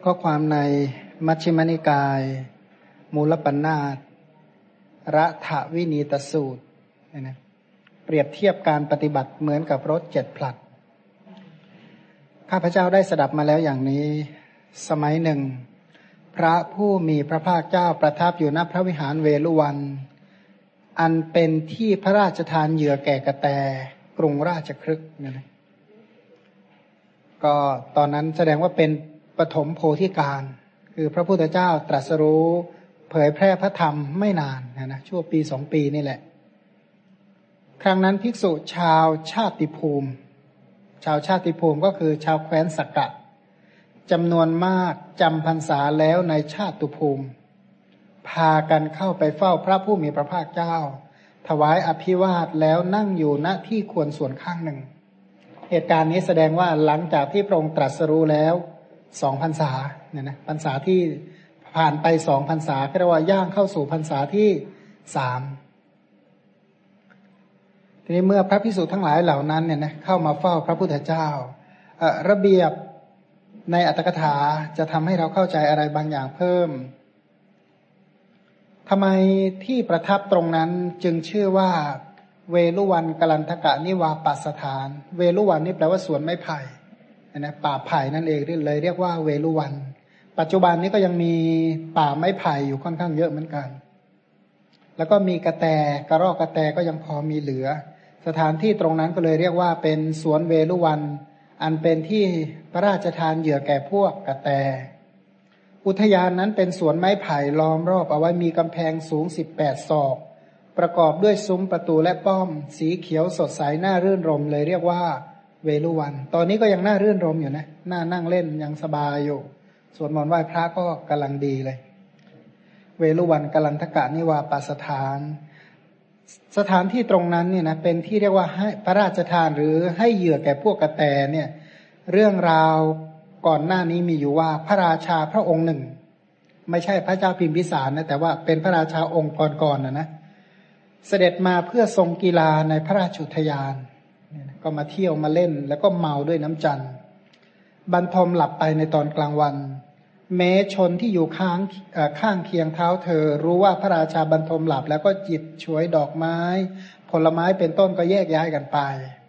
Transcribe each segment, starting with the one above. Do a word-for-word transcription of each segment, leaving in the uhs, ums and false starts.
ข้อความในมัชฌิมนิกายมูลปัญนาตรัฐวินีตสูตรนะเปรียบเทียบการปฏิบัติเหมือนกับรถเจ็ดผลัดข้าพเจ้าได้สดับมาแล้วอย่างนี้สมัยหนึ่งพระผู้มีพระภาคเจ้าประทับอยู่ณพระวิหารเวฬุวันอันเป็นที่พระราชทานเหยื่อแก่กระแตกรุงราชคฤห์นะก็ตอนนั้นแสดงว่าเป็นปฐมโพธิการคือพระพุทธเจ้าตรัสรู้เผยแพร่พระธรรมไม่นานนะนะชั่วปีสองปีนี่แหละครั้งนั้นภิกษุชาวชาติภูมิชาวชาติภูมิก็คือชาวแคว้นสักกะจำนวนมากจำพรรษาแล้วในชาติภูมิพากันเข้าไปเฝ้าพระผู้มีพระภาคเจ้าถวายอภิวาทแล้วนั่งอยู่ณที่ควรส่วนข้างหนึ่งเหตุการณ์นี้แสดงว่าหลังจากที่พระองค์ตรัสรู้แล้วสองพรรษาเนี่ยนะพรรษาที่ผ่านไปสองพรรษาเรียกว่าย่างเข้าสู่พรรษาที่สามทีนี้เมื่อพระภิกษุทั้งหลายเหล่านั้นเนี่ยนะเข้ามาเฝ้าพระพุทธเจ้าระเบียบในอัตถกถาจะทำให้เราเข้าใจอะไรบางอย่างเพิ่มทำไมที่ประทับตรงนั้นจึงชื่อว่าเวฬุวันกลันทกะนิวาปสถานเวฬุวันนี่แปลว่าสวนไม้ไผ่นะป่าไผ่นั่นเองเลยเรียกว่าเวฬุวันปัจจุบันนี้ก็ยังมีป่าไม้ไผ่อยู่ค่อนข้างเยอะเหมือนกันแล้วก็มีกระแตกระรอกกระแตก็ยังพอมีเหลือสถานที่ตรงนั้นก็เลยเรียกว่าเป็นสวนเวฬุวันอันเป็นที่พระราชทานเหยื่อแก่พวกกระแตอุทยานนั้นเป็นสวนไม้ไผ่ล้อมรอบเอาไว้มีกำแพงสูงสิบแปดศอกประกอบด้วยซุ้มประตูและป้อมสีเขียวสดใสน่ารื่นรมเลยเรียกว่าเวฬุวันตอนนี้ก็ยังน่ารื่นรมอยู่นะน่านั่งเล่นยังสบายอยู่สวดมนต์ไหว้พระก็กำลังดีเลยเวฬุวันกลันทกะนิวาปสถานสถานที่ตรงนั้นเนี่ยนะเป็นที่เรียกว่าให้พระราชทานหรือให้เหยื่อแก่พวกกระแตเนี่ยเรื่องราวก่อนหน้านี้มีอยู่ว่าพระราชาพระองค์หนึ่งไม่ใช่พระเจ้าพิมพิสารนะแต่ว่าเป็นพระราชาองค์ก่อนๆนะนะเสด็จมาเพื่อทรงกีฬาในพระราชอุทยานก็มาเที่ยวมาเล่นแล้วก็เมาด้วยน้ำจันทร์บรรทมหลับไปในตอนกลางวันแม้ชนที่อยู่ข้างข้างเคียงเท้าเธอรู้ว่าพระราชาบรรทมหลับแล้วก็จิบฉวยดอกไม้ผลไม้เป็นต้นก็แยกย้ายกันไป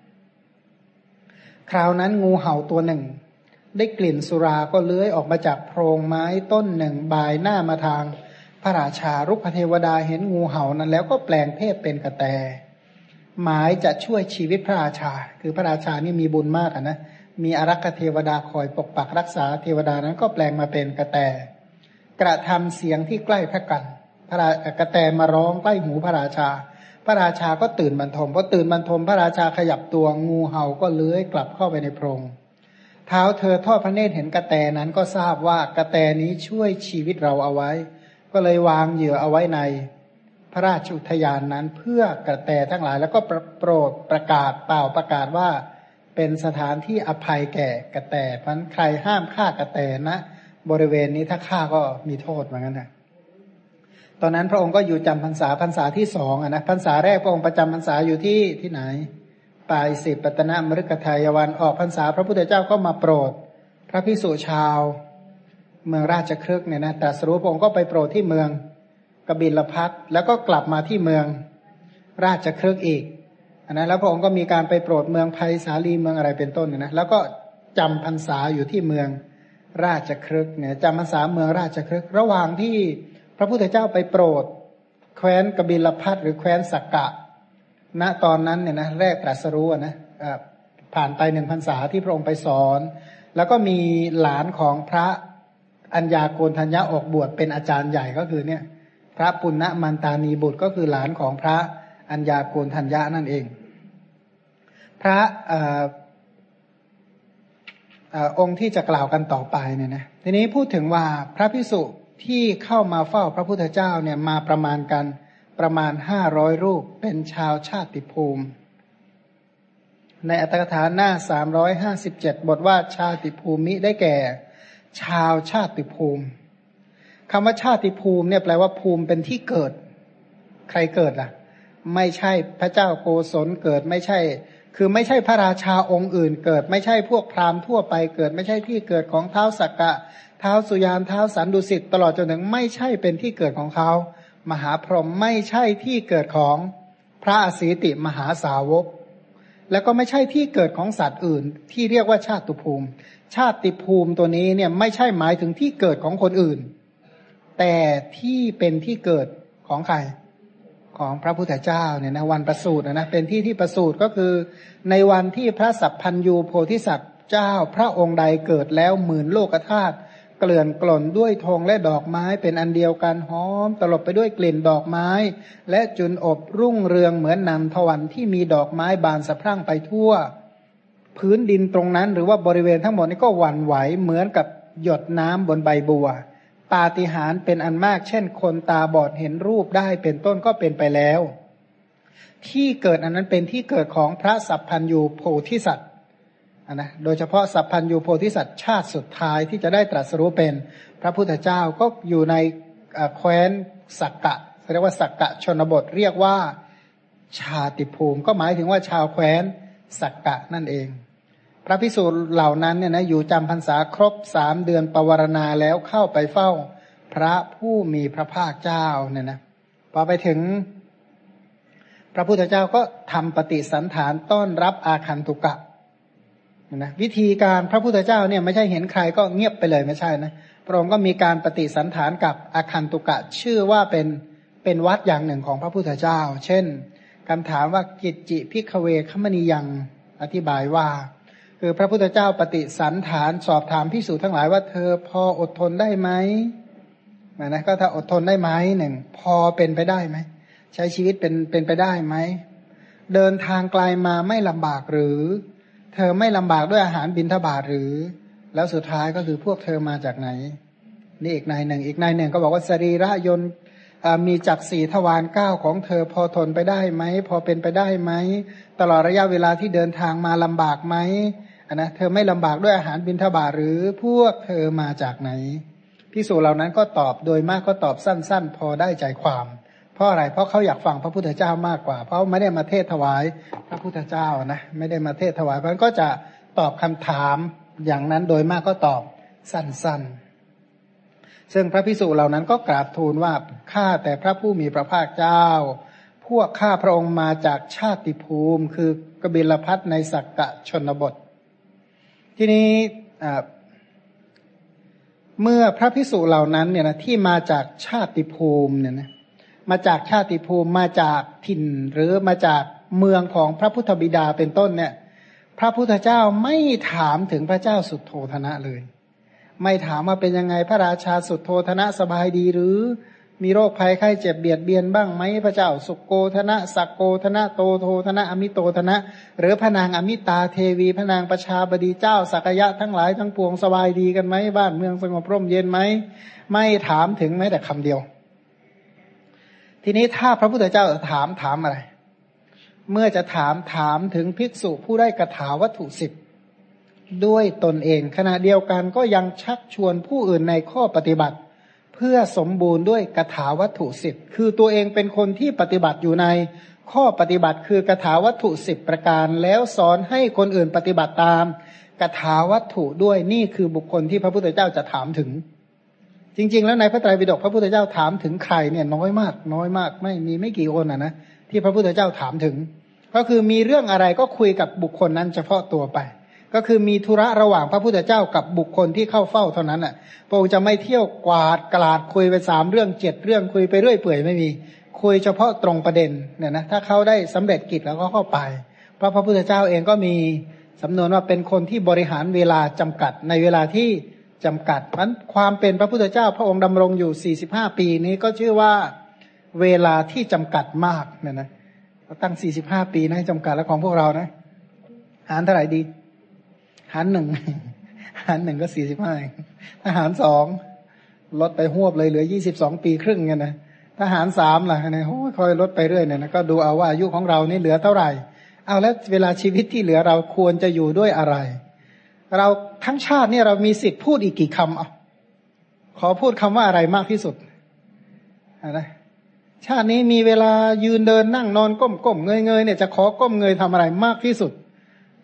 คราวนั้นงูเห่าตัวหนึ่งได้กลิ่นสุราก็เลื้อยออกมาจากโพรงไม้ต้นหนึ่งบายหน้ามาทางพระราชารุกเทวดาเห็นงูเห่านั้นแล้วก็แปลงเพศเป็นกระแตหมายจะช่วยชีวิตพระราชาคือพระราชานี่มีบุญมากนะมีอารักขเทวดาคอยปกปักรักษาเทวดานั้นก็แปลงมาเป็นกระแตกระทำเสียงที่ใกล้พระกันพระกระแตมาร้องใกล้หูพระราชาพระราชาก็ตื่นบรรทมพอตื่นบรรทมพระราชาขยับตัวงูเห่าก็เลื้อยกลับเข้าไปในโพรงเท้าเธอทอดพระเนตรเห็นกระแตนั้นก็ทราบว่ากระแตนี้ช่วยชีวิตเราเอาไว้ก็เลยวางเหยื่อเอาไว้ในพระราชอุทยานนั้นเพื่อกระแตทั้งหลายแล้วก็โปรดประกาศเปล่าประกาศว่าเป็นสถานที่อภัยแก่กระแตเพราะใครห้ามฆ่ากระแตนะบริเวณนี้ถ้าฆ่าก็มีโทษเหมือนกันนะตอนนั้นพระองค์ก็อยู่จำพรรษาพรรษาที่สองอ่ะนะพรรษาแรกพระองค์ประจำพรรษาอยู่ที่ที่ไหนป่าอิสิปตนมฤคทายวันออกพรรษาพระพุทธเจ้าก็มาโปรดพระภิกษุชาวเมืองราชคฤห์เนี่ยนะตรัสรู้พระองค์ก็ไปโปรดที่เมืองกบิลพัสแล้วก็กลับมาที่เมืองราชคฤห์อีกอันนั้นแล้วพระองค์ก็มีการไปโปรดเมืองไผ่สาลีเมืองอะไรเป็นต้นเนี่ยนะแล้วก็จำพรรษาอยู่ที่เมืองราชคฤห์เนี่ยจำพรรษาเมืองราชคฤห์ระหว่างที่พระพุทธเจ้าไปโปรดแคว้นกบิลพัสหรือแคว้นสักกะณตอนนั้นเนี่ยนะแรกตรัสรู้นะผ่านไปหนึ่งพรรษาที่พระองค์ไปสอนแล้วก็มีหลานของพระอัญญาโกณทัญญะออกบวชเป็นอาจารย์ใหญ่ก็คือเนี่ยพระปุณณมันตานีบุตรก็คือหลานของพระอัญญาโกณทัญญะนั่นเองพระอองค์ที่จะกล่าวกันต่อไปเนี่ยนะทีนี้พูดถึงว่าพระภิกษุที่เข้ามาเฝ้าพระพุทธเจ้าเนี่ยมาประมาณกันประมาณห้าร้อยรูปเป็นชาวชาติภูมิในอัตถกถาหน้าสามร้อยห้าสิบเจ็ดบทว่าชาติภูมิได้แก่ชาวชาติภูมิคำว่าชาติภูมิเนี่ยแปลว่าภูมิเป็นที่เกิดใครเกิดล่ะไม่ใช่พระเจ้าโกศลเกิดไม่ใช่คือไม่ใช่พระราชาองค์อื่นเกิดไม่ใช่พวกพราหมณ์ทั่วไปเกิดไม่ใช่ที่เกิดของท้าวสักกะท้าวสุยานท้าวสันดุสิตตลอดจนถึงไม่ใช่เป็นที่เกิดของเขามหาพรหมไม่ใช่ที่เกิดของพระอสีติมหาสาวกแล้วก็ไม่ใช่ที่เกิดของสัตว์อื่นที่เรียกว่าชาติภูมิชาติภูมิตัวนี้เนี่ยไม่ใช่หมายถึงที่เกิดของคนอื่นแต่ที่เป็นที่เกิดของใครของพระพุทธเจ้าเนี่ยนะวันประสูตินะเป็นที่ที่ประสูติก็คือในวันที่พระสัพพัญญูโพธิสัตว์เจ้าพระองค์ใดเกิดแล้วหมื่นโลกธาตุเกลื่อนกล่นด้วยธงและดอกไม้เป็นอันเดียวกันหอมตลบไปด้วยกลิ่นดอกไม้และจุนอบรุ่งเรืองเหมือนนันทวันที่มีดอกไม้บานสะพรั่งไปทั่วพื้นดินตรงนั้นหรือว่าบริเวณทั้งหมดนี้ก็หวั่นไหวเหมือนกับหยดน้ำบนใบบัวปาฏิหาริย์เป็นอันมากเช่นคนตาบอดเห็นรูปได้เป็นต้นก็เป็นไปแล้วที่เกิดอันนั้นเป็นที่เกิดของพระสัพพัญญูโพธิสัตว์นะโดยเฉพาะสัพพัญญูโพธิสัตว์ชาติสุดท้ายที่จะได้ตรัสรู้เป็นพระพุทธเจ้าก็อยู่ในแคว้นสักกะเรียกว่าสักกะชนบทเรียกว่าชาติภูมิก็หมายถึงว่าชาวแคว้นสักกะนั่นเองพระภิกษุเหล่านั้นเนี่ยนะอยู่จำพรรษาครบสามเดือนปวารณาแล้วเข้าไปเฝ้าพระผู้มีพระภาคเจ้าเนี่ยนะพอไปถึงพระพุทธเจ้าก็ทำปฏิสันถานต้อนรับอาคันตุกะนะวิธีการพระพุทธเจ้าเนี่ยไม่ใช่เห็นใครก็เงียบไปเลยไม่ใช่นะพระองค์ก็มีการปฏิสันถานกับอาคันตุกะชื่อว่าเป็นเป็นวัดอย่างหนึ่งของพระพุทธเจ้าเช่นคำถามว่ากิจจิภิกขเวขมณียังอธิบายว่าคือพระพุทธเจ้าปฏิสันถานสอบถามภิกษุทั้งหลายว่าเธอพออดทนได้ไหมนะก็ถ้าอดทนได้ไหมหนึ่งพอเป็นไปได้ไหมใช้ชีวิตเป็นเป็นไปได้ไหมเดินทางไกลมาไม่ลำบากหรือเธอไม่ลำบากด้วยอาหารบิณฑบาตหรือแล้วสุดท้ายก็คือพวกเธอมาจากไหนนี่อีกนายหนึ่งอีกนายหนึ่งก็บอกว่าสรีระยนต์มีจักรสี่ทวารเก้าของเธอพอทนไปได้ไหมพอเป็นไปได้ไหมตลอดระยะเวลาที่เดินทางมาลำบากไหมนะเธอไม่ลำบากด้วยอาหารบิณฑบาตหรือพวกเธอมาจากไหนภิกษุเหล่านั้นก็ตอบโดยมากก็ตอบสั้นๆพอได้ใจความเพราะอะไรเพราะเขาอยากฟังพระพุทธเจ้ามากกว่าเพราะไม่ได้มาเทศถวายพระพุทธเจ้านะไม่ได้มาเทศถวายเพราะฉะนั้นก็จะตอบคำถามอย่างนั้นโดยมากก็ตอบสั้นๆซึ่งพระภิกษุเหล่านั้นก็กราบทูลว่าข้าแต่พระผู้มีพระภาคเจ้าพวกข้าพระองค์มาจากชาติภูมิคือกบิลพัสในสักกะชนบททีนี้เมื่อพระภิกษุเหล่านั้นเนี่ยนะที่มาจากชาติภูมิเนี่ยนะมาจากชาติภูมิมาจากถิ่นหรือมาจากเมืองของพระพุทธบิดาเป็นต้นเนี่ยพระพุทธเจ้าไม่ถามถึงพระเจ้าสุโธทนะเลยไม่ถามว่าเป็นยังไงพระราชาสุโธทนะสบายดีหรือมีโรคภัยไข้เจ็บเบียดเบียนบ้างไหมพระเจ้าสุโกธนะสักโกธนะโตโทธนะอมิโตธนะหรือพระนางอมิตาเทวีพระนางประชาบดีเจ้าสักยะทั้งหลายทั้งปวงสบายดีกันไหมบ้านเมืองสงบร่มเย็นไหมไม่ถามถึงแม้แต่คำเดียวทีนี้ถ้าพระพุทธเจ้าถามถามอะไรเมื่อจะถามถามถึงภิกษุผู้ได้กถาวัตถุสิบด้วยตนเองขณะเดียวกันก็ยังชักชวนผู้อื่นในข้อปฏิบัติเพื่อสมบูรณ์ด้วยกถาวัตถุสิบคือตัวเองเป็นคนที่ปฏิบัติอยู่ในข้อปฏิบัติคือกถาวัตถุสิบประการแล้วสอนให้คนอื่นปฏิบัติตามกถาวัตถุด้วยนี่คือบุคคลที่พระพุทธเจ้าจะถามถึงจริงๆแล้วในพระไตรปิฎกพระพุทธเจ้าถามถึงใครเนี่ยน้อยมากน้อยมากไม่มีไม่กี่คนอ่ะนะที่พระพุทธเจ้าถามถึงก็คือมีเรื่องอะไรก็คุยกับบุคคลนั้นเฉพาะตัวไปก็คือมีธุระระหว่างพระพุทธเจ้ากับบุคคลที่เข้าเฝ้าเท่านั้นแหละพระองค์จะไม่เที่ยวกวาดกลาดคุยไปสามเรื่องเจ็ดเรื่องคุยไปเรื่อยเปื่อยไม่มีคุยเฉพาะตรงประเด็นเนี่ยนะถ้าเขาได้สำเร็จกิจแล้วก็เข้าไปเพราะพระพุทธเจ้าเองก็มีสำนวนว่าเป็นคนที่บริหารเวลาจำกัดในเวลาที่จำกัดเพราะความเป็นพระพุทธเจ้าพระองค์ดำรงอยู่สี่สิบห้าปีนี้ก็ชื่อว่าเวลาที่จำกัดมากเนี่ยนะตั้งสี่สิบห้าปีนะจำกัดแล้วของพวกเรานะหารเท่าไหร่ดีหารหนึ่งหารหนึ่งก็สี่สิบห้าถ้าหารสองลดไปหวบเลยเหลือยี่สิบสองปีครึ่งไงนะถ้าหารสามล่ะเนี่ยโอ้ยคอยลดไปเรื่อยเนี่ยนะก็ดูเอาว่าอายุของเรานี่เหลือเท่าไหร่เอาแล้วเวลาชีวิตที่เหลือเราควรจะอยู่ด้วยอะไรเราทั้งชาติเนี่ยเรามีสิทธิ์พูดอีกกี่คำอ่ะขอพูดคำว่าอะไรมากที่สุดอะไรชาตินี้มีเวลายืนเดินนั่งนอนก้มก้มเงยเงยเนี่ยจะขอก้มเงยทำอะไรมากที่สุด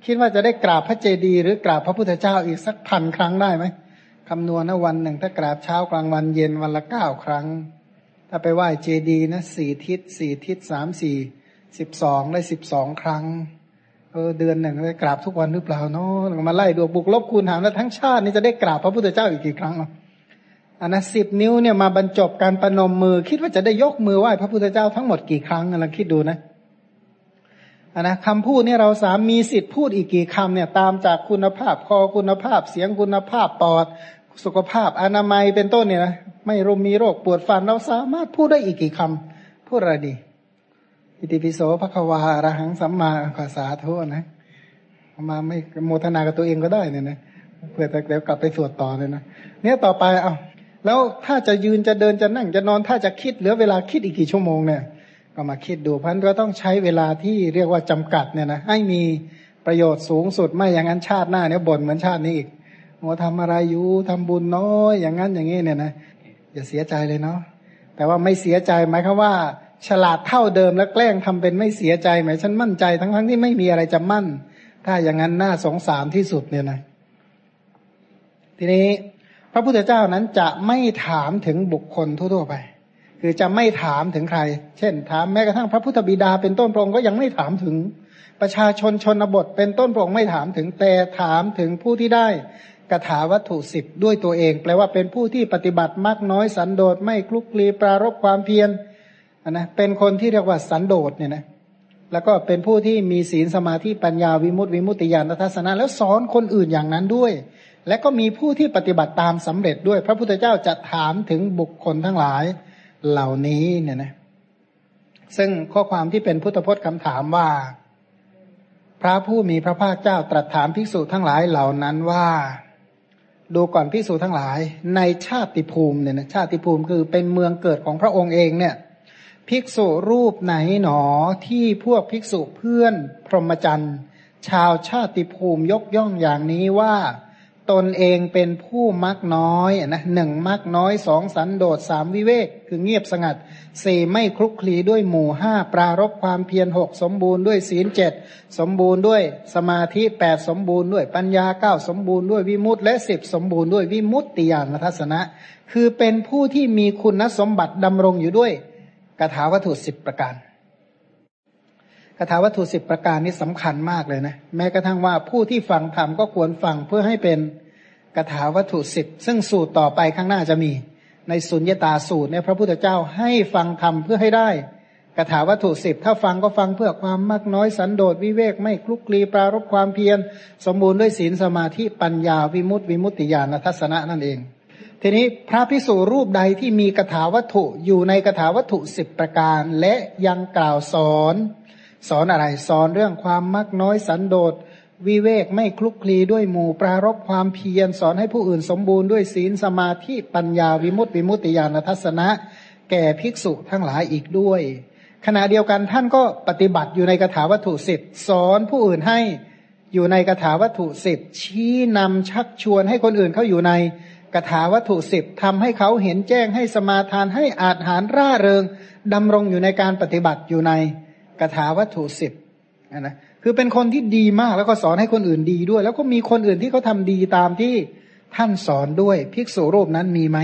คิดว่าจะได้กราบพระเจดีย์หรือกราบพระพุทธเจ้าอีกสักพันครั้งได้ไหมคำนวณนะวันหนึ่งถ้ากราบเช้ากลางวันเย็นวันละเก้าครั้งถ้าไปไหว้เจดีย์นะสี่ทิศสี่ทิศสามสี่สิบสองได้สิบสองครั้งเออเดือนหนึ่งได้กราบทุกวันหรือเปล่าเนาะมาไล่ดูบุกลบคูณหารแล้วทั้งชาตินี้จะได้กราบพระพุทธเจ้าอีกกี่ครั้งอันนะสิบนิ้วเนี่ยมาบรรจบการประนมมือคิดว่าจะได้ยกมือไหว้พระพุทธเจ้าทั้งหมดกี่ครั้งลองคิดดูนะอันนะคำพูดเนี่ยเราสามมีสิทธิ์พูดอีกกี่คำเนี่ยตามจากคุณภาพคอคุณภาพเสียงคุณภาพปอดสุขภาพอนามัยเป็นต้นเนี่ยนะไม่รุมมีโรคปวดฟันเราสามารถพูดได้อีกกี่คำพูดอะไรดีอิติปิโสภควาอรหังสัมมาขอสาธุนะมาไม่โมทนากับตัวเองก็ได้เนี่ยนะเพื่อแต่เดี๋ยวกลับไปสวดต่อเลยนะเนี่ยต่อไปเอาแล้วถ้าจะยืนจะเดินจะนั่งจะนอนถ้าจะคิดเหลือเวลาคิดอีกกี่ชั่วโมงเนี่ยก็มาคิดดูเพราะฉะนั้นก็ต้องใช้เวลาที่เรียกว่าจำกัดเนี่ยนะให้มีประโยชน์สูงสุดไม่อย่างนั้นชาติหน้าเนี่ยบ่นเหมือนชาตินี้อีกโมทำอะไรอยู่ทำบุญน้อยอย่างนั้นอย่างนี้เนี่ยนะอย่าเสียใจเลยเนาะแต่ว่าไม่เสียใจหมายความว่าฉลาดเท่าเดิมแล้วแกล้งทำเป็นไม่เสียใจหมายฉันมั่นใจทั้งทั้งที่ไม่มีอะไรจะมั่นถ้าอย่างนั้นน่าสงสารที่สุดเนี่ยนะทีนี้พระพุทธเจ้านั้นจะไม่ถามถึงบุคคลทั่วๆไปคือจะไม่ถามถึงใครเช่นถามแม้กระทั่งพระพุทธบิดาเป็นต้นพระองค์ก็ยังไม่ถามถึงประชาชนชนบทเป็นต้นพระองค์ไม่ถามถึงแต่ถามถึงผู้ที่ได้กถาวัตถุสิบด้วยตัวเองแปลว่าเป็นผู้ที่ปฏิบัติมากน้อยสันโดษไม่คลุกคลีปรารภความเพียรนะเป็นคนที่เรียกว่าสันโดษเนี่ยนะแล้วก็เป็นผู้ที่มีศีลสมาธิปัญญาวิมุตติวิมุตติญาณทัศนะแล้วสอนคนอื่นอย่างนั้นด้วยและก็มีผู้ที่ปฏิบัติตามสำเร็จด้วยพระพุทธเจ้าจะถามถึงบุคคลทั้งหลายเหล่านี้เนี่ยนะซึ่งข้อความที่เป็นพุทธพจน์คำถามว่าพระผู้มีพระภาคเจ้าตรัสถามภิกษุทั้งหลายเหล่านั้นว่าดูก่อนภิกษุทั้งหลายในชาติภูมิเนี่ยนะชาติภูมิคือเป็นเมืองเกิดของพระองค์เองเนี่ยภิกษุรูปไหนหนอที่พวกภิกษุเพื่อนพรหมจรรย์ชาวชาติภูมิยกย่องอย่างนี้ว่าตนเองเป็นผู้มักน้อยนะหนึ่งมักน้อยสองสันโดษสามวิเวกคือเงียบสงัดสี่ไม่คลุกคลีด้วยหมู่ห้าปรารภความเพียรหกสมบูรณ์ด้วยศีลเจ็ดสมบูรณ์ด้วยสมาธิแปดสมบูรณ์ด้วยปัญญาเก้าสมบูรณ์ด้วยวิมุตติและสิบสมบูรณ์ด้วยวิมุตติญาณทัศนะคือเป็นผู้ที่มีคุณสมบัติดำรงอยู่ด้วยกถาวัตถุสิบประการคาถาวัตถุสิบประการนี้สำคัญมากเลยนะแม้กระทั่งว่าผู้ที่ฟังธรรมก็ควรฟังเพื่อให้เป็นคาถาวัตถุสิบซึ่งสูตรต่อไปข้างหน้าจะมีในสุญญตาสูตรเนี่ยพระพุทธเจ้าให้ฟังธรรมเพื่อให้ได้คาถาวัตถุสิบถ้าฟังก็ฟังเพื่อความมากน้อยสันโดษวิเวกไม่คลุกคลีปรารภความเพียรสมบูรณ์ด้วยศีลสมาธิปัญญาวิมุตติวิมุตติญาณทัศนะนั่นเองทีนี้พระภิกษุรูปใดที่มีคาถาวัตถุอยู่ในคาถาวัตถุสิบประการและยังกล่าวสอนสอนอะไรสอนเรื่องความมักน้อยสันโดษวิเวกไม่คลุกคลีด้วยหมู่ปรารภความเพียรสอนให้ผู้อื่นสมบูรณ์ด้วยศีลสมาธิปัญญาวิมุตติวิมุตติญาณทัศนะแก่ภิกษุทั้งหลายอีกด้วยขณะเดียวกันท่านก็ปฏิบัติอยู่ในคาถาวัตถุสิบสอนผู้อื่นให้อยู่ในคาถาวัตถุสิบชี้นำชักชวนให้คนอื่นเขาอยู่ในคาถาวัตถุสิบทำให้เขาเห็นแจ้งให้สมาทานให้อาจหารร่าเริงดำรงอยู่ในการปฏิบัติอยู่ในคาถาวัตถุสิบนะคือเป็นคนที่ดีมากแล้วก็สอนให้คนอื่นดีด้วยแล้วก็มีคนอื่นที่เขาทำดีตามที่ท่านสอนด้วยภิกษุรูปนั้นมีไหม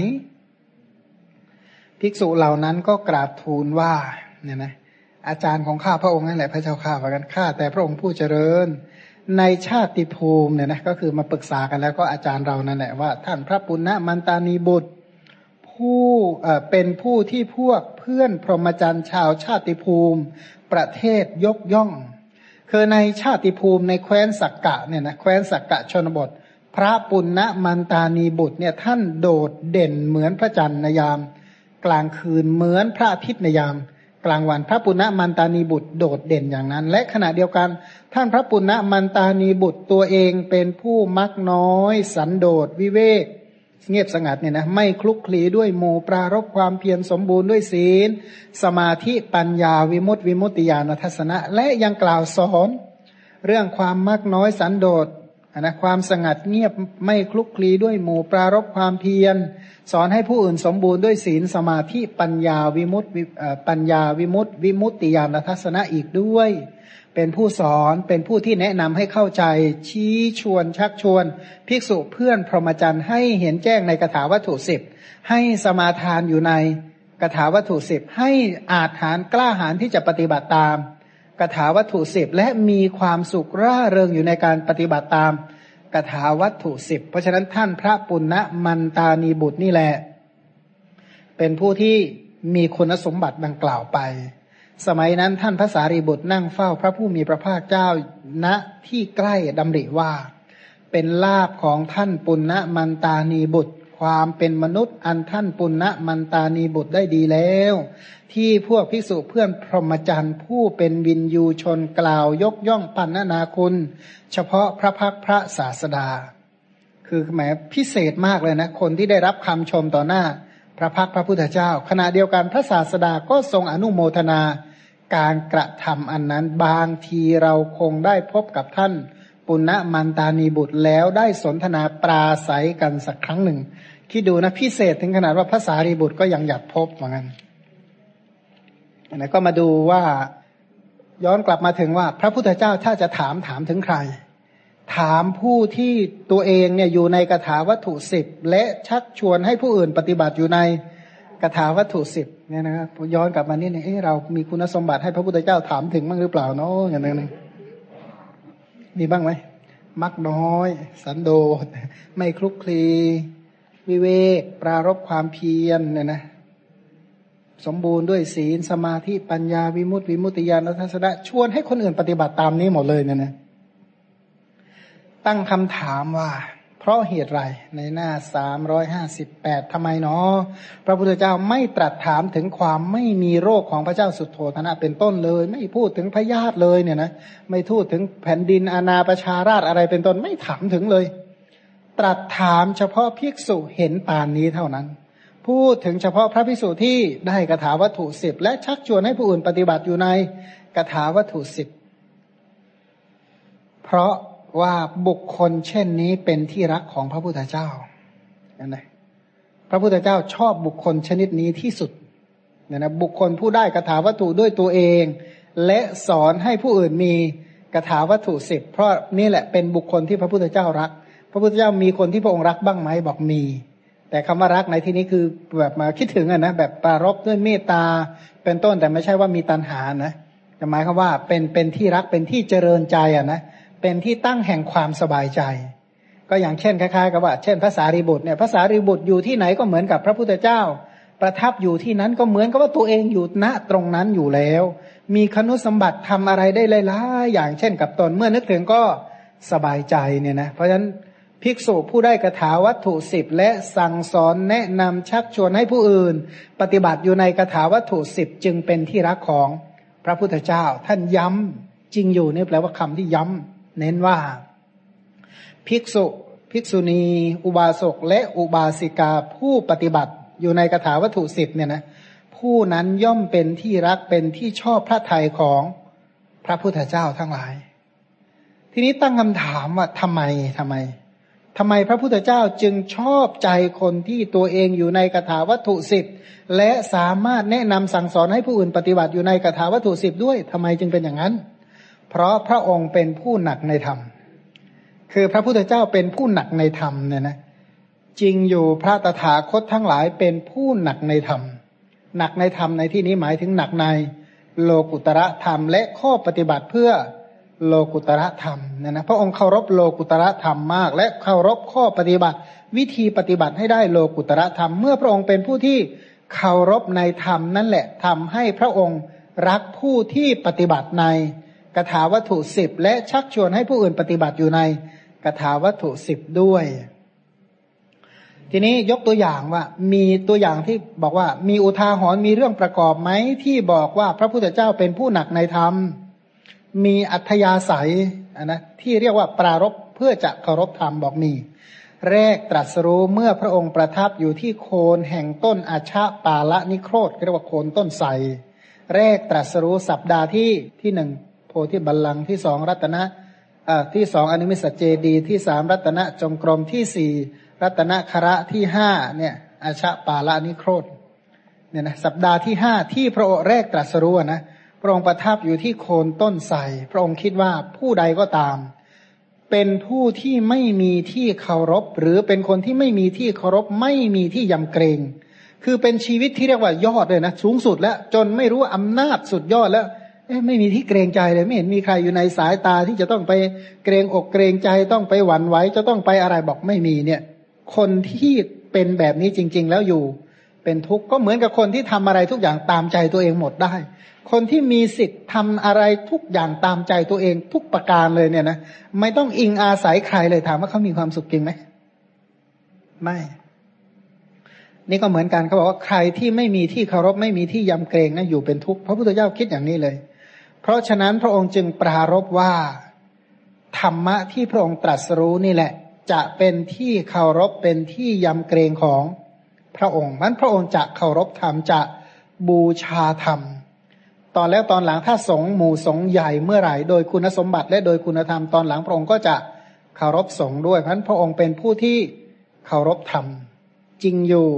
ภิกษุเหล่านั้นก็กราบทูลว่าเนี่ยนะอาจารย์ของข้าพระองค์นั่นแหละพระเจ้าข้าว่ากันข้าแต่พระองค์ผู้เจริญในชาติภูมิเนี่ยนะก็คือมาปรึกษากันแล้วก็อาจารย์เรานั่นแหละว่าท่านพระปุณณมันตานีบุตรผู้เอ่อเป็นผู้ที่พวกเพื่อนพรหมจรรย์ชาวชาติภูมิประเทศยกย่องคือในชาติภูมิในแคว้นสักกะเนี่ยนะแคว้นสักกะชนบทพระปุณณมันตานีบุตรเนี่ยท่านโดดเด่นเหมือนพระจันทร์ในยามกลางคืนเหมือนพระอาทิตย์ในยามกลางวันพระปุณณมันตานีบุตรโดดเด่นอย่างนั้นและขณะเดียวกันท่านพระปุณณมันตานีบุตรตัวเองเป็นผู้มักน้อยสันโดษวิเวกเงียบสงัดเนี่ยนะไม่คลุกคลีด้วยหมู่ปรารภความเพียรสมบูรณ์ด้วยศีลสมาธิปัญญาวิมุตติวิมุตติญาณทัศนะและยังกล่าวสอนเรื่องความมักน้อยสันโดษนะความสงัดเงียบไม่คลุกคลีด้วยหมู่ปรารภความเพียรสอนให้ผู้อื่นสมบูรณ์ด้วยศีลสมาธิปัญญาวิมุตติปัญญาวิมุตติวิมุตติญาณทัศนะอีกด้วยเป็นผู้สอนเป็นผู้ที่แนะนำให้เข้าใจชี้ชวนชักชวนภิกษุเพื่อนพรหมจรรย์ให้เห็นแจ้งในคาถาวัตถุสิบให้สมาทานอยู่ในคาถาวัตถุสิบให้อาจหารกล้าหาญที่จะปฏิบัติตามคาถาวัตถุสิบและมีความสุขร่าเริงอยู่ในการปฏิบัติตามคาถาวัตถุสิบเพราะฉะนั้นท่านพระปุณณมันตานีบุตรนี่แหละเป็นผู้ที่มีคุณสมบัติดังกล่าวไปสมัยนั้นท่านพระสารีบุตรนั่งเฝ้าพระผู้มีพระภาคเจ้าณที่ใกล้ดำริว่าเป็นลาภของท่านปุณณมันตานีบุตรความเป็นมนุษย์อันท่านปุณณมันตานีบุตรได้ดีแล้วที่พวกภิกษุเพื่อนพรหมจรรย์ผู้เป็นวินยูชนกล่าวยกย่องปรรณนาคุณเฉพาะพระพักพระศาสดาคือแหมพิเศษมากเลยนะคนที่ได้รับคำชมต่อหน้าพระพักพระพุทธเจ้าขณะเดียวกันพระศาสดาก็ทรงอนุโมทนาการกระทำอันนั้นบางทีเราคงได้พบกับท่านปุณณมันตานีบุตรแล้วได้สนทนาปราศัยกันสักครั้งหนึ่งคิดดูนะพิเศษถึงขนาดว่าพระสารีบุตรก็ยังอยากพบเหมือนกันอันนั้นก็มาดูว่าย้อนกลับมาถึงว่าพระพุทธเจ้าถ้าจะถามถามถึงใครถามผู้ที่ตัวเองเนี่ยอยู่ในคาถาวัตถุสิบและชักชวนให้ผู้อื่นปฏิบัติอยู่ในคาถาวัตถุสิบเนี่ยนะครับย้อนกลับมานี่เนี่ยเอ๊ะเรามีคุณสมบัติให้พระพุทธเจ้าถามถึงบ้างหรือเปล่าเนาะอย่างนั้นมีบ้างไหมมักน้อยสันโดษไม่คลุกคลีวิเวกปรารภความเพียรเนี่ยนะสมบูรณ์ด้วยศีลสมาธิปัญญาวิมุตติวิมุตติญาณทัศนะชวนให้คนอื่นปฏิบัติตามนี้หมดเลยเนี่ยนะตั้งคำถามว่าเพราะเหตุไรในหน้าสามร้อยห้าสิบแปดทำไมเนาะพระพุทธเจ้าไม่ตรัสถามถึงความไม่มีโรคของพระเจ้าสุโธทนะเป็นต้นเลยไม่พูดถึงพยาธิเลยเนี่ยนะไม่พูดถึงแผ่นดินอาณาประชาราษฎร์อะไรเป็นต้นไม่ถามถึงเลยตรัสถามเฉพาะภิกษุเห็นปานนี้เท่านั้นพูดถึงเฉพาะพระภิกษุที่ได้คาถาวัตถุสิบและชักชวนให้ผู้อื่นปฏิบัติอยู่ในคาถาวัตถุสิบเพราะว่าบุคคลเช่นนี้เป็นที่รักของพระพุทธเจ้านั่นแหละพระพุทธเจ้าชอบบุคคลชนิดนี้ที่สุดเนี่ยนะบุคคลผู้ได้คาถาวัตถุด้วยตัวเองและสอนให้ผู้อื่นมีคาถาวัตถุสิบเพราะนี่แหละเป็นบุคคลที่พระพุทธเจ้ารักพระพุทธเจ้ามีคนที่พระองค์รักบ้างไหมบอกมีแต่คำว่ารักในที่นี้คือแบบมาคิดถึงอ่ะนะแบบปรารภด้วยเมตตาเป็นต้นแต่ไม่ใช่ว่ามีตัณหานะจะหมายความว่าเป็นเป็นที่รักเป็นที่เจริญใจอ่ะนะเป็นที่ตั้งแห่งความสบายใจก็อย่างเช่นคล้ายๆกับว่าเช่นพระสารีบุตรเนี่ยพระสารีบุตรอยู่ที่ไหนก็เหมือนกับพระพุทธเจ้าประทับอยู่ที่นั้นก็เหมือนกับว่าตัวเองอยู่ณตรงนั้นอยู่แล้วมีคนุสมบัติทำอะไรได้หลายๆอย่างเช่นกับตนเมื่อนึกถึงก็สบายใจเนี่ยนะเพราะฉะนั้นภิกษุผู้ได้คาถาวัตถุสิบและสั่งสอนแนะนำชักชวนให้ผู้อื่นปฏิบัติอยู่ในคาถาวัตถุสิบจึงเป็นที่รักของพระพุทธเจ้าท่านย้ำจริงอยู่นี่แปลว่าคำที่ย้ำเน้นว่าภิกษุภิกษุณีอุบาสกและอุบาสิกาผู้ปฏิบัติอยู่ในคาถาวัตถุสิบเนี่ยนะผู้นั้นย่อมเป็นที่รักเป็นที่ชอบพระทัยของพระพุทธเจ้าทั้งหลายทีนี้ตั้งคำถามว่าทำไมทำไมทำไมพระพุทธเจ้าจึงชอบใจคนที่ตัวเองอยู่ในคาถาวัตถุสิบและสามารถแนะนำสั่งสอนให้ผู้อื่นปฏิบัติอยู่ในคาถาวัตถุสิบด้วยทำไมจึงเป็นอย่างนั้นเพราะพระองค์เป็นผู้หนักในธรรมคือพระพุทธเจ้าเป็นผู้หนักในธรรมเนี่ยนะจริงอยู่พระตถาคตทั้งหลายเป็นผู้หนักในธรรมหนักในธรรมในที่นี้หมายถึงหนักในโลกุตระธรรมและข้อปฏิบัติเพื่อโลกุตระธรรมเนี่ยนะพระองค์เคารพโลกุตระธรรมมากและเคารพข้อปฏิบัติวิธีปฏิบัติให้ได้โลกุตระธรรมเมื่อพระองค์เป็นผู้ที่เคารพในธรรมนั่นแหละทำให้พระองค์รักผู้ที่ปฏิบัติในคาถาวัตถุสิบและชักชวนให้ผู้อื่นปฏิบัติอยู่ในคาถาวัตถุสิบด้วยทีนี้ยกตัวอย่างว่ามีตัวอย่างที่บอกว่ามีอุทาหรณ์มีเรื่องประกอบไหมที่บอกว่าพระพุทธเจ้าเป็นผู้หนักในธรรมมีอัธยาศัยนะที่เรียกว่าปรารภเพื่อจะเคารพธรรมบอกมีแรกตรัสรู้เมื่อพระองค์ประทับอยู่ที่โคนแห่งต้นอาชะปาละนิโครธเรียกว่าโคนต้นไทรแรกตรัสรู้สัปดาห์ที่ที่หนึ่งโพธิบัลลังก์ที่สองรัตนะอ่าที่สองอนุมิสสเจดีย์ที่สามรัตนะจงกรมที่สี่รัตนคระที่ห้าเนี่ยอาชะปาละนิโครธเนี่ยนะสัปดาห์ที่ห้าที่พระองค์แรกตรัสรู้นะพระองค์ประทับอยู่ที่โคนต้นไทรพระองค์คิดว่าผู้ใดก็ตามเป็นผู้ที่ไม่มีที่เคารพหรือเป็นคนที่ไม่มีที่เคารพไม่มีที่ยำเกรงคือเป็นชีวิตที่เรียกว่ายอดเลยนะสูงสุดแล้วจนไม่รู้อำนาจสุดยอดแล้วเอ๊ะไม่มีที่เกรงใจเลยไม่เห็นมีใครอยู่ในสายตาที่จะต้องไปเกรงอกเกรงใจต้องไปหวั่นไหวจะต้องไปอะไรบอกไม่มีเนี่ยคนที่เป็นแบบนี้จริงๆแล้วอยู่เป็นทุกข์ก็เหมือนกับคนที่ทำอะไรทุกอย่างตามใจตัวเองหมดได้คนที่มีสิทธิ์ทำอะไรทุกอย่างตามใจตัวเองทุกประการเลยเนี่ยนะไม่ต้องอิงอาศัยใครเลยถามว่าเขามีความสุขจริงไหมไม่นี่ก็เหมือนกันเขาบอกว่าใครที่ไม่มีที่เคารพไม่มีที่ยำเกรงนะอยู่เป็นทุกข์พระพุทธเจ้าคิดอย่างนี้เลยเพราะฉะนั้นพระองค์จึงปรารภว่าธรรมะที่พระองค์ตรัสรู้นี่แหละจะเป็นที่เคารพเป็นที่ยำเกรงของพระองค์นั้นพระองค์จะเคารพธรรมจะบูชาธรรมตอนแล้วตอนหลังถ้าสงฆ์หมู่สงฆ์ใหญ่เมื่อไหร่โดยคุณสมบัติและโดยคุณธรรมตอนหลังพระองค์ก็จะเคารพสงฆ์ด้วยเพราะฉะนั้นพระองค์เป็นผู้ที่เคารพธรรมจริงอยู่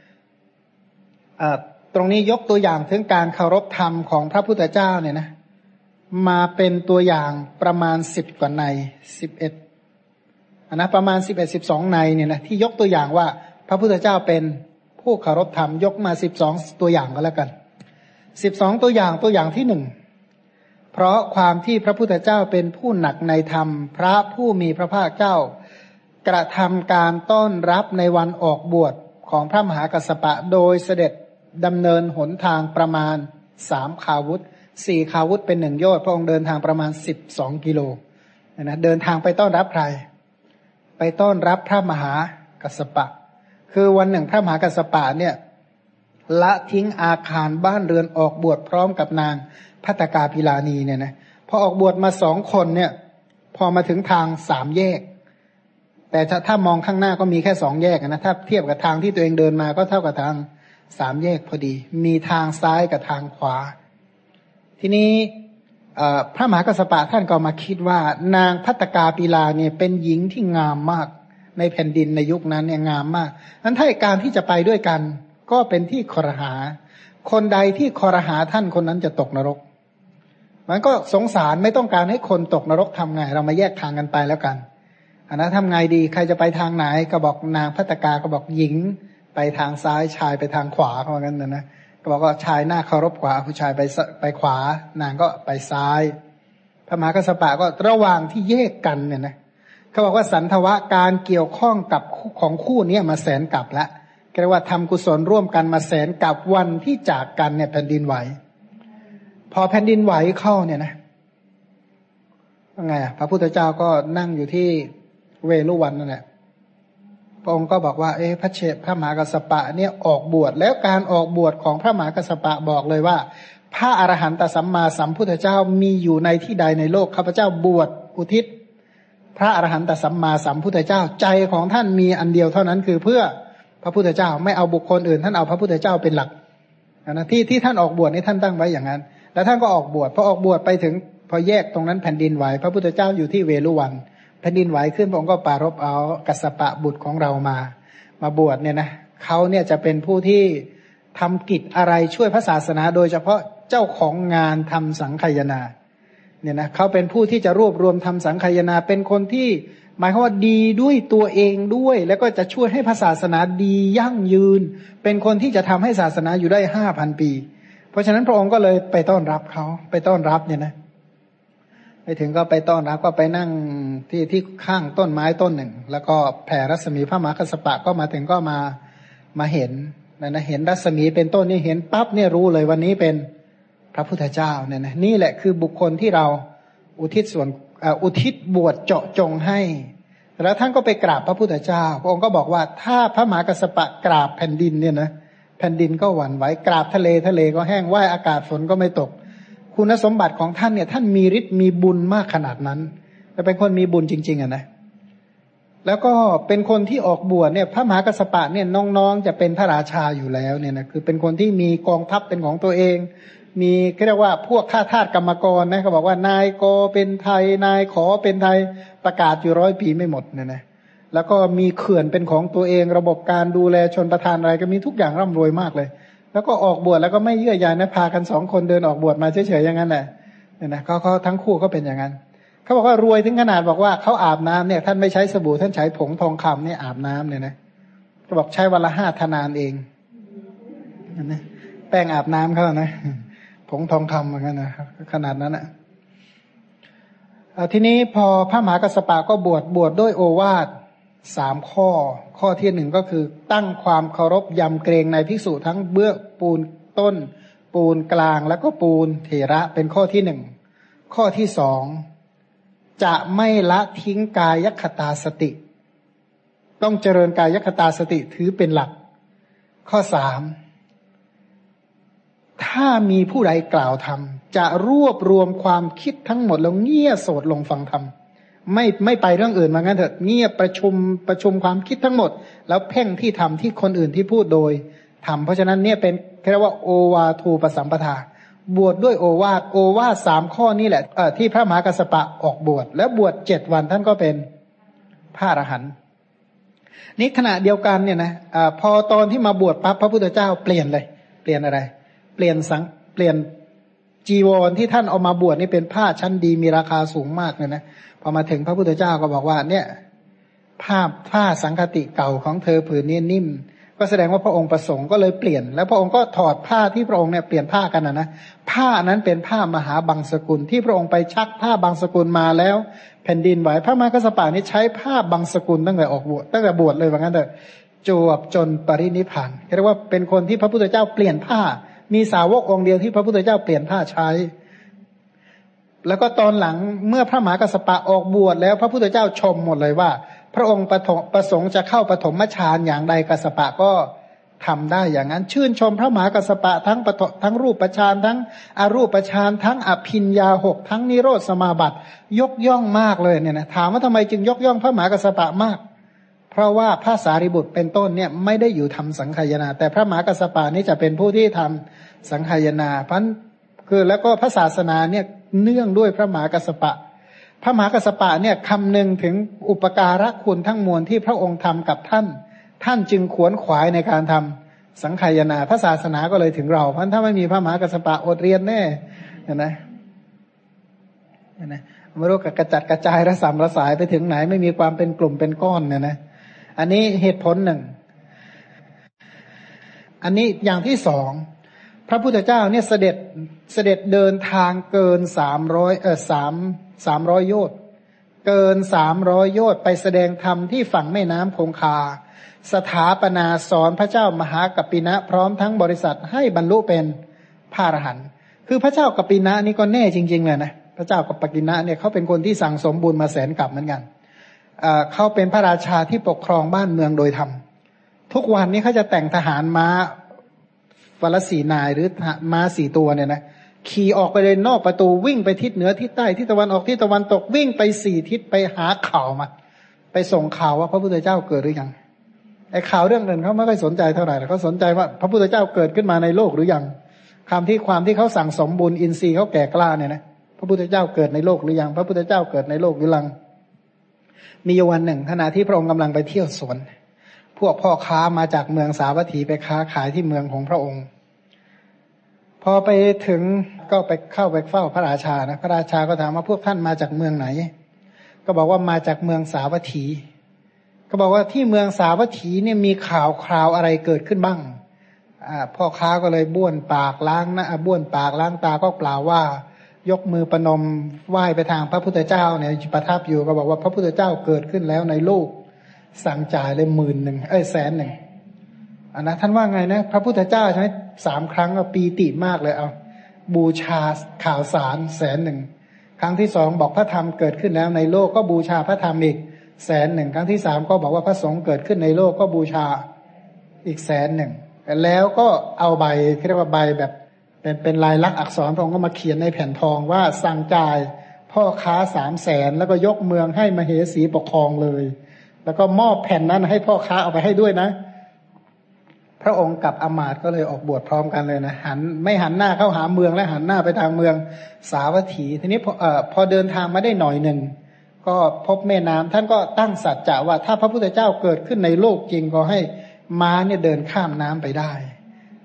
ตรงนี้ยกตัวอย่างถึงการเคารพธรรมของพระพุทธเจ้าเนี่ยนะมาเป็นตัวอย่างประมาณสิบกว่าในสิบเอ็ดอันนะประมาณสิบเอ็ดสิบสองในเนี่ยนะที่ยกตัวอย่างว่าพระพุทธเจ้าเป็นผู้เคารพธรรมยกมาสิบสองตัวอย่างก็แล้วกันสิบสองตัวอย่างตัวอย่างที่หนึ่งเพราะความที่พระพุทธเจ้าเป็นผู้หนักในธรรมพระผู้มีพระภาคเจ้ากระทำการต้อนรับในวันออกบวชของพระมหากัสสปะโดยเสด็จดำเนินหนทางประมาณสามคาวุธสี่คาวุธเป็นหนึ่งโยชน์พระองค์เดินทางประมาณสิบสองกิโลนะเดินทางไปต้อนรับใครไปต้อนรับพระมหากัสสปะคือวันหนึ่งพระมหากัสสปะเนี่ยละทิ้งอาคารบ้านเรือนออกบวชพร้อมกับนางภัตตกาภิลานีเนี่ยนะพอออกบวชมาสองคนเนี่ยพอมาถึงทางสามแยกแต่ถ้าถ้ามองข้างหน้าก็มีแค่สองแยกนะถ้าเทียบกับทางที่ตัวเองเดินมาก็เท่ากับทางสามแยกพอดีมีทางซ้ายกับทางขวาทีนี้พระมหากัสสปะท่านก็มาคิดว่านางภัตตกาภิลาเนี่ยเป็นหญิงที่งามมากในแผ่นดินในยุคนั้นเนี่ยงามมากนั้นถ้าการที่จะไปด้วยกันก็เป็นที่ครหาคนใดที่ครหาท่านคนนั้นจะตกนรกมันก็สงสารไม่ต้องการให้คนตกนรกทำไงเรามาแยกทางกันไปแล้วกันอันนั้นทำไงดีใครจะไปทางไหนก็บอกนางภัตตกาก็บอกหญิงไปทางซ้ายชายไปทางขวาเขาว่างั้นนะนะก็บอกว่าชายหน้าเคารพขวาผู้ชายไปไปขวานางก็ไปซ้ายพระมหากัสสปะก็ระหว่างที่แยกกันเนี่ยนะเขาบอกว่าสันทวะการเกี่ยวข้องกับของคู่นี้มาแสนกับละเรียกว่าทำกุศลร่วมกันมาแสนกับวันที่จากกันเนี่ยแผ่นดินไหวพอแผ่นดินไหวเข้าเนี่ยนะว่าไงอ่ะพระพุทธเจ้าก็นั่งอยู่ที่เวฬุวันนั่นแหละพระองค์ก็บอกว่าเอ๊ะพระเชษพระมหากัสสปะเนี่ยออกบวชแล้วการออกบวชของพระมหากัสสปะบอกเลยว่าพระอรหันตสัมมาสัมพุทธเจ้ามีอยู่ในที่ใดในโลกข้าพเจ้าบวชอุทิศพระอรหันตสัมมาสัมพุทธเจ้าใจของท่านมีอันเดียวเท่านั้นคือเพื่อพระพุทธเจ้าไม่เอาบุคคลอื่นท่านเอาพระพุทธเจ้าเป็นหลักนะที่ที่ท่านออกบวชนี่ท่านตั้งไว้อย่างนั้นแล้วท่านก็ออกบวชพอออกบวชไปถึงพอแยกตรงนั้นแผ่นดินไหวพระพุทธเจ้าอยู่ที่เวฬุวันแผ่นดินไหวขึ้นพระองค์ก็ปรารภเอากัสสปะบุตรของเรามามาบวชเนี่ยนะเขาเนี่ยจะเป็นผู้ที่ทำกิจอะไรช่วยพระศาสนาโดยเฉพาะเจ้าของงานทำสังฆายนาเนี่ยนะเขาเป็นผู้ที่จะรวบรวมทำสังฆายนาเป็นคนที่หมายความว่าดีด้วยตัวเองด้วยแล้วก็จะช่วยให้พระศาสนาดียั่งยืนเป็นคนที่จะทำให้ศาสนาอยู่ได้ห้าพันปีเพราะฉะนั้นพระองค์ก็เลยไปต้อนรับเขาไปต้อนรับเนี่ยนะไปถึงก็ไปต้อนรับก็ไปนั่งที่ที่ข้างต้นไม้ต้นหนึ่งแล้วก็แผ่รัศมีพระมหากัสสปะก็มาถึงก็มามาเห็นนะนะเห็นรัศมีเป็นต้นนี่เห็นปั๊บเนี่ยรู้เลยวันนี้เป็นพระพุทธเจ้าเนี่ยนะนี่แหละคือบุคคลที่เราอุทิศส่วนอุทิศบวชเจาะจงให้แล้วท่านก็ไปกราบพระพุทธเจ้าพระองค์ก็บอกว่าถ้าพระมหากัสสปะกราบแผ่นดินเนี่ยนะแผ่นดินก็หวั่นไหวกราบทะเลทะเลก็แห้งว่ายอากาศฝนก็ไม่ตกคุณสมบัติของท่านเนี่ยท่านมีฤทธิ์มีบุญมากขนาดนั้นแต่เป็นคนมีบุญจริงๆอ่ะนะแล้วก็เป็นคนที่ออกบวชเนี่ยพระมหากัสสปะเนี่ยน้องๆจะเป็นพระราชาอยู่แล้วเนี่ยนะคือเป็นคนที่มีกองทัพเป็นของตัวเองมีเรียกว่าพวกข้าทาสกรรมกรนะเขาบอกว่านายกเป็นไทยนายขอเป็นไทยประกาศอยู่ร้อยปีไม่หมดเนี่ยนะแล้วก็มีเขื่อนเป็นของตัวเองระบบการดูแลชนประทานอะไรก็มีทุกอย่างร่ำรวยมากเลยแล้วก็ออกบวชแล้วก็ไม่เยื่อใยนะพากันสองคนเดินออกบวชมาเฉยๆอย่างนั้นแหละเนี่ยนะเขาเขาทั้งคู่ก็เป็นอย่างนั้นเขาบอกว่ารวยถึงขนาดบอกว่าเขาอาบน้ำเนี่ยท่านไม่ใช้สบู่ท่านใช้ผงทองคำเนี่ยอาบน้ำเนี่ยนะก็บอกใช้วันละห้าธนานเองนะแป้งอาบน้ำเขานะผงทองคำเหมือนกันนะขนาดนั้นอ่ะทีนี้พอพระมหากัสสปะก็บวชบวชด้วยโอวาทสามข้อข้อที่หนึ่งก็คือตั้งความเคารพยำเกรงในภิกษุทั้งเบื้องปูนต้นปูนกลางแล้วก็ปูนเถระเป็นข้อที่หนึ่งข้อที่สองจะไม่ละทิ้งกายคตาสติต้องเจริญกายคตาสติถือเป็นหลักข้อสามถ้ามีผู้ใดกล่าวธรรมจะรวบรวมความคิดทั้งหมดแล้วเงี่ยโสดลงฟังธรรมไม่ไม่ไปเรื่องอื่นมางั้นเถอะเงียบประชุมประชุมความคิดทั้งหมดแล้วเพ่งที่ธรรมที่คนอื่นที่พูดโดยธรรมเพราะฉะนั้นเนี่ยเป็นเรียกว่าโอวาทูปสัมปทาบวชดด้วยโอวาทโอวาทสามข้อนี้แหละเอ่อที่พระมหากัสสปะออกบวชแล้วบวชเจ็ดวันท่านก็เป็นพระอรหันต์นี่ขณะเดียวกันเนี่ยนะอ่าพอตอนที่มาบวชปั๊บพระพุทธเจ้าเปลี่ยนเลยเปลี่ยนอะไรเปลี่ยนสังเปลี่ยนจีวรที่ท่านเอามาบวชนี่เป็นผ้าชั้นดีมีราคาสูงมากเลยนะพอมาถึงพระพุทธเจ้าก็บอกว่าเนี่ยผ้าผ้าสังฆติเก่าของเธอผืนนี้นิ่มก็แสดงว่าพระองค์ประสงค์ก็เลยเปลี่ยนแล้วพระองค์ก็ถอดผ้าที่พระองค์เนี่ยเปลี่ยนผ้ากันนะนะผ้านั้นเป็นผ้ามหาบังสกุลที่พระองค์ไปชักผ้าบังสกุลมาแล้วแผ่นดินไหวพระมหากัสสปะนี่ใช้ผ้าบังสกุลตั้งแต่ออกบวชตั้งแต่บวชเลยว่างั้นเถอะจวบจนปรินิพพานเรียกว่าเป็นคนที่พระพุทธเจ้าเปลี่ยนผ้ามีสาวกองค์เดียวที่พระพุทธเจ้าเปลี่ยนผ้าใช้แล้วก็ตอนหลังเมื่อพระมหากัสสปะออกบวชแล้วพระพุทธเจ้าชมหมดเลยว่าพระองค์ประสงค์จะเข้าปฐมฌานอย่างใดกัสสปะก็ทำได้อย่างนั้นชื่นชมพระมหากัสสปะทั้งปฐทั้งรูปฌานทั้งอรูปฌานทั้งอภิญญาหกทั้งนิโรธสมาบัติยกย่องมากเลยเนี่ยนะถามว่าทำไมจึงยกย่องพระมหากัสสปะมากเพราะว่าพระสารีบุตรเป็นต้นเนี่ยไม่ได้อยู่ทำสังขายนาแต่พระมหากัสสปะนี่จะเป็นผู้ที่ทำสังขายนาเพราะคือแล้วก็พระศาสนาเนี่ยเนื่องด้วยพระมหากัสสปะพระมหากัสสปะเนี่ยคำนึงถึงอุปการะคุณทั้งมวลที่พระองค์ทำกับท่านท่านจึงขวนขวายในการทำสังขายนาพระศาสนาก็เลยถึงเราเพราะถ้าไม่มีพระมหากัสสปะอดเรียนแน่เห็นไหมเห็นไหมไม่รู้กระจัดกระจายระสำระสายไปถึงไหนไม่มีความเป็นกลุ่มเป็นก้อนเนี่ยนะอันนี้เหตุผลหนึ่งอันนี้อย่างที่สองพระพุทธเจ้าเนี่ยเสด็จเสด็จเดินทางเกินสามร้อยเออสามสามร้อยโยชน์เกินสามร้อยโยชน์ไปแสดงธรรมที่ฝั่งแม่น้ำคงคาสถาปนาสอนพระเจ้ามหากัปปินะพร้อมทั้งบริษัทให้บรรลุเป็นพระอรหันต์คือพระเจ้ากัปปินะนี่ก็แน่จริงๆเลยนะพระเจ้ากัปปินะเนี่ยเขาเป็นคนที่สั่งสมบุญมาแสนกลับเหมือนกันเขาเป็นพระราชาที่ปกครองบ้านเมืองโดยธรรมทุกวันนี้เขาจะแต่งทหารม้าวันละสี่นายหรือม้าสี่ตัวเนี่ยนะขี่ออกไปเลยนอกประตูวิ่งไปทิศเหนือทิศใต้ทิศตะวันออกทิศตะวันตกวิ่งไปสี่ทิศไปหาข่าวมาไปส่งข่าวว่าพระพุทธเจ้าเกิดหรือยังไอ้ข่าวเรื่องนั้นเขาไม่ค่อยสนใจเท่าไหร่เขาสนใจว่าพระพุทธเจ้าเกิดขึ้นมาในโลกหรือยังคำที่ความที่เขาสั่งสมบุญอินทรีย์เขาแก่กล้าเนี่ยนะพระพุทธเจ้าเกิดในโลกหรือยังพระพุทธเจ้าเกิดในโลกหรือยังมีวันหนึ่งขณะที่พระองค์กำลังไปเที่ยวสวนพวกพ่อค้ามาจากเมืองสาวัตถีไปค้าขายที่เมืองของพระองค์พอไปถึงก็ไปเข้าไปเฝ้าพระราชานะพระราชาก็ถามว่าพวกท่านมาจากเมืองไหนก็บอกว่ามาจากเมืองสาวัตถีก็บอกว่าที่เมืองสาวัตถีเนี่ยมีข่าวคราวอะไรเกิดขึ้นบ้างอ่าพ่อค้าก็เลยบ้วนปากล้างหน้าบ้วนปากล้างตาก็กล่าวว่ายกมือประนมไหว้ไปทางพระพุทธเจ้าเนี่ยประทับอยู่ก็บอกว่าพระพุทธเจ้าเกิดขึ้นแล้วในโลกสั่งจ่ายเลยหมื่นหนึ่งเอ้ยแสนหนึ่งอันนะท่านว่าไงนะพระพุทธเจ้าใช่ไหมสามครั้งก็ปีติมากเลยเอาบูชาข่าวสารแสนหนึ่งครั้งที่สองบอกพระธรรมเกิดขึ้นแล้วในโลกก็บูชาพระธรรมอีกแสนหนึ่งครั้งที่สามก็บอกว่าพระสงฆ์เกิดขึ้นในโลกก็บูชาอีกแสนหนึ่งแล้วก็เอาใบเรียกว่าใบแบบเป็นเป็นลายลักษณ์อักษรพระองค์ก็มาเขียนในแผ่นทองว่าสั่งจ่ายพ่อค้าสามแสนแล้วก็ยกเมืองให้มเหสีปกครองเลยแล้วก็มอบแผ่นนั้นให้พ่อค้าเอาไปให้ด้วยนะพระองค์กับอมาตย์ก็เลยออกบวชพร้อมกันเลยนะหันไม่หันหน้าเข้าหาเมืองและหันหน้าไปทางเมืองสาวัตถีทีนี้พอเอ่อพอเดินทางมาได้หน่อยหนึ่งก็พบแม่น้ำท่านก็ตั้งสัจจะว่าถ้าพระพุทธเจ้าเกิดขึ้นในโลกจริงก็ให้ม้าเนี่ยเดินข้ามน้ำไปได้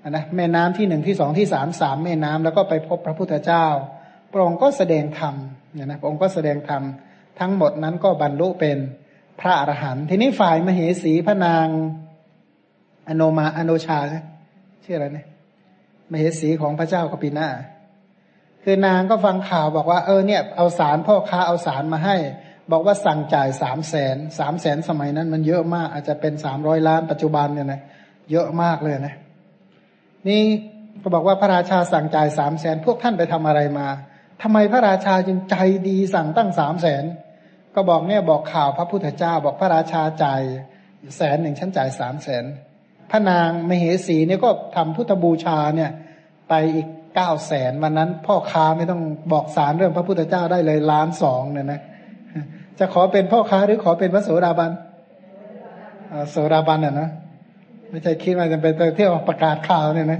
นะแม่น้ำที่หนึ่งที่สองที่สามสามแม่น้ำแล้วก็ไปพบพระพุทธเจ้าพระองค์ก็แสดงธรรมเนี่ยนะพระองค์ก็แสดงธรรมทั้งหมดนั้นก็บรรลุเป็นพระอรหันต์ทีนี้ฝ่ายมเหสีพระนางอโนมาอโนชาชื่ออะไรเนี่ยมเหสีของพระเจ้ากัปปินะคือนางก็ฟังข่าวบอกว่าเออเนี่ยเอาสารพ่อค้าเอาสารมาให้บอกว่าสั่งจ่ายสามแสนสามแสนสมัยนั้นมันเยอะมากอาจจะเป็นสามร้อยล้านปัจจุบันเนี่ยนะเยอะมากเลยนะนี่ก็บอกว่าพระราชาสั่งจ่ายสามแสนพวกท่านไปทำอะไรมาทำไมพระราชาจึงใจดีสั่งตั้งสามแสนก็บอกเนี่ยบอกข่าวพระพุทธเจ้าบอกพระราชาจ่ายแสนหนึ่งฉันจ่ายสามแสนพระนางมเหสีเนี่ยก็ทำพุทธบูชาเนี่ยไปอีกเก้าแสนวันนั้นพ่อค้าไม่ต้องบอกสารเรื่องพระพุทธเจ้าได้เลยล้านสองเนี่ยนะจะขอเป็นพ่อค้าหรือขอเป็นพระโสดาบันโสดาบันอ่ะนะไม่ใช่คิดว่าจะเป็นเที่ยวประกาศข่าวเนี่ยนะ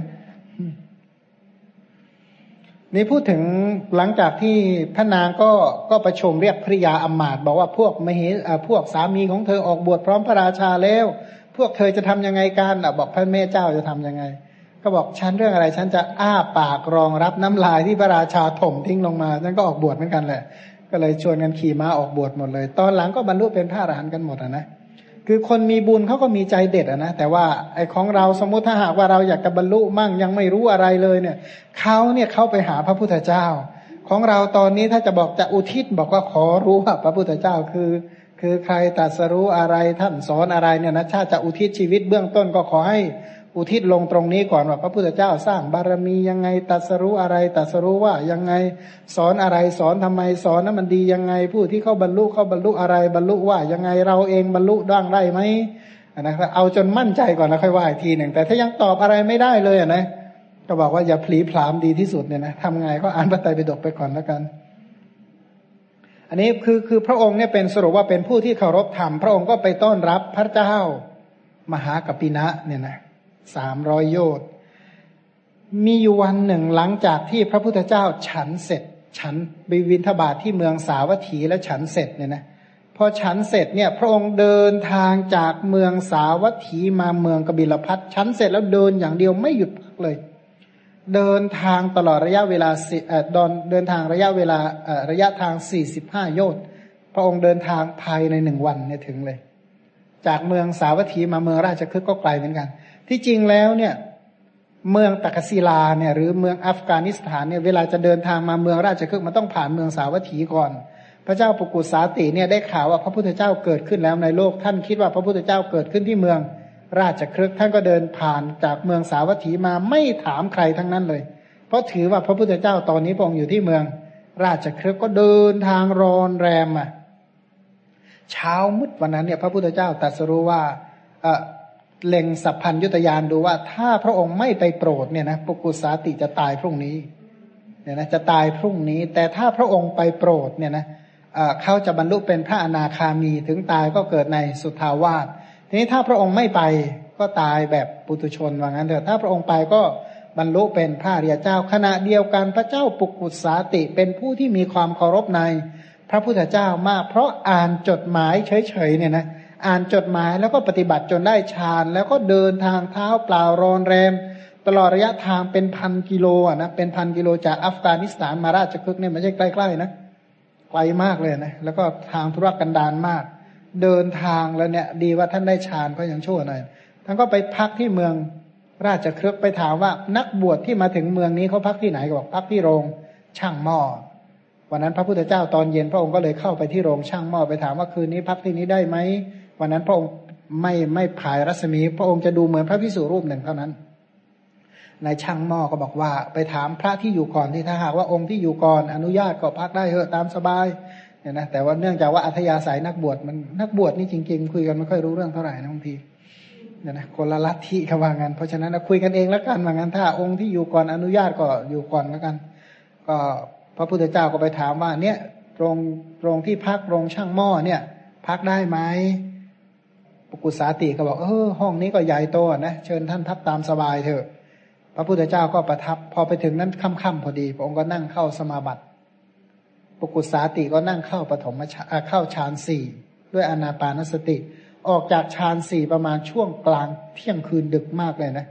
นี่พูดถึงหลังจากที่พระนางก็ก็ประชุมเรียกภริยาอำมาตย์บอกว่าพวกมเหพวกสามีของเธอออกบวชพร้อมพระราชาแล้วพวกเธอจะทำยังไงกันบอกพระแม่เจ้าจะทำยังไงก็บอกฉันเรื่องอะไรฉันจะอ้าปากรองรับน้ำลายที่พระราชาถมทิ้งลงมาฉันก็ออกบวชเหมือนกันแหละก็เลยชวนกันขี่ม้าออกบวชหมดเลยตอนหลังก็บรรลุเป็นพระอรหันต์กันหมดอ่ะนะคือคนมีบุญเขาก็มีใจเด็ดอ่ะนะแต่ว่าไอ้ของเราสมมุติถ้าหากว่าเราอยากจะบรรลุมั่งยังไม่รู้อะไรเลยเนี่ยเขาเนี่ยเข้าไปหาพระพุทธเจ้าของเราตอนนี้ถ้าจะบอกจะอุทิศบอกว่าขอรู้ว่าพระพุทธเจ้าคือคือใครตรัสรู้อะไรท่านสอนอะไรเนี่ยนะถ้าจะอุทิศชีวิตเบื้องต้นก็ขอให้อุทิศลงตรงนี้ก่อนว่าพระพุทธเจ้าสร้างบารมียังไงตรัสรู้อะไรตรัสรู้ว่ายังไงสอนอะไรสอนทำไมสอนนั้นมันดียังไงผู้ที่เขาบรรลุเขาบรรลุอะไรบรรลุว่ายังไงเราเองบรรลุดังได้ไหมนะครับเอาจนมั่นใจก่อนแล้วค่อยว่าอีกทีหนึ่งแต่ถ้ายังตอบอะไรไม่ได้เลยนะก็บอกว่าอย่าผลีผลามดีที่สุดเนี่ยนะทำไงก็อ่านพระไตรปิฎกไปก่อนแล้วกันอันนี้คือคือพระองค์เนี่ยเป็นสรุปว่าเป็นผู้ที่เคารพธรรมพระองค์ก็ไปต้อนรับพระเจ้ามหากัปปินะเนี่ยนะสามร้อยโยชน์มีอยู่วันหนึ่งหลังจากที่พระพุทธเจ้าฉันเสร็จฉันไปบิณฑบาตที่เมืองสาวัตถีและฉันเสร็จเนี่ยนะพอฉันเสร็จเนี่ยพระองค์เดินทางจากเมืองสาวัตถีมาเมืองกบิลพัสฉันเสร็จแล้วเดินอย่างเดียวไม่หยุดพักเลยเดินทางตลอดระยะเวลาเอ่อดอนเดินทางระยะเวลาเอ่อระยะทางสี่สิบห้าโยชน์พระองค์เดินทางภายในหนึ่งวันเนี่ยถึงเลยจากเมืองสาวัตถีมาเมืองราชคฤห์ก็ไกลเหมือนกันที่จริงแล้วเนี่ยเมืองตักศิลาเนี่ยหรือเมืองอัฟกานิสถานเนี่ยเวลาจะเดินทางมาเมืองราชคฤห์มันต้องผ่านเมืองสาวัตถีก่อนพระเจ้าปุกุสาติเนี่ยได้ข่าวว่าพระพุทธเจ้าเกิดขึ้นแล้วในโลกท่านคิดว่าพระพุทธเจ้าเกิดขึ้นที่เมืองราชคฤห์ท่านก็เดินผ่านจากเมืองสาวัตถีมาไม่ถามใครทั้งนั้นเลยเพราะถือว่าพระพุทธเจ้าตอนนี้พระองค์อยู่ที่เมืองราชคฤห์ก็เดินทางรอนแรมอ่ะเช้ามืดวันนั้นเนี่ยพระพุทธเจ้าตรัสรู้ว่าเอ่อเล็งสัพพัญญุตญาณดูว่าถ้าพระองค์ไม่ไปโปรดเนี่ยนะปุกุสาติจะตายพรุ่งนี้เนี่ยนะจะตายพรุ่งนี้แต่ถ้าพระองค์ไปโปรดเนี่ยนะเอ่อเขาจะบรรลุเป็นพระอนาคามีถึงตายก็เกิดในสุทธาวาสทีนี้ถ้าพระองค์ไม่ไปก็ตายแบบปุถุชนว่างั้นเถอะถ้าพระองค์ไปก็บรรลุเป็นพระอริยเจ้าขณะเดียวกันพระเจ้าปุกุสาติเป็นผู้ที่มีความเคารพในพระพุทธเจ้ามากเพราะอ่านจดหมายเฉยๆเนี่ยนะอ่านจดหมายแล้วก็ปฏิบัติจนได้ฌานแล้วก็เดินทางเท้าเปล่ารอนแรมตลอดระยะทางเป็นพันกิโลอ่ะนะเป็นพันกิโลจากอัฟกานิสถานมาราชคฤห์เนี่ยไม่ใช่ใกล้ๆนะไกลมากเลยนะแล้วก็ทางธุรกันดารมากเดินทางแล้วเนี่ยดีว่าท่านได้ฌานก็ยังชั่วหน่อยท่านก็ไปพักที่เมืองราชคฤห์ไปถามว่านักบวชที่มาถึงเมืองนี้เขาพักที่ไหนก็บอกพักที่โรงช่างหม้อวันนั้นพระพุทธเจ้าตอนเย็นพระองค์ก็เลยเข้าไปที่โรงช่างหม้อไปถามว่าคืนนี้พักที่นี้ได้ไหมวันนั้นพระองค์ไม่ไม่ผายรัศมีพระองค์จะดูเหมือนพระภิกษุรูปหนึ่งเท่านั้นนายช่างหม้อก็บอกว่าไปถามพระที่อยู่ก่อนที่ถ้าหากว่าองค์ที่อยู่ก่อนอนุญาตก็พักได้เถอะตามสบายเนี่ยนะแต่ว่าเนื่องจากว่าอัธยาศัยนักบวชมันนักบวชนี่จริงๆคุยกันไม่ค่อยรู้เรื่องเท่าไหร่นะบางทีเนี่ยนะคนละลัทธิเขาว่างั้นเพราะฉะนั้นคุยกันเองแล้วกันว่างั้นถ้าองค์ที่อยู่ก่อนอนุญาตก็อยู่ก่อนแล้วกันก็พระพุทธเจ้าก็ไปถามว่าเนี่ยโรงโรงที่พักโรงช่างหม้อเนี่ยพักได้ไหมปุกุสาติก็บอกเออห้องนี้ก็ใหญ่โตนะเชิญท่านพักตามสบายเถอะพระพุทธเจ้าก็ประทับพอไปถึงนั้นค่ำๆพอดีพระองค์ก็นั่งเข้าสมาบัติปุกุสาติก็นั่งเข้าปฐมฌานเข้าฌานสี่ด้วยอานาปานสติออกจากฌานสี่ประมาณช่วงกลางเที่ยงคืนดึกมากเลยนะพ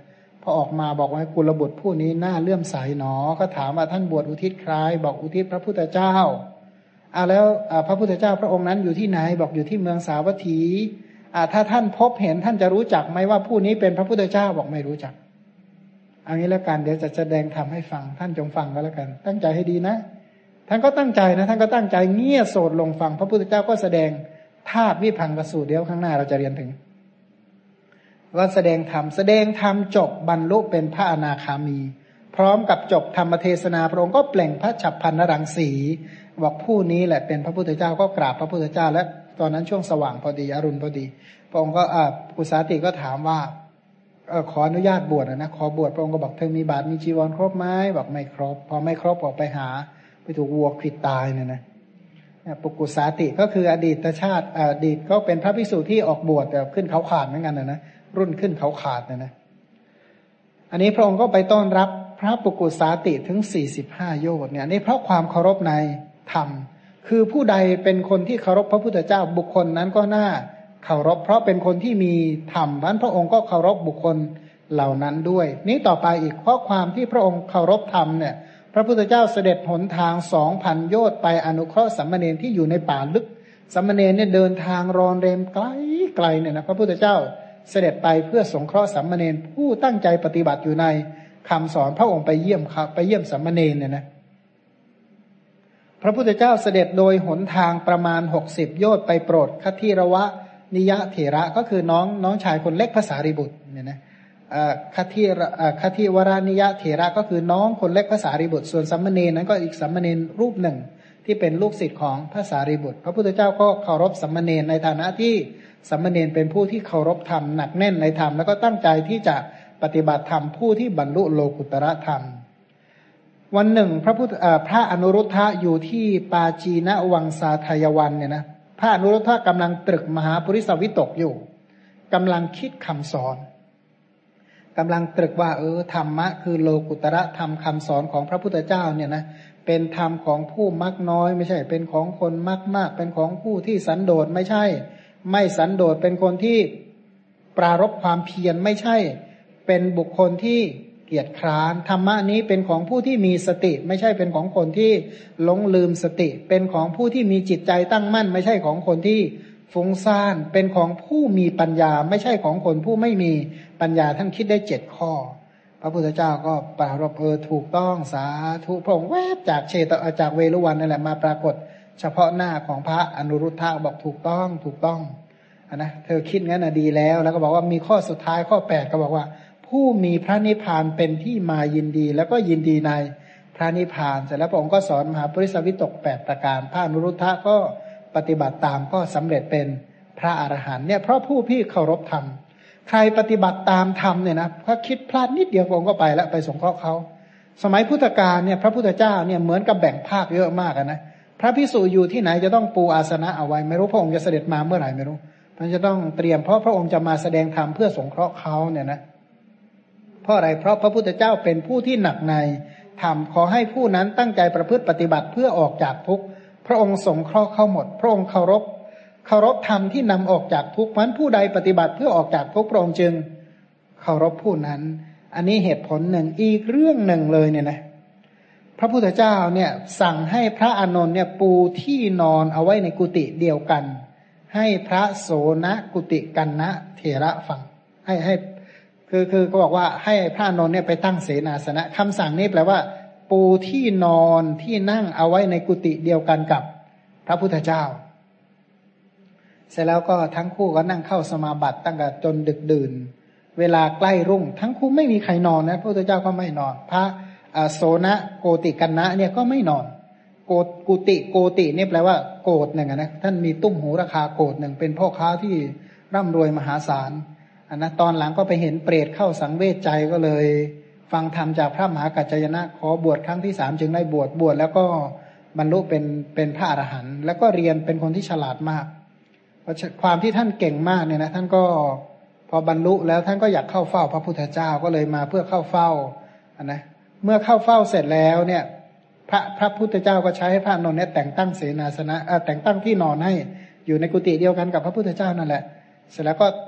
พอออกมาบอกว่ากุลบุตรผู้นี้น่าเลื่อมใสหนอก็ถามว่าท่านบวชอุทิศใครบอกอุทิศพระพุทธเจ้าอ่าแล้วพระพุทธเจ้าพระองค์นั้นอยู่ที่ไหนบอกอยู่ที่เมืองสาวัตถีอ่าถ้าท่านพบเห็นท่านจะรู้จักไหมว่าผู้นี้เป็นพระพุทธเจ้าบอกไม่รู้จักเอางี้แล้วกันเดี๋ยวจะแสดงธรรมให้ฟังท่านจงฟังก็แล้วกันตั้งใจให้ดีนะท่านก็ตั้งใจนะท่านก็ตั้งใจเงี่ยโสดลงฟังพระพุทธเจ้าก็แสดงธาตุวิพังกสูตรเดี๋ยวข้างหน้าเราจะเรียนถึงว่าแสดงธรรมแสดงธรรมจบบรรลุเป็นพระอนาคามีพร้อมกับจบธรรมเทศนาพระองค์ก็เปล่งพระฉัพพรรณรังสีบอกผู้นี้แหละเป็นพระพุทธเจ้าก็กราบพระพุทธเจ้าและตอนนั้นช่วงสว่างพอดีอรุณพอดีพระองค์ก็อ่ากุสาติก็ถามว่าเออขออนุญาตบวชนะขอบวชพระองค์ก็บอกเธอมีบาตรมีจีวรครบไหมบอกไม่ครบพอไม่ครบออกไปหาไปถูกวัวขวิดตายเนี่ยนะปุกุสาติก็คืออดีตชาติอดีตก็เป็นพระภิกษุที่ออกบวชแต่ขึ้นเขาขาดเหมือนกันนะนะรุ่นขึ้นเขาขาดนะนะอันนี้พระองค์ก็ไปต้อนรับพระปุกุสาติถึงสี่สิบห้าโยชน์เนี่ยนี่เพราะความเคารพในธรรมคือผู้ใดเป็นคนที่เคารพพระพุทธเจ้าบุคคลนั้นก็น่าเคารพเพราะเป็นคนที่มีธรรมเพราะพระองค์ก็เคารพบุคคลเหล่านั้นด้วยนี้ต่อไปอีกเพราะความที่พระองค์เคารพธรรมเนี่ยพระพุทธเจ้าเสด็จหนทางสองพันโยชน์ไปอนุเคราะห์สัมมเนรที่อยู่ในป่าลึกสัมมเนรเนี่ยเดินทางรอนเรมไกลไกลเนี่ยนะพระพุทธเจ้าเสด็จไปเพื่อสงเคราะห์สัมมเนรผู้ตั้งใจปฏิบัติอยู่ในคำสอนพระองค์ไปเยี่ยมไปเยี่ยมสัมมเนรเนี่ยนะพระพุทธเจ้าเสด็จโดยหนทางประมาณหกสิบโยชน์ไปโปรดคัทธิรวะนิยะเถระก็คือน้องน้องชายคนเล็กพระสารีบุตรเนี่ยนะคัทธิคัทธิวรานิยะเถระก็คือน้องคนเล็กพระสารีบุตรส่วนสัมมเนรนั้นก็อีกสัมมเนรรูปหนึ่งที่เป็นลูกศิษย์ของพระสารีบุตรพระพุทธเจ้าก็เคารพสัมมเนรในฐานะที่สัมมเนรเป็นผู้ที่เคารพธรรมหนักแน่นในธรรมแล้วก็ตั้งใจที่จะปฏิบัติธรรมผู้ที่บรรลุโลกุตตรธรรมวันหนึ่งพระพุทธพระอนุรุทธะอยู่ที่ปาจีนวังสาทายวันเนี่ยนะพระอนุรุทธะกำลังตรึกมหาปุริสวิตกอยู่กำลังคิดคำสอนกำลังตรึกว่าเออธรรมะคือโลกุตระธรรมคำสอนของพระพุทธเจ้าเนี่ยนะเป็นธรรมของผู้มักน้อยไม่ใช่เป็นของคนมักมากเป็นของผู้ที่สันโดษไม่ใช่ไม่สันโดษเป็นคนที่ปรารภความเพียรไม่ใช่เป็นบุคคลที่เกียจคร้านธรรมะนี้เป็นของผู้ที่มีสติไม่ใช่เป็นของคนที่หลงลืมสติเป็นของผู้ที่มีจิตใจตั้งมั่นไม่ใช่ของคนที่ฟุ้งซ่านเป็นของผู้มีปัญญาไม่ใช่ของคนผู้ไม่มีปัญญาท่านคิดได้เจ็ดข้อพระพุทธเจ้าก็ปรารภเออถูกต้องสาธุพระองค์แวบจากเชตจากเวรุวันนั่นแหละมาปรากฏเฉพาะหน้าของพระอนุรุทธะบอกถูกต้องถูกต้องนะเธอคิดงั้นนะดีแล้วแล้วก็บอกว่ามีข้อสุดท้ายข้อแปดก็บอกว่าผู้มีพระนิพพานเป็นที่มายินดีแล้วก็ยินดีในพระนิพพานเสร็จแล้วพระองค์ก็สอนมหาปริสวิตกแปดประการพระอนุรุทธะก็ปฏิบัติตามก็สำเร็จเป็นพระอรหันต์เนี่ยเพราะผู้พี่เคารพธรรมใครปฏิบัติตามธรรมเนี่ยนะถ้าคิดพลาดนิดเดียวพระองค์ก็ไปแล้วไปสงเคราะห์เขาสมัยพุทธกาลเนี่ยพระพุทธเจ้าเนี่ยเหมือนกับแบ่งภาคเยอะมากนะพระภิกษุอยู่ที่ไหนจะต้องปูอาสนะเอาไว้ไม่รู้พระองค์จะเสด็จมาเมื่อไหร่ไม่รู้มันจะต้องเตรียมเพราะพระองค์จะมาแสดงธรรมเพื่อสงเคราะห์เขาเนี่ยนะเพราะอะไรเพราะพระพุทธเจ้าเป็นผู้ที่หนักในธรรมขอให้ผู้นั้นตั้งใจประพฤติปฏิบัติเพื่อออกจากทุกข์พระองค์สงเคราะห์เข้าหมดพระองค์เคารพเคารพธรรมที่นำออกจากทุกข์เพราะฉะนั้นผู้ใดปฏิบัติเพื่อออกจากทุกข์พระองค์จึงเคารพผู้นั้นอันนี้เหตุผลหนึ่งอีกเรื่องหนึ่งเลยเนี่ยนะพระพุทธเจ้าเนี่ยสั่งให้พระอานนท์เนี่ยปูที่นอนเอาไว้ในกุฏิเดียวกันให้พระโสนกุติกันนะเถระฟังให้ให้คือคือก็บอกว่าให้พระอานนท์เนี่ยไปตั้งเสนาสนะคำสั่งนี้แปลว่าปูที่นอนที่นั่งเอาไว้ในกุฏิเดียวกันกับพระพุทธเจ้าเสร็จแล้วก็ทั้งคู่ก็นั่งเข้าสมาบัติตั้งแต่จนดึกดื่นเวลาใกล้รุ่งทั้งคู่ไม่มีใครนอนนะพระพุทธเจ้าก็ไม่นอนพระโสนโกติกันนะเนี่ยก็ไม่นอนโกกุติโกติเนี่ยแปลว่าโกฏหนึ่งนะท่านมีตุ้มหูราคาโกฏหนึ่งเป็นพ่อค้าที่ร่ำรวยมหาศาลอันนะตอนหลังก็ไปเห็นเปรตเข้าสังเวชใจก็เลยฟังธรรมจากพระมหากัจจายนะขอบวชครั้งที่สามจึงได้บวชบวชแล้วก็บรรลุเป็นเป็นพระอรหันต์แล้วก็เรียนเป็นคนที่ฉลาดมากเพราะความที่ท่านเก่งมากเนี่ยนะท่านก็พอบรรลุแล้วท่านก็อยากเข้าเฝ้าพระพุทธเจ้าก็เลยมาเพื่อเข้าเฝ้าอันนะเมื่อเข้าเฝ้าเสร็จแล้วเนี่ยพระพระพุทธเจ้าก็ใช้ให้พระนนท์เนี่ยแต่งตั้งเสนาสนะเอ่อแต่งตั้งที่นอนให้อยู่ในกุฏิเดียวกันกับพระพุทธเจ้านั่นแหละเสร็จแล้วก็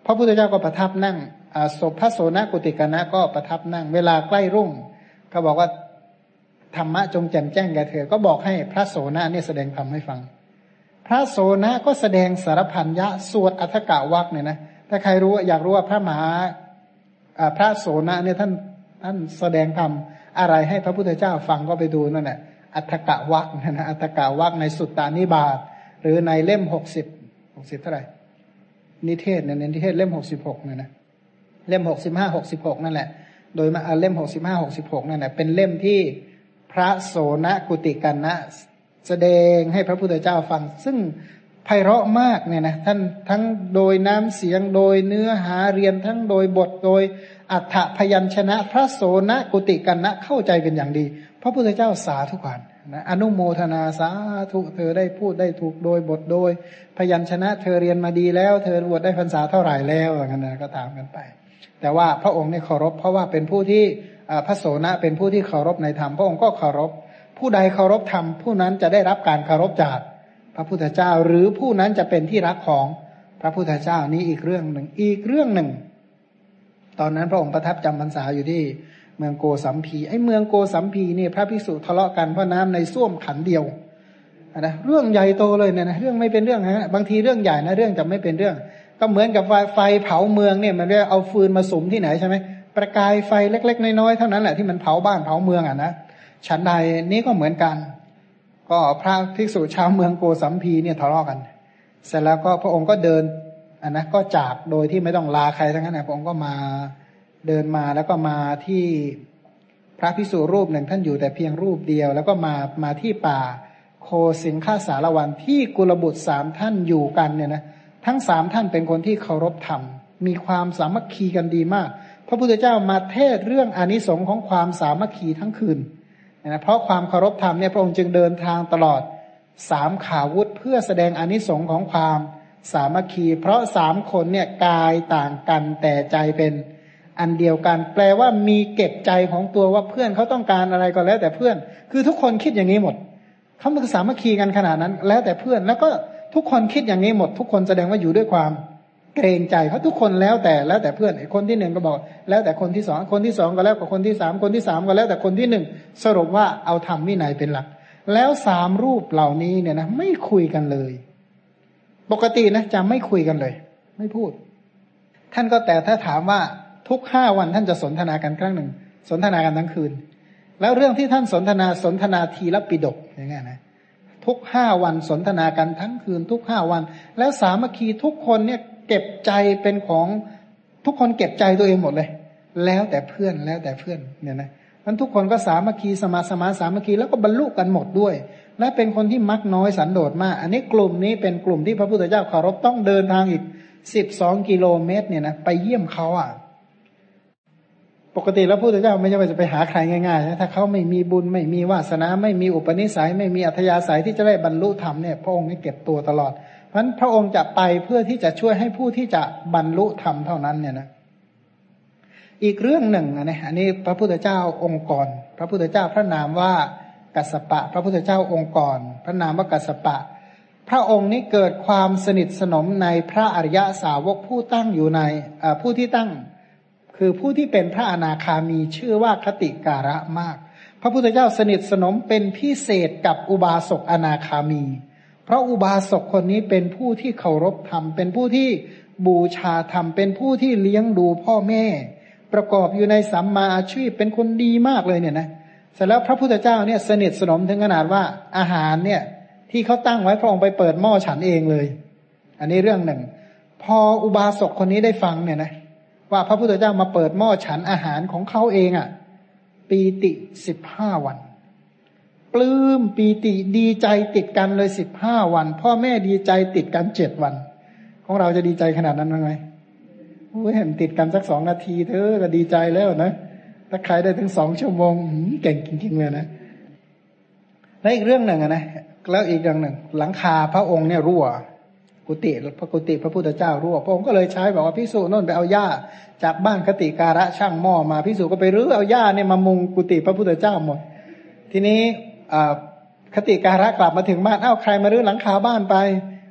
พระพุทธเจ้าก็ประทับนั่งศพพระโสนกุติกนะก็ประทับนั่งเวลาใกล้รุ่งก็บอกว่าธรรมะจงแจ่มแจ้งแก่เธอก็บอกให้พระโสนเนี่ยแสดงธรรมให้ฟังพระโสนก็แสดงสารพันยะสวดอัฏฐกะวรรคเนี่ยนะถ้าใครรู้อยากรู้ว่าพระมหาพระโสนเนี่ยท่านท่านแสดงธรรมอะไรให้พระพุทธเจ้าฟังก็ไปดูนั่นแหละอัฏฐกะวรรคนะอัฏฐกะวรรคในสุตตานิบาตหรือในเล่มหกสิบหกสิบเท่าไหร่นิเทศเนี่ยนิเทศเล่มหกสิบหกเนี่ยนะเล่มหกสิบห้าหกสิบหกนั่นแหละโดยมาเล่มหกสิบห้าหกสิบหกนั่นแหละเป็นเล่มที่พระโสนกุติกันนะแสดงให้พระพุทธเจ้าฟังซึ่งไพเราะมากเนี่ยนะท่านทั้งโดยน้ำเสียงโดยเนื้อหาเรียนทั้งโดยบทโดยอัฏฐพยัญชนะพระโสนกุติกันนะเข้าใจเป็นอย่างดีพระพุทธเจ้าสาธุการนะอนุโมทนาสาธุเธอได้พูดได้ถูกโดยบทโดยพยัญชนะเธอเรียนมาดีแล้วเธอบวชได้พรรษาเท่าไหร่แล้วอย่างนั้นนะก็ตามกันไปแต่ว่าพระองค์เนี่ยเคารพเพราะว่าเป็นผู้ที่พระโสนเป็นผู้ที่เคารพในธรรมพระองค์ก็เคารพผู้ใดเคารพธรรมผู้นั้นจะได้รับการเคารพจากพระพุทธเจ้าหรือผู้นั้นจะเป็นที่รักของพระพุทธเจ้านี้อีกเรื่องหนึ่งอีกเรื่องหนึ่งตอนนั้นพระองค์ประทับจำพรรษาอยู่ที่เมืองโกสัมพีไอ้เมืองโกสัมพีนี่พระภิกษุทะเลาะกันเพราะน้ำในส้วมขันเดียวนะเรื่องใหญ่โตเลยเนี่ยนะเรื่องไม่เป็นเรื่องนะบางทีเรื่องใหญ่นะเรื่องจะไม่เป็นเรื่องก็เหมือนกับไฟไฟเผาเมืองเนี่ยมันเรียกเอาฟืนมาสุมที่ไหนใช่ไหมประกายไฟเล็กๆน้อยๆเท่านั้นแหละที่มันเผาบ้านเผาเมืองอ่ะนะฉันใดนี้ก็เหมือนกันก็พระภิกษุชาวเมืองโกสัมพีเนี่ยทะเลาะกันเสร็จแล้วก็พระองค์ก็เดินอ่ะนะก็จากโดยที่ไม่ต้องลาใครทั้งนั้นนะพระองค์ก็มาเดินมาแล้วก็มาที่พระภิกษุรูปหนึ่งท่านอยู่แต่เพียงรูปเดียวแล้วก็มามาที่ป่าโคสิงฆสารวันที่กุลบุตรสามท่านอยู่กันเนี่ยนะทั้งสามท่านเป็นคนที่เคารพธรรมมีความสามัคคีกันดีมากพระพุทธเจ้ามาเทศเรื่องอานิสงส์ของความสามัคคีทั้งคืนนะเพราะความเคารพธรรมเนี่ยพระองค์จึงเดินทางตลอดสามขาวุธเพื่อแสดงอานิสงส์ของความสามัคคีเพราะสามคนเนี่ยกายต่างกันแต่ใจเป็นอันเดียวกันแปลว่ามีเก็บใจของตัวว่าเพื่อนเขาต้องการอะไรก็แล้วแต่เพื่อนคือทุกคนคิดอย่างนี้หมดเขาเป็นสามัคคีกันขนาดนั้นแล้วแต่เพื่อนแล้วก็ทุกคนคิดอย่างนี้หมดทุกคนแสดงว่าอยู่ด้วยความเกรงใจเขาทุกคนแล้วแต่แล้วแต่เพื่อนคนที่หนึ่งก็บอกแล้วแต่คนที่สองคนที่สองก็แล้วกับคนที่สามคนที่สามก็แล้วแต่คนที่หนึ่งสรุปว่าเอาธรรมวินัยเป็นหลักแล้วสามรูปเหล่านี้เนี่ยนะไม่คุยกันเลยปกตินะจะไม่คุยกันเลยไม่พูดท่านก็แต่ถ้าถามว่าทุกห้าวันท่านจะสนทนากันครั้งหนึ่งสนทนากันทั้งคืนแล้วเรื่องที่ท่านสนทนาสนทนาทีละปิฎกอย่างเงี้ยนะทุกห้าวันสนทนากันทั้งคืนทุกห้าวันแล้วสามัคคีทุกคนเนี่ยเก็บใจเป็นของทุกคนเก็บใจตัวเองหมดเลยแล้วแต่เพื่อนแล้วแต่เพื่อนเนี่ยนะนั้นทุกคนก็สามัคคีสมาสมาสามัคคีแล้วก็บรรลุกันหมดด้วยและเป็นคนที่มักน้อยสันโดษมากอันนี้กลุ่มนี้เป็นกลุ่มที่พระพุทธเจ้าเคารพต้องเดินทางอีกสิบสองกิโลเมตรเนี่ยนะไปเยี่ยมเขาอ่ะปกติแล้วพระพุทธเจ้าไม่ใช่ว่าจะไปหาใครง่ายๆนะถ้าเขาไม่มีบุญไม่มีวาสนาไม่มีอุปนิสัยไม่มีอัธยาศัยที่จะได้บรรลุธรรมเนี่ยพระองค์นี่เก็บตัวตลอดเพราะฉะนั้นพระองค์จะไปเพื่อที่จะช่วยให้ผู้ที่จะบรรลุธรรมเท่านั้นเนี่ยนะอีกเรื่องหนึ่งนะอันนี้พระพุทธเจ้าองค์ก่อนพระพุทธเจ้าพระนามว่ากัสสปะพระพุทธเจ้าองค์ก่อนพระนามว่ากัสสปะพระองค์นี้เกิดความสนิทสนมในพระอริยสาวกผู้ตั้งอยู่ในผู้ที่ตั้งคือผู้ที่เป็นพระอนาคามีชื่อว่าคติการะมากพระพุทธเจ้าสนิทสนมเป็นพิเศษกับอุบาสกอนาคามีเพราะอุบาสกคนนี้เป็นผู้ที่เคารพธรรมเป็นผู้ที่บูชาธรรมเป็นผู้ที่เลี้ยงดูพ่อแม่ประกอบอยู่ในสัมมาอาชีพเป็นคนดีมากเลยเนี่ยนะเสร็จแล้วพระพุทธเจ้าเนี่ยสนิทสนมถึงขนาดว่าอาหารเนี่ยที่เขาตั้งไว้พระองค์ไปเปิดหม้อฉันเองเลยอันนี้เรื่องหนึ่งพออุบาสกคนนี้ได้ฟังเนี่ยนะว่าพระพุทธเจ้ามาเปิดหม้อฉันอาหารของเขาเองอ่ะปีติสิบห้าวันปลื้มปีติดีใจติดกันเลยสิบห้าวันพ่อแม่ดีใจติดกันเจ็ดวันของเราจะดีใจขนาดนั้นไหมโอ้ยเห็นติดกันสักสองนาทีเธอก็ดีใจแล้วนะถ้าใครได้ถึงสองชั่วโมงเก่งจริงๆเลยนะและอีกเรื่องหนึ่งนะแล้วอีกเรื่องหนึ่งหลังคาพระองค์เนี่ยรั่วกุฏิพระกุฏิพระพุทธเจ้ารั่วพระองค์ก็เลยใช้บอกว่าภิกษุโน่นไปเอาหญ้าจากบ้านคติการะช่างหม้อมาภิกษุก็ไปรื้อเอาหญ้าเนี่ยมามุงกุฏิพระพุทธเจ้าหมดทีนี้คติการะกลับมาถึงบ้านเอ้าใครมารื้อหลังคาบ้านไป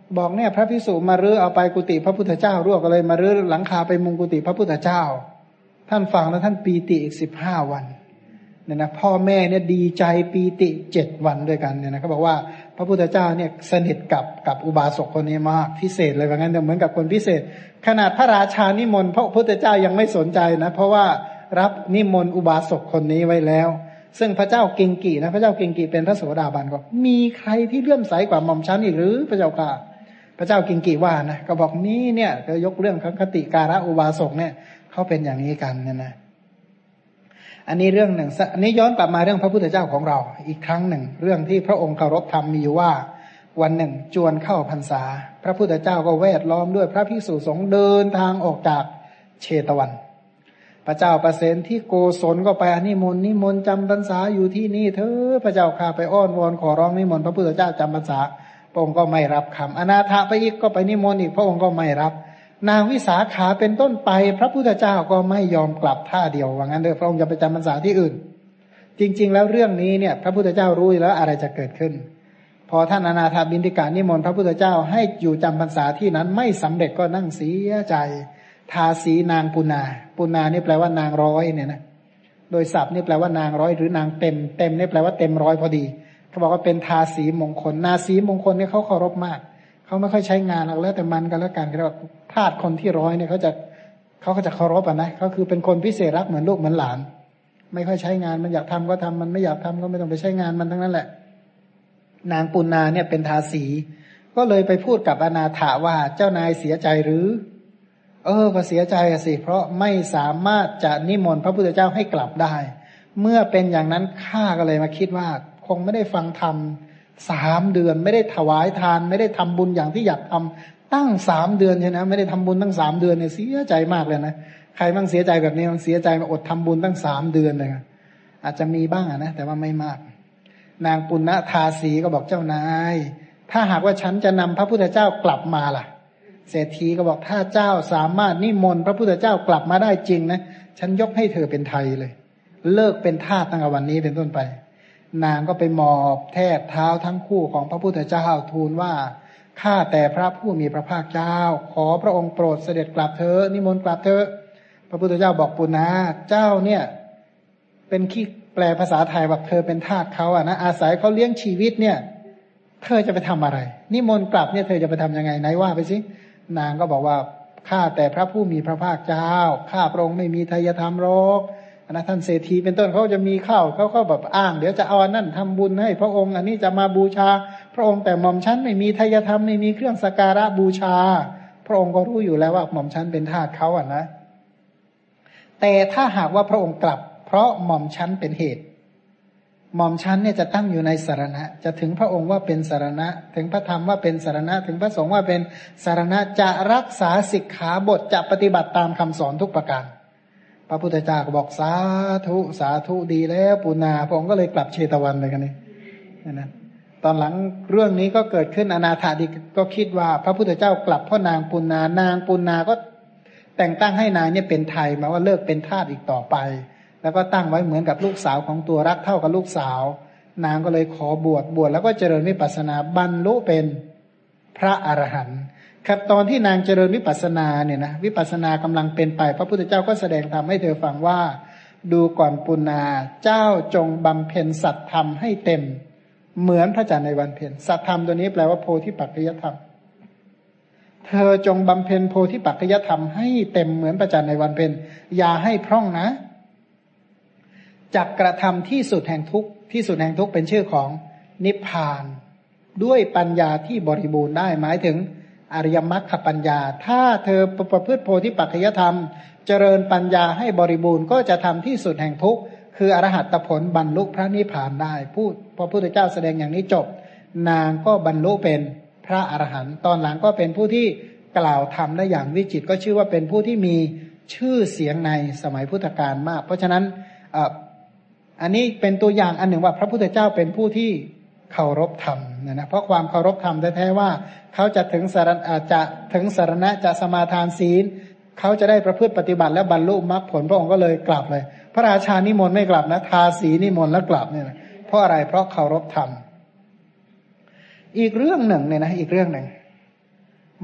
บอกเนี่ยพระภิกษุมารื้อเอาไปกุฏิพระพุทธเจ้ารวบก็เลยมารื้อหลังคาไปมุงกุฏิพระพุทธเจ้าท่านฟังแล้วท่านปีติอีกสิบห้าวันเนี่ยนะพ่อแม่เนี่ยดีใจปีติเจ็ดวันด้วยกันเนี่ยนะเขาบอกว่าพระพุทธเจ้าเนี่ยสนิทกับกับอุบาสกคนนี้มากพิเศษเลยว่างั้นเหมือนกับคนพิเศษขนาดพระราชานิมนต์พระพุทธเจ้ายังไม่สนใจนะเพราะว่ารับนิมนต์อุบาสกคนนี้ไว้แล้วซึ่งพระเจ้ากิงกีนะพระเจ้ากิงกีเป็นพระโสดาบันก็มีใครที่เลื่อมใสกว่าหม่อมชั้นอีกหรือพระเจ้าค่ะพระเจ้ากิงกีว่านะก็บอกนี้เนี่ยจะยกเรื่องคติการะอุบาสกเนี่ยเขาเป็นอย่างนี้กันเนี่ยนะอันนี้เรื่องหนึ่งอันนี้ย้อนกลับมาเรื่องพระพุทธเจ้าของเราอีกครั้งหนึ่งเรื่องที่พระองค์เคารพธรรมมีอยู่ว่าวันหนึ่งจวนเข้าพรรษาพระพุทธเจ้าก็แวดล้อมด้วยพระภิกษุสงฆ์เดินทางออกจากเชตวันพระเจ้าประเสนที่โกศลก็ไปนิมนต์นิมนต์จำพรรษาอยู่ที่นี่เถอะพระเจ้าข้าไปอ้อนวอนขอร้องนิมนต์พระพุทธเจ้าจำพรรษาพระองค์ก็ไม่รับคำอนาถไปอีกก็ไปนิมนต์อีกพระองค์ก็ไม่รับนางวิสาขาเป็นต้นไปพระพุทธเจ้าก็ไม่ยอมกลับท่าเดียวว่างั้นเด้อพระองค์จะไปจำพรรษาที่อื่นจริงๆแล้วเรื่องนี้เนี่ยพระพุทธเจ้ารู้แล้วอะไรจะเกิดขึ้นพอท่านอนาถบิณฑิกานิมนต์พระพุทธเจ้าให้อยู่จำพรรษาที่นั้นไม่สำเร็จก็นั่งเสียใจทาสีนางปุณาปุณานี่แปลว่านางร้อยเนี่ยนะโดยศัพท์นี่แปลว่านางร้อยหรือนางเต็มเต็มนี่แปลว่าเต็มร้อยพอดีเขาบอกว่าเป็นทาสีมงคลนาสีมงคลเนี่ยเขาเคารพมากเขาไม่ค่อยใช้งานหรอกแล้วแต่มันกันแล้วกันเขาบอกทาสคนที่ร้อยเนี่ยเขาจะเขาก็จะเคารพอ่ะนะเขาคือเป็นคนพิเศษรักเหมือนลูกเหมือนหลานไม่ค่อยใช้งานมันอยากทำก็ทำมันไม่อยากทำก็ไม่ต้องไปใช้งานมันทั้งนั้นแหละนางปุณณาเนี่ยเป็นทาสีก็เลยไปพูดกับอนาถาว่าเจ้านายเสียใจหรือเออก็เสียใจสิเพราะไม่สามารถจะนิมนต์พระพุทธเจ้าให้กลับได้เมื่อเป็นอย่างนั้นข้าก็เลยมาคิดว่าคงไม่ได้ฟังธรรมสามเดือนไม่ได้ถวายทานไม่ได้ทำบุญอย่างที่อยากทำตั้งสามเดือนใช่ไหมไม่ได้ทำบุญตั้งสามเดือนเนี่ยเสียใจมากเลยนะใครบ้างเสียใจแบบนี้มันเสียใจมาอดทำบุญตั้งสามเดือนเลยอาจจะมีบ้างนะแต่ว่าไม่มากนางปุณณทาสีก็บอกเจ้านายถ้าหากว่าฉันจะนำพระพุทธเจ้ากลับมาล่ะเศรษฐีก็บอกถ้าเจ้าสามารถนิมนต์พระพุทธเจ้ากลับมาได้จริงนะฉันยกให้เธอเป็นไทยเลยเลิกเป็นทาสตั้งแต่วันนี้เป็นต้นไปนางก็ไปหมอบแทบเท้าทั้งคู่ของพระพุทธเจ้าทูลว่าข้าแต่พระผู้มีพระภาคเจ้าขอพระองค์โปรดเสด็จกลับเถอะนิมนต์กลับเถอะพระพุทธเจ้าบอกปุณณาเจ้าเนี่ยเป็นขี้แปลภาษาไทยว่าเธอเป็นทาสเขาอะนะอาศัยเขาเลี้ยงชีวิตเนี่ยเธอจะไปทำอะไรนิมนต์กลับเนี่ยเธอจะไปทำยังไงไหนว่าไปสินางก็บอกว่าข้าแต่พระผู้มีพระภาคเจ้าข้าพระองค์ไม่มีไทยธรรมหรอกนะท่านเศรษฐีเป็นต้นเขาจะมีข้าวเขาก็แบบอ้างเดี๋ยวจะเอาอันนั้นทำบุญให้พระองค์อันนี้จะมาบูชาพระองค์แต่หม่อมชั้นไม่มีไทยธรรมไม่มีเครื่องสักการะบูชาพระองค์ก็รู้อยู่แล้วว่าหม่อมชั้นเป็นทาสเขาอ่ะนะแต่ถ้าหากว่าพระองค์กลับเพราะหม่อมชั้นเป็นเหตุหม่อมชั้นเนี่ยจะตั้งอยู่ในสรณะจะถึงพระองค์ว่าเป็นสรณะถึงพระธรรมว่าเป็นสรณะถึงพระสงฆ์ว่าเป็นสรณะจะรักษาสิกขาบทจะปฏิบัติตามคำสอนทุกประการพระพุทธเจ้าก็บอกสาธุสาธุดีแล้วปุณณาพระองค์ก็เลยกลับเชตวันเลยกันนี่นะตอนหลังเรื่องนี้ก็เกิดขึ้นอนาถาดิก็คิดว่าพระพุทธเจ้ากลับเพราะนางปุณณานางปุณณาก็แต่งตั้งให้นางเนี่ยเป็นไทยมาว่าเลิกเป็นทาสอีกต่อไปแล้วก็ตั้งไว้เหมือนกับลูกสาวของตัวรักเท่ากับลูกสาวนางก็เลยขอบวชบวชแล้วก็เจริญวิปัสสนาบรรลุเป็นพระอรหันต์ครับตอนที่นางเจริญวิปัสสนาเนี่ยนะวิปัสสนากำลังเป็นไปพระพุทธเจ้าก็แสดงธรรมให้เธอฟังว่าดูก่อนปุณณาเจ้าจงบำเพ็ญสัตธรรมให้เต็มเหมือนพระจันทร์ในวันเพ็ญสัตธรรมตัวนี้แปลว่าโพธิปักขิยธรรมเธอจงบำเพ็ญโพธิปักขิยธรรมให้เต็มเหมือนพระจันทร์ในวันเพ็ญอย่าให้พร่องนะจักกระทำที่สุดแห่งทุกข์ที่สุดแห่งทุกข์เป็นชื่อของนิพพานด้วยปัญญาที่บริบูรณ์ได้หมายถึงอริยมรรคปัญญาถ้าเธอประพฤติโพธิปักขิยธรรมเจริญปัญญาให้บริบูรณ์ก็จะทำที่สุดแห่งทุกข์คืออรหัตผลบรรลุพระนิพพานได้พูดพระพุทธเจ้าแสดงอย่างนี้จบนางก็บรรลุเป็นพระอรหันต์ตอนหลังก็เป็นผู้ที่กล่าวธรรมได้อย่างวิจิตรก็ชื่อว่าเป็นผู้ที่มีชื่อเสียงในสมัยพุทธกาลมากเพราะฉะนั้นอันนี้เป็นตัวอย่างอันหนึ่งว่าพระพุทธเจ้าเป็นผู้ที่เคารพธรรมนะนะเพราะความเคารพธรรมแท้ๆว่าเขาจะถึงสารอาจจะถึงสารณะจะสมาทานศีลเขาจะได้ประพฤติปฏิบัติและบรรลุมรรคผลพระองค์ก็เลยกลับเลยพระราชานิมนต์ไม่กลับนะทาสีนิมนต์แล้วกลับเนี่ยนะเพราะอะไรเพราะเคารพธรรมอีกเรื่องหนึ่งเนี่ยนะอีกเรื่องหนึ่ง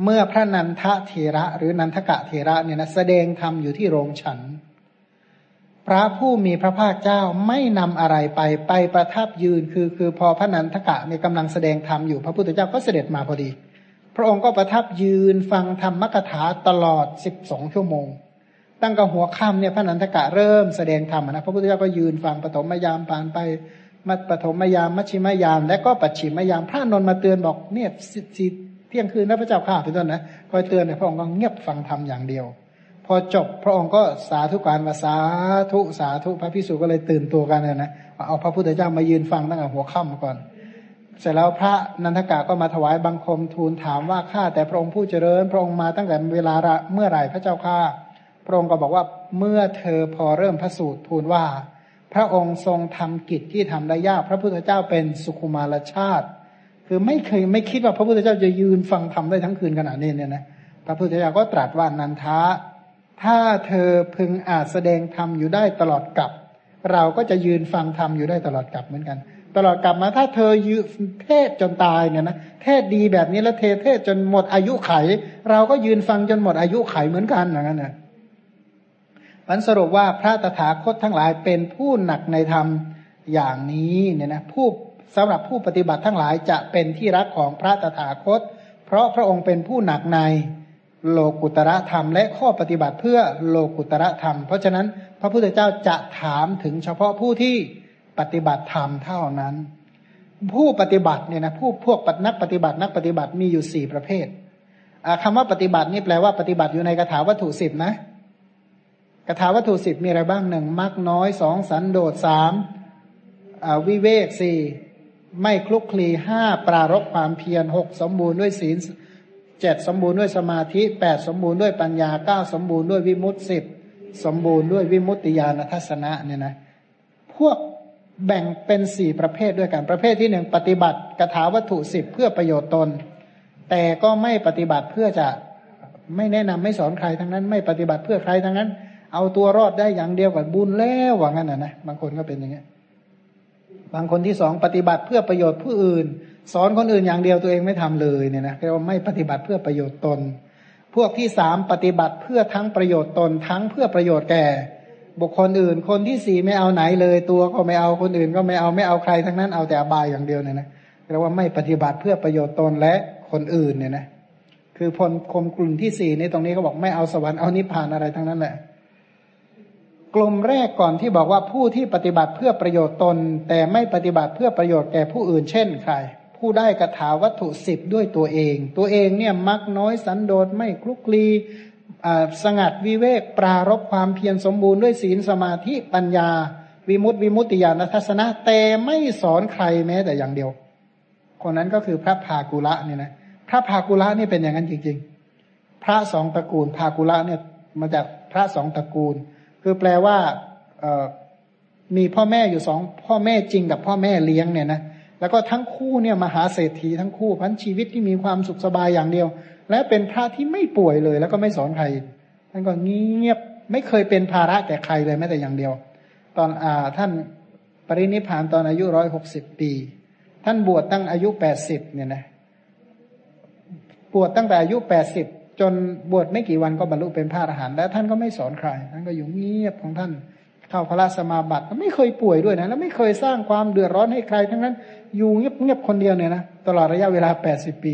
เมื่อพระนันทเถระหรือนันทกะเถระเนี่ยนะแสดงธรรมอยู่ที่โรงฉันพระผู้มีพระภาคเจ้าไม่นำอะไรไปไปประทับยืนคือคือพอพระนันทกะเนี่ยกำลังแสดงธรรมอยู่พระพุทธเจ้าก็เสด็จมาพอดีพระองค์ก็ประทับยืนฟังธรรมกถาตลอดสิบสองชั่วโมงตั้งแต่หัวค่ำเนี่ยพระนันทกะเริ่มแสดงธรรมนะพระพุทธเจ้าก็ยืนฟังปฐมยามผ่านไปมัปฐมยามมัชชิมยามและก็ปัจฉิมยามพระนนท์มาเตือนบอกเนี่ยสิเที่ยงคืนนะพระเจ้าข้าเป็นต้นนะคอยเตือนเนี่ยพระองค์ก็เงียบฟังธรรมอย่างเดียวพอจบพระองค์ก็สาธุการว่าสาธุสาธุพระภิกษุก็เลยตื่นตัวกันเลยนะเอาพระพุทธเจ้ามายืนฟังตั้งแต่หัวค่ำก่อนเสร็จแล้วพระนันทกะก็มาถวายบังคมทูลถามว่าข้าแต่พระองค์ผู้เจริญพระองค์มาตั้งแต่เวลาเมื่อไหร่พระเจ้าข้าพระองค์ก็บอกว่าเมื่อเธอพอเริ่มพระสูตรทูลว่าพระองค์ทรงทำกิจที่ทำได้ยากพระพุทธเจ้าเป็นสุขุมารชาติคือไม่เคยไม่คิดว่าพระพุทธเจ้าจะยืนฟังธรรมได้ทั้งคืนขนาดนี้เนี่ยนะพระพุทธเจ้าก็ตรัสว่านันทะถ้าเธอพึงอาจแสดงธรรมอยู่ได้ตลอดกลับเราก็จะยืนฟังธรรมอยู่ได้ตลอดกลับเหมือนกันตลอดกลับมาถ้าเธอยืนเทศจนตายเนี่ยนะเทศดีแบบนี้แล้วเทเทศจนหมดอายุไขเราก็ยืนฟังจนหมดอายุไขเหมือนกันอย่างนั้นนะมันสรุปว่าพระตถาคตทั้งหลายเป็นผู้หนักในธรรมอย่างนี้เนี่ยนะผู้สำหรับผู้ปฏิบัติทั้งหลายจะเป็นที่รักของพระตถาคตเพราะพระองค์เป็นผู้หนักในโลกุตระธรรมและข้อปฏิบัติเพื่อโลกุตระธรรมเพราะฉะนั้นพระพุทธเจ้าจะถามถึงเฉพาะผู้ที่ปฏิบัติธรรมเท่านั้นผู้ปฏิบัติเนี่ยนะผู้พวกนักปฏิบัตินักปฏิบัติมีอยู่สี่ประเภทคำว่าปฏิบัตินี่แปลว่าปฏิบัติอยู่ในคาถาวัตถุสิบนะคาถาวัตถุสิบมีอะไรบ้างหนึ่งมรรคน้อยสองสันโดษสามวิเวกสี่ไม่คลุกคลีห้าปรารภความเพียรหกสมบูรณ์ด้วยศีลเจ็ดสมบูรณ์ด้วยสมาธิแปดสมบูรณ์ด้วยปัญญาเก้าสมบูรณ์ด้วยวิมุตติสิบสมบูรณ์ด้วยวิมุตติญาณทัศนะเนี่ยนะพวกแบ่งเป็นสี่ประเภทด้วยกันประเภทที่หนึ่งปฏิบัติคาถาวัตถุสิบเพื่อประโยชน์ตนแต่ก็ไม่ปฏิบัติเพื่อจะไม่แนะนำไม่สอนใครทั้งนั้นไม่ปฏิบัติเพื่อใครทั้งนั้นเอาตัวรอดได้อย่างเดียวกับบุญแล้วว่างั้นนะนะบางคนก็เป็นอย่างนี้บางคนที่สองปฏิบัติเพื่อประโยชน์ผู้อื่นสอนคนอื่นอย่างเดียวตัวเองไม่ทำเลยเนี่ยนะเรียกว่าไม่ปฏิบัติเพื่อประโยชน์ตนพวกที่สามปฏิบัติเพื่อทั้งประโยชน์ตนทั้งเพื่อประโยชน์แก่บุคคลอื่นคนที่สี่ไม่เอาไหนเลยตัวก็ไม่เอาคนอื่นก็ไม่เอาไม่เอาใครทั้งนั้นเอาแต่อบายอย่างเดียวเนี่ยนะเรียกว่าไม่ปฏิบัติเพื่อประโยชน์ตนและคนอื่นเนี่ยนะคือพลคมกลุ่มที่สี่นี้ตรงนี้ก็บอกไม่เอาสวรรค์เอานิพพานอะไรทั้งนั้นแหละกลุ่มแรกก่อนที่บอกว่าผู้ที่ปฏิบัติเพื่อประโยชน์ตนแต่ไม่ปฏิบัติเพื่อประโยชน์แก่ผู้อื่นเช่นใครผู้ได้คาถาวัตถุสิบด้วยตัวเองตัวเองเนี่ยมักน้อยสันโดษไม่คลุกคลีสงัดวิเวกปรารภความเพียรสมบูรณ์ด้วยศีลสมาธิปัญญาวิมุตติวิมุตติญาณทัศนะแต่ไม่สอนใครแม้แต่อย่างเดียวคนนั้นก็คือพระภากุละเนี่ยนะพระภากุละนี่เป็นอย่างนั้นจริงๆพระสองตระกูลภากุละเนี่ยมาจากพระสองตระกูลคือแปลว่ามีพ่อแม่อยู่สองพ่อแม่จริงกับพ่อแม่เลี้ยงเนี่ยนะแล้วก็ทั้งคู่เนี่ยมหาเศรษฐีทั้งคู่พันชีวิตที่มีความสุขสบายอย่างเดียวและเป็นพระที่ไม่ป่วยเลยแล้วก็ไม่สอนใครท่านก็เงียบไม่เคยเป็นภาระแก่ใครเลยแม้แต่อย่างเดียวตอนอ่าท่านปรินิพพานตอนอายุร้อยหกสิบปีท่านบวชตั้งอายุแปดสิบเนี่ยนะบวชตั้งแต่อายุแปดสิบจนบวชไม่กี่วันก็บรรลุเป็นพระอรหันต์แล้วท่านก็ไม่สอนใครท่านก็อยู่เงียบของท่านเข้าพระสมาบัติไม่เคยป่วยด้วยนะแล้วไม่เคยสร้างความเดือดร้อนให้ใครทั้งนั้นอยู่เงียบๆคนเดียวเนี่ยนะตลอดระยะเวลาแปดสิบปี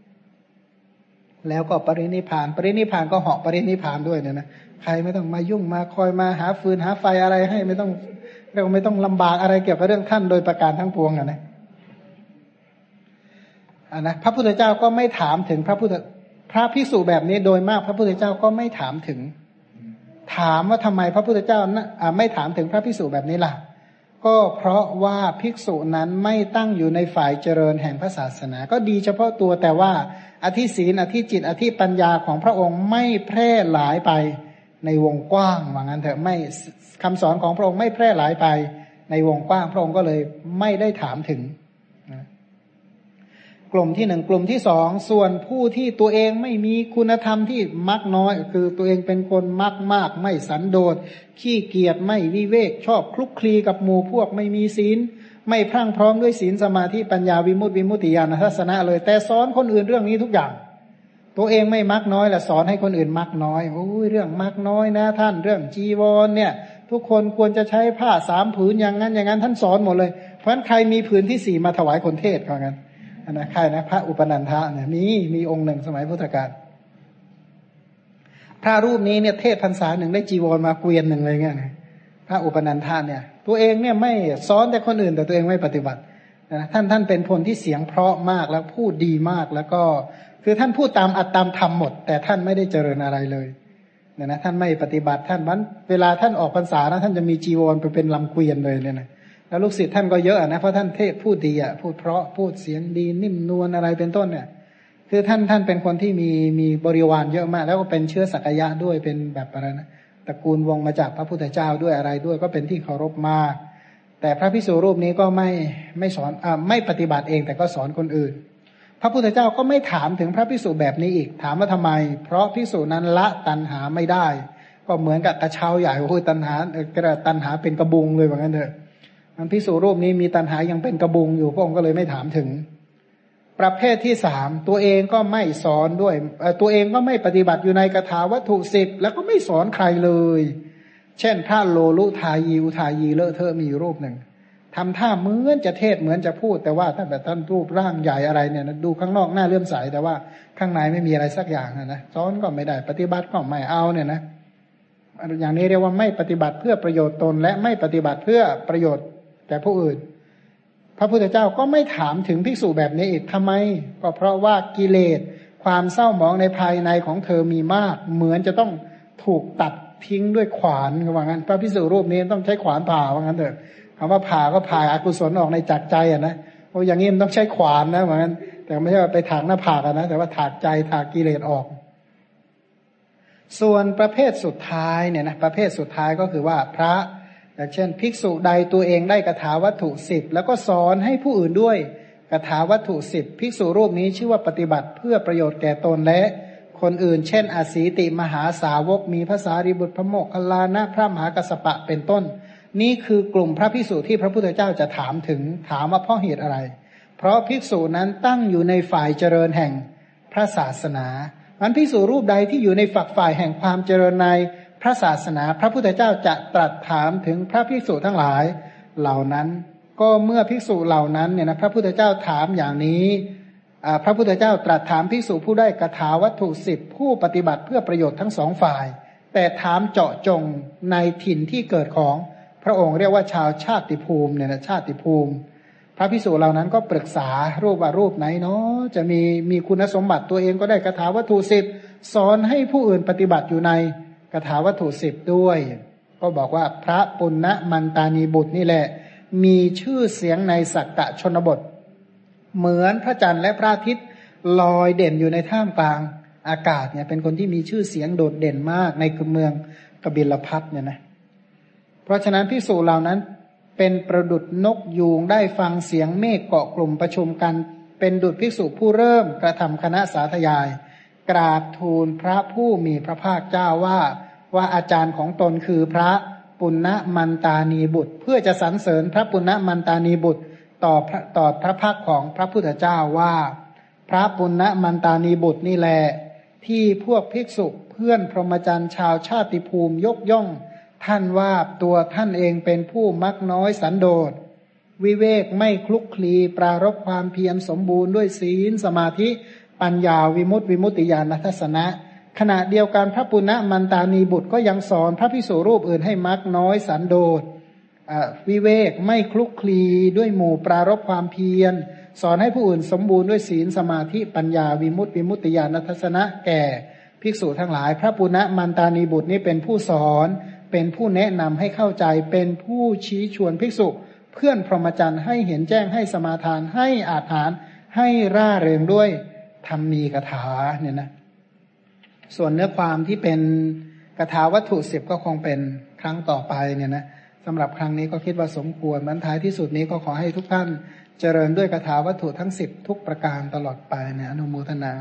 แล้วก็ปรินิพพานปรินิพพานก็เหาะปรินิพพานด้วยเนี่ยนะใครไม่ต้องมายุ่งมาคอยมาหาฟืนหาไฟอะไรให้ไม่ต้องเราไม่ต้องลำบากอะไรเกี่ยวกับเรื่องท่านโดยประการทั้งปวงอ่ะนะอ่ะนะพระพุทธเจ้าก็ไม่ถามถึงพระพุทธพระภิกษุแบบนี้โดยมากพระพุทธเจ้าก็ไม่ถามถึงถามว่าทำไมพระพุทธเจ้าไม่ถามถึงพระภิกษุแบบนี้ล่ะก็เพราะว่าภิกษุนั้นไม่ตั้งอยู่ในฝ่ายเจริญแห่งพระศาสนาก็ดีเฉพาะตัวแต่ว่าอธิศีลอธิจิตอธิปัญญาของพระองค์ไม่แพร่หลายไปในวงกว้างว่างั้นเถอะไม่คำสอนของพระองค์ไม่แพร่หลายไปในวงกว้างพระองค์ก็เลยไม่ได้ถามถึงกลุ่มที่หนึ่งกลุ่มที่สองส่วนผู้ที่ตัวเองไม่มีคุณธรรมที่มักน้อยคือตัวเองเป็นคนมักมากไม่สันโดษขี้เกียจไม่วิเวกชอบคลุกคลีกับหมู่พวกไม่มีศีลไม่พรั่งพร้อมด้วยศีลสมาธิปัญญาวิมุตติวิมุตติญาณทัศนะเลยแต่สอนคนอื่นเรื่องนี้ทุกอย่างตตัวเองไม่มักน้อยและสอนให้คนอื่นมักน้อยโอ้ยเรื่องมักน้อยนะท่านเรื่องจีวรเนี่ยทุกคนควรจะใช้ผ้าสามผืนอย่างนั้นอย่างนั้นท่านสอนหมดเลยเพราะฉะนั้นใครมีผืนที่สี่มาถวายคนเทศก็งั้นนะใครนะพระอุปนันทะเนี่ยมีมีองค์หนึ่งสมัยพุทธกาลพระรูปนี้เนี่ยเทศพรรษาหนึ่งได้จีวรมาเกวียนหนึ่งเลยเงี้ยพระอุปนันทะเนี่ยตัวเองเนี่ยไม่สอนแต่คนอื่นแต่ตัวเองไม่ปฏิบัตินะท่านท่านเป็นคนที่เสียงเพราะมากแล้วพูดดีมากแล้วก็คือท่านพูดตามอัตตามธรรมหมดแต่ท่านไม่ได้เจริญอะไรเลยเนี่ยนะท่านไม่ปฏิบัติท่านมันเวลาท่านออกพรรษานะท่านจะมีจีวรไปเป็นลำเกวียนเลยเนี่ยนะแล้วลูกศิษย์ท่านก็เยอะนะเพราะท่านเทศพูดดีอ่ะพูดเพราะพูดเสียงดีนิ่มนวลอะไรเป็นต้นเนี่ยคือท่านท่านเป็นคนที่มีมีบริวารเยอะมากแล้วก็เป็นเชื้อสักยะด้วยเป็นแบบอะไรนะตระกูลวงมาจากพระพุทธเจ้าด้วยอะไรด้วยก็เป็นที่เคารพมากแต่พระภิกษุรูปนี้ก็ไม่ไม่สอนอ่าไม่ปฏิบัติเองแต่ก็สอนคนอื่นพระพุทธเจ้าก็ไม่ถามถึงพระภิกษุแบบนี้อีกถามว่าทำไมเพราะภิกษุนั้นละตัณหาไม่ได้ก็เหมือนกับกระเช้าใหญ่โอ้ยตัณหากระตัณหาเป็นกระบุงเลยว่างั้นเถอะมันภิกษุรูปนี้มีตัณหายังเป็นกระบุงอยู่พระองค์ก็เลยไม่ถามถึงประเภทที่สามตัวเองก็ไม่สอนด้วยตัวเองก็ไม่ปฏิบัติอยู่ในคาถาวัตถุสิบแล้วก็ไม่สอนใครเลยเช่นพระโลลุทายีอุทายีเลอะเทอะมีรูปหนึ่งทำท่าเหมือนจะเทศเหมือนจะพูดแต่ว่าท่านแบบท่านรูปร่างใหญ่อะไรเนี่ยนะดูข้างนอกหน้าเลื่อมใสแต่ว่าข้างในไม่มีอะไรสักอย่างนะนะสอนก็ไม่ได้ปฏิบัติก็ไม่เอาเนี่ยนะอย่างนี้เรียกว่าไม่ปฏิบัติเพื่อประโยชน์ตนและไม่ปฏิบัติเพื่อประโยชน์แก่ผู้อื่นพระพุทธเจ้าก็ไม่ถามถึงภิกษุแบบนี้อีกทำไมก็เพราะว่ากิเลสความเศร้าหมองในภายในของเธอมีมากเหมือนจะต้องถูกตัดทิ้งด้วยขวานว่างั้นพระภิกษุรูปนี้ต้องใช้ขวานผ่าว่างั้นเถอะคำว่าผ่าก็ผ่าอกุศลออกในจักใจอ่ะนะโอ้อย่างนี้มันต้องใช้ขวานนะว่างั้นแต่ไม่ใช่ว่าไปถากหน้าผากนะแต่ว่าถากใจถากกิเลสออกส่วนประเภทสุดท้ายเนี่ยนะประเภทสุดท้ายก็คือว่าพระอย่างเช่นภิกษุใดตัวเองได้คาถาวัตถุสิบแล้วก็สอนให้ผู้อื่นด้วยคาถาวัตถุสิบภิกษุรูปนี้ชื่อว่าปฏิบัติเพื่อประโยชน์แก่ตนและคนอื่นเช่นอสีติมหาสาวกมีพระสารีบุตรพระโมคคัลลานะพระมหากัสสปะเป็นต้นนี่คือกลุ่มพระภิกษุที่พระพุทธเจ้าจะถามถึงถามว่าเพราะเหตุอะไรเพราะภิกษุนั้นตั้งอยู่ในฝ่ายเจริญแห่งพระศาสนามันภิกษุรูปใดที่อยู่ในฝักฝ่ายแห่งความเจริญในพระศาสนาพระพุทธเจ้าจะตรัสถามถึงพระภิกษุทั้งหลายเหล่านั้นก็เมื่อภิกษุเหล่านั้นเนี่ยนะพระพุทธเจ้าถามอย่างนี้พระพุทธเจ้าตรัสถามภิกษุผู้ได้คาถาวัตถุสิบผู้ปฏิบัติเพื่อประโยชน์ทั้งสองฝ่ายแต่ถามเจาะจงในถิ่นที่เกิดของพระองค์เรียกว่าชาวชาติภูมิเนี่ยนะชาติภูมิพระภิกษุเหล่านั้นก็ปรึกษารูปว่ารูปไหนเนาะจะมีมีคุณสมบัติตัวเองก็ได้คาถาวัตถุสิบสอนให้ผู้อื่นปฏิบัติอยู่ในคาถาวัตถุสิบด้วยก็บอกว่าพระปุณณมันตานีบุตรนี่แหละมีชื่อเสียงในสักกะชนบทเหมือนพระจันทร์และพระอาทิตย์ลอยเด่นอยู่ในท่ามกลางอากาศเนี่ยเป็นคนที่มีชื่อเสียงโดดเด่นมากในเมืองกบิลพัสเนี่ยนะเพราะฉะนั้นภิกษุเหล่านั้นเป็นประดุจนกยูงได้ฟังเสียงเมฆเกาะกลุ่มประชุมกันเป็นดุจภิกษุผู้เริ่มกระทำคณะสาธยายกราบทูลพระผู้มีพระภาคเจ้าว่าว่าอาจารย์ของตนคือพระปุณณมันตานีบุตรเพื่อจะสรรเสริญพระปุณณมันตานีบุตรต่อพระต่อพระภาคของพระพุทธเจ้าว่าพระปุณณมันตานีบุตรนี่แหละที่พวกภิกษุเพื่อนพรหมจรรย์ชาวชาติภูมิยกย่องท่านว่าตัวท่านเองเป็นผู้มักน้อยสันโดษวิเวกไม่คลุกคลีปรารภความเพียรสมบูรณ์ด้วยศีลสมาธิปัญญาวิมุตติวิมุตติญาณทัศนะขณะเดียวกันพระปุณณมันตานีบุตรก็ยังสอนพระภิกษุรูปอื่นให้มักน้อยสันโดษวิเวกไม่คลุกคลีด้วยหมู่ปรารภความเพียรสอนให้ผู้อื่นสมบูรณ์ด้วยศีลสมาธิปัญญาวิมุตติวิมุตติญาณทัศนะแก่ภิกษุทั้งหลายพระปุณณมันตานีบุตรนี้เป็นผู้สอนเป็นผู้แนะนำให้เข้าใจเป็นผู้ชี้ชวนภิกษุเพื่อนพรหมจรรย์ให้เห็นแจ้งให้สมาทานให้อาถรรพ์ให้ร่าเริงด้วยธรรมมีคาถาเนี่ยนะส่วนเนื้อความที่เป็นคาถาวัตถุสิบก็คงเป็นครั้งต่อไปเนี่ยนะสำหรับครั้งนี้ก็คิดว่าสมควรบรรท้ายที่สุดนี้ก็ขอให้ทุกท่านเจริญด้วยคาถาวัตถุทั้งสิบทุกประการตลอดไปเนี่ยอนุโมทนา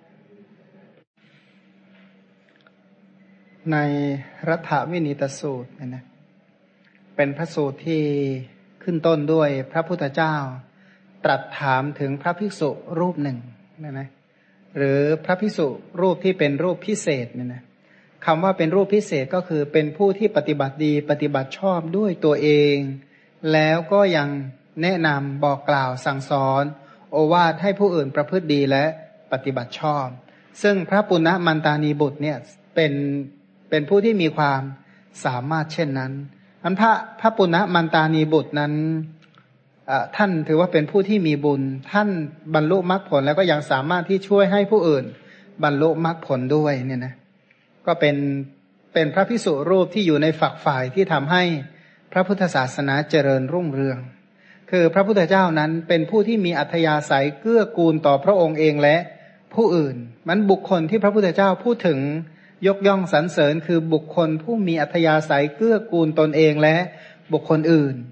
ในรัฐวินิตสูตรเนี่ยนะเป็นพระสูตรที่ขึ้นต้นด้วยพระพุทธเจ้าตรัสถามถึงพระภิกษุรูปหนึ่งเนี่ยนะหรือพระภิกษุรูปที่เป็นรูปพิเศษเนี่ยนะคำว่าเป็นรูปพิเศษก็คือเป็นผู้ที่ปฏิบัติดีปฏิบัติชอบด้วยตัวเองแล้วก็ยังแนะนำบอกกล่าวสั่งสอนโอวาทให้ผู้อื่นประพฤติดีและปฏิบัติชอบซึ่งพระปุณณมันตานีบุตรเนี่ยเป็นเป็นผู้ที่มีความสามารถเช่นนั้นอันพระพระปุณณมันตานีบุตรนั้นท่านถือว่าเป็นผู้ที่มีบุญท่านบรรลุมรรคผลแล้วก็ยังสามารถที่ช่วยให้ผู้อื่นบรรลุมรรคผลด้วยเนี่ยนะก็เป็นเป็นพระภิกษุรูปที่อยู่ในฝักฝ่ายที่ทำให้พระพุทธศาสนาเจริญรุ่งเรืองคือพระพุทธเจ้านั้นเป็นผู้ที่มีอัธยาศัยเกื้อกูลต่อพระองค์เองและผู้อื่นมันบุคคลที่พระพุทธเจ้าพูดถึงยกย่องสรรเสริญคือบุคคลผู้มีอัธยาศัยเกื้อกูลตนเองและบุคคลอื่น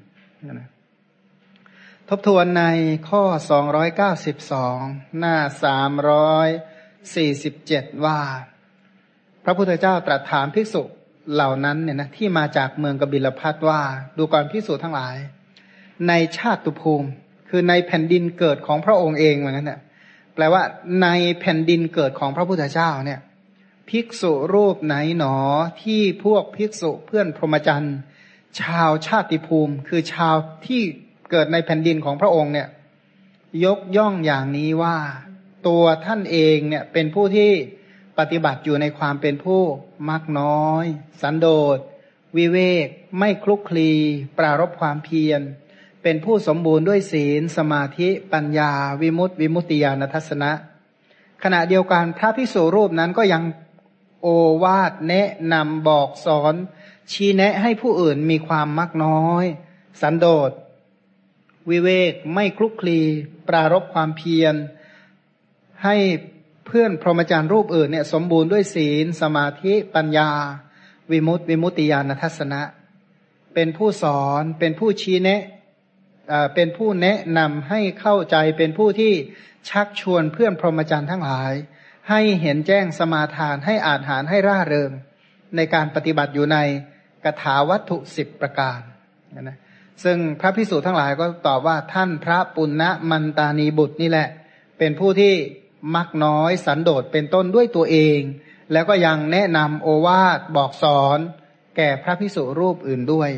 ทบทวนในข้อสองร้อยเก้าสิบสองหน้าสามร้อยสี่สิบเจ็ดว่าพระพุทธเจ้าตรัสถามภิกษุเหล่านั้นเนี่ยนะที่มาจากเมืองกบิลพัสว่าดูก่อนภิกษุทั้งหลายในชาติภูมิคือในแผ่นดินเกิดของพระองค์เองเหมือนกันเนี่ยแปลว่าในแผ่นดินเกิดของพระพุทธเจ้าเนี่ยภิกษุรูปไหนหนอที่พวกภิกษุเพื่อนพรหมจรรย์ชาวชาติภูมิคือชาวที่เกิดในแผ่นดินของพระองค์เนี่ยยกย่องอย่างนี้ว่าตัวท่านเองเนี่ยเป็นผู้ที่ปฏิบัติอยู่ในความเป็นผู้มักน้อยสันโดษวิเวกไม่คลุกคลีปรารภความเพียรเป็นผู้สมบูรณ์ด้วยศีลสมาธิปัญญาวิมุตติวิมุตติญาณทัสสนะขณะเดียวกันพระภิกษุรูปนั้นก็ยังโอวาทแนะนำบอกสอนชี้แนะให้ผู้อื่นมีความมักน้อยสันโดษวิเวกไม่คลุกคลีปรารภความเพียรให้เพื่อนพรหมจรรย์รูปอื่นเนี่ยสมบูรณ์ด้วยศีลสมาธิปัญญาวิมุตติวิมุตติญาณทัสสนะเป็นผู้สอนเป็นผู้ชี้แนะเป็นผู้แนะนำให้เข้าใจเป็นผู้ที่ชักชวนเพื่อนพรหมจรรย์ทั้งหลายให้เห็นแจ้งสมาทานให้อาจหารให้ร่าเริงในการปฏิบัติอยู่ในกถาวัตถุสิบประการนะซึ่งพระภิกษุทั้งหลายก็ตอบว่าท่านพระปุณณมันตานีบุตรนี่แหละเป็นผู้ที่มักน้อยสันโดษเป็นต้นด้วยตัวเองแล้วก็ยังแนะนำโอวาทบอกสอนแก่พระภิกษุรูปอื่นด้วย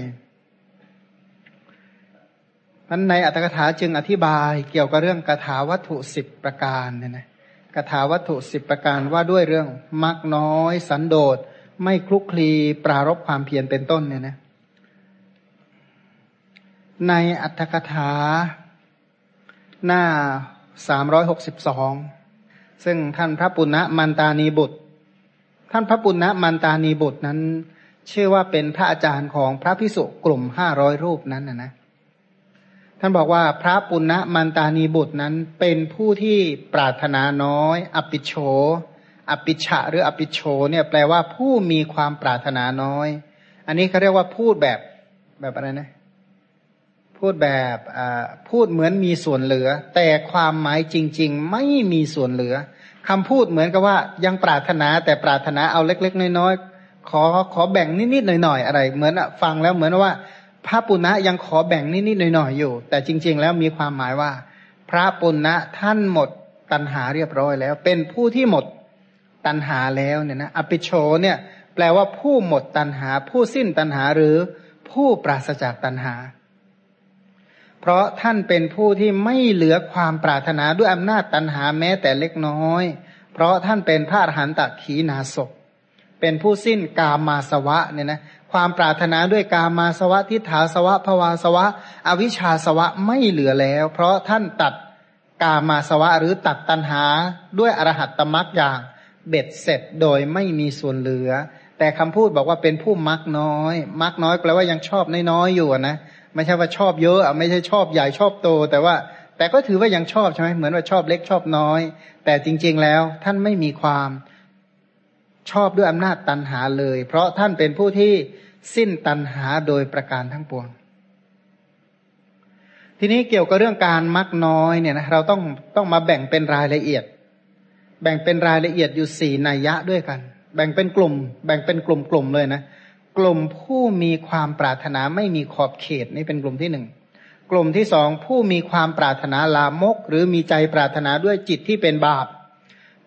นั้นในอรรถกถาจึงอธิบายเกี่ยวกับเรื่องกถาวัตถุสิบประการเนี่ยนะกถาวัตถุสิบประการว่าด้วยเรื่องมักน้อยสันโดษไม่คลุกคลีปรารภความเพียรเป็นต้นเนี่ยนะในอรรถกถาหน้าสามร้อยหกสิบสองซึ่งท่านพระปุณณมันตานีบุตรท่านพระปุณณมันตานีบุตรนั้นชื่อว่าเป็นพระอาจารย์ของพระภิกษุกลุ่มห้าร้อยรูปนั้นนะนะท่านบอกว่าพระปุณณมันตานีบุตรนั้นเป็นผู้ที่ปรารถนาน้อยอปิโฉอปิฉะหรืออปิโฉเนี่ยแปลว่าผู้มีความปรารถนาน้อยอันนี้เขาเรียกว่าพูดแบบแบบอะไรนะพูดแบบอ่าพูดเหมือนมีส่วนเหลือแต่ความหมายจริงๆไม่มีส่วนเหลือคำพูดเหมือนกับว่ายังปรารถนาแต่ปรารถนาเอาเล็กๆน้อยๆขอขอแบ่งนิดๆหน่อยๆอะไรเหมือนฟังแล้วเหมือนว่าพระปุณณะยังขอแบ่งนิดๆหน่อยๆอยู่แต่จริงๆแล้วมีความหมายว่าพระปุณณะท่านหมดตัณหาเรียบร้อยแล้วเป็นผู้ที่หมดตัณหาแล้วเนี่ยนะอปิโฉเนี่ยแปลว่าผู้หมดตัณหาผู้สิ้นตัณหาหรือผู้ปราศจากตัณหาเพราะท่านเป็นผู้ที่ไม่เหลือความปรารถนาด้วยอำนาจตัณหาแม้แต่เล็กน้อยเพราะท่านเป็นพระอรหันตขีณาสพเป็นผู้สิ้นกามาสวะเนี่ยนะความปรารถนาด้วยกามาสวะทิฏฐาสวะภวาสวะอวิชชาสวะไม่เหลือแล้วเพราะท่านตัดกามาสวะหรือตัดตัณหาด้วยอรหัตตมรรคอย่างเบ็ดเสร็จโดยไม่มีส่วนเหลือแต่คำพูดบอกว่าเป็นผู้มักน้อยมักน้อยแปลว่ายังชอบน้อยๆอยู่นะไม่ใช่ว่าชอบเยอะไม่ใช่ชอบใหญ่ชอบโตแต่ว่าแต่ก็ถือว่ายังชอบใช่ไหมเหมือนว่าชอบเล็กชอบน้อยแต่จริงๆแล้วท่านไม่มีความชอบด้วยอำนาจตัณหาเลยเพราะท่านเป็นผู้ที่สิ้นตัณหาโดยประการทั้งปวงทีนี้เกี่ยวกับเรื่องการมักน้อยเนี่ยนะเราต้องต้องมาแบ่งเป็นรายละเอียดแบ่งเป็นรายละเอียดอยู่สี่นัยยะด้วยกันแบ่งเป็นกลุ่มแบ่งเป็นกลุ่มๆเลยนะกลุ่มผู้มีความปรารถนาไม่มีขอบเขตนี่เป็นกลุ่มที่หนึ่งกลุ่มที่สองผู้มีความปรารถนาลามกหรือมีใจปรารถนาด้วยจิตที่เป็นบาป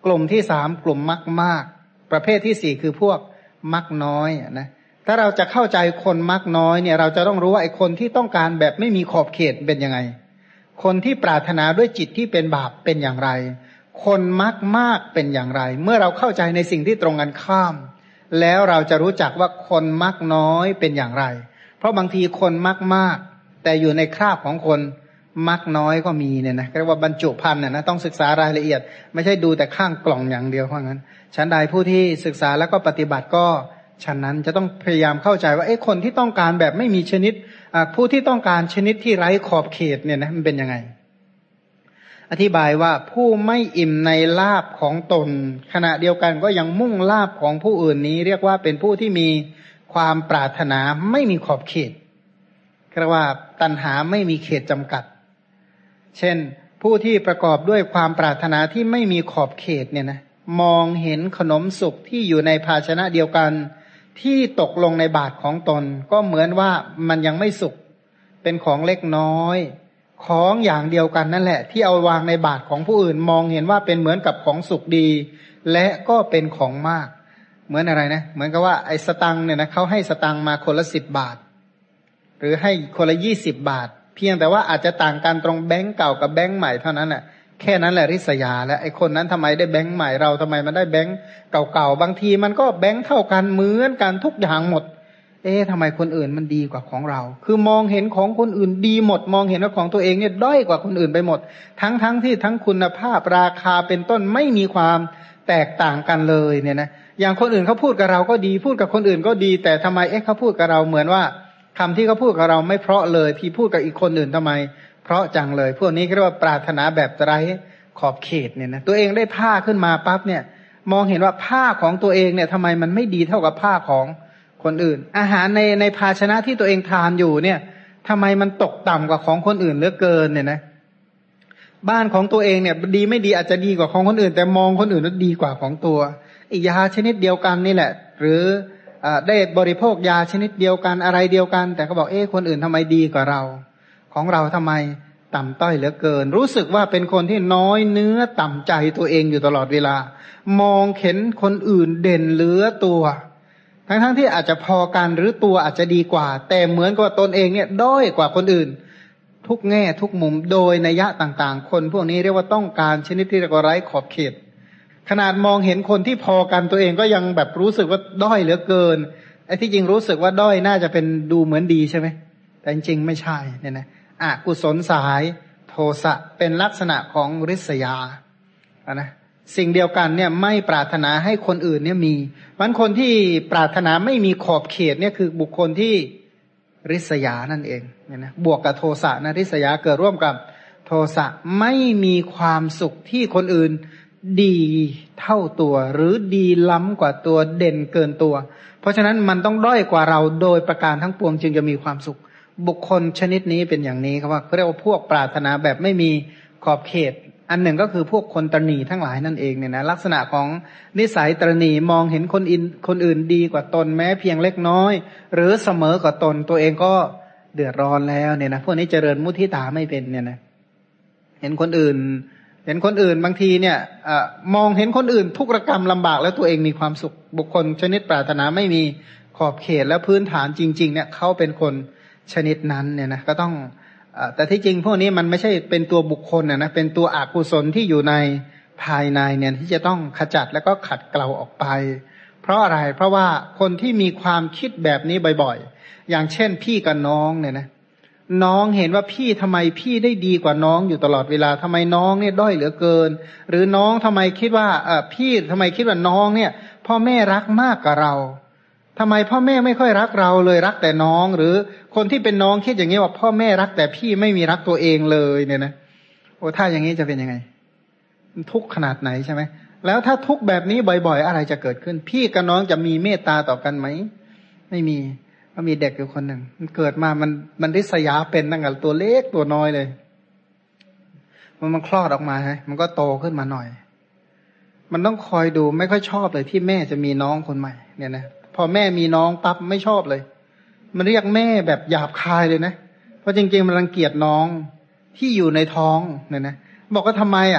กลุ่มที่สามกลุ่มมักมากประเภทที่สี่คือพวกมักน้อยนะถ้าเราจะเข้าใจคนมักน้อยเนี่ยเราจะต้องรู้ว่าไอ้คนที่ต้องการแบบไม่มีขอบเขตเป็นยังไงคนที่ปรารถนาด้วยจิตที่เป็นบาปเป็นอย่างไรคนมักมากเป็นอย่างไรเมื่อเราเข้าใจในสิ่งที่ตรงกันข้ามแล้วเราจะรู้จักว่าคนมักน้อยเป็นอย่างไรเพราะบางทีคนมักมากแต่อยู่ในคราบของคนมักน้อยก็มีเนี่ยนะเรียกว่าบรรจุภัณฑ์น่ะนะต้องศึกษารายละเอียดไม่ใช่ดูแต่ข้างกล่องอย่างเดียวเพราะงั้นฉันใดผู้ที่ศึกษาแล้วก็ปฏิบัติก็ฉะนั้นจะต้องพยายามเข้าใจว่าเอ๊ะคนที่ต้องการแบบไม่มีชนิดผู้ที่ต้องการชนิดที่ไร้ขอบเขตเนี่ยนะมันเป็นยังไงอธิบายว่าผู้ไม่อิ่มในลาภของตนขณะเดียวกันก็ยังมุ่งลาภของผู้อื่นนี้เรียกว่าเป็นผู้ที่มีความปรารถนาไม่มีขอบเขตเรียกว่าตัณหาไม่มีเขตจำกัดเช่นผู้ที่ประกอบด้วยความปรารถนาที่ไม่มีขอบเขตเนี่ยนะมองเห็นขนมสุกที่อยู่ในภาชนะเดียวกันที่ตกลงในบาตรของตนก็เหมือนว่ามันยังไม่สุกเป็นของเล็กน้อยของอย่างเดียวกันนั่นแหละที่เอาวางในบาตรของผู้อื่นมองเห็นว่าเป็นเหมือนกับของสุกดีและก็เป็นของมากเหมือนอะไรนะเหมือนกับว่าไอ้สตังค์เนี่ยนะเขาให้สตังค์มาคนละสิบบาทหรือให้คนละยี่สิบบาทเพียงแต่ว่าอาจจะต่างกันตรงแบงก์เก่ากับแบงก์ใหม่เท่านั้นแหละแค่นั้นแหละริษยาและไอ้คนนั้นทำไมได้แบงก์ใหม่เราทำไมมันได้แบงก์เก่าๆบางทีมันก็แบงก์เท่ากันเหมือนกันทุกอย่างหมดเอ๊ะทำไมคนอื่นมันดีกว่าของเราคือมองเห็นของคนอื่นดีหมดมองเห็นว่าของตัวเองเนี่ยด้อยกว่าคนอื่นไปหมดทั้งๆ ท, ที่ทั้งคุณภาพราคาเป็นต้นไม่มีความแตกต่างกันเลยเนี่ยนะอย่างคนอื่นเขาพูดกับเราก็ดีพูดกับคนอื่นก็ดีแต่ทำไมเอ๊ะเขาพูดกับเราเหมือนว่าคำที่เขาพูดกับเราไม่เพราะเลยที่พูดกับอีกคนอื่นทำไมเพราะจังเลยพวกนี้เรียกว่าปรารถนาแบบไร้ขอบเขตเนี่ยนะตัวเองได้ผ้าขึ้นมาปั๊บเนี่ยมองเห็นว่าผ้าของตัวเองเนี่ยทำไมมันไม่ดีเท่ากับผ้าของคนอื่นอาหารในในภาชนะที่ตัวเองทานอยู่เนี่ยทำไมมันตกต่ำกว่าของคนอื่นเหลือเกินเนี่ยนะบ้านของตัวเองเนี่ยดีไม่ดีอาจจะดีกว่าของคนอื่นแต่มองคนอื่นนั้นดีกว่าของตัวอีกยาชนิดเดียวกันนี่แหละหรือได้บริโภคยาชนิดเดียวกันอะไรเดียวกันแต่เขาบอกเอ๊ะคนอื่นทำไมดีกว่าเราของเราทำไมต่ำต้อยเหลือเกินรู้สึกว่าเป็นคนที่น้อยเนื้อต่ำใจตัวเองอยู่ตลอดเวลามองเห็นคนอื่นเด่นเหลือตัวทั้งๆ ท, ที่อาจจะพอกันหรือตัวอาจจะดีกว่าแต่เหมือนกับตนเองเนี่ยด้อยกว่าคนอื่นทุกแง่ทุกมุมโดยนัยยะต่างๆคนพวกนี้เรียกว่าต้องการชนิดที่เรียกว่าไร้ขอบเขตขนาดมองเห็นคนที่พอกันตัวเองก็ยังแบบรู้สึกว่าด้อยเหลือเกินไอ้ที่จริงรู้สึกว่าด้อยน่าจะเป็นดูเหมือนดีใช่ไหมแต่จริงๆไม่ใช่เนี่ยนะอกุศลสายโทสะเป็นลักษณะของริษยาอ่ะนะสิ่งเดียวกันเนี่ยไม่ปรารถนาให้คนอื่นเนี่ยมีมันคนที่ปรารถนาไม่มีขอบเขตเนี่ยคือบุคคลที่ริษยานั่นเองเนี่ยนะบวกกับโทสะนะริษยาเกิดร่วมกับโทสะไม่มีความสุขที่คนอื่นดีเท่าตัวหรือดีล้ำกว่าตัวเด่นเกินตัวเพราะฉะนั้นมันต้องด้อยกว่าเราโดยประการทั้งปวงจึงจะมีความสุขบุคคลชนิดนี้เป็นอย่างนี้ครับว่าเขาเรียกว่าพวกปรารถนาแบบไม่มีขอบเขตอันหนึ่งก็คือพวกคนตนีทั้งหลายนั่นเองเนี่ยนะลักษณะของนิสัยตนีมองเห็นคนอินคนอื่นดีกว่าตนแม้เพียงเล็กน้อยหรือเสมอกว่าตนตัวเองก็เดือดร้อนแล้วเนี่ยนะพวกนี้เจริญมุทิตาไม่เป็นเนี่ยนะเห็นคนอื่นเห็นคนอื่นบางทีเนี่ยอมองเห็นคนอื่นทุกข์ระกรรมลำบากแล้วตัวเองมีความสุขบุคคลชนิดปรารถนาไม่มีขอบเขตและพื้นฐานจริงๆเนี่ยเขาเป็นคนชนิดนั้นเนี่ยนะก็ต้องแต่ที่จริงพวกนี้มันไม่ใช่เป็นตัวบุคคลนะนะเป็นตัวอกุศลที่อยู่ในภายในเนี่ยที่จะต้องขจัดแล้วก็ขัดเกลาออกไปเพราะอะไรเพราะว่าคนที่มีความคิดแบบนี้บ่อยๆอย่างเช่นพี่กับน้องเนี่ยนะน้องเห็นว่าพี่ทำไมพี่ได้ดีกว่าน้องอยู่ตลอดเวลาทำไมน้องเนี่ยด้อยเหลือเกินหรือน้องทำไมคิดว่าเออพี่ทำไมคิดว่าน้องเนี่ยพ่อแม่รักมากกว่าเราทำไมพ่อแม่ไม่ค่อยรักเราเลยรักแต่น้องหรือคนที่เป็นน้องคิดอย่างนี้ว่าพ่อแม่รักแต่พี่ไม่มีรักตัวเองเลยเนี่ยนะโอ้ถ้าอย่างนี้จะเป็นยังไงทุกข์ขนาดไหนใช่ไหมแล้วถ้าทุกข์แบบนี้บ่อยๆอะไรจะเกิดขึ้นพี่กับน้องจะมีเมตตาต่อกันไหมไม่มีก็มีเด็กอยู่คนหนึ่งมันเกิดมามันมันริษยาเป็นตั้งแต่ตัวเล็กตัวน้อยเลยมันมันคลอดออกมาฮะมันก็โตขึ้นมาหน่อยมันต้องคอยดูไม่ค่อยชอบเลยที่แม่จะมีน้องคนใหม่เนี่ยนะพอแม่มีน้องปั๊บไม่ชอบเลยมันเรียกแม่แบบหยาบคายเลยนะเพราะจริงๆมันรังเกียจน้องที่อยู่ในท้องเนี่ยนะบอกว่าทำไมอ่ะเพ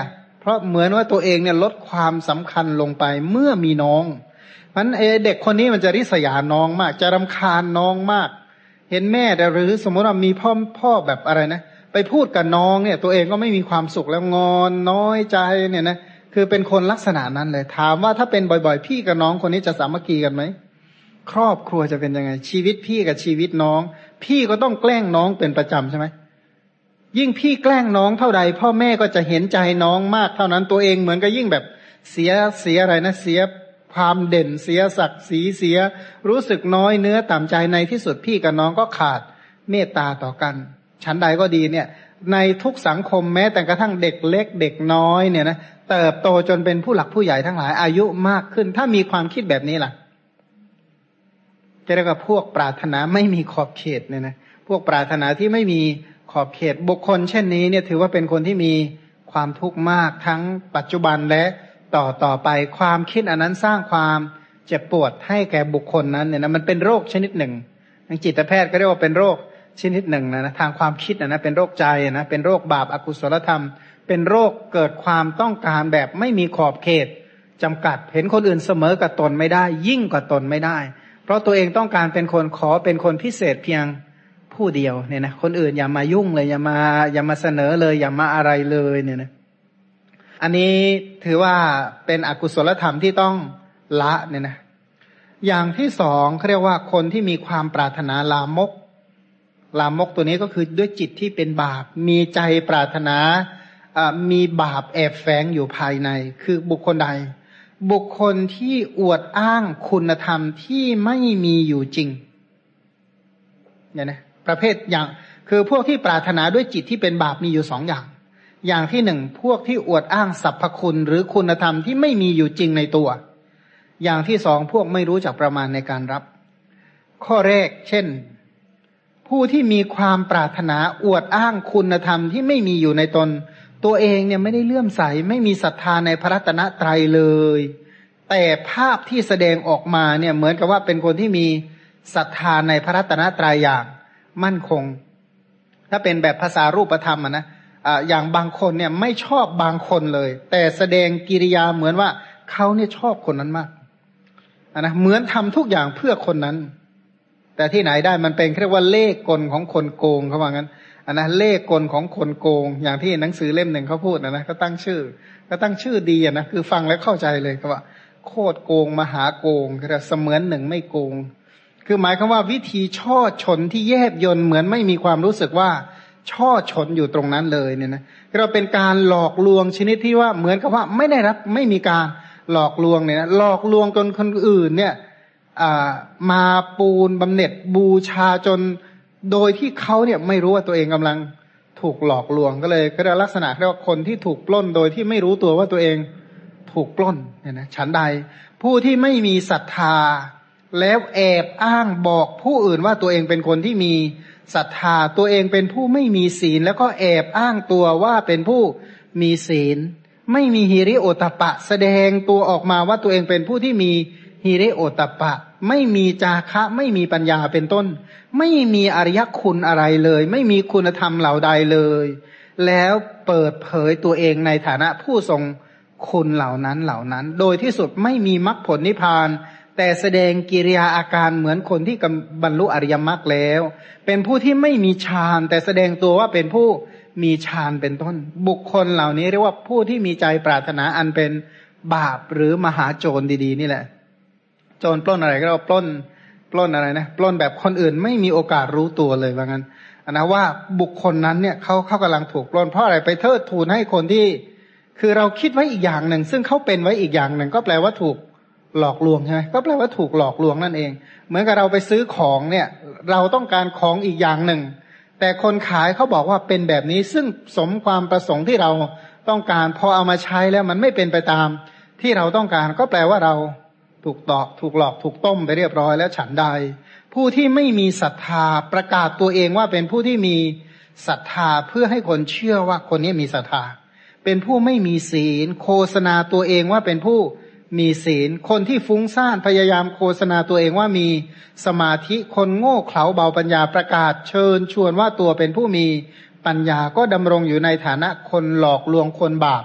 ราะเหมือนว่าตัวเองเนี่ยลดความสำคัญลงไปเมื่อมีน้องมันเด็กคนนี้มันจะริษยาน้องมากจะรำคาญน้องมากเห็นแม่แต่หรือสมมติว่ามีพ่อพ่อแบบอะไรนะไปพูดกับน้องเนี่ยตัวเองก็ไม่มีความสุขแล้วงอนน้อยใจเนี่ยนะคือเป็นคนลักษณะนั้นเลยถามว่าถ้าเป็นบ่อยๆพี่กับน้องคนนี้จะสามัคคีกันไหมครอบครัวจะเป็นยังไงชีวิตพี่กับชีวิตน้องพี่ก็ต้องแกล้งน้องเป็นประจำใช่ไหมยิ่งพี่แกล้งน้องเท่าใดพ่อแม่ก็จะเห็นใจน้องมากเท่านั้นตัวเองเหมือนกับยิ่งแบบเสียเสียอะไรนะเสียความเด่นเสียศักดิ์ศรีเสียรู้สึกน้อยเนื้อต่ำใจในที่สุดพี่กับน้องก็ขาดเมตตาต่อกันชั้นใดก็ดีเนี่ยในทุกสังคมแม้แต่กระทั่งเด็กเล็กเด็กน้อยเนี่ยนะเติบโตจนเป็นผู้หลักผู้ใหญ่ทั้งหลายอายุมากขึ้นถ้ามีความคิดแบบนี้ล่ะจะเรียกว่าพวกปรารถนาไม่มีขอบเขตเนี่ยนะพวกปรารถนาที่ไม่มีขอบเขตบุคคลเช่นนี้เนี่ยถือว่าเป็นคนที่มีความทุกข์มากทั้งปัจจุบันและต่อต่อไปความคิดอันนั้นสร้างความเจ็บปวดให้แก่บุคคลนั้นเนี่ยนะมันเป็นโรคชนิดหนึ่งทางจิตแพทย์ก็เรียกว่าเป็นโรคชนิดหนึ่งนะนะทางความคิดนะนะเป็นโรคใจนะเป็นโรคบาปอกุศลธรรมเป็นโรคเกิดความต้องการแบบไม่มีขอบเขตจำกัดเห็นคนอื่นเสมอกับตนไม่ได้ยิ่งกว่าตนไม่ได้เพราะตัวเองต้องการเป็นคนขอเป็นคนพิเศษเพียงผู้เดียวเนี่ยนะคนอื่นอย่ามายุ่งเลยอย่ามาอย่ามาเสนอเลยอย่ามาอะไรเลยเนี่ยนะอันนี้ถือว่าเป็นอกุศลธรรมที่ต้องละเนี่ยนะอย่างที่สองเขาเรียกว่าคนที่มีความปรารถนาลามกลามกตัวนี้ก็คือด้วยจิตที่เป็นบาปมีใจปรารถนามีบาปแอบแฝงอยู่ภายในคือบุคคลใดบุคคลที่อวดอ้างคุณธรรมที่ไม่มีอยู่จริงเนี่ยนะประเภทอย่างคือพวกที่ปรารถนาด้วยจิตที่เป็นบาปมีอยู่สองอย่างอย่างที่หนึ่งพวกที่อวดอ้างสรรพคุณหรือคุณธรรมที่ไม่มีอยู่จริงในตัวอย่างที่สองพวกไม่รู้จักประมาณในการรับข้อแรกเช่นผู้ที่มีความปรารถนาอวดอ้างคุณธรรมที่ไม่มีอยู่ในตนตัวเองเนี่ยไม่ได้เลื่อมใสไม่มีศรัทธาในพระรัตนตรัยเลยแต่ภาพที่แสดงออกมาเนี่ยเหมือนกับว่าเป็นคนที่มีศรัทธาในพระรัตนตรัยอย่างมั่นคงถ้าเป็นแบบภาษารูปธรรมนะอ่าอย่างบางคนเนี่ยไม่ชอบบางคนเลยแต่แสดงกิริยาเหมือนว่าเขาเนี่ยชอบคนนั้นมากนะเหมือนทำทุกอย่างเพื่อคนนั้นแต่ที่ไหนได้มันเป็นเรียกว่าเล่ห์กลของคนโกงเขาว่างั้นอันนะเล่ห์กลของคนโกงอย่างที่หนังสือเล่มหนึ่งเขาพูดนะนะก็ตั้งชื่อก็ตั้งชื่อดีนะคือฟังแล้วเข้าใจเลยครับว่าโคตรโกงมหาโกงคือเสมือนหนึ่งไม่โกงคือหมายความว่าวิธีช่อฉนที่แยบยลเหมือนไม่มีความรู้สึกว่าช่อฉนอยู่ตรงนั้นเลยเนี่ยนะเราเป็นการหลอกลวงชนิดที่ว่าเหมือนกับว่าไม่ได้รับไม่มีการหลอกลวงเนี่ยนะหลอกลวงจนคนอื่นเนี่ยมาปูนบำเหน็จบูชาจนโดยที่เขาเนี่ยไม่รู้ว่าตัวเองกำลังถูกหลอกลวงก็เลยก็ได้ลักษณะเรียกว่าคนที่ถูกปล้นโดยที่ไม่รู้ตัวว่าตัวเองถูกปล้นเนี่ยนะฉันใดผู้ที่ไม่มีศรัทธาแล้วแอบอ้างบอกผู้อื่นว่าตัวเองเป็นคนที่มีศรัทธาตัวเองเป็นผู้ไม่มีศีลแล้วก็แอบอ้างตัวว่าเป็นผู้มีศีลไม่มีหิริโอตตัปปะแสดงตัวออกมาว่าตัวเองเป็นผู้ที่มีหิริโอตตัปปะไม่มีจาคะไม่มีปัญญาเป็นต้นไม่มีอริยคุณอะไรเลยไม่มีคุณธรรมเหล่าใดเลยแล้วเปิดเผยตัวเองในฐานะผู้ทรงคุณเหล่านั้นเหล่านั้นโดยที่สุดไม่มีมรรคผลนิพพานแต่แสดงกิริยาอาการเหมือนคนที่บรรลุอริยมรรคแล้วเป็นผู้ที่ไม่มีฌานแต่แสดงตัวว่าเป็นผู้มีฌานเป็นต้นบุคคลเหล่านี้เรียกว่าผู้ที่มีใจปรารถนาอันเป็นบาปหรือมหาโจรดีๆนี่แหละโจรปล้นอะไรก็เราปล้นปล้นอะไรนะปล้นแบบคนอื่นไม่มีโอกาสรู้ตัวเลยว่างั้นอันนะว่าบุคคลนั้นเนี่ยเขาเขากำลังถูกปล้นเพราะอะไรไปเทิดทูนให้คนที่คือเราคิดไว้อีกอย่างหนึ่งซึ่งเขาเป็นไว้อีกอย่างหนึ่งก็แปลว่าถูกหลอกลวงใช่ไหมก็แปลว่าถูกหลอกลวงนั่นเองเหมือนกับเราไปซื้อของเนี่ยเราต้องการของอีกอย่างหนึ่งแต่คนขายเขาบอกว่าเป็นแบบนี้ซึ่งสมความประสงค์ที่เราต้องการพอเอามาใช้แล้วมันไม่เป็นไปตามที่เราต้องการก็แปลว่าเราถูกตอกถูกหลอกถูกต้มไปเรียบร้อยแล้วฉันใดผู้ที่ไม่มีศรัทธาประกาศตัวเองว่าเป็นผู้ที่มีศรัทธาเพื่อให้คนเชื่อว่าคนนี้มีศรัทธาเป็นผู้ไม่มีศีลโฆษณาตัวเองว่าเป็นผู้มีศีลคนที่ฟุ้งซ่านพยายามโฆษณาตัวเองว่ามีสมาธิคนโง่เขลาเบาปัญญาประกาศเชิญชวนว่าตัวเป็นผู้มีปัญญาก็ดำรงอยู่ในฐานะคนหลอกลวงคนบาป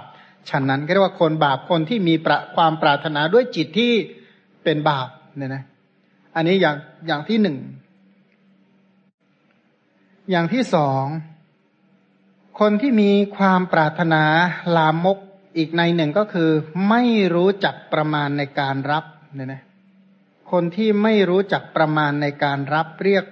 ฉันนั้นก็เรียกว่าคนบาปคนที่มีประความปรารถนาด้วยจิตที่เป็นบาปเนี่ยนะอันนี้อย่างอย่างที่หนึ่งอย่างที่สองคนที่มีความปรารถนาลามกอีกในหนึ่งก็คือไม่รู้จักประมาณในการรับเนี่ยนะคนที่ไม่รู้จักประมาณในการรับเรียก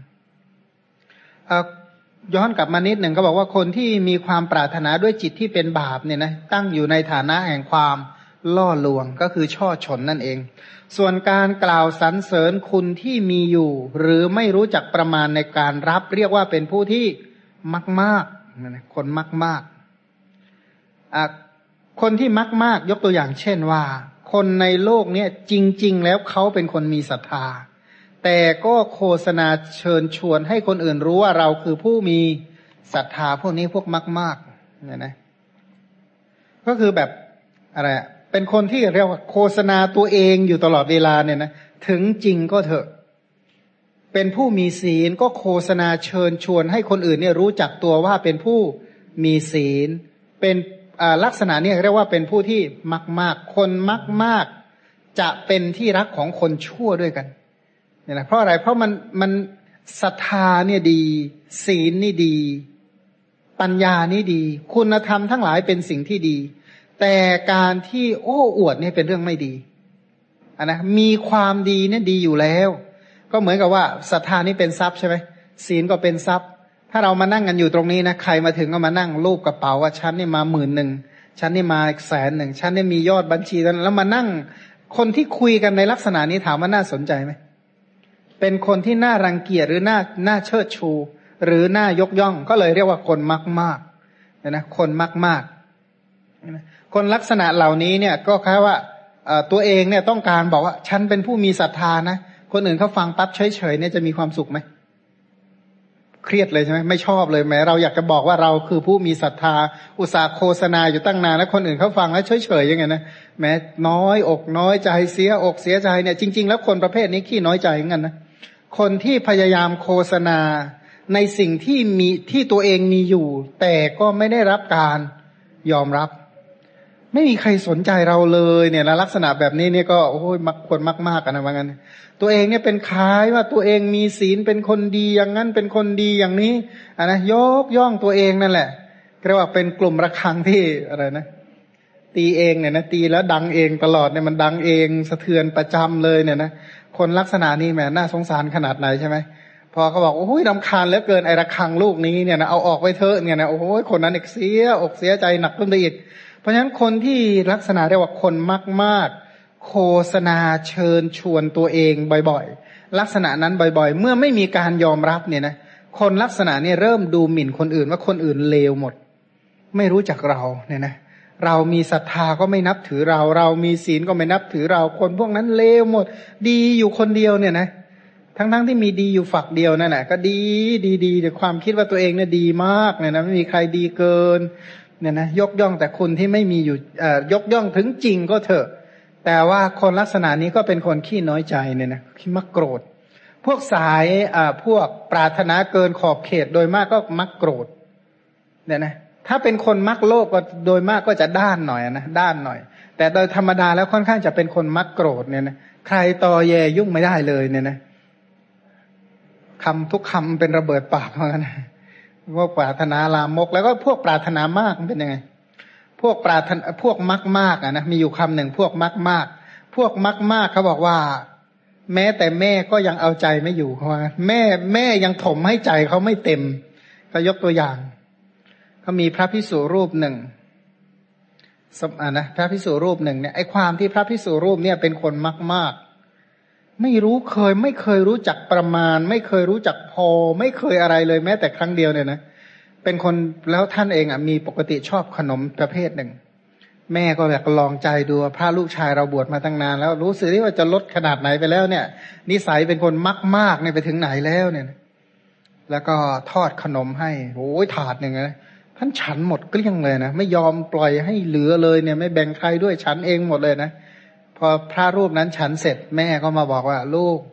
ย้อนกลับมานิดหนึ่งก็บอกว่าคนที่มีความปรารถนาด้วยจิตที่เป็นบาปเนี่ยนะตั้งอยู่ในฐานะแห่งความล่อลวงก็คือช่อฉนนั่นเองส่วนการกล่าวสรรเสริญคุณที่มีอยู่หรือไม่รู้จักประมาณในการรับเรียกว่าเป็นผู้ที่มักมากนะคนมักมากอ่ะคนที่มักมากยกตัวอย่างเช่นว่าคนในโลกนี้จริงๆแล้วเขาเป็นคนมีศรัทธาแต่ก็โฆษณาเชิญชวนให้คนอื่นรู้ว่าเราคือผู้มีศรัทธาพวกนี้พวกมากๆเนี่ยนะก็คือแบบอะไรเป็นคนที่เรียกว่าโฆษณาตัวเองอยู่ตลอดเวลาเนี่ยนะถึงจริงก็เถอะเป็นผู้มีศีลก็โฆษณาเชิญชวนให้คนอื่นเนี่ยรู้จักตัวว่าเป็นผู้มีศีลเป็นลักษณะนี้เรียกว่าเป็นผู้ที่มักมากคนมักมากจะเป็นที่รักของคนชั่วด้วยกันเนี่ยนะเพราะอะไรเพราะมันมันศรัทธาเนี่ยดีศีลนี่ดีปัญญานี่ดีคุณธรรมทั้งหลายเป็นสิ่งที่ดีแต่การที่โอ้อวดเนี่ยเป็นเรื่องไม่ดีอ่ะนะมีความดีเนี่ยดีอยู่แล้วก็เหมือนกับว่าศรัทธานี่เป็นทรัพย์ใช่ไหมศีลก็เป็นทรัพย์ถ้าเรามานั่งกันอยู่ตรงนี้นะใครมาถึงก็มานั่งรูปกระเป๋าว่าฉันนี่มาหมื่นหนึ่งฉันนี่มาแสนหนึ่งฉันนี่มียอดบัญชีแล้วมานั่งคนที่คุยกันในลักษณะนี้ถามว่าน่าสนใจไหมเป็นคนที่น่ารังเกียจหรือน่าน่าเชิดชูหรือน่ายกย่องก็เลยเรียกว่าคนมากมากนะคนมากมากคนลักษณะเหล่านี้เนี่ยก็แค่ว่าตัวเองเนี่ยต้องการบอกว่าฉันเป็นผู้มีศรัทธานะคนอื่นเขาฟังปั๊บเฉยๆเนี่ยจะมีความสุขไหมเครียดเลยใช่ไหมไม่ชอบเลยแม้เราอยากจะบอกว่าเราคือผู้มีศรัทธาอุตส่าห์โฆษณาอยู่ตั้งนานแล้วคนอื่นเขาฟังแล้วเฉยๆยังไงนะแม้น้อยอกน้อยใจเสียอกเสียใจเนี่ยจริงๆแล้วคนประเภทนี้ขี้น้อยใจเหมือนกันนะคนที่พยายามโฆษณาในสิ่งที่มีที่ตัวเองมีอยู่แต่ก็ไม่ได้รับการยอมรับไม่มีใครสนใจเราเลยเนี่ยลักษณะแบบนี้เนี่ยก็โอ้ยมักคนมากๆกันนะว่างั้นตัวเองเนี่ยเป็นคล้ายว่าตัวเองมีศีลเป็นคนดีอย่างนั้นเป็นคนดีอย่างนี้อ่ะนะยกย่องตัวเองนั่นแหละเรียกว่าเป็นกลุ่มระฆังที่อะไรนะตีเองเนี่ยนะตีแล้วดังเองตลอดเนี่ยมันดังเองสะเทือนประจำเลยเนี่ยนะคนลักษณะนี้แหมน่าสงสารขนาดไหนใช่ไหมพอเขาบอกโอ้ยรำคาญเหลือเกินไอ้ระฆังลูกนี้เนี่ยนะเอาออกไปเถอะเนี่ยนะโอ้ยคนนั้นเสียอกเสียใจหนักขึ้นไปอีกเพราะฉะนั้นคนที่ลักษณะเรียกว่าคนมากมากโฆษณาเชิญชวนตัวเองบ่อยๆลักษณะนั้นบ่อยๆเมื่อไม่มีการยอมรับเนี่ยนะคนลักษณะนี้เริ่มดูหมิ่นคนอื่นว่าคนอื่นเลวหมดไม่รู้จักเราเนี่ยนะเรามีศรัทธาก็ไม่นับถือเราเรามีศีลก็ไม่นับถือเราคนพวกนั้นเลวหมดดีอยู่คนเดียวเนี่ยนะทั้งๆที่มีดีอยู่ฝักเดียวนั่นแหละก็ดีดีดีแต่ความคิดว่าตัวเองเนี่ยดีมากเนี่ยนะไม่มีใครดีเกินเนี่ยนะยกย่องแต่คุณที่ไม่มีอยู่เอ่อยกย่องถึงจริงก็เถอะแต่ว่าคนลักษณะนี้ก็เป็นคนขี้น้อยใจเนี่ยนะขี้มักโกรธพวกสายอ่าพวกปรารถนาเกินขอบเขตโดยมากก็มักโกรธเนี่ยนะถ้าเป็นคนมักโลภก็โดยมากก็จะด้านหน่อยนะด้านหน่อยแต่โดยธรรมดาแล้วค่อนข้างจะเป็นคนมักโกรธเนี่ยนะใครตอแยยุ่งไม่ได้เลยเนี่ยนะคำทุกคำเป็นระเบิดปากเหมือนกันพวกปรารถนาลามกแล้วก็พวกปรารถนามากมันเป็นยังไงพวกปรารถนาพวกมักมากอ่ะนะมีอยู่คำหนึ่งพวกมักมากพวกมักมากเขาบอกว่าแม้แต่แม่ก็ยังเอาใจไม่อยู่เขาว่าแม่แม่ยังถมให้ใจเขาไม่เต็มก็ยกตัวอย่างเขามีพระภิกษุรูปหนึ่งสมอ่ะนะพระภิกษุรูปหนึ่งเนี่ยไอ้ความที่พระภิกษุรูปเนี่ยเป็นคนมักมากไม่รู้เคยไม่เคยรู้จักประมาณไม่เคยรู้จักพอไม่เคยอะไรเลยแม้แต่ครั้งเดียวเนี่ยนะเป็นคนแล้วท่านเองอ่ะมีปกติชอบขนมประเภทหนึ่งแม่ก็แบบลองใจดูพระลูกชายเราบวชมาตั้งนานแล้วรู้สึกว่าจะลดขนาดไหนไปแล้วเนี่ยนิสัยเป็นคนมักมากเนี่ยไปถึงไหนแล้วเนี่ยแล้วก็ทอดขนมให้โอ้ยถาดหนึ่งนะท่านฉันหมดเกลี้ยงเลยนะไม่ยอมปล่อยให้เหลือเลยเนี่ยไม่แบ่งใครด้วยฉันเองหมดเลยนะพอพระรูปนั้นฉันเสร็จแม่ก็มาบอกว่าลูก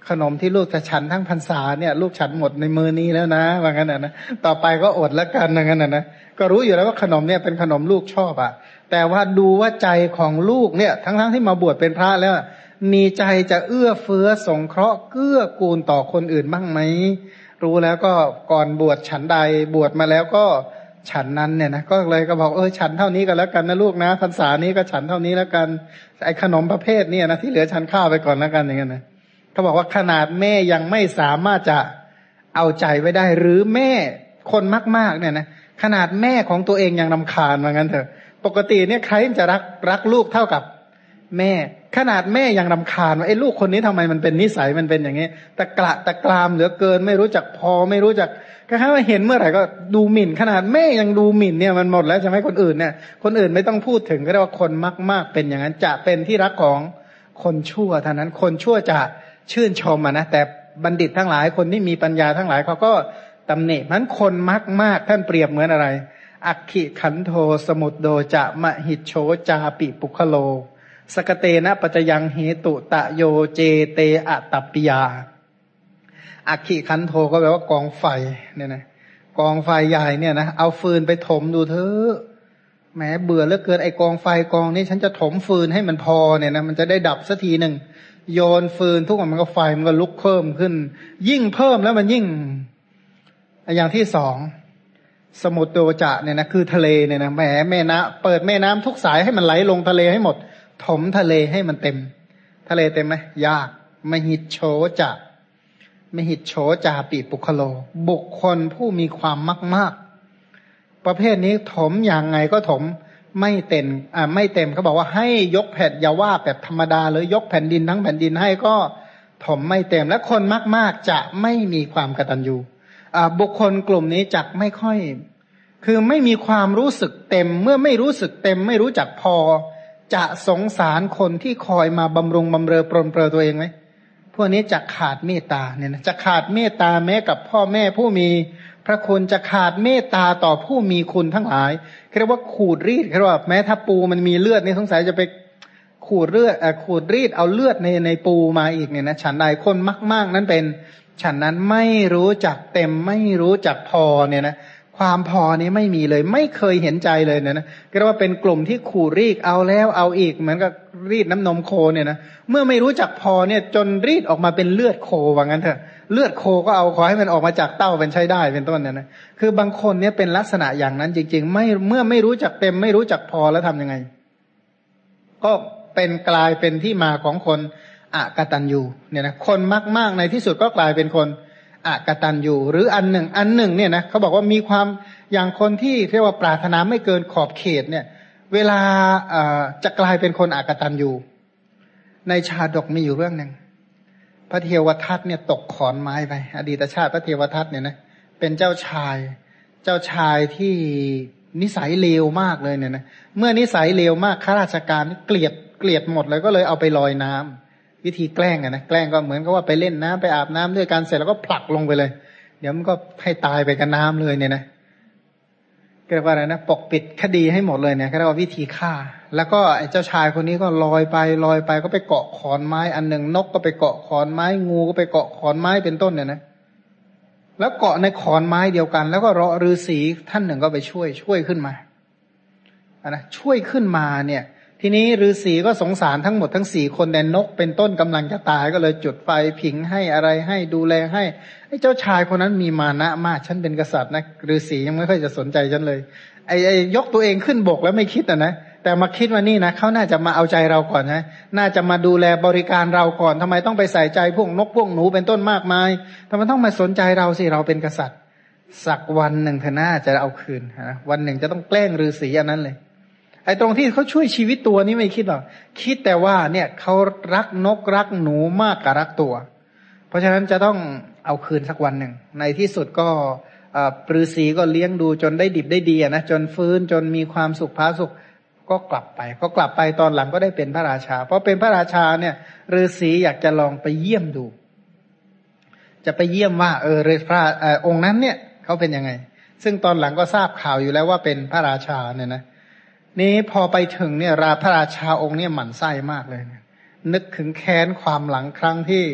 ขนมที่ลูกจะฉันทั้งพรรษาเนี่ยลูกฉันหมดในมือนี้แล้วนะว่างั้นนะนะต่อไปก็อดแล้วกันว่างั้นนะนะก็รู้อยู่แล้วว่าขนมเนี่ยเป็นขนมลูกชอบอ่ะแต่ว่าดูว่าใจของลูกเนี่ยทั้งๆ ท, ที่มาบวชเป็นพระแล้วมีใจจะเอื้อเฟื้อสงเคราะห์เกื้อกูลต่อคนอื่นบ้างไหมรู้แล้วก็ก่อนบวชฉันใดบวชมาแล้วก็ฉันนั้นเนี่ยนะก็เลยก็บอกเออฉันเท่านี้กันแล้วกันนะลูกนะพรรษานี้ก็ฉันเท่านี้แล้วกันไอ้ขนมประเภทเนี่ยนะที่เหลือฉันข้าวไปก่อนแล้วกันอย่างเงี้ยนะเขาบอกว่าขนาดแม่ยังไม่สามารถจะเอาใจไว้ได้หรือแม่คนมากๆเนี่ยนะขนาดแม่ของตัวเองยังรำคาญว่างั้นเถอะปกติเนี่ยใครจะรักรักลูกเท่ากับแม่ขนาดแม่ยังรำคาญว่าไอ้ลูกคนนี้ทำไมมันเป็นนิสัยมันเป็นอย่างนี้ตะกระตะกรามเหลือเกินไม่รู้จักพอไม่รู้จักแค่ว่าเห็นเมื่อไหร่ก็ดูหมิ่นขนาดแม่ยังดูหมิ่นเนี่ยมันหมดแล้วใช่ไหมคนอื่นเนี่ยคนอื่นไม่ต้องพูดถึงก็เรียกว่าคนมากๆเป็นอย่างนั้นจะเป็นที่รักของคนชั่วเท่านั้นคนชั่วจะชื่นชมอ่ะนะแต่บัณฑิตทั้งหลายคนที่มีปัญญาทั้งหลายเขาก็ตำหนิมันคนมากๆท่านเปรียบเหมือนอะไรอักขิขันโทสมุดโดจะมหิตโชจาปิปุคโลสกเตนะปัจยังเหตุตะโยเจเตอะตัปปิยาอักขิขันโทก็แปลว่ากองไฟเนี่ยนะกองไฟใหญ่เนี่ยนะเอาฟืนไปถมดูเถอะแหมเบื่อเหลือเกินไอกองไฟกองนี้ฉันจะถมฟืนให้มันพอเนี่ยนะมันจะได้ดับสักทีหนึ่งโยนฟืนทุกวันมันก็ไฟมันก็ลุกเพิ่มขึ้นยิ่งเพิ่มแล้วมันยิ่งอย่างที่สองสมุทรโดจะเนี่ยนะคือทะเลเนี่ยนะแหมแม่น้ำเปิดแม่น้ำทุกสายให้มันไหลลงทะเลให้หมดถมทะเลให้มันเต็มทะเลเต็มไหมยากมหิตโฉจะมหิตโฉจาปิปุคโลบุคคลผู้มีความมากมากประเภทนี้ถมอย่างไงก็ถมไม่เต็มอ่าไม่เต็มเขาบอกว่าให้ยกแผ่นอย่าว่าแบบธรรมดาเลยยกแผ่นดินทั้งแผ่นดินให้ก็ถมไม่เต็มและคนมากๆจะไม่มีความกตัญญูอ่าบุคคลกลุ่มนี้จักไม่ค่อยคือไม่มีความรู้สึกเต็มเมื่อไม่รู้สึกเต็มไม่รู้จักพอจะสงสารคนที่คอยมาบำรุงบำเรอปรนเปรอตัวเองไหมพวกนี้จะขาดเมตตาเนี่ยนะจะขาดเมตตาแม้กับพ่อแม่ผู้มีพระคุณจะขาดเมตตาต่อผู้มีคุณทั้งหลายเรียกว่าขูดรีดเรียกว่าแม้ถ้าปูมันมีเลือดนี่สงสัยจะไปขูดเลือดเอ่อขูดรีดเอาเลือดในในปูมาอีกเนี่ยนะฉันใดคนมากๆนั้นเป็นฉันนั้นไม่รู้จักเต็มไม่รู้จักพอเนี่ยนะความพอนี้ไม่มีเลยไม่เคยเห็นใจเลยเนี่ยนะก็เรียกว่าเป็นกลุ่มที่ขูดรีดเอาแล้วเอาอีกเหมือนกับรีดน้ำนมโคเนี่ยนะเมื่อไม่รู้จักพอเนี่ยจนรีดออกมาเป็นเลือดโคว่างั้นเถอะเลือดโคก็เอาขอให้มันออกมาจากเต้าเป็นใช้ได้เป็นต้นเนี่ยนะคือบางคนเนี่ยเป็นลักษณะอย่างนั้นจริงๆไม่เมื่อไม่รู้จักเต็มไม่รู้จักพอแล้วทำยังไงก็เป็นกลายเป็นที่มาของคนอกตัญญูเนี่ยนะคนมากๆในที่สุดก็กลายเป็นคนอกตัญญูหรืออันหนึ่งอันหนึ่งเนี่ยนะเขาบอกว่ามีความอย่างคนที่เรียกว่าปรารถนาไม่เกินขอบเขตเนี่ยเวลาจะกลายเป็นคนอกตัญญูในชาดกมีอยู่เรื่องหนึ่งพระเทวทัตเนี่ยตกขอนไม้ไปอดีตชาติพระเทวทัตเนี่ยนะเป็นเจ้าชายเจ้าชายที่นิสัยเลวมากเลยเนี่ยนะเมื่อนิสัยเลวมากข้าราชการเกลียดเกลียดหมดเลยก็เลยเอาไปลอยน้ำวิธีแกล้งอะนะแกล้งก็เหมือนกับว่าไปเล่นน้ำไปอาบน้ำด้วยกันเสร็จแล้วก็ผลักลงไปเลยเดี๋ยวมันก็ให้ตายไปกับน้ำเลยเนี่ยนะเรียกว่าอะไรนะปกปิดคดีให้หมดเลยเนี่ยเรียกว่าวิธีฆ่าแล้วก็ไอ้เจ้าชายคนนี้ก็ลอยไปลอยไปก็ไปเกาะขอนไม้อันหนึ่งนกก็ไปเกาะขอนไม้งูก็ไปเกาะขอนไม้เป็นต้นเนี่ยนะแล้วเกาะในขอนไม้เดียวกันแล้วก็รอฤาษีท่านหนึ่งก็ไปช่วยช่วยขึ้นมาอ่ะนะช่วยขึ้นมาเนี่ยทีนี้ฤาษีก็สงสารทั้งหมดทั้งสี่คนแต่นกเป็นต้นกำลังจะตายก็เลยจุดไฟผิงให้อะไรให้ดูแลให้ไอ้เจ้าชายคนนั้นมีมานะมากฉันเป็นกษัตริย์นะฤาษียังไม่ค่อยจะสนใจฉันเลยไอ้ไอ้ยกตัวเองขึ้นบกแล้วไม่คิดอ่ะนะแต่มาคิดว่านี่นะเขาน่าจะมาเอาใจเราก่อนนะน่าจะมาดูแลบริการเราก่อนทำไมต้องไปใส่ใจพวกนกพวกหนูเป็นต้นมากมายทำไมต้องมาสนใจเราสิเราเป็นกษัตริย์สักวันหนึ่งเธอน่าจะเอาคืนนะวันหนึ่งจะต้องแกล้งฤาษีอันนั้นเลยไอ้ตรงที่เขาช่วยชีวิตตัวนี้ไม่คิดหรอกคิดแต่ว่าเนี่ยเขารักนกรักหนูมากกว่ารักตัวเพราะฉะนั้นจะต้องเอาคืนสักวันหนึ่งในที่สุดก็ฤาษีก็เลี้ยงดูจนได้ดิบได้ดีนะจนฟื้นจนมีความสุขผาสุขก็กลับไปก็กลับไปตอนหลังก็ได้เป็นพระราชาเพราะเป็นพระราชาเนี่ยฤาษีอยากจะลองไปเยี่ยมดูจะไปเยี่ยมว่าเออพระองค์นั้นเนี่ยเขาเป็นยังไงซึ่งตอนหลังก็ทราบข่าวอยู่แล้วว่าเป็นพระราชาเนี่ยนะนี้พอไปถึงเนี่ยราพระราชาองค์เนี่ยหมั่นไส้มากเลยนะนึกถึงแค้นความหลังครั้งที่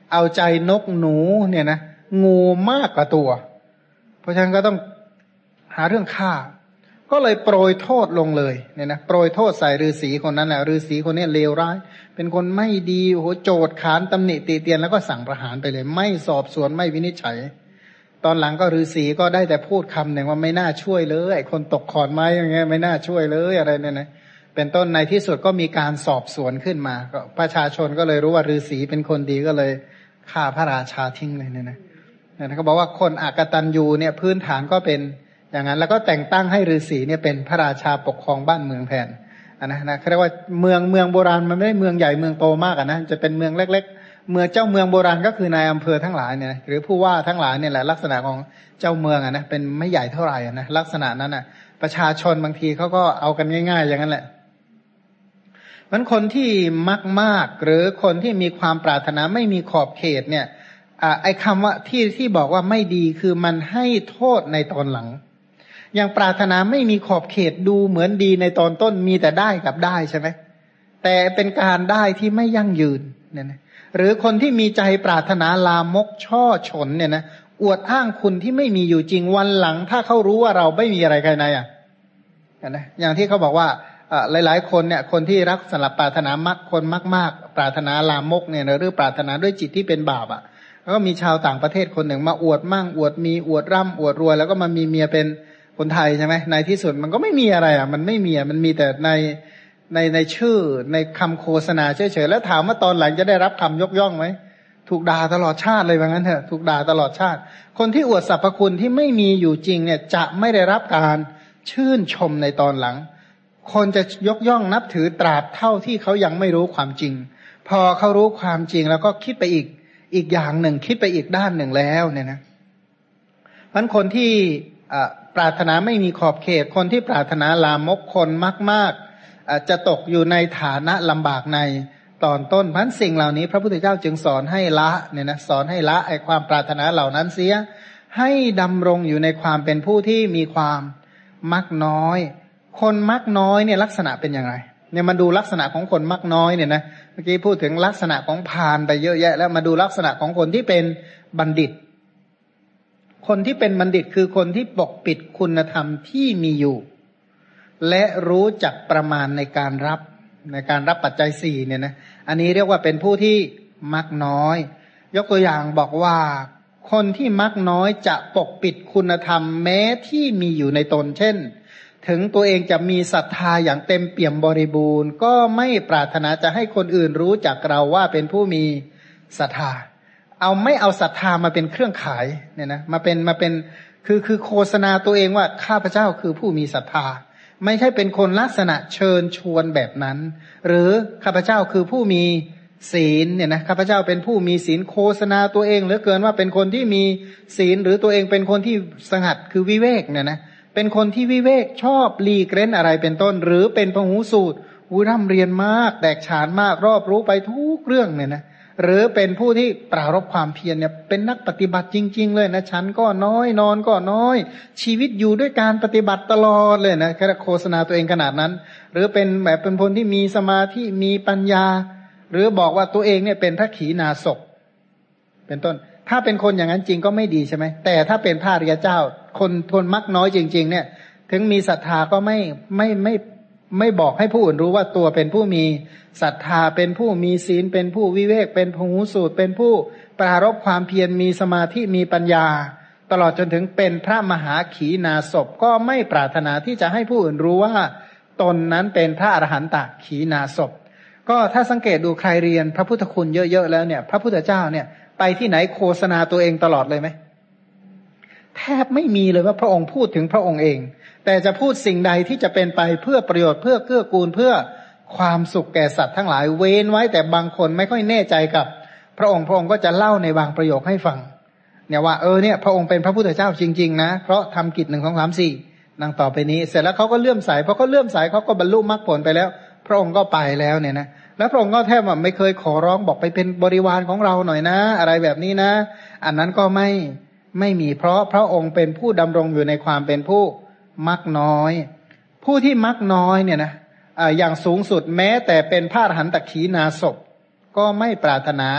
เอาใจนกหนูเนี่ยนะงูมากกว่าตัวเพราะฉะนั้นก็ต้องหาเรื่องฆ่าก็เลยโปรยโทษลงเลยเนี่ยนะโปรยโทษใส่ฤาษีคนนั้นแหละฤาษีคนนี้เลวร้ายเป็นคนไม่ดีโอ้โหโจดขานตำหนิติเตียนแล้วก็สั่งประหารไปเลยไม่สอบสวนไม่วินิจฉัยตอนหลังก็ฤาษีก็ได้แต่พูดคำหนึ่งว่าไม่น่าช่วยเลยไอ้คนตกขอนไม้อย่างเงี้ยไม่น่าช่วยเลยอะไรเนี่ยนะเป็นต้นในที่สุดก็มีการสอบสวนขึ้นมาก็ประชาชนก็เลยรู้ว่าฤาษีเป็นคนดีก็เลยฆ่าพระราชาทิ้งเลยเนี่ยนะเนี่ยเขาบอกว่าคนอกตัญญูเนี่ยพื้นฐานก็เป็นอย่างนั้นแล้วก็แต่งตั้งให้ฤาษีเนี่ยเป็นพระราชาปกครองบ้านเมืองแทนอันนะนะเขาเรียกว่าเมืองเมืองโบราณมันไม่ได้เมืองใหญ่เมืองโตมากอ่ะนะจะเป็นเมืองเล็กๆเมืองเจ้าเมืองโบราณก็คือนายอำเภอทั้งหลายเนี่ยหรือผู้ว่าทั้งหลายเนี่ยแหละลักษณะของเจ้าเมืองอ่ะนะเป็นไม่ใหญ่เท่าไหร่อ่ะนะลักษณะนั้นอ่ะประชาชนบางทีเขาก็เอากันง่ายๆอย่างนั้นแหละมันคนที่มักมากหรือคนที่มีความปรารถนาไม่มีขอบเขตเนี่ยอ่าไอ้คำว่าที่ที่บอกว่าไม่ดีคือมันให้โทษในตอนหลังอย่างปรารถนาไม่มีขอบเขตดูเหมือนดีในตอนต้นมีแต่ได้กับได้ใช่ไหมแต่เป็นการได้ที่ไม่ยั่งยืนเนี่ยนะหรือคนที่มีใจปรารถนาลามกช่อฉนเนี่ยนะอวดอ้างคุณที่ไม่มีอยู่จริงวันหลังถ้าเขารู้ว่าเราไม่มีอะไรภายในอ่ะนะอย่างที่เขาบอกว่าหลายๆคนเนี่ยคนที่รักสลับปรารถนามากคนมากๆปรารถนาลามกเนี่ยหรือปรารถนาด้วยจิตที่เป็นบาปอ่ะแล้วก็มีชาวต่างประเทศคนหนึ่งมาอวดมั่งอวดมีอวดร่ำอวดรวยแล้วก็มามีเมียเป็นคนไทยใช่ไหมในที่สุดมันก็ไม่มีอะไรอ่ะมันไม่มีอ่ะมันมีแต่ในในในชื่อในคำโฆษณาเฉยๆแล้วถามว่าตอนหลังจะได้รับคำยกย่องไหมถูกด่าตลอดชาติเลยว่างั้นเถอะถูกด่าตลอดชาติคนที่อวดสรรพคุณที่ไม่มีอยู่จริงเนี่ยจะไม่ได้รับการชื่นชมในตอนหลังคนจะยกย่องนับถือตราบเท่าที่เขายังไม่รู้ความจริงพอเขารู้ความจริงแล้วก็คิดไปอีกอีกอย่างหนึ่งคิดไปอีกด้านหนึ่งแล้วเนี่ยนะเพราะคนที่ปรารถนาไม่มีขอบเขตคนที่ปรารถนาลามกคนมากๆจะตกอยู่ในฐานะลำบากในตอนต้นพันสิ่งเหล่านี้พระพุทธเจ้าจึงสอนให้ละเนี่ยนะสอนให้ละไอความปรารถนาเหล่านั้นเสียให้ดำรงอยู่ในความเป็นผู้ที่มีความมักน้อยคนมักน้อยเนี่ยลักษณะเป็นอย่างไรเนี่ยมาดูลักษณะของคนมักน้อยเนี่ยนะเมื่อกี้พูดถึงลักษณะของพาลไปเยอะแยะแล้วมาดูลักษณะของคนที่เป็นบัณฑิตคนที่เป็นบัณฑิตคือคนที่ปกปิดคุณธรรมที่มีอยู่และรู้จักประมาณในการรับในการรับปัจจัยสี่เนี่ยนะอันนี้เรียกว่าเป็นผู้ที่มักน้อยยกตัวอย่างบอกว่าคนที่มักน้อยจะปกปิดคุณธรรมแม้ที่มีอยู่ในตนเช่นถึงตัวเองจะมีศรัทธาอย่างเต็มเปี่ยมบริบูรณ์ก็ไม่ปรารถนาจะให้คนอื่นรู้จักเราว่าเป็นผู้มีศรัทธาเอาไม่เอาศรัทธามาเป็นเครื่องขายเนี่ยนะมาเป็นมาเป็นคือคือโฆษณาตัวเองว่าข้าพเจ้าคือผู้มีศรัทธาไม่ใช่เป็นคนลักษณะเชิญชวนแบบนั้นหรือข้าพเจ้าคือผู้มีศีลเนี่ยนะข้าพเจ้าเป็นผู้มีศีลโฆษณาตัวเองเหลือเกินว่าเป็นคนที่มีศีลหรือตัวเองเป็นคนที่สงัดคือวิเวกเนี่ยนะเป็นคนที่วิเวกชอบหลีกเล่นอะไรเป็นต้นหรือเป็นพหูสูตรอุร่ำเรียนมากแตกฉานมากรอบรู้ไปทุกเรื่องเนี่ยนะหรือเป็นผู้ที่ปรารภความเพียรเนี่ยเป็นนักปฏิบัติจริงๆเลยนะฉันก็น้อยนอนก็น้อยชีวิตอยู่ด้วยการปฏิบัติตลอดเลยนะแค่โฆษณาตัวเองขนาดนั้นหรือเป็นแบบเป็นคนที่มีสมาธิมีปัญญาหรือบอกว่าตัวเองเนี่ยเป็นพระขีณาสพเป็นต้นถ้าเป็นคนอย่างนั้นจริงก็ไม่ดีใช่ไหมแต่ถ้าเป็นพระอริยเจ้าคนทนมักน้อยจริงๆเนี่ยถึงมีศรัทธาก็ไม่ไม่ไม่ไม่บอกให้ผู้อื่นรู้ว่าตัวเป็นผู้มีศรัทธาเป็นผู้มีศีลเป็นผู้วิเวกเป็นพหูสูตรเป็นผู้ปรารภความเพียรมีสมาธิมีปัญญาตลอดจนถึงเป็นพระมหาขีณาสพก็ไม่ปรารถนาที่จะให้ผู้อื่นรู้ว่าตนนั้นเป็นพระอรหันตขีณาสพก็ถ้าสังเกตดูใครเรียนพระพุทธคุณเยอะๆแล้วเนี่ยพระพุทธเจ้าเนี่ยไปที่ไหนโฆษณาตัวเองตลอดเลยไหมแทบไม่มีเลยว่าพระองค์พูดถึงพระองค์เองแต่จะพูดสิ่งใดที่จะเป็นไปเพื่อประโยชน์เพื่อเกื้อกูลเพื่อความสุขแก่สัตว์ทั้งหลายเว้นไว้แต่บางคนไม่ค่อยแน่ใจกับพระองค์พระองค์ก็จะเล่าในบางประโยคให้ฟังเนี่ยว่าเออเนี่ยพระองค์เป็นพระพุทธเจ้าจริงๆนะเพราะทำกิจหนึ่งสองสามสี่ดังต่อไปนี้เสร็จแล้วเขาก็เลื่อมใสเพราะเขาเลื่อมใสเขาก็บรรลุมรรคผลไปแล้วพระองค์ก็ไปแล้วเนี่ยนะแล้วพระองค์ก็แทบว่าไม่เคยขอร้องบอกไปเป็นบริวารของเราหน่อยนะอะไรแบบนี้นะอันนั้นก็ไม่ไม่มีเพราะพระองค์เป็นผู้ดำรงอยู่ในความเป็นผู้มักน้อยผู้ที่มักน้อยเนี่ยนะอย่างสูงสุดแม้แต่เป็นพระอรหันตขีณาสพก็ไม่ปรารถนา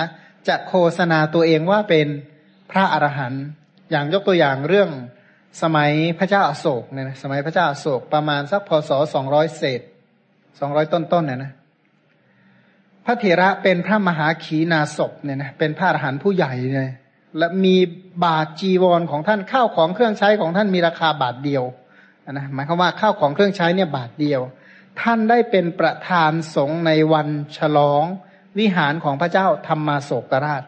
จะโฆษณาตัวเองว่าเป็นพระอรหันต์อย่างยกตัวอย่างเรื่องสมัยพระเจ้าอโศกเนี่ยนะสมัยพระเจ้าอโศกประมาณสักพศสองร้อยเศษสองร้อยต้นๆเนี่ยนะพระเถระเป็นพระมหาขีณาสพเนี่ยนะเป็นพระอรหันต์ผู้ใหญ่เลยและมีบาทจีวรของท่านข้าวของเครื่องใช้ของท่านมีราคาบาทเดียวนะหมายความว่าข้าวของเครื่องใช้เนี่ยบาทเดียวท่านได้เป็นประธานสงฆ์ในวันฉลองวิหารของพระเจ้าธรรมาโศกราช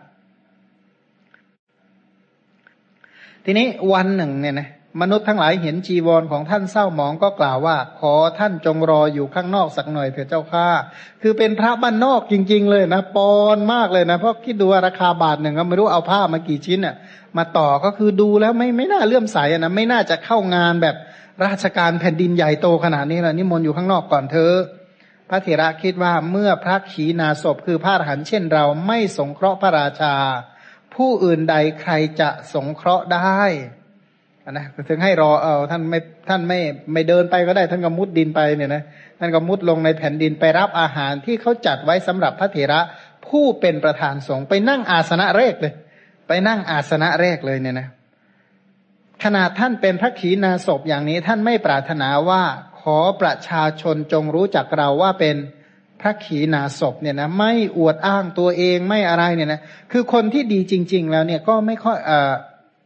ทีนี้วันหนึ่งเนี่ยนะมนุษย์ทั้งหลายเห็นจีวรของท่านเศร้าหมองก็กล่าวว่าขอท่านจงรออยู่ข้างนอกสักหน่อยเถิดเจ้าข้าคือเป็นพระบ้านนอกจริงๆเลยนะปอนมากเลยนะเพราะคิดดูราคาบาทหนึ่งก็ไม่รู้เอาผ้ามากี่ชิ้นอ่ะมาต่อก็คือดูแล้วไม่ไม่น่าเลื่อมใสนะไม่น่าจะเข้างานแบบราชการแผ่นดินใหญ่โตขนาดนี้เลยนิมนต์อยู่ข้างนอกก่อนเถอะพระเถระคิดว่าเมื่อพระขีณาสพคือพระอรหันต์เช่นเราไม่สงเคราะห์พระราชาผู้อื่นใดใครจะสงเคราะห์ได้นะถึงให้รอเอาท่านไม่ท่านไม่ไม่เดินไปก็ได้ท่านก็มุดดินไปเนี่ยนะท่านก็มุดลงในแผ่นดินไปรับอาหารที่เขาจัดไว้สำหรับพระเถระผู้เป็นประธานสงฆ์ไปนั่งอาสนะแรกเลยไปนั่งอาสนะแรกเลยเนี่ยนะขนาดท่านเป็นพระขีณาสพอย่างนี้ท่านไม่ปรารถนาว่าขอประชาชนจงรู้จักเราว่าเป็นพระขีณาสพเนี่ยนะไม่อวดอ้างตัวเองไม่อะไรเนี่ยนะคือคนที่ดีจริงๆแล้วเนี่ยก็ไม่ค่อยเอ่อ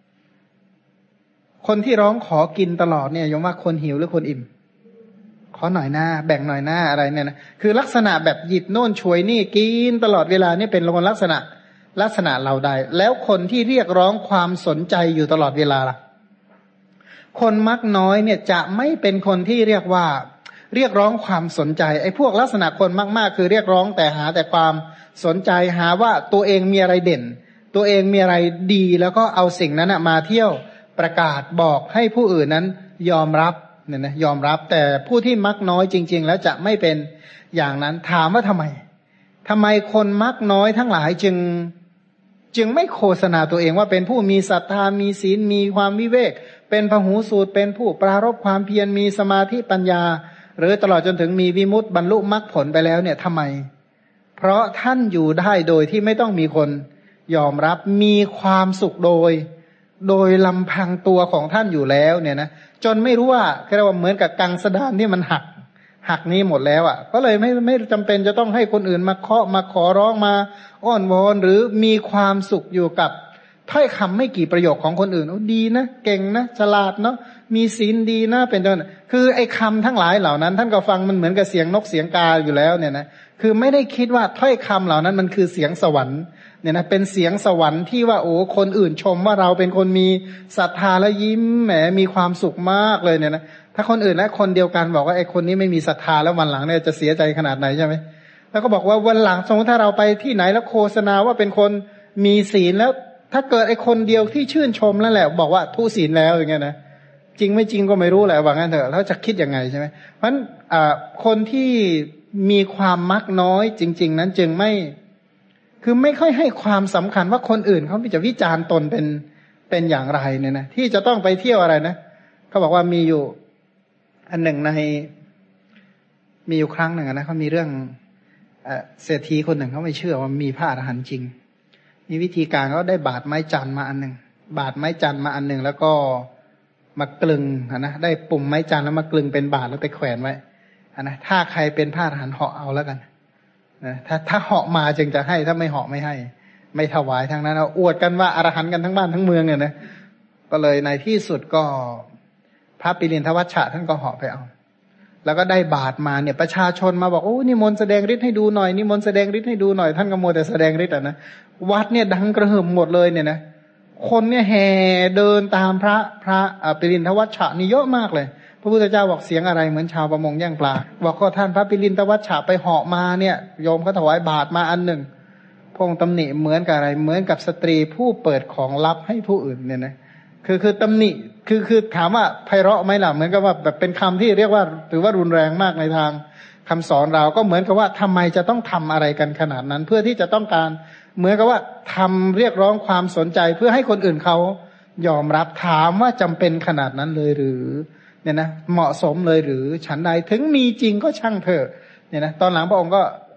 คนที่ร้องขอกินตลอดเนี่ยยอมว่าคนหิวหรือคนอิ่มขอหน่อยหน้าแบ่งหน่อยหน้าอะไรเนี่ยนะคือลักษณะแบบหยิบโน่นช่วยนี่กินตลอดเวลานี่เป็นคนลักษณะลักษณะเราใดแล้วคนที่เรียกร้องความสนใจอยู่ตลอดเวลาล่ะคนมักน้อยเนี่ยจะไม่เป็นคนที่เรียกว่าเรียกร้องความสนใจไอ้พวกลักษณะคนมากๆคือเรียกร้องแต่หาแต่ความสนใจหาว่าตัวเองมีอะไรเด่นตัวเองมีอะไรดีแล้วก็เอาสิ่งนั้นมาเที่ยวประกาศบอกให้ผู้อื่นนั้นยอมรับเนี่ยนะยอมรับแต่ผู้ที่มักน้อยจริงๆแล้วจะไม่เป็นอย่างนั้นถามว่าทำไมทำไมคนมักน้อยทั้งหลายจึงจึงไม่โฆษณาตัวเองว่าเป็นผู้มีศรัทธามีศีลมีความวิเวกเป็นพหูสูตรเป็นผู้ปรารภความเพียรมีสมาธิปัญญาหรือตลอดจนถึงมีวิมุตติบรรลุมรรคผลไปแล้วเนี่ยทำไมเพราะท่านอยู่ได้โดยที่ไม่ต้องมีคนยอมรับมีความสุขโดยโดยลำพังตัวของท่านอยู่แล้วเนี่ยนะจนไม่รู้ว่าเรียกว่าเหมือนกับกังสดานที่มันหักหักนี้หมดแล้วอ่ะก็เลยไม่ไม่จำเป็นจะต้องให้คนอื่นมาเคาะมาขอร้องมาอ้อนวอนหรือมีความสุขอยู่กับถ้อยคำไม่กี่ประโยคของคนอื่นโอ้ดีนะเก่งนะฉลาดเนาะมีศีลดีนะเป็นต้นคือไอ้คำทั้งหลายเหล่านั้นท่านก็ฟังมันเหมือนกับเสียงนกเสียงกาอยู่แล้วเนี่ยนะคือไม่ได้คิดว่าถ้อยคำเหล่านั้นมันคือเสียงสวรรค์เนี่ยนะเป็นเสียงสวรรค์ที่ว่าโอ้คนอื่นชมว่าเราเป็นคนมีศรัทธาและยิ้มแหมมีความสุขมากเลยเนี่ยนะถ้าคนอื่นและคนเดียวกันบอกว่าไอ้คนนี้ไม่มีศรัทธาแล้ววันหลังเนี่ยจะเสียใจขนาดไหนใช่ไหมแล้วก็บอกว่าวันหลังสมมติถ้าเราไปที่ไหนแล้วโฆษณาว่าเป็นคนมีศีลแล้วถ้าเกิดไอ้คนเดียวที่ชื่นชมแล้วแหละบอกว่าทุศีลแล้วอย่างเงี้ยนะจริงไม่จริงก็ไม่รู้แหละว่างั้นเถอะแล้วจะคิดยังไงใช่ไหมเพราะฉะนั้นคนที่มีความมักน้อยจริงๆนั้นจึงไม่คือไม่ค่อยให้ความสำคัญว่าคนอื่นเขาจะวิจารณ์ตนเป็นเป็นอย่างไรเนี่ยนะที่จะต้องไปเที่ยวอะไรนะเขาบอกว่ามีอยู่อันหนึ่งในมีอยู่ครั้งหนึ่งนะเขามีเรื่องเศรษฐีคนหนึ่งเขาไม่เชื่อว่ามีพระอรหันต์จริงมีวิธีการเขาได้บาดไม้จันมาอันหนึ่งบาดไม้จันมาอันหนึ่งแล้วก็มากลึงนะได้ปุ่มไม้จันแล้วมากลึงเป็นบาดแล้วไปแขวนไว้นะถ้าใครเป็นพระอรหันต์เหาะเอาแล้วกันนะถ้าถ้าเหาะมาจึงจะให้ถ้าไม่เหาะไม่ให้ไม่ถวายทั้งนั้นเอาอวดกันว่าอรหันต์กันทั้งบ้านทั้งเมืองเนี่ยนะก็เลยในที่สุดก็พระปิรินทวัชชะท่านก็เหาะไปเอาแล้วก็ได้บาตรมาเนี่ยประชาชนมาบอกโอ้นิมนต์แสดงฤทธิ์ให้ดูหน่อยนิมนต์แสดงฤทธิ์ให้ดูหน่อยท่านก็มัวแต่แสดงฤทธิ์อ่ะนะวัดเนี่ยดังกระหึ่มหมดเลยเนี่ยนะคนเนี่ยแห่เดินตามพระพระปิรินทวัชชะนี่เยอะมากเลยพระพุทธเจ้าบอกเสียงอะไรเหมือนชาวประมงย่างปลาบอกก็ท่านพระปิรินทวัชชะไปเหาะมาเนี่ยโยมก็ถวายบาตรมาอันหนึ่งพงตำหนิเหมือนกับอะไรเหมือนกับสตรีผู้เปิดของลับให้ผู้อื่นเนี่ยนะคือคือตำหนิคือคือถามว่าไพเราะไหมล่ะเหมือนกับว่าแบบเป็นคำที่เรียกว่าถือว่ารุนแรงมากในทางคำสอนเราก็เหมือนกับว่าทำไมจะต้องทำอะไรกันขนาดนั้นเพื่อที่จะต้องการเหมือนกับว่าทำเรียกร้องความสนใจเพื่อให้คนอื่นเขายอมรับถามว่าจำเป็นขนาดนั้นเลยหรือเนี่ยนะเหมาะสมเลยหรือฉันใดถึงมีจริงก็ช่างเถอะเนี่ยนะตอนหลังพระองค์ก็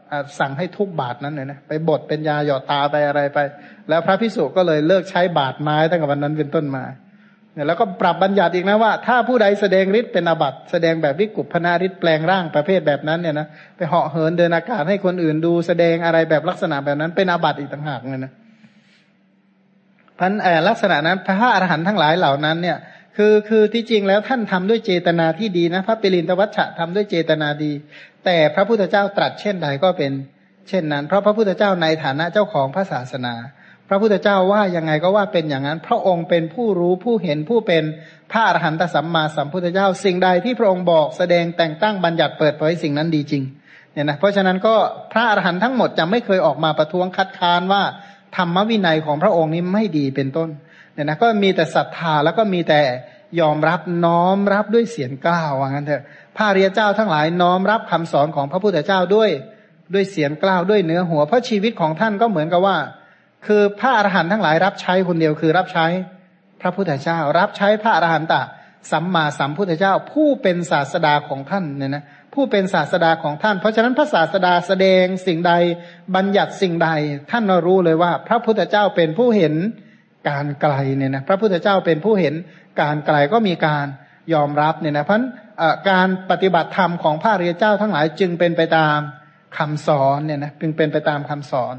สั่งให้ทุบบาทนั้นเลยนะไปบดเป็นยาหยอดตาไปอะไรไปแล้วพระภิกษุก็เลยเลิกใช้บาทไม้ตั้งแต่วันนั้นเป็นต้นมาเนี่ยแล้วก็ปรับบัญญัติอีกนะว่าถ้าผู้ใดแสดงฤทธิ์เป็นอาบัติแสดงแบบวิกุปพนาฤทธิ์แปลงร่างประเภทแบบนั้นเนี่ยนะไปเหาะเหินเดินอากาศให้คนอื่นดูแสดงอะไรแบบลักษณะแบบนั้นเป็นอาบัติอีกต่างหากเลยนะพันแอลักษณะนั้นพระอรหันต์ทั้งหลายเหล่านั้นเนี่ยคือคือที่จริงแล้วท่านทำด้วยเจตนาที่ดีนะพระปิรินทวัชชะทำด้วยเจตนาดีแต่พระพุทธเจ้าตรัสเช่นใดก็เป็นเช่นนั้นเพราะพระพุทธเจ้าในฐานะเจ้าของพระศาสนาพระพุทธเจ้าว่ายังไงก็ว่าเป็นอย่างนั้นพระองค์เป็นผู้รู้ผู้เห็นผู้เป็นพระอรหันตสัมมาสัมพุทธเจ้าสิ่งใดที่พระองค์บอกแสดงแต่งตั้งบัญญัติเปิดเผยสิ่งนั้นดีจริงเนี่ยนะเพราะฉะนั้นก็พระอรหันต์ทั้งหมดจะไม่เคยออกมาประท้วงคัดค้านว่าธรรมวินัยของพระองค์นี้ไม่ดีเป็นต้นเนี่ยนะก็มีแต่ศรัทธาแล้วก็มีแต่ยอมรับน้อมรับด้วยเสียงกล้าวว่างั้นเถอะพระอริยเจ้าทั้งหลายน้อมรับคำสอนของพระพุทธเจ้าด้วยด้วยเสียงกล้าวด้วยเนื้อหัวเพราะชีวิตของท่านก็เหมือนกับว่าคือพระอรหันต์ทั้งหลายรับใช้คนเดียวคือรับใช้พระพุทธเจ้ารับใช้พระอรหันตะสัมมาสัมพุทธเจ้าผู้เป็นศาสดาของท่านเนี่ยนะผู้เป็นศาสดาของท่านเพราะฉะนั้นพระศาสดาแสดงสิ่งใดบัญญัติสิ่งใดท่านเรารู้เลยว่าพระพุทธเจ้าเป็นผู้เห็นการไกลเนี่ยนะพระพุทธเจ้าเป็นผู้เห็นการไกลก็มีการยอมรับเนี่ยนะเพราะการปฏิบัติธรรมของพระอริยเจ้าทั้งหลายจึงเป็นไปตามคำสอนเนี่ยนะจึงเป็นไปตามคำสอน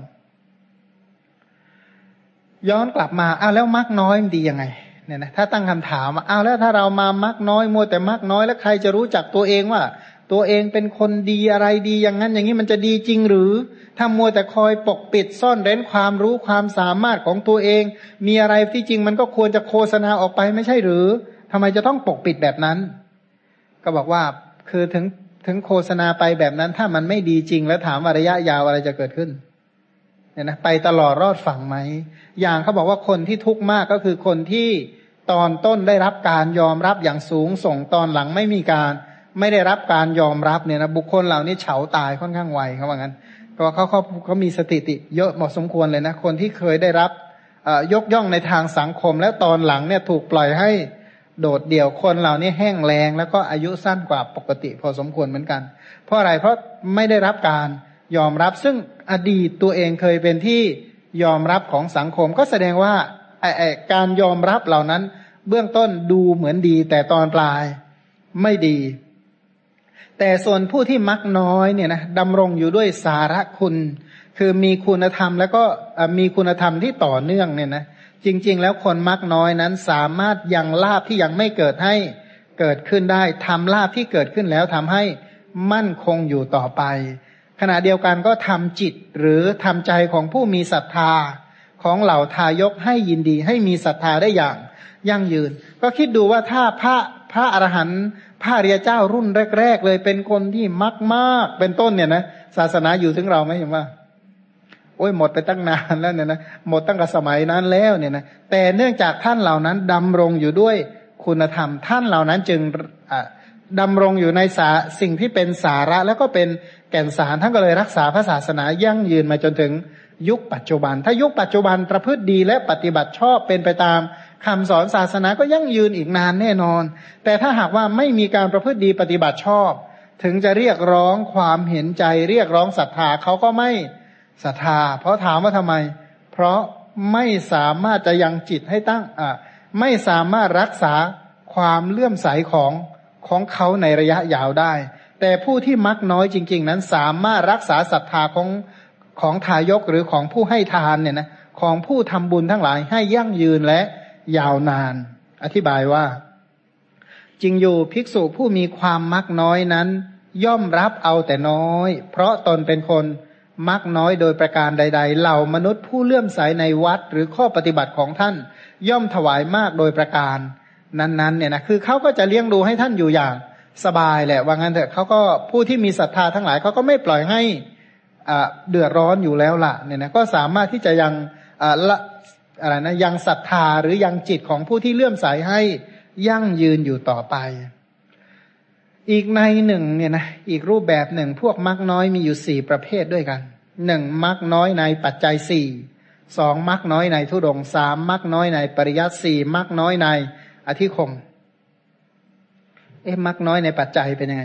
ย้อนกลับมาอ้าวแล้วมรรคน้อยมันดียังไงเนี่ยนะถ้าตั้งคำถามอ้าวแล้วถ้าเรามามรรคน้อยมัวแต่มรรคน้อยแล้วใครจะรู้จักตัวเองว่าตัวเองเป็นคนดีอะไรดีอย่างนั้นอย่างนี้มันจะดีจริงหรือถ้ามัวแต่คอยปกปิดซ่อนเร้นความรู้ความสามารถของตัวเองมีอะไรที่จริงมันก็ควรจะโฆษณาออกไปไม่ใช่หรือทำไมจะต้องปกปิดแบบนั้นก็บอกว่าคือถึงถึงโฆษณาไปแบบนั้นถ้ามันไม่ดีจริงแล้วถามว่าระยะยาวอะไรจะเกิดขึ้นเนี่ยนะไปตลอดรอดฝั่งไหมอย่างเขาบอกว่าคนที่ทุกข์มากก็คือคนที่ตอนต้นได้รับการยอมรับอย่างสูงส่งตอนหลังไม่มีการไม่ได้รับการยอมรับเนี่ยนะบุคคลเหล่านี้เฉาตายค่อนข้างไวเขาว่างั้นเพราะเขาเขาเขามีสถิติเยอะเหมาะสมควรเลยนะคนที่เคยได้รับยกย่องในทางสังคมแล้วตอนหลังเนี่ยถูกปล่อยให้โดดเดี่ยวคนเหล่านี้แห้งแล้งแล้วก็อายุสั้นกว่าปกติพอสมควรเหมือนกันเพราะอะไรเพราะไม่ได้รับการยอมรับซึ่งอดีตตัวเองเคยเป็นที่ยอมรับของสังคมก็แสดงว่าไอ้ไอ้การยอมรับเหล่านั้นเบื้องต้นดูเหมือนดีแต่ตอนปลายไม่ดีแต่ส่วนผู้ที่มักน้อยเนี่ยนะดำรงอยู่ด้วยสาระคุณคือมีคุณธรรมแล้วก็มีคุณธรรมที่ต่อเนื่องเนี่ยนะจริงๆแล้วคนมักน้อยนั้นสามารถยังลาภที่ยังไม่เกิดให้เกิดขึ้นได้ทำลาภที่เกิดขึ้นแล้วทำให้มั่นคงอยู่ต่อไปขณะเดียวกันก็ทำจิตหรือทำใจของผู้มีศรัทธาของเหล่าทายกให้ยินดีให้มีศรัทธาได้อย่างยั่งยืนก็คิดดูว่าถ้าพระพระอรหันต์พระอริยเจ้ารุ่นแรกๆเลยเป็นคนที่มักมากเป็นต้นเนี่ยนะศาสนาอยู่ถึงเราไหมเห็นว่าโอ้ยหมดไปตั้งนานแล้วเนี่ยนะหมดตั้งแต่สมัยนั้นแล้วเนี่ยนะแต่เนื่องจากท่านเหล่านั้นดำรงอยู่ด้วยคุณธรรมท่านเหล่านั้นจึงดำรงอยู่ในสาสิ่งที่เป็นสาระแล้วก็เป็นแก่นสารท่านก็เลยรักษาพระศาสนายั่งยืนมาจนถึงยุคปัจจุบันถ้ายุคปัจจุบันประพฤติดีและปฏิบัติชอบเป็นไปตามคำสอนศาสนาก็ยั่งยืนอีกนานแน่นอนแต่ถ้าหากว่าไม่มีการประพฤติดีปฏิบัติชอบถึงจะเรียกร้องความเห็นใจเรียกร้องศรัทธาเขาก็ไม่ศรัทธาเพราะถามว่าทำไมเพราะไม่สามารถจะยังจิตให้ตั้งอ่าไม่สามารถรักษาความเลื่อมใสของของเขาในระยะยาวได้แต่ผู้ที่มักน้อยจริงๆนั้นสามารถรักษาศรัทธาของของทายกหรือของผู้ให้ทานเนี่ยนะของผู้ทำบุญทั้งหลายให้ยั่งยืนและยาวนานอธิบายว่าจริงอยู่ภิกษุผู้มีความมักน้อยนั้นย่อมรับเอาแต่น้อยเพราะตนเป็นคนมักน้อยโดยประการใดๆเหล่ามนุษย์ผู้เลื่อมใสในวัดหรือข้อปฏิบัติของท่านย่อมถวายมากโดยประการนั้นๆเนี่ยนะคือเขาก็จะเลี้ยงดูให้ท่านอยู่อย่างสบายแหละว่างั้นเถอะเขาก็ผู้ที่มีศรัทธาทั้งหลายเขาก็ไม่ปล่อยให้อ่าเดือดร้อนอยู่แล้วล่ะเนี่ยนะก็สามารถที่จะยังอ่าละอะไรนะยังศรัทธาหรือยังจิตของผู้ที่เลื่อมใสให้ยั่งยืนอยู่ต่อไปอีกในหนึ่งเนี่ยนะอีกรูปแบบหนึ่งพวกมักน้อยมีอยู่สี่ประเภทด้วยกันหนึ่งมักน้อยในปัจจัยสี่สองมักน้อยในธุดงค์สามมักน้อยในปริยัติสี่มักน้อยในอธิคมเอ๊ะมักน้อยในปัจจัยเป็นยังไง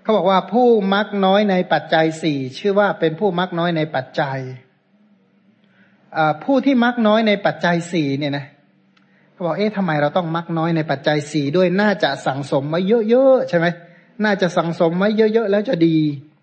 เขาบอกว่าผู้มักน้อยในปัจจัยสี่ชื่อว่าเป็นผู้มักน้อยในปัจจัยผู้ที่มักน้อยในปัจจัยสี่เนี่ยนะเขาบอกเอ๊ะทำไมเราต้องมักน้อยในปัจจัยสี่ด้วยน่าจะสั่งสมไว้เยอะๆใช่ไหมน่าจะสั่งสมไว้เยอะๆแล้วจะดี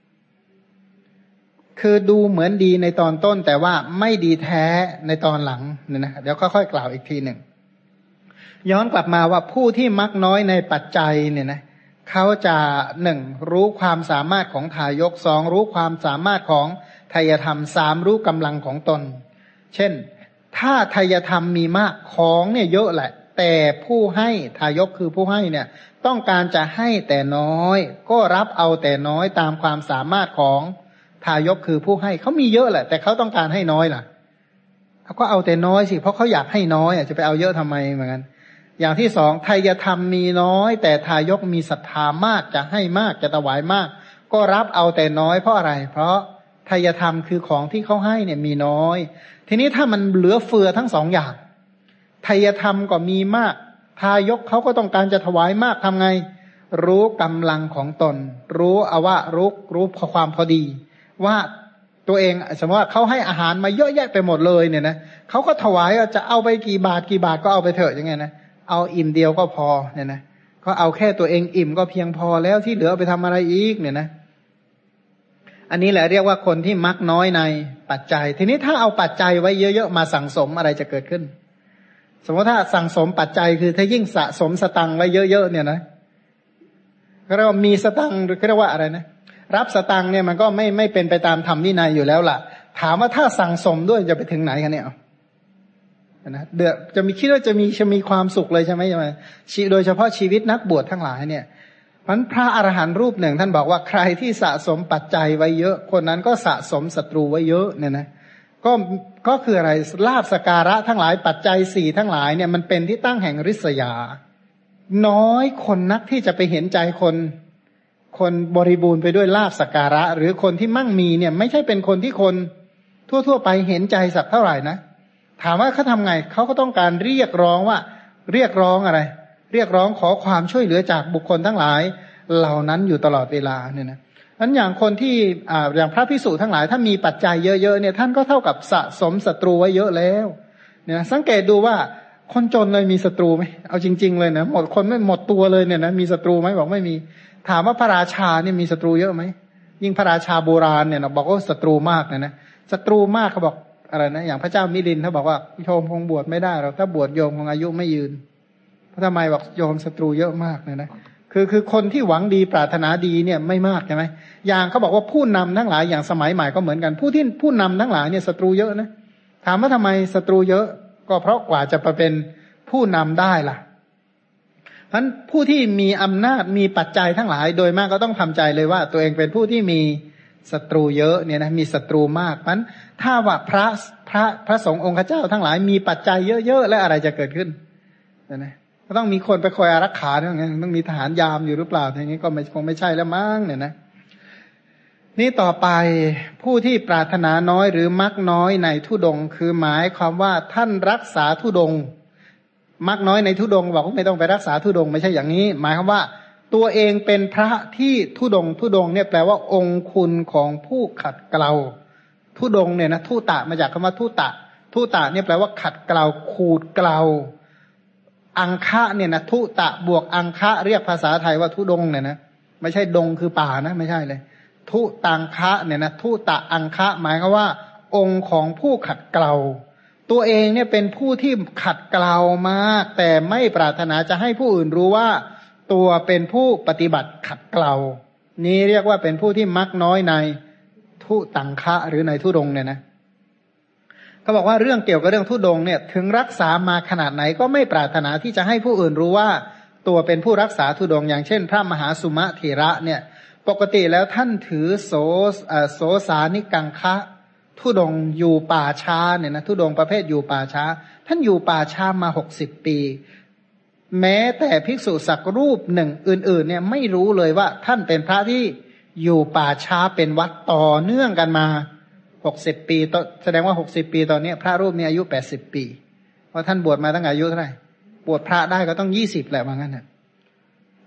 คือดูเหมือนดีในตอนต้นแต่ว่าไม่ดีแท้ในตอนหลังเนี่ยนะเดี๋ยวค่อยๆกล่าวอีกทีหนึ่งย้อนกลับมาว่าผู้ที่มักน้อยในปัจจัยเนี่ยนะเขาจะหนึ่งรู้ความสามารถของทายกสองรู้ความสามารถของไทยธรรมสามรู้กำลังของตนเช่นถ้าไทยธรรมมีมากของเนี่ยเยอะแหละแต่ผู้ให้ทายกคือผู้ให้เนี่ยต้องการจะให้แต่น้อยก็รับเอาแต่น้อยตามความสามารถของทายกคือผู้ให้เขามีเยอะแหละแต่เขาต้องการให้น้อยล่ะเขาก็เอาแต่น้อยสิเพราะเขาอยากให้น้อยอ่ะจะไปเอาเยอะทำไมเหมือนกันอย่างที่สองไทยธรรมมีน้อยแต่ทายกมีศรัทธามากจะให้มากจะถวายมากก็รับเอาแต่น้อยเพราะอะไรเพราะไทยธรรมคือของที่เขาให้เนี่ยมีน้อยทีนี้ถ้ามันเหลือเฟือทั้งสองอย่างไทยธรรมก็มีมากทายกเขาก็ต้องการจะถวายมากทำไงรู้กำลังของตนรู้เอาว่ารู้รู้ความพอดีว่าตัวเองสมมติว่าเขาให้อาหารมาเยอะแยะไปหมดเลยเนี่ยนะเขาก็ถวายจะเอาไปกี่บาทกี่บาทก็เอาไปเถอะอย่างเงี้ยนะเอาอิ่มเดียวก็พอเนี่ยนะก็เอาแค่ตัวเองอิ่มก็เพียงพอแล้วที่เหลือไปทำอะไรอีกเนี่ยนะอันนี้แหละเรียกว่าคนที่มักน้อยในปัจจัยทีนี้ถ้าเอาปัจจัยไว้เยอะๆมาสั่งสมอะไรจะเกิดขึ้นสมมติถ้าสั่งสมปัจจัยคือถ้ายิ่งสะสมสตังค์ไว้เยอะๆเนี่ยนะก็เรียกว่ามีสตังค์หรือเรียกว่าอะไรนะรับสตังค์เนี่ยมันก็ไม่ไม่เป็นไปตามธรรมวินัยอยู่แล้วล่ะถามว่าถ้าสั่งสมด้วยจะไปถึงไหนกันเนี่ยนะเดือดจะมีคิดว่าจะมีจะมีความสุขเลยใช่ไหมใช่ไหมโดยเฉพาะชีวิตนักบวชทั้งหลายเนี่ยมันพระอรหันต์รูปหนึ่งท่านบอกว่าใครที่สะสมปัจจัยไว้เยอะคนนั้นก็สะสมศัตรูไว้เยอะเนี่ยนะก็ก็คืออะไรลาภสักการะทั้งหลายปัจจัยสี่ทั้งหลายเนี่ยมันเป็นที่ตั้งแห่งริษยาน้อยคนนักที่จะไปเห็นใจคนคนบริบูรณ์ไปด้วยลาภสักการะหรือคนที่มั่งมีเนี่ยไม่ใช่เป็นคนที่คนทั่วๆไปเห็นใจสักเท่าไหร่นะถามว่าเขาทำไงเขาก็ต้องการเรียกร้องว่าเรียกร้องอะไรเรียกร้องขอความช่วยเหลือจากบุคคลทั้งหลายเหล่านั้นอยู่ตลอดเวลาเนี่ยนะนั้นอย่างคนที่อ่าอย่างพระภิกษุทั้งหลายถ้ามีปัจจัยเยอะๆเนี่ยท่านก็เท่ากับสะสมศัตรูไว้เยอะแล้วเนี่ยนะสังเกตดูว่าคนจนเลยมีศัตรูไหมเอาจริงๆเลยนะหมดคนไม่หมดตัวเลยเนี่ยนะมีศัตรูไหมบอกไม่มีถามว่าพระราชาเนี่ยมีศัตรูเยอะไหมยิ่งพระราชาโบราณเนี่ยนะบอกว่าศัตรูมากนะนะศัตรูมากเขาบอกอะไรนะอย่างพระเจ้ามิลินเขาบอกว่าโยมคงบวชไม่ได้หรอกถ้าบวชโยมคงอายุไม่ยืนเพราะทำไมบอกโยมศัตรูเยอะมากเนี่ยนะคือคือคนที่หวังดีปรารถนาดีเนี่ยไม่มากใช่ไหมอย่างเขาบอกว่าผู้นำทั้งหลายอย่างสมัยใหม่ก็เหมือนกันผู้ที่ผู้นำทั้งหลายเนี่ยศัตรูเยอะนะถามว่าทำไมศัตรูเยอะก็เพราะกว่าจะไปเป็นผู้นำได้ล่ะเพราะฉะนั้นผู้ที่มีอำนาจมีปัจจัยทั้งหลายโดยมากก็ต้องทำใจเลยว่าตัวเองเป็นผู้ที่มีศัตรูเยอะเนี่ยนะมีศัตรูมากเพราะฉะนั้นถ้าว่าพระพระพระสงฆ์องค์เจ้าทั้งหลายมีปัจจัยเยอะๆแล้วอะไรจะเกิดขึ้นนะก็ต้องมีคนไปคอยอารักขาด้วยไงต้องมีทหารยามอยู่หรือเปล่าอย่างนี้ก็ไม่คงไม่ใช่แล้วมั้งเนี่ยนะนี่ต่อไปผู้ที่ปรารถนาน้อยหรือมักน้อยในธุดงค์คือหมายความว่าท่านรักษาธุดงค์มักน้อยในธุดงค์บอกว่าไม่ต้องไปรักษาธุดงค์ไม่ใช่อย่างนี้หมายความว่าตัวเองเป็นพระที่ธุดงค์ธุดงค์เนี่ยแปลว่าองค์คุณของผู้ขัดเกลาธุดงค์เนี่ยนะทุตะมาจากคำว่าทุตะทุตะเนี่ยแปลว่าขัดเกลาขูดเกลาอังคะเนี่ยนะทุตะบวกอังคะเรียกภาษาไทยว่าทุดงเนี่ยนะไม่ใช่ดงคือป่านะไม่ใช่เลยทุตังคะเนี่ยนะทุตะอังคะหมายความว่าองค์ของผู้ขัดเกลาตัวเองเนี่ยเป็นผู้ที่ขัดเกลามากแต่ไม่ปรารถนาจะให้ผู้อื่นรู้ว่าตัวเป็นผู้ปฏิบัติขัดเกลานี้เรียกว่าเป็นผู้ที่มักน้อยในทุตังคะหรือในทุดงเนี่ยนะเขาบอกว่าเรื่องเกี่ยวกับเรื่องธุดงค์เนี่ยถึงรักษามาขนาดไหนก็ไม่ปรารถนาที่จะให้ผู้อื่นรู้ว่าตัวเป็นผู้รักษาธุดงค์อย่างเช่นพระมหาสุมาเถระเนี่ยปกติแล้วท่านถือโสโสสานิกังคะธุดงค์อยู่ป่าช้าเนี่ยนะธุดงค์ประเภทอยู่ป่าช้าท่านอยู่ป่าช้ามาหกสิบปีแม้แต่ภิกษุสักรูปหนึ่งอื่นๆเนี่ยไม่รู้เลยว่าท่านเป็นพระที่อยู่ป่าช้าเป็นวัดต่อเนื่องกันมาหกสิบปีแสดงว่าหกสิบปีตอนนี้พระรูปนี้อายุแปดสิบปีเพราะท่านบวชมาตั้งอายุเท่าไหร่บวชพระได้ก็ต้องยี่สิบแหละว่างั้นนะ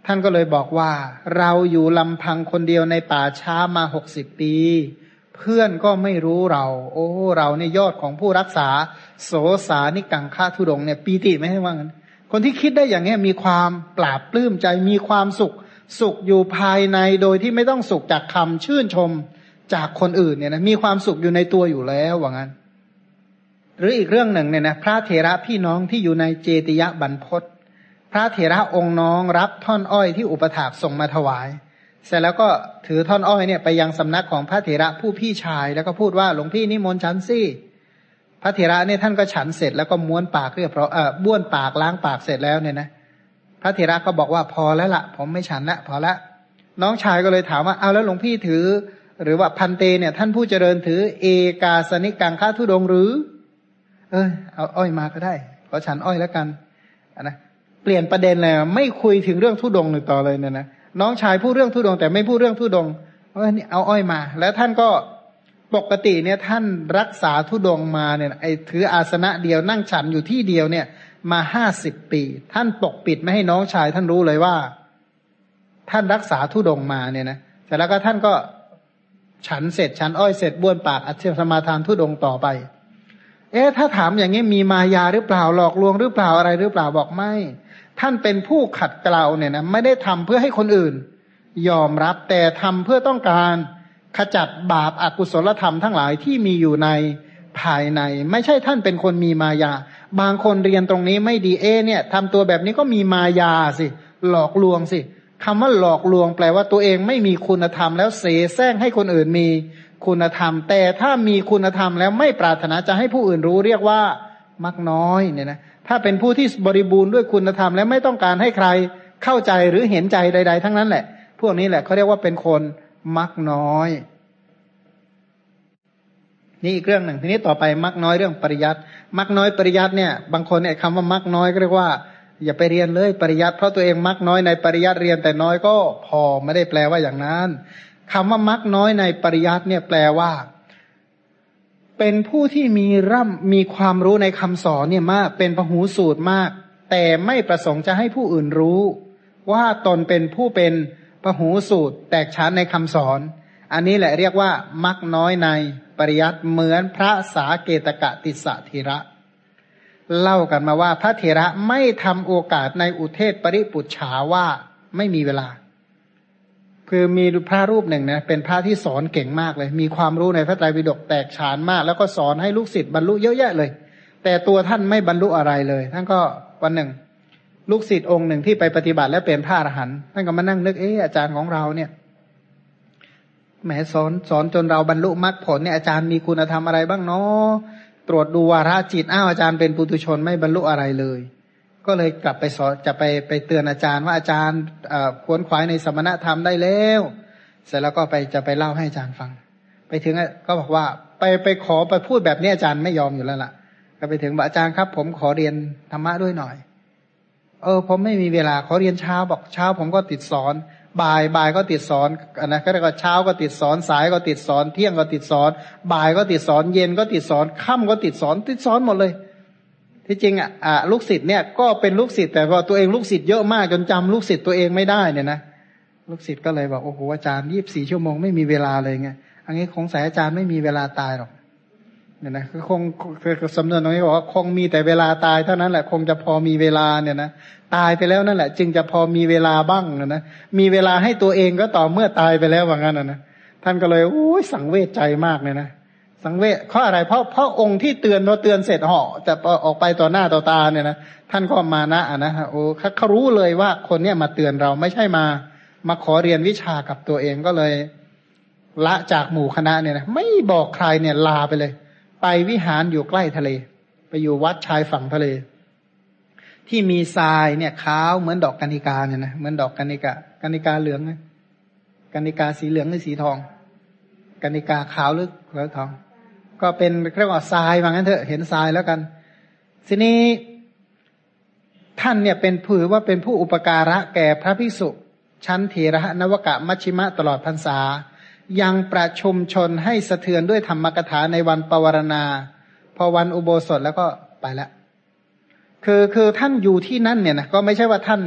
ท่านก็เลยบอกว่าเราอยู่ลำพังคนเดียวในป่าช้ามาหกสิบปีเพื่อนก็ไม่รู้เราโอ้เราเนี่ยยอดของผู้รักษาโสสานิกังฆธุดงค์เนี่ยปีติไม่ให้ว่างั้นคนที่คิดได้อย่างนี้มีความปราบปลื้มใจมีความสุขสุขอยู่ภายในโดยที่ไม่ต้องสุขจากคำชื่นชมจากคนอื่นเนี่ยนะมีความสุขอยู่ในตัวอยู่แล้วว่างั้นหรืออีกเรื่องหนึ่งเนี่ยนะพระเถระพี่น้องที่อยู่ในเจติยบรรพตพระเถระองค์น้องรับท่อนอ้อยที่อุปถากส่งมาถวายเสร็จแล้วก็ถือท่อนอ้อยเนี่ยไปยังสำนักของพระเถระผู้พี่ชายแล้วก็พูดว่าหลวงพี่นิมนต์ฉันสิพระเถระเนี่ยท่านก็ฉันเสร็จแล้วก็ม้วนปากเรียบร้อยเอ่อบ้วนปากล้างปากเสร็จแล้วเนี่ยนะพระเถระก็บอกว่าพอแล้วละผมไม่ฉันละพอละน้องชายก็เลยถามว่าเอาแล้วหลวงพี่ถือหรือว่าพันเตเนี่ยท่านผู้เจริญถือเอกาสนิกังฆธุดงค์หรือเออเอาอ้อยมาก็ได้ขอฉันอ้อยแล้วกันนะเปลี่ยนประเด็นเลยไม่คุยถึงเรื่องธุดงค์หนึ่งต่อเลยเนี่ยนะน้องชายพูดเรื่องธุดงค์แต่ไม่พูดเรื่องธุดงค์เออนี่เอาอ้อยมาแล้วท่านก็ปกติเนี่ยท่านรักษาธุดงค์มาเนี่ยไอ้ถืออาสนะเดียวนั่งฉันอยู่ที่เดียวเนี่ยมาห้าสิบปีท่านปกปิดไม่ให้น้องชายท่านรู้เลยว่าท่านรักษาธุดงค์มาเนี่ยนะแต่แล้วก็ท่านก็ฉันเสร็จฉันอ้อยเสร็จบ้วนปากอัจฉริสมาทานธุดงค์ต่อไปเอ๊ะถ้าถามอย่างนี้มีมายาหรือเปล่าหลอกลวงหรือเปล่าอะไรหรือเปล่าบอกไม่ท่านเป็นผู้ขัดเกลาเนี่ยนะไม่ได้ทำเพื่อให้คนอื่นยอมรับแต่ทำเพื่อต้องการขจัดบาปอกุศลธรรมทั้งหลายที่มีอยู่ในภายในไม่ใช่ท่านเป็นคนมีมายาบางคนเรียนตรงนี้ไม่ดีเอ๊ะเนี่ยทำตัวแบบนี้ก็มีมายาสิหลอกลวงสิคำว่าหลอกลวงแปลว่าตัวเองไม่มีคุณธรรมแล้วเสแสร้งให้คนอื่นมีคุณธรรมแต่ถ้ามีคุณธรรมแล้วไม่ปรารถนาจะให้ผู้อื่นรู้เรียกว่ามักน้อยเนี่ยนะถ้าเป็นผู้ที่บริบูรณ์ด้วยคุณธรรมและไม่ต้องการให้ใครเข้าใจหรือเห็นใจใดๆทั้งนั้นแหละพวกนี้แหละเขาเรียกว่าเป็นคนมักน้อยนี่อีกเรื่องหนึ่งทีนี้ต่อไปมักน้อยเรื่องปริยัติมักน้อยปริยัติเนี่ยบางคนเนี่ยคำว่ามักน้อยก็เรียกว่าอย่าไปเรียนเลยปริยัติเพราะตัวเองมักน้อยในปริยัติเรียนแต่น้อยก็พอไม่ได้แปลว่าอย่างนั้นคำว่ามักน้อยในปริยัติเนี่ยแปลว่าเป็นผู้ที่มีร่ำมีความรู้ในคำสอนเนี่ยมากเป็นพหูสูตรมากแต่ไม่ประสงค์จะให้ผู้อื่นรู้ว่าตนเป็นผู้เป็นพหูสูตรแตกฉานในคำสอนอันนี้แหละเรียกว่ามักน้อยในปริยัติเหมือนพระสาเกตกะติสสะเถระเล่ากันมาว่าพระเถระไม่ทำโอกาสในอุเทศปริปุจฉาว่าไม่มีเวลาคือมีพระรูปหนึ่งนะเป็นพระที่สอนเก่งมากเลยมีความรู้ในพระไตรปิฎกแตกฉานมากแล้วก็สอนให้ลูกศิษย์บรรลุเยอะแยะเลยแต่ตัวท่านไม่บรรลุอะไรเลยท่านก็วันหนึ่งลูกศิษย์องค์หนึ่งที่ไปปฏิบัติแล้วเป็นพระอรหันต์ท่านก็มานั่งนึกเอออาจารย์ของเราเนี่ยแหมสอนสอนจนเราบรรลุมรรคผลเนี่ยอาจารย์มีคุณธรรมอะไรบ้างเนาะตรวจดูวาระจิตอ้าวอาจารย์เป็นปุถุชนไม่บรรลุอะไรเลยก็เลยกลับไปสอนจะไปไปเตือนอาจารย์ว่าอาจารย์ขวนขวายในสมณธรรมได้แล้วเสร็จแล้วก็ไปจะไปเล่าให้อาจารย์ฟังไปถึงก็บอกว่าไปไปขอไปพูดแบบนี้อาจารย์ไม่ยอมอยู่แล้วล่ะก็ไปถึงบอกอาจารย์ครับผมขอเรียนธรรมะด้วยหน่อยเออผมไม่มีเวลาขอเรียนเช้าบอกเช้าผมก็ติดสอนบ่ายบ่ายก็ติดสอนนะก็เรียกว่าเช้าก็ติดสอนสายก็ติดสอนเที่ยงก็ติดสอนบ่ายก็ติดสอนเย็นก็ติดสอนค่ำก็ติดสอนติดสอนหมดเลยที่จริงอ่ะลูกศิษย์เนี่ยก็เป็นลูกศิษย์แต่ว่าตัวเองลูกศิษย์เยอะมากจนจำลูกศิษย์ตัวเองไม่ได้เนี่ยนะลูกศิษย์ก็เลยบอกโอ้โหอาจารย์ยี่สิบสี่ชั่วโมงไม่มีเวลาเลยไงอันนี้คงสายอาจารย์ไม่มีเวลาตายหรอกเนี่ยนะคือคงคือสำนวนตรงนี้บอกว่าคงมีแต่เวลาตายเท่านั้นแหละคงจะพอมีเวลาเนี่ยนะตายไปแล้วนั่นแหละจึงจะพอมีเวลาบ้างนะนะมีเวลาให้ตัวเองก็ต่อเมื่อตายไปแล้วว่างั้นนะนะท่านก็เลยโอ้ยสังเวชใจมากเลยนะสังเวชเพราะอะไรเพราะเพราะองค์ที่เตือนพอเตือนเสร็จเหาะจะออกไปต่อหน้าต่อตาเนี่ยนะท่านก็มานะอ่ะนะโอ้เขารู้เลยว่าคนเนี้ยมาเตือนเราไม่ใช่มามาขอเรียนวิชากับตัวเองก็เลยละจากหมู่คณะเนี่ยนะไม่บอกใครเนี่ยลาไปเลยไปวิหารอยู่ใกล้ทะเลไปอยู่วัดชายฝั่งทะเลที่มีทรายเนี่ยขาวเหมือนดอกกัญญิกาเนี่ยนะเหมือนดอกกัญญิกากัญญิกาเหลืองนะกัญญิกาสีเหลืองหรือสีทองกัญญิกาขาวหรือเหลืองทองก็เป็นเรียกว่าทรายว่างั้นเถอะเห็นทรายแล้วกันทีนี้ท่านเนี่ยเป็นผือว่าเป็นผู้อุปการะแก่พระภิกษุชั้นเถระนวกะมัชชิมะตลอดพรรษายังประชุมชนให้สะเทือนด้วยธรรมกถาในวันปวารณาพอวันอุโบสถแล้วก็ไปละคือคือท่านอยู่ที่นั่นเนี่ยนะก็ไม่ใช่ว่าท่านเนี่ยนะ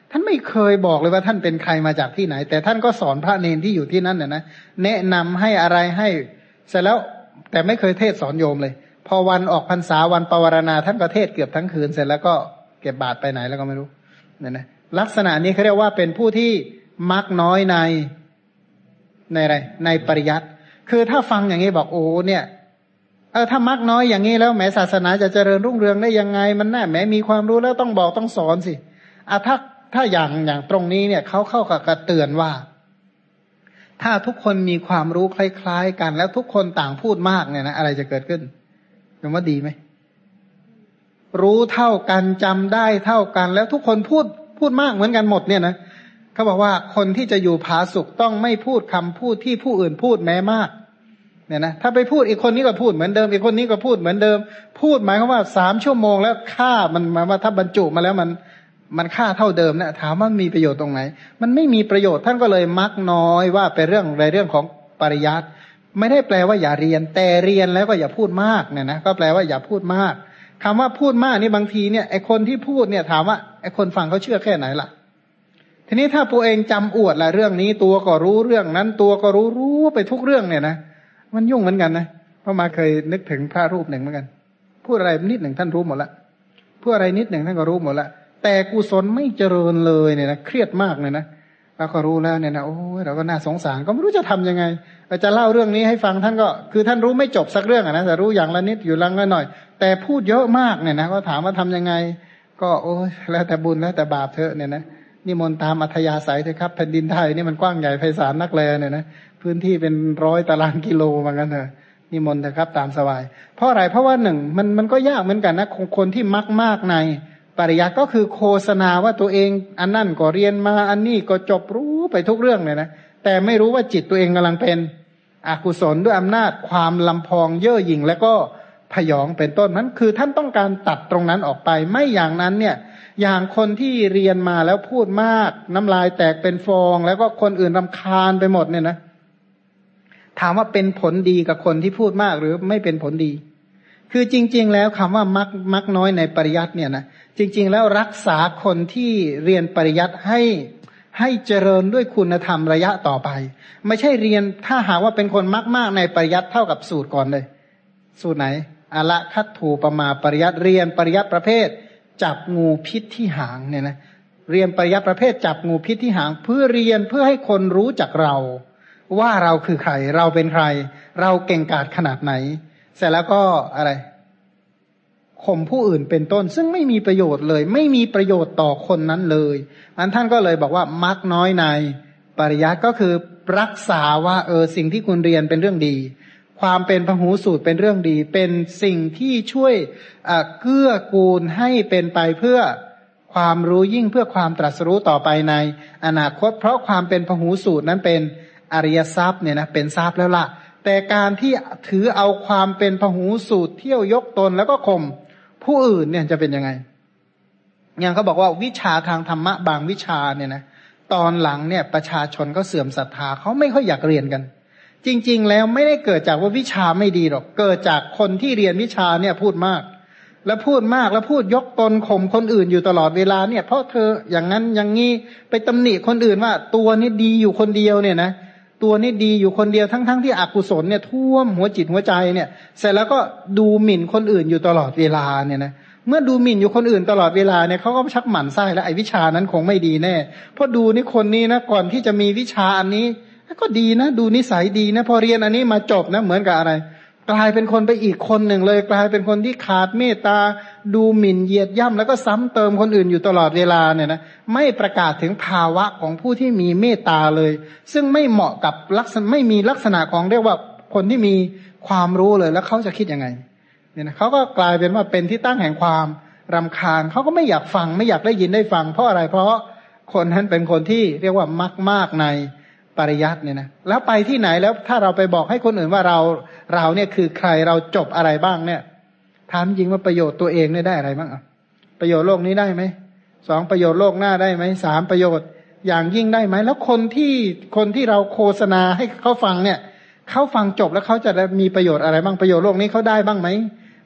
ท่านไม่เคยบอกเลยว่าท่านเป็นใครมาจากที่ไหนแต่ท่านก็สอนพระเนรที่อยู่ที่นั่นน่ะนะแนะนำให้อะไรให้เสร็จแล้วแต่ไม่เคยเทศสอนโยมเลยพอวันออกพรรษาวันปวารณาท่านก็เทศเกือบทั้งคืนเสร็จแล้วก็เก็บบาตรไปไหนแล้วก็ไม่รู้เนี่ยนะลักษณะนี้เขาเรียกว่าเป็นผู้ที่มักน้อยในในอะไรในปริยัติคือถ้าฟังอย่างนี้บอกโอ้เนี่ยเออถ้ามักน้อยอย่างนี้แล้วแม้ศาสนาจะเจริญรุ่งเรืองได้ยังไงมันน่าแม้มีความรู้แล้วต้องบอกต้องสอนสิอ่ะถ้าถ้าอย่างอย่างตรงนี้เนี่ยเขาเข้ากับกระเตือนว่าถ้าทุกคนมีความรู้คล้ายๆกันแล้วทุกคนต่างพูดมากเนี่ยนะอะไรจะเกิดขึ้นยอมว่าดีไหมรู้เท่ากันจำได้เท่ากันแล้วทุกคนพูดพูดมากเหมือนกันหมดเนี่ยนะเขาบอกว่าคนที่จะอยู่ผาสุกต้องไม่พูดคำพูดที่ผู้อื่นพูดแม้มากเนี่ยนะถ้าไปพูดอีกคนนี้ก็พูดเหมือนเดิมอีกคนนี้ก็พูดเหมือนเดิมพูดหมายความว่าสามชั่วโมงแล้วค่ามันมาว่าถ้าบรรจุมาแล้วมันมันค่าเท่าเดิมเนี่ยถามว่ามีประโยชน์ตรงไหนมันไม่มีประโยชน์ท่านก็เลยมักน้อยว่าเป็นเรื่องในเรื่องของปริยัติไม่ได้แปลว่าอย่าเรียนแต่เรียนแล้วก็อย่าพูดมากเนี่ยนะก็แปลว่าอย่าพูดมากคำว่าพูดมากนี่บางทีเนี่ยไอคนที่พูดเนี่ยถามว่าไอคนฟังเขาเชื่อแค่ไหนล่ะทีนี้ถ้าตัวเองจำอวดละเรื่องนี้ตัวก็รู้เรื่องนั้นตัวก็รู้รู้ไปทุกเรื่องเนี่ยนะมันยุ่งเหมือนกันนะเพราะมาเคยนึกถึงพระรูปหนึ่งเหมือนกันพูดอะไรนิดหนึ่งท่านรู้หมดละพูดอะไรนิดหนึ่งท่านก็รู้หมดละแต่กุศลไม่เจริญเลยเนี่ยนะเครียดมากเลยนะเราก็รู้แล้วเนี่ยนะโอ้เราก็น่าสงสารก็ไม่รู้จะทํำยังไงจะเล่าเรื่องนี้ให้ฟังท่านก็คือท่านรู้ไม่จบสักเรื่องอ่ะนะแต่รู้อย่างละนิดอยู่ลังละหน่อยแต่พูดเยอะมากเนี่ยนะก็ถามว่าทำยังไงก็โอ้ยแล้วแต่บุญแล้วแต่บาปเถอะเนี่ยนะนิมนต์ตามอัธยาศัยเถอะครับแผ่นดินไทยนี่มันกว้างใหญ่ไพศาลนักแลเนี่ยนะพื้นที่เป็นร้อยตารางกิโลเหมือนกันเถอะนิมนต์เถอะครับตามสบายเพราะอะไรเพราะว่าหนึ่งมันมันก็ยากเหมือนกันนะคนที่มักมากในปริยัติก็คือโฆษณาว่าตัวเองอันนั่นก็เรียนมาอันนี้ก็จบรู้ไปทุกเรื่องเลยนะแต่ไม่รู้ว่าจิตตัวเองกำลังเป็นอกุศลด้วยอำนาจความลำพองเย่อหยิ่งและก็พยองเป็นต้นนั้นคือท่านต้องการตัดตรงนั้นออกไปไม่อย่างนั้นเนี่ยอย่างคนที่เรียนมาแล้วพูดมากน้ำลายแตกเป็นฟองแล้วก็คนอื่นรำคาญไปหมดเนี่ยนะถามว่าเป็นผลดีกับคนที่พูดมากหรือไม่เป็นผลดีคือจริงๆแล้วคำว่ามักมักน้อยในปริยัติเนี่ยนะจริงๆแล้วรักษาคนที่เรียนปริยัติให้ให้เจริญด้วยคุณธรรมระยะต่อไปไม่ใช่เรียนถ้าหากว่าเป็นคนมักมากในปริยัติเท่ากับสูตรก่อนเลยสูตรไหนอะละคัตถูปมาปริยัติเรียนปริยัติประเภทจับงูพิษที่หางเนี่ยนะเรียนปริยัติประเภทจับงูพิษที่หางเพื่อเรียนเพื่อให้คนรู้จักเราว่าเราคือใครเราเป็นใครเราเก่งกาจขนาดไหนเสร็จแล้วก็อะไรข่มผู้อื่นเป็นต้นซึ่งไม่มีประโยชน์เลยไม่มีประโยชน์ต่อคนนั้นเลยอันท่านก็เลยบอกว่ามักน้อยในปริยัติก็คือรักษาว่าเออสิ่งที่คุณเรียนเป็นเรื่องดีความเป็นพหูสูตรเป็นเรื่องดีเป็นสิ่งที่ช่วยเกื้อกูลให้เป็นไปเพื่อความรู้ยิ่งเพื่อความตรัสรู้ต่อไปในอนาคตเพราะความเป็นพหูสูตรนั้นเป็นอริยทรัพย์เนี่ยนะเป็นทรัพย์แล้วล่ะแต่การที่ถือเอาความเป็นพหูสูตรเที่ยวยกตนแล้วก็ข่มผู้อื่นเนี่ยจะเป็นยังไงอย่างเขาบอกว่าวิชาทางธรรมะบางวิชาเนี่ยนะตอนหลังเนี่ยประชาชนก็เสื่อมศรัทธาเขาไม่ค่อยอยากเรียนกันจริงๆแล้วไม่ได้เกิดจากว่าวิชาไม่ดีหรอกเกิดจากคนที่เรียนวิชาเนี่ยพูดมากแล้วพูดมากแล้วพูดยกตนข่มคนอื่นอยู่ตลอดเวลาเนี่ยเพราะเธออย่างนั้นอย่างนี้ไปตำหนิคนอื่นว่าตัวนี้ดีอยู่คนเดียวเนี่ยนะตัวนี้ดีอยู่คนเดียวทั้งๆที่อกุศลเนี่ยท่วมหัวจิตหัวใจเนี่ยเสร็จแล้วก็ดูหมิ่นคนอื่นอยู่ตลอดเวลาเนี่ยนะเมื่อดูหมิ่นอยู่คนอื่นตลอดเวลาเนี่ยเขาก็ชักหมั่นไส้แล้วไอ้วิชานั้นคงไม่ดีแน่เพราะดูนี่คนนี้นะก่อนที่จะมีวิชาอันนี้ก็ดีนะดูนิสัยดีนะพอเรียนอันนี้มาจบนะเหมือนกับอะไรกลายเป็นคนไปอีกคนหนึ่งเลยกลายเป็นคนที่ขาดเมตตาดูหมิ่นเหยียดย่ำแล้วก็ซ้ำเติมคนอื่นอยู่ตลอดเวลาเนี่ยนะไม่ประกาศถึงภาวะของผู้ที่มีเมตตาเลยซึ่งไม่เหมาะกับลักษณะไม่มีลักษณะของเรียกว่าคนที่มีความรู้เลยแล้วเขาจะคิดยังไงเนี่ยนะเขาก็กลายเป็นว่าเป็นที่ตั้งแห่งความรำคาญเขาก็ไม่อยากฟังไม่อยากได้ยินได้ฟังเพราะอะไรเพราะคนนั้นเป็นคนที่เรียกว่ามักมากในปริยัติเนี่ยนะแล้วไปที่ไหนแล้วถ้าเราไปบอกให้คนอื่นว่าเราเราเนี่ยคือใครเราจบอะไรบ้างเนี่ยถามจริงว่าประโยชน์ตัวเองเนี่ยได้อะไรบ้างอ่ะประโยชน์โลกนี้ได้ไหมสองประโยชน์โลกหน้าได้ไหมสามประโยชน์อย่างยิ่งได้ไหมแล้วคนที่คนที่เราโฆษณาให้เขาฟังเนี่ยเขาฟังจบแล้วเขาจะมีประโยชน์อะไรบ้างประโยชน์โลกนี้เขาได้บ้างไหม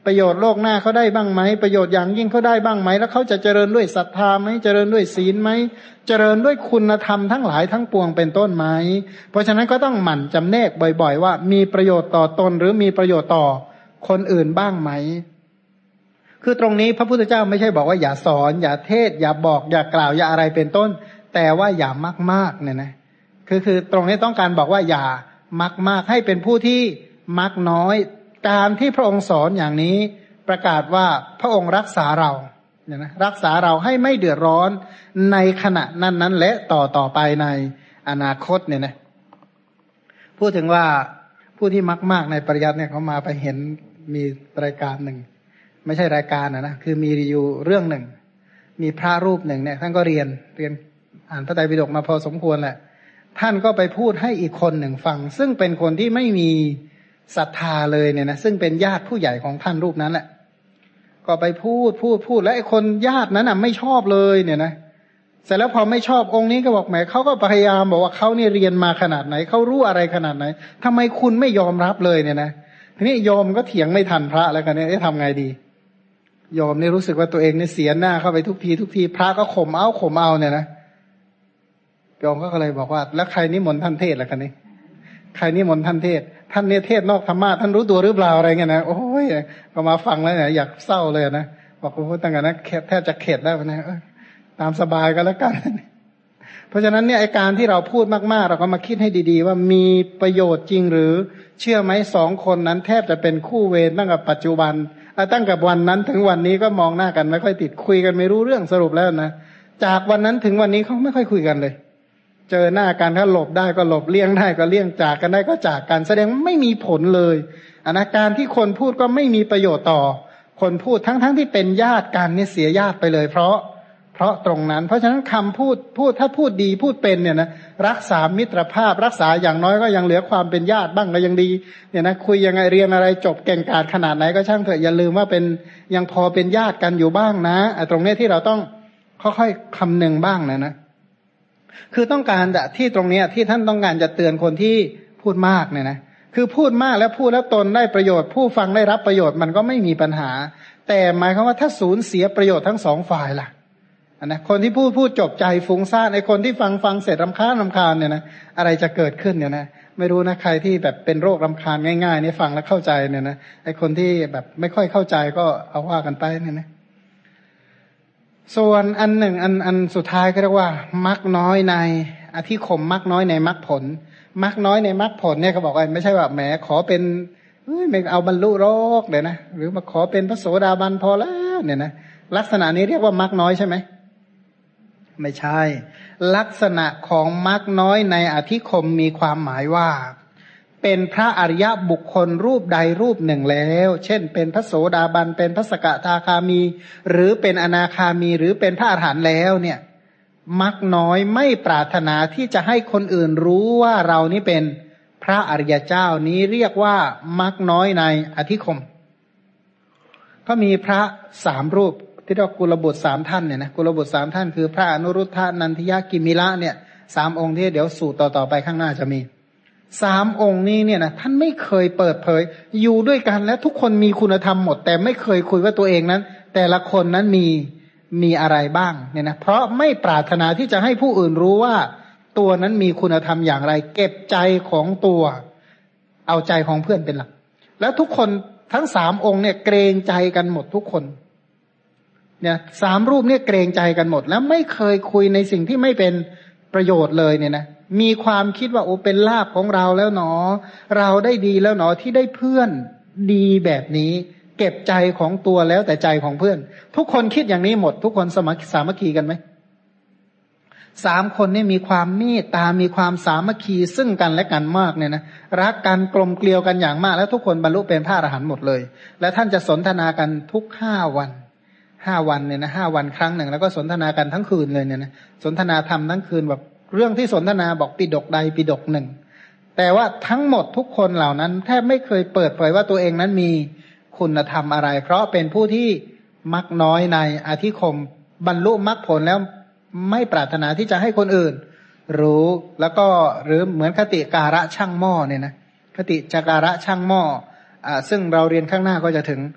ประโยชน์โลกหน้าเขาได้บ้างไหมประโยชน์อย่างยิ่งเขาได้บ้างไหมแล้วเขาจะเจริญด้วยศรัทธาไหมเจริญด้วยศีลไหมเจริญด้วยคุณธรรมทั้งหลายทั้งปวงเป็นต้นไหมเพราะฉะนั้นก็ต้องหมั่นจำแนกบ่อยๆว่ามีประโยชน์ต่อตนหรือมีประโยชน์ต่อคนอื่นบ้างไหมคือตรงนี้พระพุทธเจ้าไม่ใช่บอกว่าอย่าสอนอย่าเทศอย่าบอกอย่ากล่าวอย่าอะไรเป็นต้นแต่ว่าอย่ามากๆเนี่ยนะคือคือตรงนี้ต้องการบอกว่าอย่ามากๆให้เป็นผู้ที่มักน้อยการที่พระองค์สอนอย่างนี้ประกาศว่าพระองค์รักษาเราเนี่ยนะรักษาเราให้ไม่เดือดร้อนในขณะนั้นนั้นและต่อต่อไปในอนาคตเนี่ยนะพูดถึงว่าผู้ที่มักมากในปริยัติเนี่ยเขามาไปเห็นมีรายการหนึ่งไม่ใช่รายการนะนะคือมีอยู่เรื่องหนึ่งมีพระรูปหนึ่งเนี่ยท่านก็เรียนเรียนอ่านพระไตรปิฎกมาพอสมควรแหละท่านก็ไปพูดให้อีกคนหนึ่งฟังซึ่งเป็นคนที่ไม่มีศรัทธาเลยเนี่ยนะซึ่งเป็นญาติผู้ใหญ่ของท่านรูปนั้นแหละก็ไปพูดพูดพูดแล้วไอ้คนญาตินั้นอ่ะไม่ชอบเลยเนี่ยนะเสร็จแล้วพอไม่ชอบองค์นี้ก็บอกแหมเขาก็พยายามบอกว่าเขาเนี่ยเรียนมาขนาดไหนเขารู้อะไรขนาดไหนทำไมคุณไม่ยอมรับเลยเนี่ยนะทีนี้โยมก็เถียงไม่ทันพระแล้วกันเนี่ยจะทำไงดีโยมนี่รู้สึกว่าตัวเองเนี่ยเสียหน้าเข้าไปทุกทีทุกทีพระก็ข่มเอาข่มเอาเนี่ยนะโยมก็เลยบอกว่าแล้วใครนิมนต์ท่านเทศล่ะกันนี่ใครนิมนต์ท่านเทศท่านเนี่ยเทศนอกธรรมะท่านรู้ตัวหรือเปล่าอะไรเงี้ยนะโอ้ยก็มาฟังแล้วเนี่ยอยากเศร้าเลยนะบอกโอ้โหตั้งแต่นั้นแทบจะเข็ดแล้วนะตามสบายก็แล้วกันเพราะฉะนั้นเนี่ยไอการที่เราพูดมากๆเราก็มาคิดให้ดีๆว่ามีประโยชน์จริงหรือเชื่อไหมสองคนนั้นแทบจะเป็นคู่เวรตั้งแต่ปัจจุบันตั้งแต่วันนั้นถึงวันนี้ก็มองหน้ากันไม่ค่อยติดคุยกันไม่รู้เรื่องสรุปแล้วนะจากวันนั้นถึงวันนี้เขาไม่ค่อยคุยกันเลยเจอหน้ากันถ้าหลบได้ก็หลบเลี่ยงได้ก็เลี่ยงจากกันได้ก็จากกันแสดงไม่มีผลเลยอาการที่คนพูดก็ไม่มีประโยชน์ต่อคนพูดทั้งๆ ท, ที่เป็นญาติกันเนี่ยเสียญาติไปเลยเพราะเพราะตรงนั้นเพราะฉะนั้นคำพูดพูดถ้าพูดดีพูดเป็นเนี่ยนะรักษามิตรภาพรักษาอย่างน้อยก็ยังเหลือความเป็นญาติบ้างก็ยังดีเนี่ยนะคุยยังไงเรียนอะไรจบเก่งกาจขนาดไหนก็ช่างเถอะอย่าลืมว่าเป็นยังพอเป็นญาติกันอยู่บ้างนะตรงนี้ที่เราต้องค่อยๆคำนึงบ้างนะนะคือต้องการที่ตรงนี้ที่ท่านต้องการจะเตือนคนที่พูดมากเนี่ยนะคือพูดมากแล้วพูดแล้วตนได้ประโยชน์ผู้ฟังได้รับประโยชน์มันก็ไม่มีปัญหาแต่หมายความว่าถ้าสูญเสียประโยชน์ทั้งสองฝ่ายล่ะนะคนที่พูดพูดจบใจฟุ้งซ่านไอ้คนที่ฟังฟังเสร็จรำคาญรำคาญเนี่ยนะอะไรจะเกิดขึ้นเนี่ยนะไม่รู้นะใครที่แบบเป็นโรครำคาญง่ายๆนี่ฟังแล้วเข้าใจเนี่ยนะไอ้คนที่แบบไม่ค่อยเข้าใจก็เอาว่ากันไปเนี่ยนะส่วนอันหนึ่งอันอันสุดท้ายก็เรียกว่ามักน้อยในอธิคมมักน้อยในมักผลมักน้อยในมักผลเนี่ยเขาบอกว่าไม่ใช่ว่าแหมขอเป็นไม่เอาบรรลุโลกเลยนะหรือมาขอเป็นพระโสดาบันพอแล้วเนี่ยนะลักษณะนี้เรียกว่ามักน้อยใช่ไหมไม่ใช่ลักษณะของมักน้อยในอธิคมมีความหมายว่าเป็นพระอริยบุคคลรูปใดรูปหนึ่งแล้วเช่นเป็นพระโสดาบันเป็นพระสกทาคามีหรือเป็นอนาคามีหรือเป็นพระอรหันต์แล้วเนี่ยมักน้อยไม่ปรารถนาที่จะให้คนอื่นรู้ว่าเรานี่เป็นพระอริยเจ้านี้เรียกว่ามักน้อยในอธิคมก็มีพระสามรูปที่เรียกกุลบุตรสามท่านเนี่ยนะกุลบุตรสามท่านคือพระอนุรุทธานันทิยกิมิละเนี่ยสามองค์ที่เดี๋ยวสูตรต่อๆไปข้างหน้าจะมีสามองค์นี้เนี่ยนะท่านไม่เคยเปิดเผยอยู่ด้วยกันและทุกคนมีคุณธรรมหมดแต่ไม่เคยคุยว่าตัวเองนั้นแต่ละคนนั้นมีมีอะไรบ้างเนี่ยนะเพราะไม่ปรารถนาที่จะให้ผู้อื่นรู้ว่าตัวนั้นมีคุณธรรมอย่างไรเก็บใจของตัวเอาใจของเพื่อนเป็นหลักแล้วทุกคนทั้งสามองค์เนี่ยเกรงใจกันหมดทุกคนเนี่ยสามรูปเนี่ยเกรงใจกันหมดแล้วไม่เคยคุยในสิ่งที่ไม่เป็นประโยชน์เลยเนี่ยนะมีความคิดว่าโอ้เป็นลาภของเราแล้วหนอเราได้ดีแล้วหนอที่ได้เพื่อนดีแบบนี้เก็บใจของตัวแล้วแต่ใจของเพื่อนทุกคนคิดอย่างนี้หมดทุกคนสมัครสามัคคีกันไหมสามคนนี่มีความเมตตามีความสามัคคีซึ่งกันและกันมากเนี่ยนะรักกันกลมเกลียวกันอย่างมากแล้วทุกคนบรรลุเป็นพระอรหันต์หมดเลยและท่านจะสนทนากันทุกห้าวันห้าวันเนี่ยนะห้าวันครั้งหนึ่งแล้วก็สนทนากันทั้งคืนเลยเนี่ยนะสนทนาธรรมทั้งคืนแบบเรื่องที่สนทนาบอกปิฎกใดปิฎกหนึ่งแต่ว่าทั้งหมดทุกคนเหล่านั้นแทบไม่เคยเปิดเผยว่าตัวเองนั้นมีคุณธรรมอะไรเพราะเป็นผู้ที่มักน้อยในอธิคมบรรลุมรรคผลแล้วไม่ปรารถนาที่จะให้คนอื่นรู้แล้วก็หรือเหมือนคติการะช่างหม้อเนี่ยนะคติจการะช่างหม้ออ่าซึ่งเราเรียนข้างหน้าก็จะถึง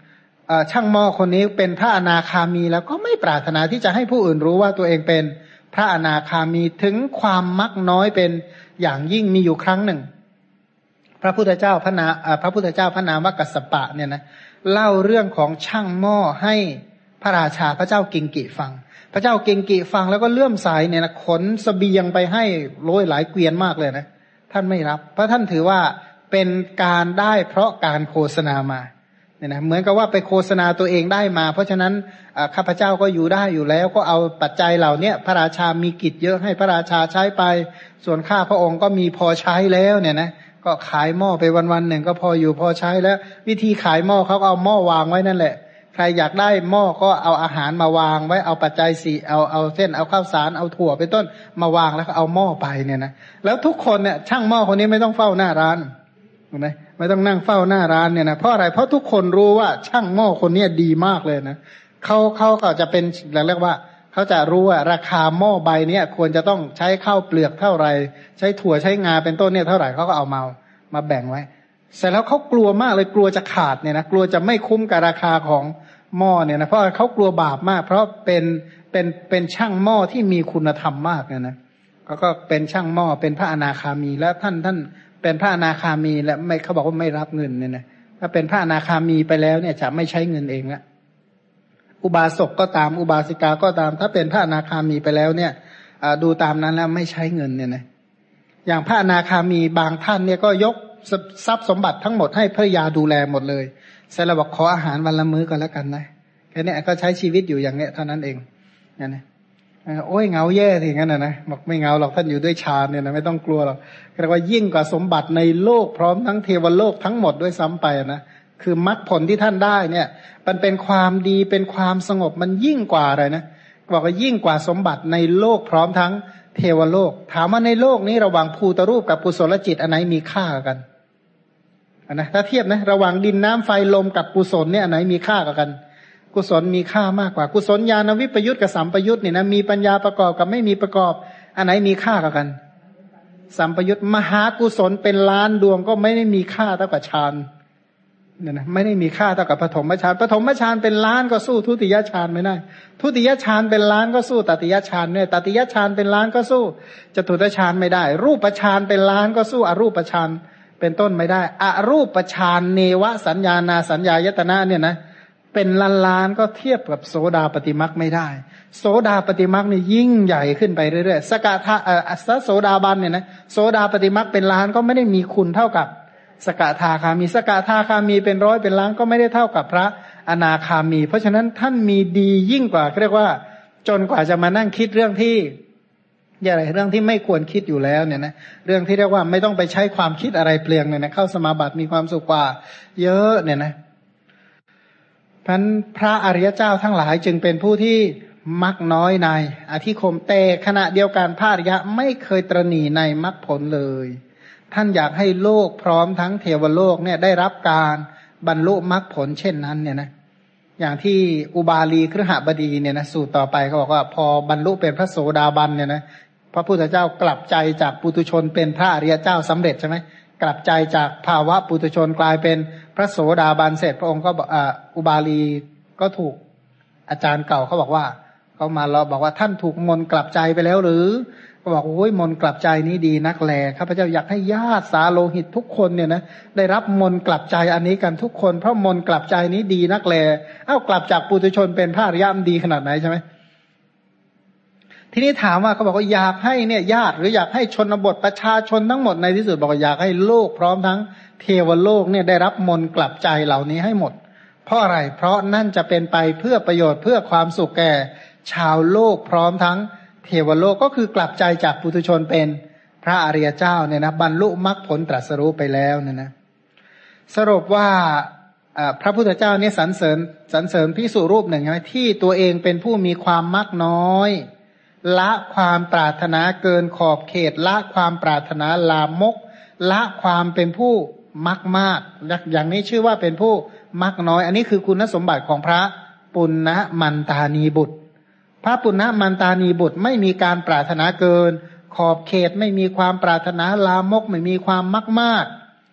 ช่างหม้อคนนี้เป็นพระอนาคามีแล้วก็ไม่ปรารถนาที่จะให้ผู้อื่นรู้ว่าตัวเองเป็นพระอนาคามีถึงความมักน้อยเป็นอย่างยิ่งมีอยู่ครั้งหนึ่งพระพุทธเจ้าพระนาพระพุทธเจ้าพระนามว่ากัสสปะเนี่ยนะเล่าเรื่องของช่างหม้อให้พระราชาพระเจ้ากิงกิฟังพระเจ้ากิงกิฟังแล้วก็เลื่อมใสเนี่ยนะขนเสบียงไปให้โรยหลายเกวียนมากเลยนะท่านไม่รับเพราะท่านถือว่าเป็นการได้เพราะการโฆษณามาเนี่ยนะเหมือนกับว่าไปโฆษณาตัวเองได้มาเพราะฉะนั้นข้าพเจ้าก็อยู่ได้อยู่แล้วก็เอาปัจจัยเหล่านี้พระราชามีกิจเยอะให้พระราชาใช้ไปส่วนข้าพระองค์ก็มีพอใช้แล้วเนี่ยนะก็ขายหม้อไปวันๆหนึ่งก็พออยู่พอใช้แล้ววิธีขายหม้อเขาเอาหม้อวางไว้นั่นแหละใครอยากได้หม้อก็เอาอาหารมาวางไว้เอาปัจจัยสี่เอาเอาเส้นเอาข้าวสารเอาถั่วเป็นต้นมาวางแล้วก็เอาหม้อไปเนี่ยนะแล้วทุกคนเนี่ยช่างหม้อคนนี้ไม่ต้องเฝ้าหน้าร้านถูกไหมไม่ต้องนั่งเฝ้าหน้าร้านเนี่ยนะเพราะอะไรเพราะทุกคนรู้ว่าช่างหม้อคนนี้ดีมากเลยนะเขาเขาก็จะเป็นเรียกว่าเขาจะรู้ว่าราคาหม้อใบเนี้ยควรจะต้องใช้ข้าวเปลือกเท่าไหร่ใช้ถั่วใช้งาเป็นต้นเนี่ยเท่าไหร่เขาก็เอามามาแบ่งไว้เสร็จแล้วเขากลัวมากเลยกลัวจะขาดเนี่ยนะกลัวจะไม่คุ้มกับราคาของหม้อเนี่ยนะเพราะเขากลัวบาปมากเพราะเป็นเป็นเป็นช่างหม้อที่มีคุณธรรมมากเนี่ยนะเขาก็เป็นช่างหม้อเป็นพระอนาคามีแล้วท่านท่านเป็นพระอนาคามีและไม่เขาบอกว่าไม่รับเงินเนี่ยนะถ้าเป็นพระอนาคามีไปแล้วเนี่ยจะไม่ใช้เงินเองละอุบาสกก็ตามอุบาสิกาก็ตามถ้าเป็นพระอนาคามีไปแล้วเนี่ยดูตามนั้นแล้วไม่ใช้เงินเนี่ยนะอย่างพระอนาคามีบางท่านเนี่ยก็ยกทรัพย์สมบัติทั้งหมดให้ภริยาดูแลหมดเลยเสร็จแล้วบอกขออาหารวันละมื้อก็แล้วกันนะแค่นี้ก็ใช้ชีวิตอยู่อย่างเนี้ยเท่านั้นเองนั่นนะโอ้ยเหงาแย่ทีงั้นนะนะบอกไม่เหงาหรอกท่านอยู่ด้วยฌานเนี่ยนะไม่ต้องกลัวหรอกเรียกว่ายิ่งกว่าสมบัติในโลกพร้อมทั้งเทวโลกทั้งหมดด้วยซ้ำไปนะคือมรรคผลที่ท่านได้เนี่ยมันเป็นความดีเป็นความสงบมันยิ่งกว่าอะไรนะบอกว่ายิ่งกว่าสมบัติในโลกพร้อมทั้งเทวโลกถามว่าในโลกนี้ระหว่างภูตรูปกับกุศลจิตอันไหนมีค่ากันนะถ้าเทียบนะระหว่างดินน้ำไฟลมกับกุศลเนี่ยอันไหนมีค่ากว่ากันกุศลมีค่ามากกว่ากุศลญาณวิปยุตกับสัมปยุตเนี่ยนะมีปัญญาประกอบกับไม่มีประกอบอันไหนมีค่ากว่ากันสัมปยุตมหากุศลเป็นล้านดวงก็ไม่ได้มีค่าเท่ากับฌานเนี่ยนะไม่ได้มีค่าเท่ากับปฐมฌานปฐมฌานเป็นล้านก็สู้ทุติยฌานไม่ได้ทุติยฌานเป็นล้านก็สู้ตติยฌานเนี่ยตติยฌานเป็นล้านก็สู้จตุตฌานไม่ได้รูปฌานเป็นล้านก็สู้อรูปฌานเป็นต้นไม่ได้อรูปฌานเนวสัญญานาสัญญายตนะเนี่ยนะเป็นล้านล้านก็เทียบกับโสดาปฏิมรรคไม่ได้โสดาปฏิมรรคนี่ยิ่งใหญ่ขึ้นไปเรื่อยๆสกทาเอ่ออัสสโสดาบันเนี่ยนะโสดาปฏิมรรคเป็นล้านก็ไม่ได้มีคุณเท่ากับสกทาคามีสกทาคามีเป็นร้อยเป็นล้านก็ไม่ได้เท่ากับพระอนาคามีเพราะฉะนั้นท่านมีดียิ่งกว่าเรียกว่าจนกว่าจะมานั่งคิดเรื่องที่อะไรเรื่องที่ไม่ควรคิดอยู่แล้วเนี่ยนะเรื่องที่เรียกว่าไม่ต้องไปใช้ความคิดอะไรเปลืองเนี่ยนะเข้าสมาบัติมีความสุขกว่าเยอะเนี่ยนะพันพระอริยเจ้าทั้งหลายจึงเป็นผู้ที่มักน้อยในอธิคมแต่ขณะเดียวกันพระอริยะไม่เคยตระหนี่ในมรรคผลเลยท่านอยากให้โลกพร้อมทั้งเทวโลกเนี่ยได้รับการบรรลุมรรคผลเช่นนั้นเนี่ยนะอย่างที่อุบาลีคฤหบดีเนี่ยนะสูตรต่อไปเขาบอกว่าพอบรรลุเป็นพระโสดาบันเนี่ยนะพระพุทธเจ้ากลับใจจากปุถุชนเป็นพระอริยเจ้าสำเร็จใช่ไหมกลับใจจากภาวะปุถุชนกลายเป็นพระโสดาบันเสร็จพระองค์ก็อุบาลีก็ถูกอาจารย์เก่าเขาบอกว่าเขามาเราบอกว่าท่านถูกมนต์กลับใจไปแล้วหรือก็บอกโอ้ยมนต์กลับใจนี้ดีนักแลข้าพเจ้าอยากให้ญาติสาโลหิตทุกคนเนี่ยนะได้รับมนต์กลับใจอันนี้กันทุกคนเพราะมนต์กลับใจนี้ดีนักแลเอ้ากลับจากปุถุชนเป็นพระอริยะดีขนาดไหนใช่ไหมทีนี้ถามว่าเขาบอกว่าอยากให้เนี่ยญาติหรืออยากให้ชนบทประชาชนทั้งหมดในที่สุดบอกว่าอยากให้โลกพร้อมทั้งเทวโลกเนี่ยได้รับมนต์กลับใจเหล่านี้ให้หมดเพราะอะไรเพราะนั่นจะเป็นไปเพื่อประโยชน์เพื่อความสุขแก่ชาวโลกพร้อมทั้งเทวโลกก็คือกลับใจจากปุถุชนเป็นพระอริยเจ้าเนี่ยนะบรรลุมรรคผลตรัสรู้ไปแล้วเนี่ยนะสรุปว่าพระพุทธเจ้าเนี่ยสรรเสริญสรรเสริญภิกษุรูปหนึ่งใช่ไหมที่ตัวเองเป็นผู้มีความมักน้อยละความปรารถนาเกินขอบเขตละความปรารถนาลามกละความเป็นผู้มักมากอย่างนี้ชื่อว่าเป็นผู้มักน้อยอันนี้คือคุณสมบัติของพระปุณณมันตานีบุตรพระปุณณมันตานีบุตรไม่มีการปรารถนาเกินขอบเขตไม่มีความปรารถนาลามกไม่มีความมักมาก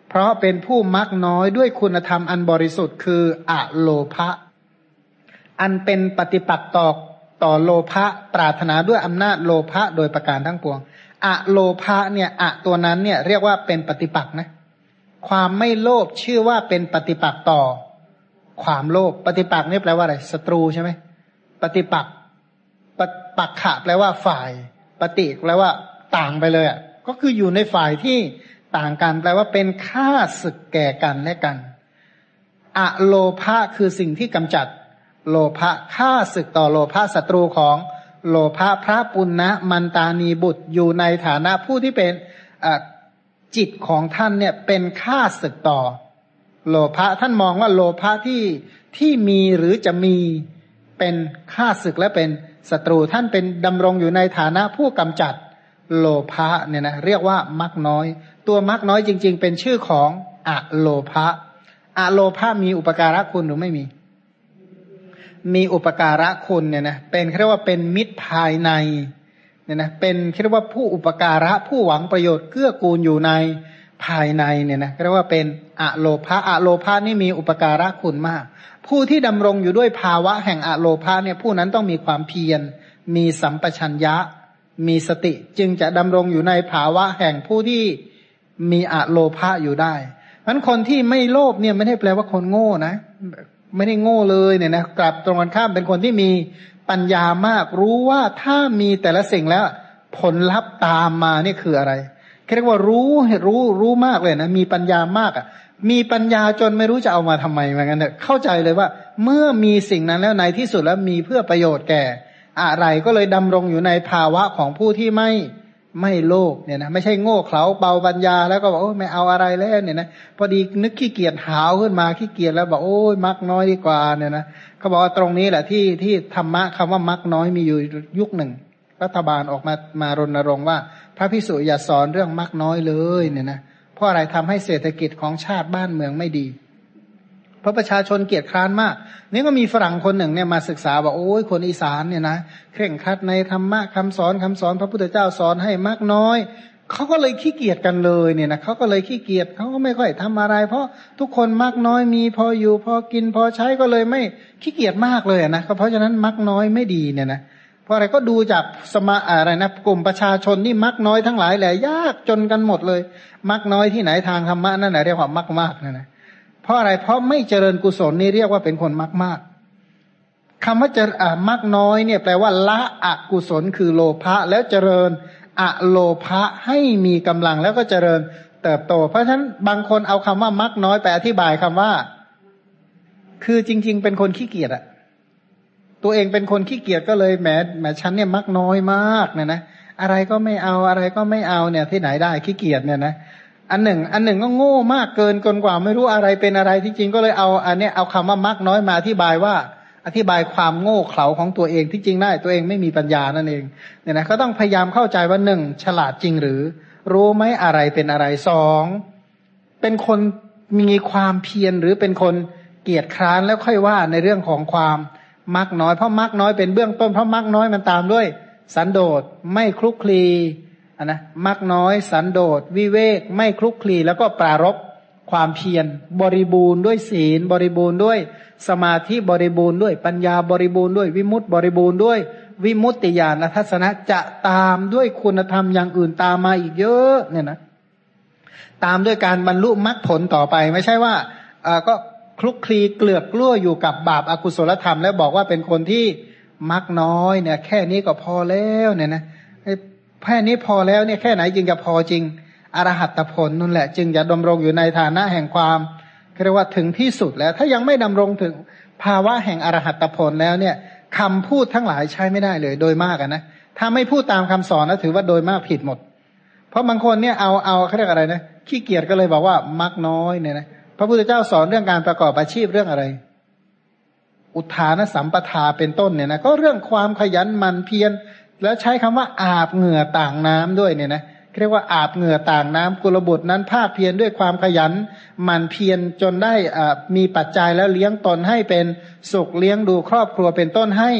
เพราะเป็นผู้มักน้อยด้วยคุณธรรมอันบริสุทธิ์คืออโลภะอันเป็นปฏิปักษ์ต่อต่อโลภะปรารถนาด้วยอำนาจโลภะโดยประการทั้งปวงอโลภะเนี่ยอะตัวนั้นเนี่ยเรียกว่าเป็นปฏิปักษ์นะความไม่โลภชื่อว่าเป็นปฏิปักษ์ต่อความโลภปฏิปักษ์นี่แปลว่าอะไรศัตรูใช่ไหมปฏิปักษ์ปักขะแปลว่าฝ่ายปฏิแปลว่าต่างไปเลยอ่ะก็คืออยู่ในฝ่ายที่ต่างกันแปลว่าเป็นข้าศึกแก่กันและกันอโลภะคือสิ่งที่กำจัดโลภะข้าศึกต่อโลภะศัตรูของโลภะพระปุณณมันตานีบุตรอยู่ในฐานะผู้ที่เป็นจิตของท่านเนี่ยเป็นข้าศึกต่อโลภะท่านมองว่าโลภะที่ที่มีหรือจะมีเป็นข้าศึกและเป็นศัตรูท่านเป็นดำรงอยู่ในฐานะผู้กำจัดโลภะเนี่ยนะเรียกว่ามักน้อยตัวมักน้อยจริงๆเป็นชื่อของอโลภะอโลภะมีอุปการะคุณหรือไม่มีมีอุปการะคุณเนี่ยนะเป็นเรียกว่าเป็นมิตรภายในเนี่ยนะเป็นเรียกว่าผู้อุปการะผู้หวังประโยชน์เกื้อกูลอยู่ในภายในเนี่ยนะเรียกว่าเป็นอโลภะอโลภะนี่มีอุปการะคุณมากผู้ที่ดำรงอยู่ด้วยภาวะแห่งอโลภะเนี่ยผู้นั้นต้องมีความเพียรมีสัมปชัญญะมีสติจึงจะดำรงอยู่ในภาวะแห่งผู้ที่มีอโลภะอยู่ได้เพราะฉะนั้นคนที่ไม่โลภเนี่ยไม่ได้แปลว่าคนโง่นะไม่ได้โง่เลยเนี่ยนะกลับตรงกันข้ามเป็นคนที่มีปัญญามากรู้ว่าถ้ามีแต่ละสิ่งแล้วผลลัพธ์ตามมานี่คืออะไรเรียกว่ารู้รู้รู้มากเลยนะมีปัญญามากอ่ะมีปัญญาจนไม่รู้จะเอามาทำไมเหมือนกันเนี่ยเข้าใจเลยว่าเมื่อมีสิ่งนั้นแล้วในที่สุดแล้วมีเพื่อประโยชน์แก่อะไรก็เลยดำรงอยู่ในภาวะของผู้ที่ไม่ไม่โลภเนี่ยนะไม่ใช่โง่เขลาเบาปัญญาแล้วก็บอกโอ้ไม่เอาอะไรแล้วเนี่ยนะพอดีนึกขี้เกียจหาวขึ้นมาขี้เกียจแล้วบอกโอ้ยมักน้อยดีกว่าเนี่ยนะเขาบอกว่าตรงนี้แหละที่ที่ธรรมะคำว่ามักน้อยมีอยู่ยุคหนึ่งรัฐบาลออกมามารณรงค์ว่าพระภิกษุอย่าสอนเรื่องมักน้อยเลยเนี่ยนะเพราะอะไรทำให้เศรษฐกิจของชาติบ้านเมืองไม่ดีเพราะประชาชนเกียจคร้านมากนี่ก็มีฝรั่งคนหนึ่งเนี่ยมาศึกษาว่าโอ้ยคนอีสานเนี่ยนะเคร่งครัดในธรรมะคำสอนคำสอนพระพุทธเจ้าสอนให้มักน้อยเขาก็เลยขี้เกียจกันเลยเนี่ยนะเขาก็เลยขี้เกียจเขาก็ไม่ค่อยทำอะไรเพราะทุกคนมักน้อยมีพออยู่พอกินพอใช้ก็เลยไม่ขี้เกียจมากเลยนะเพราะฉะนั้นมักน้อยไม่ดีเนี่ยนะเพราะอะไรก็ดูจากสมาอะไรนะกลุ่มประชาชนที่มักน้อยทั้งหลายแหละยากจนกันหมดเลยมักน้อยที่ไหนทางธรรมะนั่นแหละเรียกว่ามักมากนะนะเพราะอะไรเพราะไม่เจริญกุศลนี่เรียกว่าเป็นคนมักมากคำว่าจะอ่ามักน้อยเนี่ยแปลว่าละอกุศลคือโลภะแล้วเจริญอโลภะให้มีกำลังแล้วก็เจริญเติบโตเพราะฉะนั้นบางคนเอาคำว่ามักน้อยไปอธิบายคำว่าคือจริงๆเป็นคนขี้เกียจอะตัวเองเป็นคนขี้เกียจก็เลยแหมแหมฉันเนี่ยมักน้อยมากเนี่ยนะอะไรก็ไม่เอาอะไรก็ไม่เอาเนี่ยที่ไหนได้ขี้เกียจเนี่ยนะอันหนึ่งอันหนึ่งก็โง่มากเกินจนกว่าไม่รู้อะไรเป็นอะไรที่จริงก็เลยเอาอันเนี้ยเอาคำว่ามักน้อยมาอธิบายว่าอธิบายความโง่เขลาของตัวเองที่จริงได้ตัวเองไม่มีปัญญานั่นเองเนี่ยนะก็ต้องพยายามเข้าใจว่าหนึ่งฉลาดจริงหรือรู้ไหมอะไรเป็นอะไรสองเป็นคนมีความเพียรหรือเป็นคนเกียจคร้านแล้วค่อยว่าในเรื่องของความมักน้อยเพราะมักน้อยเป็นเบื้องต้นเพราะมักน้อยมันตามด้วยสันโดษไม่คลุกคลีอ่ะนะมักน้อยสันโดษวิเวกไม่คลุกคลีแล้วก็ปรารภความเพียรบริบูรณ์ด้วยศีลบริบูรณ์ด้วยสมาธิบริบูรณ์ด้วยปัญญาบริบูรณ์ด้วยวิมุตติบริบูรณ์ด้วยวิมุตติญาณทัศนะจะตามด้วยคุณธรรมอย่างอื่นตามมาอีกเยอะเนี่ยนะตามด้วยการบรรลุมรรคผลต่อไปไม่ใช่ว่าเอ่อก็คลุกคลีเกลือกกล้วอยู่กับบาปอกุศลธรรมแล้วบอกว่าเป็นคนที่มักน้อยเนี่ยแค่นี้ก็พอแล้วเนี่ยนะแค่นี้พอแล้วเนี่ยแค่ไหนจึงจะพอจริงอรหัตผลนั่นแหละจึงจะดำรงอยู่ในฐานะแห่งความเรียกว่าถึงที่สุดแล้วถ้ายังไม่ดำรงถึงภาวะแห่งอรหัตผลแล้วเนี่ยคำพูดทั้งหลายใช้ไม่ได้เลยโดยมากนะถ้าไม่พูดตามคำสอนนะถือว่าโดยมากผิดหมดเพราะบางคนเนี่ยเอาเอาเขาเรียกอะไรนะขี้เกียจก็เลยบอกว่ามักน้อยเนี่ยนะพระพุทธเจ้าสอนเรื่องการประกอบอาชีพเรื่องอะไรอุทานสัมปทาเป็นต้นเนี่ยนะก็เรื่องความขยันหมั่นเพียรแล้วใช้คำว่าอาบเหงื่อต่างน้ำด้วยเนี่ยนะเรียกว่าอาบเหงื่อต่างน้ำกุลบุตรนั้นภาคเพียรด้วยความขยันหมั่นเพียรจนได้อ่ามีปัจจัยแล้วเลี้ยงตนให้เป็นสุขเลี้ยงดูครอบครัวเป็นต้นให้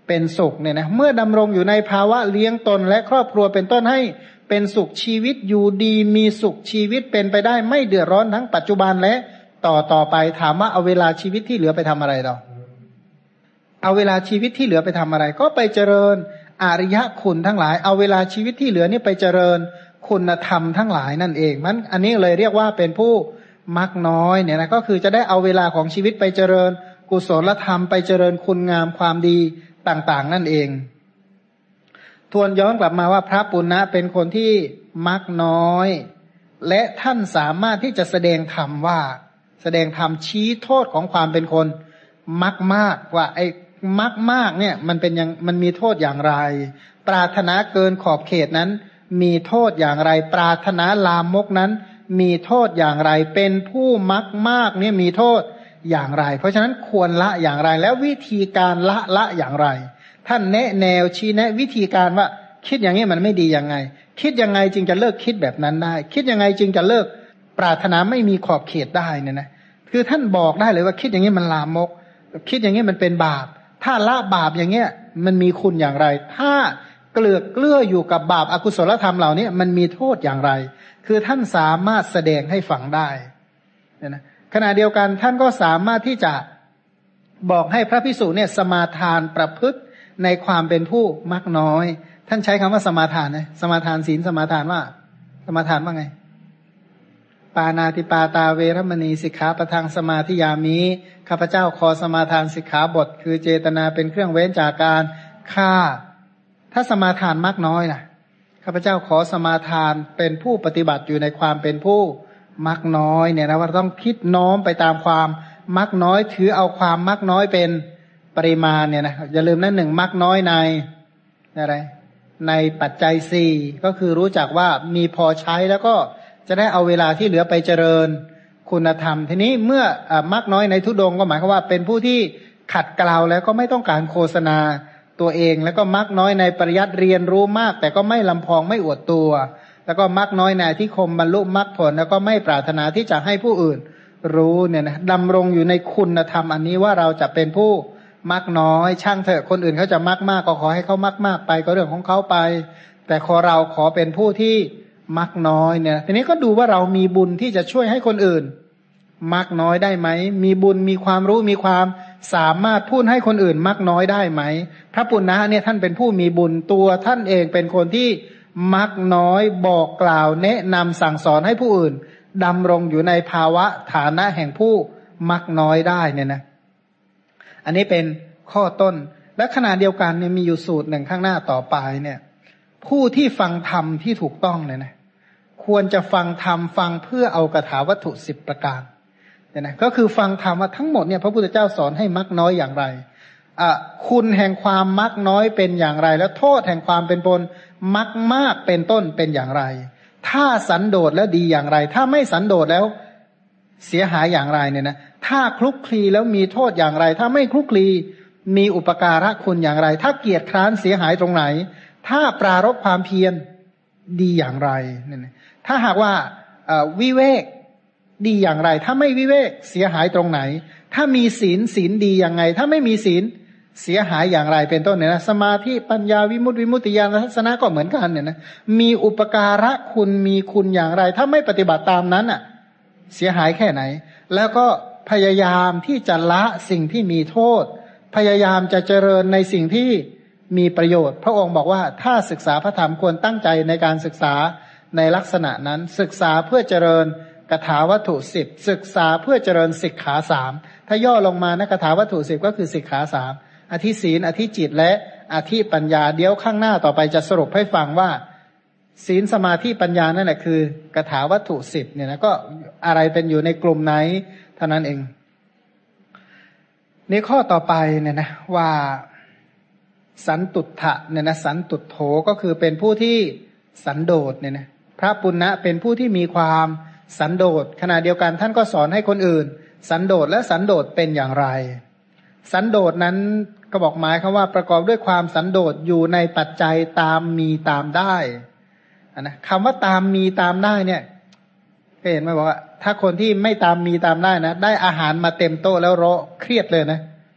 เป็นสุขเนี่ยนะเมื่อดำรงอยู่ในภาวะเลี้ยงตนและครอบครัวเป็นต้นให้เป็นสุขชีวิตอยู่ดีมีสุขชีวิตเป็นไปได้ไม่เดือดร้อนทั้งปัจจุบันและต่อต่อไปถามว่าเอาเวลาชีวิตที่เหลือไปทำอะไรต่อเอาเวลาชีวิตที่เหลือไปทำอะไรก็ไปเจริญอริยคุณทั้งหลายเอาเวลาชีวิตที่เหลือนี่ไปเจริญคุณธรรมทั้งหลายนั่นเองมันอันนี้เลยเรียกว่าเป็นผู้มักน้อยเนี่ยนะก็คือจะได้เอาเวลาของชีวิตไปเจริญกุศลธรรมไปเจริญคุณงามความดีต่างๆนั่นเองทวนย้อนกลับมาว่าพระปุณณะเป็นคนที่มักน้อยและท่านสามารถที่จะแสดงธรรมว่าแสดงธรรมชี้โทษของความเป็นคนมักมากว่าไอ้มักมากเนี่ยมันเป็นยังมันมีโทษอย่างไรปรารถนาเกินขอบเขตนั้นมีโทษอย่างไรปรารถนาลามกนั้นมีโทษอย่างไรเป็นผู้มักมากเนี่ยมีโทษอย่างไรเพราะฉะนั้นควรละอย่างไรแล้ววิธีการละละอย่างไรท่านแนะแนวชี้แนะวิธีการว่าคิดอย่างนี้มันไม่ดียังไงคิดยังไงจึงจะเลิกคิดแบบนั้นได้คิดยังไงจึงจะเลิกปรารถนาไม่มีขอบเขตได้เนี่ยนะคือท่านบอกได้เลยว่าคิดอย่างนี้มันลามกคิดอย่างนี้มันเป็นบาปถ้าละบาปอย่างเงี้ยมันมีคุณอย่างไรถ้าเกลือกเกลืออยู่กับบาปอกุศลธรรมเหล่านี้มันมีโทษอย่างไรคือท่านสามารถแสดงให้ฟังได้เนี่ยนะขณะเดียวกันท่านก็สามารถที่จะบอกให้พระภิกษุเนี่ยสมาทานประพฤติในความเป็นผู้มักน้อยท่านใช้คำว่าสมาทานนะสมาทานศีลสมาทานว่าสมาทานว่าไงปานาติปาตาเวรมณีสิกขาปะทังสมาธิยามิข้าพเจ้าขอสมาทานสิกขาบทคือเจตนาเป็นเครื่องเว้นจากการฆ่าถ้าสมาทานมักน้อยล่ะข้าพเจ้าขอสมาทานเป็นผู้ปฏิบัติอยู่ในความเป็นผู้มักน้อยเนี่ยนะว่าต้องคิดน้อมไปตามความมักน้อยถือเอาความมักน้อยเป็นปริมาณเนี่ยนะอย่าลืมนั่นหนึ่งมักน้อยในอะไรในปัจจัยสี่ก็คือรู้จักว่ามีพอใช้แล้วก็จะได้เอาเวลาที่เหลือไปเจริญคุณธรรมทีนี้เมื่อมักน้อยในทุดงก็หมายความว่าเป็นผู้ที่ขัดเกลาแล้วก็ไม่ต้องการโฆษณาตัวเองแล้วก็มักน้อยในปริยัติเรียนรู้มากแต่ก็ไม่ลำพองไม่อวดตัวแล้วก็มักน้อยในที่คมบรรลุมรรคผลแล้วก็ไม่ปรารถนาที่จะให้ผู้อื่นรู้เนี่ยนะดำรงอยู่ในคุณธรรมอันนี้ว่าเราจะเป็นผู้มักน้อยช่างเถอะคนอื่นเขาจะมักมากก็ขอให้เขามักมากไปก็เรื่องของเขาไปแต่ขอเราขอเป็นผู้ที่มักน้อยเนี่ยทีนี้ก็ดูว่าเรามีบุญที่จะช่วยให้คนอื่นมักน้อยได้ไหมมีบุญมีความรู้มีความสามารถพูดให้คนอื่นมักน้อยได้ไหมพระปุณณะเนี่ยท่านเป็นผู้มีบุญตัวท่านเองเป็นคนที่มักน้อยบอกกล่าวแนะนำสั่งสอนให้ผู้อื่นดำรงอยู่ในภาวะฐานะแห่งผู้มักน้อยได้เนี่ยนะอันนี้เป็นข้อต้นและขณะเดียวกันเนี่ยมีอยู่สูตรหนึ่งข้างหน้าต่อไปเนี่ยผู้ที่ฟังธรรมที่ถูกต้องเลยนะควรจะฟังธรรมฟังเพื่อเอากถาวัตถุสิบประการเนี่ยนะก็คือฟังธรรมว่าทั้งหมดเนี่ยพระพุทธเจ้าสอนให้มักน้อยอย่างไรอ่ะคุณแห่งความมักน้อยเป็นอย่างไรแล้วโทษแห่งความเป็นปนมักมากเป็นต้นเป็นอย่างไรถ้าสันโดษแล้วดีอย่างไรถ้าไม่สันโดษแล้วเสียหายอย่างไรเนี่ยนะถ้าคลุกคลีแล้วมีโทษอย่างไรถ้าไม่คลุกคลีมีอุปการะคุณอย่างไรถ้าเกียรติคร้านเสียหายตรงไหนถ้าปรารภความเพียรดีอย่างไรเนี่ยนะถ้าหากว่าวิเวกดีอย่างไรถ้าไม่วิเวกเสียหายตรงไหนถ้ามีศีลศีลดีอย่างไงถ้าไม่มีศีลเสียหายอย่างไรเป็นต้นเนี่ยนะสมาธิปัญญาวิมุตติวิมุตติญาณทัศนะก็เหมือนกันเนี่ยนะมีอุปการะคุณมีคุณอย่างไรถ้าไม่ปฏิบัติตามนั้นอ่ะเสียหายแค่ไหนแล้วก็พยายามที่จะละสิ่งที่มีโทษพยายามจะเจริญในสิ่งที่มีประโยชน์พระองค์บอกว่าถ้าศึกษาพระธรรมควรตั้งใจในการศึกษาในลักษณะนั้นศึกษาเพื่อเจริญกถาวัตถุสิบศึกษาเพื่อเจริญสิกขาสามถ้าย่อลงมานะกถาวัตถุสิบก็คือสิกขาสามอธิศีลอธิจิตและอธิปัญญาเดี๋ยวข้างหน้าต่อไปจะสรุปให้ฟังว่าศีลสมาธิปัญญานั่นแหละคือกถาวัตถุสิบเนี่ยนะก็อะไรเป็นอยู่ในกลุ่มไหนเท่านั้นเองนี่ข้อต่อไปเนี่ยนะว่าสันตุถะเนี่ยนะสันตุโถก็คือเป็นผู้ที่สันโดษเนี่ยนะพระปุณณะเป็นผู้ที่มีความสันโดษขณะเดียวกันท่านก็สอนให้คนอื่นสันโดษและสันโดษเป็นอย่างไรสันโดษนั้นก็บอกหมายคำว่าประกอบด้วยความสันโดษอยู่ในปัจจัยตามมีตามได้นะคำว่าตามมีตามได้เนี่ยก็เห็นไหมบอกว่าถ้าคนที่ไม่ตามมีตามได้นะได้อาหารมาเต็มโต๊ะแล้วเราเครียดเลยนะ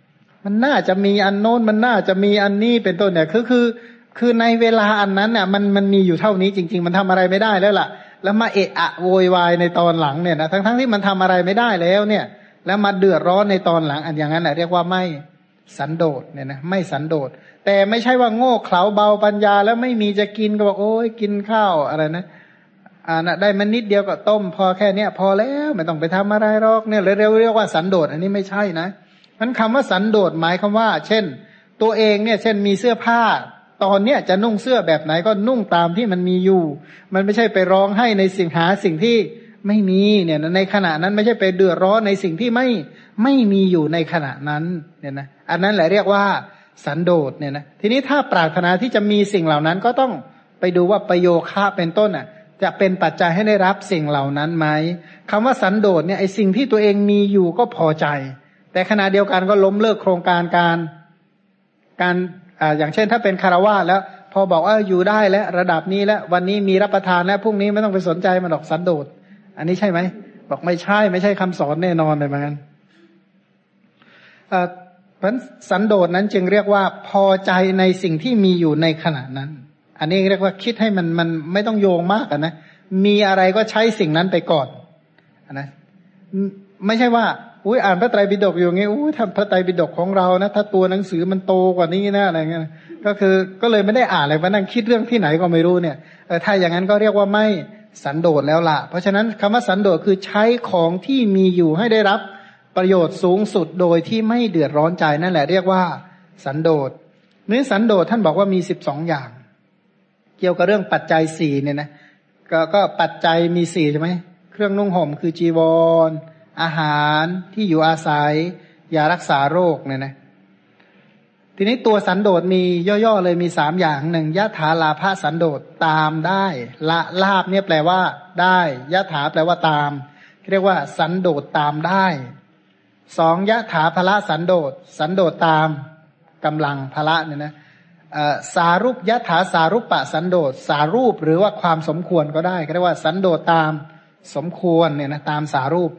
มันน่าจะมีอันโน้นมันน่าจะมีอันนี้เป็นต้นเนี่ยคือคือคือในเวลาอันนั้นน่ะมันมันมีอยู่เท่านี้จริงๆมันทำอะไรไม่ได้แล้วล่ะแล้วมาเอะอะโวยวายในตอนหลังเนี่ยนะทั้งๆที่มันทำอะไรไม่ได้แล้วเนี่ยแล้วมาเดือดร้อนในตอนหลังอันอย่างนั้นแหละเรียกว่าไม่สันโดษเนี่ยนะไม่สันโดษแต่ไม่ใช่ว่าโง่เขลาเบาปัญญาแล้วไม่มีจะกินก็บอกโอ้ยกินข้าวอะไรนะอ่านะได้มันนิดเดียวก็ต้มพอแค่เนี้ยพอแล้วไม่ต้องไปทำอะไรหรอกเนี่ยเรียกเรียกว่าสันโดษอันนี้ไม่ใช่นะมันคำว่าสันโดษหมายคำว่าเช่นตัวเองเนี่ยเช่นมีเสื้อผ้าตอนเนี้ยจะนุ่งเสื้อแบบไหนก็นุ่งตามที่มันมีอยู่มันไม่ใช่ไปร้องให้ในสิ่งหาสิ่งที่ไม่มีเนี่ยในขณะนั้นไม่ใช่ไปเดือดร้อนในสิ่งที่ไม่ไม่มีอยู่ในขณะนั้นเนี่ยนะอันนั้นแหละเรียกว่าสันโดษเนี่ยนะทีนี้ถ้าปรารถนาที่จะมีสิ่งเหล่านั้นก็ต้องไปดูว่าประโยคะเป็นต้นอ่ะจะเป็นปัจจัยให้ได้รับสิ่งเหล่านั้นไหมคำว่าสันโดษเนี่ยไอสิ่งที่ตัวเองมีอยู่ก็พอใจแต่ขณะเดียวกันก็ล้มเลิกโครงการการการอ่าอย่างเช่นถ้าเป็นคารวะแล้วพอบอกว่าอยู่ได้แล้วระดับนี้แล้ววันนี้มีรับประทานแล้วพรุ่งนี้ไม่ต้องไปสนใจมันหรอกสันโดษอันนี้ใช่ไหมบอกไม่ใช่ไม่ใช่คำสอนแน่นอนเลยเหมือนกันอ่าเพราะสันโดษนั้นจึงเรียกว่าพอใจในสิ่งที่มีอยู่ในขณะนั้นอันนี้เรียกว่าคิดให้มันมันไม่ต้องโยงมากนะมีอะไรก็ใช้สิ่งนั้นไปก่อนนะไม่ใช่ว่าอุ้ยอ่านพระไตรปิฎกอยู่อย่างงี้อุ้ยทำพระไตรปิฎกของเรานะถ้าตัวหนังสือมันโตกว่านี้นะอะไรเงี้ยก็คือก็เลยไม่ได้อ่านเลยมานั่งคิดเรื่องที่ไหนก็ไม่รู้เนี่ยเออถ้าอย่างนั้นก็เรียกว่าไม่สันโดษแล้วล่ะเพราะฉะนั้นคำว่าสันโดษคือใช้ของที่มีอยู่ให้ได้รับประโยชน์สูงสุดโดยที่ไม่เดือดร้อนใจนั่นแหละเรียกว่าสันโดษนี้สันโดษท่านบอกว่ามีสิบสองอย่างเกี่ยวกับเรื่องปัจจัยสี่เนี่ยนะก็ก็ปัจจัยมีสี่ใช่ไหมเครื่องนุ่งห่มคือจีวรอาหารที่อยู่อาศัยยารักษาโรคเนี่ยนะทีนี้ตัวสันโดษมีย่อๆเลยมีสามอย่างหนึ่งยะถาลาภสันโดษตามได้ละลาภเนี่ยแปลว่าได้ยะถาแปลว่าตามเรียกว่าสันโดษตามได้สองยะถาภละสันโดษสันโดษตามกำลังภละเนี่ยนะสารูปยะถาสารูปปะสันโดษสารูปหรือว่าความสมควรก็ได้เรียกว่าสันโดษตามสมควรเนี่ยนะตามสารูป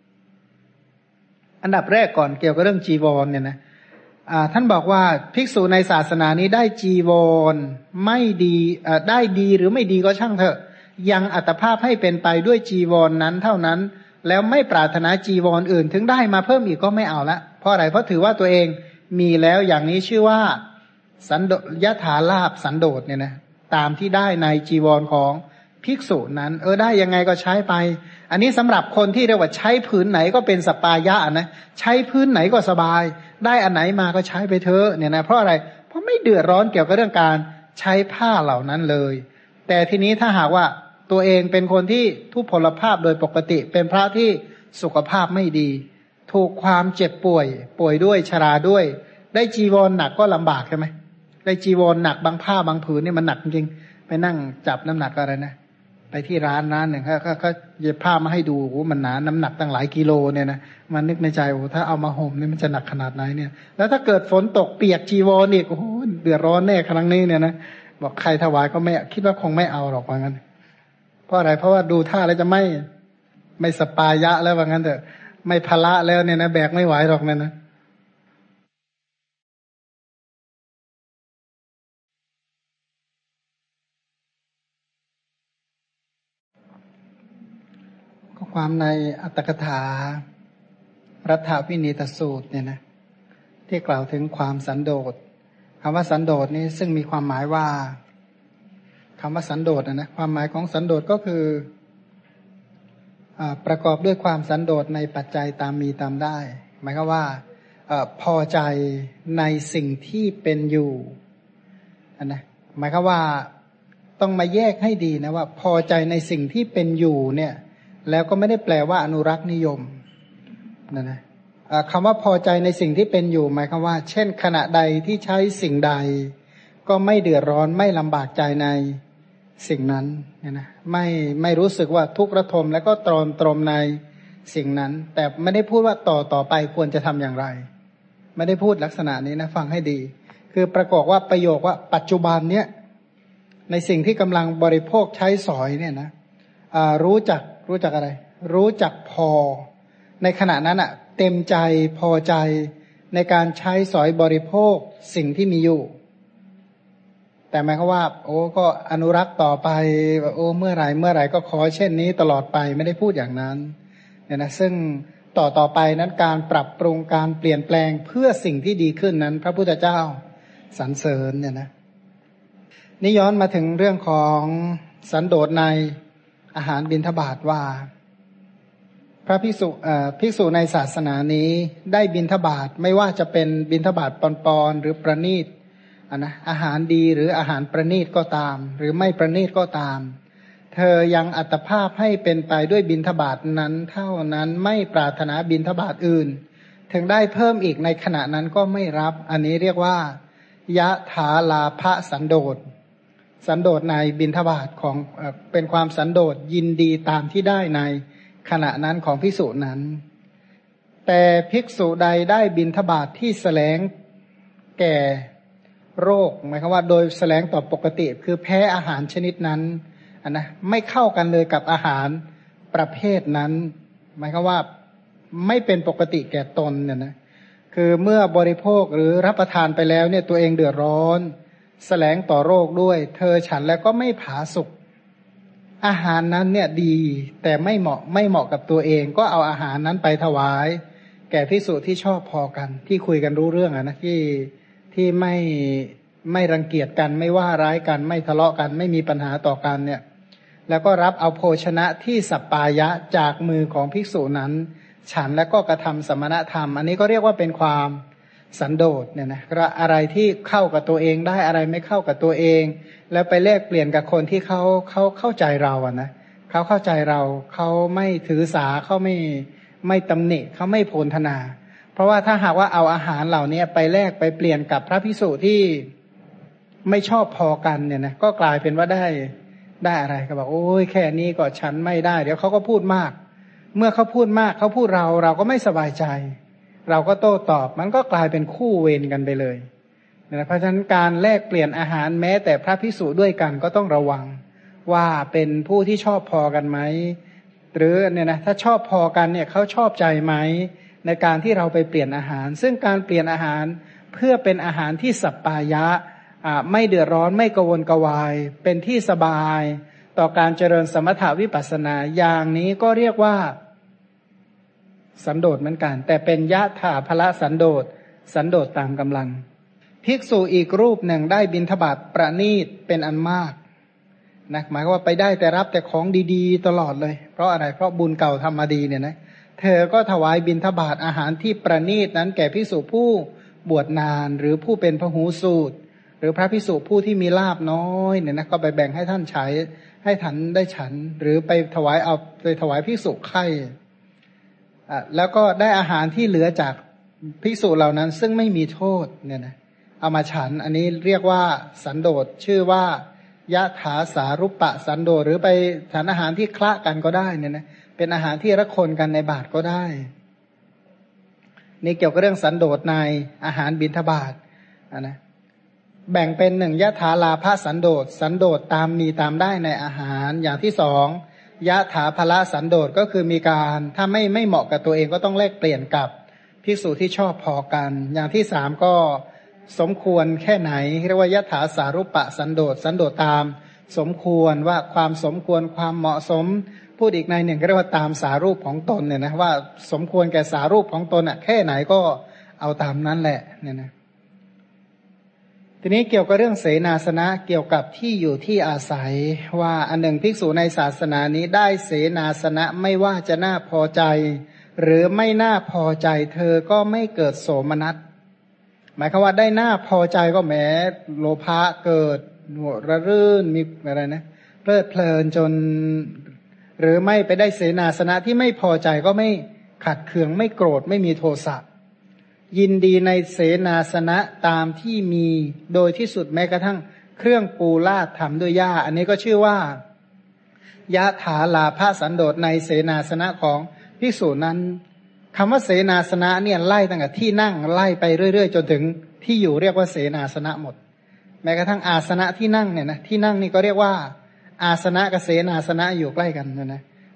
อันดับแรกก่อนเกี่ยวกับเรื่องจีวรเนี่ยนะท่านบอกว่าภิกษุในศาสนานี้ได้จีวรไม่ดีได้ดีหรือไม่ดีก็ช่างเถอะยังอัตภาพให้เป็นไปด้วยจีวร นนั้นเท่านั้นแล้วไม่ปรารถนาจีวร อื่นถึงได้มาเพิ่มอีกก็ไม่เอาละเพราะอะไรเพราะถือว่าตัวเองมีแล้วอย่างนี้ชื่อว่าสันโดษยถาลาภสันโดษเนี่ยนะตามที่ได้ในจีวรของภิกษุนั้นเออได้ยังไงก็ใช้ไปอันนี้สำหรับคนที่เรียกว่าใช้พื้นไหนก็เป็นสปายะนะใช้พื้นไหนก็สบายได้อันไหนมาก็ใช้ไปเถอะเนี่ยนะเพราะอะไรเพราะไม่เดือดร้อนเกี่ยวกับเรื่องการใช้ผ้าเหล่านั้นเลยแต่ทีนี้ถ้าหากว่าตัวเองเป็นคนที่ทุพพลภาพโดยปกติเป็นพระที่สุขภาพไม่ดีถูกความเจ็บป่วยป่วยด้วยชราด้วยได้จีวรหนักก็ลำบากใช่ไหมได้จีวรหนักบางผ้าบางผืนนี่มันหนักจริงไปนั่งจับน้ำหนักอะไรนะไปที่ร้านร้านหนึ่งเขาเขาเขาเย็บผ้ามาให้ดูโอ้มันหนาน้ำหนักตั้งหลายกิโลเนี่ยนะมันนึกในใจโอ้ถ้าเอามาห่มนี่มันจะหนักขนาดไหนเนี่ยแล้วถ้าเกิดฝนตกเปียกจีวรอีกโอ้โหเดือดร้อนแน่ครั้งนี้เนี่ยนะบอกใครถวายก็ไม่คิดว่าคงไม่เอาหรอกว่างั้นเพราะอะไรเพราะว่าดูท่าแล้วจะไม่ไม่สปายะแล้วว่างั้นเถอะไม่พละแล้วเนี่ยนะแบกไม่ไหวหรอกเนี่ยนะความในอัตถกถารัฐวินีตสูตรเนี่ยนะที่กล่าวถึงความสันโดษคำว่าสันโดษนี้ซึ่งมีความหมายว่าคำว่าสันโดษนะนะความหมายของสันโดษก็คือประกอบด้วยความสันโดษในปัจจัยตามมีตามได้หมายความว่าพอใจในสิ่งที่เป็นอยู่นะหมายความว่าต้องมาแยกให้ดีนะว่าพอใจในสิ่งที่เป็นอยู่เนี่ยแล้วก็ไม่ได้แปลว่าอนุรักษ์นิยมนะนะคำว่าพอใจในสิ่งที่เป็นอยู่หมายความว่าเช่นขณะใดที่ใช้สิ่งใดก็ไม่เดือดร้อนไม่ลำบากใจในสิ่งนั้นเนี่ยนะไม่ไม่รู้สึกว่าทุกข์ระทมแล้วก็ตรอมตรมในสิ่งนั้นแต่ไม่ได้พูดว่าต่อต่อไปควรจะทำอย่างไรไม่ได้พูดลักษณะนี้นะฟังให้ดีคือประกอบว่าประโยคว่าปัจจุบันเนี้ยในสิ่งที่กำลังบริโภคใช้สอยเนี่ยนะรู้จักรู้จักอะไรรู้จักพอในขณะนั้นอ่ะเต็มใจพอใจในการใช้สอยบริโภคสิ่งที่มีอยู่แต่หมายความว่าโอ้ก็อนุรักษ์ต่อไปโอ้เมื่อไหร่เมื่อไหร่ก็ขอเช่นนี้ตลอดไปไม่ได้พูดอย่างนั้นเนี่ยนะซึ่งต่อต่อไปนั้นการปรับปรุงการเปลี่ยนแปลงเพื่อสิ่งที่ดีขึ้นนั้นพระพุทธเจ้าสรรเสริญเนี่ยนะนี่ย้อนมาถึงเรื่องของสันโดษในอาหารบิณฑบาตว่าพระภิกษุภิกษุในศาสนานี้ได้บิณฑบาตไม่ว่าจะเป็นบิณฑบาตปอนๆหรือประณีตอ่ะนะอาหารดีหรืออาหารประณีตก็ตามหรือไม่ประณีตก็ตามเธอยังอัตภาพให้เป็นไปด้วยบิณฑบาตนั้นเท่านั้นไม่ปรารถนาบิณฑบาตอื่นถึงได้เพิ่มอีกในขณะนั้นก็ไม่รับอันนี้เรียกว่ายะถาลาภสันโดษสันโดษในบิณฑบาตของเอ่อเป็นความสันโดษยินดีตามที่ได้ในขณะนั้นของภิกษุนั้นแต่ภิกษุใดได้บิณฑบาตที่แสลงแก่โรคหมายความว่าโดยแสลงต่อปกติคือแพ้อาหารชนิดนั้นอันนะไม่เข้ากันเลยกับอาหารประเภทนั้นหมายความว่าไม่เป็นปกติแก่ตนเนี่ยนะคือเมื่อบริโภคหรือรับประทานไปแล้วเนี่ยตัวเองเดือดร้อนแสลงต่อโรคด้วยเธอฉันแล้วก็ไม่ผาสุกอาหารนั้นเนี่ยดีแต่ไม่เหมาะไม่เหมาะกับตัวเองก็เอาอาหารนั้นไปถวายแก่ภิกษุที่ชอบพอกันที่คุยกันรู้เรื่องอะนะที่ที่ไม่ไม่รังเกียจกันไม่ว่าร้ายกันไม่ทะเลาะกันไม่มีปัญหาต่อกันเนี่ยแล้วก็รับเอาโภชนะที่สัปปายะจากมือของภิกษุนั้นฉันแล้วก็กระทำสมณธรรมอันนี้ก็เรียกว่าเป็นความสันโดษเนี่ยนะอะไรที่เข้ากับตัวเองได้อะไรไม่เข้ากับตัวเองแล้วไปแลกเปลี่ยนกับคนที่เขาเขาเข้าใจเราอ่ะนะเขาเข้าใจเราเขาไม่ถือสาเขาไม่ไม่ตำหนิเขาไม่โพลธนาเพราะว่าถ้าหากว่าเอาอาหารเหล่านี้ไปแลกไปเปลี่ยนกับพระภิกษุที่ไม่ชอบพอกันเนี่ยนะก็กลายเป็นว่าได้ได้อะไรก็บอกโอ้ยแค่นี้ก็ฉันไม่ได้เดี๋ยวเขาก็พูดมากเมื่อเขาพูดมากเขาพูดเราเราก็ไม่สบายใจเราก็โต้ตอบมันก็กลายเป็นคู่เวรกันไปเลยนะเพราะฉะนั้นการแลกเปลี่ยนอาหารแม้แต่พระภิกษุด้วยกันก็ต้องระวังว่าเป็นผู้ที่ชอบพอกันไหมหรือเนี่ยนะถ้าชอบพอกันเนี่ยเขาชอบใจไหมในการที่เราไปเปลี่ยนอาหารซึ่งการเปลี่ยนอาหารเพื่อเป็นอาหารที่สัปปายะอ่าไม่เดือดร้อนไม่กระวนกระวายเป็นที่สบายต่อการเจริญสมถาวิปัสสนาอย่างนี้ก็เรียกว่าสันโดษเหมือนกันแต่เป็นยะถาภละสันโดษสันโดษตามกำลังภิกษุอีกรูปหนึ่งได้บิณฑบาตประณีตเป็นอันมากนะหมายว่าไปได้แต่รับแต่ของดีๆตลอดเลยเพราะอะไรเพราะบุญเก่าทำมาดีเนี่ยนะเธอก็ถวายบิณฑบาตอาหารที่ประณีตนั้นแก่ภิกษุผู้บวชนานหรือผู้เป็นพหูสูตรหรือพระภิกษุผู้ที่มีลาภน้อยเนี่ยนะก็ไปแบ่งให้ท่านใช้ให้ท่านได้ฉันหรือไปถวายเอาไปถวายภิกษุไข่อ่ะแล้วก็ได้อาหารที่เหลือจากภิกษุเหล่านั้นซึ่งไม่มีโทษเนี่ยนะเอามาฉันอันนี้เรียกว่าสันโดษชื่อว่ายะถาสารุปปะสันโดษหรือไปฉันอาหารที่คละกันก็ได้เนี่ยนะเป็นอาหารที่ระคนกันในบาตรก็ได้นี่เกี่ยวกับเรื่องสันโดษในอาหารบิณฑบาตอ่ะนะแบ่งเป็นหนึ่งยะถาลาภสันโดษสันโดษตามมีตามได้ในอาหารอย่างที่สองยะถาภละสันโดษก็คือมีการถ้าไม่ไม่เหมาะกับตัวเองก็ต้องแลกเปลี่ยนกับภิกษุที่ชอบพอกันอย่างที่สามก็สมควรแค่ไหนเรียกว่ายะถาสารุปปะสันโดษสันโดษตามสมควรว่าความสมควรความเหมาะสมพูดอีกในหนึ่งก็เรียกว่าตามสารูปของตนเนี่ยนะว่าสมควรแก่สารูปของตนอ่ะแค่ไหนก็เอาตามนั้นแหละเนี่ยนะทีนี้เกี่ยวกับเรื่องเสนาสนะเกี่ยวกับที่อยู่ที่อาศัยว่าอันหนึ่งภิกษุในศาสนานี้ได้เสนาสนะไม่ว่าจะน่าพอใจหรือไม่น่าพอใจเธอก็ไม่เกิดโสมนัสหมายความว่าได้น่าพอใจก็แหมโลภะเกิดหัวระรื่นมีอะไรนะเพลิดเพลินจนหรือไม่ไปได้เสนาสนะที่ไม่พอใจก็ไม่ขัดเคืองไม่โกรธไม่มีโทสะยินดีในเสนาสนะตามที่มีโดยที่สุดแม้กระทั่งเครื่องปูลาดทำด้วยหญ้าอันนี้ก็ชื่อว่ายะถาลาภสันโดษในเสนาสนะของภิกษุนั้นคำว่าเสนาสนะเนี่ยไล่ตั้งแต่ที่นั่งไล่ไปเรื่อยๆจนถึงที่อยู่เรียกว่าเสนาสนะหมดแม้กระทั่งอาสนะที่นั่งเนี่ยนะที่นั่งนี่ก็เรียกว่าอาสนะกับเสนาสนะอยู่ใกล้กันนะนะ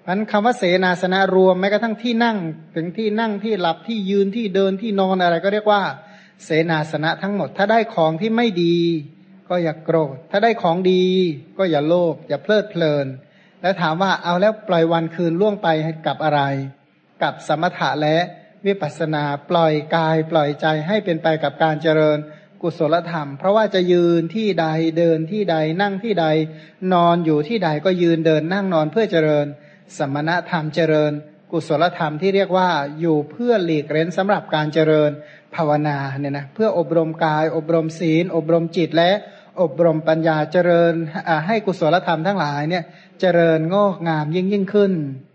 มันคำว่าเสนาสนะรวมแม้กระทั่งที่นั่งถึงที่นั่งที่หลับที่ยืนที่เดินที่นอนอะไรก็เรียกว่าเสนาสนะทั้งหมดถ้าได้ของที่ไม่ดีก็อย่าโกรธถ้าได้ของดีก็อย่าโลภอย่าเพลิดเพลินแล้วถามว่าเอาแล้วปล่อยวันคืนล่วงไปกับอะไรกับสมถะและวิปัสสนาปล่อยกายปล่อยใจให้เป็นไปกับการเจริญกุศลธรรมเพราะว่าจะยืนที่ใดเดินที่ใดนั่งที่ใดนอนอยู่ที่ใดก็ยืนเดินนั่งนอนเพื่อเจริญสมณธรรมเจริญกุศลธรรมที่เรียกว่าอยู่เพื่อหลีกเร้นสำหรับการเจริญภาวนาเนี่ยนะเพื่ออบรมกายอบรมศีลอบรมจิตและอบรมปัญญาเจริญให้กุศลธรรมทั้งหลายเนี่ยเจริญงอกงามยิ่งยิ่งขึ้น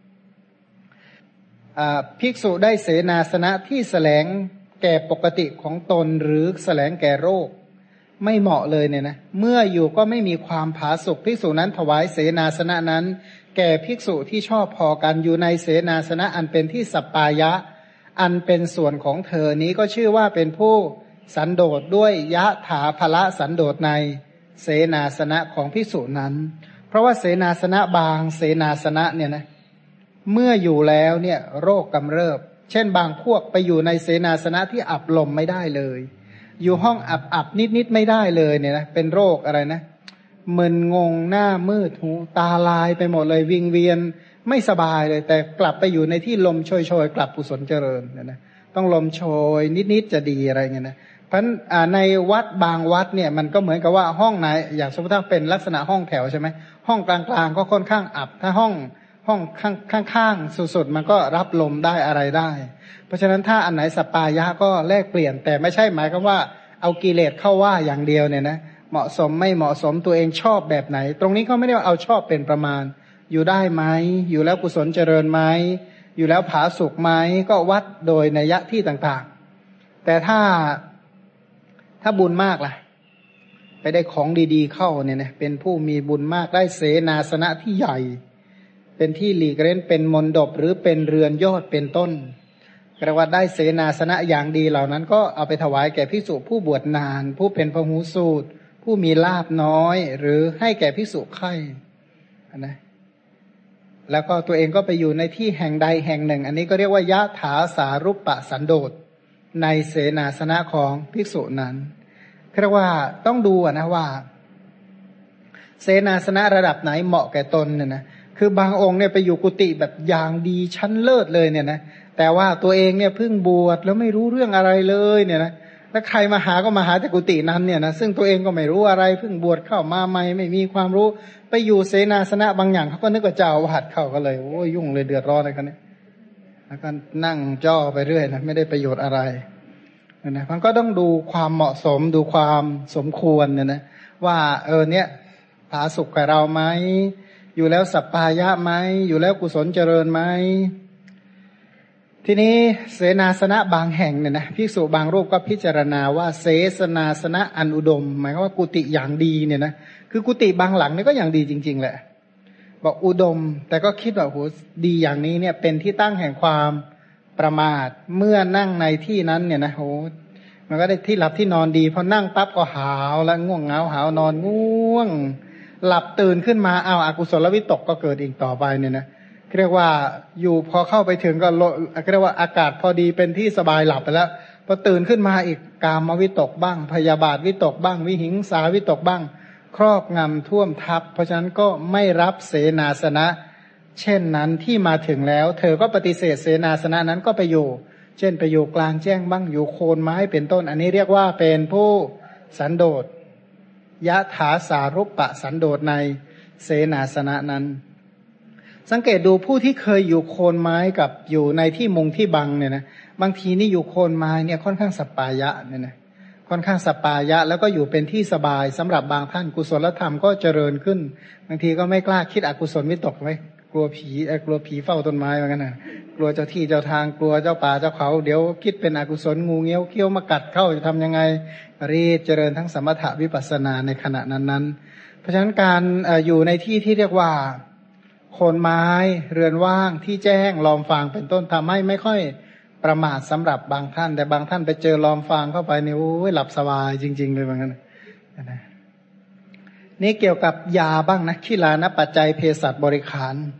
ภิกษุได้เสนาสนะที่แสลงแก่ปกติของตนหรือแสลงแก่โรคไม่เหมาะเลยเนี่ยนะเมื่ออยู่ก็ไม่มีความผาสุกภิกษุนั้นถวายเสนาสนะนั้นแก่ภิกษุที่ชอบพอกันอยู่ในเสนาสนะอันเป็นที่สัปปายะอันเป็นส่วนของเธอนี้ก็ชื่อว่าเป็นผู้สันโดษด้วยยะถาภละสันโดษในเสนาสนะของภิกษุนั้นเพราะว่าเสนาสนะบางเสนาสนะเนี่ยนะเมื่ออยู่แล้วเนี่ยโรคกำเริบเช่นบางพวกไปอยู่ในเสนาสนะที่อับลมไม่ได้เลยอยู่ห้องอับอับนิดนิดไม่ได้เลยเนี่ยนะเป็นโรคอะไรนะมึนงงหน้ามืดหูตาลายไปหมดเลยวิงเวียนไม่สบายเลยแต่กลับไปอยู่ในที่ลมโชยโชยกลับกุศลเจริญเนี่ยนะต้องลมโชยนิดนิดจะดีอะไรเงี้ยนะเพราะในวัดบางวัดเนี่ยมันก็เหมือนกับว่าห้องไหนอย่างสมมติถ้าเป็นลักษณะห้องแถวใช่ไหมห้องกลางๆก็ค่อนข้างอับถ้าห้องห้องข้างข้างๆสุดๆมันก็รับลมได้อะไรได้เพราะฉะนั้นถ้าอันไหนสัปปายะก็แลกเปลี่ยนแต่ไม่ใช่หมายความว่าเอากิเลสเข้าว่าอย่างเดียวเนี่ยนะเหมาะสมไม่เหมาะสมตัวเองชอบแบบไหนตรงนี้ก็ไม่ได้ว่าเอาชอบเป็นประมาณอยู่ได้ไหมอยู่แล้วกุศลเจริญไหมอยู่แล้วผาสุกไหมก็วัดโดยนัยยะที่ต่างๆแต่ถ้าถ้าบุญมากล่ะไปได้ของดีๆเข้าเนี่ยนะเป็นผู้มีบุญมากได้เสนาสนะที่ใหญ่เป็นที่หลีกเร้นเป็นมณฑปหรือเป็นเรือนยอดเป็นต้นกระวัดได้เสนาสนะอย่างดีเหล่านั้นก็เอาไปถวายแก่ภิกษุผู้บวชนานผู้เป็นพหูสูตรผู้มีลาภน้อยหรือให้แก่ภิกษุไข่นะแล้วก็ตัวเองก็ไปอยู่ในที่แห่งใดแห่งหนึ่งอันนี้ก็เรียกว่ายะถาสารุปปะสันโดษในเสนาสนะของภิกษุนั้นเรียกว่าต้องดูนะว่าเสนาสนะระดับไหนเหมาะแก่ตนเนี่ยนะคือบางองค์เนี่ยไปอยู่กุฏิแบบอย่างดีชั้นเลิศเลยเนี่ยนะแต่ว่าตัวเองเนี่ยเพิ่งบวชแล้วไม่รู้เรื่องอะไรเลยเนี่ยนะแล้วใครมาหาก็มาหาแต่กุฏินั้นเนี่ยนะซึ่งตัวเองก็ไม่รู้อะไรเพิ่งบวชเข้ามาใหม่ไม่มีความรู้ไปอยู่เสนาสนะบางอย่างเขาก็นึกว่าเจ้าอาวาสเข้าก็เลยโอ้ยยุ่งเลยเดือดร้อนอะไรกันเนี่ยแล้วก็นั่งจ้อไปเรื่อยนะไม่ได้ประโยชน์อะไรนะมันก็ต้องดูความเหมาะสมดูความสมควรเนี่ยนะว่าเออเนี่ยผาสุกกับเราไหมอยู่แล้วสัปปายะไหมอยู่แล้วกุศลเจริญไหมทีนี้เสนาสนะบางแห่งเนี่ยนะภิกษุบางรูปก็พิจารณาว่าเสนาสนะอันอุดมหมายความว่ากุฏิอย่างดีเนี่ยนะคือกุฏิบางหลังนี่ก็อย่างดีจริงๆแหละบอกอุดมแต่ก็คิดว่าโหดีอย่างนี้เนี่ยเป็นที่ตั้งแห่งความประมาทเมื่อนั่งในที่นั้นเนี่ยนะโหมันก็ได้ที่หลับที่นอนดีพอนั่งปั๊บก็หาวแล้วง่วงเหงาหาวนอนง่วงหลับตื่นขึ้นมาเอาอกุศลวิตกก็เกิดอีกต่อไปเนี่ยนะเรียกว่าอยู่พอเข้าไปถึงก็เรียกว่าอากาศพอดีเป็นที่สบายหลับไปแล้วพอตื่นขึ้นมาอีกกามวิตกบ้างพยาบาทวิตกบ้างวิหิงสาวิตกบ้างครอบงำท่วมทับเพราะฉะนั้นก็ไม่รับเสนาสนะเช่นนั้นที่มาถึงแล้วเธอก็ปฏิเสธเสนาสนะนั้นก็ไปอยู่เช่นไปอยู่กลางแจ้งบ้างอยู่โคนไม้เป็นต้นอันนี้เรียกว่าเป็นผู้สันโดษยะถาสารุปปะสันโดษในเสนาสนะนั้นสังเกตดูผู้ที่เคยอยู่โคนไม้กับอยู่ในที่มุงที่บังเนี่ยนะบางทีนี่อยู่โคนไม้เนี่ยค่อนข้างสัปปายะเนี่ยนะค่อนข้างสัปปายะแล้วก็อยู่เป็นที่สบายสำหรับบางท่านกุศลธรรมก็เจริญขึ้นบางทีก็ไม่กล้าคิดอกุศลวิตกไว้กลัวผีเออกลัวผีเฝ้าต้นไม้เหมือนกันนะกลัวเจ้าที่เจ้าทางกลัวเจ้าป่าเจ้าเขาเดี๋ยวคิดเป็นอกุศลงูเงี้ยวเขี้ยวมากัดเข้าจะทำยังไงรีบเจริญทั้งสมถะวิปัสสนาในขณะนั้นๆเพราะฉะนั้นการอยู่ในที่ที่เรียกว่าโคนไม้เรือนว่างที่แจ้งลอมฟางเป็นต้นทำให้ไม่ค่อยประมาทสำหรับบางท่านแต่บางท่านไปเจอลอมฟางเข้าไปนี่โอ้ยหลับสบายจริงๆเลยเหมือนกันนะนี่เกี่ยวกับยาบ้างนะขีลานปัจจัยเภสัชบริขาร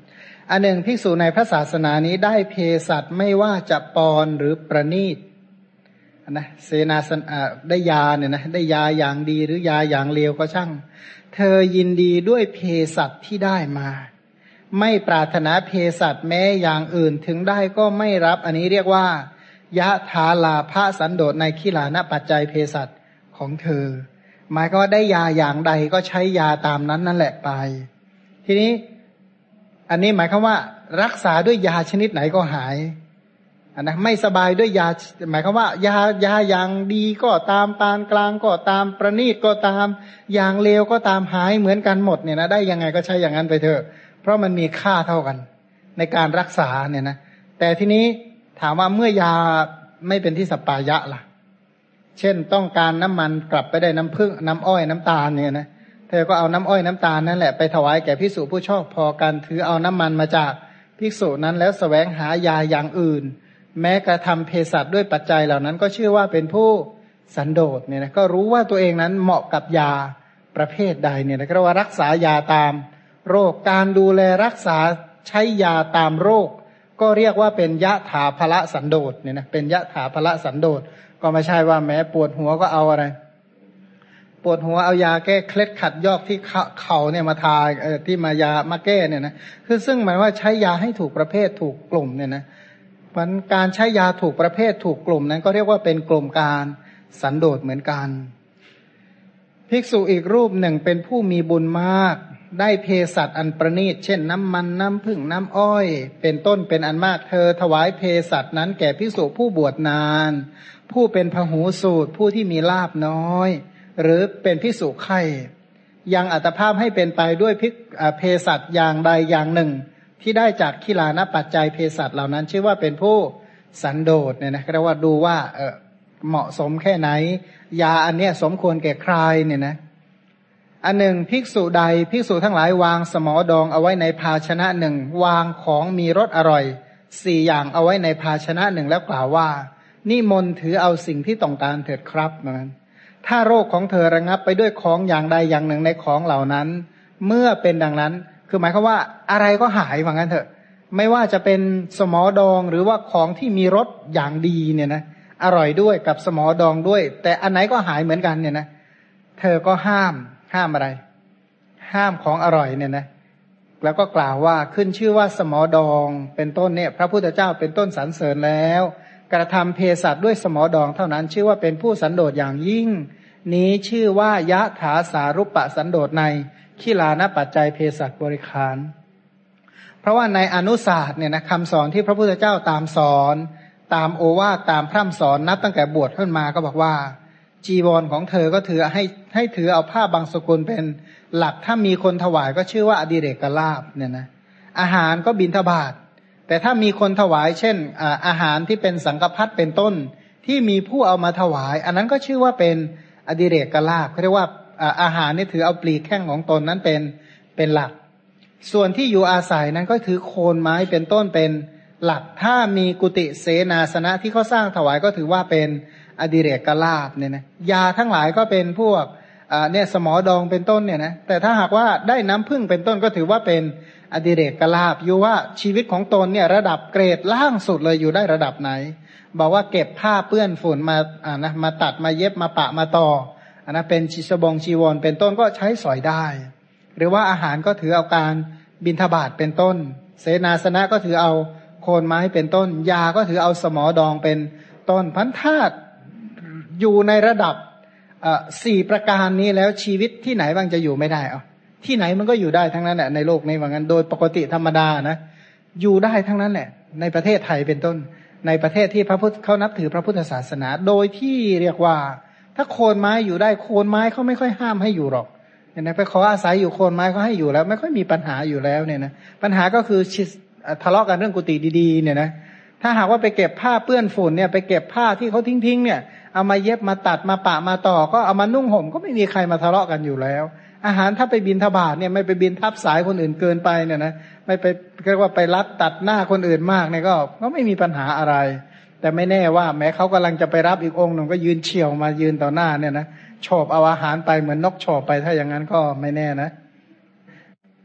อันหนึ่งภิกษุในพระศาสนานี้ได้เภสัชไม่ว่าจะปอนหรือประณีตนะเสนาสนะได้ยาเนี่ยนะได้ยาอย่างดีหรือยาอย่างเลวก็ช่างเธอยินดีด้วยเภสัชที่ได้มาไม่ปรารถนาเภสัชแม้อย่างอื่นถึงได้ก็ไม่รับอันนี้เรียกว่ายะถาลาภสันโดษในขิลานะปัจจัยเภสัชของเธอหมายก็ว่าได้ยาอย่างใดก็ใช้ยาตามนั้นนั่นแหละไปทีนี้อันนี้หมายความว่ารักษาด้วยยาชนิดไหนก็หายอันนะไม่สบายด้วยยาหมายความว่ายายาอย่างดีก็ตามปานกลางก็ตามประณีตก็ตามอย่างเลวก็ตามหายเหมือนกันหมดเนี่ยนะได้ยังไงก็ใช้อย่างนั้นไปเถอะเพราะมันมีค่าเท่ากันในการรักษาเนี่ยนะแต่ทีนี้ถามว่าเมื่อยาไม่เป็นที่สัปปายะล่ะเช่นต้องการน้ำมันกลับไปได้น้ำผึ้งน้ำอ้อยน้ำตาลเนี่ยนะเธอก็เอาน้ำอ้อยน้ำตาลนั่นแหละไปถวายแก่ภิกษุผู้ชอบพอกันถือเอาน้ำมันมาจากภิกษุนั้นแล้วแสวงหายาอย่างอื่นแม้กระทำเภสัชด้วยปัจจัยเหล่านั้นก็ชื่อว่าเป็นผู้สันโดษเนี่ยนะก็รู้ว่าตัวเองนั้นเหมาะกับยาประเภทใดเนี่ยนะก็เรียกว่ารักษายาตามโรคการดูแลรักษาใช้ยาตามโรคก็เรียกว่าเป็นยะถาภละสันโดษเนี่ยนะเป็นยะถาภละสันโดษก็ไม่ใช่ว่าแม้ปวดหัวก็เอาอะไรปวดหัวเอายาแก้เคล็ดขัดยอกที่เข่าเนี่ยมาทาเออที่มายามาแก้เนี่ยนะคือซึ่งหมายว่าใช้ยาให้ถูกประเภทถูกกลุ่มเนี่ยนะมันการใช้ยาถูกประเภทถูกกลุ่มนั้นก็เรียกว่าเป็นกลุ่มการสันโดษเหมือนกันภิกษุอีกรูปหนึ่งเป็นผู้มีบุญมากได้เภสัชอันประณีตเช่นน้ำมันน้ำผึ้งน้ำอ้อยเป็นต้นเป็นอันมากเธอถวายเภสัชนั้นแก่ภิกษุผู้บวชนานผู้เป็นพหูสูตรผู้ที่มีลาภน้อยหรือเป็นภิกษุไข่ยังอัตภาพให้เป็นไปด้วยเภสัชอย่างใดอย่างหนึ่งที่ได้จากขิลานะปัจจัยเภสัชเหล่านั้นชื่อว่าเป็นผู้สันโดษเนี่ยนะเรียกว่าดูว่าเออเหมาะสมแค่ไหนยาอันเนี้ยสมควรแก่ใครเนี่ยนะอันหนึ่งภิกษุใดภิกษุทั้งหลายวางสมอดองเอาไว้ในภาชนะหนึ่งวางของมีรสอร่อยสี่อย่างเอาไว้ในภาชนะหนึ่งแล้วกล่าวว่านิมนต์ถือเอาสิ่งที่ต้องการเถิดครับเหมือนกันถ้าโรคของเธอระงับไปด้วยของอย่างใดอย่างหนึ่งในของเหล่านั้นเมื่อเป็นดังนั้นคือหมายความว่าอะไรก็หายว่างั้นเถอะไม่ว่าจะเป็นสมอดองหรือว่าของที่มีรสอย่างดีเนี่ยนะอร่อยด้วยกับสมอดองด้วยแต่อันไหนก็หายเหมือนกันเนี่ยนะเธอก็ห้ามห้ามอะไรห้ามของอร่อยเนี่ยนะแล้วก็กล่าวว่าขึ้นชื่อว่าสมอดองเป็นต้นเนี่ยพระพุทธเจ้าเป็นต้นสรรเสริญแล้วกระทำเภสัชด้วยสมอดองเท่านั้นชื่อว่าเป็นผู้สันโดษอย่างยิ่งนี้ชื่อว่ายะถาสารุปปะสันโดษในขิลานะปัจจัยเภสัชบริขารเพราะว่าในอนุศาสตร์เนี่ยนะคำสอนที่พระพุทธเจ้าตามสอนตามโอวาทตามพร่ำสอนนับตั้งแต่บวชขึ้นมาก็บอกว่าจีวรของเธอก็ถือให้ให้ถือเอาผ้าบางสกุลเป็นหลักถ้ามีคนถวายก็ชื่อว่าอดิเรกลาภเนี่ยนะอาหารก็บิณฑบาตแต่ถ้ามีคนถวายเช่นอาหารที่เป็นสังฆพัดเป็นต้นที่มีผู้เอามาถวายอันนั้นก็ชื่อว่าเป็นอดิเรกลาภเขาเรียกว่าอาหารนี่ถือเอาปลีกแข้งของตนนั้นเป็นเป็นหลักส่วนที่อยู่อาศัยนั้นก็ถือโคนไม้เป็นต้นเป็นหลักถ้ามีกุฏิเสนาสนะที่เขาสร้างถวายก็ถือว่าเป็นอดิเรกลาภเนี่ยนะยาทั้งหลายก็เป็นพวกเนี่ยสมอดองเป็นต้นเนี่ยนะแต่ถ้าหากว่าได้น้ำผึ้งเป็นต้นก็ถือว่าเป็นอดิเรกลาภอยู่ว่าชีวิตของตนเนี่ยระดับเกรดล่างสุดเลยอยู่ได้ระดับไหนบอกว่าเก็บผ้าเปื้อนฝุ่นมาอ่านะมาตัดมาเย็บมาปะมาต่ออันนั้นเป็นชิสบงชีวรเป็นต้นก็ใช้สอยได้หรือว่าอาหารก็ถือเอาการบิณฑบาตเป็นต้นเสนาสนะก็ถือเอาโคนไม้เป็นต้นยาก็ถือเอาสมอดองเป็นต้นพันธาตุอยู่ในระดับสี่ประการนี้แล้วชีวิตที่ไหนบ้างจะอยู่ไม่ได้เอาที่ไหนมันก็อยู่ได้ทั้งนั้นแหละในโลกนี้ว่างั้นโดยปกติธรรมดานะอยู่ได้ทั้งนั้นแหละในประเทศไทยเป็นต้นในประเทศที่พระพุทธเขานับถือพระพุทธศาสนาโดยที่เรียกว่าถ้าโคนไม้อยู่ได้โคนไม้เขาไม่ค่อยห้ามให้อยู่หรอกเนี่ยนะไปขออาศัยอยู่โคนไม้เขาให้อยู่แล้วไม่ค่อยมีปัญหาอยู่แล้วเนี่ยนะปัญหาก็คือทะเลาะกันเรื่องกุฏิดีๆเนี่ยนะถ้าหากว่าไปเก็บผ้าเปื้อนฝุ่นเนี่ยไปเก็บผ้าที่เขาทิ้งๆเนี่ยเอามาเย็บมาตัดมาปะมาต่อก็เอามานุ่งห่มก็ไม่มีใครมาทะเลาะกันอยู่แล้วอาหารถ้าไปบิณฑบาตเนี่ยไม่ไปบินทับสายคนอื่นเกินไปเนี่ยนะไม่ไปเรียกว่าไปรัดตัดหน้าคนอื่นมากเนี่ยก็ก็ไม่มีปัญหาอะไรแต่ไม่แน่ว่าแม้เขากำลังจะไปรับอีกองค์หนึ่งก็ยืนเฉี่ยวมายืนต่อหน้าเนี่ยนะโฉบเอาอาหารไปเหมือนนกโฉบไปถ้าอย่างนั้นก็ไม่แน่นะ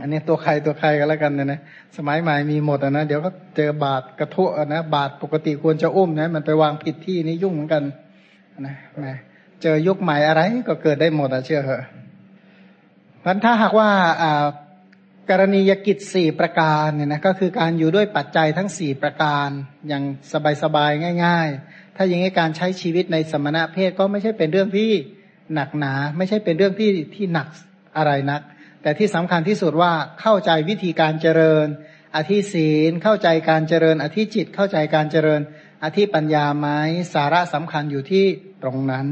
อันนี้ตัวใครตัวใครกันแล้วกันนะสมัยใหม่มีหมดอ่ะนะเดี๋ยวก็เจอบาตรกระทุนะบาตรปกติควรจะอุ้มนะมันไปวางผิดที่นี่ยุ่งเหมือนกันนะแหมเจอยุคใหม่อะไรก็เกิดได้หมดอ่ะเชื่อเหอะเพราะถ้าหากว่าอ่ากรณียกิจสี่ประการเนี่ยนะก็คือการอยู่ด้วยปัจจัยทั้งสี่ประการอย่างสบายๆง่ายๆถ้าอย่างนี้การใช้ชีวิตในสมณะเพศก็ไม่ใช่เป็นเรื่องที่หนักหนาไม่ใช่เป็นเรื่องที่ที่หนักอะไรนักแต่ที่สำคัญที่สุดว่าเข้าใจวิธีการเจริญอธิศีลเข้าใจการเจริญอธิจิตเข้าใจการเจริญอธิปัญญาไหมสาระสำคัญอยู่ที่ตรงนั้น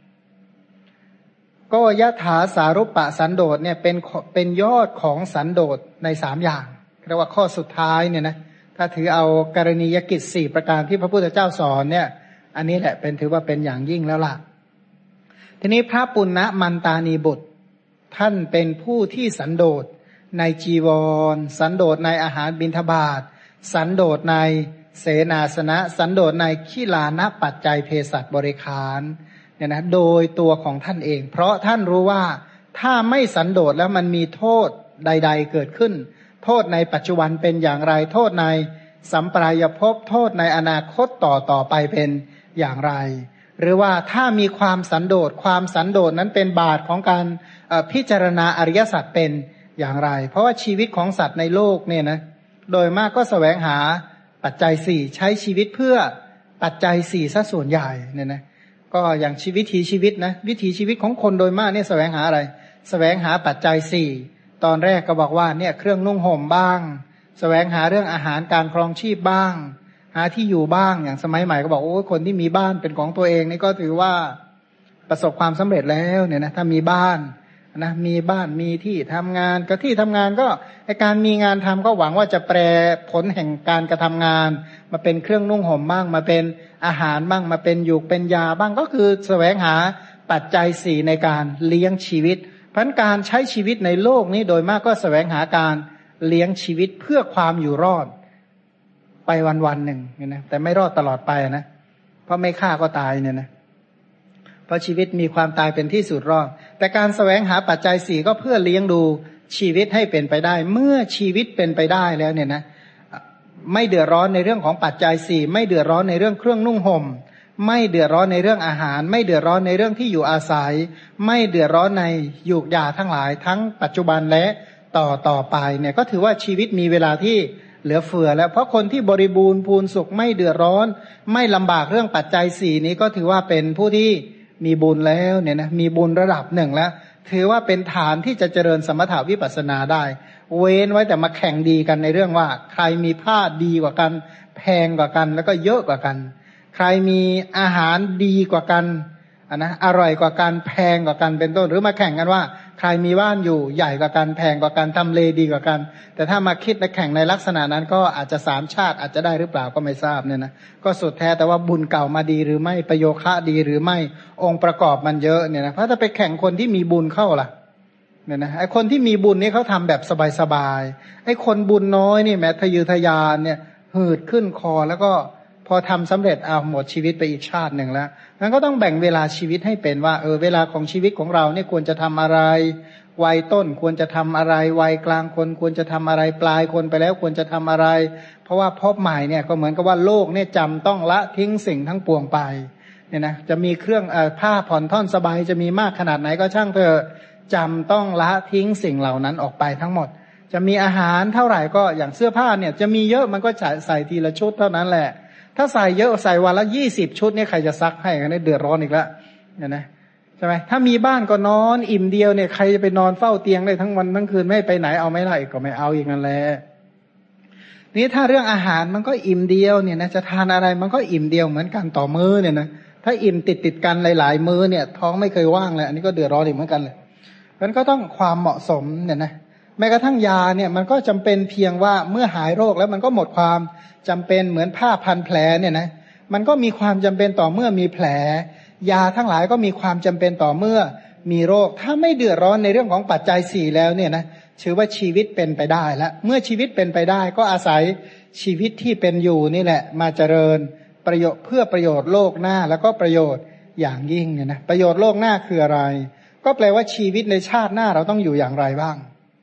ก็ยถาสารุปปะสันโดษเนี่ยเป็นเป็นยอดของสันโดษในสามอย่างเรียกว่าข้อสุดท้ายเนี่ยนะถ้าถือเอากรณียกิจสี่ประการที่พระพุทธเจ้าสอนเนี่ยอันนี้แหละเป็นถือว่าเป็นอย่างยิ่งแล้วล่ะทีนี้พระปุณณมันตานีบุตรท่านเป็นผู้ที่สันโดษในจีวรสันโดษในอาหารบิณฑบาตสันโดษในเสนาสนะสันโดษในขีลานะปัจจัยเภสัชบริขารเนี่ยนะโดยตัวของท่านเองเพราะท่านรู้ว่าถ้าไม่สันโดษแล้วมันมีโทษใดๆเกิดขึ้นโทษในปัจจุบันเป็นอย่างไรโทษในสัมปรายภพโทษในอนาคตต่อต่อไปเป็นอย่างไรหรือว่าถ้ามีความสันโดษความสันโดษนั้นเป็นบาตรของการพิจารณาอริยสัจเป็นอย่างไรเพราะว่าชีวิตของสัตว์ในโลกเนี่ยนะโดยมากก็แสวงหาปัจจัยสี่ใช้ชีวิตเพื่อปัจจัยสี่ซะส่วนใหญ่เนี่ยนะก็อย่างชีวิตทีชีวิตนะวิถีชีวิตของคนโดยมากเนี่ยแสวงหาอะไรแสวงหาปัจจัยสี่ตอนแรกก็บอกว่าเนี่ยเครื่องนุ่งห่มบ้างแสวงหาเรื่องอาหารการครองชีพบ้างหาที่อยู่บ้างอย่างสมัยใหม่ก็บอกโอ้คนที่มีบ้านเป็นของตัวเองนี่ก็ถือว่าประสบความสำเร็จแล้วเนี่ยนะถ้ามีบ้านนะมีบ้านมีที่ทำงานก็ที่ทำงานก็ไอการมีงานทำก็หวังว่าจะแปลผลแห่งการกระทำงานมาเป็นเครื่องนุ่งห่มบ้างมาเป็นอาหารบ้างมาเป็นอยู่เป็นยาบ้างก็คือแสวงหาปัจจัยสี่ในการเลี้ยงชีวิตเพราะการใช้ชีวิตในโลกนี้โดยมากก็แสวงหาการเลี้ยงชีวิตเพื่อความอยู่รอดไปวันวันหนึ่งเนี่ยนะแต่ไม่รอดตลอดไปนะเพราะไม่ฆ่าก็ตายเนี่ยนะเพราะชีวิตมีความตายเป็นที่สุดรอดแต่การแสวงหาปัจจัยสี่ก็เพื่อเลี้ยงดูชีวิตให้เป็นไปได้เมื่อชีวิตเป็นไปได้แล้วเนี่ยนะไม่เดือดร้อนในเรื่องของปัจจัยสี่ไม่เดือดร้อนในเรื่องเครื่องนุ่งห่มไม่เดือดร้อนในเรื่องอาหารไม่เดือดร้อนในเรื่องที่อยู่อาศัยไม่เดือดร้อนในยูกยาทั้งหลายทั้งปัจจุบันและต่อต่อไปเนี่ยก็ถือว่าชีวิตมีเวลาที่เหลือเฟือแล้วเพราะคนที่บริบูรณ์พูนสุขไม่เดือดร้อนไม่ลำบากเรื่องปัจจัยสี่นี้ก็ถือว่าเป็นผู้ที่มีบุญแล้วเนี่ยนะมีบุญระดับหนึ่งแล้วถือว่าเป็นฐานที่จะเจริญสมถะวิปัสสนาได้เว้นไว้แต่มาแข่งดีกันในเรื่องว่าใครมีผ้าดีกว่ากันแพงกว่ากันแล้วก็เยอะกว่ากันใครมีอาหารดีกว่ากันอ่ะนะอร่อยกว่ากันแพงกว่ากันเป็นต้นหรือมาแข่งกันว่าใครมีบ้านอยู่ใหญ่กว่ากันแพงกว่ากันทำเลดีกว่ากันแต่ถ้ามาคิดในแข่งในลักษณะนั้นก็อาจจะสามชาติอาจจะได้หรือเปล่าก็ไม่ทราบเนี่ยนะก็สุดแท้แต่ว่าบุญเก่ามาดีหรือไม่ประโยคะดีหรือไม่องค์ประกอบมันเยอะเนี่ยนะเพราะถ้าไปแข่งคนที่มีบุญเข้าล่ะเนี่ยนะไอ้คนที่มีบุญนี่เขาทำแบบสบายๆไอ้คนบุญน้อยนี่แม้ทะเยอทะยานเนี่ยหืดขึ้นคอแล้วก็พอทำสำเร็จเอาหมดชีวิตไปอีกชาติหนึ่งแล้วนั้นก็ต้องแบ่งเวลาชีวิตให้เป็นว่าเออเวลาของชีวิตของเราเนี่ยควรจะทำอะไรวัยต้นควรจะทำอะไรวัยกลางคนควรจะทำอะไรปลายคนไปแล้วควรจะทำอะไรเพราะว่าพบใหม่เนี่ยก็เหมือนกับว่าโลกเนี่ยจำต้องละทิ้งสิ่งทั้งปวงไปเนี่ยนะจะมีเครื่องเอ่อผ้าผ่อนท่อนสบายจะมีมากขนาดไหนก็ช่างเถอะจำต้องละทิ้งสิ่งเหล่านั้นออกไปทั้งหมดจะมีอาหารเท่าไหร่ก็อย่างเสื้อผ้าเนี่ยจะมีเยอะมันก็ใส่ทีละชุดเท่านั้นแหละถ้าใส่เยอะใส่วันละยี่สิบชุดเนี่ยใครจะซักให้กันได้เดือดร้อนอีกแล้วเนี่ยนะใช่ไหมถ้ามีบ้านก็นอนอิ่มเดียวเนี่ยใครจะไปนอนเฝ้าเตียงได้ทั้งวันทั้งคืนไม่ไปไหนเอาไม่ได้ก็ไม่เอาอีกนั่นแหละนี่ถ้าเรื่องอาหารมันก็อิ่มเดียวเนี่ยนะจะทานอะไรมันก็อิ่มเดียวเหมือนกันต่อมื้อเนี่ยนะถ้าอิ่มติดติดกันหลายๆมื้อเนี่ยท้องไม่เคยว่างเลยอันนี้ก็เดือดร้อนอีกเหมือนกันเลยมันก็ต้องความเหมาะสมเนี่ยนะแม้กระทั่งยาเนี่ยมันก็จำเป็นเพียงว่าเมื่อหายโรคแล้วมันก็หมดความจำเป็นเหมือนผ้าพันแผลเนี่ยนะมันก็มีความจำเป็นต่อเมื่อมีแผลยาทั้งหลายก็มีความจำเป็นต่อเมื่อมีโรคถ้าไม่เดือดร้อนในเรื่องของปัจจัยสี่แล้วเนี่ยนะถือว่าชีวิตเป็นไปได้แล้วเมื่อชีวิตเป็นไปได้ก็อาศัยชีวิตที่เป็นอยู่นี่แหละมาเจริญประโยชน์เพื่อประโยชน์โลกหน้าแล้วก็ประโยชน์อย่างยิ่งเนี่ยนะประโยชน์โลกหน้าคืออะไรก็แปลว่าชีวิตในชาติหน้าเราต้องอยู่อย่างไรบ้าง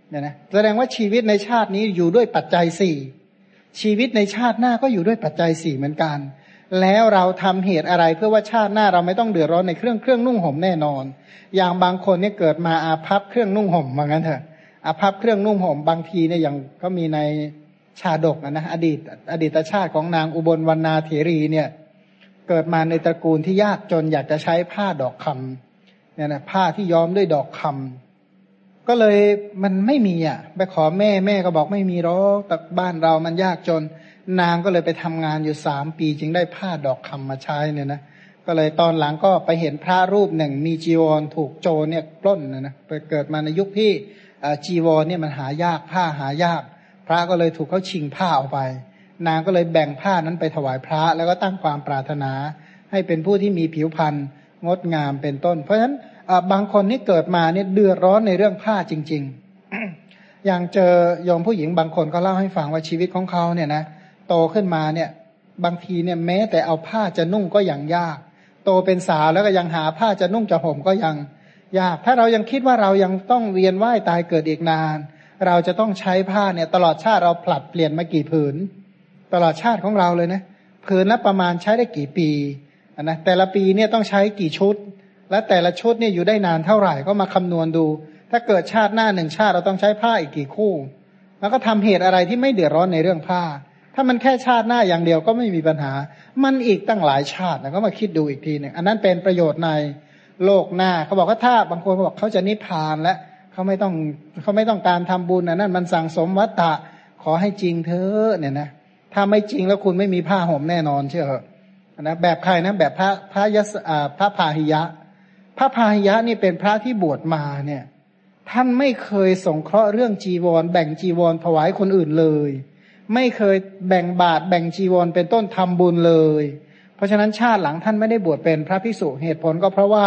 เนี่ยนะแสดงว่าชีวิตในชาตินี้อยู่ด้วยปัจจัยสี่ชีวิตในชาติหน้าก็อยู่ด้วยปัจจัยสี่เหมือนกันแล้วเราทำเหตุอะไรเพื่อว่าชาติหน้าเราไม่ต้องเดือดร้อนในเครื่องเครื่องนุ่งห่มแน่นอนอย่างบางคนเนี่ยเกิดมาอาภัพเครื่องนุ่งห่มว่างั้นเถอะอาภัพเครื่องนุ่งห่มบางทีเนี่ยอย่างก็มีในชาดกนะอดีตอดีตชาติของนางอุบลวรรณาเถรีเนี่ยเกิดมาในตระกูลที่ยากจนอยากจะใช้ผ้าดอกคำเนี่ยนะผ้าที่ย้อมด้วยดอกคำก็เลยมันไม่มีอ่ะไปขอแม่แม่ก็บอกไม่มีหรอกแต่บ้านเรามันยากจนนางก็เลยไปทำงานอยู่สามปีจึงได้ผ้าดอกคำมาใช้เนี่ยนะก็เลยตอนหลังก็ไปเห็นพระรูปหนึ่งมีจีวรถูกโจรเนี่ยปล้นนะนะไปเกิดมาในยุคที่จีวรเนี่ยมันหายากผ้าหายากพระก็เลยถูกเขาชิงผ้าเอาไปนางก็เลยแบ่งผ้านั้นไปถวายพระแล้วก็ตั้งความปรารถนาให้เป็นผู้ที่มีผิวพรรณงดงามเป็นต้นเพราะฉะนั้นบางคนนี่เกิดมาเนี่ยเดือดร้อนในเรื่องผ้าจริงๆ อย่างเจอโยมผู้หญิงบางคนก็เล่าให้ฟังว่าชีวิตของเขาเนี่ยนะโตขึ้นมาเนี่ยบางทีเนี่ยแม้แต่เอาผ้าจะนุ่งก็ยังยากโตเป็นสาวแล้วก็ยังหาผ้าจะนุ่งจะห่มก็ยังยากถ้าเรายังคิดว่าเรายังต้องเวียนว่ายตายเกิดอีกนานเราจะต้องใช้ผ้าเนี่ยตลอดชาติเราผลัดเปลี่ยนมากี่ผืนตลอดชาติของเราเลยนะผืนละประมาณใช้ได้กี่ปีนะแต่ละปีเนี่ยต้องใช้กี่ชุดและแต่ละชุดเนี่ยอยู่ได้นานเท่าไหร่ก็มาคำนวณดูถ้าเกิดชาติหน้าหนึ่งชาติเราต้องใช้ผ้าอีกกี่คู่แล้วก็ทำเหตุอะไรที่ไม่เดือดร้อนในเรื่องผ้าถ้ามันแค่ชาติหน้าอย่างเดียวก็ไม่มีปัญหามันอีกตั้งหลายชาตินะก็มาคิดดูอีกทีหนึ่งอันนั้นเป็นประโยชน์ในโลกหน้าเขาบอกว่าถ้าบางคนเขาบอกเขาจะนิพพานแล้วเขาไม่ต้องเขาไม่ต้องการทำบุญนะนั่นมันสั่งสมวัฏฏะขอให้จริงเถอะเนี่ยนะถ้าไม่จริงแล้วคุณไม่มีผ้าห่มแน่นอนเชื่อเหรอนะแบบใครนะแบบพระพระยศอ่าพระพาหิยะพระพาหิยะนี่เป็นพระที่บวชมาเนี่ยท่านไม่เคยสงเคราะห์เรื่องจีวรแบ่งจีวรถวายคนอื่นเลยไม่เคยแบ่งบาตรแบ่งจีวรเป็นต้นทำบุญเลยเพราะฉะนั้นชาติหลังท่านไม่ได้บวชเป็นพระภิกษุเหตุผลก็เพราะว่า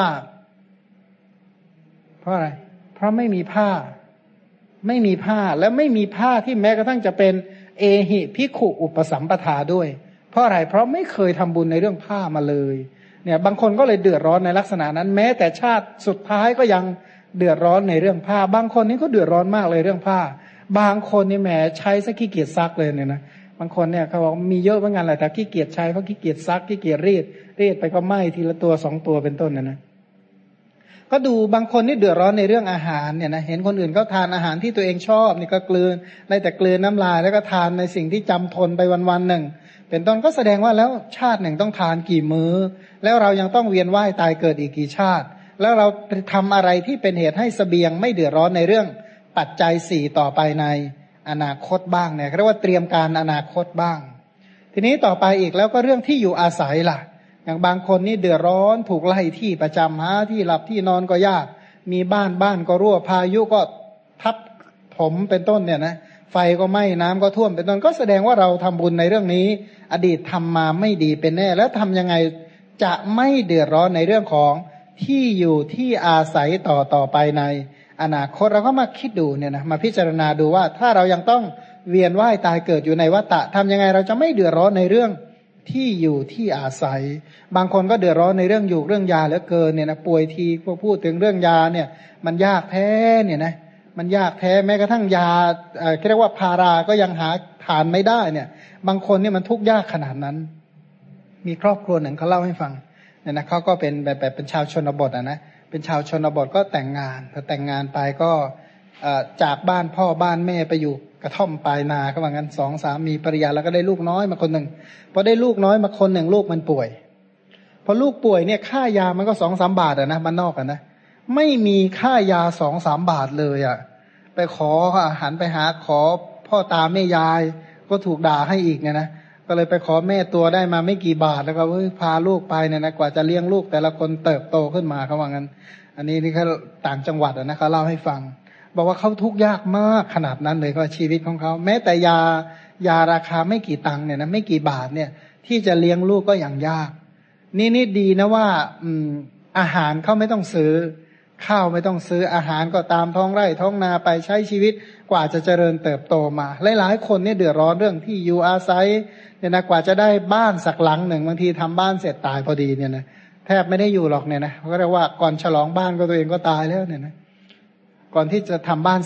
เพราะอะไรเพราะไม่มีผ้าไม่มีผ้าและไม่มีผ้าที่แม้กระทั่งจะเป็นเอหิภิกขุอุปสัมปทาด้วยเพราะอะไรเพราะไม่เคยทำบุญในเรื่องผ้ามาเลยเนี่ยบางคนก็เลยเดือดร้อนในลักษณะนั้นแม้แต่ชาติสุดท้ายก็ยังเดือดร้อนในเรื่องผ้าบางคนนี่ก็เดือดร้อนมากเลยเรื่องผ้าบางคนนี่แหมใช้ซะขี้เกียจซักเลยเนี่ยนะบางคนเนี่ยเขาบอกมีเยอะเหมือนกันแหละแต่ขี้เกียจใช้เพราะขี้เกียจซักขี้เกียจรีดรีดไปก็ไหม้ทีละตัวสองตัวเป็นต้นนะนะก็ดูบางคนนี่เดือดร้อนในเรื่องอาหารเนี่ยนะเห็นคนอื่นเขาทานอาหารที่ตัวเองชอบนี่ก็กลืนได้แต่กลืนน้ำลายแล้วก็ทานในสิ่งที่จำทนไปวันๆหนึ่งเป็นต้นก็แสดงว่าแล้วชาติหนึ่งต้องทานกี่มื้อแล้วเรายังต้องเวียนว่ายตายเกิดอีกกี่ชาติแล้วเราทำอะไรที่เป็นเหตุให้เสบียงไม่เดือดร้อนในเรื่องปัจจัยสี่ต่อไปในอนาคตบ้างเนี่ยเรียกว่าเตรียมการอนาคตบ้างทีนี้ต่อไปอีกแล้วก็เรื่องที่อยู่อาศัยล่ะอย่างบางคนนี่เดือดร้อนถูกไล่ที่ประจำหาที่หลับที่นอนก็ยากมีบ้านบ้านก็รั่วพายุก็ทับถมเป็นต้นเนี่ยนะไฟก็ไหม้น้ำก็ท่วมเป็นต้นก็แสดงว่าเราทำบุญในเรื่องนี้อดีตทำมาไม่ดีเป็นแน่แล้วทำยังไงจะไม่เดือดร้อนในเรื่องของที่อยู่ที่อาศัยต่อต่อไปในอนาคตเราก็มาคิดดูเนี่ยนะมาพิจารณาดูว่าถ้าเรายังต้องเวียนว่ายตายเกิดอยู่ในวัฏฏะทำยังไงเราจะไม่เดือดร้อนในเรื่องที่อยู่ที่อาศัยบางคนก็เดือดร้อนในเรื่องอยู่เรื่องยาเหลือเกินเนี่ยนะป่วยทีพอพูดถึงเรื่องยาเนี่ยมันยากแท้เนี่ยนะมันยากแท้แม้กระทั่งยาเอ่อเรียกว่าพาราก็ยังหาทานไม่ได้เนี่ยบางคนเนี่ยมันทุกข์ยากขนาดนั้นมีครอบครัวหนึ่งเขาเล่าให้ฟังเนี่ยนะเขาก็เป็นแบบแบบเป็นชาวชนบทอ่ะนะเป็นชาวชนบทก็แต่งงานพอแต่งงานไปก็จากบ้านพ่อบ้านแม่ไปอยู่กระท่อมปลายนาก็ว่างั้นสองสามีภรรยาแล้วก็ได้ลูกน้อยมาคนหนึ่งพอได้ลูกน้อยมาคนหนึ่งลูกมันป่วยพอลูกป่วยเนี่ยค่ายามันก็สองสามบาทอ่ะนะมันนอกอ่ะนะไม่มีค่ายาสองสามบาทเลยอ่ะไปขออาหารไปหาขอพ่อตาแม่ยายก็ถูกด่าให้อีกเนี่ยนะก็เลยไปขอแม่ตัวได้มาไม่กี่บาทแล้วก็พาลูกไปเนี่ยนะกว่าจะเลี้ยงลูกแต่ละคนเติบโตขึ้นมาเขาว่างั้นอันนี้นี่เขาต่างจังหวัดอ่ะนะเขาเล่าให้ฟังบอกว่าเขาทุกข์ยากมากขนาดนั้นเลยก็ชีวิตของเขาแม้แต่ยายาราคาไม่กี่ตังค์เนี่ยนะไม่กี่บาทเนี่ยที่จะเลี้ยงลูกก็อย่างยากนี่นี่ดีนะว่าอืมอาหารเขาไม่ต้องซื้อข้าวไม่ต้องซื้ออาหารก็ตามท้องไร่ท้องนาไปใช้ชีวิตกว่าจะเจริญเติบโตมาหลายๆคนเนี่ยเดือดร้อนเรื่องที่อยู่อาศัยเนี่ยนะกว่าจะได้บ้านสักหลังหนึ่งบางทีทำบ้านเสร็จตายพอดีเนี่ยนะแทบไม่ได้อยู่หรอกเนี่ยนะเขาเรียกว่าก่อนฉลองบ้านก็ตัวเองก็ตายแล้วเนี่ยนะก่อนที่จะทำบ้านเสร็จ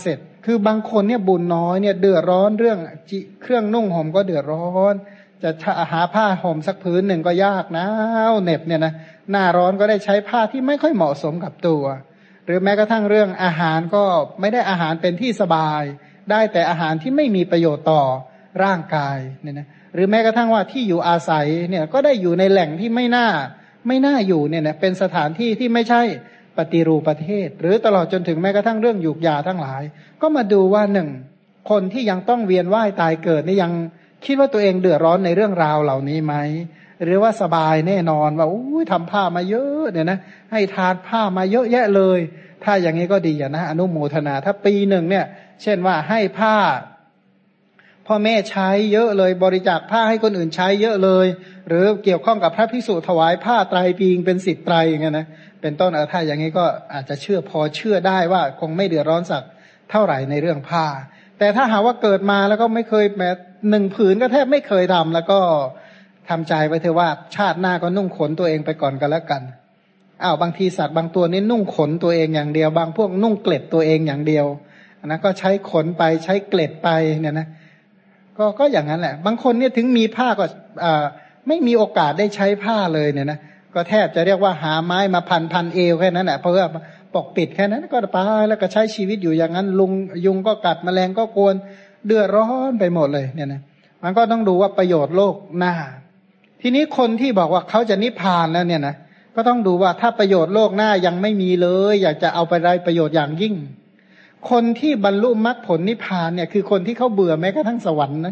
คือบางคนเนี่ยบุญน้อยเนี่ยเดือดร้อนเรื่องเครื่องนุ่งห่มก็เดือดร้อนจะหาผ้าห่มสักผืนหนึ่งก็ยากนะเหน็บเนี่ยนะหน้าร้อนก็ได้ใช้ผ้าที่ไม่ค่อยเหมาะสมกับตัวหรือแม้กระทั่งเรื่องอาหารก็ไม่ได้อาหารเป็นที่สบายได้แต่อาหารที่ไม่มีประโยชน์ต่อร่างกายเนี่ยนะหรือแม้กระทั่งว่าที่อยู่อาศัยเนี่ยก็ได้อยู่ในแหล่งที่ไม่น่าไม่น่าอยู่เนี่ยนะเป็นสถานที่ที่ไม่ใช่ปฏิรูปประเทศหรือตลอดจนถึงแม้กระทั่งเรื่องยูกยาทั้งหลายก็มาดูว่าหนึ่งคนที่ยังต้องเวียนว่ายตายเกิดนี่ยังคิดว่าตัวเองเดือดร้อนในเรื่องราวเหล่านี้ไหมหรือว่าสบายแน่นอนว่าอุ้ยทำผ้ามาเยอะเนี่ยนะให้ทานผ้ามาเยอะแยะเลยถ้าอย่างนี้ก็ดีนะอนุโมทนาถ้าปีหนึ่งเนี่ยเช่นว่าให้ผ้าพ่อแม่ใช้เยอะเลยบริจาคผ้าให้คนอื่นใช้เยอะเลยหรือเกี่ยวข้องกับพระภิกษุถวายผ้าไตรปีงเป็นสิบไตรอย่างเงี้ยนะเป็นต้นเออถ้าอย่างนี้ก็อาจจะเชื่อพอเชื่อได้ว่าคงไม่เดือดร้อนสักเท่าไหร่ในเรื่องผ้าแต่ถ้าหาว่าเกิดมาแล้วก็ไม่เคยแม้หนึ่งผืนก็แทบไม่เคยทำแล้วก็ทำใจไว้เถอะว่าชาติหน้าก็นุ่งขนตัวเองไปก่อนกันแล้วกันอ้าวบางทีสัตว์บางตัวนี่นุ่งขนตัวเองอย่างเดียวบางพวกนุ่งเกล็ดตัวเองอย่างเดียวนะก็ใช้ขนไปใช้เกล็ดไปเนี่ยนะก็ก็อย่างนั้นแหละบางคนเนี่ยถึงมีผ้าก็อ่าไม่มีโอกาสได้ใช้ผ้าเลยเนี่ยนะก็แทบจะเรียกว่าหาไม้มาพันพันเอวแค่นั้นแหละเพื่อปกปิดแค่นั้นก็ไปแล้วก็ใช้ชีวิตอยู่อย่างนั้นลุงยุงก็กัดแมลงก็กวนเดือดร้อนไปหมดเลยเนี่ยนะมันก็ต้องดูว่าประโยชน์โลกหน้าทีนี้คนที่บอกว่าเขาจะนิพพานแล้วเนี่ยนะก็ต้องดูว่าถ้าประโยชน์โลกหน้ายังไม่มีเลยอยากจะเอาไปได้ประโยชน์อย่างยิ่งคนที่บรรลุมรรคผลนิพพานเนี่ยคือคนที่เขาเบื่อแม้กระทั่งสวรรค์นะ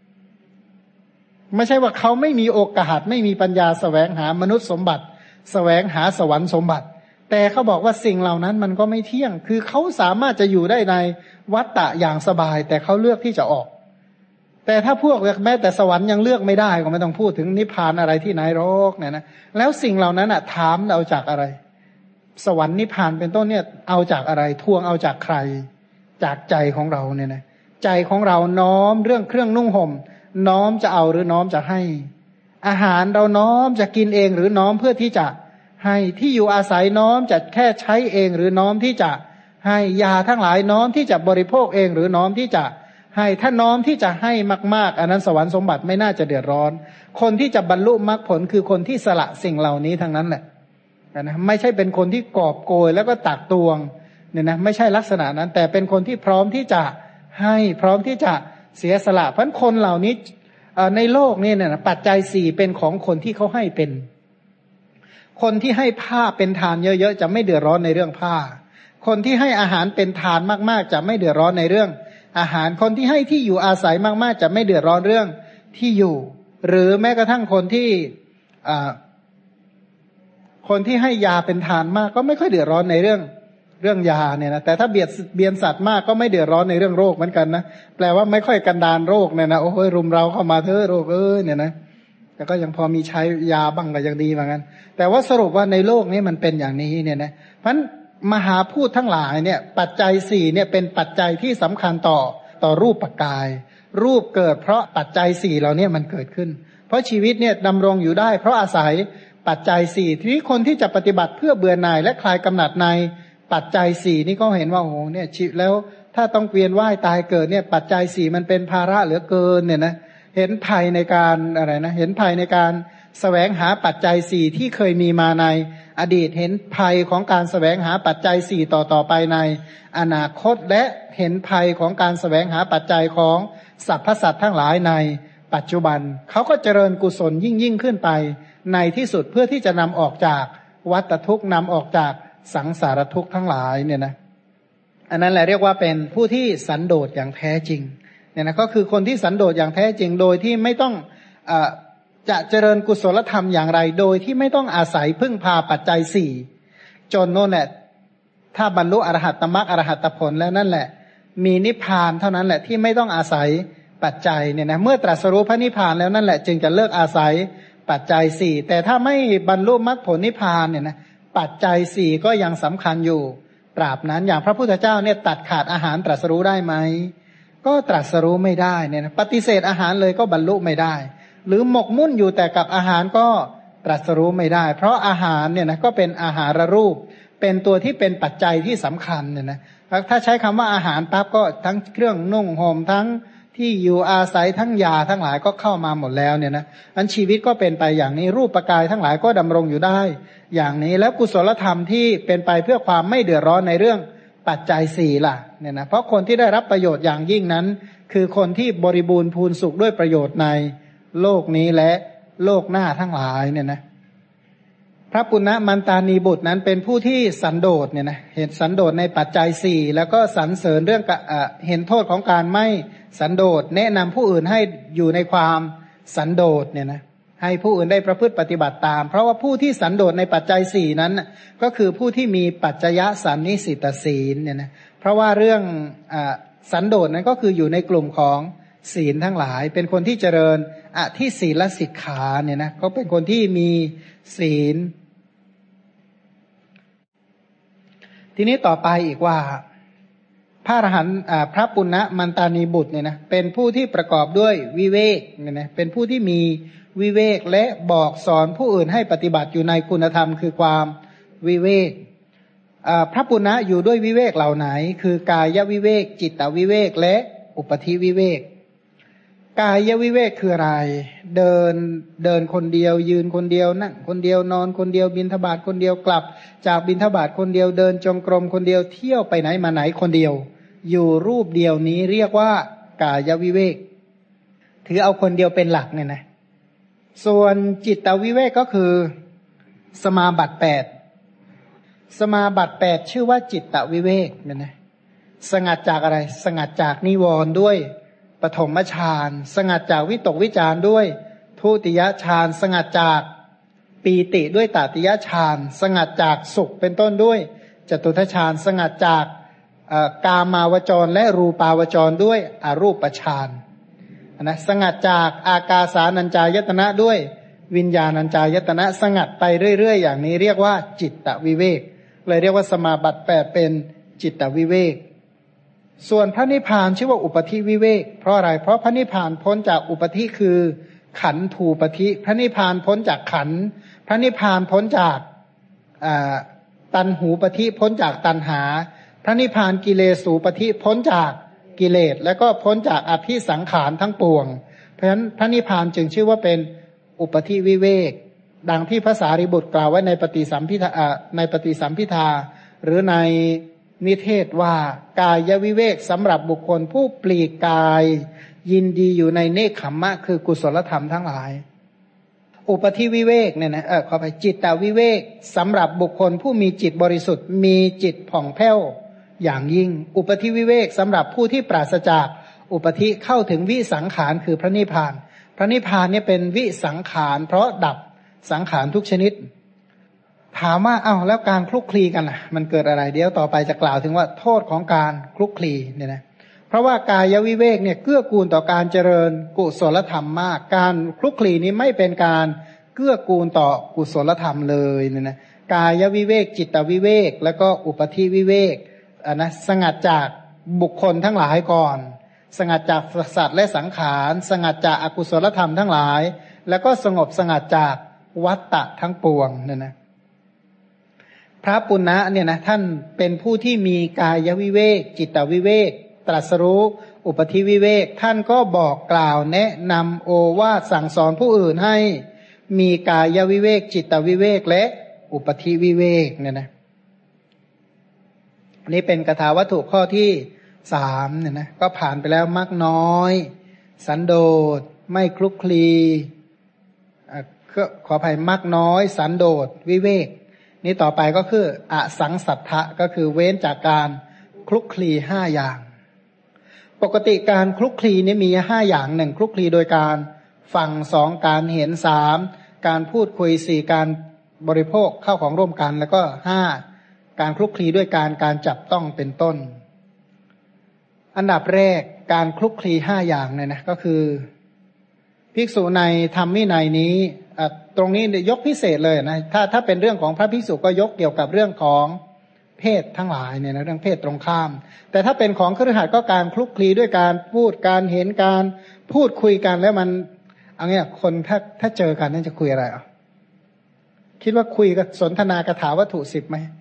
ไม่ใช่ว่าเขาไม่มีโอกาสไม่มีปัญญาแสวงหามนุษย์สมบัติแสวงหาสวรรค์สมบัติแต่เขาบอกว่าสิ่งเหล่านั้นมันก็ไม่เที่ยงคือเขาสามารถจะอยู่ได้ในวัฏฏะอย่างสบายแต่เขาเลือกที่จะออกแต่ถ้าพวกแม้แต่สวรรค์ยังเลือกไม่ได้ก็ไม่ต้องพูดถึงนิพพานอะไรที่ไหนหรอกเนี่ยนะแล้วสิ่งเหล่านั้นอ่ะถามเอาจากอะไรสวรรค์นิพพานเป็นต้นเนี่ยเอาจากอะไรทวงเอาจากใครจากใจของเราเนี่ยนะใจของเราน้อมเรื่องเครื่องนุ่งห่มน้อมจะเอาหรือน้อมจะให้อาหารเราน้อมจะกินเองหรือน้อมเพื่อที่จะให้ที่อยู่อาศัยน้อมจะแค่ใช้เองหรือน้อมที่จะให้ยาทั้งหลายน้อมที่จะบริโภคเองหรือน้อมที่จะให้ถ้าน้อมที่จะให้มากๆอันนั้นสวรรค์สมบัติไม่น่าจะเดือดร้อนคนที่จะบรรลุมรรคผลคือคนที่สละสิ่งเหล่านี้ทั้งนั้นแหละนะไม่ใช่เป็นคนที่กอบโกยแล้วก็ตักตวงเนี่ยนะไม่ใช่ลักษณะนั้นแต่เป็นคนที่พร้อมที่จะให้พร้อมที่จะเสียสละเพราะคนเหล่านี้ในโลกนี่เนี่ยปัจจัยสี่เป็นของคนที่เขาให้เป็นคนที่ให้ผ้าเป็นทานเยอะๆจะไม่เดือดร้อนในเรื่องผ้าคนที่ให้อาหารเป็นทานมากๆจะไม่เดือดร้อนในเรื่องอาหารคนที่ให้ที่อยู่อาศัยมากๆจะไม่เดือดร้อนเรื่องที่อยู่หรือแม้กระทั่งคนที่คนที่ให้ยาเป็นทานมากก็ไม่ค่อยเดือดร้อนในเรื่องเรื่องยาเนี่ยนะแต่ถ้าเบียดเบียนสัตว์มากก็ไม่เดือดร้อนในเรื่องโรคเหมือนกันนะแปลว่าไม่ค่อยกันดานโรคเนี่ยนะโอ้ยรุมเราเข้ามาเถอะโรคเอ้ยเนี่ยนะแต่ก็ยังพอมีใช้ยาบ้างก็ยังดีเหมือนกันแต่ว่าสรุปว่าในโลกนี้มันเป็นอย่างนี้เนี่ยนะเพราะฉะนั้นมหาพูดทั้งหลายเนี่ยปัจจัยสี่เนี่ยเป็นปัจจัยที่สำคัญต่อต่อรูปกายรูปเกิดเพราะปัจจัยสี่เหล่านี้มันเกิดขึ้นเพราะชีวิตเนี่ยดำรงอยู่ได้เพราะอาศัยปัจจัยสี่ทีนี้คนที่จะปฏิบัติเพื่อเบื่อหน่ายและคลายกำหนัดในปัจจัยสี่นี่ก็เห็นว่าโอ้โหเนี่ยชีวิตแล้วถ้าต้องเวียนว่ายตายเกิดเนี่ยปัจจัยสี่มันเป็นภาระเหลือเกินเนี่ยนะเห็นภัยในการอะไรนะเห็นภัยในการแสวงหาปัจจัยสี่ที่เคยมีมาในอดีตเห็นภัยของการแสวงหาปัจจัยสี่ต่อต่อไปในอนาคตและเห็นภัยของการแสวงหาปัจจัยของสรรพสัตว์ทั้งหลายในปัจจุบันเขาก็เจริญกุศลยิ่งยิ่งขึ้นไปในที่สุดเพื่อที่จะนำออกจากวัฏทุกข์นำออกจากสังสารทุกข์ทั้งหลายเนี่ยนะอันนั้นแหละเรียกว่าเป็นผู้ที่สันโดษอย่างแท้จริงเนี่ยนะก็คือคนที่สันโดษอย่างแท้จริงโดยที่ไม่ต้องเอ่อจะเจริญกุศลธรรมอย่างไรโดยที่ไม่ต้องอาศัยพึ่งพาปัจจัยสี่จนโน่นแหละถ้าบรรลุอรหัตตมรรคอรหัตตผลแล้วนั่นแหละมีนิพพานเท่านั้นแหละที่ไม่ต้องอาศัยปัจจัยเนี่ยนะเมื่อตรัสรู้พระนิพพานแล้วนั่นแหละจึงจะเลิกอาศัยปัจจัยสี่แต่ถ้าไม่บรรลุมรรคผลนิพพานเนี่ยนะปัจจัยสี่ก็ยังสำคัญอยู่ตราบนั้นอย่างพระพุทธเจ้าเนี่ยตัดขาดอาหารตรัสรู้ได้ไหมก็ตรัสรู้ไม่ได้เนี่ยนะปฏิเสธอาหารเลยก็บรรลุไม่ได้หรือหมกมุ่นอยู่แต่กับอาหารก็ตรัสรู้ไม่ได้เพราะอาหารเนี่ยนะก็เป็นอาหารรูปเป็นตัวที่เป็นปัจจัยที่สำคัญเนี่ยนะถ้าใช้คำว่าอาหารปั๊บก็ทั้งเครื่องนุ่งห่มทั้งที่อยู่อาศัยทั้งยาทั้งหลายก็เข้ามาหมดแล้วเนี่ยนะอันชีวิตก็เป็นไปอย่างนี้รูปกายทั้งหลายก็ดำรงอยู่ได้อย่างนี้แล้วกุศลธรรมที่เป็นไปเพื่อความไม่เดือดร้อนในเรื่องปัจจัยสี่ล่ะเนี่ยนะเพราะคนที่ได้รับประโยชน์อย่างยิ่งนั้นคือคนที่บริบูรณ์พูนสุขด้วยประโยชน์ในโลกนี้และโลกหน้าทั้งหลายเนี่ยนะพระปุณณมันตานีบุตรนั้นเป็นผู้ที่สันโดษเนี่ยนะเห็นสันโดษในปัจจัยสี่แล้วก็สรรเสริญเรื่องเห็นโทษของการไม่สันโดษแนะนำผู้อื่นให้อยู่ในความสันโดษเนี่ยนะให้ผู้อื่นได้ประพฤติปฏิบัติตามเพราะว่าผู้ที่สันโดษในปัจจัยสี่นั้นก็คือผู้ที่มีปัจจยสันนิสิตศีลเนี่ยนะเพราะว่าเรื่องอสันโดษนั้นก็คืออยู่ในกลุ่มของศีลทั้งหลายเป็นคนที่เจริญอธิศีลสิกขาเนี่ยนะเขาเป็นคนที่มีศีลทีนี้ต่อไปอีกว่าพระอรหันต์พระปุณณมันตานีบุตรเนี่ยนะเป็นผู้ที่ประกอบด้วยวิเวกเนี่ยนะเป็นผู้ที่มีวิเวกและบอกสอนผู้อื่นให้ปฏิบัติอยู่ในคุณธรรมคือความวิเวกพระปุณณะอยู่ด้วยวิเวกเหล่าไหนคือกายวิเวกจิตตวิเวกและอุปธิวิเวกกายวิเวกคืออะไรเดินเดินคนเดียวยืนคนเดียวนั่งคนเดียวนอนคนเดียวบิณฑบาตคนเดียวกลับจากบิณฑบาตคนเดียวเดินจงกรมคนเดียวเที่ยวไปไหนมาไหนคนเดียวอยู่รูปเดียวนี้เรียกว่ากายวิเวกถือเอาคนเดียวเป็นหลักเนี่ยนะส่วนจิตตวิเวกก็คือสมาบัติแปดสมาบัติแปดชื่อว่าจิตตวิเวกเนี่ยนะสงัดจากอะไรสงัดจากนิวรณ์ด้วยปฐมฌานสงัดจากวิตกวิจารด้วยทุติยฌานสงัดจากปีติด้วยตติยฌานสงัดจากสุขเป็นต้นด้วยจตุทัชฌานสงัดจากกามาวจรและรูปาวจรด้วยอรูปฌานนะสงัดจากอากาสานัญจายตนะด้วยวิญญาณัญจายตนะสงัดไปเรื่อยๆอย่างนี้เรียกว่าจิตตวิเวกเลยเรียกว่าสมาบัติแปดเป็นจิตตวิเวกส่วนพระนิพพานชื่อว่าอุปธิวิเวกเพราะอะไรเพราะพระนิพพานพ้นจากอุปธิคือขันธูปธิพระนิพพานพ้นจากขันธ์พระนิพพานพ้นจากตัณหูปธิพ้นจากตัณหาพระนิพพานกิเลสูปธิพ้นจากกิเลสแล้วก็พ้นจากอภิสังขารทั้งปวงเพราะฉะนั้นพระนิพพานจึงชื่อว่าเป็นอุปธิวิเวกดังที่พระสารีบุตรกล่าวไว้ในปฏิสัมภิทาในปฏิสัมภิทาหรือในนิเทศว่ากายวิเวกสำหรับบุคคลผู้ปลีกกายยินดีอยู่ในเนกขัมมะคือกุศลธรรมทั้งหลายอุปธิวิเวกเนี่ยนะเออขอไปจิตตวิเวกสำหรับบุคคลผู้มีจิตบริสุทธิ์มีจิตผ่องแผ้วอย่างยิ่งอุปธิวิเวกสำหรับผู้ที่ปราศจากอุปธิเข้าถึงวิสังขารคือพระนิพพานพระนิพพานเนี่ยเป็นวิสังขารเพราะดับสังขารทุกชนิดถามว่าเอ้าแล้วการคลุกคลีกันล่ะมันเกิดอะไรเดี๋ยวต่อไปจะกล่าวถึงว่าโทษของการคลุกคลีเนี่ยนะเพราะว่ากายวิเวกเนี่ยเกื้อกูลต่อการเจริญกุศลธรรมมากการคลุกคลีนี้ไม่เป็นการเกื้อกูลต่อกุศลธรรมเลยเนี่ยนะกายวิเวกจิตวิเวกแล้วก็อุปธิวิเวกอ่ะนะสงัดจากบุคคลทั้งหลายก่อนสงัดจากสัตว์และสังขารสงัดจากอกุศลธรรมทั้งหลายแล้วก็สงบสงัดจากวัฏฏะทั้งปวงเนี่ยนะพระปุณณะเนี่ยนะท่านเป็นผู้ที่มีกายวิเวกจิตวิเวกตรัสรู้อุปธิวิเวกท่านก็บอกกล่าวแนะนำโอวาทสั่งสอนผู้อื่นให้มีกายวิเวกจิตวิเวกและอุปธิวิเวกเนี่ยนะนี่เป็นคาถาวัตถุข้อที่สามเนี่ยนะก็ผ่านไปแล้วมากน้อยสันโดษไม่คลุกคลีขออภัยมากน้อยสันโดษวิเวกนี่ต่อไปก็คืออสังสัทธะก็คือเว้นจากการคลุกคลีห้าอย่างปกติการคลุกคลีนี่มีห้าอย่างหนึ่งคลุกคลีโดยการฟังสองการเห็นสามการพูดคุยสี่การบริโภคเข้าของร่วมกันแล้วก็ห้าการคลุกคลีด้วยการการจับต้องเป็นต้นอันดับแรกการคลุกคลีห้าอย่างเนี่ยนะก็คือภิกษุในธรรมวินัยนี้ตรงนี้ยกพิเศษเลยนะถ้าถ้าเป็นเรื่องของพระภิกษุก็ยกเกี่ยวกับเรื่องของเพศทั้งหลายเนี่ยนะเรื่องเพศตรงข้ามแต่ถ้าเป็นของคฤหัสถ์ก็การคลุกคลีด้วยการพูดการเห็นการพูดคุยกันแล้วมันเอางี้คนถ้าถ้าเจอกันนั่นจะคุยอะไรอ่ะคิดว่าคุยกับสนทนากถาวัตถุสิบไหม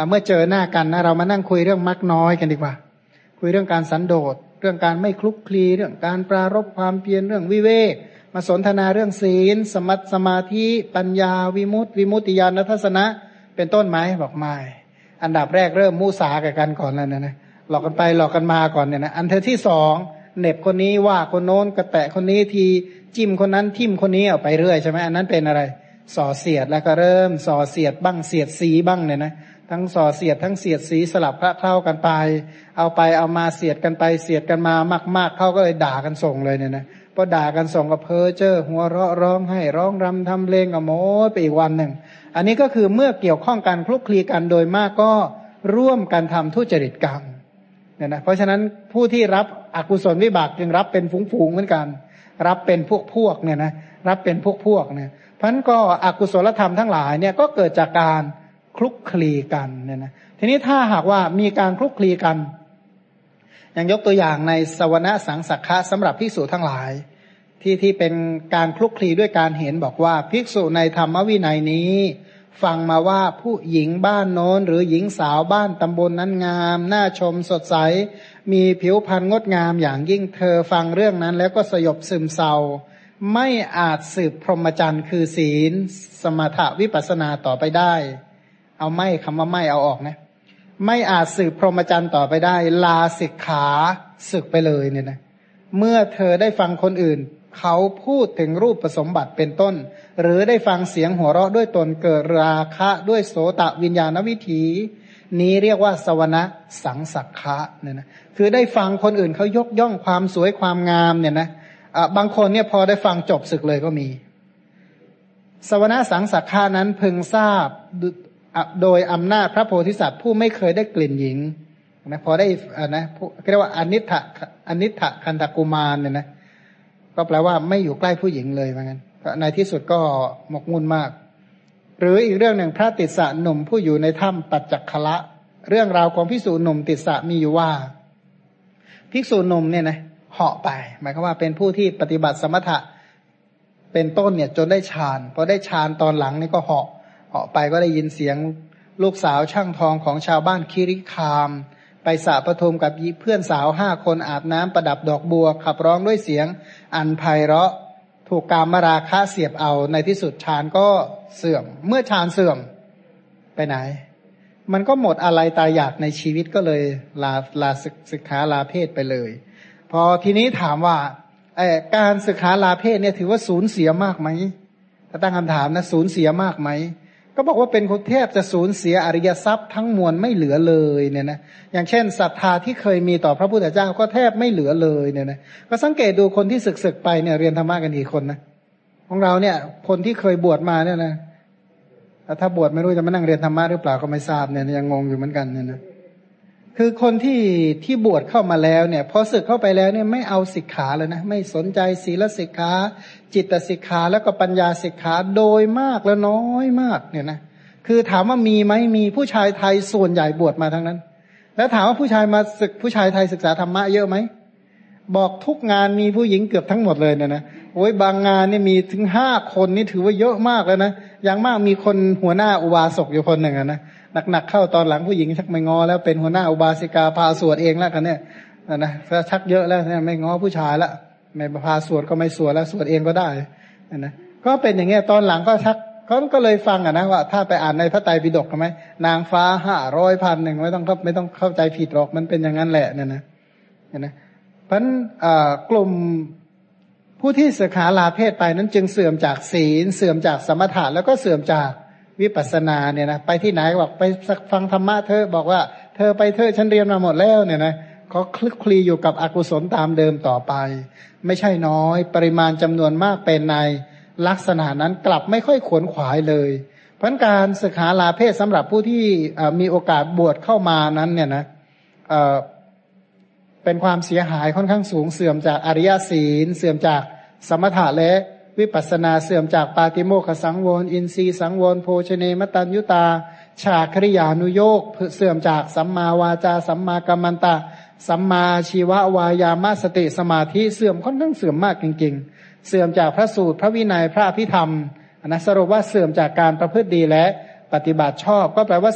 เมื่อเจอหน้ากันนะเรามานั่งคุยเรื่องมักน้อยกันดีกว่าคุยเรื่องการสันโดษเรื่องการไม่คลุกคลีเรื่องการปรารภความเพียรเรื่องวิเวกมาสนทนาเรื่องศีลสมัติสมาธิปัญญาวิมุตติวิมุตติญาณทัศนะเป็นต้นไหมบอกไม่อันดับแรกเริ่มมุสากับกันก่อนแล้วนะนะหลอกกันไปหลอกกันมาก่อนเนี่ยนะอันเธอที่สองเหน็บคนนี้ว่าคนโน้นกระแตะคนนี้ทีจิ้มคนนั้นทิ่มคนนี้เอาไปเรื่อยใช่ไหมอันนั้นเป็นอะไรส่อเสียดแล้วก็เริ่มส่อเสียดบ้างเสียดสีบ้างเนี่ยนะทั้งส่อเสียดทั้งเสียดสีสลับพระเข้ากันไปเอาไปเอามาเสียดกันไปเสียดกันมามากๆเข้าก็เลยด่ากันส่งเลยเนี่ยนะพอด่ากันส่งก็เพ้อเจ้อหัวเราะร้องให้ร้องรำทำเพลงกับโม้ไปอีกวันหนึ่งอันนี้ก็คือเมื่อเกี่ยวข้องกันคลุกคลีกันโดยมากก็ร่วมกันทำทุจริตกรรมเนี่ยนะเพราะฉะนั้นผู้ที่รับอกุศลวิบากจึงรับเป็นฝูงๆเหมือนกันรับเป็นพวกพวกเนี่ยนะรับเป็นพวกพวกเนี่ยเพราะฉะนั้นก็อกุศลธรรมทั้งหลายเนี่ยก็เกิดจากการคลุกคลีกันเนี่ยนะทีนี้ถ้าหากว่ามีการคลุกคลีกันอย่างยกตัวอย่างในสวนะสังสักขะสำหรับภิกษุทั้งหลายที่ที่เป็นการคลุกคลีด้วยการเห็นบอกว่าภิกษุในธรรมวินัยนี้ฟังมาว่าผู้หญิงบ้านโน้นหรือหญิงสาวบ้านตำบลนั้นงามน่าชมสดใสมีผิวพรรณงดงามอย่างยิ่งเธอฟังเรื่องนั้นแล้วก็สยบซึมเศร้าไม่อาจสืบพรหมจรรย์คือศีลสมถะวิปัสสนาต่อไปได้เอาไม่คำว่าไม่เอาออกนะไม่อาจสืบพรหมจรรย์ต่อไปได้ลาสิกขาสึกไปเลยเนี่ยนะเมื่อเธอได้ฟังคนอื่นเขาพูดถึงรูปสมบัติเป็นต้นหรือได้ฟังเสียงหัวเราะด้วยตนเกิดราคะด้วยโสตวิญญาณวิถีนี้เรียกว่าสวนะสังสักขะเนี่ยนะคือได้ฟังคนอื่นเขายกย่องความสวยความงามเนี่ยนะะบางคนเนี่ยพอได้ฟังจบศึกเลยก็มีสวนะสังสักขะนั้นพึงทราบโดยอำนาจพระโพธิสัตว์ผู้ไม่เคยได้กลิ่นหญิงนะพอได้อ่านะเรียกว่าอนิถะอนิถะคันธกุมารเนี่ยนะก็แปลว่าไม่อยู่ใกล้ผู้หญิงเลยเหมือนกันในที่สุดก็หมกมุ่นมากหรืออีกเรื่องหนึ่งพระติสสะหนุ่มผู้อยู่ในถ้ำปัจจักขละเรื่องราวของภิกษุหนุ่มติสสะมีอยู่ว่าภิกษุหนุ่มเนี่ยนะเหาะไปหมายความว่าเป็นผู้ที่ปฏิบัติสมถะเป็นต้นเนี่ยจนได้ฌานพอได้ฌานตอนหลังนี่ก็เหาะเหาะไปก็ได้ยินเสียงลูกสาวช่างทองของชาวบ้านคิริคามไปสระประทุมกับเพื่อนสาวห้าคนอาบน้ำประดับดอกบัวขับร้องด้วยเสียงอันไพเราะถูกกามราคะเสียบเอาในที่สุดฌานก็เสื่อมเมื่อฌานเสื่อมไปไหนมันก็หมดอะไรตายอยากในชีวิตก็เลยลาลาศึกษาลาเพศไปเลยพอทีนี้ถามว่าไอ้การศึกษาลาเพศเนี่ยถือว่าสูญเสียมากไหมถ้าตั้งคำถามนะสูญเสียมากไหมก็บอกว่าเป็นคนแทบจะสูญเสียอริยทรัพย์ทั้งมวลไม่เหลือเลยเนี่ยนะอย่างเช่นศรัทธาที่เคยมีต่อพระพุทธเจ้าก็แทบไม่เหลือเลยเนี่ยนะก็สังเกตดูคนที่ศึกๆไปเนี่ยเรียนธรรมะกันกี่คนนะของเราเนี่ยคนที่เคยบวชมาเนี่ยนะถ้าบวชไม่รู้จะมานั่งเรียนธรรมะหรือเปล่าก็ไม่ทราบเนี่ยยังงงอยู่เหมือนกันเนี่ยนะคือคนที่ที่บวชเข้ามาแล้วเนี่ยพอศึกเข้าไปแล้วเนี่ยไม่เอาสิกขาเลยนะไม่สนใจศีลสิกขาจิตสิกขาแล้วก็ปัญญาสิกขาโดยมากแล้วน้อยมากเนี่ยนะคือถามว่ามีไหมมีผู้ชายไทยส่วนใหญ่บวชมาทั้งนั้นแล้วถามว่าผู้ชายมาศึกผู้ชายไทยศึกษาธรรมะเยอะไหมบอกทุกงานมีผู้หญิงเกือบทั้งหมดเลยเนี่ยนะโอ้ยบางงานนี่มีถึงห้าคนนี่ถือว่าเยอะมากแล้วนะอย่างมากมีคนหัวหน้าอุบาสกอยู่คนหนึ่งนะหนักๆเข้าตอนหลังผู้หญิงชักไม่งอแล้วเป็นหัวหน้าอุบาสิกาพาสวดเองแล้วกันเนี่ยนะชักเยอะแล้วเนี่ยไม่งอผู้ชายละไม่พาสวดก็ไม่สวดแล้วสวดเองก็ได้นะก็เป็นอย่างเงี้ยตอนหลังก็ชักเขาก็เลยฟังอ่ะนะว่าถ้าไปอ่านในพระไตรปิฎกใช่ไหมนางฟ้าห้าร้อยพันหนึ่งไม่ต้องไม่ต้องเข้าใจผิดหรอกมันเป็นอย่างนั้นแหละเนี่ยนะนะเพราะฉะนั้นกลุ่มผู้ที่ศึกษาลาเพศไปนั้นจึงเสื่อมจากศีลเสื่อมจากสมถะแล้วก็เสื่อมจากวิปัสสนาเนี่ยนะไปที่ไหนบอกไปฟังธรรมะเธอบอกว่าเธอไปเธอฉันเรียนมาหมดแล้วเนี่ยนะเขาคลึกคลีอยู่กับอกุศลตามเดิมต่อไปไม่ใช่น้อยปริมาณจำนวนมากเป็นในลักษณะนั้นกลับไม่ค่อยขวนขวายเลยเพราะการศึกษาลาเพศสำหรับผู้ที่มีโอกาสบวชเข้ามานั้นเนี่ยนะเอ่อเป็นความเสียหายค่อนข้างสูงเสื่อมจากอริยศีลเสื่อมจากสมถะและวิปัสสนาเสื่อมจากปาติโมกขสังวรอินทรีย์สังวรโภชเนมตัญยุตาฉาคริยานุโยคเสื่อมจากสัมมาวาจาสัมมากัมมันตะสัมมาชีววายามสติสมาธิเสื่อมค่อนข้างเสื่อมมากจริงๆเสื่อมจากพระสูตรพระวินัยพระอภิธรรมนะสรุปว่าเสื่อมจากการประพฤติดีและปฏิบัติชอบก็แปลว่า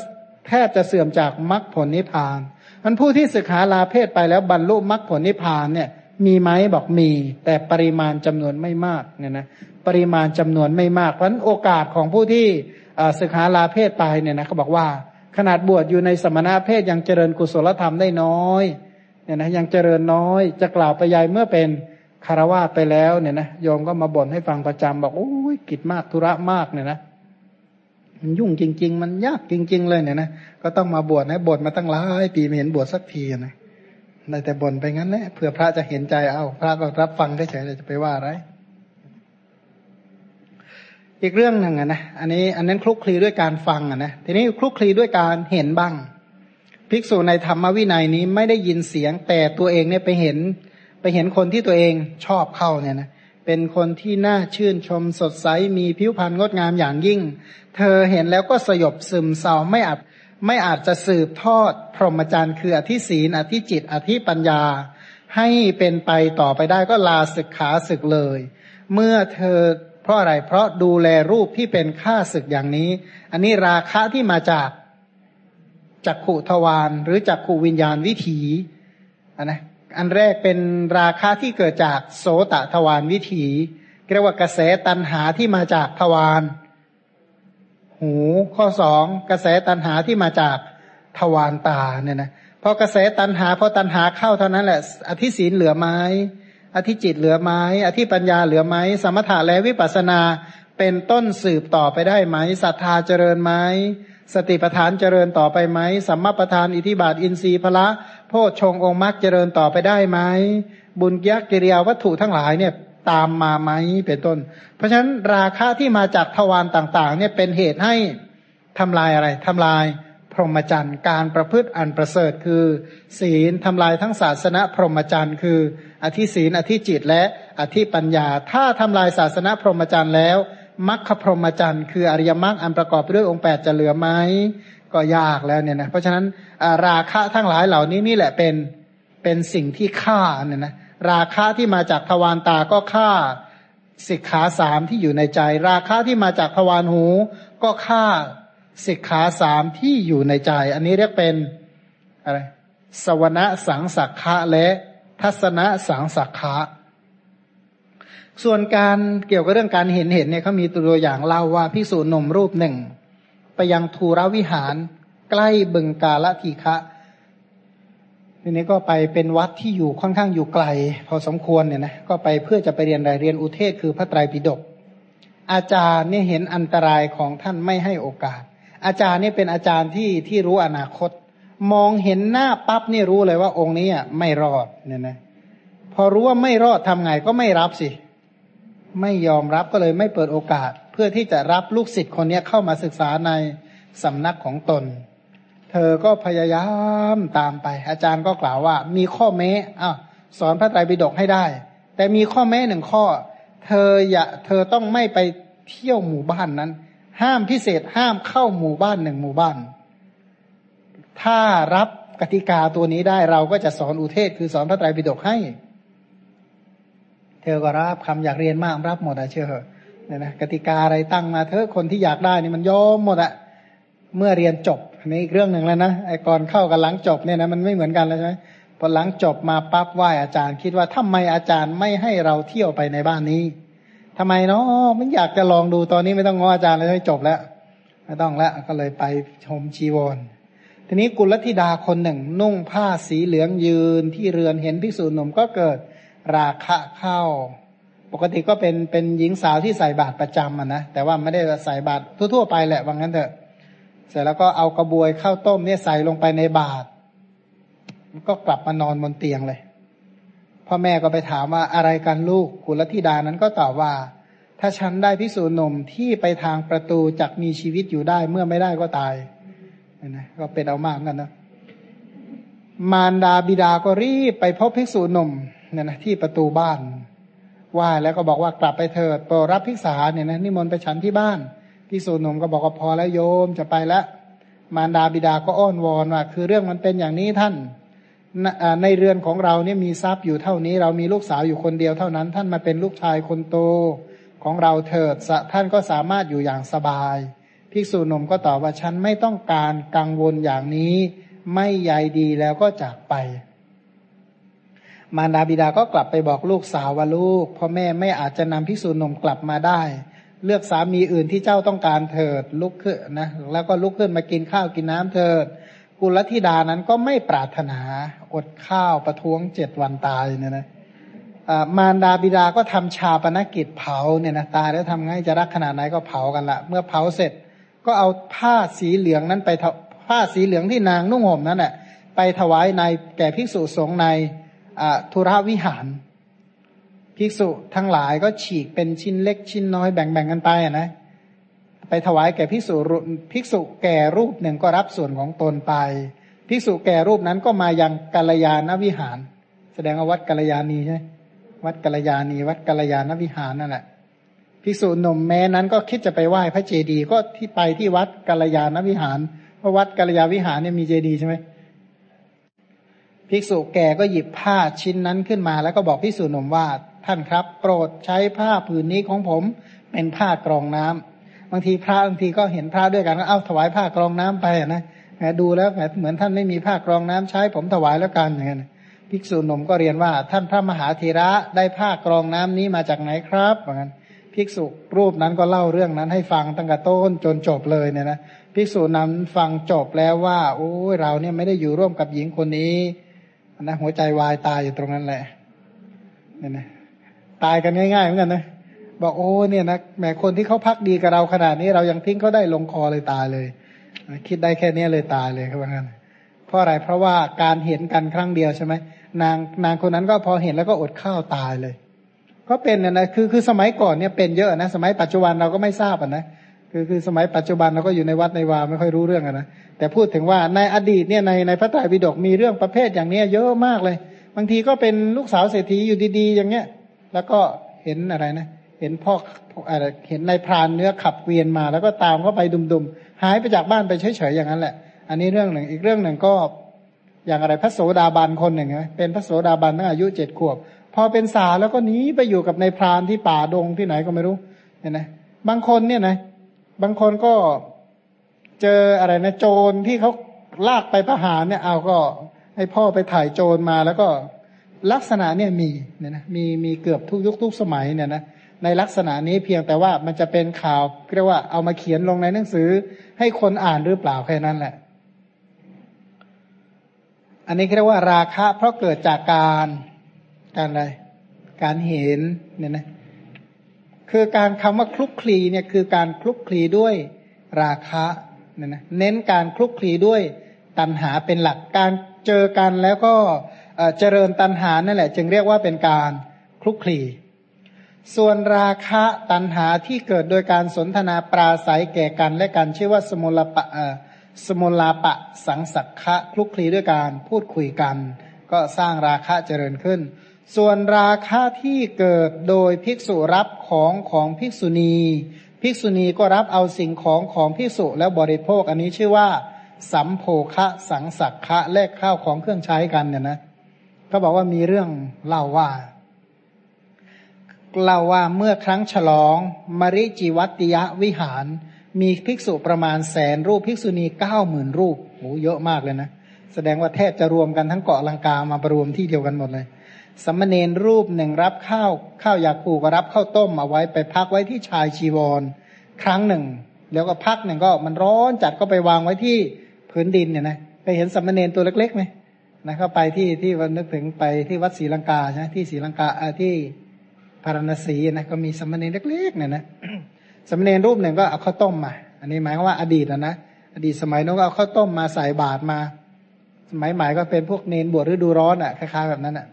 แทบจะเสื่อมจากมรรคผลนิพพานมันผู้ที่ศึกษาลาเพศไปแล้วบรรลุมรรคผลนิพพานเนี่ยมีไหมบอกมีแต่ปริมาณจำนวนไม่มากเนี่ยนะปริมาณจำนวนไม่มากเพราะฉะนั้นโอกาสของผู้ที่ศึกษาลาเพศไปเนี่ยนะเขาบอกว่าขนาดบวชอยู่ในสมณเพศยังเจริญกุศลธรรมได้น้อยเนี่ยนะยังเจริญน้อยจะกล่าวไปยายเมื่อเป็นคารวะไปแล้วเนี่ยนะโยมก็มาบ่นให้ฟังประจำบอกโอ้ยกิจมากธุระมากเนี่ยนะมันยุ่งจริงๆมันยากจริงๆเลยเนี่ยนะก็ต้องมาบวชนะบ่นมาตั้งหลายปีไม่เห็นบวชสักทีนะได้แต่บ่นไปงั้นแหละเผื่อพระจะเห็นใจเอาพระก็รับฟังเฉยๆจะไปว่าอะไรอีกเรื่องหนึ่งอ่ะนะอันนี้อันนั้นคลุกคลีด้วยการฟังอ่ะนะทีนี้คลุกคลีด้วยการเห็นบ้างภิกษุในธรรมวินัยนี้ไม่ได้ยินเสียงแต่ตัวเองเนี่ยไปเห็นไปเห็นคนที่ตัวเองชอบเข้าเนี่ยนะเป็นคนที่น่าชื่นชมสดใสมีผิวพรรณงดงามอย่างยิ่งเธอเห็นแล้วก็สยบซึมเศร้าไม่อาจไม่อาจจะสืบทอดพรหมจรรย์คืออธิศีลอธิจิตอธิปัญญาให้เป็นไปต่อไปได้ก็ลาศึกขาศึกเลยเมื่อเธอเพราะอะไรเพราะดูแลรูปที่เป็นข้าศึกอย่างนี้อันนี้ราคะที่มาจากจักขุทวารหรือจักขุวิญญาณวิถีอันนะอันแรกเป็นราคะที่เกิดจากโสตทวารวิถีเรียกว่ากระแสตัณหาที่มาจากทวารหูข้อสองกระแสตัณหาที่มาจากทวารตาเนี่ยนะพอกระแสตัณหาพอตัณหาเข้าเท่านั้นแหละอธิศีลเหลือไหมอธิจิตเหลือไหมอธิปัญญาเหลือไหมสมถะและวิปัสสนาเป็นต้นสืบต่อไปได้ไหมศรัทธาเจริญไหมสติปัฏฐานเจริญต่อไปไหมสัมมาปัฏฐานอิทธิบาทอินทรีย์พละโพชฌงค์องค์มรรคเจริญต่อไปได้ไหมบุญญกิริยาวัตถุทั้งหลายเนี่ยตามมาไหมเป็นต้นเพราะฉะนั้นราคะที่มาจากทวารต่างๆเนี่ยเป็นเหตุให้ทำลายอะไรทำลายพรหมจรรย์การประพฤติอันประเสริฐคือศีลทำลายทั้งศาสนาพรหมจรรย์คืออธิศีลอธิจิตและอธิปัญญาถ้าทำลายศาสนาพรหมจรรย์แล้วมรรคพรหมจรรย์คืออริยมรรคอันประกอบด้วยองค์แปดจะเหลือไหมก็ยากแล้วเนี่ยนะเพราะฉะนั้นราคะทั้งหลายเหล่านี้นี่แหละเป็นเป็นสิ่งที่ฆ่าเนี่ยนะราคะที่มาจากทวารตาก็ฆ่าสิกขาสามที่อยู่ในใจราคะที่มาจากทวารหูก็ฆ่าสิกขาสามที่อยู่ในใจอันนี้เรียกเป็นอะไรสวนะสังสักขะและทัศนะสังสักขะส่วนการเกี่ยวกับเรื่องการเห็นเห็นเนี่ยเขามีตัวอย่างเล่าว่าภิกษุหนุ่มรูปหนึ่งไปยังทูรวิหารใกล้บึงกาลทีฆะทีนี้ก็ไปเป็นวัดที่อยู่ค่อนข้างอยู่ไกลพอสมควรเนี่ยนะก็ไปเพื่อจะไปเรียนอะไรเรียนอุเทศคือพระไตรปิฎกอาจารย์เนี่ยเห็นอันตรายของท่านไม่ให้โอกาสอาจารย์เนี่ยเป็นอาจารย์ที่ที่รู้อนาคตมองเห็นหน้าปั๊บนี่รู้เลยว่าองค์นี้อ่ะไม่รอดเนี่ยนะพอรู้ว่าไม่รอดทำไงก็ไม่รับสิไม่ยอมรับก็เลยไม่เปิดโอกาสเพื่อที่จะรับลูกศิษย์คนนี้เข้ามาศึกษาในสำนักของตนเธอก็พยายามตามไปอาจารย์ก็กล่าวว่ามีข้อแม้อ้าวสอนพระไตรปิฎกให้ได้แต่มีข้อแม้หนึ่งข้อเธออย่าเธอต้องไม่ไปเที่ยวหมู่บ้านนั้นห้ามพิเศษห้ามเข้าหมู่บ้านหนึ่งหมู่บ้านถ้ารับกติกาตัวนี้ได้เราก็จะสอนอุเทศคือสอนพระไตรปิฎกให้เธอก็รับคำอยากเรียนมากรับหมดอะเชื่อเนี่ยนะกติกาอะไรตั้งมาเธอคนที่อยากได้นี่มันยอมหมดอะเมื่อเรียนจบนี่อีกเรื่องหนึ่งแล้วนะไอ้ก่อนเข้ากับหลังจบเนี่ยนะมันไม่เหมือนกันแล้วใช่ไหมพอหลังจบมาปั๊บไหว้อาจารย์คิดว่าทำไมอาจารย์ไม่ให้เราเที่ยวไปในบ้านนี้ทำไมเนาะมันอยากจะลองดูตอนนี้ไม่ต้องง้ออาจารย์เลยไม่จบแล้วไม่ต้องแล้วก็เลยไปชมชีวรทีนี้กุลธิดาคนหนึ่งนุ่งผ้าสีเหลืองยืนที่เรือนเห็นภิกษุหนุ่มก็เกิดราคะเข้าปกติก็เป็นเป็นหญิงสาวที่ใส่บาตรประจำอ่ะนะแต่ว่าไม่ได้ใส่บาตรทั่วๆไปแหละว่างั้นเถอะเสร็จแล้วก็เอากระบวยข้าวต้มเนี่ยใส่ลงไปในบาตรก็กลับมานอนบนเตียงเลยพ่อแม่ก็ไปถามว่าอะไรกันลูกกุลธิดานั้นก็ตอบว่าถ้าฉันได้ภิกษุหนุ่มที่ไปทางประตูจักมีชีวิตอยู่ได้เมื่อไม่ได้ก็ตายนะก็เป็นเอามากกันนะมารดาบิดาก็รีบไปพบภิกษุหนุ่มเนี่ยนะที่ประตูบ้านว่าแล้วก็บอกว่ากลับไปเถิดโปรดรับภิกษาเนี่ยนะนิมนต์ไปฉันที่บ้านภิกษุหนุ่มก็บอกว่าพอแล้วโยมจะไปแล้วมารดาบิดาก็อ้อนวอนว่าคือเรื่องมันเป็นอย่างนี้ท่านในเรือนของเราเนี่ยมีทรัพย์อยู่เท่านี้เรามีลูกสาวอยู่คนเดียวเท่านั้นท่านมาเป็นลูกชายคนโตของเราเถิดท่านก็สามารถอยู่อย่างสบายภิกษุหนุ่มก็ตอบว่าฉันไม่ต้องการกังวลอย่างนี้ไม่ใยดีแล้วก็จากไปมารดาบิดาก็กลับไปบอกลูกสาวว่าลูกพ่อแม่ไม่อาจจะนำภิกษุหนุ่มกลับมาได้เลือกสามีอื่นที่เจ้าต้องการเถิดลุกขึ้นนะแล้วก็ลุกขึ้นมากินข้าวกินน้ำเถิดกุลธิดานั้นก็ไม่ปรารถนาอดข้าวประท้วงเจ็ดวันตายเนี่ยนะมารดาบิดาก็ทำชาปนกิจเผาเนี่ยนะตายแล้วทำไงจะรักขนาดไหนก็เผากันละเมื่อเผาเสร็จก็เอาผ้าสีเหลืองนั้นไปผ้าสีเหลืองที่นางนุ่งห่มนั้นแหละไปถวายในแก่ภิกษุสงฆ์ในธุระวิหารภิกษุทั้งหลายก็ฉีกเป็นชิ้นเล็กชิ้นน้อยแบ่งๆกันไปนะไปถวายแก่ภิกษุภิกษุแก่รูปหนึ่งก็รับส่วนของตนไปภิกษุแก่รูปนั้นก็มายังกัลยาณวิหารแสดงว่าวัดกัลยาณีใช่วัดกัลยาณีวัดกัลยาณวิหารนั่นแหละภิกษุหนุ่มแม้นั้นก็คิดจะไปไหว้พระเจดีย์ก็ที่ไปที่วัดกัลยาณวิหารเพราะวัดกัลยาวิหารเนี่ยมีเจดีย์ใช่ไหมภิกษุแก่ก็หยิบผ้าชิ้นนั้นขึ้นมาแล้วก็บอกภิกษุหนุ่มว่าท่านครับโปรดใช้ผ้าผืนนี้ของผมเป็นผ้ากรองน้ำบางทีพระบางทีก็เห็นพระด้วยกันก็เอาถวายผ้ากรองน้ำไปนะดูแล้วเหมือนท่านไม่มีผ้ากรองน้ำใช้ผมถวายแล้วกันอย่างนั้นภิกษุหนุ่มก็เรียนว่าท่านพระมหาเถระได้ผ้ากรองน้ำนี้มาจากไหนครับเหมือนกันภิกษุรูปนั้นก็เล่าเรื่องนั้นให้ฟังตั้งแต่ต้นจนจบเลยเนี่ยนะภิกษุนั้นฟังจบแล้วว่าโอ้ยเราเนี่ยไม่ได้อยู่ร่วมกับหญิงคนนี้นะหัวใจวายตายอยู่ตรงนั้นแหละเนี่ยนะตายกันง่ายๆเหมือนกันนะบอกโอ้เนี่ยนะแหมคนที่เขาพักดีกับเราขนาดนี้เรายังทิ้งเขาได้ลงคอเลยตายเลยคิดได้แค่นี้เลยตายเลยครับว่างั้นเพราะอะไรเพราะว่าการเห็นกันครั้งเดียวใช่ไหมนางนางคนนั้นก็พอเห็นแล้วก็อดข้าวตายเลยก็เป็นนะนะคือคือสมัยก่อนเนี่ยเป็นเยอะนะสมัยปัจจุบันเราก็ไม่ทราบอ่ะนะคือคือสมัยปัจจุบันเราก็อยู่ในวัดในวาไม่ค่อยรู้เรื่องอ่ะนะแต่พูดถึงว่าในอดีตเนี่ยในในพระไตรปิฎกมีเรื่องประเภทอย่างนี้เยอะมากเลยบางทีก็เป็นลูกสาวเศรษฐีอยู่ดีๆอย่างเงี้ยแล้วก็เห็นอะไรนะเห็นพ่ออะไรเห็นนายพรานเนื้อขับเกวียนมาแล้วก็ตามเข้าไปดุมๆหายไปจากบ้านไปเฉยๆอย่างนั้นแหละอันนี้เรื่องหนึ่งอีกเรื่องหนึ่งก็อย่างอะไรพระโสดาบันคนหนึ่งนะเป็นพระโสดาบันตั้งอายุเจ็ดขวบพอเป็นสาวแล้วก็หนีไปอยู่กับนายพรานที่ป่าดงที่ไหนก็ไม่รู้เห็นไหมบางคนเนี่ยนะบางคนก็เจออะไรนะโจรที่เขาลากไปประหารเนี่ยเอาก็ให้พ่อไปถ่ายโจรมาแล้วก็ลักษณะเนี่ยมีเนี่ยนะมีมีเกือบทุกยุคทุกสมัยเนี่ยนะในลักษณะนี้เพียงแต่ว่ามันจะเป็นข่าวเรียกว่าเอามาเขียนลงในหนังสือให้คนอ่านหรือเปล่าแค่นั้นแหละอันนี้เรียกว่าราคะเพราะเกิดจากการการอะไรการเห็นเนี่ยนะคือการคำว่าคลุกคลีเนี่ยคือการคลุกคลีด้วยราคะเนี่ยนะเน้นการคลุกคลีด้วยตัณหาเป็นหลักการเจอกันแล้วก็เจริญตัณหานั่นแหละจึงเรียกว่าเป็นการคลุกคลีส่วนราคะตัณหาที่เกิดโดยการสนทนาปราศัยแก่กันและกันชื่อว่าสมุลปะสมุลาปะสังสักขะคลุกคลีด้วยการพูดคุยกันก็สร้างราคะเจริญขึ้นส่วนราคะที่เกิดโดยภิกษุรับของของภิกษุณีภิกษุณีก็รับเอาสิ่งของของภิกษุแล้วบริโภคอันนี้ชื่อว่าสัมโภคะสังสักขะแลกข้าวของเครื่องใช้กันเนี่ยนะเขาบอกว่ามีเรื่องเล่าว่าเล่าว่าเมื่อครั้งฉลองมริจิวัติยวิหารมีภิกษุประมาณแสนรูปภิกษุณีเก้าหมื่นรูปโอ้เยอะมากเลยนะแสดงว่าแทบจะรวมกันทั้งเกาะลังกามาประรวมที่เดียวกันหมดเลยสมณเณรรูปหนึ่งรับข้าวข้าวยาคูก็รับข้าวต้มมาไว้ไปพักไว้ที่ชายชีวรครั้งหนึ่งแล้วก็พักหนึ่งก็มันร้อนจัดก็ไปวางไว้ที่พื้นดินเนี่ยนะไปเห็นสมณเณรตัวเล็กๆไหมนะเข้าไปที่ที่วันนึกถึงไปที่วัดศรีลังกาใช่ไหมที่ศรีลังกาที่พาราณสีนะก็มีสมณเณรเล็กๆเนี่ยนะสมณเณรรูปหนึ่งก็เอาข้าวต้มมาอันนี้หมายความว่าอดีตนะนะอดีตสมัยนู้นก็เอาข้าวต้มมาใส่บาตรมาสมัยใหม่ก็เป็นพวกเนรบวชฤดูร้อนอ่ะคล้ายๆแบบนั้นอ่ะ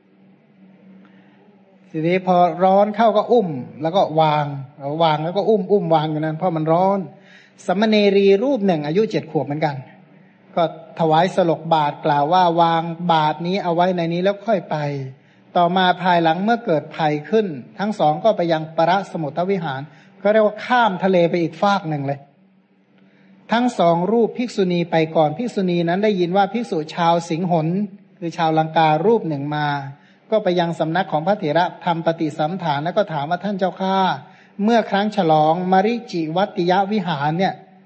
ทีนี้พอร้อนเข้าก็อุ้มแล้วก็วางวางแล้วก็อุ้มอุ้มวางอยู่นั้นเพราะมันร้อนสมณเณรีรูปหนึ่งอายุเจ็ดขวบเหมือนกันก็ถวายสลกบาตรกล่าวว่าวางบาตรนี้เอาไว้ในนี้แล้วค่อยไปต่อมาภายหลังเมื่อเกิดภัยขึ้นทั้งสองก็ไปยังปรสมุทรวิหารก็เรียกว่าข้ามทะเลไปอีกฟากหนึ่งเลยทั้งสองรูปภิกษุณีไปก่อนภิกษุณีนั้นได้ยินว่าภิกษุชาวสิงหนคือชาวลังการูปหนึ่งมาก็ไปยังสำนักของพระเถระทำปฏิสัมภารแล้วก็ถามว่าท่านเจ้าข้าเมื่อครั้งฉลองมริจิวัติยวิหารเนี่ย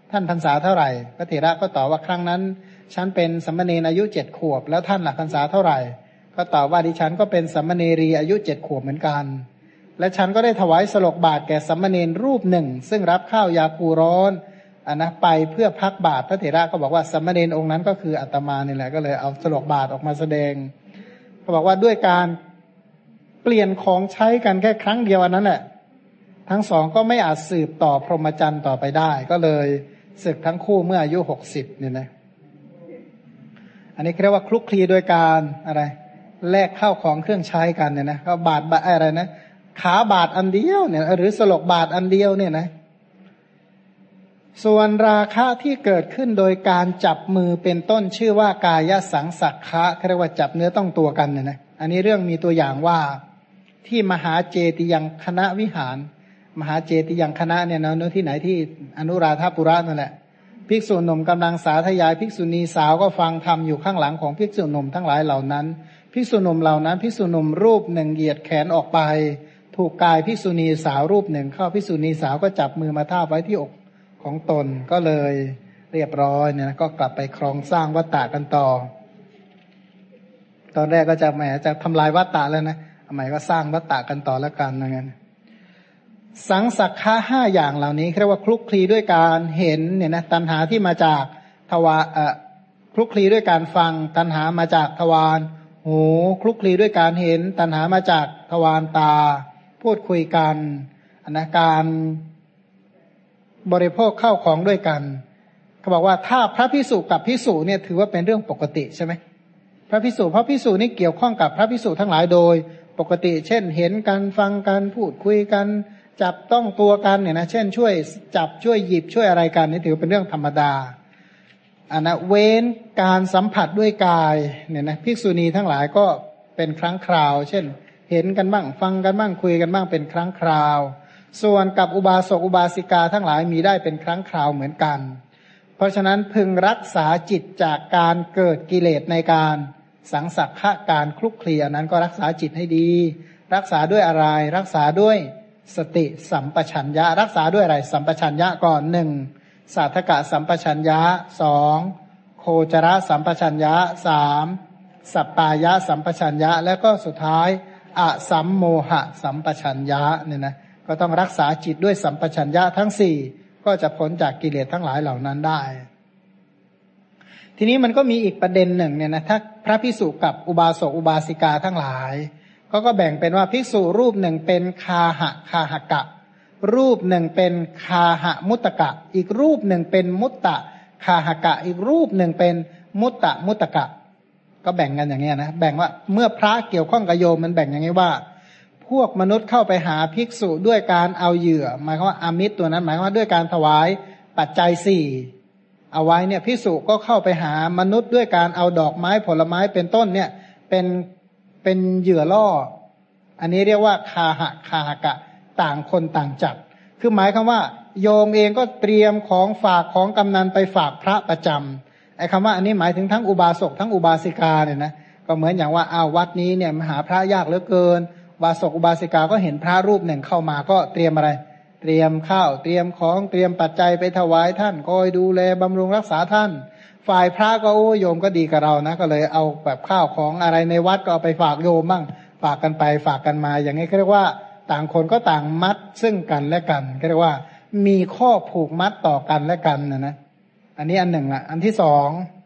ท่านพรรษาเท่าไหร่พระเถระก็ตอบว่าครั้งนั้นฉันเป็นสัมมเนรอายุเจ็ดขวบแล้วท่านหลักพรรษาเท่าไหร่ก็ตอบว่าดิฉันก็เป็นสัมมเนรีอายุเจ็ดขวบเหมือนกันและฉันก็ได้ถวายสลกบาตรแก่สัมมเนรรูปหนึ่งซึ่งรับข้าวยาคูร้อนอันนะไปเพื่อพักบาตรพระเถระก็บอกว่าสัมมเนรองค์นั้นก็คืออาตมานี่แหละก็เลยเอาสลกบาตรออกมาแสดงเขาบอกว่าด้วยการเปลี่ยนของใช้กันแค่ครั้งเดียวอันนั้นแหละทั้งสองก็ไม่อาจสืบต่อพรหมจรรย์ต่อไปได้ก็เลยศึกทั้งคู่เมื่ออายุหกสิบเนี่ยนะอันนี้เรียกว่าคลุกคลีโดยการอะไรแลกข้าวของเครื่องใช้กันเนี่ยนะก็บาทบาทอะไรนะขาบาทอันเดียวเนี่ยหรือสลกบาทอันเดียวเนี่ยนะส่วนราคะที่เกิดขึ้นโดยการจับมือเป็นต้นชื่อว่ากายสังสักขะเรียกว่าจับเนื้อต้องตัวกันเนี่ยนะอันนี้เรื่องมีตัวอย่างว่าที่มหาเจติยังคณะวิหารมหาเจติยังคณะเนี่ยนะเนื้อที่ไหนที่อนุราธาปุระนั่นแหละภิกษุหนุ่มกำลังสาธยายภิกษุณีสาวก็ฟังธรรมอยู่ข้างหลังของภิกษุหนุ่มทั้งหลายเหล่านั้นภิกษุหนุ่มเหล่านั้นภิกษุหนุ่มรูปหนึ่งเหยียดแขนออกไปถูกกายภิกษุณีสาวรูปหนึ่งเข้าภิกษุณีสาวก็จับมือมาทาบไว้ที่อกของตนก็เลยเรียบร้อยเนี่ยก็กลับไปครองสร้างวัฏฏะกันต่อตอนแรกก็จะแหมจะทำลายวัฏฏะแล้วนะทำไมก็สร้างวัฏฏะกันต่อแล้วกันอย่างนั้นสังสักขะห้าอย่างเหล่านี้เรียกว่าคลุกคลีด้วยการเห็นเนี่ยนะตัณหาที่มาจากทวารเอ่อคลุกคลีด้วยการฟังตัณหามาจากทวารหูคลุกคลีด้วยการเห็นตัณหามาจากทวารตาพูดคุยกันนะการบริโภคข้าวของด้วยกันเขาบอกว่าถ้าพระภิกษุกับภิกษุเนี่ยถือว่าเป็นเรื่องปกติใช่ไหมพระภิกษุเพราะภิกษุนี่เกี่ยวข้องกับพระภิกษุทั้งหลายโดยปกติเช่นเห็นกันฟังกันพูดคุยกันจับต้องตัวกันเนี่ยนะเช่นช่วยจับช่วยหยิบช่วยอะไรกันนี่ถือเป็นเรื่องธรรมดาอันนะเว้นการสัมผัสด้วยกายเนี่ยนะภิกษุณีทั้งหลายก็เป็นครั้งคราวเช่นเห็นกันบ้างฟังกันบ้างคุยกันบ้างเป็นครั้งคราวส่วนกับอุบาสกอุบาสิกาทั้งหลายมีได้เป็นครั้งคราวเหมือนกันเพราะฉะนั้นพึงรักษาจิตจากการเกิดกิเลสในการสังสักขะการคลุกคลีนั้นก็รักษาจิตให้ดีรักษาด้วยอะไรรักษาด้วยสติสัมปชัญญะรักษาด้วยอะไรสัมปชัญญะก่อนหนึ่งสาธกะสัมปชัญญะสองโคจรสัมปชัญญะสามสัปปายะสัมปชัญญะแล้วก็สุดท้ายอสัมโมหะสัมปชัญญะเนี่ยนะก็ต้องรักษาจิตด้วยสัมปชัญญะทั้งสี่ก็จะพ้นจากกิเลสทั้งหลายเหล่านั้นได้ทีนี้มันก็มีอีกประเด็นหนึ่งเนี่ยนะถ้าพระภิกษุกับอุบาสกอุบาสิกาทั้งหลายเขาก็แบ่งเป็นว่าภิกษุรูปหนึ่งเป็นคาหะคาหกะรูปหนึ่งเป็นคาหะมุตตะอีกรูปหนึ่งเป็นมุตตะคาหกะอีกรูปหนึ่งเป็นมุตตะมุตตะก็แบ่งกันอย่างเงี้ยนะแบ่งว่าเมื่อพระเกี่ยวข้องกับโยมมันแบ่งอย่างงี้ว่าพวกมนุษย์เข้าไปหาภิกษุด้วยการเอาเหยื่อหมายความว่าอามิตรตัวนั้นหมายความว่าด้วยการถวายปัจจัยสี่เอาไว้เนี่ยภิกษุก็เข้าไปหามนุษย์ด้วยการเอาดอกไม้ผลไม้เป็นต้นเนี่ยเป็นเป็นเหยื่อล่ออันนี้เรียกว่าคาหะคาหกะต่างคนต่างจับคือหมายความว่าโยมเองก็เตรียมของฝากของกำนันไปฝากพระประจำไอ้คำว่าอันนี้หมายถึงทั้งอุบาสกทั้งอุบาสิกาเนี่ยนะก็เหมือนอย่างว่าอ้าววัดนี้เนี่ยมหาพระยากเหลือเกินอุบาสกอุบาสิกาก็เห็นพระรูปหนึ่งเข้ามาก็เตรียมอะไรเตรียมข้าวเตรียมของเตรียมปัจจัยไปถวายท่านคอยดูแลบำรุงรักษาท่านฝ่ายพระก็โอ้โยมก็ดีกับเรานะก็เลยเอาแบบข้าวของอะไรในวัดก็เอาไปฝากโยมบ้างฝากกันไปฝากกันมาอย่างนี้เรียกว่าต่างคนก็ต่างมัดซึ่งกันและกันเรียกว่ามีข้อผูกมัดต่อกันและกันนะนะอันนี้อันหนึ่งอ่ะอันที่สอง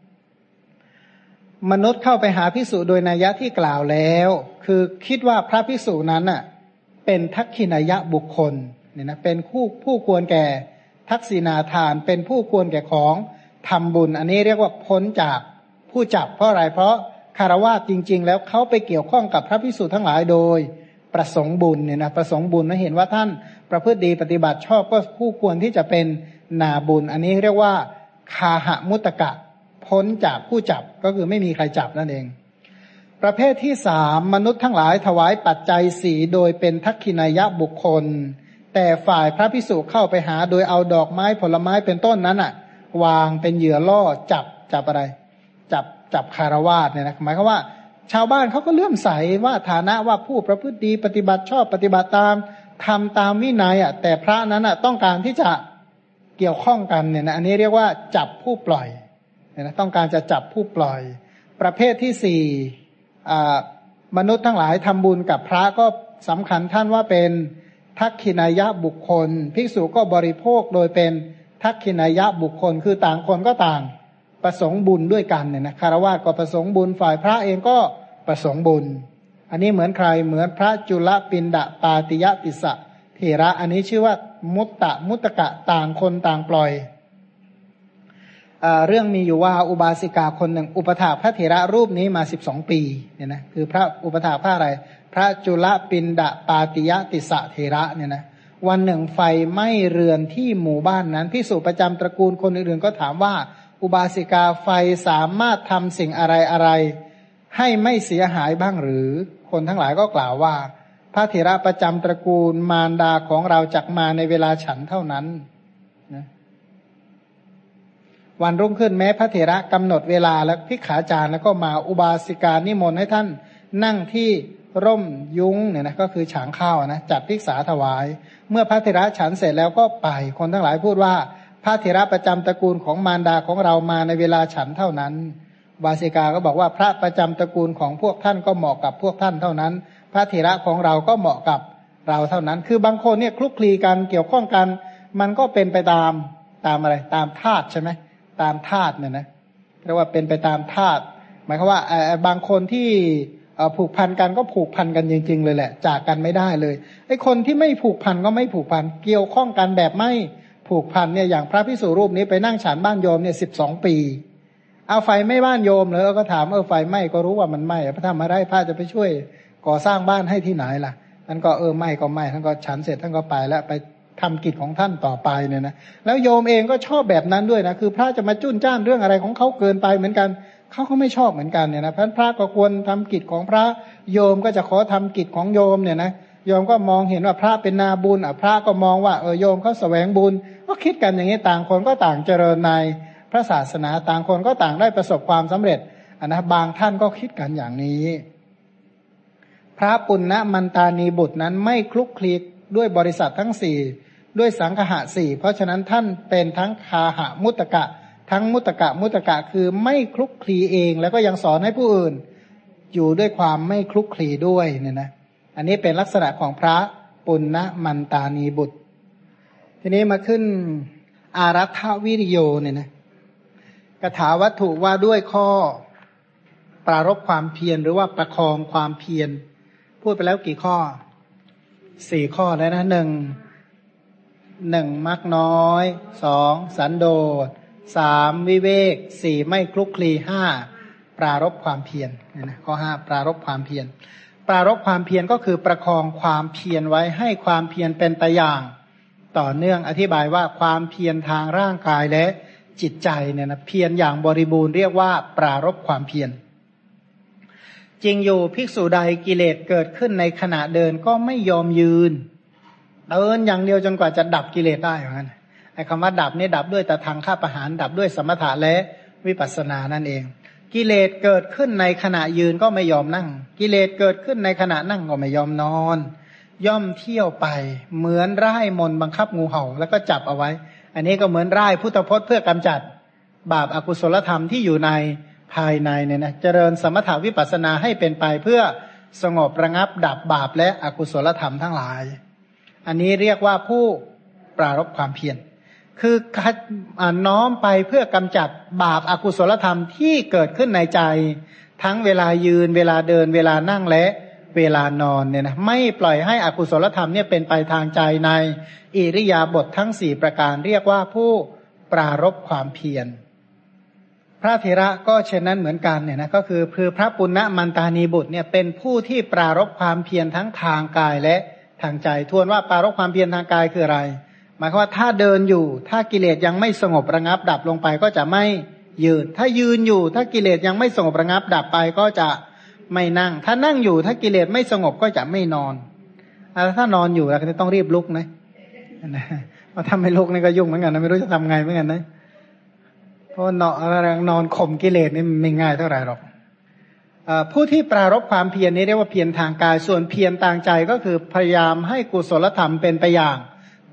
มนุษย์เข้าไปหาภิกษุโดยนัยยะที่กล่าวแล้วคือคิดว่าพระภิกษุนั้นน่ะเป็นทักขินายะบุคคลเนี่ยนะเป็นผู้ผู้ควรแก่ทักษิณาทานเป็นผู้ควรแก่ของทำบุญอันนี้เรียกว่าพ้นจากผู้จับเพราะอะไรเพราะคฤหัสถ์จริงๆแล้วเขาไปเกี่ยวข้องกับพระภิกษุทั้งหลายโดยประสงค์บุญเนี่ยนะประสงค์บุญและเห็นว่าท่านประพฤติดีปฏิบัติชอบก็ผู้ควรที่จะเป็นนาบุญอันนี้เรียกว่าคาหะมุตตะพ้นจากผู้จับก็คือไม่มีใครจับนั่นเองประเภทที่สามมนุษย์ทั้งหลายถวายปัจจัยสี่โดยเป็นทักขินายะบุคคลแต่ฝ่ายพระภิกษุเข้าไปหาโดยเอาดอกไม้ผลไม้เป็นต้นนั้นอ่ะวางเป็นเหยื่อล่อจับจับอะไรจับจับคารวาสเนี่ยนะหมายความว่าชาวบ้านเขาก็เลื่อมใสว่าฐานะว่าผู้ประพฤติดีปฏิบัติชอบปฏิบัติตามทำตามวินัยอ่ะแต่พระนั้นอ่ะต้องการที่จะเกี่ยวข้องกันเนี่ยนะอันนี้เรียกว่าจับผู้ปล่อยเนี่ยนะต้องการจะจับผู้ปล่อยประเภทที่สี่มนุษย์ทั้งหลายทำบุญกับพระก็สำคัญท่านว่าเป็นทักขินายะบุคคลภิกษุก็บริโภคโดยเป็นทักขินายะบุคคลคือต่างคนก็ต่างประสงค์บุญด้วยกันเนี่ยนะคฤหัสถ์ก็ประสงค์บุญฝ่ายพระเองก็ประสงค์บุญอันนี้เหมือนใครเหมือนพระจุลปินดาปาติยติสะเถระอันนี้ชื่อว่ามุตตะมุตตกะต่างคนต่างปล่อยเอ่อเรื่องมีอยู่ว่าอุบาสิกาคนหนึ่งอุปถากพระเถระรูปนี้มาสิบสองปีเนี่ยนะคือพระอุปถากพระอะไรพระจุลปินดาปาติยติสะเถระเนี่ยนะวันหนึ่งไฟไหม้เรือนที่หมู่บ้านนั้นภิกษุประจำตระกูลคนอื่นๆก็ถามว่าอุบาสิกาไฟสามารถทำสิ่งอะไรอะไรให้ไม่เสียหายบ้างหรือคนทั้งหลายก็กล่าวว่าพระเถระประจำตระกูลมารดาของเราจักมาในเวลาฉันเท่านั้นนะวันรุ่งขึ้นแม้พระเถระกำหนดเวลาแล้วภิกขาจารย์แล้วก็มาอุบาสิกานิมนต์ให้ท่านนั่งที่ร่มยุ้งเนี่ยนะก็คือฉางข้าวนะจัดภิกษาถวายเมื่อพระเถระฉันเสร็จแล้วก็ไปคนทั้งหลายพูดว่าพระเถระประจำตระกูลของมารดาของเรามาในเวลาฉันเท่านั้นวาสิกาก็บอกว่าพระประจำตระกูลของพวกท่านก็เหมาะกับพวกท่านเท่านั้นพระเถระของเราก็เหมาะกับเราเท่านั้นคือบางคนเนี่ยคลุกคลีกันเกี่ยวข้องกันมันก็เป็นไปตามตามอะไรตามธาตุใช่ไหมตามธาตุเนี่ยนะเรียกว่าเป็นไปตามธาตุหมายความว่าบางคนที่ผูกพันกันก็ผูกพันกันจริงๆเลยแหละจากกันไม่ได้เลยไอ้คนที่ไม่ผูกพันก็ไม่ผูกพันเกี่ยวข้องกันแบบไม่ผูกพันเนี่ยอย่างพระภิกษุรูปนี้ไปนั่งฉันบ้านโยมเนี่ยสิบสองปีเอาไฟไม่บ้านโยมเลยก็ถามเออไฟไหม้ก็รู้ว่ามันไหม้พระทำอะไรพระจะไปช่วยก่อสร้างบ้านให้ที่ไหนล่ะท่านก็เออไหม้ก็ไหม้ท่านก็ฉันเสร็จท่านก็ไปแล้วไปทำกิจของท่านต่อไปเนี่ยนะแล้วโยมเองก็ชอบแบบนั้นด้วยนะคือพระจะมาจุ้นจ้านเรื่องอะไรของเขาเกินไปเหมือนกันเขาก็ไม่ชอบเหมือนกันเนี่ยนะเพราะพระก็ควรทำกิจของพระโยมก็จะขอทำกิจของโยมเนี่ยนะโยมก็มองเห็นว่าพระเป็นนาบุญอ่ะพระก็มองว่าเออโยมเขาแสวงบุญก็คิดกันอย่างนี้ต่างคนก็ต่างเจริญในพระศาสนาต่างคนก็ต่างได้ประสบความสำเร็จอ่ะนะบางท่านก็คิดกันอย่างนี้พระปุณณมันตานีบุตรนั้นไม่คลุกคลีด้วยบริษัททั้งสี่ด้วยสังฆะสี่เพราะฉะนั้นท่านเป็นทั้งคาหะมุตตกะทั้งมุตตกะมุตตกะคือไม่คลุกคลีเองแล้วก็ยังสอนให้ผู้อื่นอยู่ด้วยความไม่คลุกคลีด้วยเนี่ยนะอันนี้เป็นลักษณะของพระปุณณมันตานีบุตรทีนี้มาขึ้นอารัฐวิริโยเนี่ยนะคาถาวัตถุว่าด้วยข้อปรารภความเพียรหรือว่าประคองความเพียรพูดไปแล้วกี่ข้อสี่ข้อแล้วนะหนึ่งหนึ่งมักน้อยสองสันโดษสามวิเวกสี่ไม่คลุกคลีห้าปรารภความเพียรเนี่ยนะข้อห้าปรารภความเพียรปรารภความเพียรก็คือประคองความเพียรไว้ให้ความเพียรเป็นไปอย่างต่อเนื่องอธิบายว่าความเพียรทางร่างกายและจิตใจเนี่ยนะเพียรอย่างบริบูรณ์เรียกว่าปรารภความเพียรจริงอยู่ภิกษุใดกิเลสเกิดขึ้นในขณะเดินก็ไม่ยอมยืนเดินอย่างเดียวจนกว่าจะดับกิเลสได้เหมือนกันไอ้คำว่าดับนี่ดับด้วยแต่ทางข้าประหารดับด้วยสมถะและวิปัสสนานั่นเองกิเลสเกิดขึ้นในขณะยืนก็ไม่ยอมนั่งกิเลสเกิดขึ้นในขณะนั่งก็ไม่ยอมนอนย่อมเที่ยวไปเหมือนร่ายมนต์บังคับงูเห่าแล้วก็จับเอาไว้อันนี้ก็เหมือนร่ายพุทธพจน์เพื่อกำจัดบาปอกุศลธรรมที่อยู่ในภายในเนี่ยนะเจริญสมถะวิปัสสนาให้เป็นไปเพื่อสงบระงับดับบาปและอกุศลธรรมทั้งหลายอันนี้เรียกว่าผู้ปรารภความเพียรคือน้อมไปเพื่อกำจัดบาปอกุศลธรรมที่เกิดขึ้นในใจทั้งเวลายืนเวลาเดินเวลานั่งและเวลานอนเนี่ยนะไม่ปล่อยให้อกุศลธรรมเนี่ยเป็นไปทางใจในอิริยาบถททั้งสี่ประการเรียกว่าผู้ปรารภความเพียรพระเถระก็เช่นนั้นเหมือนกันเนี่ยนะก็คือคือพระปุณณมันตานีบุตรเนี่ยเป็นผู้ที่ปรารภความเพียรทั้งทางกายและทางใจทวนว่าปรารภความเพียรทางกายคืออะไรหมายความว่าถ้าเดินอยู่ถ้ากิเลสยังไม่สงบระงับดับลงไปก็จะไม่ยืนถ้ายืนอยู่ถ้ากิเลสยังไม่สงบระงับดับไปก็จะไม่นั่งถ้านั่งอยู่ถ้ากิเลสไม่สงบก็จะไม่นอนถ้านอนอยู่เราก็ต้องรีบลุกนะเพราะถ้าไม่ลุกนี่ก็ยุ่งเหมือนกันนะไม่รู้จะทำไงเหมือนกันนะเพราะนอนนอนข่มกิเลสนี่ไม่ง่ายเท่าไหร่หรอกผู้ที่ปรารภความเพียรนี้เรียกว่าเพียรทางกายส่วนเพียรทางใจก็คือพยายามให้กุศลธรรมเป็นไปอย่าง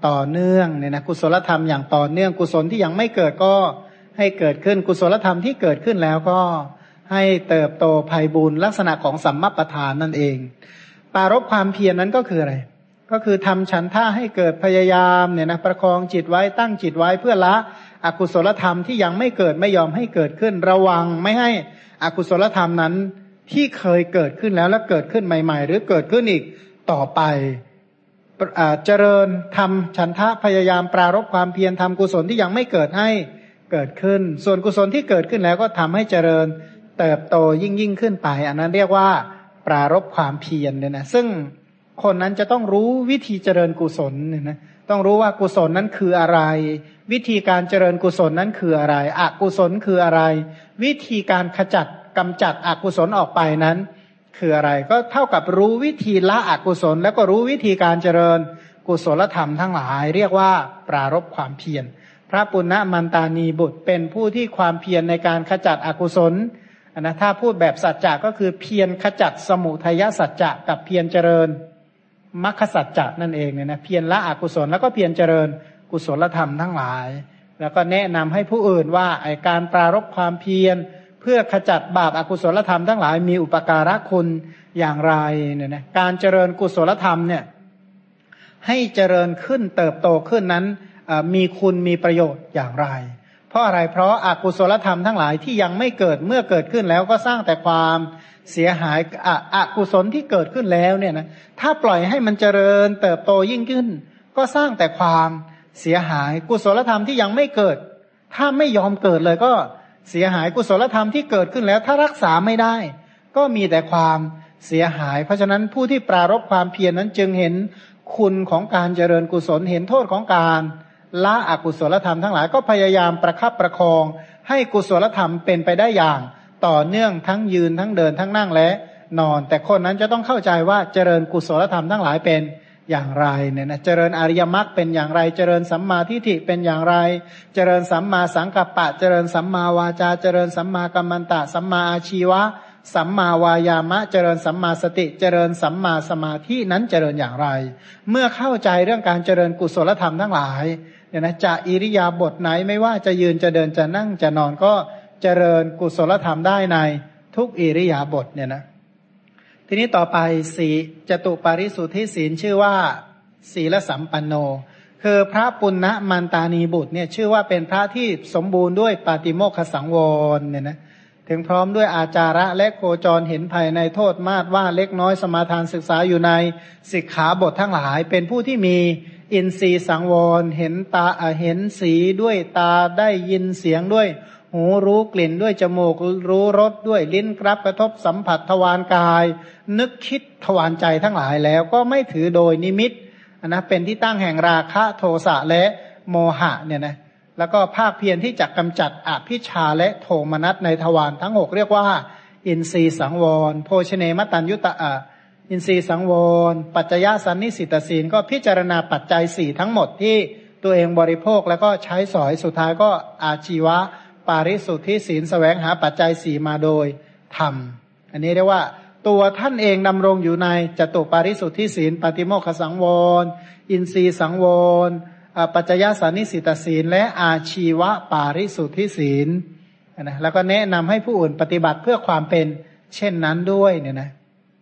ต่อเนื่องเนี่ยนะกุศลธรรมอย่างต่อเนื่องกุศลที่ยังไม่เกิดก็ให้เกิดขึ้นกุศลธรรมที่เกิดขึ้นแล้วก็ให้เติบโตไพบูลย์ลักษณะของสัมมัปปทานนั่นเองปรารภความเพียรนั้นก็คืออะไรก็คือทำฉันท่าให้เกิดพยายามเนี่ยนะประคองจิตไว้ตั้งจิตไว้เพื่อละอกุศลธรรมที่ยังไม่เกิดไม่ยอมให้เกิดขึ้นระวังไม่ให้อกุศลธรรมนั้นที่เคยเกิดขึ้นแล้วและเกิดขึ้นใหม่ๆหรือเกิดขึ้นอีกต่อไปเจริญทำฉันทะพยายามปรารภความเพียรทำกุศลที่ยังไม่เกิดให้เกิดขึ้นส่วนกุศลที่เกิดขึ้นแล้วก็ทำให้เจริญเติบโตยิ่งยิ่งขึ้นไปอันนั้นเรียกว่าปรารภความเพียรเนี่ยนะซึ่งคนนั้นจะต้องรู้วิธีเจริญกุศลเนี่ยนะต้องรู้ว่ากุศลนั้นคืออะไรวิธีการเจริญกุศลนั้นคืออะไรอกุศลคืออะไรวิธีการขจัดกำจัดอกุศลออกไปนั้นคืออะไรก็เท่ากับรู้วิธีละอกุศลแล้วก็รู้วิธีการเจริญกุศลธรรมทั้งหลายเรียกว่าปรารภความเพียรพระปุณณมันตานีบุตรเป็นผู้ที่ความเพียรในการขจัดอกุศลนะถ้าพูดแบบสัจจะก็คือเพียรขจัดสมุทัยสัจจะกับเพียรเจริญมรรคสัจจะนั่นเองเนี่ยนะเพียรละอกุศลแล้วก็เพียรเจริญกุศลธรรมทั้งหลายแล้วก็แนะนำให้ผู้อื่นว่าไอ้การปรารภความเพียรเพื่อขจัดบาปอกุศลธรรมทั้งหลายมีอุปการะคุณอย่างไรเนี่ยนะการเจริญกุศลธรรมเนี่ยให้เจริญขึ้นเติบโตขึ้นนั้นมีคุณมีประโยชน์อย่างไรเพราะอะไรเพราะอกุศลธรรมทั้งหลายที่ยังไม่เกิดเมื่อเกิดขึ้นแล้วก็สร้างแต่ความเสียหายอะอกุศลที่เกิดขึ้นแล้วเนี่ยนะถ้าปล่อยให้มันเจริญเติบโตยิ่งขึ้นก็สร้างแต่ความเสียหายกุศลธรรมที่ยังไม่เกิดถ้าไม่ยอมเกิดเลยก็เสียหายกุศลธรรมที่เกิดขึ้นแล้วถ้ารักษาไม่ได้ก็มีแต่ความเสียหายเพราะฉะนั้นผู้ที่ปรารภความเพียรนั้นจึงเห็นคุณของการเจริญกุศลเห็นโทษของการละอกุศลธรรมทั้งหลายก็พยายามประคับประคองให้กุศลธรรมเป็นไปได้อย่างต่อเนื่องทั้งยืนทั้งเดินทั้งนั่งและนอนแต่คนนั้นจะต้องเข้าใจว่าเจริญกุศลธรรมทั้งหลายเป็นอย่างไรเนี่ยนะเจริญอริยมรรคเป็นอย่างไรเจริญสัมมาทิฏฐิเป็นอย่างไรเจริญสัมมาสังกัปปะเจริญสัมมาวาจาเจริญสัมมากัมมันตะสัมมาอาชีวะสัมมาวายามะเจริญสัมมาสติเจริญสัมมาสมาธินั้นเจริญอย่างไรเมื่อเข้าใจเรื่องการเจริญกุศลธรรมทั้งหลายเนี่ยนะจะอิริยาบถไหนไม่ว่าจะยืนจะเดินจะนั่งจะนอนก็เจริญกุศลธรรมได้ในทุกอิริยาบถเนี่ยนะทีนี้ต่อไปสีจตุปาริสุทธิศีลชื่อว่าศีลสัมปันโนคือพระปุณณมันตานีบุตรเนี่ยชื่อว่าเป็นพระที่สมบูรณ์ด้วยปาติโมกขสังวรเนี่ยนะถึงพร้อมด้วยอาจาระและโคจรเห็นภัยในโทษมาตว่าเล็กน้อยสมาทานศึกษาอยู่ในสิกขาบททั้งหลายเป็นผู้ที่มีอินทรีย์สังวรเห็นตาเห็นสีด้วยตาได้ยินเสียงด้วยหูรู้กลิ่นด้วยจมูกรู้รสด้วยลิ้นรับกระทบสัมผัสทวารกายนึกคิดทวารใจทั้งหลายแล้วก็ไม่ถือโดยนิมิตนะเป็นที่ตั้งแห่งราคะโทสะและโมหะเนี่ยนะแล้วก็ภาคเพียรที่จะกำจัดอภิชาและโทมนัสในทวารทั้งหกเรียกว่าอินทรีย์สังวรโภชเนมตัญยุตะอะอินทรีย์สังวรปัจจยสันนิสิตศีลก็พิจารณาปัจจัยสี่ทั้งหมดที่ตัวเองบริโภคแล้วก็ใช้สอยสุดท้ายก็อาชีวะปาริสุทธิศีลแสวงหาปัจจัยสี่มาโดยธรรมอันนี้เรียกว่าตัวท่านเองดำรงอยู่ในจตุปาริสุทธิศีลปฏิโมกขสังวรอินทรีย์สังวรปัจจยสันนิสิตศีลและอาชีวะปาริสุทธิศีลนะแล้วก็แนะนำให้ผู้อื่นปฏิบัติเพื่อความเป็นเช่นนั้นด้วยเนี่ยนะ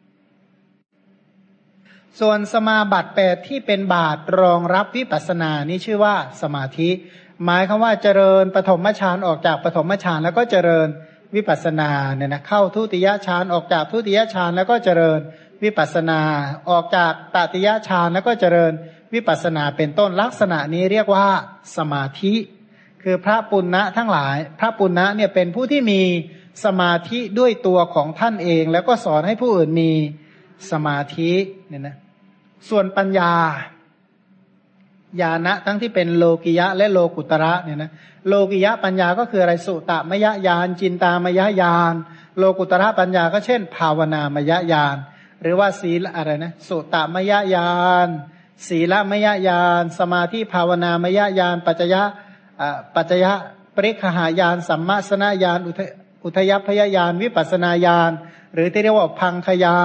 ส่วนสมาบัติแปดที่เป็นบาตรรองรับวิปัสสนานี่ชื่อว่าสมาธิหมายคำว่าเจริญปฐมฌานออกจากปฐมฌานแล้วก็เจริญวิปัสสนาเนี่ยนะเข้าทุติยฌานออกจากทุติยฌานแล้วก็เจริญวิปัสสนาออกจากตติยฌานแล้วก็เจริญวิปัสสนาเป็นต้นลักษณะนี้เรียกว่าสมาธิคือพระปุณณะทั้งหลายพระปุณณะเนี่ยเป็นผู้ที่มีสมาธิด้วยตัวของท่านเองแล้วก็สอนให้ผู้อื่นมีสมาธิเนี่ยนะส่วนปัญญาญาณะทั้งที่เป็นโลกิยะและโลกุตระเนี่ยนะโลกิยะปัญญาก็คืออะไรสุตมยญาณจินตามยญาณโลกุตระปัญญาก็เช่นภาวนามยญาณหรือว่าศีลอะไรนะสุตมยญาณศีลมยญาณสมาธิภาวนามยญาณปัจจยะปัจจยะปริคหายานสัมมาสนญาณอุทยพยญาณวิปัสสนาญาณหรือที่เรียกว่าพังคญาณ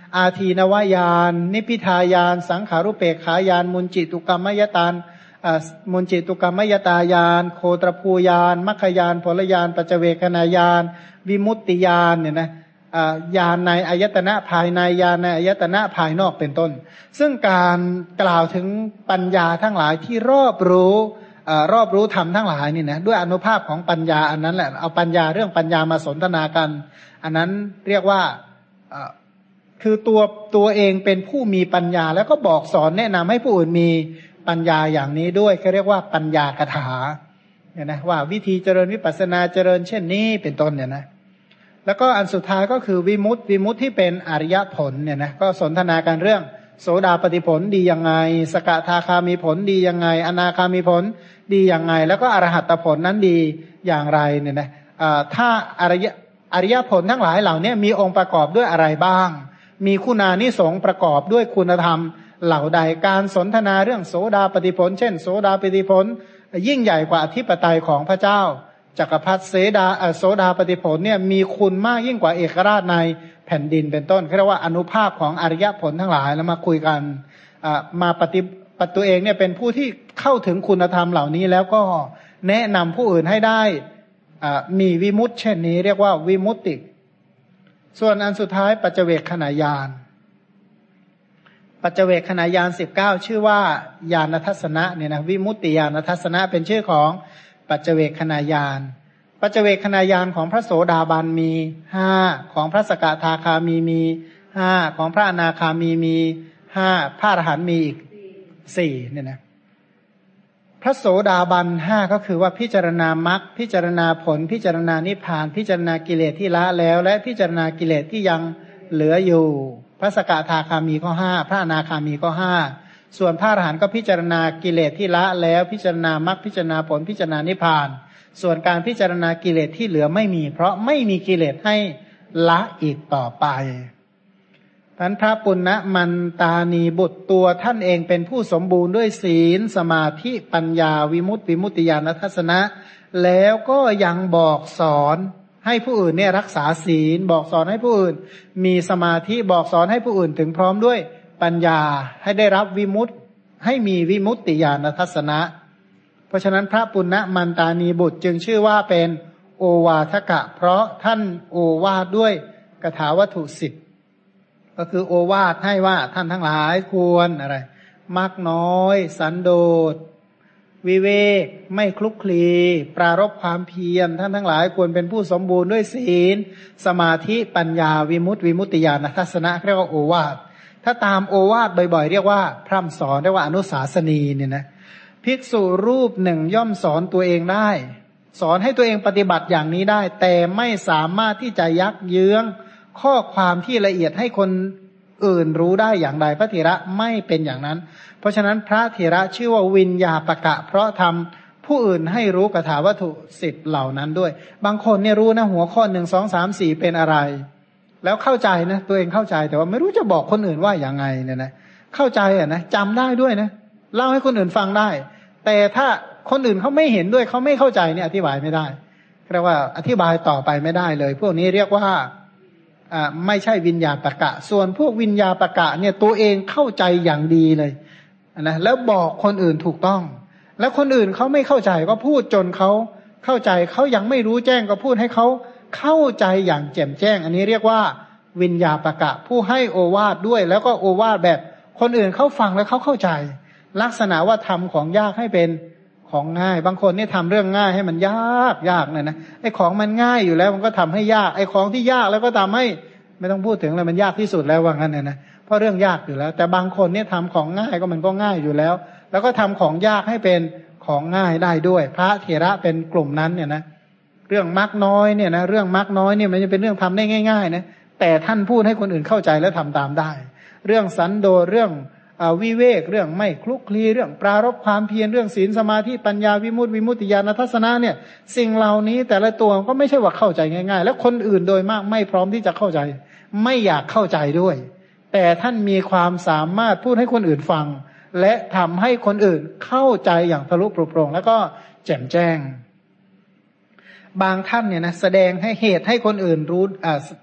อาทีนวายานนิพิทายานสังขารุเปกขายานมุนจิตุกรรมยตานมุนจิตุกรรมยตายานโคตรภูยานมัคคยานผลยานปัจเจเวคณายานวิมุตติยานเนี่ยนะญาณในอายตนะภายในญาณในอายตนะภายนอกเป็นต้นซึ่งการกล่าวถึงปัญญาทั้งหลายที่รอบรู้รอบรู้ธรรมทั้งหลายนี่นะด้วยอนุภาพของปัญญาอันนั้นแหละเอาปัญญาเรื่องปัญญามาสนทนากันอันนั้นเรียกว่าคือตัวตัวเองเป็นผู้มีปัญญาแล้วก็บอกสอนแนะนำให้ผู้อื่นมีปัญญาอย่างนี้ด้วยเขาเรียกว่าปัญญากถาเนี่ยนะว่าวิธีเจริญวิปัสสนาเจริญเช่นนี้เป็นต้นเนี่ยนะแล้วก็อันสุดท้ายก็คือวิมุตติวิมุตติที่เป็นอริยผลเนี่ยนะก็สนทนากันเรื่องโสดาปัตติผลดียังไงสกทาคามีผลดียังไงอนาคามีผลดียังไงแล้วก็อรหัตผลนั้นดีอย่างไรเนี่ยนะถ้าอริยอริยผลทั้งหลายเหล่านี้มีองค์ประกอบด้วยอะไรบ้างมีคุณานิสงส์ประกอบด้วยคุณธรรมเหล่าใดการสนทนาเรื่องโสดาปัตติผลเช่นโสดาปัตติผลยิ่งใหญ่กว่าอธิปไตยของพระเจ้าจักรพรรดิเสดาโสดาปัตติผลเนี่ยมีคุณมากยิ่งกว่าเอกราชในแผ่นดินเป็นต้นเรียกว่าอนุภาพของอริยผลทั้งหลายแล้วมาคุยกันมาปฏิบัติตัวเองเนี่ยเป็นผู้ที่เข้าถึงคุณธรรมเหล่านี้แล้วก็แนะนำผู้อื่นให้ได้มีวิมุตติเช่นนี้เรียกว่าวิมุตติส่วนอันสุดท้ายปัจเจเวคขณายานปัจเจเวคขณายานสิบเก้าชื่อว่าญาณทัสสนะเนี่ยนะวิมุตติญาณทัสสนะเป็นชื่อของปัจเจเวคขณายานปัจเจเวคขณายานของพระโสดาบันมีห้าของพระสกทาคามีมีห้าของพระอนาคามีมีห้าพระอรหันต์มีอีกสี่เนี่ยนะพระโสดาบันห้าก็คือว่าพิจารณามรรคพิจารณาผลพิจารณานิพพานพิจารณากิเลสที่ละแล้วและพิจารณากิเลสที่ยังเหลืออยู่พระสกทาคามีก็ห้าพระอนาคามีก็ห้าส่วนพระอรหันต์ก็พิจารณากิเลสที่ละแล้วพิจารณามรรคพิจารณาผลพิจารณานิพพานส่วนการพิจารณากิเลสที่เหลือไม่มีเพราะไม่มีกิเลสให้ละอีกต่อไปท่านพระปุณณมันตานีบุตรตัวท่านเองเป็นผู้สมบูรณ์ด้วยศีลสมาธิปัญญาวิมุตติวิมุตติญาณทัสสนะแล้วก็ยังบอกสอนให้ผู้อื่นเนี่ยรักษาศีลบอกสอนให้ผู้อื่นมีสมาธิบอกสอนให้ผู้อื่นถึงพร้อมด้วยปัญญาให้ได้รับวิมุตติให้มีวิมุตติญาณทัสสนะเพราะฉะนั้นพระปุณณมันตานีบุตรจึงชื่อว่าเป็นโอวาทกะเพราะท่านโอวาทด้วยกถาวัตถุสิบก็คือโอวาทให้ว่าท่านทั้งหลายควรอะไรมักน้อยสันโดษวิเวกไม่คลุกคลีปรารภความเพียรท่านทั้งหลายควรเป็นผู้สมบูรณ์ด้วยศีลสมาธิปัญญาวิมุตติวิมุตติญาณทัสสนะเรียกว่าโอวาทถ้าตามโอวาทบ่อยๆเรียกว่าพร่ำสอนเรียกว่าอนุสาสนีเนี่ยนะภิกษุรูปหนึ่งย่อมสอนตัวเองได้สอนให้ตัวเองปฏิบัติอย่างนี้ได้แต่ไม่สามารถที่จะยักเยื้องข้อความที่ละเอียดให้คนอื่นรู้ได้อย่างไรพระเถระไม่เป็นอย่างนั้นเพราะฉะนั้นพระเถระชื่อว่าวิญญาปกะเพราะทำผู้อื่นให้รู้กถาวัตถุสิบเหล่านั้นด้วยบางคนเนี่ยรู้นะหัวข้อหนึ่งสองสามสี่เป็นอะไรแล้วเข้าใจนะตัวเองเข้าใจแต่ว่าไม่รู้จะบอกคนอื่นว่าอย่างไงเนี่ยนะเข้าใจอ่ะนะจำได้ด้วยนะเล่าให้คนอื่นฟังได้แต่ถ้าคนอื่นเขาไม่เห็นด้วยเขาไม่เข้าใจเนี่ยอธิบายไม่ได้เรียกว่าอธิบายต่อไปไม่ได้เลยพวกนี้เรียกว่าอ่าไม่ใช่วิญญาปกะส่วนพวกวิญญาปกะเนี่ยตัวเองเข้าใจอย่างดีเลยนะแล้วบอกคนอื่นถูกต้องแล้วคนอื่นเขาไม่เข้าใจก็พูดจนเขาเข้าใจเขายังไม่รู้แจ้งก็พูดให้เขาเข้าใจอย่างแจ่มแจ้งอันนี้เรียกว่าวิญญาปกะผู้ให้โอวาทด้วยแล้วก็โอวาทแบบคนอื่นเขาฟังแล้วเขาเข้าใจลักษณะว่าทำของยากให้เป็นของง่ายบางคนเนี่ยทำเรื่องง่ายให้มันยากยากเนี่ยนะไอ้ของมันง่ายอยู่แล้วมันก็ทำให้ยากไอ้ของที่ยากแล้วก็ทำให้ไม่ต้องพูดถึงเลยมันยากที่สุดแล้วว่างั้นเนี่ยนะเพราะเรื่องยากอยู่แล้วแต่บางคนเนี่ยทำของง่ายก็มันก็ง่ายอยู่แล้วแล้วก็ทำของยากให้เป็นของง่ายได้ด้วยพระเถระเป็นกลุ่มนั้นเนี่ยนะเรื่องมรรคน้อยเนี่ยนะเรื่องมรรคน้อยเนี่ยมันจะเป็นเรื่องทำได้ง่ายๆนะแต่ท่านพูดให้คนอื่นเข้าใจแล้วทำตามได้เรื่องสันโดษเรื่องวิเวกเรื่องไม่คลุกคลีเรื่องปรารภความเพียรเรื่องศีลสมาธิปัญญาวิมุตติวิมุตติญาณทัสสนะเนี่ยสิ่งเหล่านี้แต่ละตัวก็ไม่ใช่ว่าเข้าใจง่ายๆแล้วคนอื่นโดยมากไม่พร้อมที่จะเข้าใจไม่อยากเข้าใจด้วยแต่ท่านมีความสามารถพูดให้คนอื่นฟังและทำให้คนอื่นเข้าใจอย่างทะลุโปร่งแล้วก็แจ่มแจ้งบางท่านเนี่ยนะแสดงให้เหตุให้คนอื่นรู้อ่าท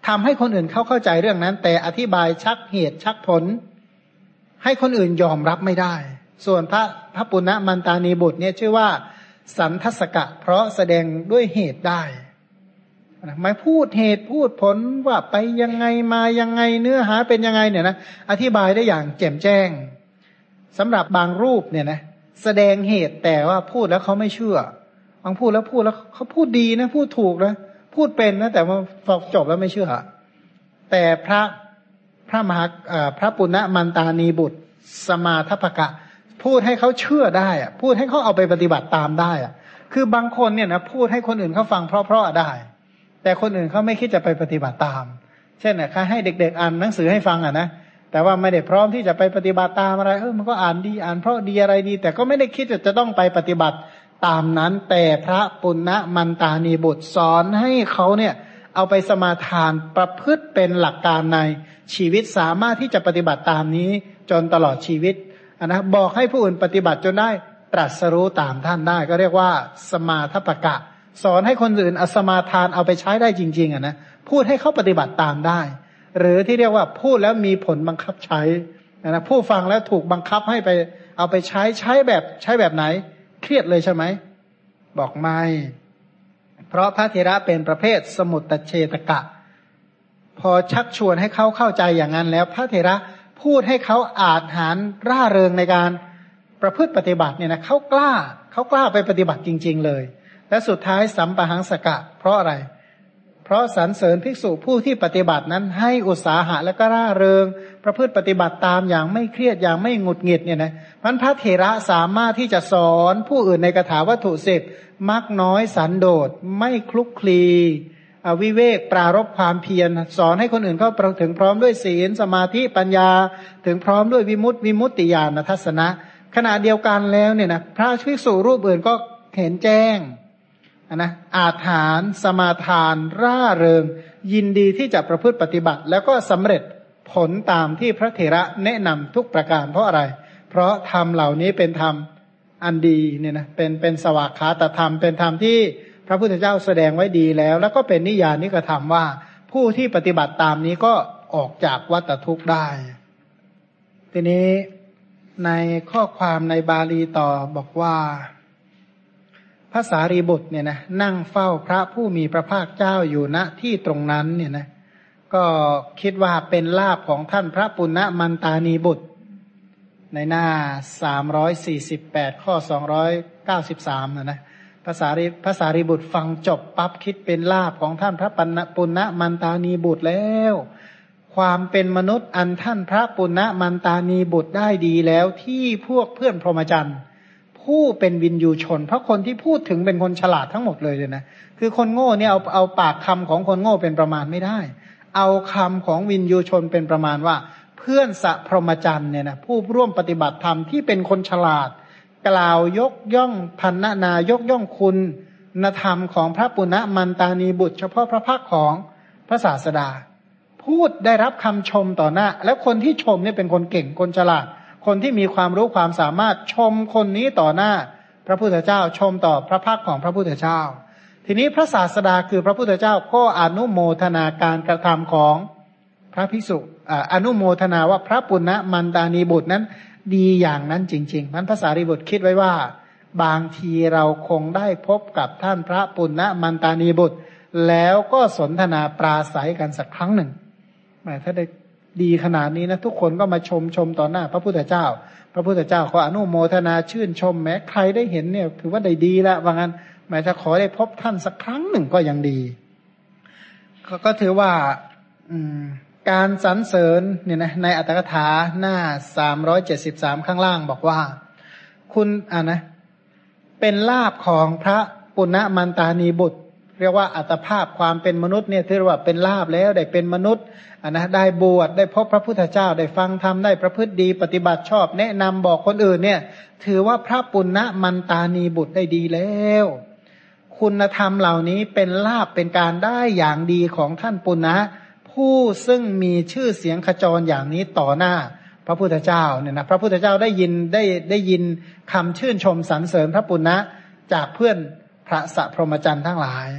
ทำให้คนอื่นเขาเข้าใจเรื่องนั้นแต่อธิบายชักเหตุชักผลให้คนอื่นยอมรับไม่ได้ส่วนพระพระปุณณมันตานีบุตรเนี่ยชื่อว่าสันทัสสกะเพราะแสดงด้วยเหตุได้ไม่พูดเหตุพูดผลว่าไปยังไงมายังไงเนื้อหาเป็นยังไงเนี่ยนะอธิบายได้อย่างแจ่มแจ้งสำหรับบางรูปเนี่ยนะแสดงเหตุแต่ว่าพูดแล้วเขาไม่เชื่อบางพูดแล้วพูดแล้วเขาพูดดีนะพูดถูกนะพูดเป็นนะแต่ว่าพอจบแล้วไม่เชื่อแต่พระพระมหาพระปุณณมันตานีบุตรสมาทัพพกะพูดให้เขาเชื่อได้อะพูดให้เขาเอาไปปฏิบัติตามได้อะคือบางคนเนี่ยนะพูดให้คนอื่นเขาฟังเพราะๆได้แต่คนอื่นเขาไม่คิดจะไปปฏิบัติตามเช่นน่ะให้เด็กๆอ่านหนังสือให้ฟังอ่ะนะแต่ว่าไม่ได้พร้อมที่จะไปปฏิบัติตามอะไรเออมันก็อ่านดีอ่านเพราะดีอะไรดีแต่ก็ไม่ได้คิดจะจะต้องไปปฏิบัติตามนั้นแต่พระปุณณมันตานีบุตรสอนให้เขาเนี่ยเอาไปสมาทานประพฤติเป็นหลักการในชีวิตสามารถที่จะปฏิบัติตามนี้จนตลอดชีวิตนะบอกให้ผู้อื่นปฏิบัติจนได้ตรัสรู้ตามท่านได้ก็เรียกว่าสมาทัพพกะสอนให้คนอื่นอสมาทานเอาไปใช้ได้จริงๆอ่ะนะพูดให้เขาปฏิบัติตามได้หรือที่เรียกว่าพูดแล้วมีผลบังคับใช้นะผู้ฟังแล้วถูกบังคับให้ไปเอาไปใช้ใช้แบบใช้แบบไหนเครียดเลยใช่ไหมบอกไม่เพราะพระเถระเป็นประเภทสมุตตเฉทกะพอชักชวนให้เขาเข้าใจอย่างนั้นแล้วพระเถระพูดให้เขาอาจหารร่าเริงในการประพฤติปฏิบัติเนี่ยนะเขากล้าเขากล้าไปปฏิบัติจริงๆเลยและสุดท้ายสัมปหังสกะเพราะอะไรเพราะสรรเสริญภิกษุผู้ที่ปฏิบัตินั้นให้อุตสาหะและก็ร่าเริงประพฤติปฏิบัติตามอย่างไม่เครียดอย่างไม่หงุดหงิดเนี่ยนะพันพระเถระสามารถที่จะสอนผู้อื่นในคาถาวัตถุสิบมักน้อยสันโดษไม่คลุกคลีวิเวกปรารภความเพียรสอนให้คนอื่นเข้าถึงพร้อมด้วยศีลสมาธิปัญญาถึงพร้อมด้วยวิมุตติวิมุตติญาณทัศนะขณะเดียวกันแล้วเนี่ยนะพระภิกษุรูปอื่นก็เห็นแจ้งนะอาถรรพ์สมาทานร่าเริงยินดีที่จะประพฤติปฏิบัติแล้วก็สำเร็จผลตามที่พระเถระแนะนำทุกประการเพราะอะไรเพราะธรรมเหล่านี้เป็นธรรมอันดีเนี่ยนะเป็นเป็นสวากขาตธรรมเป็นธรรมที่พระพุทธเจ้าแสดงไว้ดีแล้วแล้วก็เป็นนิยานิกธรรมว่าผู้ที่ปฏิบัติตามนี้ก็ออกจากวัฏทุกข์ได้ทีนี้ในข้อความในบาลีต่อบอกว่าพระสารีบุตรเนี่ยนะนั่งเฝ้าพระผู้มีพระภาคเจ้าอยู่ณที่ตรงนั้นเนี่ยนะก็คิดว่าเป็นลาภของท่านพระปุณณมันตานีบุตรในหน้าสามร้อยสี่สิบแปดข้อสองร้อยเก้าสิบสามนะนะพระสารีพระสารีบุตรฟังจบปั๊บคิดเป็นลาภของท่านพระปุณณมันตานีบุตรแล้วความเป็นมนุษย์อันท่านพระปุณณมันตานีบุตรได้ดีแล้วที่พวกเพื่อนพรหมจรรย์ผู้เป็นวินยูชนเพราะคนที่พูดถึงเป็นคนฉลาดทั้งหมดเลยเลยนะคือคนโง่เนี่ยเอาเอาปากคำของคนโง่เป็นประมาณไม่ได้เอาคำของวินยูชนเป็นประมาณว่าเพื่อนสัพพรหมจรรย์เนี่ยนะผู้ร่วมปฏิบัติธรรมที่เป็นคนฉลาดกล่าวยกย่องพันนานายกย่องคุณนธรรมของพระปุณณมันตานีบุตรเฉพาะพระภาคของพระศาสดาพูดได้รับคำชมต่อหน้าแล้วคนที่ชมเนี่ยเป็นคนเก่งคนฉลาดคนที่มีความรู้ความสามารถชมคนนี้ต่อหน้าพระพุทธเจ้าชมต่อพระภาคของพระพุทธเจ้าทีนี้พระศาสดาคือพระพุทธเจ้าก็อนุโมทนาการกระทำของพระภิกษุอนุโมทนาว่าพระปุณณมันตานีบุตรนั้นดีอย่างนั้นจริงๆนั้นพระสารีบุตรคิดไว้ว่าบางทีเราคงได้พบกับท่านพระปุณณมันตานีบุตรแล้วก็สนทนาปราศัยกันสักครั้งหนึ่งแม้ถ้าได้ดีขนาดนี้นะทุกคนก็มาชมชมต่อหน้าพระพุทธเจ้าพระพุทธเจ้าก็อนุโมทนาชื่นชมแม้ใครได้เห็นเนี่ยถือว่าได้ดีแล้วว่างั้นแม้จะขอได้พบท่านสักครั้งหนึ่งก็ยังดีก็ถือว่าอืมการสรรเสริญเนี่ยนะในอัตถกถาหน้าสามร้อยเจ็ดสิบสามข้างล่างบอกว่าคุณอ่ะนะเป็นลาภของพระปุณณมันตานีบุตรเรียกว่าอัตภาพความเป็นมนุษย์เนี่ยถือว่าเป็นลาภแล้วได้เป็นมนุษย์อ่ะนะได้บวชได้พบพระพุทธเจ้าได้ฟังธรรมได้ประพฤติดีปฏิบัติชอบแนะนำบอกคนอื่นเนี่ยถือว่าพระปุณณมันตานีบุตรได้ดีแล้วคุณธรรมเหล่านี้เป็นลาภเป็นการได้อย่างดีของท่านปุณณะผู้ซึ่งมีชื่อเสียงขจรอย่างนี้ต่อหน้าพระพุทธเจ้าเนี่ยนะพระพุทธเจ้าได้ยินได้ได้ยินคำชื่นชมสรรเสริญพระปุณณะจากเพื่อนพระสัพพรหมจรรย์ทั้งหลาย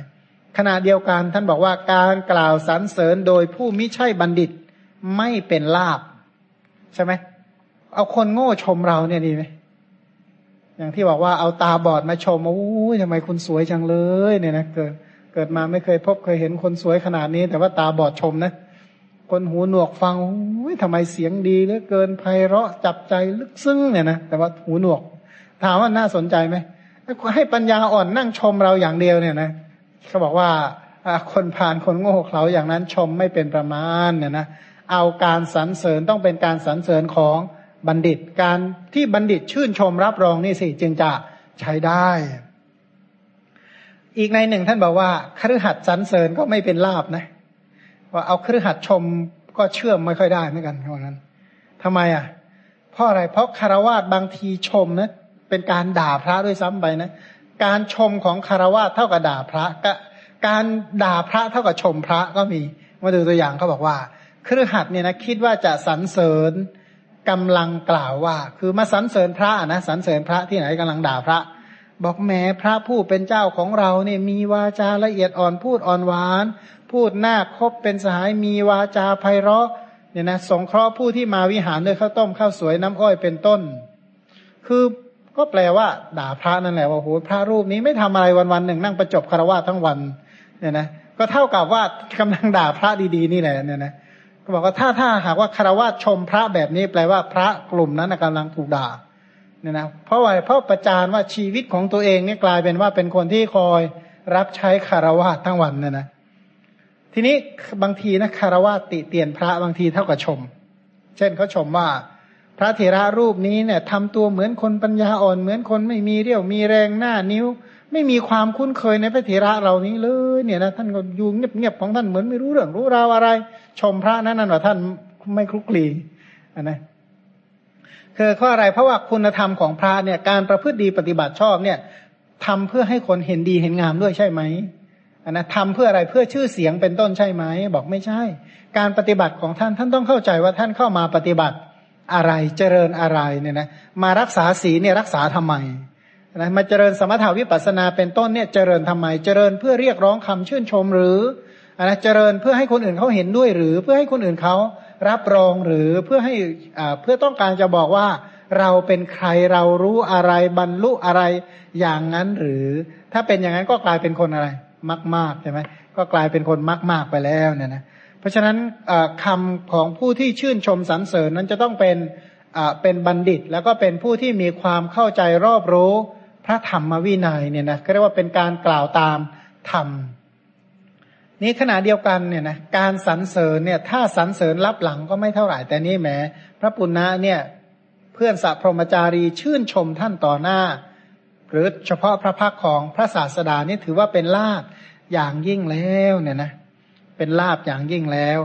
ขณะเดียวกันท่านบอกว่าการกล่าวสรรเสริญโดยผู้มิใช่บัณฑิตไม่เป็นลาภใช่ไหมเอาคนโง่ชมเราเนี่ยดีไหมอย่างที่บอกว่าเอาตาบอดมาชมโอ้ยทำไมคุณสวยจังเลยเนี่ยนะเกิดเกิดมาไม่เคยพบเคยเห็นคนสวยขนาดนี้แต่ว่าตาบอดชมนะคนหูหนวกฟังโอ้ยทำไมเสียงดีเหลือเกินไพเราะจับใจลึกซึ้งเนี่ยนะแต่ว่าหูหนวกถามว่าน่าสนใจไหมให้ปัญญาอ่อนนั่งชมเราอย่างเดียวเนี่ยนะเขาบอกว่าคนผ่านคนโง่เขลาอย่างนั้นชมไม่เป็นประมาณเนี่ยนะเอาการสรรเสริญต้องเป็นการสรรเสริญของบัณฑิตการที่บัณฑิตชื่นชมรับรองนี่สิจึงจะใช้ได้อีกในหนึ่งท่านบอกว่าคฤหัสถ์สรรเสริญก็ไม่เป็นลาภนะว่าเอาคฤหัสถ์ชมก็เชื่อมไม่ค่อยได้เหมือนกันเพราะงั้นทำไมอ่ะเพราะอะไรเพราะคฤหัสถ์บางทีชมนะเป็นการด่าพระด้วยซ้ำไปนะการชมของคฤหัสถ์เท่ากับด่าพระการด่าพระเท่ากับชมพระก็มีมาดูตัวอย่างเขาบอกว่าคฤหัสถ์เนี่ยนะคิดว่าจะสรรเสริญกำลังกล่าวว่าคือมาสรรเสริญพระนะสรรเสริญพระที่ไหนกำลังด่าพระบอกแหมพระผู้เป็นเจ้าของเราเนี่ยมีวาจาละเอียดอ่อนพูดอ่อนหวานพูดน่าคบเป็นสหายมีวาจาไพเราะเนี่ยนะสงเคราะห์ผู้ที่มาวิหารด้วยข้าวต้มข้าวสวยน้ำอ้อยเป็นต้นคือก็แปลว่าด่าพระนั่นแหละว่าโหพระรูปนี้ไม่ทำอะไรวันๆหนึ่งนั่งประจบคฤหัสถ์ทั้งวันเนี่ยนะก็เท่ากับว่ากำลังด่าพระดีๆนี่แหละเนี่ยนะก็บอกว่าถ้าถ้าหากว่าคฤหัสถ์ชมพระแบบนี้แปลว่าพระกลุ่มนั้นกำลังถูกด่าเนี่ยนะเพราะว่าเพราะประจานว่าชีวิตของตัวเองนี่กลายเป็นว่าเป็นคนที่คอยรับใช้คฤหัสถ์ทั้งวันเนี่ยนะทีนี้บางทีนะคฤหัสถ์ติเตียนพระบางทีเท่ากับชมเช่นเขาชมว่าพระเถระรูปนี้เนี่ยทำตัวเหมือนคนปัญญาอ่อนเหมือนคนไม่มีเรี่ยวมีแรงหน้านิ้วไม่มีความคุ้นเคยในพระเถระเหล่านี้เลยเนี่ยนะท่านก็อยู่เงียบๆของท่านเหมือนไม่รู้เรื่องรู้ราวอะไรชมพระนั้นนั่นว่าท่านไม่คลุกคลีอ่ะนะคือข้ออะไรเพราะว่าคุณธรรมของพระเนี่ยการประพฤติดีปฏิบัติชอบเนี่ยทำเพื่อให้คนเห็นดีเห็นงามด้วยใช่ไหมอ่ะนะทำเพื่ออะไรเพื่อชื่อเสียงเป็นต้นใช่ไหมบอกไม่ใช่การปฏิบัติของท่านท่านต้องเข้าใจว่าท่านเข้ามาปฏิบัติอะไรเจริญอะไรเนี่ยนะมารักษาศีลเนี่ยรักษาทำไมนะมาเจริญสมถาวิปัสสนาเป็นต้นเนี่ยเจริญทำไมเจริญเพื่อเรียกร้องคำชื่นชมหรือนะเจริญเพื่อให้คนอื่นเขาเห็นด้วยหรือเพื่อให้คนอื่นเขารับรองหรือเพื่อให้อ่าเพื่อต้องการจะบอกว่าเราเป็นใครเรารู้อะไรบรรลุอะไรอย่างนั้นหรือถ้าเป็นอย่างนั้นก็กลายเป็นคนอะไรมากๆใช่ไหมก็กลายเป็นคนมากๆไปแล้วเนี่ยนะเพราะฉะนั้นคำของผู้ที่ชื่นชมสรรเสริญนั้นจะต้องเป็นเป็นบัณฑิตแล้วก็เป็นผู้ที่มีความเข้าใจรอบรู้พระธรรมวินัยเนี่ยนะเรียกว่าเป็นการกล่าวตามธรรมนี้ขณะเดียวกันเนี่ยนะการสรรเสริญเนี่ยถ้าสรรเสริญรับหลังก็ไม่เท่าไหร่แต่นี่แหมพระปุณณะเนี่ยเพื่อนสัพพรหมจารีชื่นชมท่านต่อหน้าหรือเฉพาะพระพักของพระศาสดานี่ถือว่าเป็นลาภอย่างยิ่งแล้วเนี่ยนะเป็นลาภอย่างยิ่งแล้ว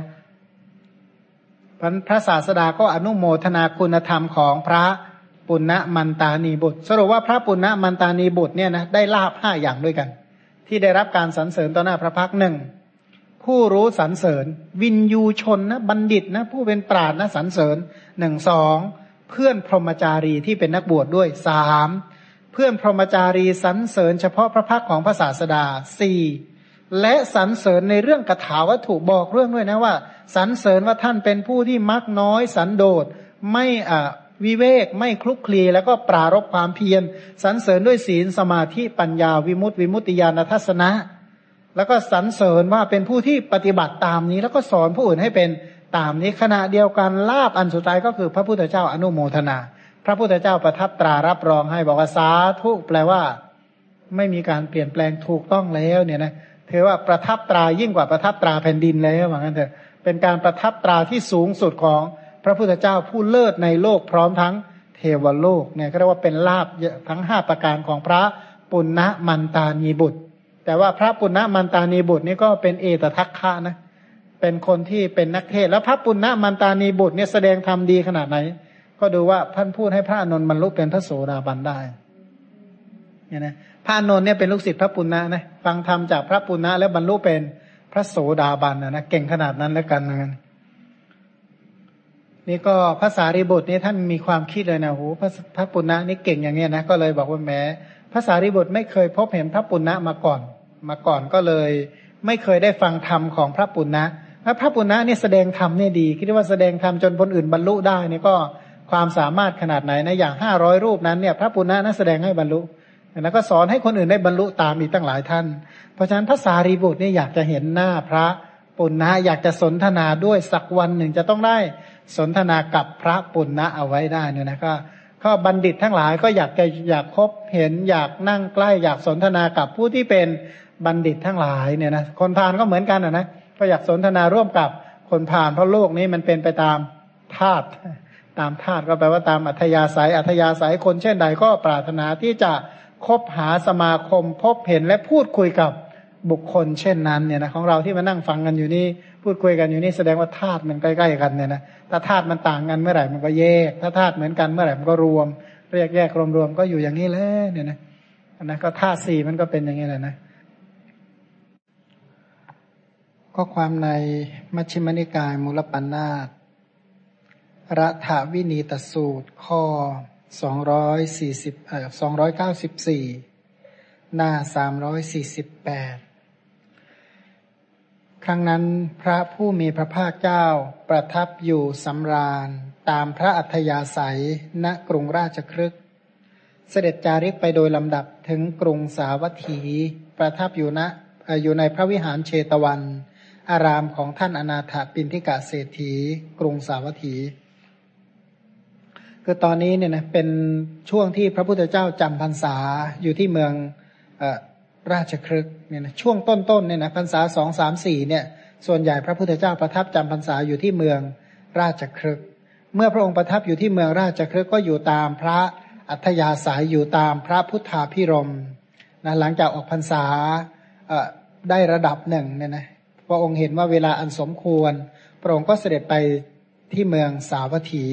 พระศาสดาก็อนุโมทนาคุณธรรมของพระปุณณมันตานีบุตรสรุปว่าพระปุณณมันตานีบุตรเนี่ยนะได้ลาภห้าอย่างด้วยกันที่ได้รับการสรรเสริญต่อหน้าพระพักหนึ่งผู้รู้สรรเสริญวินยูชนนะบัณฑิตนะผู้เป็นปราชญ์นะสรรเสริญหนึ่งสองเพื่อนพรหมจารีที่เป็นนักบวชดด้วยสามเพื่อนพรหมจารีสรรเสริญเฉพาะพระพักของพระศาสดาสี่และสรรเสริญในเรื่องกถาวัตถุบอกเรื่องด้วยนะว่าสรรเสริญว่าท่านเป็นผู้ที่มักน้อยสันโดษไม่อ่าวิเวกไม่คลุกคลีแล้วก็ปรารภความเพียรสรรเสริญด้วยศีลสมาธิปัญญาวิมุตติวิมุตติญาณทัศนะแล้วก็สรรเสริญว่าเป็นผู้ที่ปฏิบัติตามนี้แล้วก็สอนผู้อื่นให้เป็นตามนี้ขณะเดียวกันลาภอันสุดท้ายก็คือพระพุทธเจ้าอนุโมทนาพระพุทธเจ้าประทับตรารับรองให้บอกว่าสาธุแปลว่าไม่มีการเปลี่ยนแปลงถูกต้องแล้วเนี่ยนะถือว่าประทับตรายิ่งกว่าประทับตราแผ่นดินแล้วว่างั้นเถอะเป็นการประทับตราที่สูงสุดของพระพุทธเจ้าผู้เลิศในโลกพร้อมทั้งเทวโลกเนี่ยก็เรียกว่าเป็นลาภทั้งห้าประการของพระปุณณมันตานีบุตรแต่ว่าพระปุณณมันตานีบุตรนี่ก็เป็นเอตทัคคะนะเป็นคนที่เป็นนักเทศแล้วพระปุณณมันตานีบุตรเนี่ยแสดงธรรมดีขนาดไหนก็ดูว่าท่านพูดให้พระอานนท์บรรลุเป็นพระโสดาบันได้เนี่ยนะพระอานนท์เนี่ยเป็นลูกศิษย์พระปุณณะนะฟังธรรมจากพระปุณณะแล้วบรรลุเป็นพระโสดาบันนะนะเก่งขนาดนั้นแล้วกันนะนี่ก็พระสารีบุตรนี่ท่านมีความคิดเลยนะโหพระพระปุณณะนี่เก่งอย่างเงี้ยนะก็เลยบอกว่าแหมพระสารีบุตรไม่เคยพบเห็นพระปุณณะมาก่อนมาก่อนก็เลยไม่เคยได้ฟังธรรมของพระปุณณะพระปุณณะเนี่ยแสดงธรรมเนี่ยดีคิดว่าแสดงธรรมจนคนอื่นบรรลุได้นี่ก็ความสามารถขนาดไหนนะอย่างห้าร้อยรูปนั้นเนี่ยพระปุณณะนั้นแสดงให้บรรลุแล้วก็สอนให้คนอื่นได้บรรลุตามอีกตั้งหลายท่านเพราะฉะนั้นพระสารีบุตรเนี่ยอยากจะเห็นหน้าพระปุณณะอยากจะสนทนาด้วยสักวันหนึ่งจะต้องได้สนทนากับพระปุณณะเอาไว้ได้เนี่ยนะก็ก็บัณฑิตทั้งหลายก็อยากจะอยากพบเห็นอยากนั่งใกล้อยากสนทนากับผู้ที่เป็นบัณฑิตทั้งหลายเนี่ยนะคนพาลก็เหมือนกันนะนะก็อยากสนทนาร่วมกับคนพาลเพราะโลกนี้มันเป็นไปตามธาตุตามธาตุก็แปลว่าตามอัธยาศัยอัธยาศัยคนเช่นใดก็ปรารถนาที่จะคบหาสมาคมพบเห็นและพูดคุยกับบุคคลเช่นนั้นเนี่ยนะของเราที่มานั่งฟังกันอยู่นี่พูดคุยกันอยู่นี่แสดงว่าธาตุมันใกล้ๆกันเนี่ยนะถ้าธาตุมันต่างกันเมื่อไหร่มันก็แยกถ้าธาตุเหมือนกันเมื่อไหร่มันก็รวมเรียกแยกรวมๆก็อยู่อย่างนี้แหละเนี่ยนะนะก็ธาตุสี่มันก็เป็นอย่างนี้แหละนะข้อความในมัชฌิมนิกายมูลปัณณาสรัฐวินีตสูตรข้อสองร้อยสี่สิบเอ่อสองร้อยเก้าสิบสี่หน้าสามร้อยสี่สิบแปดครั้งนั้นพระผู้มีพระภาคเจ้าประทับอยู่สำราญตามพระอัธยาศัยณกรุงราชคฤห์เสด็จจาริกไปโดยลำดับถึงกรุงสาวัตถีประทับอยู่ณอยู่ในพระวิหารเชตวันอารามของท่านอนาถปิณฑิกะเศรษฐีกรุงสาวัตถีคือตอนนี้เนี่ยนะเป็นช่วงที่พระพุทธเจ้าจำพรรษาอยู่ที่เมืองเอ่อราชคฤห์เนี่ยนะช่วงต้นๆเนี่ยนะพรรษาสองสามสี่เนี่ยส่วนใหญ่พระพุทธเจ้าประทับจำพรรษาอยู่ที่เมืองราชคฤห์เมื่อพระองค์ประทับอยู่ที่เมืองราชคฤห์ก็อยู่ตามพระอัธยาศัยอยู่ตามพระพุทธาภิรมย์นะหลังจากออกพรรษาเอ่อได้ระดับหนึ่งเนี่ยนะพระองค์เห็นว่าเวลาอันสมควรพระองค์ก็เสด็จไปที่เมืองสาวัตถี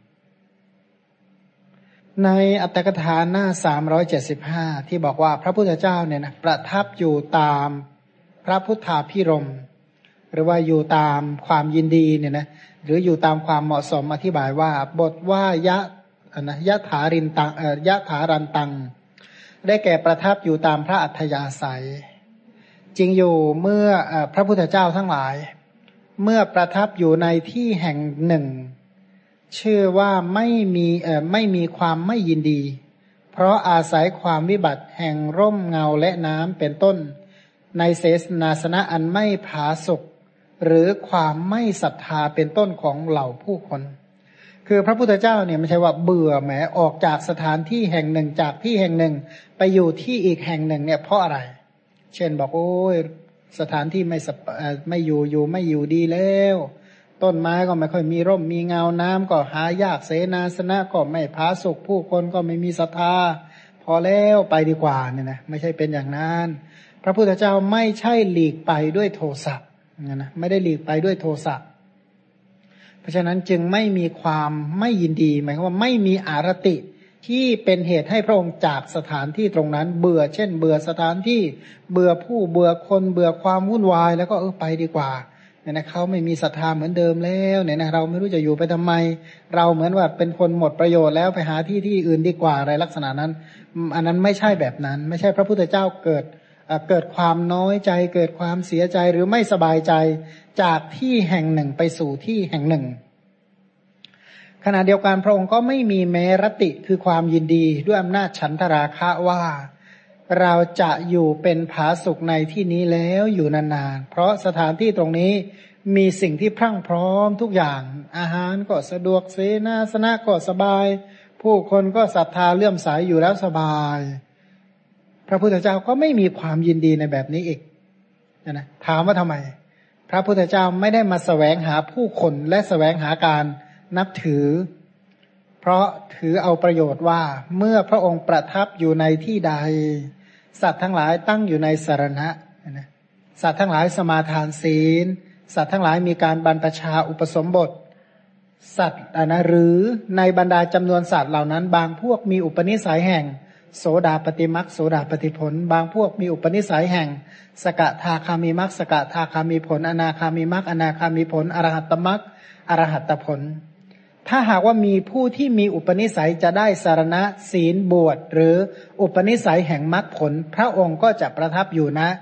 ในอัตถกถาหน้าสามร้อยเจ็ดสิบห้าที่บอกว่าพระพุทธเจ้าเนี่ยนะประทับอยู่ตามพระพุทธาภิรมย์หรือว่าอยู่ตามความยินดีเนี่ยนะหรืออยู่ตามความเหมาะสมอธิบายว่าบทว่ายะนะยะถารินตังเอ่อยะถารันตังได้แก่ประทับอยู่ตามพระอัธยาศัยจริงอยู่เมื่อพระพุทธเจ้าทั้งหลายเมื่อประทับอยู่ในที่แห่งหนึ่งชื่อว่าไม่มีเอ่อไม่มีความไม่ยินดีเพราะอาศัยความวิบัติแห่งร่มเงาและน้ำเป็นต้นในเสนาสนะอันไม่ผาสุกหรือความไม่ศรัทธาเป็นต้นของเหล่าผู้คนคือพระพุทธเจ้าเนี่ยไม่ใช่ว่าเบื่อแหมออกจากสถานที่แห่งหนึ่งจากที่แห่งหนึ่งไปอยู่ที่อีกแห่งหนึ่งเนี่ยเพราะอะไรเช่นบอกโอ้ยสถานที่ไม่ไม่อยู่อยู่ไม่อยู่ดีแล้วต้นไม้ก็ไม่ค่อยมีร่มมีเงาน้ำก็หายากเสนาสนะก็ไม่ผาสุกผู้คนก็ไม่มีศรัทธาพอแล้วไปดีกว่าเนี่ยนะไม่ใช่เป็นอย่างนั้นพระพุทธเจ้าไม่ใช่หลีกไปด้วยโทสะนะไม่ได้หลีกไปด้วยโทสะเพราะฉะนั้นจึงไม่มีความไม่ยินดีหมายความว่าไม่มีอารติที่เป็นเหตุให้พระองค์จากสถานที่ตรงนั้นเบื่อเช่นเบื่อสถานที่เบื่อผู้เบื่อคนเบื่อความวุ่นวายแล้วก็เออไปดีกว่าเนี่ยนะเขาไม่มีศรัทธาเหมือนเดิมแล้วเนี่ยนะเราไม่รู้จะอยู่ไปทำไมเราเหมือนว่าเป็นคนหมดประโยชน์แล้วไปหาที่ที่อื่นดีกว่าอะไรลักษณะนั้นอันนั้นไม่ใช่แบบนั้นไม่ใช่พระพุทธเจ้าเกิดเกิดความน้อยใจเกิดความเสียใจหรือไม่สบายใจจากที่แห่งหนึ่งไปสู่ที่แห่งหนึ่งขณะเดียวกันพระองค์ก็ไม่มีแม้รติคือความยินดีด้วยอำนาจฉันทราคะว่าเราจะอยู่เป็นผาสุกในที่นี้แล้วอยู่นานๆเพราะสถานที่ตรงนี้มีสิ่งที่พรั่งพร้อมทุกอย่างอาหารก็สะดวกเสนาสนะก็สบายผู้คนก็ศรัทธาเลื่อมใสอยู่แล้วสบายพระพุทธเจ้าก็ไม่มีความยินดีในแบบนี้อีกนะถามว่าทำไมพระพุทธเจ้าไม่ได้มาแสวงหาผู้คนและแสวงหาการนับถือเพราะถือเอาประโยชน์ว่าเมื่อพระองค์ประทับอยู่ในที่ใดสัตว์ทั้งหลายตั้งอยู่ในสรณะนะสัตว์ทั้งหลายสมาทานศีลสัตว์ทั้งหลายมีการบรรพชาอุปสมบทสัตว์นะหรือในบรรดาจำนวนสัตว์เหล่านั้นบางพวกมีอุปนิสัยแห่งโสดาปฏิมรรคโสดาปฏิผลบางพวกมีอุปนิสัยแห่งสกทาคามิมรรคสกทาคามิผลอนาคามิมรรคอนาคามิผลอรหัตตมรรคอรหัตตผลถ้าหากว่ามีผู้ที่มีอุปนิสัยจะได้สารณะศีลบวชหรืออุปนิสัยแห่งมรรคผลพระองค์ก็จะประทับอยู่ณ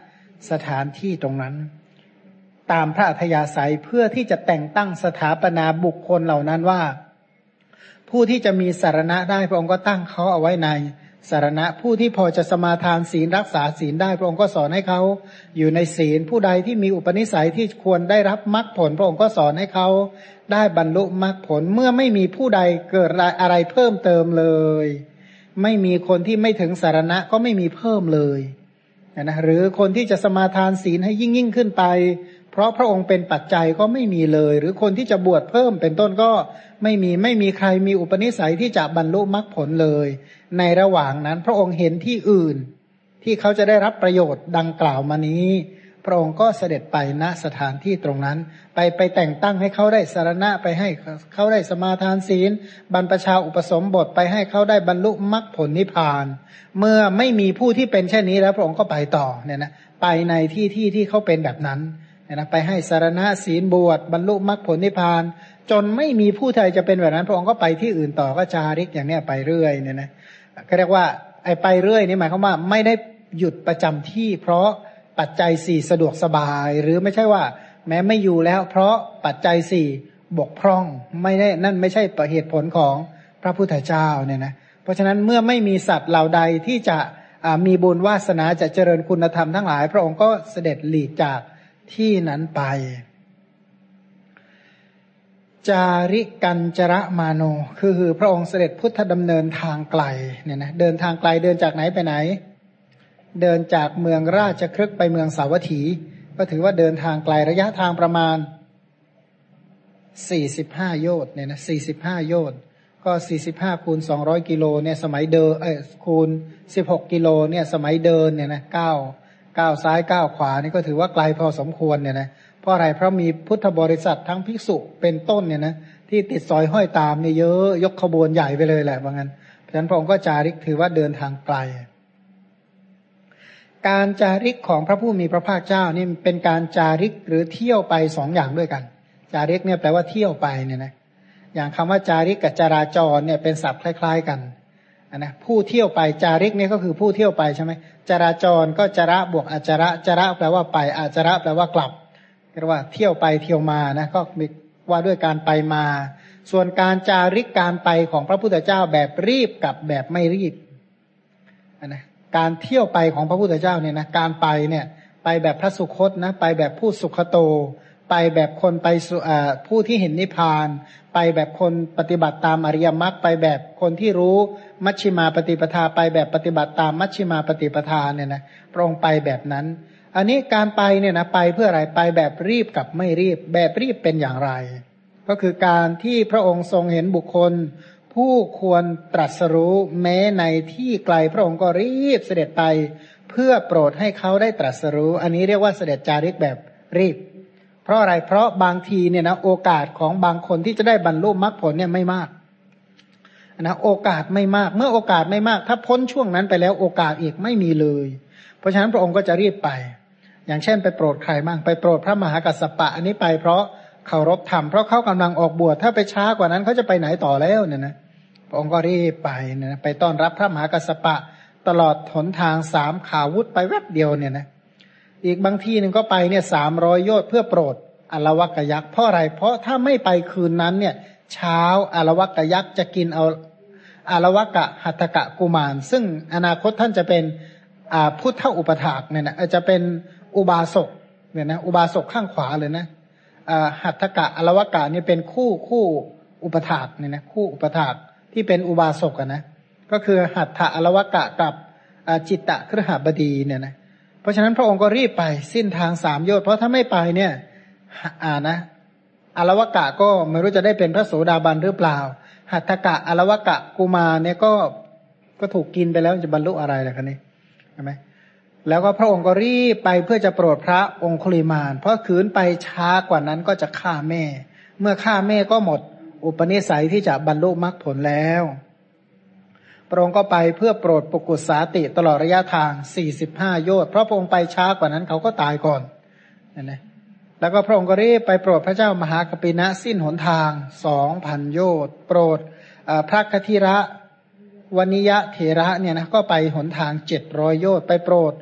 สถานที่ตรงนั้นตามพระอัธยาศัยเพื่อที่จะแต่งตั้งสถาปนาบุคคลเหล่านั้นว่าผู้ที่จะมีสารณะได้พระองค์ก็ตั้งเขาเอาไว้ในสารณะผู้ที่พอจะสมาทานศีลรักษาศีลได้พระองค์ก็สอนให้เขาอยู่ในศีลผู้ใดที่มีอุปนิสัยที่ควรได้รับมรรคผลพระองค์ก็สอนให้เขาได้บรรลุมรรคผลเมื่อไม่มีผู้ใดเกิดอะไรเพิ่มเติมเลยไม่มีคนที่ไม่ถึงสารณะก็ไม่มีเพิ่มเลยนะหรือคนที่จะสมาทานศีลให้ยิ่งยิ่งขึ้นไปเพราะพระองค์เป็นปัจจัยก็ไม่มีเลยหรือคนที่จะบวชเพิ่มเป็นต้นก็ไม่มีไม่มีใครมีอุปนิสัยที่จะบรรลุมรรคผลเลยในระหว่างนั้นพระองค์เห็นที่อื่นที่เขาจะได้รับประโยชน์ดังกล่าวมานี้พระองค์ก็เสด็จไปณสถานที่ตรงนั้นไปไปแต่งตั้งให้เขาได้สารณะไปให้เขาได้สมาทานศีลบรรพชาอุปสมบทไปให้เขาได้บรรลุมรรคผลนิพพานเมื่อไม่มีผู้ที่เป็นเช่นนี้แล้วพระองค์ก็ไปต่อเนี่ยนะไปในที่ที่ที่เขาเป็นแบบนั้นนะไปให้สารณะศีลบวชบรรลุมรรคผลนิพพานจนไม่มีผู้ใดจะเป็นแบบนั้นพระองค์ก็ไปที่อื่นต่อก็จาริกอย่างเนี้ยไปเรื่อยเนี่ยนะก็เรียกว่าไอ้ไปเรื่อยนี่หมายความว่าไม่ได้หยุดประจำที่เพราะปัจจัยสี่สะดวกสบายหรือไม่ใช่ว่าแม้ไม่อยู่แล้วเพราะปัจจัยสี่บกพร่องไม่ได้นั่นไม่ใช่เหตุผลของพระพุทธเจ้าเนี่ยนะเพราะฉะนั้นเมื่อไม่มีสัตว์เหล่าใดที่จะมีบุญวาสนาจะเจริญคุณธรรมทั้งหลายพระองค์ก็เสด็จหลีกจากที่นั้นไปจาริกัญจระมาโนคือคือพระองค์เสด็จพุทธดำเนินทางไกลเนี่ยนะเดินทางไกลเดินจากไหนไปไหนเดินจากเมืองราชคฤห์ไปเมืองสาวัตถีก็ถือว่าเดินทางไกลระยะทางประมาณสี่สิบห้าโยชน์เนี่ยนะสี่สิบห้าโยชน์ก็สี่สิบห้าคูณสองร้อยกิโลเนี่ยสมัยเดินเอ้ยคูณสิบหกกิโลเนี่ยสมัยเดินเนี่ยนะเก้าก้าวซ้ายก้าวขวานี่ก็ถือว่าไกลพอสมควรเนี่ยนะเพราะอะไรเพราะมีพุทธบริษัททั้งภิกษุเป็นต้นเนี่ยนะที่ติดสอยห้อยตามเนี่ยเยอะยกขบวนใหญ่ไปเลยแหละว่างั้นเพราะฉะนั้นพระองค์ก็จาริกถือว่าเดินทางไกลการจาริกของพระผู้มีพระภาคเจ้านี่เป็นการจาริกหรือเที่ยวไปสองอย่างด้วยกันจาริกเนี่ยแปลว่าเที่ยวไปเนี่ยนะอย่างคำว่าจาริกกับจราจรเนี่ยเป็นศัพท์คล้ายๆกันนะผู้เที่ยวไปจาริกเนี่ยก็คือผู้เที่ยวไปใช่ไหมจราจรก็จระบวกอจระจระแปลว่าไปอจระแปลว่ากลับเรียกว่าเที่ยวไปเที่ยวมานะก็มีว่าด้วยการไปมาส่วนการจาริกการไปของพระพุทธเจ้าแบบรีบกับแบบไม่รีบนะการเที่ยวไปของพระพุทธเจ้าเนี่ยนะการไปเนี่ยไปแบบพระสุคตนะไปแบบผู้สุขโตไปแบบคนไปสู่ผู้ที่เห็นนิพพานไปแบบคนปฏิบัติตามอริยมรรคไปแบบคนที่รู้มัชฌิมาปฏิปทาไปแบบปฏิบัติตามมัชฌิมาปฏิปทาเนี่ยนะพระองค์ไปแบบนั้นอันนี้การไปเนี่ยนะไปเพื่ออะไรไปแบบรีบกับไม่รีบแบบรีบเป็นอย่างไรก็คือการที่พระองค์ทรงเห็นบุคคลผู้ควรตรัสรู้แม้ในที่ไกลพระองค์ก็รีบเสด็จไปเพื่อโปรดให้เขาได้ตรัสรู้อันนี้เรียกว่าเสด็จจาริกแบบรีบเพราะอะไรเพราะบางทีเนี่ยนะโอกาสของบางคนที่จะได้บรรลุมรรคผลเนี่ยไม่มากนะโอกาสไม่มากเมื่อโอกาสไม่มากถ้าพ้นช่วงนั้นไปแล้วโอกาสอีกไม่มีเลยเพราะฉะนั้นพระองค์ก็จะรีบไปอย่างเช่นไปโปรดใครบ้างไปโปรดพระมหากัสสปะอันนี้ไปเพราะเคารพธรรมเพราะเขากำลังออกบวชถ้าไปช้ากว่านั้นเขาจะไปไหนต่อแล้วเนี่ยนะพระองค์ก็รีบไปนะไปต้อนรับพระมหากัสสปะตลอดหนทางสามขาวุธไปแวบเดียวเนี่ยนะอีกบางที่หนึ่งก็ไปเนี่ยสามร้อยโยชน์เพื่อโปรดอลวกยักษ์เพราะอะไรเพราะถ้าไม่ไปคืนนั้นเนี่ยเช้าอลวกยักษ์จะกินเอาอลวกะหัตถกะกุมารซึ่งอนาคตท่านจะเป็นพุทธอุปถากเนี่ยนะจะเป็นอุบาสกเนี่ยนะอุบาสกข้างขวาเลยนะหัตถกะอลวกะนี่เป็นคู่คู่อุปถากเนี่ยนะคู่อุปถากที่เป็นอุบาสกนะก็คือหัตถะอลวกะกับจิตตะคฤหบดีเนี่ยนะเพราะฉะนั้นพระองค์ก็รีบไปสิ้นทางสามโยชน์เพราะถ้าไม่ไปเนี่ยอ่านะอลวกะก็ไม่รู้จะได้เป็นพระโสดาบันหรือเปล่าหัตถกะอลวกะกุมารเนี่ยก็ก็ถูกกินไปแล้วจะบรรลุอะไรล่ะคะนี่ใช่ไหมแล้วก็พระองค์ก็รีบไปเพื่อจะโปรดพระองคุลิมานเพราะขืนไปช้ากว่านั้นก็จะฆ่าแม่เมื่อฆ่าแม่ก็หมดอุปนิสัยที่จะบรรลุมรรคผลแล้วพระองค์ก็ไปเพื่อโปรดปุกุสาติตลอดระยะทางสี่สิบห้าโยชน์เพราะพระองค์ไปช้ากว่านั้นเขาก็ตายก่อนนั่นนะแล้วก็พระองค์ก็รีบไปโปรดพระเจ้ามหากปินะสิ้นหนทางสองพันโยชน์โปรดพระกธิระวนิยะเถระเนี่ยนะก็ไปหนทางเจ็ดร้อยโยชน์ไปโปรด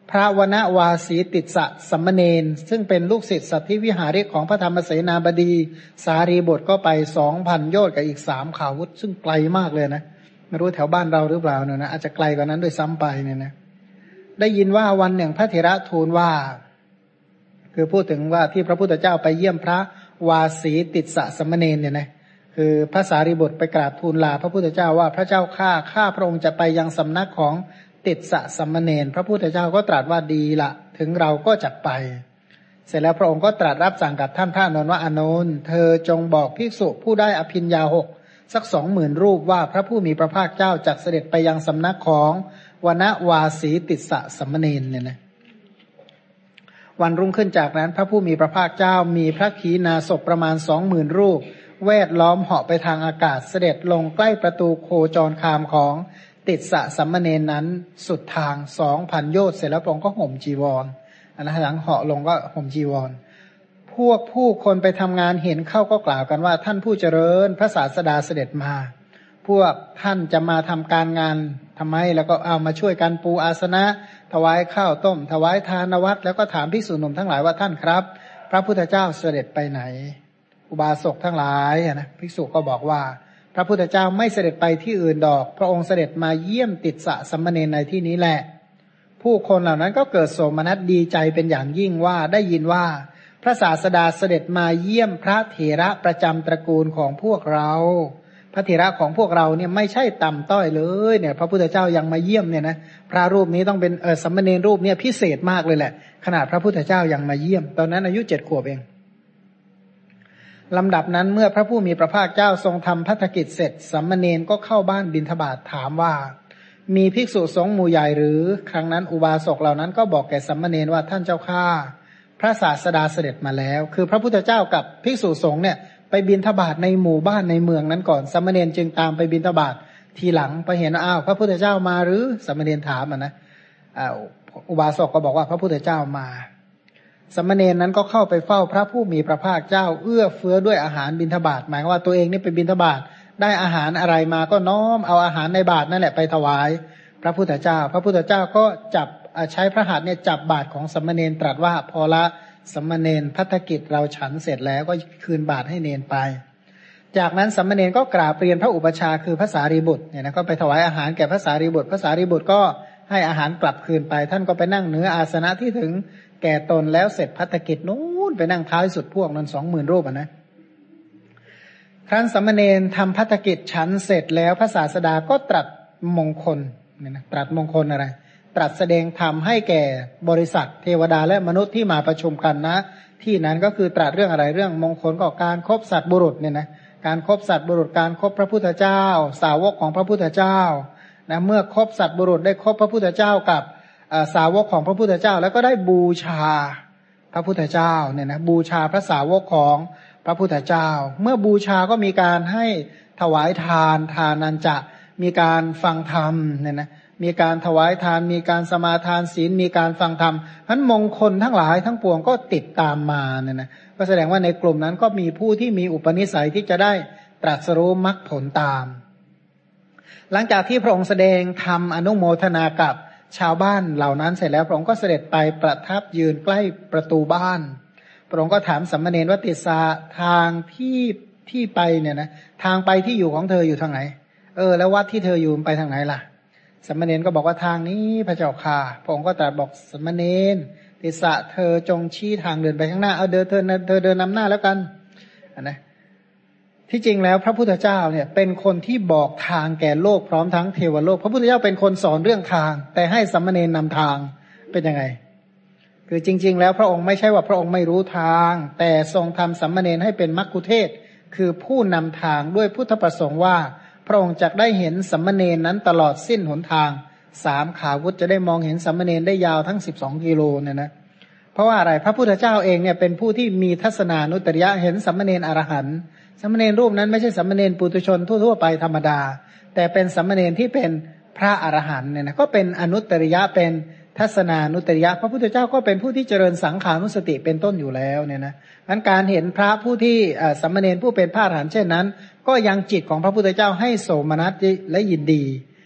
พระวนวาสีติสสัมมเนรซึ่งเป็นลูกศิษย์สัตธิวิหาริกของพระธรรมเสนาบดีสารีบุตรก็ไปสองพันโยชน์กับอีกสามขาวุธซึ่งไกลมากเลยนะไม่รู้แถวบ้านเราหรือเปล่าเนี่ยนะอาจจะไกลกว่านั้นด้วยซ้ำไปเนี่ยนะได้ยินว่าวันหนึ่งพระเถระทูลว่าคือพูดถึงว่าที่พระพุทธเจ้าไปเยี่ยมพระวาสีติสสัมมเนรเนี่ยนะคือพระสารีบุตรไปกราบทูลลาพระพุทธเจ้าว่าพระเจ้าข้าข้าพระองค์จะไปยังสำนักของติสสัมมเนรพระพุทธเจ้าก็ตรัสว่าดีละถึงเราก็จะไปเสร็จแล้วพระองค์ก็ตรัสรับสั่งกับท่านพระอานนท์ว่าอานนท์เธอจงบอกภิกษุผู้ได้อภิญญาหกสักสองหมื่นรูปว่าพระผู้มีพระภาคเจ้าจักเสด็จไปยังสำนักของวนวาสีติสสัมมเนรเนี่ยนะวันรุ่งขึ้นจากนั้นพระผู้มีพระภาคเจ้ามีพระขีณาสพประมาณสองหมื่นรูปแวดล้อมเหาะไปทางอากาศเสด็จลงใกล้ประตูโคจรคามของติสสัมมเนรนั้นสุดทางสองพันโยชน์เสร็จแล้วพระองค์ก็ห่มจีวรอันนั้นหลังเหาะลงก็ห่มจีวรพวกผู้คนไปทำงานเห็นเข้าก็กล่าวกันว่าท่านผู้เจริญพระศาสดาเสด็จมาพวกท่านจะมาทำการงานทำไมแล้วก็เอามาช่วยกันปูอาสนะถวายข้าวต้มถวายทานวัตรแล้วก็ถามภิกษุหนุ่มทั้งหลายว่าท่านครับพระพุทธเจ้าเสด็จไปไหนอุบาสกทั้งหลายนะภิกษุก็บอกว่าพระพุทธเจ้าไม่เสด็จไปที่อื่นดอกพระองค์เสด็จมาเยี่ยมติสสัมมเนรในที่นี้แหละผู้คนเหล่านั้นก็เกิดโสมนัสดีใจเป็นอย่างยิ่งว่าได้ยินว่าพระศาสดาเสด็จมาเยี่ยมพระเถระประจำตระกูลของพวกเราพระเถระของพวกเราเนี่ยไม่ใช่ต่ำต้อยเลยเนี่ยพระพุทธเจ้ายังมาเยี่ยมเนี่ยนะพระรูปนี้ต้องเป็นเออสัมมเนรรูปเนี่ยพิเศษมากเลยแหละขนาดพระพุทธเจ้ายังมาเยี่ยมตอนนั้นอายุเจ็ดขวบเองลำดับนั้นเมื่อพระผู้มีพระภาคเจ้าทรงทำภัตกิจเสร็จสัมมเนรก็เข้าบ้านบิณฑบาตถามว่ามีภิกษุสงฆ์หมู่ใหญ่หรือครั้งนั้นอุบาสกเหล่านั้นก็บอกแก่สัมมเนรว่าท่านเจ้าข้าพระศาสดาเสด็จมาแล้วคือพระพุทธเจ้ากับภิกษุสงฆ์เนี่ยไปบิณฑบาตในหมู่บ้านในเมืองนั้นก่อนสัมมเนรจึงตามไปบิณฑบาตทีหลังไปเห็นอ้าวพระพุทธเจ้ามาหรือสัมมเนรถามอ่ะนะอ่าอุบาสกก็บอกว่าพระพุทธเจ้ามาสัมมเนรนั้นก็เข้าไปเฝ้าพระผู้มีพระภาคเจ้าเอื้อเฟื้อด้วยอาหารบิณฑบาตหมายว่าตัวเองนี่ไปบิณฑบาตได้อาหารอะไรมาก็น้อมเอาอาหารในบาตรนั่นแหละไปถวายพระพุทธเจ้าพระพุทธเจ้าก็จับใช้พระหัตถ์เนี่ยจับบาตรของสัมมเนรตรัสว่าพอละสัมมเนรภัตกิจเราฉันเสร็จแล้วก็คืนบาตรให้เนรไปจากนั้นสัมมเนรก็กราบเรียนพระอุปัชฌาย์คือพระสารีบุตรเนี่ยนะก็ไปถวายอาหารแก่พระสารีบุตรพระสารีบุตรก็ให้อาหารกลับคืนไปท่านก็ไปนั่งเหนืออาสนะที่ถึงแก่ตนแล้วเสร็จภัตกิจนู้นไปนั่งท้ายสุดพวกนั้นสองหมื่นรูปอ่ะนะครั้นสัมมเนรทำภัตกิจฉันเสร็จแล้วพระศาสดาก็ตรัสมงคลเนี่ยนะตรัสมงคลอะไรตรัสแสดงธรรมให้แก่บริษัทเทวดาและมนุษย์ที่มาประชุมกันนะที่นั้นก็คือตรัสเรื่องอะไรเรื่องมงคลกับการคบสัตว์บุรุษเนี่ยนะการคบสัตว์บุรุษการคบพระพุทธเจ้าสาวกของพระพุทธเจ้านะเมื่อคบสัตว์บุรุษได้คบพระพุทธเจ้ากับสาวกของพระพุทธเจ้าแล้วก็ได้บูชาพระพุทธเจ้าเนี่ยนะบูชาพระสาวกของพระพุทธเจ้าเมื่อบูชาก็มีการให้ถวายทานทานันจะมีการฟังธรรมเนี่ยนะมีการถวายทานมีการสมาทานศีลมีการฟังธรรมนั้นมงคลทั้งหลายทั้งปวงก็ติดตามมาเนี่ยนะก็แสดงว่าในกลุ่มนั้นก็มีผู้ที่มีอุปนิสัยที่จะได้ตรัสรู้มรรคผลตามหลังจากที่พระองค์แสดงธรรมอนุโมทนากับชาวบ้านเหล่านั้นเสร็จแล้วพระองค์ก็เสด็จไปประทับยืนใกล้ประตูบ้านพระองค์ก็ถามสัมมเนรว่าติสาทางที่ที่ไปเนี่ยนะทางไปที่อยู่ของเธออยู่ทางไหนเออแล้ววัดที่เธออยู่ไปทางไหนล่ะสัมมเนรก็บอกว่าทางนี้พระเจ้าค่ะพระองค์ก็ตรัสบอกสัมมเนรติสะเธอจงชี้ทางเดินไปข้างหน้าเอาเดินเธอเธอเดินนำหน้าแล้วกันนะที่จริงแล้วพระพุทธเจ้าเนี่ยเป็นคนที่บอกทางแก่โลกพร้อมทั้งเทวโลกพระพุทธเจ้าเป็นคนสอนเรื่องทางแต่ให้สัมมเนรนำทางเป็นยังไงคือจริงๆแล้วพระองค์ไม่ใช่ว่าพระองค์ไม่รู้ทางแต่ทรงทำสัมมเนรให้เป็นมัคคุเทศก์คือผู้นำทางด้วยพุทธประสงค์ว่าพระองค์จะได้เห็นสัมมเนรนั้นตลอดสิ้นหนทางสามขาวุธจะได้มองเห็นสัมมเนรได้ยาวทั้งสิบสองกิโลเนี่ยนะเพราะว่าอะไรพระพุทธเจ้าเองเนี่ยเป็นผู้ที่มีทัศนานุตริยะเห็นสัมมเนรอรหันต์สัมมเนรรูปนั้นไม่ใช่สัมมเนรปุถุชนทั่วๆไปธรรมดาแต่เป็นสัมมเนรที่เป็นพระอรหันต์เนี่ยนะก็เป็นอนุตริยะเป็นทัศนานุตริยะพระพุทธเจ้าก็เป็นผู้ที่เจริญสังขานุสติเป็นต้นอยู่แล้วเนี่ยนะงั้นการเห็นพระผู้ที่สัมมเนรผู้เป็นพระอรหันต์เช่นนั้นก็ยังจิตของพระพุทธเจ้าให้โสมนัสและยินดี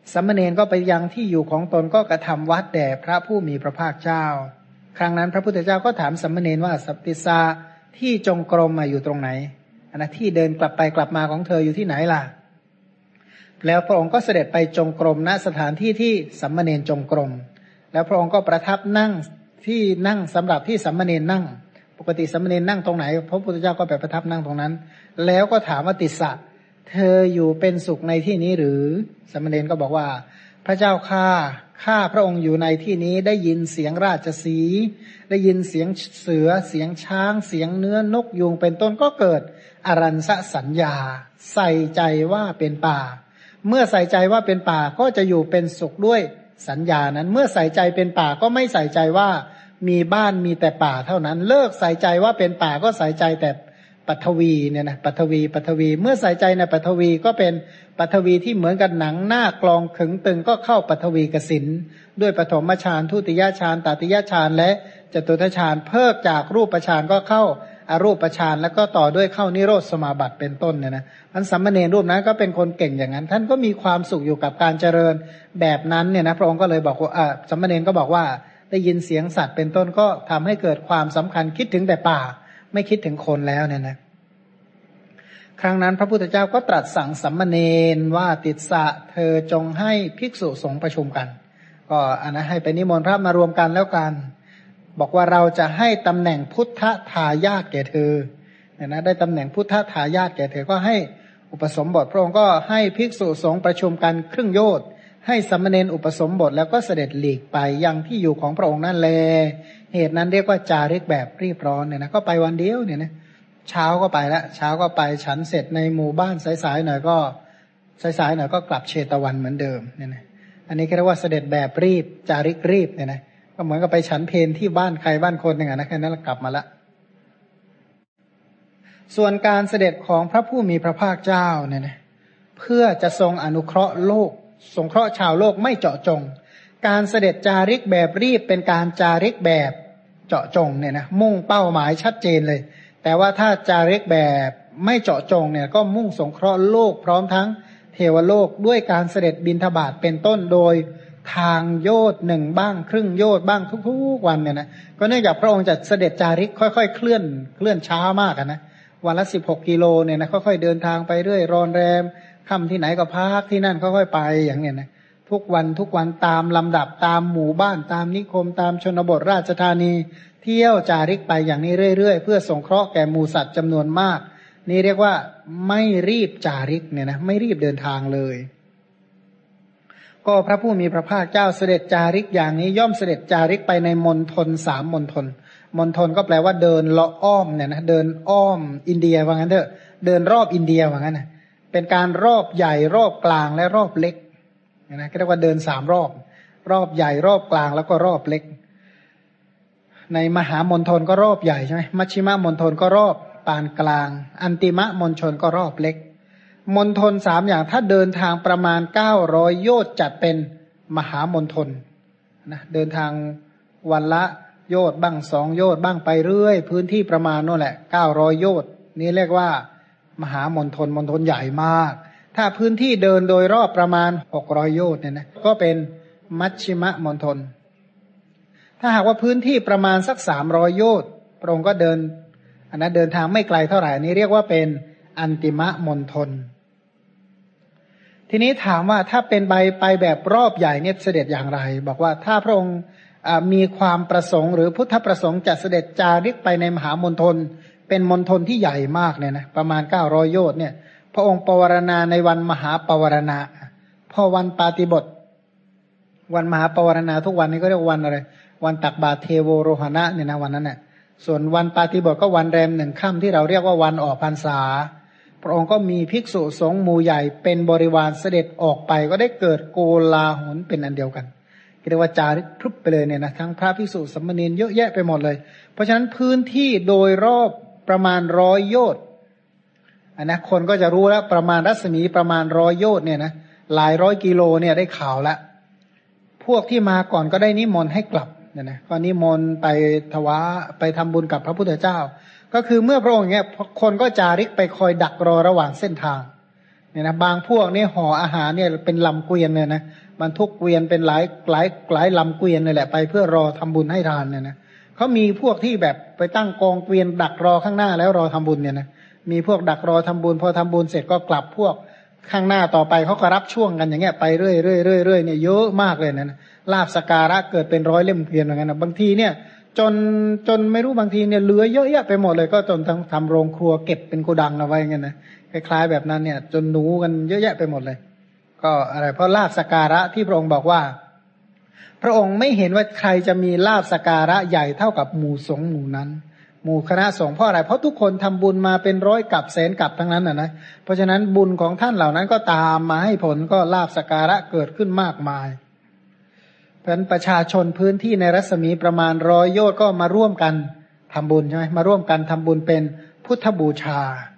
สามเณรก็ไปยังที่อยู่ของตนก็กระทำวัดแด่พระผู้มีพระภาคเจ้าครั้งนั้นพระพุทธเจ้าก็ถามสามเณรว่าสัพติสาที่จงกรมมาอยู่ตรงไหนอันนะที่เดินกลับไปกลับมาของเธออยู่ที่ไหนล่ะแล้วพระองค์ก็เสด็จไปจงกรมณสถานที่ที่สามเณรจงกรมแล้วพระองค์ก็ประทับนั่งที่นั่งสำหรับที่สามเณรนั่งปกติสามเณรนั่งตรงไหนพระพุทธเจ้าก็ไปประทับนั่งตรงนั้นแล้วก็ถามว่าติสสะเธออยู่เป็นสุขในที่นี้หรือสามเณรก็บอกว่าพระเจ้าข้าข้าพระองค์อยู่ในที่นี้ได้ยินเสียงราชสีห์ได้ยินเสียงเสือเสียงช้างเสียงเนื้อนกยูงเป็นต้นก็เกิดอรัญสสัญญาใส่ใจว่าเป็นป่าเมื่อใส่ใจว่าเป็นป่าก็จะอยู่เป็นสุขด้วยสัญญานั้นเมื่อใส่ใจเป็นป่าก็ไม่ใส่ใจว่ามีบ้านมีแต่ป่าเท่านั้นเลิกใส่ใจว่าเป็นป่าก็ใส่ใจแต่ปัทวีเนี่ยนะปัทวีปัทวีเมื่อใส่ใจในปัทวีก็เป็นปัทวีที่เหมือนกับหนังหน้ากลองขึงตึงก็เข้าปัทวีกสินด้วยปฐมฌานทุติยฌานตติยฌานและจตุตฌานเพิกจากรูปฌานก็เข้าอรูปฌานแล้วก็ต่อด้วยเข้านิโรธสมาบัติเป็นต้นเนี่ยนะท่านสามเณรรูปนั้นก็เป็นคนเก่งอย่างนั้นท่านก็มีความสุขอยู่กับการเจริญแบบนั้นเนี่ยนะพระองค์ก็เลยบอกว่าอ่าสามเณรก็บอกว่าได้ยินเสียงสัตว์เป็นต้นก็ทำให้เกิดความสำคัญคิดถึงแต่ป่าไม่คิดถึงคนแล้วเนี่ยนะครั้งนั้นพระพุทธเจ้าก็ตรัสสั่งสามเณรว่าติสสะเธอจงให้ภิกษุสงฆ์ประชุมกันก็อันนั้นให้ไปนิมนต์พระมารวมกันแล้วกันบอกว่าเราจะให้ตำแหน่งพุทธทายาทแก่เธอเนี่ยนะได้ตำแหน่งพุทธทายาทแก่เธอก็ให้อุปสมบทพระองค์ก็ให้ภิกษุสงฆ์ประชุมกันครึ่งโยชน์ให้สามเณรอุปสมบทแล้วก็เสด็จหลีกไปยังที่อยู่ของพระองค์นั่นแลเหตุนั้นเรียกว่าจาริกแบบรีบร้อนเนี่ยนะก็ไปวันเดียวเนี่ยนะเช้าก็ไปละเช้าก็ไปฉันเสร็จในหมู่บ้านสายๆหน่อยก็สายๆหน่อยก็กลับเชตวันเหมือนเดิมเนี่ยนะอันนี้เรียกว่าเสด็จแบบรีบจาริกรีบเนี่ยนะก็เหมือนกับไปฉันเพลที่บ้านใครบ้านคนหนึ่งนะแค่นั้นกลับมาละส่วนการเสด็จของพระผู้มีพระภาคเจ้าเนี่ยนะเพื่อจะทรงอนุเคราะห์โลกสงเคราะห์ชาวโลกไม่เจาะจงการเสด็จจาริกแบบรีบเป็นการจาริกแบบเจาะจงเนี่ยนะมุ่งเป้าหมายชัดเจนเลยแต่ว่าถ้าจาริกแบบไม่เจาะจงเนี่ยก็มุ่งสงเคราะห์โลกพร้อมทั้งเทวโลกด้วยการเสด็จบิณฑบาตเป็นต้นโดยทางโยชน์หนึ่งบ้างครึ่งโยชน์บ้างทุกๆวันเนี่ยนะก็เนื่องจากพระองค์จะเสด็จจาริกค่อยๆเคลื่อนเคลื่อนช้ามากนะวันละสิบหกกิโลเนี่ยนะค่อยๆเดินทางไปเรื่อยรอนแรมค่ำที่ไหนก็พักที่นั่นค่อยๆไปอย่างเนี้ยนะทุกวันทุกวันตามลำดับตามหมู่บ้านตามนิคมตามชนบทราชธานีเที่ยวจาริกไปอย่างนี้เรื่อยๆเพื่อสงเคราะห์แก่หมู่สัตว์จำนวนมากนี่เรียกว่าไม่รีบจาริกเนี่ยนะไม่รีบเดินทางเลยก็พระผู้มีพระภาคเจ้าเสด็จจาริกอย่างนี้ย่อมเสด็จจาริกไปในมณฑลสามมณฑลมณฑลก็แปลว่าเดินเลาะอ้อมเนี่ยนะเดินอ้อมอินเดียว่างั้นเถอะเดินรอบอินเดียว่างั้นนะเป็นการรอบใหญ่รอบกลางและรอบเล็กนะเรียกว่าเดินสามรอบรอบใหญ่รอบกลางแล้วก็รอบเล็กในมหามณฑลก็รอบใหญ่ใช่ไหมมัชชิมมณฑลก็รอบปานกลางอันติมมณฑลก็รอบเล็กมณฑลสามอย่างถ้าเดินทางประมาณเก้าร้อยโยชน์จัดเป็นมหามณฑลนะเดินทางวันละโยชน์บ้างสองโยชน์บ้างไปเรื่อยพื้นที่ประมาณนั่นแหละเก้าร้อยโยชน์นี่เรียกว่ามหามณฑลมณฑลใหญ่มากถ้าพื้นที่เดินโดยรอบประมาณหกร้อยโยชน์เนี่ยนะก็เป็นมัชชิมมณฑลถ้าหากว่าพื้นที่ประมาณสักสามร้อยโยชน์พระองค์ก็เดินอันนั้นเดินทางไม่ไกลเท่าไหร่นี้เรียกว่าเป็นอันติมมณฑลทีนี้ถามว่าถ้าเป็นใบไปแบบรอบใหญ่เนี่ยเสด็จอย่างไรบอกว่าถ้าพระองค์มีความประสงค์หรือพุทธประสงค์จะเสด็จจาริกไปในมหามณฑลเป็นมณฑลที่ใหญ่มากเนี่ยนะประมาณเก้าร้อยโยชน์เนี่ยพระองค์ปวารณาในวันมหาปวารณาพอวันปาติบทวันมหาปวารณาทุกวันนี้ก็เรียกวันอะไรวันตักบาตรเทโวโรหณะเนี่ยนะวันนั้นน่ะส่วนวันปาติบทก็วันแรมหนึ่งค่ำที่เราเรียกว่าวันออกพรรษาพระองค์ก็มีภิกษุสงฆ์หมู่ใหญ่เป็นบริวารเสด็จออกไปก็ได้เกิดโกลาหลเป็นอันเดียวกันเรียกว่าจาริกพรึบไปเลยเนี่ยนะทั้งพระภิกษุสามเณรเยอะแยะไปหมดเลยเพราะฉะนั้นพื้นที่โดยรอบประมาณร้อยโยชน์อันนะคนก็จะรู้แล้วประมาณรัศมีประมาณร้อยโยชน์เนี่ยนะหลายร้อยกิโลเนี่ยได้ข่าวแล้วพวกที่มาก่อนก็ได้นิมนต์ให้กลับเนี่ยนะก็นิมนต์ไปถวายไปทำบุญกับพระพุทธเจ้าก็คือเมื่อพระองค์เนี่ยคนก็จาริกไปคอยดักรอระหว่างเส้นทางเนี่ยนะบางพวกนี่ห่ออาหารเนี่ยเป็นลำเกวียนเนี่ยนะบรรทุกเกวียนเป็นหลายหลายหลายลำเกวียนเลยแหละไปเพื่อรอทำบุญให้ทานเนี่ยนะเขามีพวกที่แบบไปตั้งกองเกวียนดักรอข้างหน้าแล้วรอทำบุญเนี่ยนะมีพวกดักรอทำบุญพอทำบุญเสร็จก็กลับพวกข้างหน้าต่อไปเขาก็รับช่วงกันอย่างเงี้ยไปเรื่อยเรื่อยเรื่อยเรื่อยเนี่ยเยอะมากเลยนะลาภสการะเกิดเป็นร้อยเล่มเกวียนเหมือนกันนะบางทีเนี่ยจนจนไม่รู้บางทีเนี่ยเหลือเยอะแยะไปหมดเลยก็จนทั้งทำโรงครัวเก็บเป็นโกดังเอาไว้เงี้ยนะคล้ายๆแบบนั้นเนี่ยจนหนูกันเยอะแยะไปหมดเลยก็อะไรเพราะลาภสการะที่พระองค์บอกว่าพระองค์ไม่เห็นว่าใครจะมีลาภสการะใหญ่เท่ากับหมู่สงฆ์หมู่นั้นหมู่คณะสงฆ์เพราะอะไรเพราะทุกคนทำบุญมาเป็นร้อยกับแสนกับทั้งนั้นนะนะเพราะฉะนั้นบุญของท่านเหล่านั้นก็ตามมาให้ผลก็ลาภสการะเกิดขึ้นมากมายเพราะฉะนั้นประชาชนพื้นที่ในรัศมีประมาณร้อยโยชน์ก็มาร่วมกันทำบุญใช่ไหมมาร่วมกันทำบุญเป็นพุทธบูชา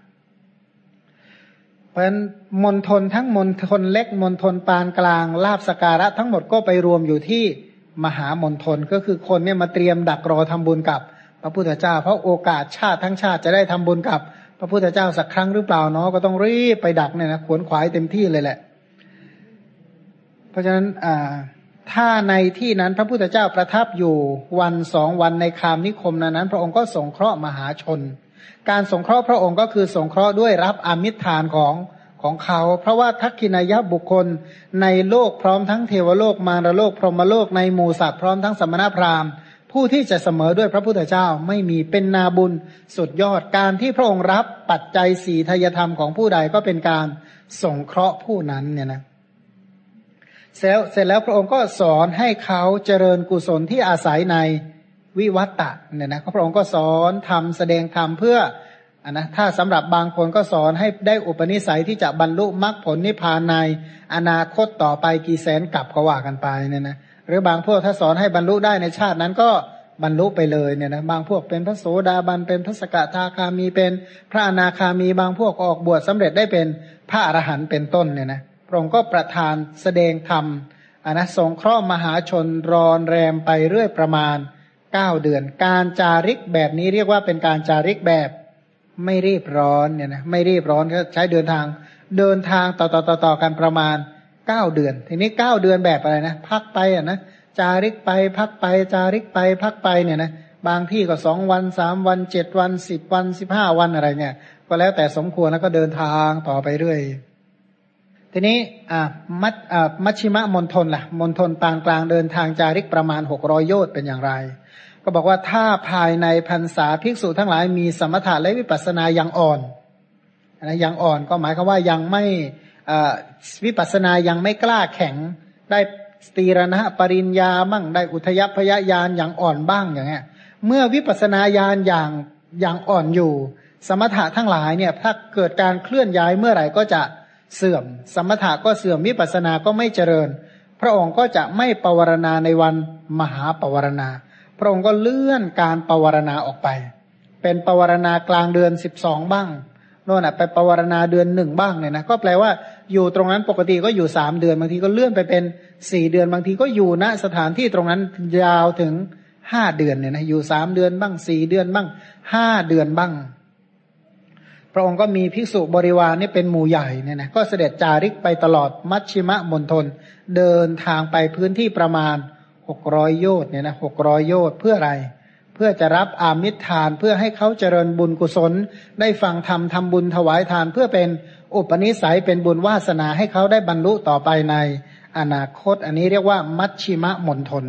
เพราะฉะนั้นมณฑลทั้งมณฑลเล็กมณฑลปานกลางลาภสการะทั้งหมดก็ไปรวมอยู่ที่มหามณฑลก็คือคนเนี่ยมาเตรียมดักรอทำบุญกับพระพุทธเจ้าเพราะโอกาสชาติทั้งชาติจะได้ทำบุญกับพระพุทธเจ้าสักครั้งหรือเปล่าเนาะก็ต้องรีบไปดักเนี่ยนะขวนขวายเต็มที่เลยแหละเพราะฉะนั้นอ่าถ้าในที่นั้นพระพุทธเจ้าประทับอยู่วันสองวันในคามนิคมนั้นนั้นพระองค์ก็สงเคราะห์มหาชนการสงเคราะห์พระองค์ก็คือสงเคราะห์ด้วยรับอามิตรทานของของเขาเพราะว่าทักขินายบุคคลในโลกพร้อมทั้งเทวโลกมารโลกพรหมโลกในหมู่สัตว์พร้อมทั้งสมณพราหมณ์ผู้ที่จะเสมอด้วยพระพุทธเจ้าไม่มีเป็นนาบุญสุดยอดการที่พระองค์รับปัจจัยสี่ทายธรรมของผู้ใดก็เป็นการสงเคราะห์ผู้นั้นเนี่ยนะเสร็จเสร็จแล้วพระองค์ก็สอนให้เขาเจริญกุศลที่อาศัยในวิวัตตะเนี่ยนะพระองค์ก็สอนทำแสดงธรรมเพื่ออันนะถ้าสำหรับบางคนก็สอนให้ได้อุปนิสัยที่จะบรรลุมรรคผลนิพพานในอนาคตต่อไปกี่แสนกับก็ว่ากันไปเนี่ยนะหรือบางพวกถ้าสอนให้บรรลุได้ในชาตินั้นก็บรรลุไปเลยเนี่ยนะบางพวกเป็นพระโสดาบันเป็นพระสกทาคามีเป็นพระอนาคามีบางพวกออกบวชสำเร็จได้เป็นพระอรหันต์เป็นต้นเนี่ยนะพระองค์ก็ประทานแสดงธรรมอันนะสงเคราะห์มหาชนรอนแรมไปเรื่อยประมาณเก้าเดือนการจาริกแบบนี้เรียกว่าเป็นการจาริกแบบไม่รีบร้อนเนี่ยนะไม่รีบร้อนก็ใช้เดินทางเดินทางต่อต่อต่อต่อกันประมาณเก้าเดือนทีนี้เก้าเดือนแบบอะไรนะพักไปอ่ะนะจาริกไปพักไปจาริกไปพักไปเนี่ยนะบางที่ก็สองวันสามวันเจ็ดวันสิบวันสิบห้าวันอะไรเนี่ยก็แล้วแต่สมควรแล้วก็เดินทางต่อไปเรื่อยทีนี้อ่ามัชอ่ามัชชิมะมณฑลล่ะมณฑลปานกลางเดินทางจาริกประมาณหกร้อยโยชน์เป็นอย่างไรก็บอกว่าถ้าภายในพรรษาภิกษุทั้งหลายมีสมถะและวิปัสสนายังอ่อนนะยังอ่อนก็หมายความว่ายังไม่วิปัสสนายังไม่กล้าแข็งได้สตีรณะปริญญาบ้างได้อุทยพยญาณอย่างอ่อนบ้างอย่างเงี้ยเมื่อวิปัสสนาญาณอย่างอย่างอ่อนอยู่สมถะทั้งหลายเนี่ยถ้าเกิดการเคลื่อนย้ายเมื่อไหร่ก็จะเสื่อมสมถะก็เสื่อมวิปัสสนาก็ไม่เจริญพระองค์ก็จะไม่ปวารณาในวันมหาปวารณาพระองค์ก็เลื่อนการปวารณาออกไปเป็นปวารณากลางเดือนสิบสองบ้างโน่นน่ะไปปวารณาเดือนหนึ่งบ้างเนี่ยนะก็แปลว่าอยู่ตรงนั้นปกติก็อยู่สามเดือนบางทีก็เลื่อนไปเป็นสี่เดือนบางทีก็อยู่ณสถานที่ตรงนั้นยาวถึงห้าเดือนเนี่ยนะอยู่สามเดือนบ้างสี่เดือนบ้างห้าเดือนบ้างพระองค์ก็มีภิกษุบริวารนี่เป็นหมู่ใหญ่เนี่ยนะก็เสด็จจาริกไปตลอดมัชชิมมณฑลเดินทางไปพื้นที่ประมาณหกร้อยโยชน์เนี่ยนะหกร้อยโยชน์เพื่ออะไรเพื่อจะรับอามิตรทานเพื่อให้เขาเจริญบุญกุศลได้ฟังธรรมทำบุญถวายทานเพื่อเป็นอุปนิสัยเป็นบุญวาสนาให้เขาได้บรรลุต่อไปในอนาคตอันนี้เรียกว่ามัชชิมมณฑล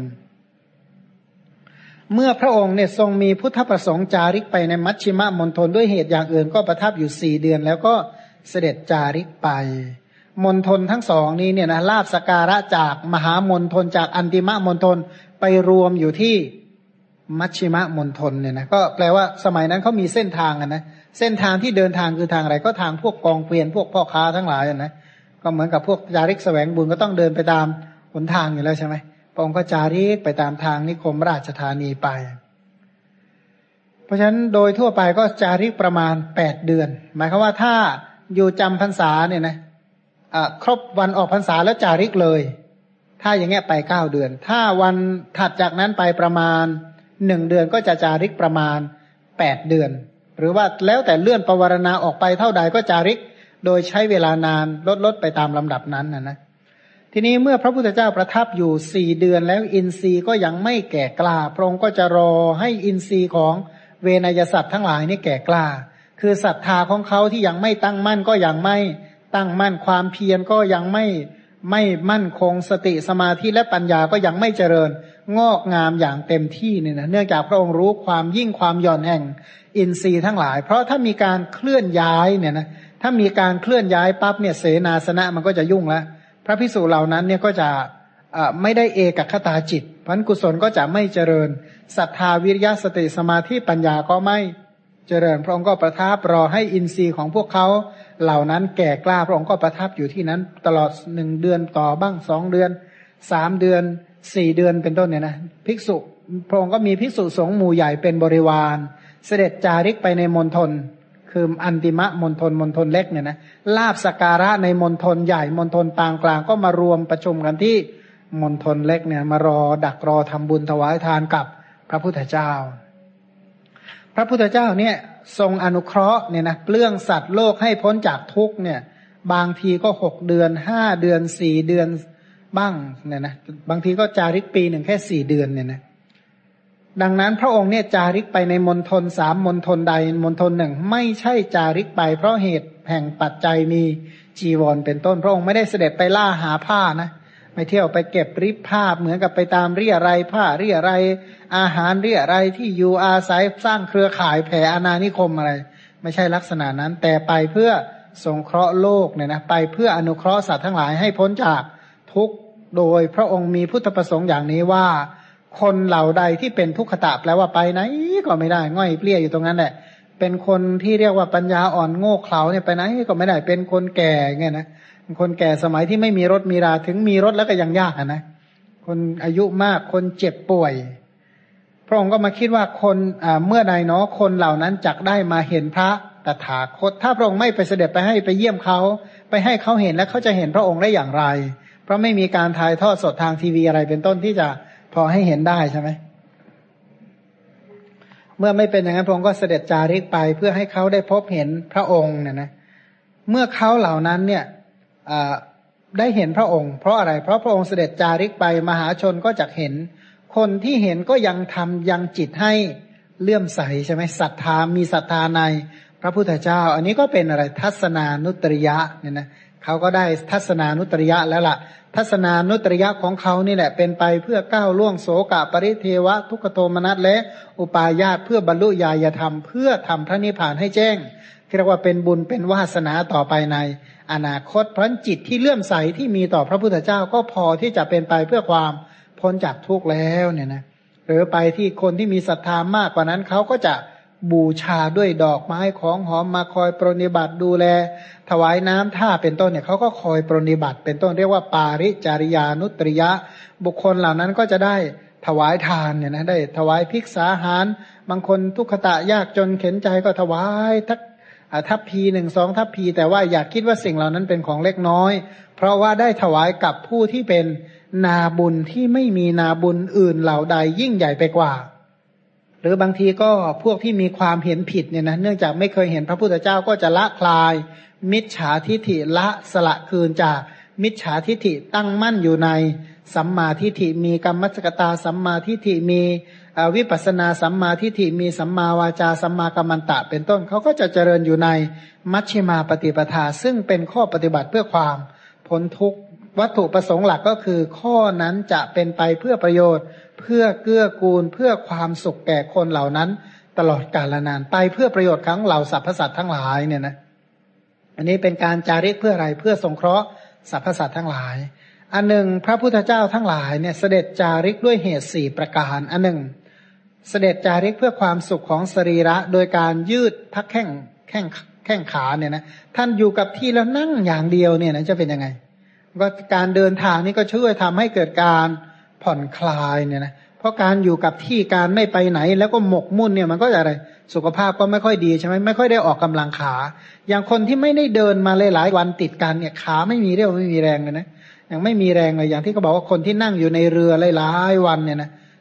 เมื่อพระองค์เนี่ยทรงมีพุทธประสงค์จาริกไปในมัชชิมมณฑลด้วยเหตุอย่างอื่นก็ประทับอยู่สี่เดือนแล้วก็เสด็จจาริกไปมณฑลทั้งสองนี้เนี่ยนะลาภสการะจากมหามณฑลจากอันติมมณฑลไปรวมอยู่ที่มัชชิมมณฑลเนี่ยนะก็แปลว่าสมัยนั้นเขามีเส้นทางกันนะเส้นทางที่เดินทางคือทางอะไรก็ทางพวกกองเกวียนพวกพ่อค้าทั้งหลายนะก็เหมือนกับพวกจาริกแสวงบุญก็ต้องเดินไปตามหนทางอยู่แล้วใช่ไหมพระองค์ก็จาริกไปตามทางนิคมราชธานีไปเพราะฉะนั้นโดยทั่วไปก็จาริกประมาณแปดเดือนหมายความว่าถ้าอยู่จำพรรษาเนี่ยนะครบวันออกพรรษาแล้วจาริกเลยถ้าอย่างเงี้ยไปเก้าเดือนถ้าวันถัดจากนั้นไปประมาณหนึ่งเดือนก็จะจาริกประมาณแปดเดือนหรือว่าแล้วแต่เลื่อนปวารณาออกไปเท่าใดก็จาริกโดยใช้เวลานานลดลดไปตามลำดับนั้นนะนะทีนี้เมื่อพระพุทธเจ้าประทับอยู่สี่เดือนแล้วอินทรีย์ก็ยังไม่แก่กล้าพระองค์ก็จะรอให้อินทรีย์ของเวนยสัตว์ทั้งหลายนี่แก่กล้าคือศรัทธาของเขาที่ยังไม่ตั้งมั่นก็ยังไม่ตั้งมั่นความเพียรก็ยังไม่ไม่มั่นคงสติสมาธิและปัญญาก็ยังไม่เจริญงอกงามอย่างเต็มที่เนี่ยนะเนื่องจากพระองค์รู้ความยิ่งความหย่อนแห่งอินทรีย์ทั้งหลายเพราะถ้ามีการเคลื่อนย้ายเนี่ยนะถ้ามีการเคลื่อนย้ายปั๊บเนี่ยเสนาสนะมันก็จะยุ่งแล้วพระภิกษุเหล่านั้นเนี่ยก็จะไม่ได้เอกคตาจิตพันกุศลก็จะไม่เจริญศรัทธาวิริยะสติสมาธิปัญญาก็ไม่เจริญพระองค์ก็ประทับรอให้อินทรีย์ของพวกเขาเหล่านั้นแก่กล้าพระองค์ก็ประทับอยู่ที่นั้นตลอดหนึ่งเดือนต่อบ้างสองเดือนสามเดือนสี่เดือนเป็นต้นเนี่ยนะภิกษุพระองค์ก็มีภิกษุสงฆ์หมู่ใหญ่เป็นบริวารเสด็จจาริกไปในมณฑลคืออันติมะมณฑลมณฑลเล็กเนี่ยนะลาภสักการะในมณฑลใหญ่มณฑลปางกลางก็มารวมประชุมกันที่มณฑลเล็กเนี่ยมารอดักรอทำบุญถวายทานกับพระพุทธเจ้าพระพุทธเจ้าเนี่ยทรงอนุเคราะห์เนี่ยนะเปลื้องสัตว์โลกให้พ้นจากทุกข์เนี่ยบางทีก็หกเดือนห้าเดือนสี่เดือนบ้างเนี่ยนะบางทีก็จาริกปีหนึ่งแค่สี่เดือนเนี่ยนะดังนั้นพระองค์เนี่ยจาริกไปในมณฑลสามมณฑลใดมณฑลหนึ่งไม่ใช่จาริกไปเพราะเหตุแห่งปัจจัยมีจีวรเป็นต้นพระองค์ไม่ได้เสด็จไปล่าหาผ้านะไปเที่ยวไปเก็บริบผ้าเหมือนกับไปตามเรี่ยไรผ้าเรี่ยไรอาหารเรี่ยไรที่อยู่อาศัยสร้างเครือข่ายแผ่อาณานิคมอะไรไม่ใช่ลักษณะนั้นแต่ไปเพื่อสงเคราะห์โลกเนี่ยนะไปเพื่ออนุเคราะห์สัตว์ทั้งหลายให้พ้นจากทุกข์โดยพระองค์มีพุทธประสงค์อย่างนี้ว่าคนเหล่าใดที่เป็นทุกขตะแปลว่าไปไหนก็ไม่ได้ง่อยเปลี้ยอยู่ตรงนั้นแหละเป็นคนที่เรียกว่าปัญญาอ่อนโง่เขลาเนี่ยไปไหนก็ไม่ได้เป็นคนแก่เงี้ยนะคนแก่สมัยที่ไม่มีรถมีราถึงมีรถแล้วก็ยังยากนะคนอายุมากคนเจ็บป่วยพระองค์ก็มาคิดว่าคนเมื่อใดเนาะคนเหล่านั้นจักได้มาเห็นพระตถาคตถ้าพระองค์ไม่ไปเสด็จไปให้ไปเยี่ยมเขาไปให้เขาเห็นแล้วเขาจะเห็นพระองค์ได้อย่างไรเพราะไม่มีการถ่ายทอดสดทางทีวีอะไรเป็นต้นที่จะพอให้เห็นได้ใช่ไหมเมื่อไม่เป็นอย่างนั้นพระองค์ก็เสด็จจาริกไปเพื่อให้เขาได้พบเห็นพระองค์เนี่ยนะเมื่อเขาเหล่านั้นเนี่ยได้เห็นพระองค์เพราะอะไรเพราะพระองค์เสด็จจาริกไปมหาชนก็จะเห็นคนที่เห็นก็ยังทำยังจิตให้เลื่อมใสใช่ไหมศรัทธามีศรัทธาในพระพุทธเจ้าอันนี้ก็เป็นอะไรทัศนานุตริยะเนี่ยนะเขาก็ได้ทัศนานุตริยะแล้วล่ะทัศนานุตริยะของเขานี่แหละเป็นไปเพื่อก้าวล่วงโสกะปริเทวะทุกขโทมนัสและอุปาญาตเพื่อบรรลุญาณธรรมเพื่อทำพระนิพพานให้แจ้งเรียกว่าเป็นบุญเป็นวาสนาต่อไปในอนาคตเพราะจิตที่เลื่อมใสที่มีต่อพระพุทธเจ้าก็พอที่จะเป็นไปเพื่อความพ้นจากทุกข์แล้วเนี่ยนะหรือไปที่คนที่มีศรัทธามากกว่านั้นเขาก็จะบูชาด้วยดอกไม้ของหอมมาคอยปรนนิบัติดูแลถวายน้ำท่าเป็นต้นเนี่ยเขาก็คอยปรนนิบัติเป็นต้นเรียกว่าปาริจาริยานุตริยะบุคคลเหล่านั้นก็จะได้ถวายทานเนี่ยนะได้ถวายภิกษาหารบางคนทุกขตะยากจนเข็นใจก็ถวายทักทัพพีหนึ่งสองทัพพีแต่ว่าอยากคิดว่าสิ่งเหล่านั้นเป็นของเล็กน้อยเพราะว่าได้ถวายกับผู้ที่เป็นนาบุญที่ไม่มีนาบุญอื่นเหล่าใดยิ่งใหญ่ไปกว่าหรือบางทีก็พวกที่มีความเห็นผิดเนี่ยนะเนื่องจากไม่เคยเห็นพระพุทธเจ้าก็จะละคลายมิจฉาทิฏฐิละสละคืนจากมิจฉาทิฏฐิตั้งมั่นอยู่ในสัมมาทิฏฐิมีกัมมัจจกตาสัมมาทิฏฐิมีวิปัสสนาสัมมาทิฏฐิมีสัมมาวาจาสัมมากัมมันตะเป็นต้นเขาก็จะเจริญอยู่ในมัชฌิมาปฏิปทาซึ่งเป็นข้อปฏิบัติเพื่อความพ้นทุกข์วัตถุประสงค์หลักก็คือข้อนั้นจะเป็นไปเพื่อประโยชน์เพื่อเกื้อกูลเพื่อความสุขแก่คนเหล่านั้นตลอดกาลนานไปเพื่อประโยชน์ของเหล่าสรรพสัตว์ทั้งหลายเนี่ยนะอันนี้เป็นการจาริกเพื่ออะไรเพื่อสงเคราะห์สรรพสัตว์ทั้งหลายอันหนึ่งพระพุทธเจ้าทั้งหลายเนี่ยเสด็จจาริกด้วยเหตุสี่ประการอันหนึ่งเสด็จจาริกเพื่อความสุขของสรีระโดยการยืดพักแข้งแข้งแข้งขาเนี่ยนะท่านอยู่กับที่แล้วนั่งอย่างเดียวเนี่ยนะจะเป็นยังไงก็การเดินทางนี่ก็ช่วยทำให้เกิดการผ่อนคลายเนี่ยนะเพราะการอยู่กับที่การไม่ไปไหนแล้วก็หมกมุ่นเนี่ยมันก็จะอะไรสุขภาพก็ไม่ค่อยดีใช่ไหมไม่ค่อยได้ออกกำลังขาอย่างคนที่ไม่ได้เดินมาหลายๆวันติดกันเนี่ยขาไม่มีเรี่ยวไม่มีแรงเลยนะยังไม่มีแรงเลยอย่างที่เขาบอกว่าคนที่นั่งอยู่ในเรือหลายๆวันเนี่ยนะ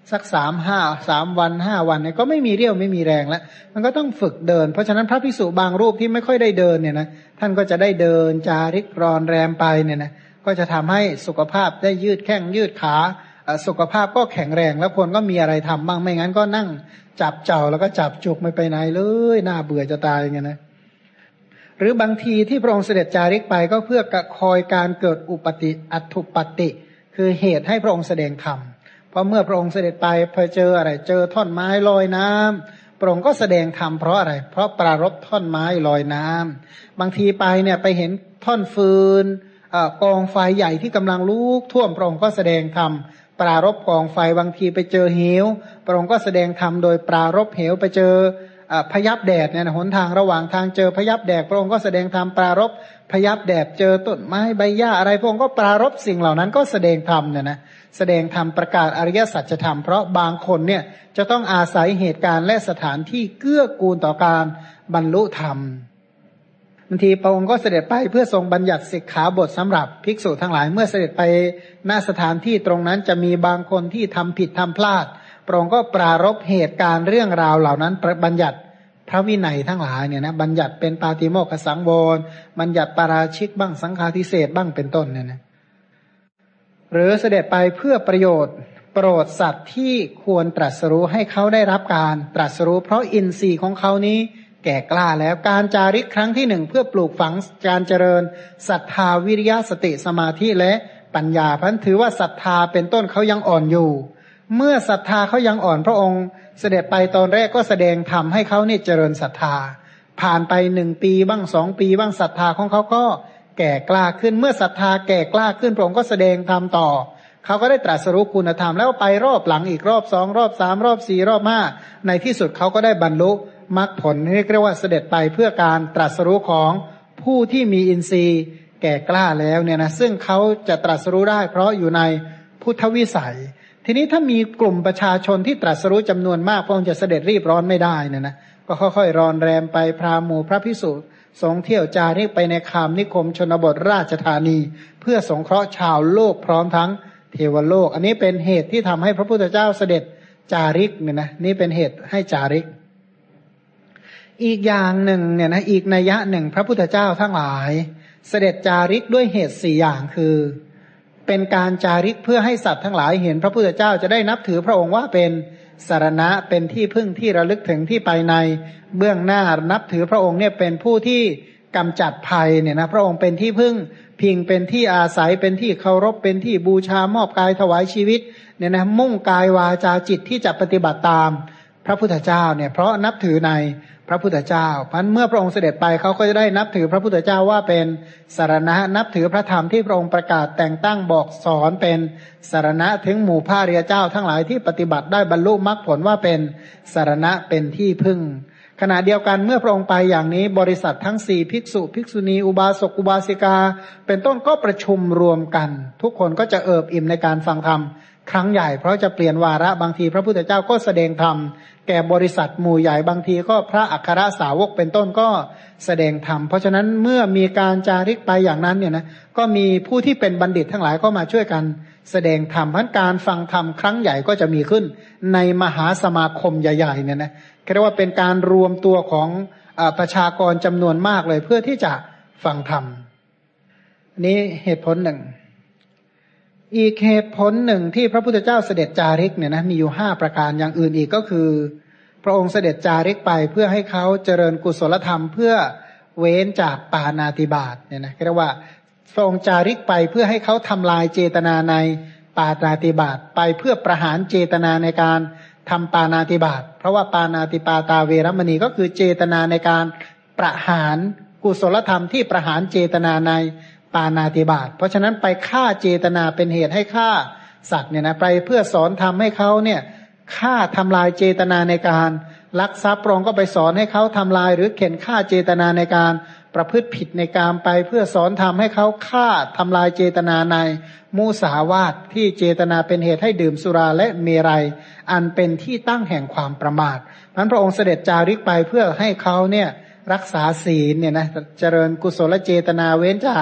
สักสามห้าสามวันห้าวันเนี่ยก็ไม่มีเรี่ยวไม่มีแรงแล้วมันก็ต้องฝึกเดินเพราะฉะนั้นพระภิกษุบางรูปที่ไม่ค่อยได้เดินเนี่ยนะท่านก็จะได้เดินจาริกรอนแรมไปเนี่ยนะก็จะทำให้สุขภาพได้ยืดแข้งยืดขาสุขภาพก็แข็งแรงแล้วคนก็มีอะไรทำบ้างไม่งั้นก็นั่งจับเจ้าแล้วก็จับจุกไม่ไปไหนเลยน่าเบื่อจะตายอย่างเงี้ยนะหรือบางทีที่พระองค์เสด็จจาริกไปก็เพื่อคอยการเกิดอุปติอัตถุปติคือเหตุให้พระองค์แสดงธรรมเพราะเมื่อพระองค์เสด็จไปพอเจออะไรเจอท่อนไม้ลอยน้ำพระองค์ก็แสดงธรรมเพราะอะไรเพราะปรารภท่อนไม้ลอยน้ำบางทีไปเนี่ยไปเห็นท่อนฟืนกองไฟใหญ่ที่กำลังลุกท่วมพระองค์ก็แสดงธรรมปรารภกองไฟบางทีไปเจอเหวพระองค์ก็แสดงธรรมโดยปรารภเหวไปเจอพยับแดดเนี่ยหนทางระหว่างทางเจอพยับแดดพระองค์ก็แสดงธรรมปรารภพยับแดดเจอต้นไม้ใบหญ้าอะไรพระองค์ก็ปรารภสิ่งเหล่านั้นก็แสดงธรรมเนี่ยนะแสดงธรรมประกาศอริยสัจธรรมเพราะบางคนเนี่ยจะต้องอาศัยเหตุการณ์และสถานที่เกื้อกูลต่อการบรรลุธรรมบางทีพระองค์ก็เสด็จไปเพื่อทรงบัญญัติสิกขาบทสำหรับภิกษุทั้งหลายเมื่อเสด็จไปณสถานที่ตรงนั้นจะมีบางคนที่ทำผิดทำพลาดพระองค์ก็ปรารภเหตุการณ์เรื่องราวเหล่านั้นบัญญัติพระวินัยทั้งหลายเนี่ยนะบัญญัติเป็นปาติโมกขสังวรบัญญัติปาราชิกบ้างสังฆาทิเศษบ้างเป็นต้นเนี่ยนะหรือเสด็จไปเพื่อประโยชน์โปรดสัตว์ที่ควรตรัสรู้ให้เขาได้รับการตรัสรู้เพราะอินทรีย์ของเขานี้แก่กล้าแล้วการจาริกครั้งที่หนึ่งเพื่อปลูกฝังการเจริญศรัทธาวิริยะสติสมาธิและปัญญาพันถือว่าศรัทธาเป็นต้นเขายังอ่อนอยู่เมื่อศรัทธาเขายังอ่อนพระองค์เสด็จไปตอนแรกก็แสดงธรรมให้เขาเนี่ยเจริญศรัทธาผ่านไปหนึ่งปีบ้างสองปีบ้างศรัทธาของเขาก็แก่กล้าขึ้นเมื่อศรัทธาแก่กล้าขึ้นพระองค์ก็แสดงธรรมต่อเขาก็ได้ตรัสรู้คุณธรรมแล้วไปรอบหลังอีกรอบสองรอบสามรอบสี่รอบห้าในที่สุดเขาก็ได้บรรลุมรรคผลนี่เรียกว่าเสด็จไปเพื่อการตรัสรู้ของผู้ที่มีอินทรีย์แก่กล้าแล้วเนี่ยนะซึ่งเขาจะตรัสรู้ได้เพราะอยู่ในพุทธวิสัยทีนี้ถ้ามีกลุ่มประชาชนที่ตรัสรู้จำนวนมากพระองค์จะเสด็จรีบร้อนไม่ได้เนี่ยนะก็ค่อยๆรอนแรมไปพราหมู่พระภิกษุสงฆ์เที่ยวจาริกไปในคามนิคมชนบทราชธานีเพื่อสงเคราะห์ชาวโลกพร้อมทั้งเทวโลกอันนี้เป็นเหตุที่ทำให้พระพุทธเจ้าเสด็จจาริกเนี่ยนะนี่เป็นเหตุให้จาริกอีกอย่างหนึ่งเนี่ยนะอีกนัยยะหนึ่งพระพุทธเจ้าทั้งหลายเสด็จจาริกด้วยเหตุสี่อย่างคือเป็นการจาริกเพื่อให้สัตว์ทั้งหลายเห็นพระพุทธเจ้าจะได้นับถือพระองค์ว่าเป็นสรณะเป็นที่พึ่งที่ระลึกถึงที่ไปในเบื้องหน้านับถือพระองค์เนี่ยเป็นผู้ที่กำจัดภัยเนี่ยนะพระองค์เป็นที่พึ่งพิงเป็นที่อาศัยเป็นที่เคารพเป็นที่บูชามอบกายถวายชีวิตเนี่ยนะมุ่งกายวาจาจิตที่จะปฏิบัติตามพระพุทธเจ้าเนี่ยเพราะนับถือในพระพุทธเจ้าเพราะเมื่อพระองค์เสด็จไปเขาก็จะได้นับถือพระพุทธเจ้าว่าเป็นสรณะนับถือพระธรรมที่พระองค์ประกาศแต่งตั้งบอกสอนเป็นสรณะถึงหมู่พระอริยเจ้าทั้งหลายที่ปฏิบัติได้บรรลุมรรคผลว่าเป็นสรณะเป็นที่พึ่งขณะเดียวกันเมื่อพระองค์ไปอย่างนี้บริษัททั้งสี่ภิกษุภิกษุณีอุบาสกอุบาสิกาเป็นต้นก็ประชุมรวมกันทุกคนก็จะเอิบอิ่มในการฟังธรรมครั้งใหญ่เพราะจะเปลี่ยนวาระบางทีพระพุทธเจ้าก็แสดงธรรมแก่บริษัทหมู่ใหญ่บางทีก็พระอัครสาวกเป็นต้นก็แสดงธรรมเพราะฉะนั้นเมื่อมีการจาริกไปอย่างนั้นเนี่ยนะก็มีผู้ที่เป็นบัณฑิตทั้งหลายก็มาช่วยกันแสดงธรรมเพราะการฟังธรรมครั้งใหญ่ก็จะมีขึ้นในมหาสมาคมใหญ่ๆเนี่ยนะเรียกว่าเป็นการรวมตัวของประชากรจำนวนมากเลยเพื่อที่จะฟังธรรมนี้เหตุผลหนึ่งอีกเหตุผลหนึ่งที่พระพุทธเจ้าเสด็จจาริกเนี่ยนะมีอยู่ห้าประการอย่างอื่นอีกก็คือพระองค์เสด็จจาริกไปเพื่อให้เขาเจริญกุศลธรรมเพื่อเว้นจากปาณาติบาตเนี่ยนะเรียกว่าพระองค์จาริกไปเพื่อให้เขาทำลายเจตนาในปาณาติบาตไปเพื่อประหารเจตนาในการทำปาณาติบาตเพราะว่าปาณาติปาตาเวรมณีก็คือเจตนาในการประหารกุศลธรรมที่ประหารเจตนาในปาณาติบาตเพราะฉะนั้นไปฆ่าเจตนาเป็นเหตุให้ฆ่าสัตว์เนี่ยนะไปเพื่อสอนทำให้เขาเนี่ยฆ่าทำลายเจตนาในการลักทรัพย์พระองค์ก็ไปสอนให้เขาทำลายหรือเข็นฆ่าเจตนาในการประพฤติผิดในการไปเพื่อสอนทำให้เขาฆ่าทำลายเจตนาในมุสาวาทที่เจตนาเป็นเหตุให้ดื่มสุราและเมรัยอันเป็นที่ตั้งแห่งความประมาทนั้นพระองค์เสด็จจาริกไปเพื่อให้เขาเนี่ยรักษาศีลเนี่ยนะเจริญกุศลเจตนาเว้นจาก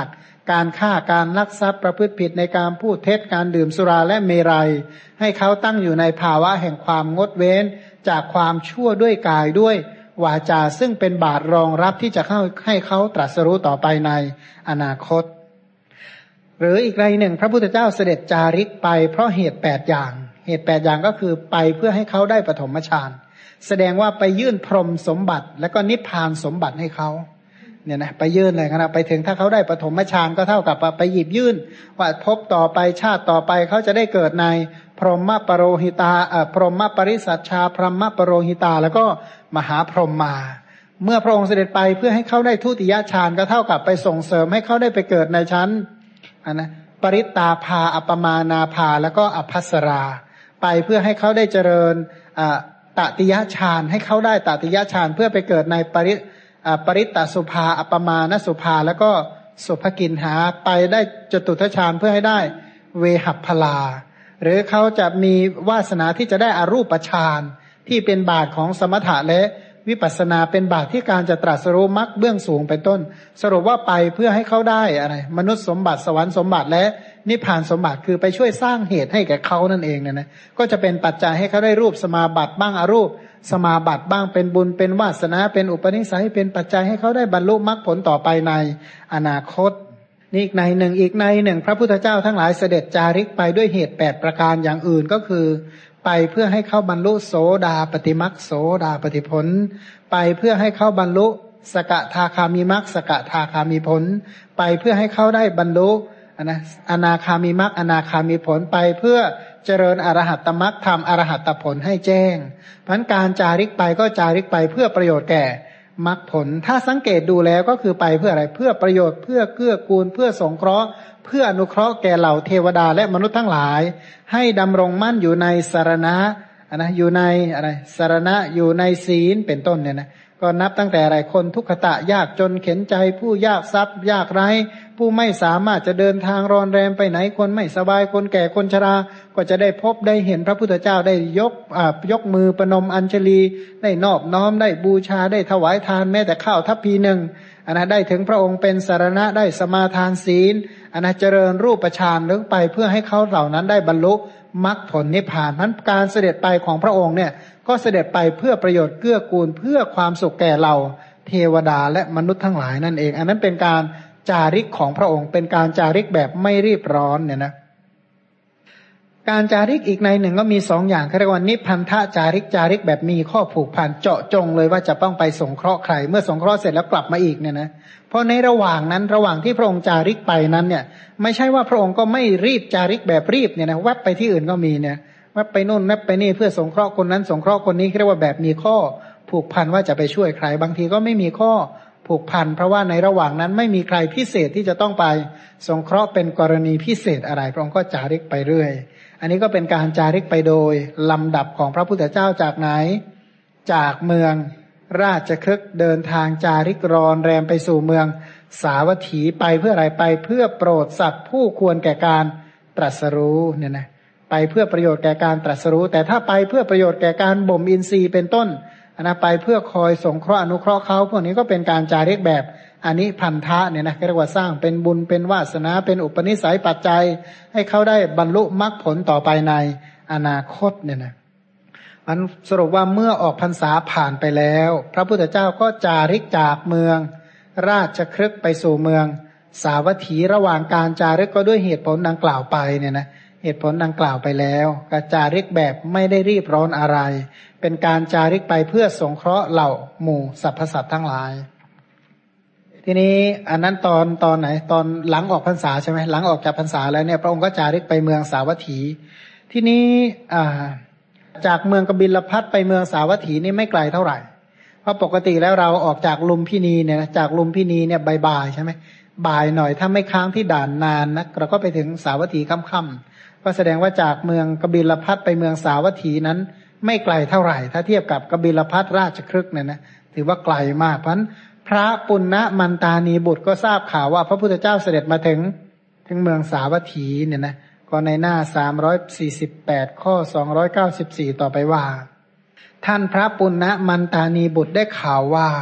การฆ่าการลักทรัพย์ประพฤติผิดในการพูดเท็จการดื่มสุราและเมรัยให้เขาตั้งอยู่ในภาวะแห่งความงดเว้นจากความชั่วด้วยกายด้วยวาจาซึ่งเป็นบาตรรองรับที่จะเข้าให้เขาตรัสรู้ต่อไปในอนาคตหรืออีกในหนึ่งพระพุทธเจ้าเสด็จจาริกไปเพราะเหตุแปดอย่างเหตุแปดอย่างก็คือไปเพื่อให้เขาได้ปฐมฌานแสดงว่าไปยื่นพรหมสมบัติแล้วก็นิพพานสมบัติให้เขาเนี่ยนะไปยื่นเลยนะไปถึงถ้าเขาได้ปฐมฌานก็เท่ากับไปหยิบยื่นว่าพบต่อไปชาติต่อไปเขาจะได้เกิดในพรหมปโรหิตาเอ่อพรหมปริสัชชาพรหมปโรหิตาแล้วก็มหาพรหมมาเมื่อพระองค์เสด็จไปเพื่อให้เขาได้ทุติยฌานก็เท่ากับไปส่งเสริมให้เขาได้ไปเกิดในชั้นอันนะปริตตาภาอัปมานาภาแล้วก็อภัสราไปเพื่อให้เขาได้เจริญอ่าตติยฌานให้เขาได้ตติยฌานเพื่อไปเกิดในปริปริตตสุภาอัปมานสุภาแล้วก็สุภกินหาไปได้จตุทัชฌานเพื่อให้ได้เวหัพพลาหรือเขาจะมีวาสนาที่จะได้อรูปฌานที่เป็นบาทของสมถะและวิปัสสนาเป็นบาทที่การจะตรัสรู้มรรคเบื้องสูงเป็นต้นสรุปว่าไปเพื่อให้เขาได้อะไรมนุษย์สมบัติสวรรค์สมบัติและนิพพานสมบัติคือไปช่วยสร้างเหตุให้แก่เขานั่นเองเนี่ยนะก็จะเป็นปัจจัยให้เขาได้รูปสมาบัติบ้างอรูปสมาบัติบ้างเป็นบุญเป็นวาสนาเป็นอุปนิสัยเป็นปัจจัยให้เขาได้บรรลุมรรคผลต่อไปในอนาคตนี่อีกในหนึ่งอีกในหนึ่งพระพุทธเจ้าทั้งหลายเสด็จจาริกไปด้วยเหตุแปดประการอย่างอื่นก็คือไปเพื่อให้เขาบรรลุโสดาปฏิมรรคโสดาปฏิผลไปเพื่อให้เขาบรรลุสกทาคามิมรรคสกทาคามิผลไปเพื่อให้เขาได้บรรลุนะอนาคามิมรรคอนาคามิผลไปเพื่อเจริญอรหัตตมรรคทำอรหัตตผลให้แจ้งเพราะฉะนั้นการจาริกไปก็จาริกไปเพื่อประโยชน์แก่มรรคผลถ้าสังเกตดูแล้วก็คือไปเพื่ออะไรเพื่อประโยชน์เพื่อเกื้อกูลเพื่อสงเคราะห์เพื่ออนุเคราะห์แก่เหล่าเทวดาและมนุษย์ทั้งหลายให้ดำรงมั่นอยู่ในสรณะนะอยู่ในอะไรสรณะอยู่ในศีลเป็นต้นเนี่ยนะก็นับตั้งแต่อะไรคนทุกขตะยากจนเข็นใจผู้ยากทรัพย์ยากไร้ผู้ไม่สามารถจะเดินทางรอนแรมไปไหนคนไม่สบายคนแก่คนชราก็จะได้พบได้เห็นพระพุทธเจ้าได้ยกอ่ายกมือประนมอัญชลีได้นอบน้อมได้บูชาได้ถวายทานแม้แต่ข้าวทัพพีหนึ่งอันนะได้ถึงพระองค์เป็นสรณะได้สมาทานศีลอันนะเจริญรูปฌานหรือไปเพื่อให้เขาเหล่านั้นได้บรรลุมรรคผลนิพพานนั้นการเสด็จไปของพระองค์เนี่ยก็เสด็จไปเพื่อประโยชน์เกื้อกูลเพื่อความสุขแก่เราเทวดาและมนุษย์ทั้งหลายนั่นเองอันนั้นเป็นการจาริกของพระองค์เป็นการจาริกแบบไม่รีบร้อนเนี่ยนะการจาริกอีกในหนึ่งก็มีสองอย่างเขาเรียกว่านิพพันธจาริกจาริกแบบมีข้อผูกพันเจาะจงเลยว่าจะต้องไปสงเคราะห์ใครเมื่อสงเคราะห์เสร็จแล้วกลับมาอีกเนี่ยนะเพราะในระหว่างนั้นระหว่างที่พระองค์จาริกไปนั้นเนี่ยไม่ใช่ว่าพระองค์ก็ไม่รีบจาริกแบบรีบเนี่ยนะแวบไปที่อื่นก็มีเนี่ยแวบไปนู่นแวบไปนี่เพื่อสงเคราะห์คนนั้นสงเคราะห์คนนี้เรียกว่าแบบมีข้อผูกพันว่าจะไปช่วยใครบางทีก็ไม่มีข้อผูกพันเพราะว่าในระหว่างนั้นไม่มีใครพิเศษที่จะต้องไปสงเคราะห์เป็นกรณีพิเศษอะไรพระองค์ก็จาริกไปเรื่อยอันนี้ก็เป็นการจาริกไปโดยลำดับของพระพุทธเจ้าจากไหนจากเมืองราชคฤห์เดินทางจาริกรอนแรมไปสู่เมืองสาวัตถีไปเพื่ออะไรไปเพื่อโปรดสัตว์ผู้ควรแก่การตรัสรู้เนี่ยนะไปเพื่อประโยชน์แก่การตรัสรู้แต่ถ้าไปเพื่อประโยชน์แก่การบ่มอินทรีย์เป็นต้นนะไปเพื่อคอยสงเคราะห์อนุเคราะห์เขาพวกนี้ก็เป็นการจาริกแบบอันนี้พันธะเนี่ยนะเรียกว่าสร้างเป็นบุญเป็นวาสนาเป็นอุปนิสัยปัจจัยให้เขาได้บรรลุมรรคผลต่อไปในอนาคตเนี่ยนะมันสรุปว่าเมื่อออกพรรษาผ่านไปแล้วพระพุทธเจ้าก็จาริกจากเมืองราชคฤห์ไปสู่เมืองสาวัตถีระหว่างการจาริกก็ด้วยเหตุผลดังกล่าวไปเนี่ยนะเหตุผลดังกล่าวไปแล้วก็จาริกแบบไม่ได้รีบร้อนอะไรเป็นการจาริกไปเพื่อสงเคราะห์เหล่าหมู่สรรพสัตว์ทั้งหลายทีนี้อันนั้นตอนตอนไหนตอนหลังออกพรรษาใช่ไหมหลังออกจากพรรษาแล้วเนี่ยพระองค์ก็จาริกไปเมืองสาวัตถีที่นี้อ่าจากเมืองกบิลพัสไปเมืองสาวัตถีนี่ไม่ไกลเท่าไหร่เพราะปกติแล้วเราออกจากลุมพินีเนี่ยจากลุมพินีเนี่ยบ่ายๆใช่ไหมบ่ายหน่อยถ้าไม่ค้างที่ด่านนานนะเราก็ไปถึงสาวัตถีค่ำๆก็แสดงว่าจากเมืองกบิลพัสไปเมืองสาวัตถีนั้นไม่ไกลเท่าไหร่ถ้าเทียบกับกบิลพัสราชคฤห์เนี่ยนะถือว่าไกลมากเพราะฉะนั้นพระปุณณมันตานีบุตรก็ทราบข่าวว่าพระพุทธเจ้าเสด็จมาถึงถึงเมืองสาวัตถีเนี่ยนะก็ในหน้าสามร้อยสี่สิบแปดข้อสองร้อยเก้าสิบสี่ต่อไปว่าท่านพระปุณณมันตานีบุตรได้ข่าวว่า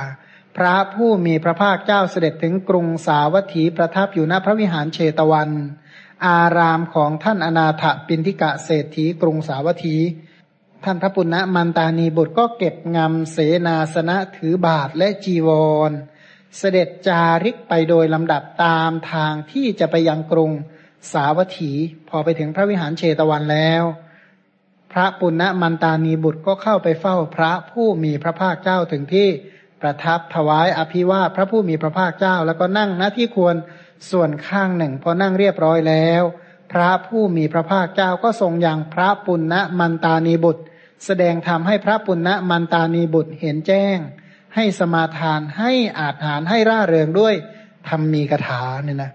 พระผู้มีพระภาคเจ้าเสด็จถึงกรุงสาวัตถีประทับอยู่ณพระวิหารเชตวันอารามของท่านอนาถปิณฑิกะเศรษฐีกรุงสาวัตถีท่านพระปุณณมันตานีบุตรก็เก็บงำเสนาสนะถือบาทและจีวรเสด็จจาริกไปโดยลำดับตามทางที่จะไปยังกรุงสาวัตถีพอไปถึงพระวิหารเชตวันแล้วพระปุณณมันตานีบุตรก็เข้าไปเฝ้าพระผู้มีพระภาคเจ้าถึงที่ประทับถวายอภิวาทพระผู้มีพระภาคเจ้าแล้วก็นั่งณที่ควรส่วนข้างหนึ่งพอนั่งเรียบร้อยแล้วพระผู้มีพระภาคเจ้าก็ทรงยังพระปุณณมันตานีบุตรแสดงธรรมให้พระปุณณมันตานีบุตรเห็นแจ้งให้สมาทานให้อาถรรพ์ให้ร่าเริงด้วยธรรมมีคาถาเนี่ยนะ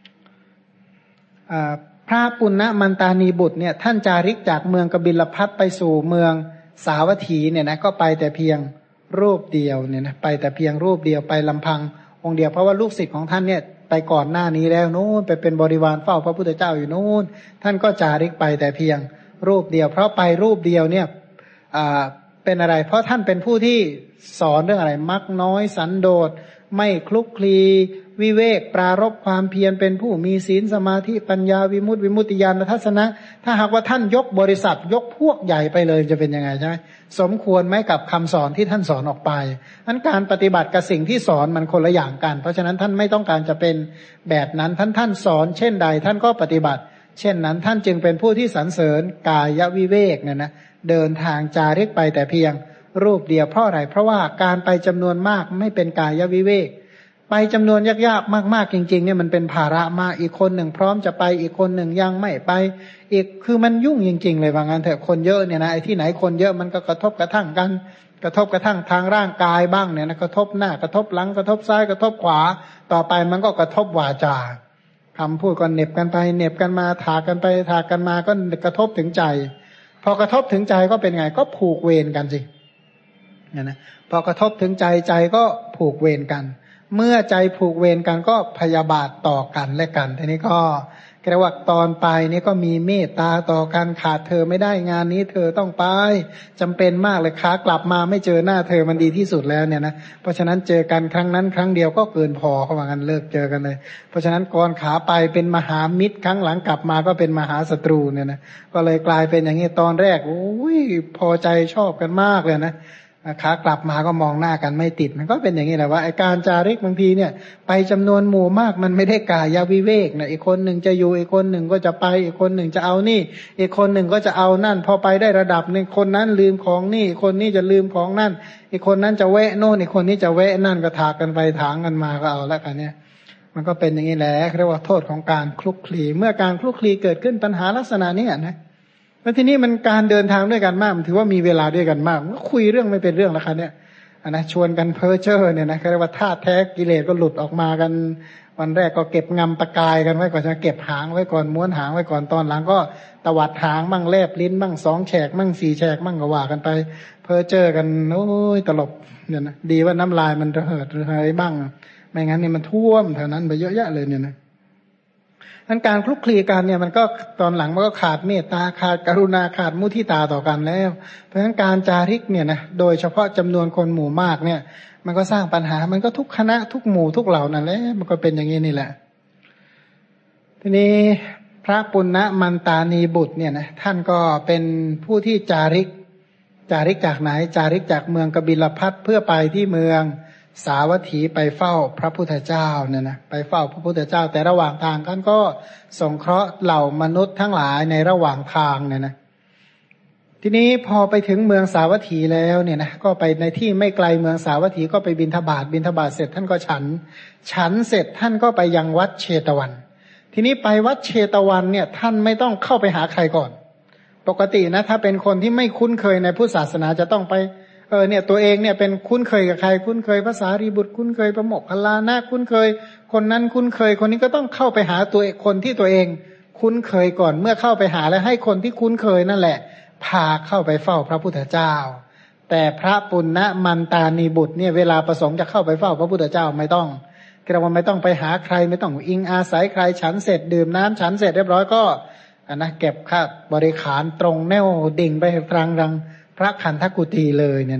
พระปุณณมันตานีบุตรเนี่ยท่านจาริกจากเมืองกบิลพัสไปสู่เมืองสาวัตถีเนี่ยนะก็ไปแต่เพียงรูปเดียวเนี่ยนะไปแต่เพียงรูปเดียวไปลำพังองค์เดียวเพราะว่าลูกศิษย์ของท่านเนี่ยไปก่อนหน้านี้แล้วนู้นไปเป็นบริวารเฝ้าพระพุทธเจ้าอยู่นู้นท่านก็จาริกไปแต่เพียงรูปเดียวเพราะไปรูปเดียวเนี่ยอ่าเป็นอะไรเพราะท่านเป็นผู้ที่สอนเรื่องอะไรมักน้อยสันโดษไม่คลุกคลีวิเวกปรารภความเพียรเป็นผู้มีศีลสมาธิปัญญาวิมุตติวิมุตติญาณทัศนะถ้าหากว่าท่านยกบริษัทยกพวกใหญ่ไปเลยจะเป็นยังไงใช่ไหมสมควรไหมกับคำสอนที่ท่านสอนออกไปนั้นการปฏิบัติกับสิ่งที่สอนมันคนละอย่างกันเพราะฉะนั้นท่านไม่ต้องการจะเป็นแบบนั้นท่านท่านสอนเช่นใดท่านก็ปฏิบัติเช่นนั้นท่านจึงเป็นผู้ที่สรรเสริญกายวิเวกเนี่ยนะเดินทางจาริกไปแต่เพียงรูปเดียวเพราะอะไรเพราะว่าการไปจำนวนมากไม่เป็นกายวิเวกไปจำนวนยากๆมากๆจริงๆเนี่ยมันเป็นภาระมากอีกคนหนึ่งพร้อมจะไปอีกคนหนึ่งยังไม่ไปอีกคือมันยุ่งจริงๆเลยว่างั้นเถอะคนเยอะเนี่ยนะไอ้ที่ไหนคนเยอะมันก็กระทบกระทั่งกันกระทบกระทั่งทางร่างกายบ้างเนี่ยนะกระทบหน้ากระทบหลังกระทบซ้ายกระทบขวาต่อไปมันก็กระทบวาจาคำพูดก็เหน็บกันไปเหน็บกันมาถากกันไปถากกันมาก็กระทบถึงใจพอกระทบถึงใจก็เป็นไงก็ผูกเวรกันสิเนี่ยนะพอกระทบถึงใจใจก็ผูกเวรกันเมื่อใจผูกเวรกันก็พยาบาทต่อกันและกันทีนี้ก็เรียกว่าตอนไปนี่ก็มีเมตตาต่อกันขาดเธอไม่ได้งานนี้เธอต้องไปจำเป็นมากเลยค้ากลับมาไม่เจอหน้าเธอมันดีที่สุดแล้วเนี่ยนะเพราะฉะนั้นเจอกันครั้งนั้นครั้งเดียวก็เกินพอเขาว่ากันเลิกเจอกันเลยเพราะฉะนั้นก่อนขาไปเป็นมหามิตรครั้งหลังกลับมาก็เป็นมหาศัตรูเนี่ยนะก็เลยกลายเป็นอย่างนี้ตอนแรกโอ้ยพอใจชอบกันมากเลยนะขากลับมาก็มองหน้ากันไม่ติดมันก็เป็นอย่างนี้แหละว่าไอการจาริกบางทีเนี่ยไปจำนวนหมู่มากมันไม่ได้กายวิเวกนะอีกคนหนึ่งจะอยู่อีกคนหนึ่งก็จะไปอีกคนหนึ่งจะเอานี่อีกคนหนึ่งก็จะเอานั่นพอไปได้ระดับหนึ่งคนนั้นลืมของนี่คนนี้จะลืมของนั่นอีกคนนั้นจะแวะโน่นอีกคนนี้จะแวะนั่นก็ถากกันไปถางกันมาก็เอาแล้วกันเนี่ยมันก็เป็นอย่างนี้แหละเรียกว่าโทษของการคลุกคลีเมื่อการคลุกคลีเกิดขึ้นปัญหาลักษณะนี้นะแล้วทีนี้มันการเดินทางด้วยกันมากมันถือว่ามีเวลาด้วยกันมากก็คุยเรื่องไม่เป็นเรื่องแล้วครับเนี่ยอันนะชวนกันเพ้อเจ้อเนี่ยนะเรียกว่าธาตุแท้กิเลสก็หลุดออกมากันวันแรกก็เก็บงำตะกายกันไว้ก่อนจะเก็บหางไว้ก่อนม้วนหางไว้ก่อนตอนหลังก็ตวัดหางมั่งแลบลิ้นมั่งสองแฉกมั่งสี่แฉกมั่งก็ว่ากันไปเพ้อเจ้อกันโอ้ยตลบเนี่ยนะดีว่าน้ำลายมันระเหิดระเหยบ้างไม่งั้นนี่มันท่วมแถวนั้นไปเยอะแยะเลยเนี่ยนะนั้นการคลุกคลีกันเนี่ยมันก็ตอนหลังมันก็ขาดเมตตาขาดกรุณาขาดมุทิตาต่อกันแล้วเพราะฉะนั้นการจาริกเนี่ยนะโดยเฉพาะจำนวนคนหมู่มากเนี่ยมันก็สร้างปัญหามันก็ทุกคณะทุกหมู่ทุกเหล่านั่นแหละมันก็เป็นอย่างนี้นี่แหละทีนี้พระปุณณมันตานีบุตรเนี่ยนะท่านก็เป็นผู้ที่จาริกจาริกจากไหนจาริกจากเมืองกบิลพัสเพื่อไปที่เมืองสาวัตถีไปเฝ้าพระพุทธเจ้าเนี่ยนะไปเฝ้าพระพุทธเจ้าแต่ระหว่างทางท่านก็สงเคราะห์เหล่ามนุษย์ทั้งหลายในระหว่างทางเนี่ยนะทีนี้พอไปถึงเมืองสาวัตถีแล้วเนี่ยนะก็ไปในที่ไม่ไกลเมืองสาวัตถีก็ไปบิณฑบาตบิณฑบาตเสร็จท่านก็ฉันฉันเสร็จท่านก็ไปยังวัดเชตวันทีนี้ไปวัดเชตวันเนี่ยท่านไม่ต้องเข้าไปหาใครก่อนปกตินะถ้าเป็นคนที่ไม่คุ้นเคยในพุทธศาสนาจะต้องไปเออเนี่ยตัวเองเนี่ยเป็นคุ้นเคยกับใครคุ้นเคยภาษารีบุตรคุ้นเคยพระโมคคัลลานะคุ้นเคยคนนั้นคุ้นเคยคนนี้ก็ต้องเข้าไปหาตัวคนที่ตัวเองคุ้นเคยก่อนเมื่อเข้าไปหาแล้วให้คนที่คุ้นเคยนั่นแหละพาเข้าไปเฝ้าพระพุทธเจ้าแต่พระปุณณมันตานีบุตรเนี่ยเวลาประสงค์จะเข้าไปเฝ้าพระพุทธเจ้าไม่ต้องกระว่าไม่ต้องไปหาใครไม่ต้องอิงอาศัยใครฉันเสร็จดื่มน้ำฉันเสร็จเรียบร้อยก็อันนะเก็บข้าบริขารตรงแนวดิ่งไปทางรังพระขันธกุฏีเลยเนี่ยนะ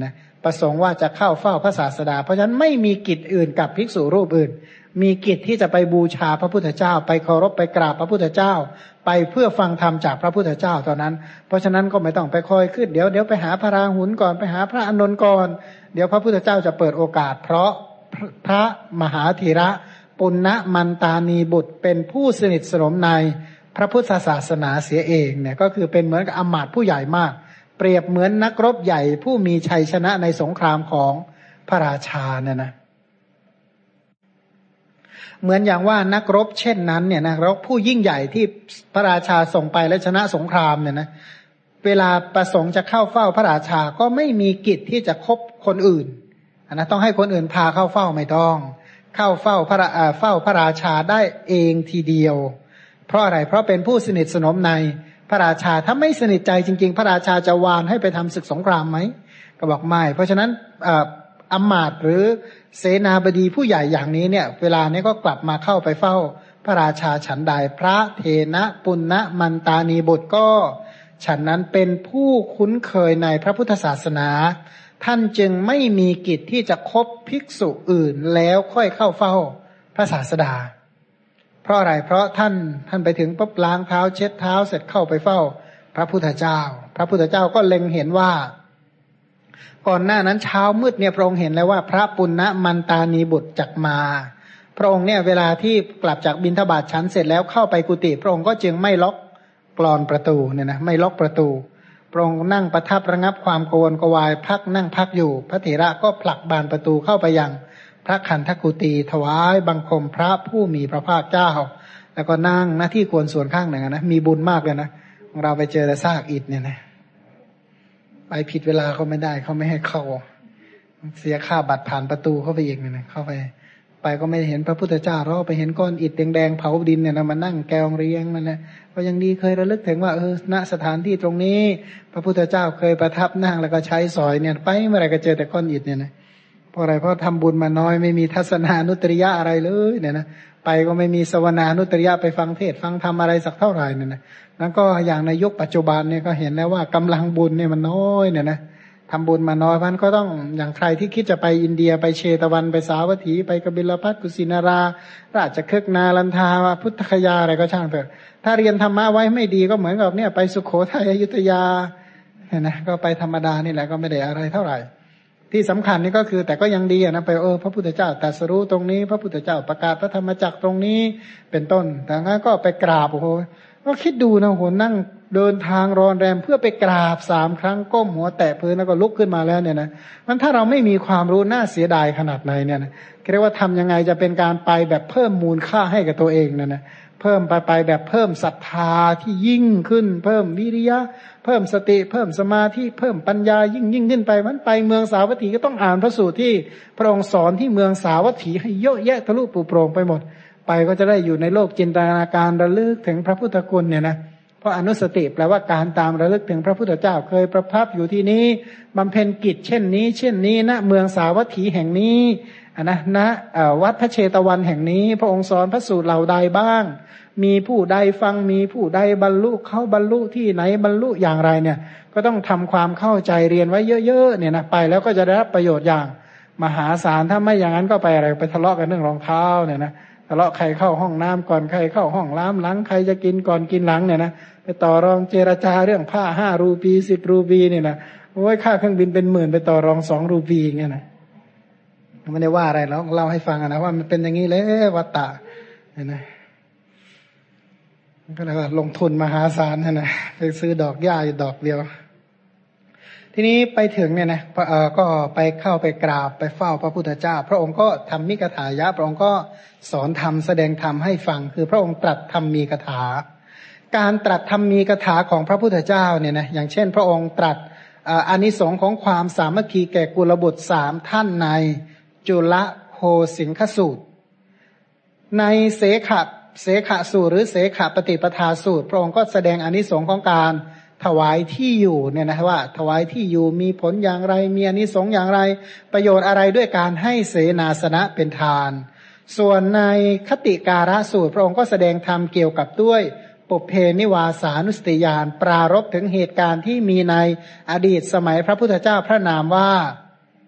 ประสงค์ว่าจะเข้าเฝ้าพระศาสดาเพราะฉะนั้นไม่มีกิจอื่นกับภิกษุรูปอื่นมีกิจที่จะไปบูชาพระพุทธเจ้าไปเคารพไปกราบพระพุทธเจ้าไปเพื่อฟังธรรมจากพระพุทธเจ้าเท่านั้นเพราะฉะนั้นก็ไม่ต้องไปคอยขึ้นเดี๋ยวเดี๋ยวไปหาพระราหุลก่อนไปหาพระอานนท์ก่อนเดี๋ยวพระพุทธเจ้าจะเปิดโอกาสเพราะพระมหาธีระปุณณมันตานีบุตรเป็นผู้สนิทสนมในพระพุทธศาสนาเสียเองเนี่ยก็คือเป็นเหมือนกับอมาตย์ผู้ใหญ่มากเปรียบเหมือนนักรบใหญ่ผู้มีชัยชนะในสงครามของพระราชาเนี่ยนะเหมือนอย่างว่านักรบเช่นนั้นเนี่ยนักรบผู้ยิ่งใหญ่ที่พระราชาส่งไปและชนะสงครามเนี่ยนะเวลาประสงค์จะเข้าเฝ้าพระราชาก็ไม่มีกิจที่จะคบคนอื่นนะต้องให้คนอื่นพาเข้าเฝ้าไม่ต้องเข้าเฝ้าพระเฝ้าพระราชาได้เองทีเดียวเพราะอะไรเพราะเป็นผู้สนิทสนมในพระราชาถ้าไม่สนิทใจจริงๆพระราชาจะวานให้ไปทำศึกสงครามไหมก็บอกไม่เพราะฉะนั้นอำมาตย์หรือเสนาบดีผู้ใหญ่อย่างนี้เนี่ยเวลานี้ก็กลับมาเข้าไปเฝ้าพระราชาฉันใดพระเทนะปุณณมันตานีบุตรก็ฉันนั้นเป็นผู้คุ้นเคยในพระพุทธศาสนาท่านจึงไม่มีกิจที่จะคบภิกษุอื่นแล้วค่อยเข้าเฝ้าพระศาสดาเพราะอะไรเพราะท่านท่านไปถึงปุ๊บล้างเท้าเช็ดเท้าเสร็จเข้าไปเฝ้าพระพุทธเจ้าพระพุทธเจ้าก็เล็งเห็นว่าก่อนหน้านั้นเช้ามืดเนี่ยพระองค์เห็นแล้วว่าพระปุณณมันตานีบุตรจักมาพระองค์เนี่ยเวลาที่กลับจากบิณฑบาตฉันเสร็จแล้วเข้าไปกุฏิพระองค์ก็จึงไม่ล็อกกลอนประตูเนี่ยนะไม่ล็อกประตูพระองค์นั่งประทับระงับความโกวนกวายพักนั่งพักอยู่พระเถระก็ผลักบานประตูเข้าไปยังพระขันธกุฏีถวายบังคมพระผู้มีพระภาคเจ้าแล้วก็นั่งหน้าที่ควรส่วนข้างหนึ่งนะมีบุญมากเลยนะเราไปเจอแต่ซากอิฐเนี่ยนะไปผิดเวลาเขาไม่ได้เขาไม่ให้เข้าเสียค่าบัตรผ่านประตูเข้าไปอีกเนี่ยนะเข้าไปไปก็ไม่เห็นพระพุทธเจ้าเราไปเห็นก้อนอิฐแดงๆเผาดินเนี่ยนะมานั่งแกงเรียงนั่นแหละก็ยังดีเคยระลึกถึงว่าเออณสถานที่ตรงนี้พระพุทธเจ้าเคยประทับนั่งแล้วก็ใช้สอยเนี่ยไปเมื่อไรก็เจอแต่ก้อนอิฐเนี่ยนะเพราะอะไรเพราะทำบุญมาน้อยไม่มีทัศนานุตริยะอะไรเลยเนี่ยนะไปก็ไม่มีสวนานุตริยะไปฟังเทศฟังธรรมอะไรสักเท่าไหร่เนี่ยนะแล้วก็อย่างในยุคปัจจุบันเนี่ยก็เห็นแล้วว่ากำลังบุญเนี่ยมันน้อยเนี่ยนะทำบุญมาน้อยมันก็ต้องอย่างใครที่คิดจะไปอินเดียไปเชตวันไปสาวัตถีไปกบิลพัสกุสินาราราชคฤห์นาลันทาวพุทธคยาอะไรก็ช่างเถอะถ้าเรียนธรรมะไว้ไม่ดีก็เหมือนกับเนี่ยไปสุโขทัยอยุธยาเนี่ยนะก็ไปธรรมดานี่แหละก็ไม่ได้อะไรเท่าไหร่ที่สำคัญนี่ก็คือแต่ก็ยังดีนะไปเออพระพุทธเจ้าตรัสรู้ตรงนี้พระพุทธเจ้าประกาศพระธรรมจักรตรงนี้เป็นต้นแต่งั้นก็ไปกราบโอ้โหก็คิดดูนะโหนั่งเดินทางรอนแรมเพื่อไปกราบสามครั้งก้มหัวแตะพื้นแล้วก็ลุกขึ้นมาแล้วเนี่ยนะมันถ้าเราไม่มีความรู้น่าเสียดายขนาดไหนเนี่ยนะเรียกว่าทำยังไงจะเป็นการไปแบบเพิ่มมูลค่าให้กับตัวเองนะนะเพิ่มไปไปแบบเพิ่มศรัทธาที่ยิ่งขึ้นเพิ่มวิริยะเพิ่มสติเพิ่มสมาธิเพิ่มปัญญายิ่งยิ่งขึ้นไปมันไปเมืองสาวัตถีก็ต้องอ่านพระสูตรที่พระองค์สอนที่เมืองสาวัตถีให้เยอะแยะทะลุปูโปร่งไปหมดไปก็จะได้อยู่ในโลกจินตนาการระลึกถึงพระพุทธคุณเนี่ยนะเพราะอนุสติแปลว่าการตามระลึกถึงพระพุทธเจ้าเคยประทับอยู่ที่นี้บำเพ็ญกิจเช่นนี้เช่นนี้ณเมืองสาวัตถีแห่งนี้นะณวัดพระเชตวันแห่งนี้พระองค์สอนพระสูตรเหล่าใดบ้างมีผู้ใดฟังมีผู้ใดบรรลุเข้าบรรลุที่ไหนบรรลุอย่างไรเนี่ยก็ต้องทำความเข้าใจเรียนไว้เยอะๆเนี่ยนะไปแล้วก็จะได้รับประโยชน์อย่างมหาศาลถ้าไม่อย่างนั้นก็ไปอะไรไปทะเลาะกันเรื่องรองเท้าเนี่ยนะทะเลาะใครเข้าห้องน้ำก่อนใครเข้าห้องล้างหลังใครจะกินก่อนกินหลังเนี่ยนะไปต่อรองเจรจาเรื่องผ้าห้ารูปีสิบรูปีเนี่ยนะโอ้ยค่าเครื่องบินเป็นหมื่นไปต่อรองสองรูปีอย่างเงี้ยนะไม่ได้ว่าอะไรแล้วเล่าให้ฟังนะว่ามันเป็นอย่างนี้เลยวัตตะเนี่ยนะก็เลยว่าลงทุนมหาศาลนะไปซื้อดอกหญ้าอยู่ดอกเดียวทีนี้ไปถึงเนี่ยนะก็ไปเข้าไปกราบไปเฝ้าพระพุทธเจ้าพระองค์ก็ทำมิกถายะพระองค์ก็สอนธรรมแสดงธรรมให้ฟังคือพระองค์ตรัสธรรมมีกถาการตรัสธรรมมีกถาของพระพุทธเจ้าเนี่ยนะอย่างเช่นพระองค์ตรัสอานิสงส์ของความสามัคคีแก่กุลบุตรสามท่านในจุลโคสิงคสูตรในเสขะเสขะสูตรหรือเสขะปฏิปทาสูตรพระองค์ก็แสดงอานิสงส์ของการถวายที่อยู่เนี่ยนะว่าถวายที่อยู่มีผลอย่างไรมีอานิสงส์อย่างไรประโยชน์อะไรด้วยการให้เสนาสนะเป็นทานส่วนในคติการะสูตรพระองค์ก็แสดงธรรมเกี่ยวกับด้วยปุเพนิวาสานุสติญาณปรารภถึงเหตุการณ์ที่มีในอดีตสมัยพระพุทธเจ้าพระนามว่า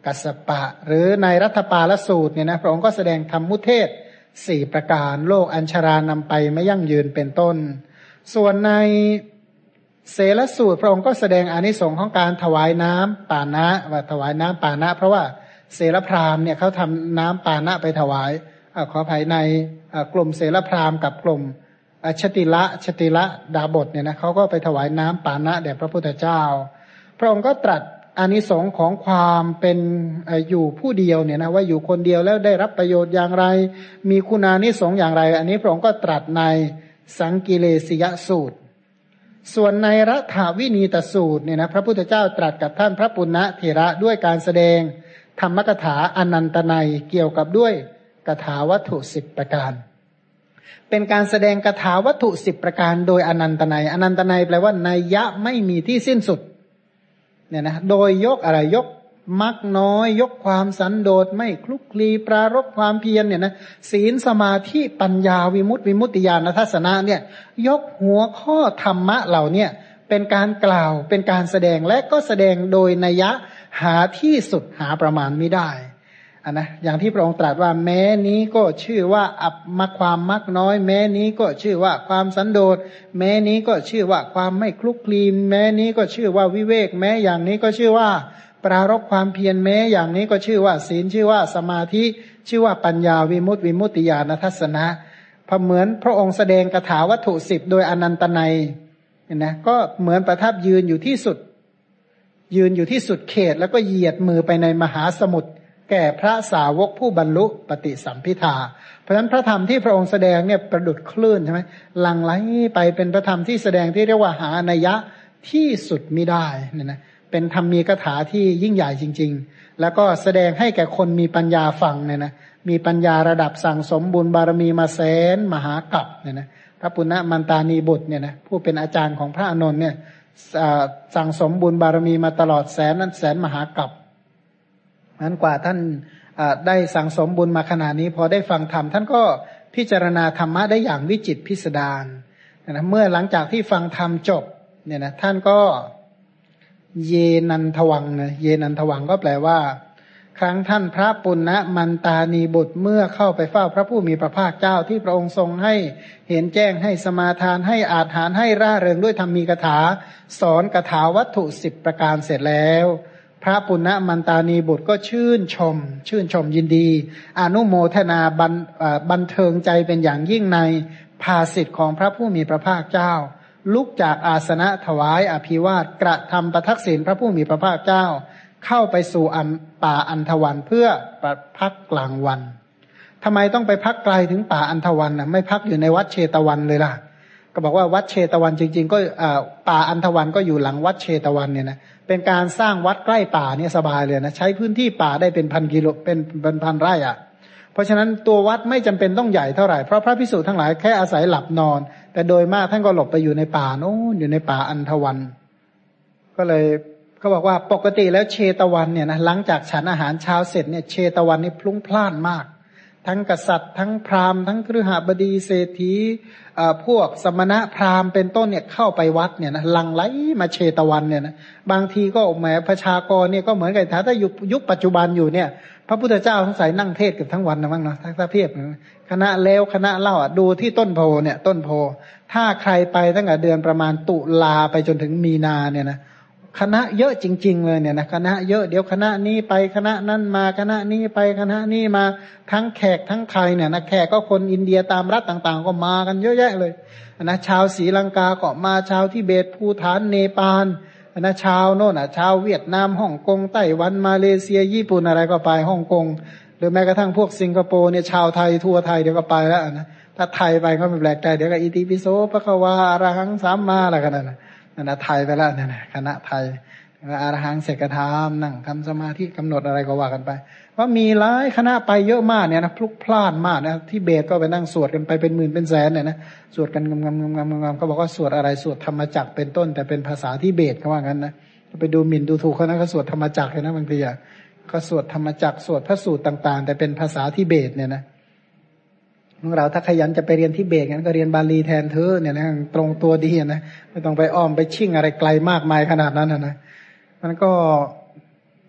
กัสสปะหรือในรัฐปาลสูตรเนี่ยนะพระองค์ก็แสดงธรรมมุเทศสี่ประการโลกอัญชารานำไปไม่ยั่งยืนเป็นต้นส่วนในเสลสูตรพระองค์ก็แสดงอานิสงส์ของการถวายน้ำปานะว่าถวายน้ำปานะเพราะว่าเสลพราหมณ์เนี่ยเขาทำน้ำปานะไปถวายอขออภัยในกลุ่มเสลพราหมณ์กับกลุ่มชติละชติละดาบทเนี่ยนะเขาก็ไปถวายน้ำปานะแด่พระพุทธเจ้าพระองค์ก็ตรัสอานิสงส์ของความเป็นอยู่ผู้เดียวเนี่ยนะว่าอยู่คนเดียวแล้วได้รับประโยชน์อย่างไรมีคุณานิสงส์อย่างไรอันนี้พระองค์ก็ตรัสในสังกิเลสยสูตรส่วนในรัฐวินีตสูตรเนี่ยนะพระพุทธเจ้าตรัสกับท่านพระปุณณเถระด้วยการแสดงธรรมกถาอนันตนัยเกี่ยวกับด้วยกถาวัตถุสิบประการเป็นการแสดงกถาวัตถุสิบประการโดยอนันตนัยอนันตนัยแปลว่านัยยะไม่มีที่สิ้นสุดเนี่ยนะโดยยกอะไรยกมักน้อยยกความสันโดษไม่คลุกคลีปรารภความเพียรเนี่ยนะศีลสมาธิปัญญาวิมุตติวิมุตติญาณทัศนะเนี่ยยกหัวข้อธรรมะเหล่านี้เป็นการกล่าวเป็นการแสดงและก็แสดงโดยนัยยะหาที่สุดหาประมาณไม่ได้อ่ะนะอย่างที่พระองค์ตรัสว่าแม้นี้ก็ชื่อว่าอัปมาความมักน้อยแม้นี้ก็ชื่อว่าความสันโดษแม้นี้ก็ชื่อว่าความไม่คลุกคลีแม้นี้ก็ชื่อว่าวิเวกแม้อย่างนี้ก็ชื่อว่าปรารภความเพียรแม้อย่างนี้ก็ชื่อว่าศีลชื่อว่าสมาธิชื่อว่าปัญญาวิมุตติวิมุตติญาณทัศนะพอเหมือนพระองค์แสดงคาถาวัตถุสิบโดยอนันตนัยเห็นนะก็เหมือนประทับยืนอยู่ที่สุดยืนอยู่ที่สุดเขตแล้วก็เหยียดมือไปในมหาสมุทรแก่พระสาวกผู้บรรลุปฏิสัมภิทาเพราะฉะนั้นพระธรรมที่พระองค์แสดงเนี่ยประดุจคลื่นใช่ไหมหลั่งไหลไปเป็นพระธรรมที่แสดงที่เรียกว่าหานัยยะที่สุดมิได้เนี่ยนะเป็นธรรมีกถาที่ยิ่งใหญ่จริงๆแล้วก็แสดงให้แก่คนมีปัญญาฟังเนี่ยนะมีปัญญาระดับสั่งสมบุญบารมีมาแสนมหากัปเนี่ยนะพระปุณณมันตานีบุตรเนี่ยนะผู้เป็นอาจารย์ของพระอานนท์เนี่ยสั่งสมบุญบารมีมาตลอดแสนนั้นแสนมหากัปนั้นกว่าท่านได้สั่งสมบุญมาขนาดนี้พอได้ฟังธรรมท่านก็พิจารณาธรรมะได้อย่างวิจิตรพิสดารนะเมื่อหลังจากที่ฟังธรรมจบเนี่ยนะท่านก็เยนันทวังนะเยนันทวังก็แปลว่าครั้งท่านพระปุณณมันตานีบุตรเมื่อเข้าไปเฝ้าพระผู้มีพระภาคเจ้าที่พระองค์ทรงให้เห็นแจ้งให้สมาทานให้อาถรรพ์ให้ร่าเริงด้วยธรรมีกถาสอนกถาวัตถุสิบประการเสร็จแล้วพระปุณณมันตานีบุตรก็ชื่นชมชื่นชมยินดีอนุโมทนาบันบันเทิงใจเป็นอย่างยิ่งในภาสิทธิ์ของพระผู้มีพระภาคเจ้าลุกจากอาสนะถวายอภิวาทกระทำประทักษิณพระผู้มีพระภาคเจ้าเข้าไปสู่ป่าอันธวันเพื่อพักกลางวันทำไมต้องไปพักไกลถึงป่าอันธวันนะไม่พักอยู่ในวัดเชตวันเลยล่ะก็บอกว่าวัดเชตวันจริงๆก็ป่าอันธวันก็อยู่หลังวัดเชตวันเนี่ยนะเป็นการสร้างวัดใกล้ป่าเนี่ยสบายเลยนะใช้พื้นที่ป่าได้เป็นพันกิโลเป็นเป็นพันไร่อ่ะเพราะฉะนั้นตัววัดไม่จำเป็นต้องใหญ่เท่าไหร่เพราะพระภิกษุทั้งหลายแค่อาศัยหลับนอนแต่โดยมากท่านก็หลบไปอยู่ในป่าโน้นอยู่ในป่าอันธวันก็เลยเขาบอกว่าปกติแล้วเชตวันเนี่ยนะหลังจากฉันอาหารเช้าเสร็จเนี่ยเชตวันนี่พลุ่งพล่านมากทั้งกษัตริย์ทั้งพราหมณ์ทั้งคฤหบดีเศรษฐีพวกสมณะพราหมณ์เป็นต้นเนี่ยเข้าไปวัดเนี่ยนะหลั่งไหลมาเชตวันเนี่ยนะบางทีก็แหมประชากรเนี่ยก็เหมือนกันถ้ายุคยุคปัจจุบันอยู่เนี่ยพระพุทธเจ้าสงสัยนั่งเทศเกือบทั้งวันนะมั้งเนาะถ้าเพียบคณะเลวคณะเล่าอ่ะดูที่ต้นโพเนี่ยต้นโพถ้าใครไปตั้งแต่เดือนประมาณตุลาไปจนถึงมีนาเนี่ยนะคณะเยอะจริงๆเลยเนี่ยนะคณะเยอะเดี๋ยวคณะนี้ไปคณะนั้นมาคณะนี้ไปคณะนี้มาทั้งแขกทั้งไทยเนี่ยนะแขกก็คนอินเดียตามรัฐต่างๆก็มากันเยอะแยะเลยนะชาวศรีลังกาก็มาชาวทิเบตภูฏานเนปาลนะชาวโน่นอ่ะชาวเวียดนามฮ่องกงไต้หวันมาเลเซียญี่ปุ่นอะไรก็ไปฮ่องกงหรือแม้กระทั่งพวกสิงคโปร์เนี่ยชาวไทยทัวร์ไทยเดี๋ยวก็ไปแล้วนะถ้าไทยไปก็ไม่แปลกใจเดี๋ยวก็อิติปิโสภควาอรหังสัมมาอะไรกันนะนั่นนะไทยไปแล้วเนี่ยนะคณะไทยอรหังเสกธรรมนั่งทำสมาธิกำหนดอะไรก็ว่ากันไปว่ามีหลายคณะไปเยอะมากเนี่ยนะพลุกพล่านมากนะที่เบสก็ไปนั่งสวดกันไปเป็นหมื่นเป็นแสนเนี่ยนะสวดกันงำงำงำงำงำก็บอกว่าสวดอะไรสวดธรรมจักรเป็นต้นแต่เป็นภาษาที่เบสเขาว่างั้นนะไปดูหมิ่นดูถูกเขานะเขาสวดธรรมจักรเลยนะบางทีอ่ะก็สวดธรรมจักรสวดพระสูตรต่างๆแต่เป็นภาษาที่เบสเนี่ยนะของเราถ้าขยันจะไปเรียนทิเบตงั้นก็เรียนบาลีแทนเธอเนี่ยนะตรงตัวดีนะไม่ต้องไปอ้อมไปชิ่งอะไรไกลมากมายขนาดนั้นนะมันก็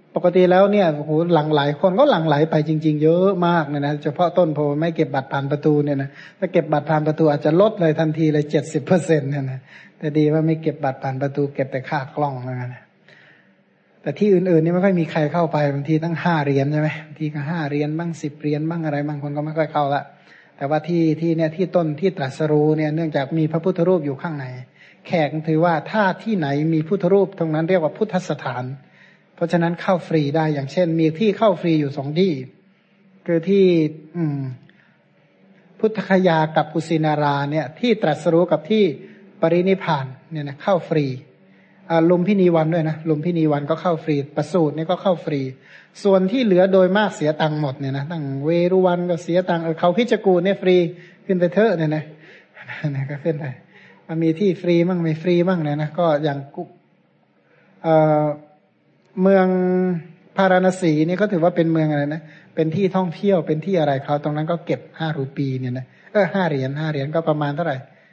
ปกติแล้วเนี่ยโอ้โหหลั่งไหลคนก็หลั่งไหลไปจริงๆเยอะมากเนี่ยนะเฉพาะต้นโพไม่เก็บบัตรผ่านประตูเนี่ยนะถ้าเก็บบัตรผ่านประตูอาจจะลดเลยทันทีเลยเจ็ดสิบเปอร์เซ็นต์เนี่ยนะแต่ดีว่าไม่เก็บบัตรผ่านประตูเก็บแต่ค่ากล้องแล้วนะแต่ที่อื่นๆนี่ไม่ค่อยมีใครเข้าไปบางทีตั้งห้าเหรียญใช่ไหมบางทีก็ห้าเหรียญบ้างสิบเหรียญบ้างอะไรบางคนก็ไม่ค่อยเข้าละแต่ว่าที่ที่เนี่ยที่ต้นที่ตรัสรู้เนี่ยเนื่องจากมีพระพุทธรูปอยู่ข้างในแขกถือว่าถ้าที่ไหนมีพุทธรูปตรงนั้นเรียกว่าพุทธสถานเพราะฉะนั้นเข้าฟรีได้อย่างเช่นมีที่เข้าฟรีอยู่สองที่คือที่อืมพุทธคยากับกุสินาราเนี่ยที่ตรัสรู้กับที่ปรินิพพานเนี่ยนะเข้าฟรีอ่าลุมพินีวันด้วยนะลุมพินีวันก็เข้าฟรีประสูตินี่ก็เข้าฟรีส่วนที่เหลือโดยมากเสียตังค์หมดเนี่ยนะตั้งเวรุวันก็เสียตังค์เขาพิจกูลเนี่ยฟรีขึ้นไปเถอะเนี่ยนะนะก็ขึ้นไปมันมีที่ฟรีมั่งไม่ฟรีมั่งเนี่ยนะก็อย่างเอ่อเมืองพาราณสีนี่ก็ถือว่าเป็นเมืองอะไรนะเป็นที่ท่องเที่ยวเป็นที่อะไรเขาตรงนั้นก็เก็บห้ารูปีเนี่ยนะเออห้าเหรียญห้าเหรียญก็ประมาณเท่าไหร่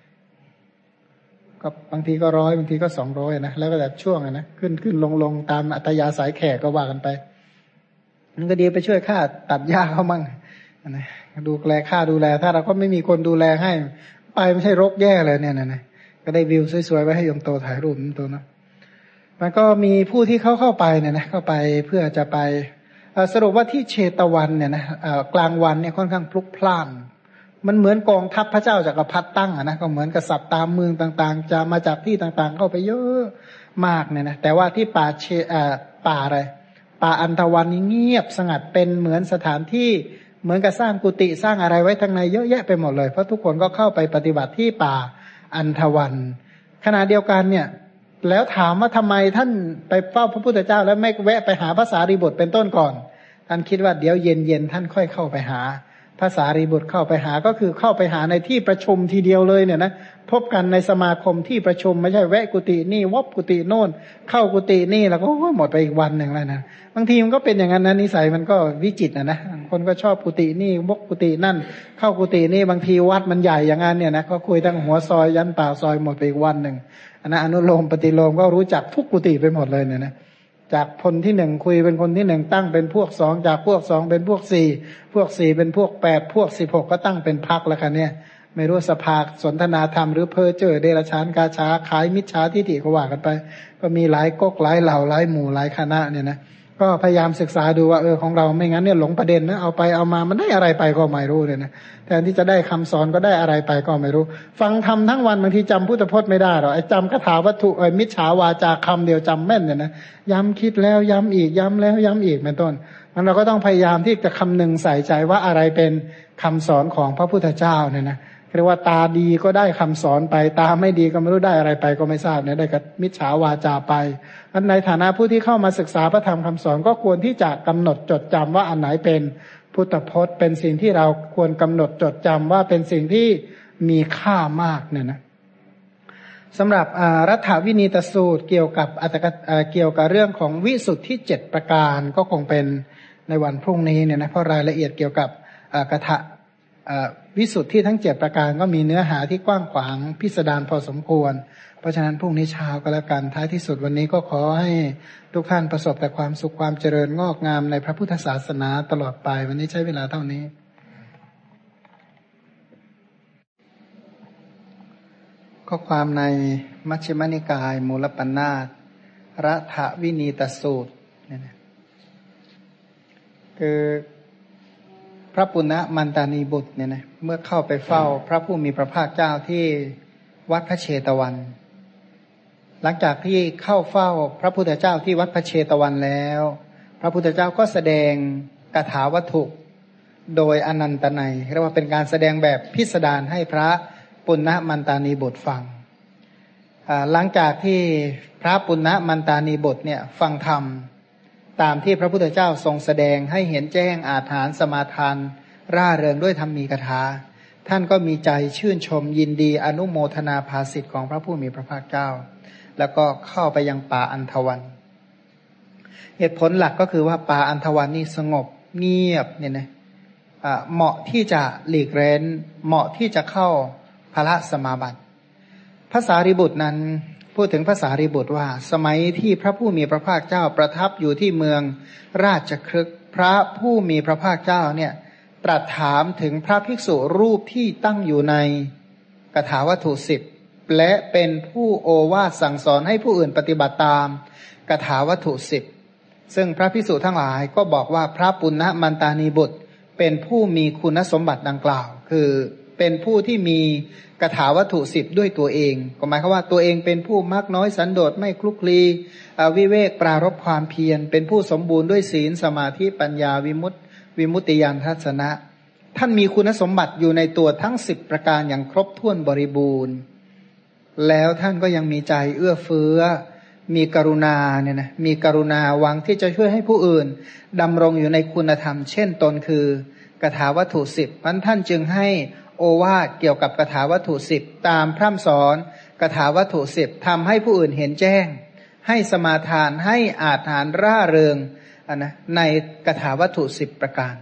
ก็บางทีก็ร้อยบางทีก็สองร้อยนะแล้วก็แบบช่วงนะขึ้นขึ้นลงลงตามอัตยาสายแขกก็ว่ากันไปมันก็ดีไปช่วยค่าตัดหญ้าเขามั่งนะดูแลค่าดูแลถ้าเราก็ไม่มีคนดูแลให้ไปไม่ใช่รกแย่เลยเนี่ยนะนะก็ได้วิวสวยๆไว้ให้โยมโตถ่ายรูปตัวนะมันก็มีผู้ที่เขาเข้าไปเนี่ยนะเข้าไปเพื่อจะไปสรุปว่าที่เชตวันเนี่ยนะกลางวันเนี่ยค่อนข้างพลุกพล่านมันเหมือนกองทัพพระเจ้าจักรพรรดิตั้งนะก็เหมือนกับสัตว์ตามเมืองต่างๆจะมาจากที่ต่างๆเข้าไปเยอะมากเนี่ยนะแต่ว่าที่ป่าเชป่าอะไรป่าอันธวันนี่เงียบสงัดเป็นเหมือนสถานที่เหมือนกับสร้างกุฏิสร้างอะไรไว้ทางในเยอะแยะไปหมดเลยเพราะทุกคนก็เข้าไปปฏิบัติที่ป่าอันธวันขณะเดียวกันเนี่ยแล้วถามว่าทำไมท่านไปเฝ้าพระพุทธเจ้าแล้วไม่แวะไปหาพระสารีบุตรเป็นต้นก่อนท่านคิดว่าเดี๋ยวเย็นๆท่านค่อยเข้าไปหาพระสารีบุตรเข้าไปหาก็คือเข้าไปหาในที่ประชุมทีเดียวเลยเนี่ยนะพบกันในสมาคมที่ประชุมไม่ใช่แวะกุฏินี่วบกุฏิโน่นเข้ากุฏินี่แล้วก็หมดไปอีกวันหนึ่งแล้วนะบางทีมันก็เป็นอย่างนั้นนะนิสัยมันก็วิจิตรนะนะคนก็ชอบกุฏินี่วบกุฏินั่นเข้ากุฏินี่บางทีวัดมันใหญ่อย่างนั้นเนี่ยนะก็คุยตั้งหัวซอยยันป่าซอยหมดไปอีกวันหนึ่งนะอนุโลมปฏิโลมก็รู้จักทุกกุฏิไปหมดเลยเนี่ยนะจากคนที่หนึ่งคุยเป็นคนที่หนึ่งตั้งเป็นพวกสองจากพวกสองเป็นพวกสี่พวกสี่เป็นพวกแปดพวกสิบหกก็ตั้งเป็นพรรคแล้วกันเนี่ยไม่รู้สภาสนทนาธรรมหรือเพ้อเจ้อเดรัจฉานกาชาขายมิจฉาทิฏฐิก็ว่ากันไปก็มีหลายก๊กหลายเหล่าหลายหมู่หลายคณะเนี่ยนะก็พยายามศึกษาดูว่าเออของเราไม่งั้นเนี่ยหลงประเด็นนะเอาไปเอามามันได้อะไรไปก็ไม่รู้เลยนะแทนที่จะได้คำสอนก็ได้อะไรไปก็ไม่รู้ฟังธรรมทั้งวันบางทีจำพุทธพจน์ไม่ได้หรอกไอ้จำคาถาวัตถุไอ้มิจฉาวาจาคำเดียวจำแม่นเนี่ยนะย้ำคิดแล้วย้ำอีกย้ำแล้วย้ำอีกเป็นต้นงั้นเราก็ต้องพยายามที่จะคำนึงใส่ใจว่าอะไรเป็นคำสอนของพระพุทธเจ้าเนี่ยนะเรียกว่าตาดีก็ได้คำสอนไปตาไม่ดีก็ไม่รู้ได้อะไรไปก็ไม่ทราบเนี่ยได้กับมิจฉาวาจาไปอันในฐานะผู้ที่เข้ามาศึกษาพระธรรมคำสอนก็ควรที่จะกำหนดจดจำว่าอันไหนเป็นพุทธพจน์เป็นสิ่งที่เราควรกำหนดจดจำว่าเป็นสิ่งที่มีค่ามากเนี่ยนะสำหรับรัฐวินีตสูตรเกี่ยวกับอัตถกเกี่ยวกับเรื่องของวิสุทธิเจ็ดประการก็คงเป็นในวันพรุ่งนี้เนี่ยนะเพราะรายละเอียดเกี่ยวกับกถะวิสุทธิทั้งเจ็ดประการก็มีเนื้อหาที่กว้างขวางพิสดารพอสมควรเพราะฉะนั้นพรุ่งนี้เช้าก็แล้วกันท้ายที่สุดวันนี้ก็ขอให้ทุกท่านประสบแต่ความสุขความเจริญงอกงามในพระพุทธศาสนาตลอดไปวันนี้ใช้เวลาเท่านี้ข้อความในมัชฌิมนิกายมูลปัญนาตรัฐวินีตสูตรเนี่ยนะคือพระปุณณมันตานีบุตรเนี่ยนะเมื่อเข้าไปเฝ้าพระผู้มีพระภาคเจ้าที่วัดพระเชตวันหลังจากที่เข้าเฝ้าพระพุทธเจ้าที่วัดพระเชตวันแล้วพระพุทธเจ้าก็แสดงคาถาวัตถุโดยอนันตนัยเรียกว่าเป็นการแสดงแบบพิสดารให้พระปุณณมันตานีบุตรฟังหลังจากที่พระปุณณมันตานีบุตรเนี่ยฟังธรรมตามที่พระพุทธเจ้าทรงแสดงให้เห็นแจ้งอาถรรพ์สมาทานร่าเริงด้วยธรรมีกถาท่านก็มีใจชื่นชมยินดีอนุโมทนาภาสิทธิ์ของพระผู้มีพระภาคเจ้าแล้วก็เข้าไปยังป่าอันธวันเหตุผลหลักก็คือว่าป่าอันธวันนี่สงบเงียบเนี่ยนะเหมาะที่จะหลีกเร้นเหมาะที่จะเข้าพระสมาบัติพระสารีบุตรนั้นพูดถึงภาษารีบุตรว่าสมัยที่พระผู้มีพระภาคเจ้าประทับอยู่ที่เมืองราชคฤห์พระผู้มีพระภาคเจ้าเนี่ยตรัสถามถึงพระภิกษุรูปที่ตั้งอยู่ในกถาวัตถุสิบและเป็นผู้โอวาทสั่งสอนให้ผู้อื่นปฏิบัติตามกถาวัตถุสิบซึ่งพระภิกษุทั้งหลายก็บอกว่าพระปุณณมันตานีบุตรเป็นผู้มีคุณสมบัติดังกล่าวคือเป็นผู้ที่มีกถาวัตถุสิบด้วยตัวเองก็หมายความว่าตัวเองเป็นผู้มักน้อยสันโดษไม่คลุกคลีวิเวกปรารภความเพียรเป็นผู้สมบูรณ์ด้วยศีลสมาธิปัญญาวิมุตติวิมุตติญาณทัศนะท่านมีคุณสมบัติอยู่ในตัวทั้งสิบประการอย่างครบถ้วนบริบูรณ์แล้วท่านก็ยังมีใจเอื้อเฟื้อมีกรุณาเนี่ยนะมีกรุณาหวังที่จะช่วยให้ผู้อื่นดำรงอยู่ในคุณธรรมเช่นตนคือกถาวัตถุสิบนั้นท่านจึงให้โอวาทเกี่ยวกับกถาวัตถุสิบตามพร่ำสอนกถาวัตถุสิบทำให้ผู้อื่นเห็นแจ้งให้สมาทานให้อาถรรพ์ร่าเริงอ่ะนะในกถาวัตถุสิบประการ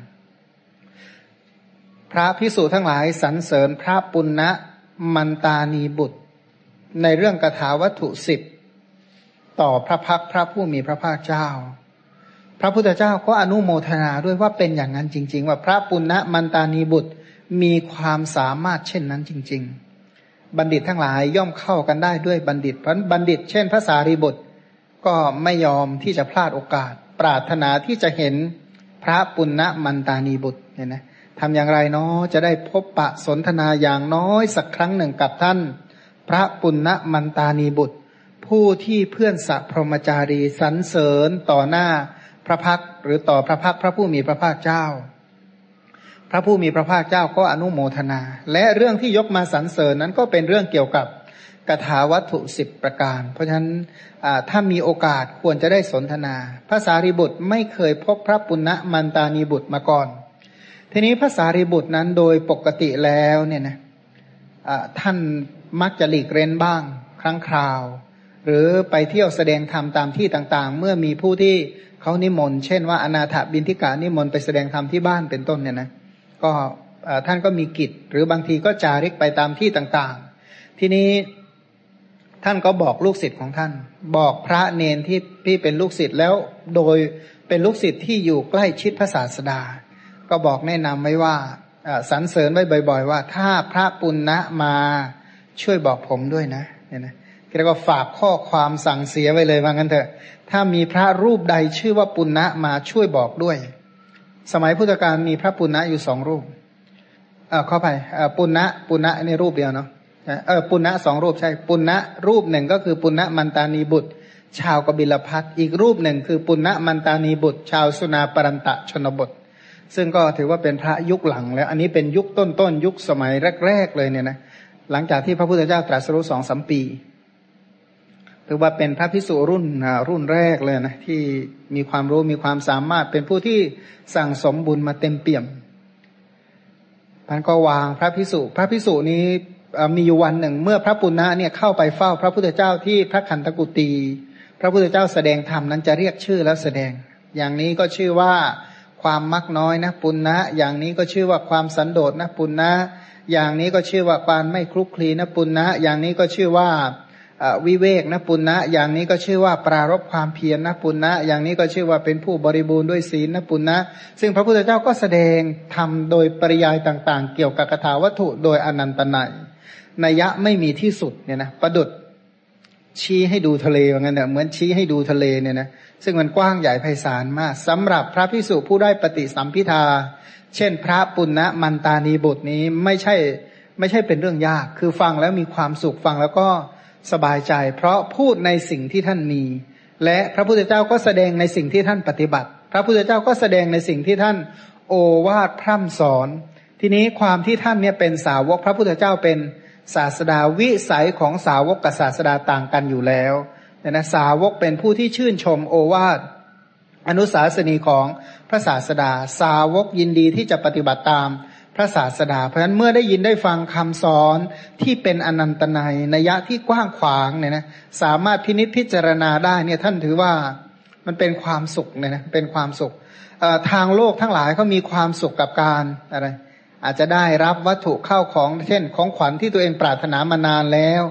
พระภิกษุทั้งหลายสรรเสริญพระปุณณมันตานีบุตรในเรื่องกถาวัตถุสิบต่อพระพักพระผู้มีพระภาคเจ้าพระพุทธเจ้าก็อนุโมทนาด้วยว่าเป็นอย่างนั้นจริงๆว่าพระปุณณมันตานีบุตรมีความสามารถเช่นนั้นจริงๆบัณฑิตทั้งหลายย่อมเข้ากันได้ด้วยบัณฑิตเพราะบัณฑิตเช่นพระสารีบุตรก็ไม่ยอมที่จะพลาดโอกาสปรารถนาที่จะเห็นพระปุณณมันตานีบุตรเนี่ยนะทำอย่างไรเนาะจะได้พบปะสนทนาอย่างน้อยสักครั้งหนึ่งกับท่านพระปุณณมันตานีบุตรผู้ที่เพื่อนสัพพรหมจารีสรรเสริญต่อหน้าพระพักหรือต่อพระพักพระผู้มีพระภาคเจ้าพระผู้มีพระภาคเจ้าก็อนุโมทนาและเรื่องที่ยกมาสรรเสริญนั้นก็เป็นเรื่องเกี่ยวกับกถาวัตถุสิบประการเพราะฉะนั้นถ้ามีโอกาสควรจะได้สนทนาพระสารีบุตรไม่เคยพบพระปุณณมันตานีบุตรมาก่อนทีนี้พระสารีบุตรนั้นโดยปกติแล้วเนี่ยนะท่านมักจะหลีกเร้นบ้างครั้งคราวหรือไปเที่ยวแสดงธรรมตามที่ต่างๆเมื่อมีผู้ที่เขานิมนต์เช่นว่าอนาถบิณฑิกานิมนต์ไปแสดงธรรมที่บ้านเป็นต้นเนี่ยนะก็ท่านก็มีกิจหรือบางทีก็จาริกไปตามที่ต่างๆทีนี้ท่านก็บอกลูกศิษย์ของท่านบอกพระเนนที่ที่เป็นลูกศิษย์แล้วโดยเป็นลูกศิษย์ที่อยู่ใกล้ชิดพระศาสดาก็บอกแนะนำไว้ว่าสรรเสริญไว้บ่อยๆว่าถ้าพระปุณณะมาช่วยบอกผมด้วยนะเนี่ยนะแล้วก็ฝากข้อความสั่งเสียไว้เลยว่างั้นเถอะถ้ามีพระรูปใดชื่อว่าปุณณะมาช่วยบอกด้วยสมัยพุทธกาลมีพระปุณณะอยู่สองรูปเออเข้าไปเออปุณณะปุณณะนี่รูปเดียวเนาะเออปุณณะสองรูปใช่ปุณณะรูปหนึ่งก็คือปุณณะมันตานีบุตรชาวกบิลพัสอีกรูปหนึ่งคือปุณณะมันตานีบุตรชาวสุนาปรันตะชนบทซึ่งก็ถือว่าเป็นพระยุคหลังแล้วอันนี้เป็นยุคต้นๆยุคสมัยแรกๆเลยเนี่ยนะหลังจากที่พระพุทธเจ้าตรัสรู้สองสามปีถือว่าเป็นพระภิกษุรุ่นรุ่นแรกเลยนะที่มีความรู้มีความสามารถเป็นผู้ที่สั่งสมบุญมาเต็มเปี่ยมท่านก็วางพระภิกษุพระภิกษุนี้มีอยู่วันหนึ่งเมื่อพระปุณณะเนี่ยเข้าไปเฝ้าพระพุทธเจ้าที่พระคันธกุฏีพระพุทธเจ้าแสดงธรรมนั้นจะเรียกชื่อแล้วแสดงอย่างนี้ก็ชื่อว่าความมักน้อยนะปุณณะอย่างนี้ก็ชื่อว่าความสันโดษนะปุณณะอย่างนี้ก็ชื่อว่าความไม่คลุกคลีนะปุณณะอย่างนี้ก็ชื่อว่าวิเวกนะปุณณะอย่างนี้ก็ชื่อว่าปรารภความเพียรนะปุณณะอย่างนี้ก็ชื่อว่าเป็นผู้บริบูรณ์ด้วยศีลนะปุณณะซึ่งพระพุทธเจ้าก็แสดงธรรมโดยปริยายต่างๆเกี่ยวกับกถาวัตถุโดยอนันตนัยนัยยะไม่มีที่สุดเนี่ยนะประดุจชี้ให้ดูทะเลว่างั้นเนี่ยเหมือนชี้ให้ดูทะเลเนี่ยนะซึ่งมันกว้างใหญ่ไพศาลมากสำหรับพระภิกษุผู้ได้ปฏิสัมภิทาเช่นพระปุณณมันตานีบุตรนี้ไม่ใช่ไม่ใช่เป็นเรื่องยากคือฟังแล้วมีความสุขฟังแล้วก็สบายใจเพราะพูดในสิ่งที่ท่านมีและพระพุทธเจ้าก็แสดงในสิ่งที่ท่านปฏิบัติพระพุทธเจ้าก็แสดงในสิ่งที่ท่านโอวาทพร่ำสอนทีนี้ความที่ท่านเนี่ยเป็นสาวกพระพุทธเจ้าเป็นศาสดาวิสัยของสาวกกับศาสดาต่างกันอยู่แล้วเนี่ยนะสาวกเป็นผู้ที่ชื่นชมโอวาทอนุสาสนีของพระศาสดาสาวกยินดีที่จะปฏิบัติตามพระศาสดาเพราะฉะนั้นเมื่อได้ยินได้ฟังคำสอนที่เป็นอนันตนัยนัยยะที่กว้างขวางเนี่ยนะสามารถพินิจพิจารณาได้เนี่ยท่านถือว่ามันเป็นความสุขเนี่ยนะเป็นความสุขทางโลกทั้งหลายเขามีความสุขกับการอะไรอาจจะได้รับวัตถุเข้าของเช่นของขวัญที่ตัวเองปรารถนามานานแล้ว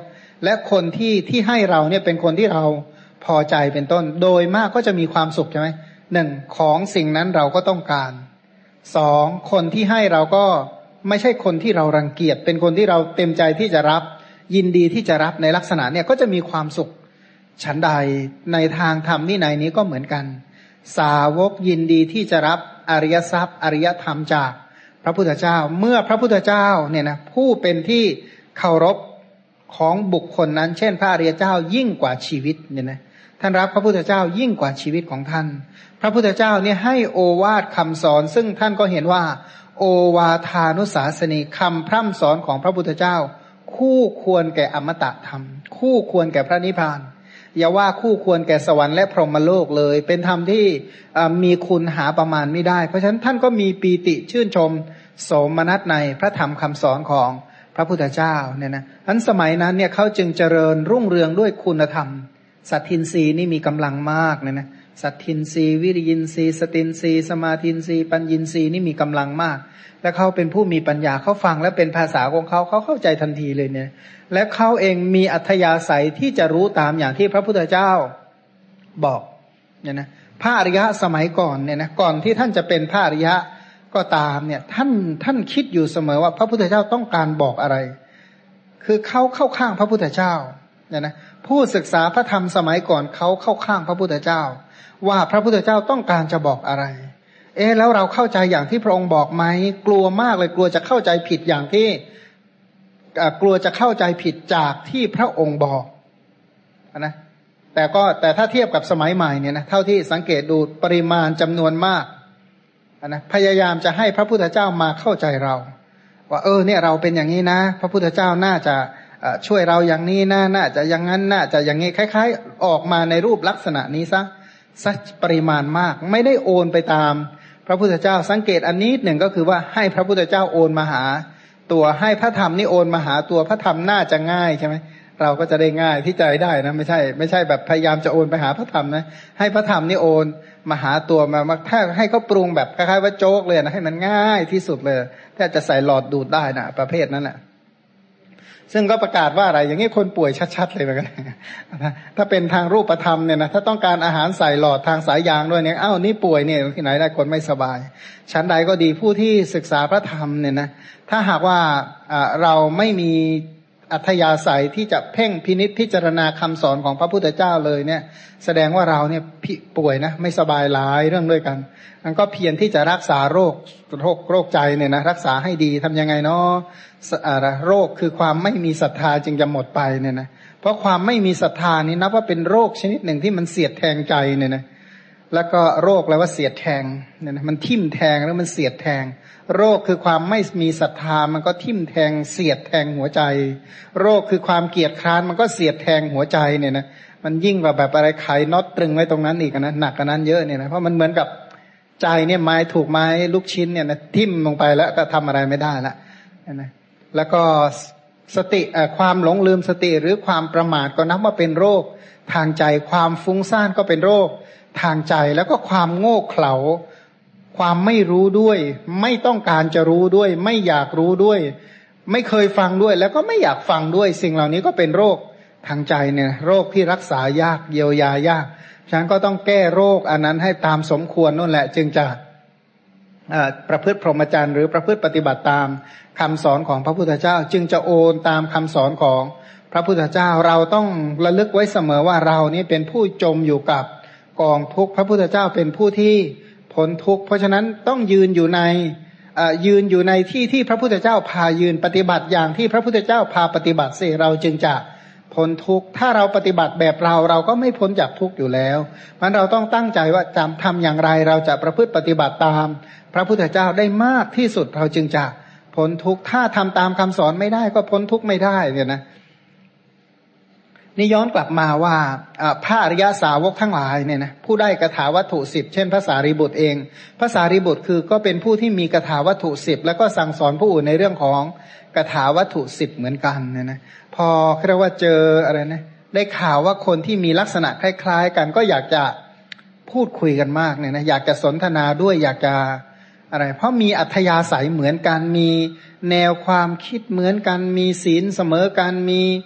และคนที่ที่ให้เราเนี่ยเป็นคนที่เราพอใจเป็นต้นโดยมากก็จะมีความสุขใช่ไหมหนึ่งของสิ่งนั้นเราก็ต้องการสองคนที่ให้เราก็ไม่ใช่คนที่เรารังเกียจเป็นคนที่เราเต็มใจที่จะรับยินดีที่จะรับในลักษณะเนี่ยก็จะมีความสุขฉันใดในทางธรรมวินัยนี้ก็เหมือนกันสาวกยินดีที่จะรับอริยทรัพย์อริยธรรมจากพระพุทธเจ้าเมื่อพระพุทธเจ้าเนี่ยนะผู้เป็นที่เคารพของบุคคลนั้นเช่นพระอริยเจ้ายิ่งกว่าชีวิตเนี่ยนะท่านรับพระพุทธเจ้ายิ่งกว่าชีวิตของท่านพระพุทธเจ้าเนี่ยให้โอวาทคำสอนซึ่งท่านก็เห็นว่าโอวาทานุสาสนีคำพร่ำสอนของพระพุทธเจ้าคู่ควรแก่อมตะธรรมคู่ควรแก่พระนิพพานอย่าว่าคู่ควรแก่สวรรค์และพรหมโลกเลยเป็นธรรมที่มีคุณหาประมาณไม่ได้เพราะฉะนั้นท่านก็มีปีติชื่นชมโสมนัสในพระธรรมคำสอนของพระพุทธเจ้าเนี่ยนะอันสมัยนั้นเนี่ยเขาจึงเจริญรุ่งเรืองด้วยคุณธรรมสัตทินรีนี่มีกำลังมากเนี่ยนะสัตทินรีวิริยินรีสตินรีสมาทินรีปัญญินรีนี่มีกำลังมากและเขาเป็นผู้มีปัญญาเขาฟังและเป็นภาษาของเขาเขาเข้าใจทันทีเลยเนี่ยและเขาเองมีอัธยาศัยที่จะรู้ตามอย่างที่พระพุทธเจ้าบอกเนี่ยนะพระอริยะสมัยก่อนเนี่ยนะก่อนที่ท่านจะเป็นพระอริยะก็ตามเนี่ยท่านท่านคิดอยู่เสมอว่าพระพุทธเจ้าต้องการบอกอะไรคือเขาเข้าข้างพระพุทธเจ้าเนี่ยนะผู้ศึกษาพระธรรมสมัยก่อนเขาเข้าข้างพระพุทธเจ้าว่าพระพุทธเจ้าต้องการจะบอกอะไรเอ๊ะแล้วเราเข้าใจอย่างที่พระองค์บอกไหมกลัวมากเลยกลัวจะเข้าใจผิดอย่างที่กลัวจะเข้าใจผิดจากที่พระองค์บอกนะแต่ก็แต่ถ้าเทียบกับสมัยใหม่เนี่ยนะเท่าที่สังเกตดูปริมาณจำนวนมากนะพยายามจะให้พระพุทธเจ้ามาเข้าใจเราว่าเออเนี่ยเราเป็นอย่างนี้นะพระพุทธเจ้าน่าจะช่วยเราอย่างนี้นะน่าจะอย่างนั้นน่าจะอย่างนี้คล้ายๆออกมาในรูปลักษณะนี้ซะสักปริมาณมากไม่ได้โอนไปตามพระพุทธเจ้าสังเกตอันนี้หนึ่งก็คือว่าให้พระพุทธเจ้าโอนมาหาตัวให้พระธรรมนี่โอนมาหาตัวพระธรรมน่าจะง่ายใช่ไหมเราก็จะได้ง่ายที่ใจได้นะไม่ใช่ไม่ใช่แบบพยายามจะโอนไปหาพระธรรมนะให้พระธรรมนี่โอนมาหาตัวมามาถ้าให้เขาปรุงแบบคล้ายๆว่าโจ๊กเลยนะให้มันง่ายที่สุดเลยถ้าจะใส่หลอดดูดได้นะประเภทนั้นแหละซึ่งก็ประกาศว่าอะไรอย่างนี้คนป่วยชัดๆเลยเหมือนกันถ้าเป็นทางรูปธรรมเนี่ยนะถ้าต้องการอาหารใส่หลอดทางสายยางด้วยเนี่ยอ้าวนี่ป่วยเนี่ยที่ไหนได้คนไม่สบายชั้นใดก็ดีผู้ที่ศึกษาพระธรรมเนี่ยนะถ้าหากว่าเราไม่มีอัธยาศัยที่จะเพ่งพินิจพิจารณาคำสอนของพระพุทธเจ้าเลยเนี่ยแสดงว่าเราเนี่ยป่วยนะไม่สบายหลายเรื่องด้วยกันมันก็เพียรที่จะรักษาโรคโรคโรคใจเนี่ยนะรักษาให้ดีทำยังไงเนาะโรคคือความไม่มีศรัทธาจึงจะหมดไปเนี่ยนะเพราะความไม่มีศรัทธานี้นับว่าเป็นโรคชนิดหนึ่งที่มันเสียดแทงใจเนี่ยนะแล้วก็โรคแล้วว่าเสียดแทงเนี่ยนะมันทิ่มแทงแล้วมันเสียดแทงโรคคือความไม่มีศรัทธามันก็ทิ่มแทงเสียดแทงหัวใจโรคคือความเกียจคร้านมันก็เสียดแทงหัวใจเนี่ยนะมันยิ่งกว่าแบบอะไรไขน็อตตรึงไว้ตรงนั้นอีกนะหนักกว่านั้นเยอะเนี่ยนะเพราะมันเหมือนกับใจเนี่ยไม้ถูกไม้ลูกชิ้นเนี่ยนะทิ่มลงไปแล้วก็ทำอะไรไม่ได้ละนะแล้วก็สติความหลงลืมสติหรือความประมาทก็นับว่าเป็นโรคทางใจความฟุ้งซ่านก็เป็นโรคทางใจแล้วก็ความโง่เขลาความไม่รู้ด้วยไม่ต้องการจะรู้ด้วยไม่อยากรู้ด้วยไม่เคยฟังด้วยแล้วก็ไม่อยากฟังด้วยสิ่งเหล่านี้ก็เป็นโรคทางใจเนี่ยโรคที่รักษายากเยียวยายากฉะนั้นก็ต้องแก้โรคอันนั้นให้ตามสมควรนั่นแหละจึงจะประพฤติพรหมจรรย์หรือประพฤติปฏิบัติตามคำสอนของพระพุทธเจ้าจึงจะโอนตามคำสอนของพระพุทธเจ้าเราต้องระลึกไว้เสมอว่าเรานี่เป็นผู้จมอยู่กับกองทุกข์พระพุทธเจ้าเป็นผู้ที่พ้นทุกข์เพราะฉะนั้นต้องยืนอยู่ในยืนอยู่ในที่ที่พระพุทธเจ้าพายืนปฏิบัติอย่างที่พระพุทธเจ้าพาปฏิบัติเสียเราจึงจะพ้นทุกข์ถ้าเราปฏิบัติแบบเราเราก็ไม่พ้นจากทุกข์อยู่แล้วมันเราต้องตั้งใจว่าจำทำอย่างไรเราจะประพฤติปฏิบัติตามพระพุทธเจ้าได้มากที่สุดเราจึงจะพ้นทุกข์ถ้าทำตามคำสอนไม่ได้ก็พ้นทุกข์ไม่ได้เนี่ยนะนี่ย้อนกลับมาว่าพระอริยสาวกทั้งหลายเนี่ยนะผู้ได้กถาวัตถุสิบเช่นพระสารีบุตรเองพระสารีบุตรคือก็เป็นผู้ที่มีกถาวัตถุสิบแล้วก็สั่งสอนผู้อื่นในเรื่องของกถาวัตถุสิบเหมือนกันเนี่ยนะพอเรียกว่าเจออะไรนะได้ข่าวว่าคนที่มีลักษณะคล้ายๆกันก็อยากจะพูดคุยกันมากเนี่ยนะอยากจะสนทนาด้วยอยากจะอะไรเพราะมีอัธยาศัยเหมือนกันมีแนวความคิดเหมือนกันมีศีลเสมอกันมี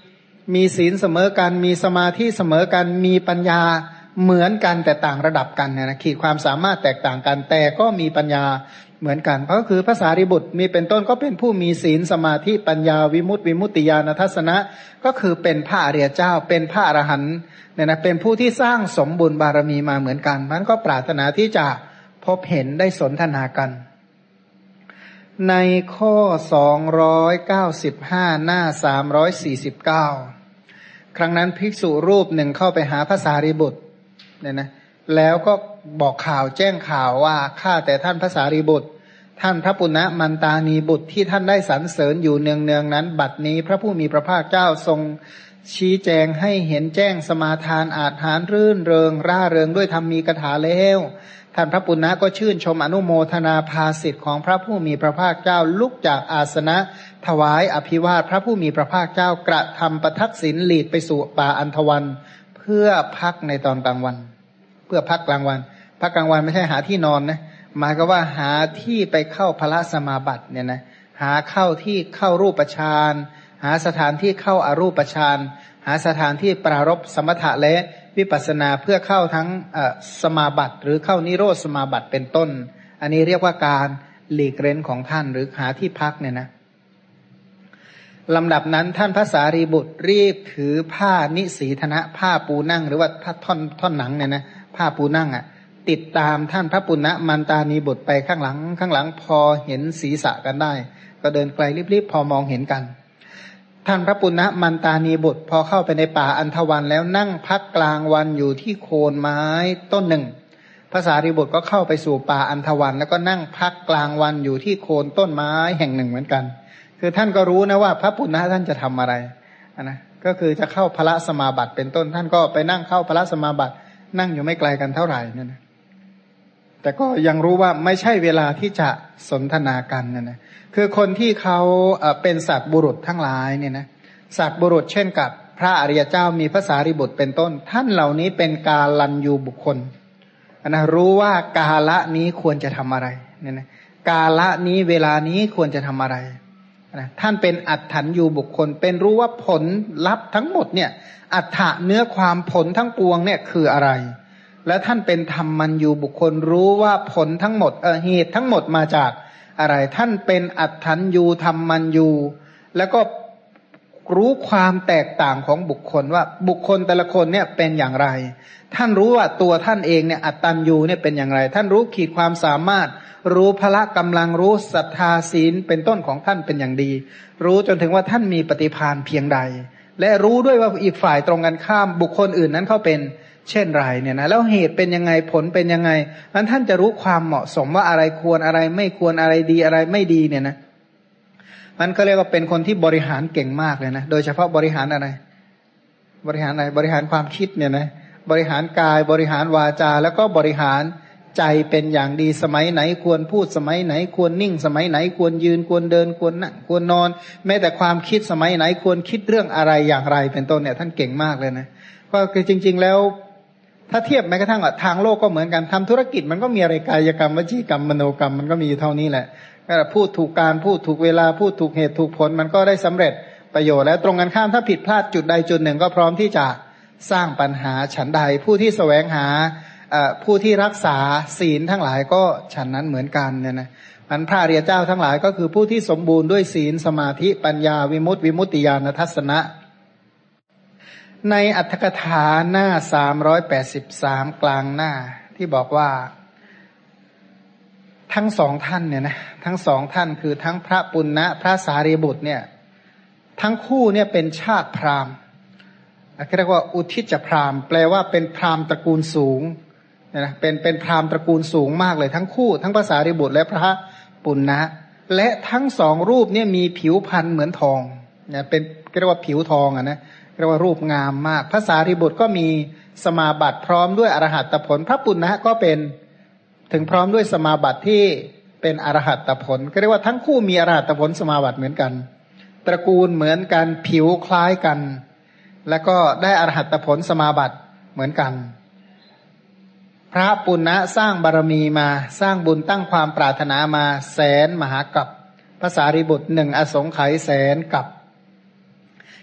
มีศีลเสมอกันมีสมาธิเสมอกันมีปัญญาเหมือนกันแต่ต่างระดับกันเนี่ยนะขีดความสามารถแตกต่างกันแต่ก็มีปัญญาเหมือนกันเพราะคือภาษาริบุตรมีเป็นต้นก็เป็นผู้มีศีลสมาธิปัญญาวิมุตติวิมุตติญาณทัศนะก็คือเป็นพระอริยเจ้าเป็นพระอรหันต์เนี่ยนะเป็นผู้ที่สร้างสมบุญบารมีมาเหมือนกันมันก็ปรารถนาที่จะพบเห็นได้สนทนากันในข้อสองร้อยเก้าสิบห้าหน้าสามร้อยสี่สิบเก้าครั้งนั้นภิกษุรูปหนึ่งเข้าไปหาพระสารีบุตรเนี่ยนะแล้วก็บอกข่าวแจ้งข่าวว่าข้าแต่ท่านพระสารีบุตรท่านพระปุณณมันตานีบุตรที่ท่านได้สรรเสริญอยู่เนืองๆนั้นบัดนี้พระผู้มีพระภาคเจ้าทรงชี้แจงให้เห็นแจ้งสมาทานอาหารรื่นเริงร่าเริงด้วยธรรมีกถาแล้วท่านพระปุณณะก็ชื่นชมอนุโมทนาภาสิทธิ์ของพระผู้มีพระภาคเจ้าลุกจากอาสนะถวายอภิวาทพระผู้มีพระภาคเจ้ากระทำประทักษิณหลีดไปสู่ป่าอันธวันเพื่อพักในตอนกลางวันเพื่อพักกลางวันพักกลางวันไม่ใช่หาที่นอนนะหมายก็ว่าหาที่ไปเข้าพระสมาบัติเนี่ยนะหาเข้าที่เข้ารูปฌานหาสถานที่เข้าอรูปฌานหาสถานที่ปรารภสมถะและวิปัสสนาเพื่อเข้าทั้งสมาบัติหรือเข้านิโรธสมาบัติเป็นต้นอันนี้เรียกว่าการหลีกเร้นของท่านหรือหาที่พักเนี่ยนะลำดับนั้นท่านพระสารีบุตรรีบถือผ้านิสีธนะผ้าปูนั่งหรือว่าผ้าท่อนท่อนหนังเนี่ยนะผ้าปูนั่งอ่ะติดตามท่านพระปุณณมันตานีบุตรไปข้างหลังข้างหลังพอเห็นศีรษะกันได้ก็เดินไกลรีบๆพอมองเห็นกันท่านพระปุณณมันตานีบุตรพอเข้าไปในป่าอันธวันแล้วนั่งพักกลางวันอยู่ที่โคนไม้ต้นหนึ่งพระสารีบุตรก็เข้าไปสู่ป่าอันธวันแล้วก็นั่งพักกลางวันอยู่ที่โคนต้นไม้แห่งหนึ่งเหมือนกันคือท่านก็รู้นะว่าพระปุณณะท่านจะทำอะไรนะก็คือจะเข้าพระสมาบัติเป็นต้นท่านก็ไปนั่งเข้าพระสมาบัตินั่งอยู่ไม่ไกลกันเท่าไหร่นั่นนะแต่ก็ยังรู้ว่าไม่ใช่เวลาที่จะสนทนากันนะนะคือคนที่เขาเป็นสัตว์บุรุษทั้งหลายเนี่ยนะสัตว์บุรุษเช่นกับพระอริยเจ้ามีพระสารีบุตรเป็นต้นท่านเหล่านี้เป็นกาลันยูบุคคลนะรู้ว่ากาละนี้ควรจะทำอะไรเนี่ยนะกาละนี้เวลานี้ควรจะทำอะไรนะท่านเป็นอัฏฐันยูบุคคลเป็นรู้ว่าผลลัพธ์ทั้งหมดเนี่ยอัฏฐะเนื้อความผลทั้งปวงเนี่ยคืออะไรและท่านเป็นธรรมมันยูบุคคลรู้ว่าผลทั้งหมดเออเหตุทั้งหมดมาจากอะไรท่านเป็นอัฏฐันยูธรรมมันยูแล้วก็รู้ความแตกต่างของบุคคลว่าบุคคลแต่ละคนเนี่ยเป็นอย่างไรท่านรู้ว่าตัวท่านเองเนี่ยอัตตัญญูเนี่ยเป็นอย่างไรท่านรู้ขีดความสามารถรู้พละกำลังรู้ศรัทธาศีลเป็นต้นของท่านเป็นอย่างดีรู้จนถึงว่าท่านมีปฏิภาณเพียงใดและรู้ด้วยว่าอีกฝ่ายตรงกันข้ามบุคคลอื่นนั้นเขาเป็นเช่นไรเนี่ยนะแล้วเหตุเป็นยังไงผลเป็นยังไงนั้นท่านจะรู้ความเหมาะสมว่าอะไรควรอะไรไม่ควรอะไรดีอะไรไม่ดีเนี่ยนะมันก็เรียกว่าเป็นคนที่บริหารเก่งมากเลยนะโดยเฉพาะบริหารอะไรบริหารอะไรบริหารความคิดเนี่ยนะบริหารกายบริหารวาจาแล้วก็บริหารใจเป็นอย่างดีสมัยไหนควรพูดสมัยไหนควรนิ่งสมัยไหนควรยืนควรเดินควรนั่งควรนอนแม้แต่ความคิดสมัยไหนควรคิดเรื่องอะไรอย่างไรเป็นต้นเนี่ยท่านเก่งมากเลยนะก็คือจริงๆแล้วถ้าเทียบแม้กระทั่งทางโลกก็เหมือนกันทำธุรกิจมันก็มีอะไรกายกรรมวจีกรรมมโนกรรมมันก็มีเท่านี้แหละพูดถูกการพูดถูกเวลาพูดถูกเหตุถูกผลมันก็ได้สำเร็จประโยชน์แล้วตรงกันข้ามถ้าผิดพลาดจุดใดจุดหนึ่งก็พร้อมที่จะสร้างปัญหาฉันใดผู้ที่แสวงหาผู้ที่รักษาศีลทั้งหลายก็ฉันนั้นเหมือนกันเนี่ยนะอันพระอริยเจ้าทั้งหลายก็คือผู้ที่สมบูรณ์ด้วยศีลสมาธิปัญญาวิมุตติวิมุตติญาณทัศนะในอรรถกถาหน้าสามร้อยแปดสิบสามกลางหน้าที่บอกว่าทั้งสองท่านเนี่ยนะทั้งสองท่านคือทั้งพระปุณณะพระสารีบุตรเนี่ยทั้งคู่เนี่ยเป็นชาติพราหมณ์เรียกว่าอุทิจพราหมณ์แปลว่าเป็นพราหมณ์ตระกูลสูงนะเป็นเป็นพราหมณ์ตระกูลสูงมากเลยทั้งคู่ทั้งพระสารีบุตรและพระปุณณะและทั้งสองรูปเนี่ยมีผิวพรรณเหมือนทองเนี่ยเป็นเรียกว่าผิวทองอ่ะนะเรียกว่ารูปงามมากพระสารีบุตรก็มีสมาบัติพร้อมด้วยอรหัตผลพระปุณณะก็เป็นถึงพร้อมด้วยสมาบัติที่เป็นอรหัตผลก็เรียกว่าทั้งคู่มีอรหัตผลสมาบัติเหมือนกันตระกูลเหมือนกันผิวคล้ายกันแล้วก็ได้อรหัตผลสมาบัติเหมือนกันพระปุณณะสร้างบารมีมาสร้างบุญตั้งความปรารถนามาแสนมหากัปพระสารีบุตรหนึ่งอสงไขยแสนกัป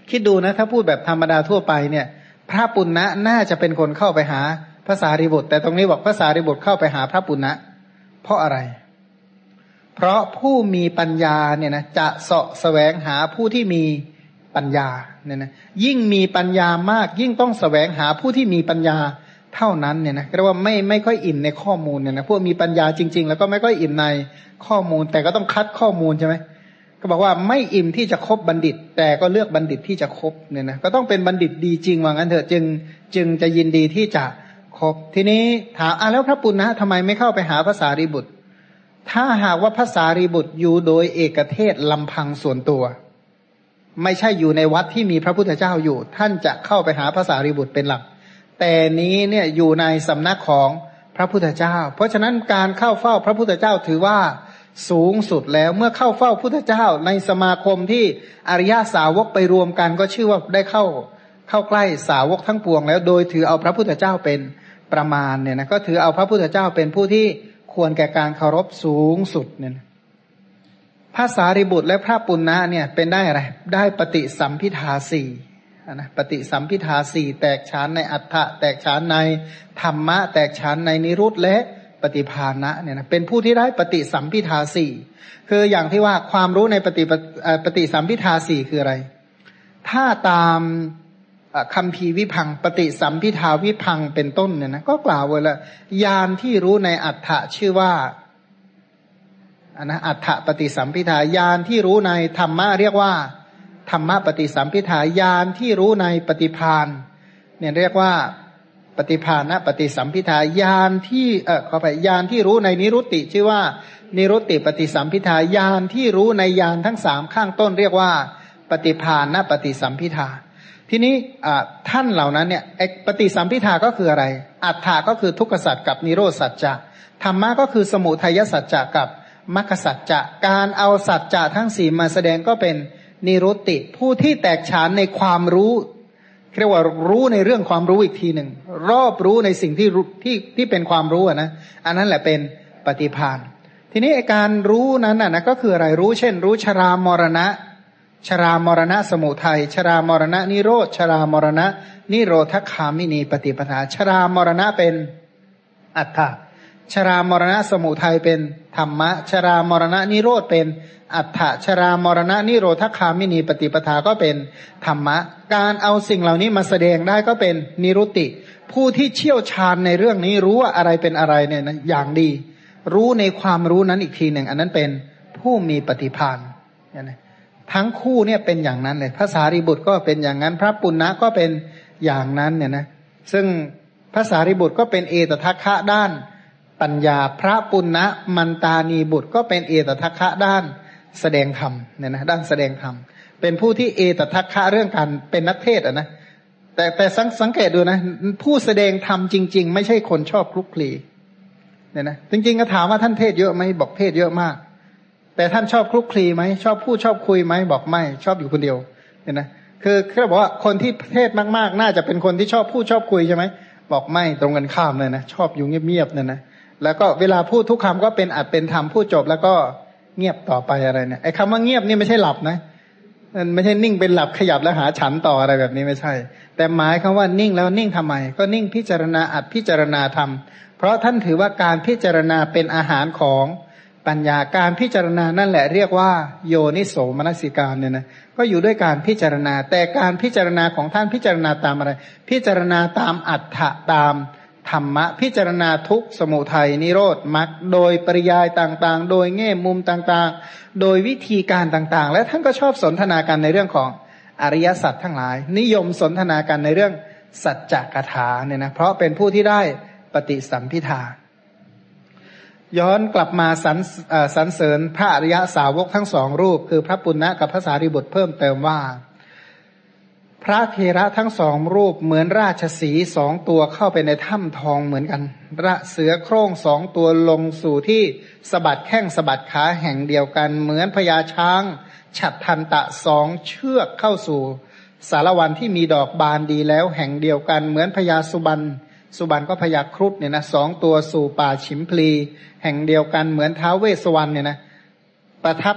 คิดดูนะถ้าพูดแบบธรรมดาทั่วไปเนี่ยพระปุณณะน่าจะเป็นคนเข้าไปหาพระสารีบุตรแต่ตรงนี้บอกพระสารีบุตรเข้าไปหาพระปุณณะเพราะอะไรเพราะผู้มีปัญญาเนี่ยนะจะเสาะแสวงหาผู้ที่มีปัญญาเนี่ยนะยิ่งมีปัญญามากยิ่งต้องแสวงหาผู้ที่มีปัญญาเท่านั้นเนี่ยนะเรียกว่าไม่ไม่ค่อยอิ่มในข้อมูลเนี่ยนะพวกมีปัญญาจริงๆแล้วก็ไม่ค่อยอิ่มในข้อมูลแต่ก็ต้องคัดข้อมูลใช่ไหมก็บอกว่าไม่อิ่มที่จะคบบัณฑิตแต่ก็เลือกบัณฑิตที่จะคบเนี่ยนะก็ต้องเป็นบัณฑิตดีจริงว่างั้นเถอะจึงจึงจะยินดีที่จะคบทีนี้ถามอ่ะแล้วพระปุณณะทำไมไม่เข้าไปหาพระสารีบุตรถ้าหากว่าพระสารีบุตรอยู่โดยเอกเทศลำพังส่วนตัวไม่ใช่อยู่ในวัดที่มีพระพุทธเจ้าอยู่ท่านจะเข้าไปหาพระสารีบุตรเป็นหลักแต่นี้เนี่ยอยู่ในสำนักของพระพุทธเจ้าเพราะฉะนั้นการเข้าเฝ้าพระพุทธเจ้าถือว่าสูงสุดแล้วเมื่อเข้าเฝ้าพุทธเจ้าในสมาคมที่อริยสาวกไปรวมกันก็ชื่อว่าได้เข้าเข้าใกล้สาวกทั้งปวงแล้วโดยถือเอาพระพุทธเจ้าเป็นประมาณเนี่ยนะก็ถือเอาพระพุทธเจ้าเป็นผู้ที่ควรแก่การเคารพสูงสุดเนี่ยพระสารีบุตรและพระปุณณะเนี่ยเป็นได้อะไรได้ปฏิสัมภิทาสี่นะปฏิสัมภิทาสี่แตกฉานในอัฏฐะแตกฉานในธรรมะแตกฉานในนิรุตและปฏิภาณะเนี่ยนะเป็นผู้ที่ได้ปฏิสัมภิทาสี่คืออย่างที่ว่าความรู้ในปฏิปฏิสัมภิทาสี่คืออะไรถ้าตามคัมภีร์วิพังปฏิสัมภิทาวิพังเป็นต้นเนี่ยนะก็กล่าวไว้แล้วญาณที่รู้ในอัฏฐะชื่อว่าอันนะอัฏฐปฏิสัมภิทาญาณที่รู้ในธรรมะเรียกว่าธรรมะปฏิสัมภิทาญาณที่รู้ในปฏิภาณเนี่ยเรียกว่าปฏิภาณปฏิสัมภิทาญาณที่เออขอไปญาณที่รู้ในนิรุตติชื่อว่านิรุตติปฏิสัมภิทาญาณที่รู้ในญาณทั้งสามข้างต้นเรียกว่าปฏิภาณปฏิสัมภิทาทีนี้ท่านเหล่านั้นเนี่ยปฏิสัมภิทาก็คืออะไรอัฏฐะก็คือทุกขสัจกับนิโรธสัจจะธรรมะก็คือสมุทัยสัจจะกับมรรคสัจจะการเอาสัจจะทั้งสี่มาแสดงก็เป็นนิรุตติผู้ที่แตกฉานในความรู้เรียกว่ารู้ในเรื่องความรู้อีกทีหนึ่งรอบรู้ในสิ่งที่ที่ที่เป็นความรู้อ่ะนะอันนั้นแหละเป็นปฏิภาณทีนี้การรู้นั้นน่ะนะก็คืออะไรรู้เช่นรู้ชรามรณะชรามรณะสมุทัยชรามรณะนิโรธชรามรณะนิโรธคามินีปฏิปทาชรามรณะเป็นอัฏฐะชรามรณะสมุทัยเป็นธรรมะชรามรณะนิโรธเป็นอัฏฐะชรามรณะนิโรธคามินีปฏิปทาก็เป็นธรรมะการเอาสิ่งเหล่านี้มาแสดงได้ก็เป็นนิรุตติผู้ที่เชี่ยวชาญในเรื่องนี้รู้ว่าอะไรเป็นอะไรเนี่ยนะอย่างดีรู้ในความรู้นั้นอีกทีหนึ่งอันนั้นเป็นผู้มีปฏิภาณเนี่ยทั้งคู่เนี่ยเป็นอย่างนั้นเลยพระสารีบุตรก็เป็นอย่างนั้นพระปุณณะก็เป็นอย่างนั้นเนี่ยนะซึ่งพระสารีบุตรก็เป็นเอตทัคคะด้านปัญญาพระปุณณะมันตานีบุตรก็เป็นเอตทัคคะด้านแสดงธรรมเนี่ยนะด้านแสดงธรรมเป็นผู้ที่เอตทัคคะเรื่องการเป็นนักเทศอ่ะนะแต่แต่สังสังเกตดูนะผู้แสดงธรรมจริงๆไม่ใช่คนชอบคลุกคลีเนี่ยนะจริงๆก็ถามว่าท่านเทศเยอะไหมบอกเทศเยอะมากแต่ท่านชอบคลุกคลีไหมชอบพูดชอบคุยไหมบอกไม่ชอบอยู่คนเดียวเนี่ยนะคือเขาบอกว่าคนที่เทศมากๆน่าจะเป็นคนที่ชอบพูดชอบคุยใช่ไหมบอกไม่ตรงกันข้ามเลยนะชอบอยู่เงียบๆเนี่ยนะแล้วก็เวลาพูดทุกคำก็เป็นอัดเป็นธรรมพูดจบแล้วก็เงียบต่อไปอะไรเนี่ยไอ้คำว่าเงียบนี่ไม่ใช่หลับนะมันไม่ใช่นิ่งเป็นหลับขยับแล้วหาฉันต่ออะไรแบบนี้ไม่ใช่แต่หมายคำว่านิ่งแล้วนิ่งทำไมก็นิ่งพิจารณาอัดพิจารณาธรรมเพราะท่านถือว่าการพิจารณาเป็นอาหารของปัญญาการพิจารณานั่นแหละเรียกว่าโยนิโสมนสิการเนี่ยนะก็อยู่ด้วยการพิจารณาแต่การพิจารณาของท่านพิจารณาตามอะไรพิจารณาตามอัฏฐะตามธรรมะพิจารณาทุกข์สมุทัยนิโรธมรรคโดยปริยายต่างๆโดยแง่มุมต่างๆโดยวิธีการต่างๆและท่านก็ชอบสนทนากันในเรื่องของอริยสัจทั้งหลายนิยมสนทนากันในเรื่องสัจจกถาเนี่ยนะเพราะเป็นผู้ที่ได้ปฏิสัมภิทาย้อนกลับมาสรรสรรเสริญพระอริยสาวกทั้งสองรูปคือพระปุณณะกับพระสารีบุตรเพิ่มเติมว่าพระเถระทั้งสองรูปเหมือนราชสีห์สองตัวเข้าไปในถ้ำทองเหมือนกันระเสือโคร่งสองตัวลงสู่ที่สะบัดแข้งสะบัดขาแห่งเดียวกันเหมือนพญาช้างฉัตรทันตะสองเชือกเข้าสู่สารวันที่มีดอกบานดีแล้วแห่งเดียวกันเหมือนพญาสุบรรณสุบรรณก็พญาครุฑเนี่ยนะสองตัวสู่ป่าฉิมพลีแห่งเดียวกันเหมือนท้าวเวสสวรรณเนี่ยนะประทับ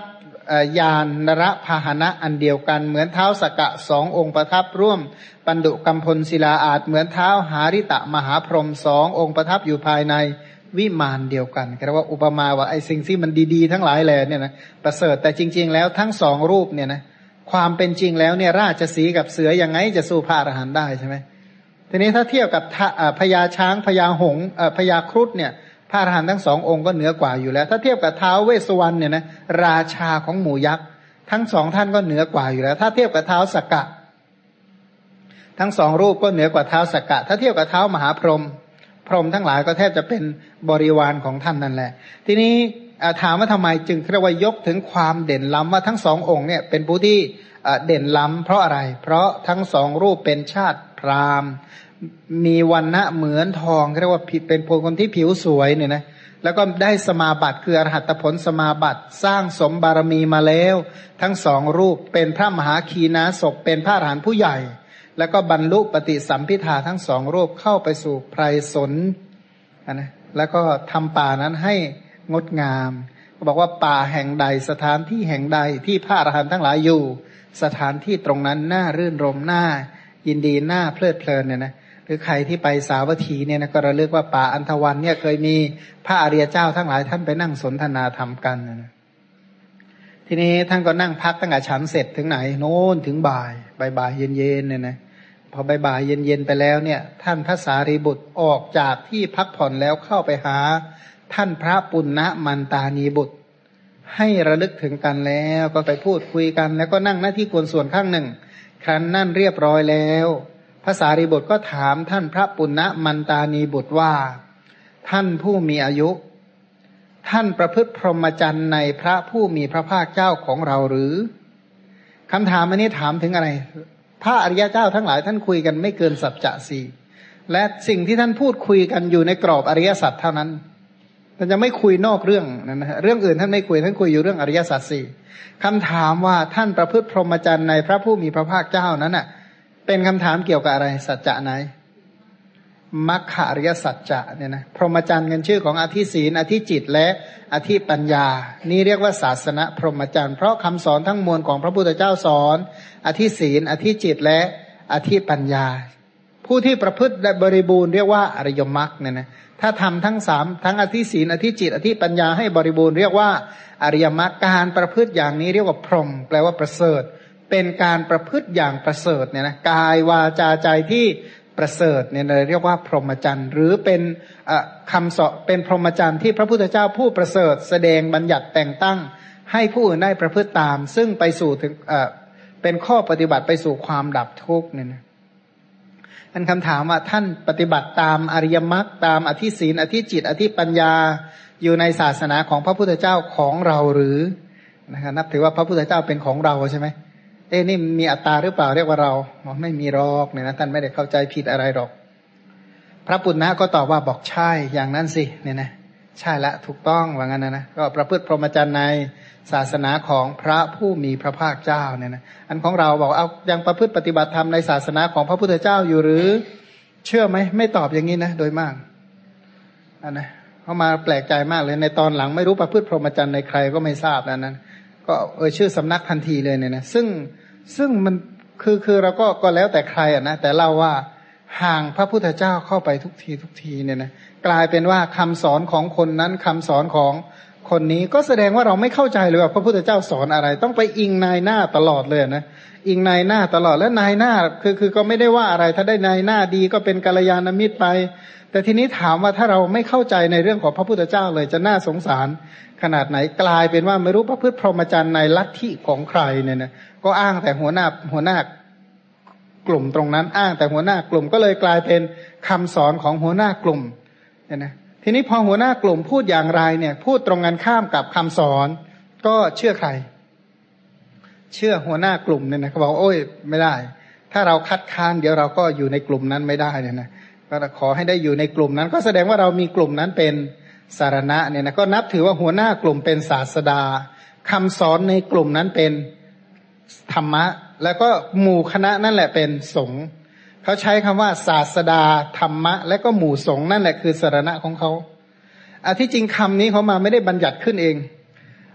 ยานนรพาหนะอันเดียวกันเหมือนเท้าสกกะสององค์ประทับร่วมปันดุกัมพลศิลาอาจเหมือนเท้าหาริตะมหาพรหมสององค์ประทับอยู่ภายในวิมานเดียวกันเรียกว่าอุปมาว่าไอ้สิ่งที่มันดีๆทั้งหลายแหล่เนี่ยนะประเสริฐแต่จริงๆแล้วทั้งสองรูปเนี่ยนะความเป็นจริงแล้วเนี่ยราชสีห์กับเสือยังไงจะสู้พระอรหันต์ได้ใช่ไหมทีนี้ถ้าเทียบกับพญาช้างพญาหงส์พญาครุฑเนี่ยพระอรหันต์ทั้งสององค์ก็เหนือกว่าอยู่แล้วถ้าเทียบกับท้าวเวสสุวรรณเนี่ยนะราชาของหมู่ยักษ์ทั้งสองท่านก็เหนือกว่าอยู่แล้วถ้าเทียบกับท้าวสักกะทั้งสองรูปก็เหนือกว่าท้าวสักกะถ้าเทียบกับท้าวมหาพรหมพรหมทั้งหลายก็แทบจะเป็นบริวารของท่านนั่นแหละทีนี้ถามว่าทำไมจึงเรียกว่ายกถึงความเด่นล้ำว่าทั้งสององค์เนี่ยเป็นผู้ที่เด่นล้ำเพราะอะไรเพราะทั้งสองรูปเป็นชาติพราหมณ์มีวรรณะเหมือนทองเรียกว่าเป็นคนที่ผิวสวยเนี่ยนะแล้วก็ได้สมาบัติคืออรหัตผลสมาบัติสร้างสมบารมีมาแล้วทั้งสองรูปเป็นพระมหาคีณาสพเป็นพระอรหันต์ผู้ใหญ่แล้วก็บรรลุปฏิสัมภิทาทั้งสองรูปเข้าไปสู่ไพรสนนะแล้วก็ทำป่านั้นให้งดงามก็บอกว่าป่าแห่งใดสถานที่แห่งใดที่พระอรหันต์ทั้งหลายอยู่สถานที่ตรงนั้นน่ารื่นรมน่ายินดีน่าเพลิดเพลินเนี่ยนะหรือใครที่ไปสาวัตถีเนี่ยนะก็ระลึกว่าป่าอันธวันเนี่ยเคยมีพระอริยเจ้าทั้งหลายท่านไปนั่งสนทนาธรรมกันนะทีนี้ท่านก็นั่งพักตั้งแต่ฉันเสร็จถึงไหนโน้นถึงบ่ายบ่ายบ่ายเย็นเย็นเนี่ยนะพอบ่ายบ่ายเย็นเย็นไปแล้วเนี่ยท่านพระสารีบุตรออกจากที่พักผ่อนแล้วเข้าไปหาท่านพระปุณณมันตานีบุตรให้ระลึกถึงกันแล้วก็ไปพูดคุยกันแล้วก็นั่งหน้าที่ควรส่วนข้างหนึ่งครั้นนั่นเรียบร้อยแล้วพระสารีบุตรก็ถามท่านพระปุณณมันตานีบุตรว่าท่านผู้มีอายุท่านประพฤติพรหมจรรย์ในพระผู้มีพระภาคเจ้าของเราหรือคำถามอันนี้ถามถึงอะไรพระอริยเจ้าทั้งหลายท่านคุยกันไม่เกินสัจจะสี่และสิ่งที่ท่านพูดคุยกันอยู่ในกรอบอริยสัจเท่านั้นท่านจะไม่คุยนอกเรื่องนะฮะเรื่องอื่นท่านไม่คุยท่านคุยอยู่เรื่องอริยสัจสี่คำถามว่าท่านประพฤติพรหมจรรย์ในพระผู้มีพระภาคเจ้านั้นน่ะเป็นคำถามเกี่ยวกับอะไรสัจจะไหนมัคคอริยสัจจะเนี่ยนะพรหมจรรย์กันชื่อของอธิศีลอธิจิตและอธิปัญญานี่เรียกว่าศาสนาพรหมจรรย์เพราะคำสอนทั้งมวลของพระพุทธเจ้าสอนอธิศีลอธิจิตและอธิปัญญาผู้ที่ประพฤติได้บริบูรณ์เรียกว่าอริยมรรคเนี่ยนะถ้าทำทั้งสามทั้งอธิศีลอธิจิตอธิปัญญาให้บริบูรณ์เรียกว่าอริยมรรคการประพฤติอย่างนี้เรียกว่าพรหมแปลว่าประเสริฐเป็นการประพฤติอย่างประเสริฐเนี่ยนะกายวาจาใจที่ประเสริฐเนี่ยเรียกว่าพรหมจรรย์หรือเป็นคำสอนเป็นพรหมจรรย์ที่พระพุทธเจ้าผู้ประเสริฐแสดงบัญญัติแต่งตั้งให้ผู้อื่นได้ประพฤติตามซึ่งไปสู่ถึงเป็นข้อปฏิบัติไปสู่ความดับทุกข์เนี่ยนะอันคำถามว่าท่านปฏิบัติตามอริยมรรคตามอธิศีลอธิจิตอธิปัญญาอยู่ในศาสนาของพระพุทธเจ้าของเราหรือนะครับนับถือว่าพระพุทธเจ้าเป็นของเราใช่ไหมเอ้นี่มีอัตตาหรือเปล่าเรียกว่าเราไม่มีหรอกเนี่ยนะท่านไม่ได้เข้าใจผิดอะไรหรอกพระปุณณะก็ตอบว่าบอกใช่อย่างนั้นสิเนี่ยนะใช่ละถูกต้องว่างั้นนะนะก็ประพฤติพรหมจรรย์ในศาสนาของพระผู้มีพระภาคเจ้าเนี่ยนะอันของเราบอกเอายังประพฤติปฏิบัติธรรมในศาสนาของพระพุทธเจ้าอยู่หรือเชื่อไหมไม่ตอบอย่างนี้นะโดยมากอันนะเขามาแปลกใจมากเลยในตอนหลังไม่รู้ประพฤติพรหมจรรย์ในใครก็ไม่ทราบนะนั้นก็เออชื่อสำนักทันทีเลยเนี่ยนะซึ่งซึ่งมันคือคือเราก็ก็แล้วแต่ใครอ่ะนะแต่เล่าว่าห่างพระพุทธเจ้าเข้าไปทุกทีทุกทีเนี่ยนะกลายเป็นว่าคำสอนของคนนั้นคำสอนของคนนี้ก็แสดงว่าเราไม่เข้าใจเลยว่าพระพุทธเจ้าสอนอะไรต้องไปอิงนายหน้าตลอดเลยนะอิงนายหน้าตลอดและนายหน้าคือคือก็ไม่ได้ว่าอะไรถ้าได้นายหน้าดีก็เป็นกัลยาณมิตรไปแต่ทีนี้ถามว่าถ้าเราไม่เข้าใจในเรื่องของพระพุทธเจ้าเลยจะน่าสงสารขนาดไหนกลายเป็นว่าไม่รู้ประพฤติพรหมจรรย์ในลัทธิของใครเนี่ยนะก็อ้างแต่หัวหน้าหัวหน้ากลุ่มตรงนั้นอ้างแต่หัวหน้ากลุ่มก็เลยกลายเป็นคำสอนของหัวหน้ากลุ่มเนี่ยนะทีนี้พอหัวหน้ากลุ่มพูดอย่างไรเนี่ยพูดตรงกันข้ามกับคำสอนก็เชื่อใครเชื่อหัวหน้ากลุ่มเนี่ยนะเขาบอกโอ้ยไม่ได้ถ้าเราคัดค้านเดี๋ยวเราก็อยู่ในกลุ่มนั้นไม่ได้เนี่ยนะก็ขอให้ได้อยู่ในกลุ่มนั้นก็แสดงว่าเรามีกลุ่มนั้นเป็นสารณะเนี่ยนะก็นับถือว่าหัวหน้ากลุ่มเป็นศาสดาคำสอนในกลุ่มนั้นเป็นธรรมะแล้วก็หมู่คณะนั่นแหละเป็นสงฆ์เขาใช้คำว่าศาสดาธรรมะและก็หมู่สงฆ์นั่นแหละคือสารณะของเขาอ่ะที่จริงคำนี้เขามาไม่ได้บัญญัติขึ้นเอง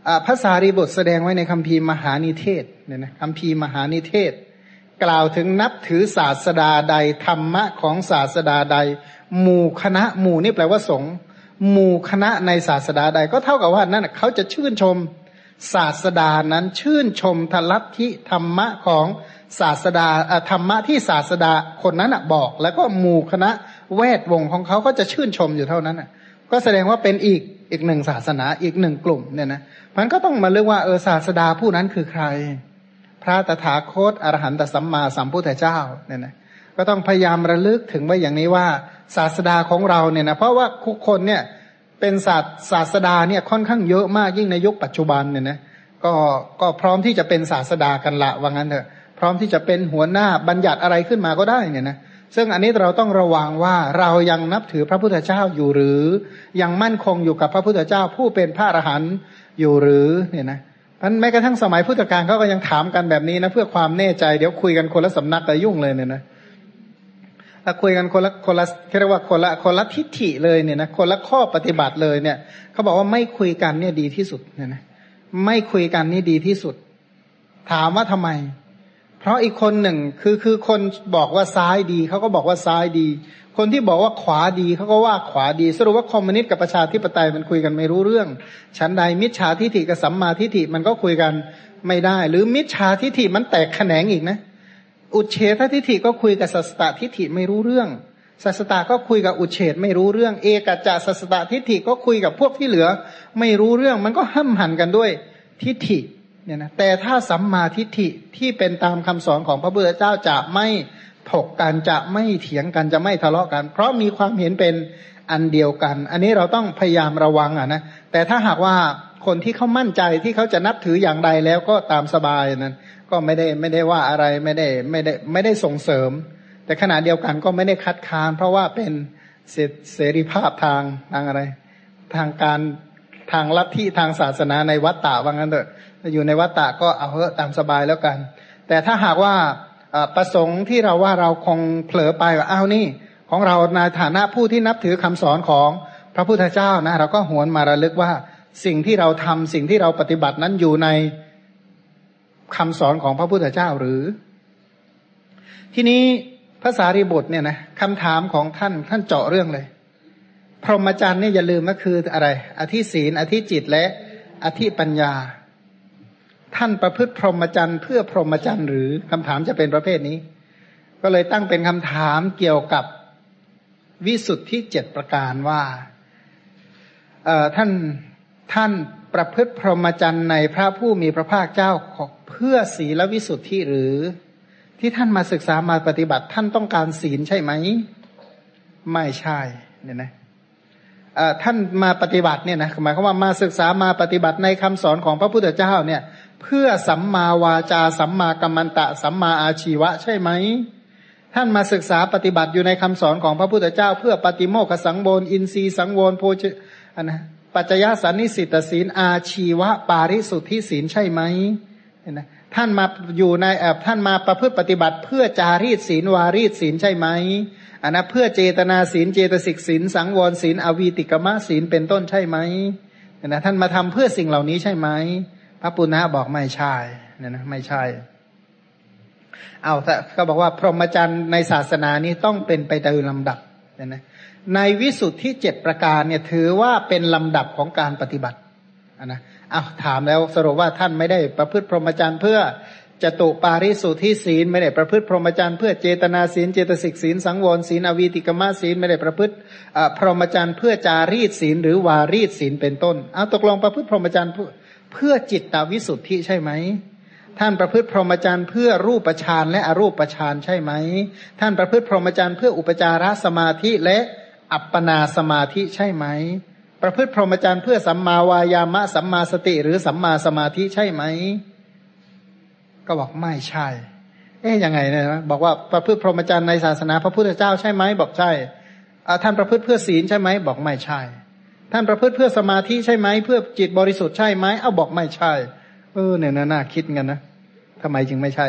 ภาษารีบุตรแสดงไว้ในคัมภีร์มหานิเทศเนี่ยนะคัมภีร์มหานิเทศกล่าวถึงนับถือศาสดาใดธรรมะของศาสดาใดหมู่คณะหมู่นี่แปลว่าสงฆ์หมู่คณะในศาสดาใดก็เท่ากับว่านั่นเขาจะชื่นชมศาสดานั้นชื่นชมทลัทธิธรรมะของศาสดาธรรมะที่ศาสดาคนนั้นบอกแล้วก็หมู่คณะแวดวงของเขาก็จะชื่นชมอยู่เท่านั้นก็แสดงว่าเป็นอีกอีกหนึ่งศาสนาอีกหนึ่งกลุ่มเนี่ยนะมันก็ต้องมาเลือกว่าเออศาสดาผู้นั้นคือใครพระตถาคตอรหันตสัมมาสัมพุทธเจ้าเนี่ยนะก็ต้องพยายามระลึกถึงไว้อย่างนี้ว่าศาสดาของเราเนี่ยนะเพราะว่าทุกคนเนี่ยเป็นศาสศาสดาเนี่ยค่อนข้างเยอะมากยิ่งในยุคปัจจุบันเนี่ยนะก็ก็พร้อมที่จะเป็นศาสดากันละว่างั้นเถอะพร้อมที่จะเป็นหัวหน้าบัญญัติอะไรขึ้นมาก็ได้เนี่ยนะซึ่งอันนี้เราต้องระวังว่าเรายังนับถือพระพุทธเจ้าอยู่หรือยังมั่นคงอยู่กับพระพุทธเจ้าผู้เป็นพระอรหันต์อยู่หรือเนี่ยนะเพราะแม้กระทั่งสมัยพุทธกาลเขาก็ยังถามกันแบบนี้นะเพื่อความแน่ใจเดี๋ยวคุยกันคนละสำนักก็ยุ่งเลยเนี่ยนะถ้าคุยกันคนละคนละเรียกว่าคนละคนละทิฏฐิเลยเนี่ยนะคนละข้อปฏิบัติเลยเนี่ยเขาบอกว่าไม่คุยกันเนี่ยดีที่สุดเนี่ยนะไม่คุยกันนี่ดีที่สุดถามว่าทำไมเพราะอีกคนหนึ่งคือคือคนบอกว่าซ้ายดีเขาก็บอกว่าซ้ายดีคนที่บอกว่าขวาดีเขาก็ว่าขวาดีสรุปว่าคอมมิวนิสต์กับประชาธิปไตยมันคุยกันไม่รู้เรื่องชั้นใดมิจฉาทิฏฐิกับสัมมาทิฏฐิมันก็คุยกันไม่ได้หรือมิจฉาทิฏฐิมันแตกแขนงอีกนะอุเฉททิฏฐิก็คุยกับสัสตทิฏฐิไม่รู้เรื่องสัสตก็คุยกับอุเฉทไม่รู้เรื่องเอกัจจะสัสตทิฏฐิก็คุยกับพวกที่เหลือไม่รู้เรื่องมันก็ห้ำหั่นกันด้วยทิฏฐิเนี่ยนะแต่ถ้าสัมมาทิฏฐิที่เป็นตามคำสอนของพระพุทธเจ้าจะไม่ถกกันจะไม่เถียงกันจะไม่ทะเลาะกันเพราะมีความเห็นเป็นอันเดียวกันอันนี้เราต้องพยายามระวังอ่ะนะแต่ถ้าหากว่าคนที่เขามั่นใจที่เขาจะนับถืออย่างใดแล้วก็ตามสบายนั้นก็ไม่ได้ไม่ได้ว่าอะไรไม่ได้ไม่ได้ไม่ได้ส่งเสริมแต่ขณะเดียวกันก็ไม่ได้คัดค้านเพราะว่าเป็นเสรีภาพทางทางอะไรทางการทางลัทธิทางศาสนาในวัฏฏะว่างั้นเถอะอยู่ในวัฏฏะก็เอาเถอะตามสบายแล้วกันแต่ถ้าหากว่าประสงค์ที่เราว่าเราคงเผลอไปว่าอ้าวนี่ของเราในฐานะผู้ที่นับถือคำสอนของพระพุทธเจ้านะเราก็หวนมาระลึกว่าสิ่งที่เราทำสิ่งที่เราปฏิบัตินั้นอยู่ในคำสอนของพระพุทธเจ้าหรือทีนี้พระสารีบุตรเนี่ยนะคำถามของท่านท่านเจาะเรื่องเลยพรหมจรรย์เนี่ยอย่าลืมก็คืออะไรอธิศีลอธิจิตและอธิปัญญาท่านประพฤติพรหมจรรย์เพื่อพรหมจรรย์หรือคำถามจะเป็นประเภทนี้ก็เลยตั้งเป็นคำถามเกี่ยวกับวิสุทธิเจ็ดประการว่าเอ่อท่านท่านประพฤติพรหมจรรย์ในพระผู้มีพระภาคเจ้าเพื่อศีลวิสุทธิหรือที่ท่านมาศึกษามาปฏิบัติท่านต้องการศีลใช่ไหมไม่ใช่เนี่ยนะท่านมาปฏิบัติเนี่ยนะหมายความว่ามาศึกษามาปฏิบัติในคำสอนของพระพุทธเจ้าเนี่ยเพื่อสัมมาวาจาสัมมากัมมันตะสัมมาอาชีวะใช่ไหมท่านมาศึกษาปฏิบัติอยู่ในคำสอนของพระพุทธเจ้าเพื่อปฏิโมกขสังวรอินทรีย์สังวรโพชอันนะปัจจยสันนิสิตศีลอาชีวะปาริสุทธิศีลใช่ไหมเห็นไหมท่านมาอยู่ในแอบท่านมาประพฤติปฏิบัติเพื่อจารีตศีลวารีตศีลใช่ไหมอันนะเพื่อเจตนาศีลเจตสิกศีลสังวรศีลอวีติกมะศีลเป็นต้นใช่ไหมเห็นไหมท่านมาทำเพื่อสิ่งเหล่านี้ใช่ไหมพระปุณณะบอกไม่ใช่เนี่ยนะไม่ใช่เอาแต่เขาบอกว่าพรหมจรรย์ในศาสนานี้ต้องเป็นไปโดยลำดับเนี่ยนะในวิสุทธิเจ็ดประการเนี่ยถือว่าเป็นลำดับของการปฏิบัติอ่ะนะเอาถามแล้วสรุปว่าท่านไม่ได้ประพฤติพรหมจรรย์เพื่อจตุปาริสุทธิศีลไม่ได้ประพฤติพรหมจรรย์เพื่อเจตนาศีลเจตสิกศีลสังวรศีลอวีติกมะศีลไม่ได้ประพฤติพรหมจรรย์เพื่อจารีตศีลหรือวารีตศีลเป็นต้นเอาตกลงประพฤติพรหมจรรย์เพื่อจิตตวิสุทธิใช่ไหมท่านประพฤติพรหมจรรย์เพื่อรูปฌานและอรูปฌานใช่ไหมท่านประพฤติพรหมจรรย์เพื่ออุปจารสมาธิและอัปปนาสมาธิใช่ไหมประพฤติพรหมจรรย์เพื่อสัมมาวายามะสัมมาสติหรือสัมมาสมาธิใช่ไหมก็บอกไม่ใช่เอ๊ะยังไงเนี่ยนะบอกว่าประพฤติพรหมจรรย์ในศาสนาพระพุทธเจ้าใช่ไหมบอกใช่ท่านประพฤติเพื่อศีลใช่ไหมบอกไม่ใช่ท่านประพฤติเพื่อสมาธิใช่ไหมเพื่อจิตบริสุทธิ์ใช่ไหมเอาบอกไม่ใช่เออเนี่ยน่าคิดกันนะทำไมจึงไม่ใช่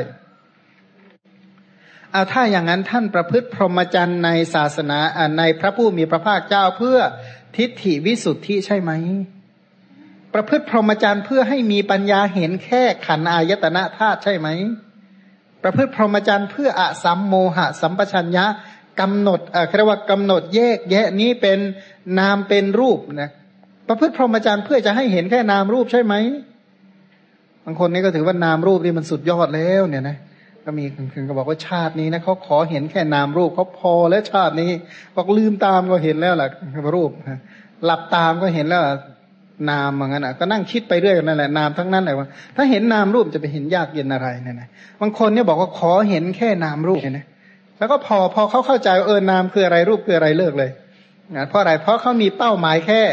เอาถ้าอย่างนั้นท่านประพฤติพรหมจรรย์ในศาสนาในพระผู้มีพระภาคเจ้าเพื่อทิฏฐิวิสุทธิใช่ไหมประพฤติพรหมจรรย์เพื่อให้มีปัญญาเห็นแค่ขันธ์อายตนะธาตุใช่ไหมประพฤติพรหมจรรย์เพื่ออสัมโมหะสัมปชัญญะกำหนดเอ่อเรียกว่ากำหนดแยกแยะนี้เป็นนามเป็นรูปนะประพฤติพรหมจรรย์เพื่อจะให้เห็นแค่นามรูปใช่ไหมบางคนนี่ก็ถือว่านามรูปนี่มันสุดยอดแล้วเนี่ยนะก็มีคนก็บอกว่าชาตินี้นะเขาขอเห็นแค่นามรูปเขาพอแล้วชาตินี้บอกลืมตามก็เห็นแล้วล่ะรูปหลับตามก็เห็นแล้วนามอย่างนั้นอ่ะก็นั่งคิดไปเรื่อยนั่นแหละนามทั้งนั้นเลยว่าถ้าเห็นนามรูปจะไปเห็นยากเย็นอะไรเนี่ยนะบางคนเนี่ยบอกว่าขอเห็นแค่นามรูปเนี่ยนะแล้วก็พอพอเขาเข้าใจเออนามคืออะไรรูปคืออะไรเลิกเลยนะเพราะอะไรเพราะเขามีเป้าหมายแค่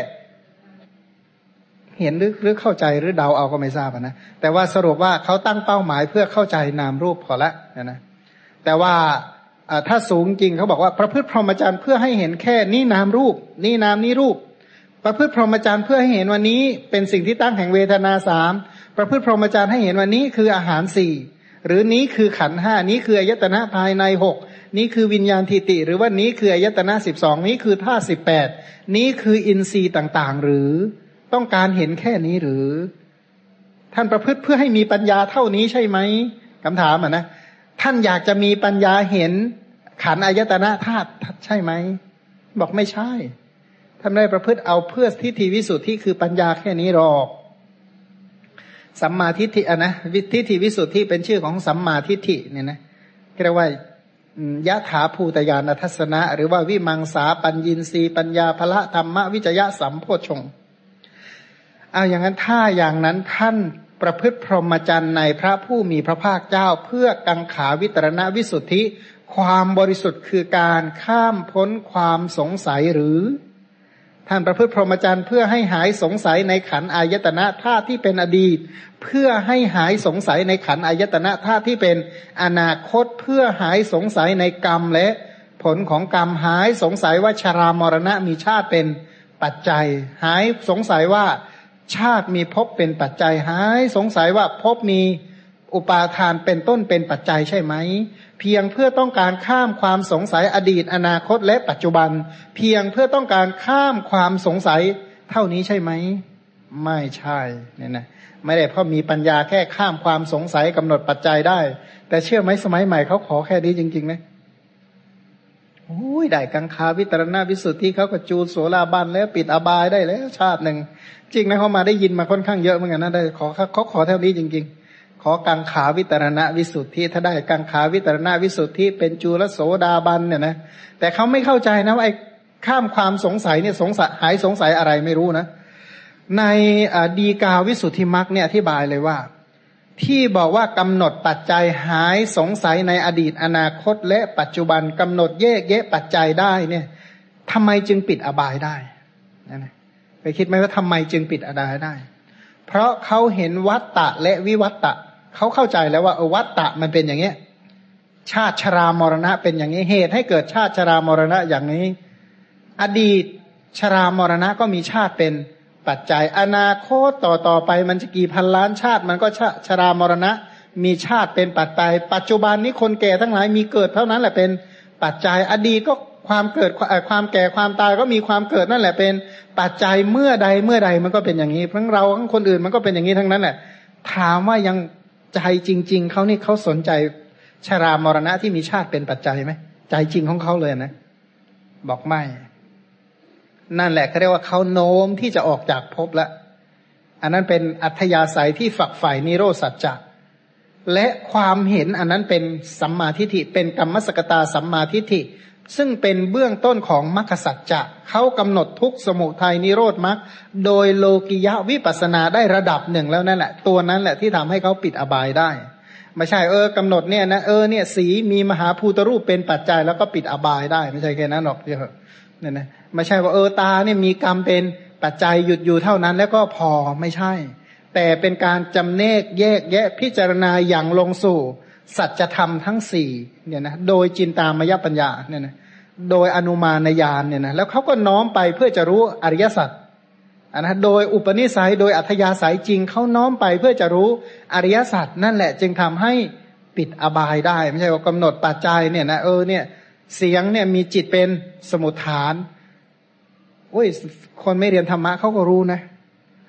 เห็นหรือหรือเข้าใจหรือเดาเอาก็ไม่ทราบนะแต่ว่าสรุปว่าเขาตั้งเป้าหมายเพื่อเข้าใจนามรูปพอละนะนะแต่ว่าถ้าสูงจริงเขาบอกว่าประพฤติพรหมจรรย์เพื่อให้เห็นแค่นี้นามรูปนี่นามนี้รูปประพฤติพรหมจรรย์เพื่อให้เห็นวันนี้เป็นสิ่งที่ตั้งแห่งเวทนาสามประพฤติพรหมจรรย์ให้เห็นวันนี้คืออาหารสี่หรือนี้คือขันธ์ห้านี้คืออายตนะภายในหกนี้คือวิญญาณทิติหรือว่านี้คืออายตนะสิบสองนี้คือธาตุสิบแปดนี้คืออินทรีย์ต่างๆหรือต้องการเห็นแค่นี้หรือท่านประพฤติเพื่อให้มีปัญญาเท่านี้ใช่ไหมคำถามอ่ะนะท่านอยากจะมีปัญญาเห็นขันธ์อายตนะธาตุใช่ไหมบอกไม่ใช่ท่านได้ประพฤติเอาเพื่อทิฏฐิวิสุทธิคือปัญญาแค่นี้หรอกสัมมาทิฏฐิอ่ะนะทิฏฐิวิสุทธิเป็นชื่อของสัมมาทิฏฐิเนี่ยนะเรียกว่ายะถาภูตญาณทัศนะหรือว่าวิมังสาปัญญีสีปัญญาภละธรรมวิจยะสัมโพชฌงค์เอาอย่างนั้นถ้าอย่างนั้นท่านประพฤติพรหมจรรย์ในพระผู้มีพระภาคเจ้าเพื่อกังขาวิตรณวิสุทธิความบริสุทธิ์คือการข้ามพ้นความสงสัยหรือท่านประพฤติพรหมจรรย์เพื่อให้หายสงสัยในขันธ์อายตนะธาตุที่เป็นอดีตเพื่อให้หายสงสัยในขันธ์อายตนะธาตุที่เป็นอนาคตเพื่อหายสงสัยในกรรมและผลของกรรมหายสงสัยว่าชรามรณะมีชาติเป็นปัจจัยหายสงสัยว่าชาติมีภพเป็นปัจจัยหายสงสัยว่าภพมีอุปาทานเป็นต้นเป็นปัจจัยใช่ไหมเพียงเพื่อต้องการข้ามความสงสัยอดีตอนาคตและปัจจุบันเพียงเพื่อต้องการข้ามความสงสัยเท่านี้ใช่ไหมไม่ใช่เนี่ยนะไม่ได้เพราะมีปัญญาแค่ข้ามความสงสัยกำหนดปัจจัยได้แต่เชื่อไหมสมัยใหม่เขาขอแค่นี้จริงๆนะโอ้ยได้กังขาวิตรณวิสุทธิเขาก็จูลโสดาบันแล้วปิดอบายได้แล้วชาติหนึ่งจริงนะเขามาได้ยินมาค่อนข้างเยอะเหมือนกันนะได้ขอเขาขอเท่านี้จริงๆขอกังขาวิตรณวิสุทธิถ้าได้กังขาวิตรณวิสุทธิเป็นจูลโสดาบันเนี่ยนะแต่เขาไม่เข้าใจนะว่าไอ้ข้ามความสงสัยเนี่ยสงสัยหายสงสัยอะไรไม่รู้นะในดีกาวิสุทธิมรรคเนี่ยอธิบายเลยว่าที่บอกว่ากำหนดปัจจัยหายสงสัยในอดีตอนาคตและปัจจุบันกำหนดแยกแยะปัจจัยได้เนี่ยทำไมจึงปิดอบายได้นะไปคิดไหมว่าทำไมจึงปิดอบายได้เพราะเขาเห็นวัฏฏะและวิวัฏฏะเขาเข้าใจแล้วว่าวัฏฏะมันเป็นอย่างนี้ชาติชรามรณะเป็นอย่างนี้เหตุให้เกิดชาติชรามรณะอย่างนี้อดีตชรามรณะก็มีชาติเป็นปัจจัยอนาคตต่อต่อไปมันจะกี่พันล้านชาติมันก็ชาชรามรณะมีชาติเป็นปัจจัยปัจจุบันนี้คนแก่ทั้งหลายมีเกิดเท่านั้นแหละเป็นปัจจัยอดีตก็ความเกิดความแก่ความตายก็มีความเกิดนั่นแหละเป็นปัจจัยเมื่อใดเมื่อใดมันก็เป็นอย่างนี้ทั้งเราทั้งคนอื่นมันก็เป็นอย่างนี้ทั้งนั้นแหละถามว่ายังใจจริงๆเขานี่เขาสนใจชรามรณะที่มีชาติเป็นปัจจัยไหมใจจริงของเขาเลยนะบอกไม่นั่นแหละเขาเรียกว่าเขาโน้มที่จะออกจากภพแล้วอันนั้นเป็นอัธยาศัยที่ฝักใฝ่นิโรธสัจจะและความเห็นอันนั้นเป็นสัมมาทิฏฐิเป็นกัมมสกตาสัมมาทิฏฐิซึ่งเป็นเบื้องต้นของมรรคสัจจะเขากำหนดทุกข์สมุทัยนิโรธมรรคโดยโลกิยะวิปัสสนาได้ระดับหนึ่งแล้วนั่นแหละตัวนั้นแหละที่ทำให้เขาปิดอบายได้ไม่ใช่เออกำหนดเนี่ยนะเออเนี่ยสีมีมหาภูตรูปเป็นปัจจัยแล้วก็ปิดอบายได้ไม่ใช่แค่นั้นหรอกเยอะเนี่ยนะไม่ใช่ว่าเออตาเนี่ยมีกรรมเป็นปัจจัยหยุดอยู่เท่านั้นแล้วก็พอไม่ใช่แต่เป็นการจำแนกแยกแยะพิจารณาอย่างลงสู่สัจธรรมทั้งสี่เนี่ยนะโดยจินตามยปัญญาเนี่ยนะโดยอนุมานญาณเนี่ยนะแล้วเขาก็น้อมไปเพื่อจะรู้อริยสัจอันนะโดยอุปนิสัยโดยอัธยาศัยจริงเขาน้อมไปเพื่อจะรู้อริยสัจนั่นแหละจึงทำให้ปิดอบายได้ไม่ใช่ว่ากำหนดปัจจัยเนี่ยนะเออเนี่ยเสียงเนี่ยมีจิตเป็นสมุฏฐานโอ้ยคนไม่เรียนธรรมะเขาก็รู้นะ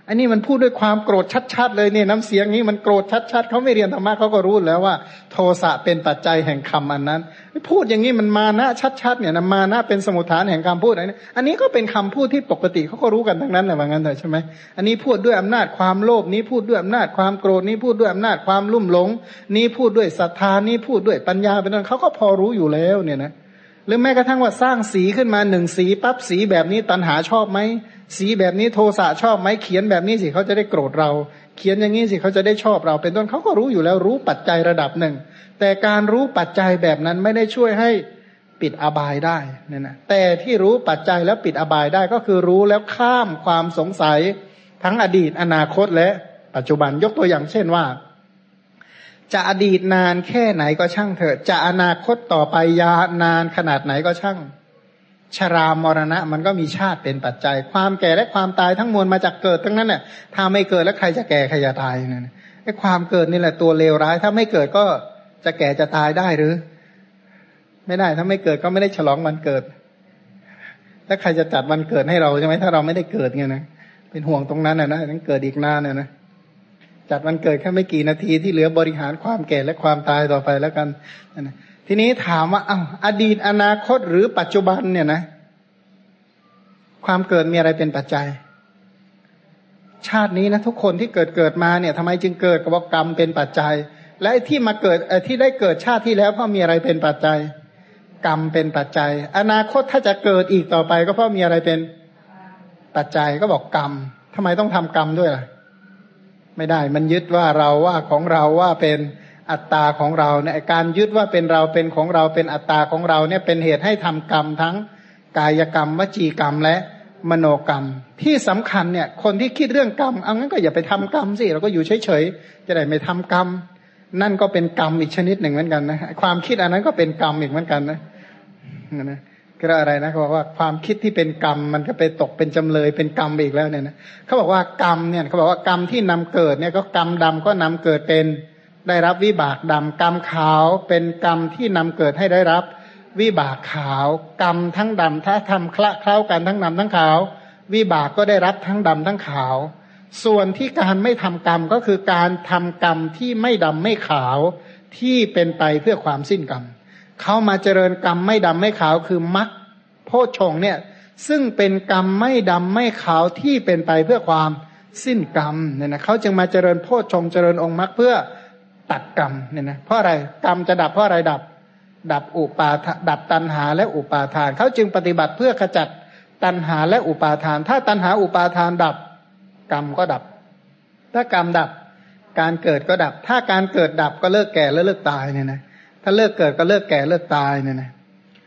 อันนี้มันพูดด้วยความโกรธชัดๆเลยเนี่ยน้ำเสียงนี้มันโกรธชัดๆเขาไม่เรียนธรรมะเขาก็รู้แล้วว่าโทสะเป็นปัจจัยแห่งคำอันนั้นพูดอย่างนี้มันมานะชัดๆเนี่ยนะมานะเป็นสมุฏฐานแห่งคำพูดอะไรนี่อันนี้ก็เป็นคำพูดที่ปกติเขาก็รู้กันทั้งนั้นแหละว่างั้นเถอะใช่ไหมอันนี้พูดด้วยอำนาจความโลภนี้พูดด้วยอำนาจความโกรธนี้พูดด้วยอำนาจความลุ่มหลงนี้พูดด้วยศรัทธานี้พูดด้วยปัญญาเป็นต้นเขาก็พอรู้อยู่แล้วเนี่ยนะหรือแม้กระทั่งว่าสร้างสีขึ้นมาหนึ่งสีปั๊บสีแบบนี้ตัณหาชอบไหมสีแบบนี้โทสะชอบไหมเขียนแบบนี้สิเขาจะได้โกรธเราเขียนอย่างนี้สิเขาจะได้ชอบเราเป็นต้นเขาก็รู้อยู่แล้วรู้ปัจจัยระดับหนึ่งแต่การรู้ปัจจัยแบบนั้นไม่ได้ช่วยให้ปิดอบายได้เนี่ยนะแต่ที่รู้ปัจจัยแล้วปิดอบายได้ก็คือรู้แล้วข้ามความสงสัยทั้งอดีตอนาคตและปัจจุบันยกตัวอย่างเช่นว่าจะอดีตนานแค่ไหนก็ช่างเถิดจะอนาคตต่อไปยาวนานขนาดไหนก็ช่างชรามรณะมันก็มีชาติเป็นปัจจัยความแก่และความตายทั้งมวลมาจากเกิดทั้งนั้นแหละถ้าไม่เกิดแล้วใครจะแก่ใครจะตายเนี่ยไอ้ความเกิดนี่แหละตัวเลวร้ายถ้าไม่เกิดก็จะแก่จะตายได้หรือไม่ได้ถ้าไม่เกิดก็ไม่ได้ฉลองวันเกิดแล้วใครจะจัดวันเกิดให้เราใช่ไหมถ้าเราไม่ได้เกิดไงนะเป็นห่วงตรงนั้นนะนะต้องเกิดอีกนานนะนะจัดวันเกิดแค่ไม่กี่นาทีที่เหลือบริหารความแก่และความตายต่อไปแล้วกันนะทีนี้ถามว่าอ้าวอดีตอนาคตหรือปัจจุบันเนี่ยนะความเกิดมีอะไรเป็นปัจจัยชาตินี้นะทุกคนที่เกิดเกิดมาเนี่ยทำไมจึงเกิดก็บอกกรรมเป็นปัจจัยและที่มาเกิดที่ได้เกิดชาติที่แล้วเพราะมีอะไรเป็นปัจจัยกรรมเป็นปัจจัยอนาคตถ้าจะเกิดอีกต่อไปก็เพราะมีอะไรเป็นปัจจัยก็บอกกรรมทำไมต้องทำกรรมด้วยล่ะไม่ได้มันยึดว่าเราว่าของเราว่าเป็นอัตตาของเราเนี่ยการยึดว่าเป็นเราเป็นของเราเป็นอัตตาของเราเนี่ยเป็นเหตุให้ทำกรรมทั้งกายกรรมวจีกรรมและมโนกรรมที่สำคัญเนี่ยคนที่คิดเรื่องกรรมเอางั้นก็อย่าไปทำกรรมสิเราก็อยู่เฉยๆจะได้ไม่ทำกรรมนั่นก็เป็นกรรมอีกชนิดหนึ่งเหมือนกันนะความคิดอันนั้นก็เป็นกรรมอีกเหมือนกันนะนะก็อะไรนะเขาบอกว่าความคิดที่เป็นกรรมมันก็ไปตกเป็นจำเลยเป็นกรรมอีกแล้วเนี่ยนะเขาบอกว่ากรรมเนี่ยเขาบอกว่ากรรมที่นำเกิดเนี่ยก็กรรมดำก็นำเกิดเป็นได้รับวิบากดำกรรมขาวเป็นกรรมที่นำเกิดให้ได้รับวิบากขาวกรรมทั้งดำถ้าทำคละเคล้ากันทั้งดำทั้งขาววิบากก็ได้รับทั้งดำทั้งขาวส่วนที่การไม่ทำกรรมก็คือการทำกรรมที่ไม่ดำไม่ขาวที่เป็นไปเพื่อความสิ้นกรรมเขามาเจริญกรรมไม่ดำไม่ขาวคือมรรคโพชฌงค์เนี่ยซึ่งเป็นกรรมไม่ดำไม่ขาวที่เป็นไปเพื่อความสิ้นกรรมเนี่ยนะเขาจึงมาเจริญโพชฌงค์เจริญองค์มรรคเพื่อตัดกรรมเนี่ยนะเพราะอะไรกรรมจะดับเพราะอะไรดับดับอุปาทดับตัณหาและอุปาทานเขาจึงปฏิบัติเพื่อขจัดตัณหาและอุปาทานถ้าตัณหาอุปาทานดับกรรมก็ดับถ้ากรรมดับการเกิดก็ดับถ้าการเกิดดับก็เลิกแก่และเลิกตายเนี่ยนะถ้าเลิกเกิดก็เลิกแก่เลิกตายเนี่ยนะ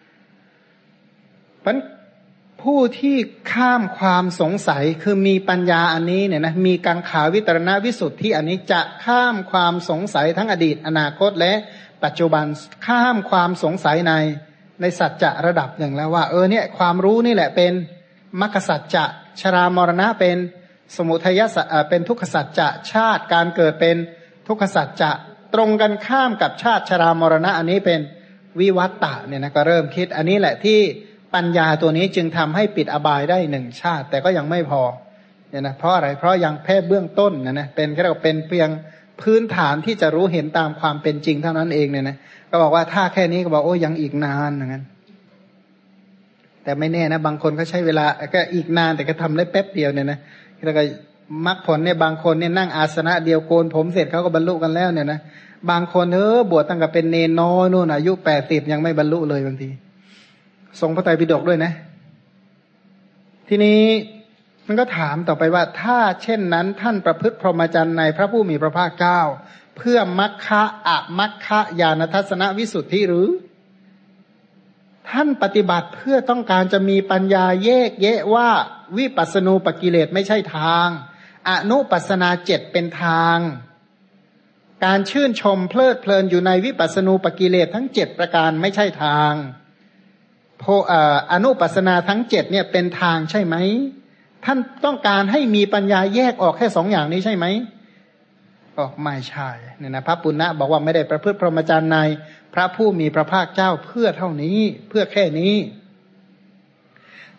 เพราะผู้ที่ข้ามความสงสัยคือมีปัญญาอันนี้เนี่ยนะมีกังขาวิตรณวิสุทธิอันนี้จะข้ามความสงสัยทั้งอดีตอนาคตและปัจจุบันข้ามความสงสัยในในสัจจะระดับหนึ่งแล้วว่าเออเนี่ยความรู้นี่แหละเป็นมรรคสัจจะชรามรณะเป็นสมุทัยสัจเป็นทุกขสัจจะชาติการเกิดเป็นทุกขสัจจะตรงกันข้ามกับชาติชรามรณะอันนี้เป็นวิวัตตะเนี่ยนะก็เริ่มคิดอันนี้แหละที่ปัญญาตัวนี้จึงทำให้ปิดอบายได้หนึ่งชาติแต่ก็ยังไม่พอเนี่ยนะเพราะอะไรเพราะยังแค่เบื้องต้นนะนะเป็นแค่เป็นเพียงพื้นฐานที่จะรู้เห็นตามความเป็นจริงเท่านั้นเองเนี่ยนะก็บอกว่าถ้าแค่นี้ก็บอกโอ้ยังอีกนานอย่างนั้นแต่ไม่แน่นะบางคนเขาใช้เวลาก็อีกนานแต่ก็ทำได้แป๊บเดียวเนี่ยนะแล้วก็มรรคผลเนี่ยบางคนเนี่ยนั่งอาสนะเดียวโกนผมเสร็จเขาก็บรรลุกันแล้วเนี่ยนะบางคนเออบวชตั้งแต่เป็นเนนน้อยนู่นอายุแปดสิบยังไม่บรรลุเลยบางทีทรงพระไตรปิฎกด้วยนะทีนี้มันก็ถามต่อไปว่าถ้าเช่นนั้นท่านประพฤติพรหมจรรย์ในพระผู้มีพระภาคเจ้าเพื่อมัคคะอะมัคคะญาณทัศนวิสุทธิหรือท่านปฏิบัติเพื่อต้องการจะมีปัญญาแยกแยะว่าวิปัสสนูปกิเลสไม่ใช่ทางอนุปัสสนาเจ็ดเป็นทางการชื่นชมเพลิดเพลินอยู่ในวิปัสสนูปกิเลสทั้งเจ็ดประการไม่ใช่ทางโพอนุปัสสนาทั้งเจ็ดเนี่ยเป็นทางใช่ไหมท่านต้องการให้มีปัญญาแยกออกแค่สองอย่างนี้ใช่ไหมก็ไม่ใช่เนี่ยนะพระปุณณะบอกว่าไม่ได้ประพฤติพรหมจรรย์ในพระผู้มีพระภาคเจ้าเพื่อเท่านี้เพื่อแค่นี้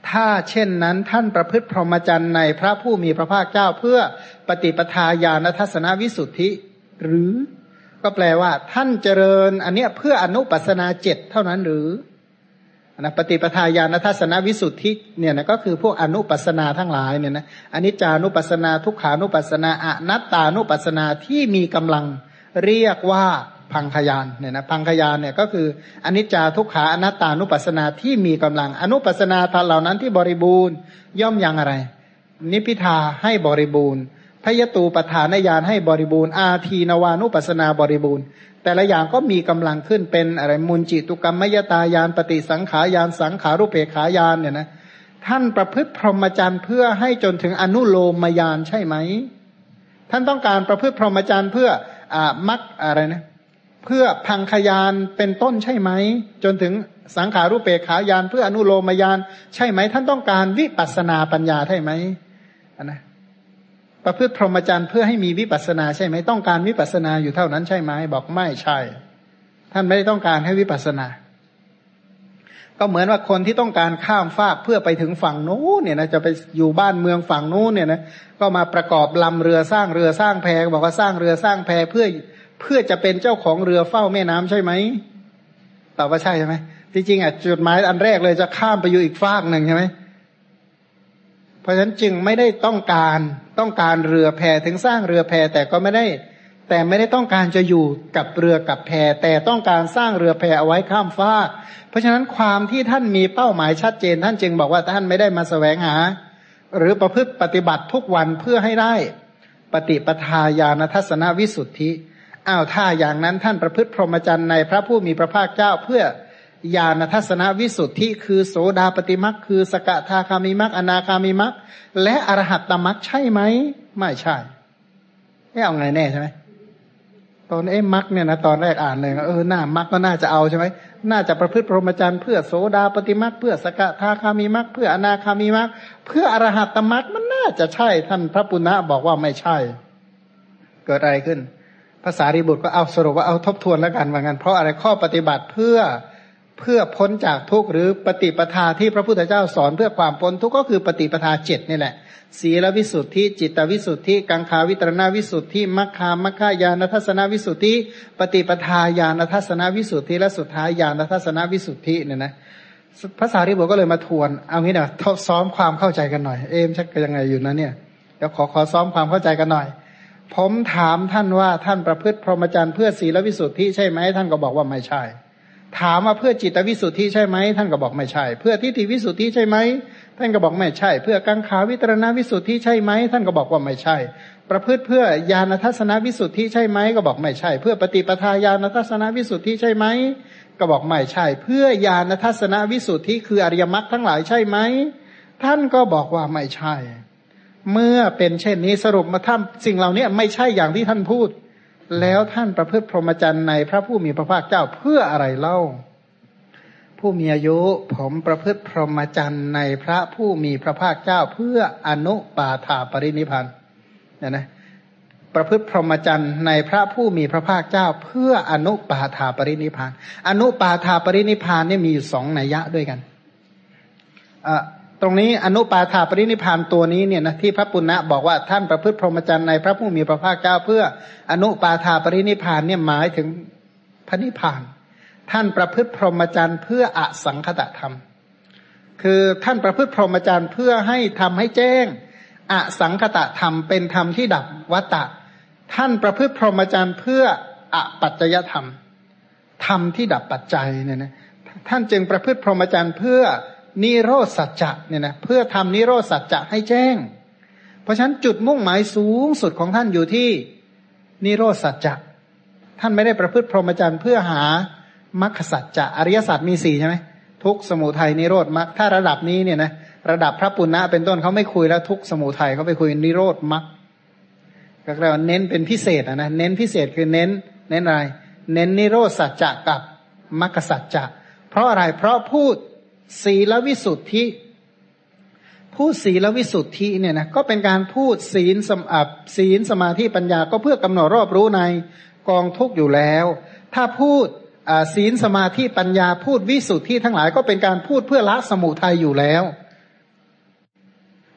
ถ้าเช่นนั้นท่านประพฤติพรหมจรรย์ในพระผู้มีพระภาคเจ้าเพื่อปฏิปทาญาณทัศนวิสุทธิหรือก็แปลว่าท่านเจริญอันเนี้ยเพื่ออนุปัสสนาเจ็ดเท่านั้นหรือนะปฏิปทาญาณทัศนวิสุทธิเนี่ยนะก็คือพวกอนุปัสสนาทั้งหลายเนี่ยนะอนิจจานุปัสสนาทุกขานุปัสสนาอนัตตานุปัสสนาที่มีกำลังเรียกว่าพังคยานเนี่ยนะพังคยานเนี่ยก็คืออนิจจาทุกขาอนัตตานุปัสสนาที่มีกำลังอนุปัสสนาท่านเหล่านั้นที่บริบูรณ์ย่อมยังอะไรนิพพิทาให้บริบูรณ์พยตูปทานญาณให้บริบูรณ์อาทีนวานุปัสสนาบริบูรณ์แต่ละอย่างก็มีกำลังขึ้นเป็นอะไรมุนจิตุกรรมมยตายานปฏิสังขายานสังขารุเปขายานเนี่ยนะท่านประพฤติพรหมจรรย์เพื่อให้จนถึงอนุโลมญาณใช่ไหมท่านต้องการประพฤติพรหมจรรย์เพื่ออ่ามักอะไรนะเพื่อพังคยานเป็นต้นใช่ไหมจนถึงสังขารุเปขายานเพื่ออนุโลมญาณใช่ไหมท่านต้องการวิปัสสนาปัญญาใช่ไหมนะประพฤติพรหมจรรย์เพื่อให้มีวิปัสสนาใช่ไหมต้องการวิปัสสนาอยู่เท่านั้นใช่ไหมบอกไม่ใช่ท่านไม่ได้ต้องการให้วิปัสสนาก็เหมือนว่าคนที่ต้องการข้ามฟากเพื่อไปถึงฝั่งนู้นเนี่ยนะจะไปอยู่บ้านเมืองฝั่งนู้นเนี่ยนะก็มาประกอบลำเรือสร้างเรือสร้างแพบอกว่าสร้างเรือสร้างแพเพื่อเพื่อจะเป็นเจ้าของเรือเฝ้าแม่น้ำใช่ไหมตอบว่าใช่ใช่ไหมจริงๆอ่ะจุดหมายอันแรกเลยจะข้ามไปอยู่อีกฟากหนึ่งใช่ไหมเพราะฉะนั้นจึงไม่ได้ต้องการต้องการเรือแพถึงสร้างเรือแพแต่ก็ไม่ได้แต่ไม่ได้ต้องการจะอยู่กับเรือกับแพแต่ต้องการสร้างเรือแพเอาไว้ข้ามฟากเพราะฉะนั้นความที่ท่านมีเป้าหมายชัดเจนท่านจึงบอกว่าท่านไม่ได้มาแสวงหาหรือประพฤติปฏิบัติทุกวันเพื่อให้ได้ปฏิปทาญาณทัศนวิสุทธิอ้าวถ้าอย่างนั้นท่านประพฤติพรหมจรรย์ในพระผู้มีพระภาคเจ้าเพื่อญาณทัศนวิสุทธิคือโสดาปฏิมรรคคือสกทาคามิมรรคอนาคามิมรรคและอรหัตตมรรคใช่ไหมไม่ใช่ไม่เอาไงแน่ใช่ไหมตอนเอ๊ะมรรคเนี่ยนะตอนแรกอ่านเลยเออหน้ามรรคก็น่าจะเอาใช่ไหมน่าจะประพฤติพรหมจรรย์เพื่อโสดาปฏิมรรคเพื่อสกทาคามิมรรคเพื่ออนาคามิมรรคเพื่ออรหัตตมรรคมันน่าจะใช่ท่านพระปุณณะบอกว่าไม่ใช่เกิดอะไรขึ้นภาษาริบุตรก็เอาสรุปว่าเอาทบทวนแล้วกันว่างั้นเพราะอะไรข้อปฏิบัติเพื่อเพื่อพ้นจากทุกข์หรือปฏิปทาที่พระพุทธเจ้าสอนเพื่อความพ้นทุกข์ก็คือปฏิปทาเจ็ดนี่แหละศีลวิสุทธิจิตวิสุทธิกังขาวิตรณวิสุทธิมัคคามัคคายานทัศนวิสุทธิปฏิปทาญาณทัศนวิสุทธิและสุดท้ายญาณทัศนวิสุทธิเนี่ยนะภาษาริบุตรก็เลยมาทวนเอางี้นะทดซ้อมความเข้าใจกันหน่อยเอมชักยังไงอยู่นะเนี่ยเดี๋ยวขอขอซ้อมความเข้าใจกันหน่อยผมถามท่านว่าท่านประพฤติพรหมจรรย์เพื่อศีลวิสุทธิใช่ไหมท่านก็บอกว่าไม่ใช่ถามว่าเพื่อจิตวิสุทธิใช่ไหมท่านก็บอกไม่ใช่เพื่อทิฏฐิวิสุทธิใช่ไหมท่านก็บอกไม่ใช่เพื่อกังขาวิตรณวิสุทธิใช่ไหมท่านก็บอกว่าไม่ใช่ประพฤติเพื่อญาณทัศนวิสุทธิใช่ไหมก็บอกไม่ใช่เพื่อปฏิปทาญาณทัศนวิสุทธิใช่ไหมก็บอกไม่ใช่เพื่อญาณทัศนวิสุทธิคืออริยมรรคทั้งหลายใช่ไหมท่านก็บอกว่าไม่ใช่เมื่อเป็นเช่นนี้สรุปมาท่านสิ่งเหล่านี้ไม่ใช่อย่างที่ท่านพูดแล้วท่านประพฤติพรหมจรรย์ในพระผู้มีพระภาคเจ้าเพื่ออะไรเล่าผู้มีอายุผมประพฤติพรหมจรรย์ในพระผู้มีพระภาคเจ้าเพื่ออนุปาทาปรินิพพานเนี่ยนะประพฤติพรหมจรรย์ในพระผู้มีพระภาคเจ้าเพื่ออนุปาทาปรินิพพานอนุปาทาปรินิพพานนี่มีอยู่สองนัยยะด้วยกันอ่าตรงนี้อนุปาทาปรินิพพานตัวนี้เนี่ยนะที่พระปุณณะบอกว่าท่านประพฤติพรหมจรรย์ในพระผู้มีพระภาคเจ้าเพื่ออนุปาทาปรินิพพานเนี่ยหมายถึงพระนิพพานท่านประพฤติพรหมจรรย์เพื่ออสังคตธรรมคือท่านประพฤติพรหมจรรย์เพื่อให้ทำให้แจ้งอสังคตธรรมเป็นธรรมที่ดับวัฏฏะท่านประพฤติพรหมจรรย์เพื่ออปัจจยธรรมธรรมที่ดับปัจจัยเนี่ยนะท่านจึงประพฤติพรหมจรรย์เพื่อนิโรธสัจจะเนี่ยนะเพื่อทำนิโรธสัจจะให้แจ้งเพราะฉะนั้นจุดมุ่งหมายสูงสุดของท่านอยู่ที่นิโรธสัจจะท่านไม่ได้ประพฤติพรหมจรรย์เพื่อหามรรคสัจจะอริยสัจมีสี่ใช่ไหมทุกข์สมุทัยนิโรธมรรคถ้าระดับนี้เนี่ยนะระดับพระปุณณะเป็นต้นเขาไม่คุยแล้วทุกข์สมุทัยเขาไปคุยนิโรธมรรคก็เรียกว่าเน้นเป็นพิเศษนะเน้นพิเศษคือเน้นเน้นอะไรเน้นนิโรธสัจจะกับมรรคสัจจะเพราะอะไรเพราะพูดศีลวิสุทธิพูดศีลวิสุทธิเนี่ยนะก็เป็นการพูดศีลสมาศีลสมาธิปัญญาก็เพื่อกำหนดรอบรู้ในกองทุกข์อยู่แล้วถ้าพูดศีลสมาธิปัญญาพูดวิสุทธิทั้งหลายก็เป็นการพูดเพื่อละสมุทัยอยู่แล้ว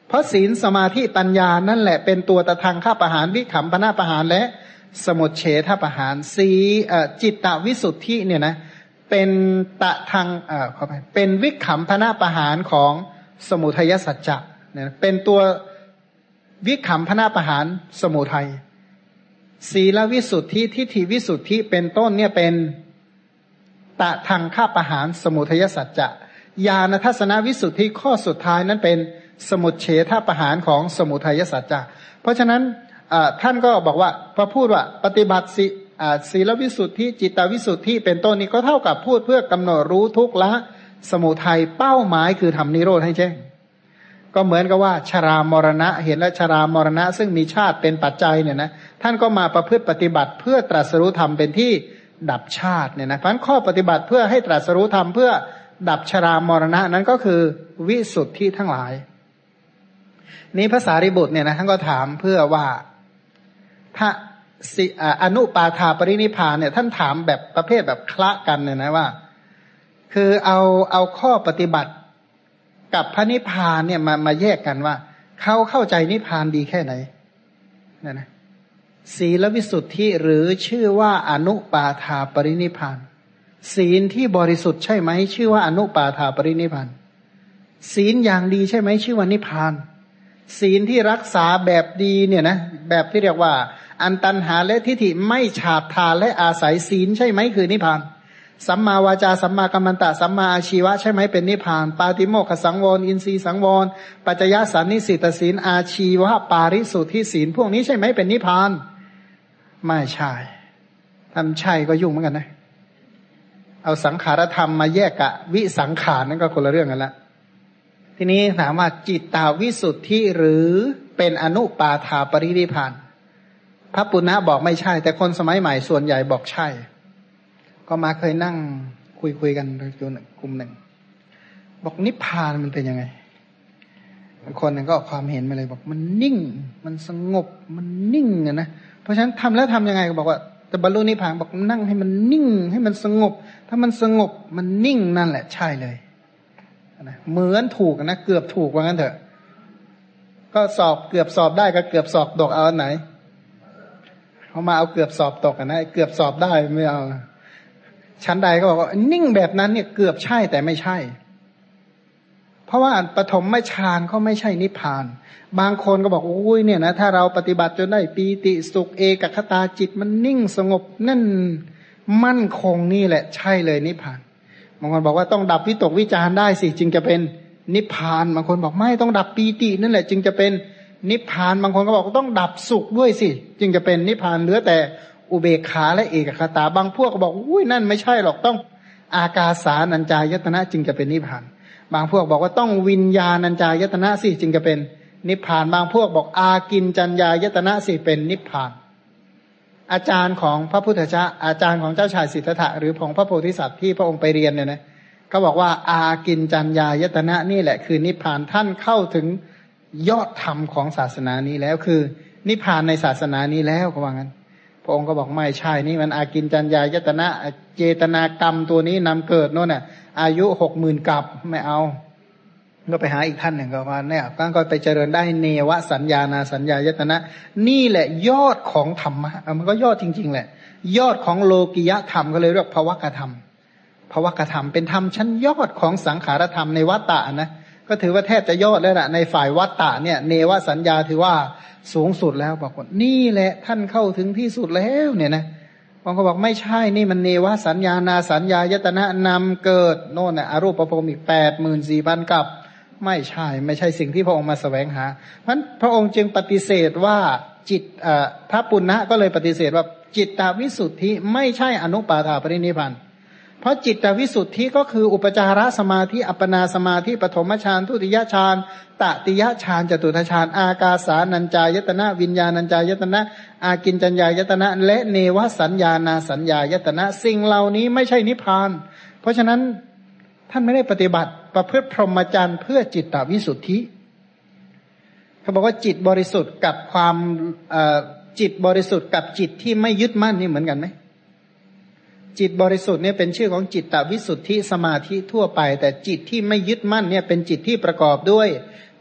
เพราะศีลสมาธิปัญญานั่นแหละเป็นตัวตะทางฆ่าประหารวิคัมพนาประหารและสมุจเฉทประหารสีจิตตวิสุทธิเนี่ยนะเป็นตะทางเอ่อขอไปเป็นวิคัมพนาประหารของสมุทัยสัจจะเนี่ยเป็นตัววิคัมพนาประหารสมุทัยศีลวิสุทธิทิฏฐิวิสุทธิเป็นต้นเนี่ยเป็นตะทางฆ่าประหารสมุทัยสัจจะญาณทัศนวิสุทธิข้อสุดท้ายนั้นเป็นสมุจเฉทประหารของสมุทัยสัจจะเพราะฉะนั้นท่านก็บอกว่าพอพูดว่าปฏิบัติศีลวิสุทธิจิตตวิสุทธิเป็นต้นนี้ก็เท่ากับพูดเพื่อกำหนดรู้ทุกข์ละสมุทัยเป้าหมายคือทำนิโรธให้แจ้งก็เหมือนกับว่าชรามรณะเห็นและชรามรณะซึ่งมีชาติเป็นปัจจัยเนี่ยนะท่านก็มาประพฤติปฏิบัติเพื่อตรัสรู้ธรรมเป็นที่ดับชาติเนี่ยนะเพราะฉะนั้นข้อปฏิบัติเพื่อให้ตรัสรู้ธรรมเพื่อดับชรามรณะนั้นก็คือวิสุทธิทั้งหลายนี้ภาษาริบุตรเนี่ยนะท่านก็ถามเพื่อว่าถ้าอนุปาทาปรินิพพานเนี่ยท่านถามแบบประเภทแบบคละกันเนี่ยนะว่าคือเอาเอาข้อปฏิบัติกับพระนิพพานเนี่ยมามาแยกกันว่าเขาเข้าใจนิพพานดีแค่ไหนนั่นนะศีลวิสุทธิหรือชื่อว่าอนุปาทาปรินิพพานศีลที่บริสุทธิ์ใช่ไหมชื่อว่าอนุปาทาปรินิพพานศีลอย่างดีใช่ไหมชื่อว่านิพพานศีลที่รักษาแบบดีเนี่ยนะแบบที่เรียกว่าอันตัณหาและทิฏฐิไม่ฉาบทาและอาศัยศีลใช่ไหมคือนิพพานสัมมาวาจาสัมมากัมมันตะสัมมาอาชีวะใช่ไหมเป็นนิพพานปาติโมกขสังวรอินทรีย์สังวรปัจจยสันนิสิตศีลอาชีวะปาริสุทธิศีลพวกนี้ใช่ไหมเป็นนิพพานไม่ใช่ทำใช่ก็ยุ่งเหมือนกันนะเอาสังขารธรรมมาแยกกะวิสังขารนั่นก็คนละเรื่องกันละทีนี้ถามว่าจิตตาวิสุทธิหรือเป็นอนุปาทาปรินิพพานพระปุณณะบอกไม่ใช่แต่คนสมัยใหม่ส่วนใหญ่บอกใช่ก็มาเคยนั่งคุยคุยกันอยู่กลุ่มหนึ่งบอกนิพพานมันเป็นยังไงบางคนก็ออกความเห็นมาเลยบอกมันนิ่งมันสงบมันนิ่งอะนะเพราะฉะนั้นทำแล้วทำยังไงก็บอกว่าจะบรรลุนิพพานบอกนั่งให้มันนิ่งให้มันสงบถ้ามันสงบมันนิ่งนั่นแหละใช่เลยนะเหมือนถูกนะเกือบถูกว่างั้นเถอะก็สอบเกือบสอบได้ก็เกือบสอบตกเอาอันไหนเขามาเอาเกือบสอบตกนะเกือบสอบได้ไม่เอาชั้นใดก็บอกว่านิ่งแบบนั้นเนี่ยเกือบใช่แต่ไม่ใช่เพราะว่าปฐมฌานก็ไม่ใช่นิพพานบางคนก็บอกโอ้ยเนี่ยนะถ้าเราปฏิบัติจนได้ปีติสุขเอกคตาจิตมันนิ่งสงบนั่นมั่นคงนี่แหละใช่เลยนิพพานบางคนบอกว่าต้องดับวิตกวิจารได้สิจึงจะเป็นนิพพานบางคนบอกไม่ต้องดับปีตินั่นแหละจึงจะเป็นนิพพานบางคนก็บอกต้องดับสุขด้วยสิจึงจะเป็นนิพพานเหลือแต่อุเบกขาและเอกคตาบางพวกก็บอกอุ้ยนั่นไม่ใช่หรอกต้องอากาสานัญจายตนะจึงจะเป็นนิพพานบางพวกบอกว่าต้องวิญญาณัญจายตนะสิจึงจะเป็นนิพพานบางพวกบอกอากินจัญญายตนะสิเป็นนิพพานอาจารย์ของพระพุทธเจ้าอาจารย์ของเจ้าชายสิทธัตถะหรือของพระโพธิสัตว์ที่พระองค์ไปเรียนเนี่ยนะเขาบอกว่าอากินจัญญายตนะนี่แหละคือนิพพานท่านเข้าถึงยอดธรรมของศาสนานี้แล้วคือนิพพานในศาสนานี้แล้วเขาว่างั้นพระองค์ก็บอกไม่ใช่นี่มันอากินจัญญายตนะเจตนากรรมตัวนี้นำเกิดโน่นน่ะอายุหกหมื่นกับไม่เอาก็ไปหาอีกท่านหนึ่งก็ว่าเนี่ยก็ไปเจริญได้เนวสัญญานาสัญญายตนะนี่แหละยอดของธรรมะมันก็ยอดจริงๆแหละยอดของโลกิยธรรมก็เลยเรียกภวกธรรมภวกธรรมเป็นธรรมชั้นยอดของสังขารธรรมในวัฏฏะนะก็ถือว่าแทบจะยอดแล้วล่ะในฝ่ายวัฏฏะเนี่ยเนวสัญญาถือว่าสูงสุดแล้วบอกว่านี่แหละท่านเข้าถึงที่สุดแล้วเนี่ยนะบางคนบอกไม่ใช่นี่มันเนวสัญญานาสัญญายตนะนำเกิดโน่นน่ะอรูปภพอีกแปดหมื่นสี่พันกับไม่ใช่ไม่ใช่สิ่งที่พระองค์มาแสวงหาเพราะพระองค์จึงปฏิเสธว่าจิตพระปุณณะก็เลยปฏิเสธว่าจิตตวิสุทธิไม่ใช่อนุปาทาปรินิพพานเพราะจิตวิสุทธิก็คืออุปจารสมาธิอัปปนาสมาธิปฐมฌานทุติยฌานตติยฌานจตุตฌานอากาสานัญจายตนะวิญญาณัญจายตนะอากินจัญญายตนะและเนวสัญญานาสัญญายตนะสิ่งเหล่านี้ไม่ใช่นิพพานเพราะฉะนั้นท่านไม่ได้ปฏิบัติประพฤติพรหมจรรย์เพื่อจิตตวิสุทธิเขาบอกว่าจิตบริสุทธิ์กับความจิตบริสุทธิ์กับจิตที่ไม่ยึดมั่นนี่เหมือนกันไหมจิตบริสุทธิ์เนี่ยเป็นชื่อของจิตตวิสุทธิสมาธิทั่วไปแต่จิตที่ไม่ยึดมั่นเนี่ยเป็นจิตที่ประกอบด้วย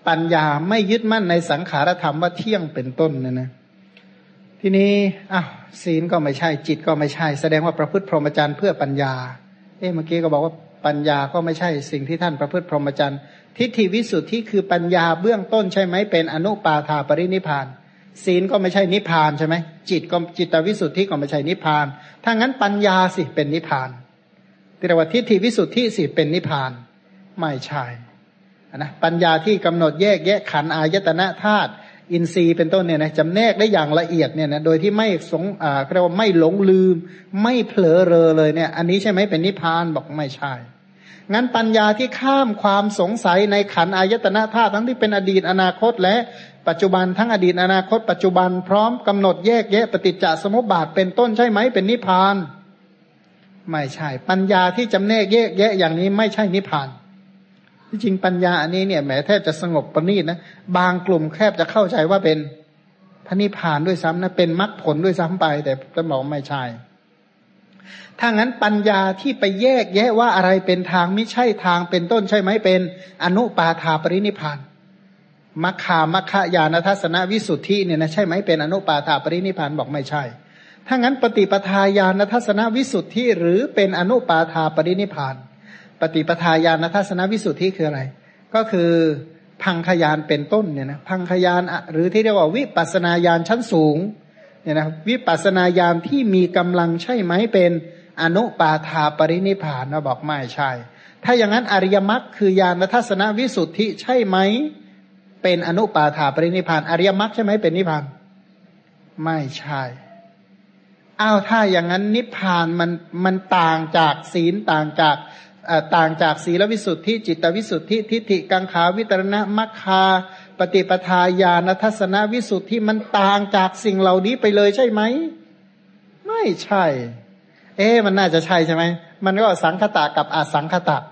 ปัญญาไม่ยึดมั่นในสังขารธรรมว่าเที่ยงเป็นต้นนะนะทีนี้อ้าวศีลก็ไม่ใช่จิตก็ไม่ใช่แสดงว่าประพฤติพรหมจรรย์เพื่อปัญญาเอ๊ะเมื่อกี้ก็บอกว่าปัญญาก็ไม่ใช่สิ่งที่ท่านประพฤติพรหมจรรย์ทิฏฐิวิสุทธิคือปัญญาเบื้องต้นใช่ไหมเป็นอนุปาทาปรินิพพานศีลก็ไม่ใช่นิพพานใช่ไหมจิตก็จิตวิสุทธิก็ไม่ใช่นิพพานถ้างั้นปัญญาสิเป็นนิพพานที่เรียกว่าทิฏฐิวิสุทธิสิเป็นนิพพานไม่ใช่นะปัญญาที่กำหนดแยกแยะขันธ์อายตนะธาตุอินทรีย์เป็นต้นเนี่ยนะจำแนกได้อย่างละเอียดเนี่ยนะโดยที่ไม่สงอ่าเรียกว่าไม่หลงลืมไม่เผลอเรอเลยเนี่ยอันนี้ใช่ไหมเป็นนิพพานบอกไม่ใช่งั้นปัญญาที่ข้ามความสงสัยในขันธ์อายตนะธาตุทั้งที่เป็นอดีตอนาคตและปัจจุบันทั้งอดีตอนาคตปัจจุบันพร้อมกำหนดแยกแยะปฏิจจสมุปบาทเป็นต้นใช่ไหมเป็นนิพพานไม่ใช่ปัญญาที่จำแนกแยกแยะอย่างนี้ไม่ใช่นิพพานที่จริงปัญญาอันนี้เนี่ยแหมแทบจะสงบประณีตนะบางกลุ่มแคบจะเข้าใจว่าเป็นพระนิพพานด้วยซ้ำนะเป็นมรรคผลด้วยซ้ำไปแต่จะบอกไม่ใช่ถ้างั้นปัญญาที่ไปแยกแยะว่าอะไรเป็นทางไม่ใช่ทางเป็นต้นใช่ไหมเป็นอนุปาทาปรินิพพานมัคคามัคคายานทัศนวิสุทธิเนี่ยนะใช่ไหมเป็นอนุปาทาปรินิพพานบอกไม่ใช่ถ้างั้นปฏิปทาญาณทัศนวิสุทธิหรือเป็นอนุปาทาปรินิพพานปฏิปทาญาณทัศนวิสุทธิคืออะไรก็คือพังคญาณเป็นต้นเนี่ยนะพังคญาณหรือที่เรียกว่าวิปัสสนาญาณชั้นสูงเนี่ยนะวิปัสสนาญาณที่มีกำลังใช่ไหมเป็นอนุปาทาปรินิพพานเราบอกไม่ใช่ถ้าอย่างนั้นอริยมรรคคือญาณทัศนวิสุทธิใช่ไหมเป็นอนุปาทาปรินิพพานอริยมรรคใช่ไหมเป็นนิพพานไม่ใช่อ้าวถ้าอย่างนั้นนิพพานมันมันต่างจากศีลต่างจากต่างจากศีลวิสุทธิจิตวิสุทธิทิฏฐิกังขาวิตรณมัคคาปฏิปทาญาณทัศนวิสุทธิมันต่างจากสิ่งเหล่านี้ไปเลยใช่ไหมไม่ใช่เอ๊ะมันน่าจะใช่ใช่ไหมมันก็สังคตะกับอสังคตะ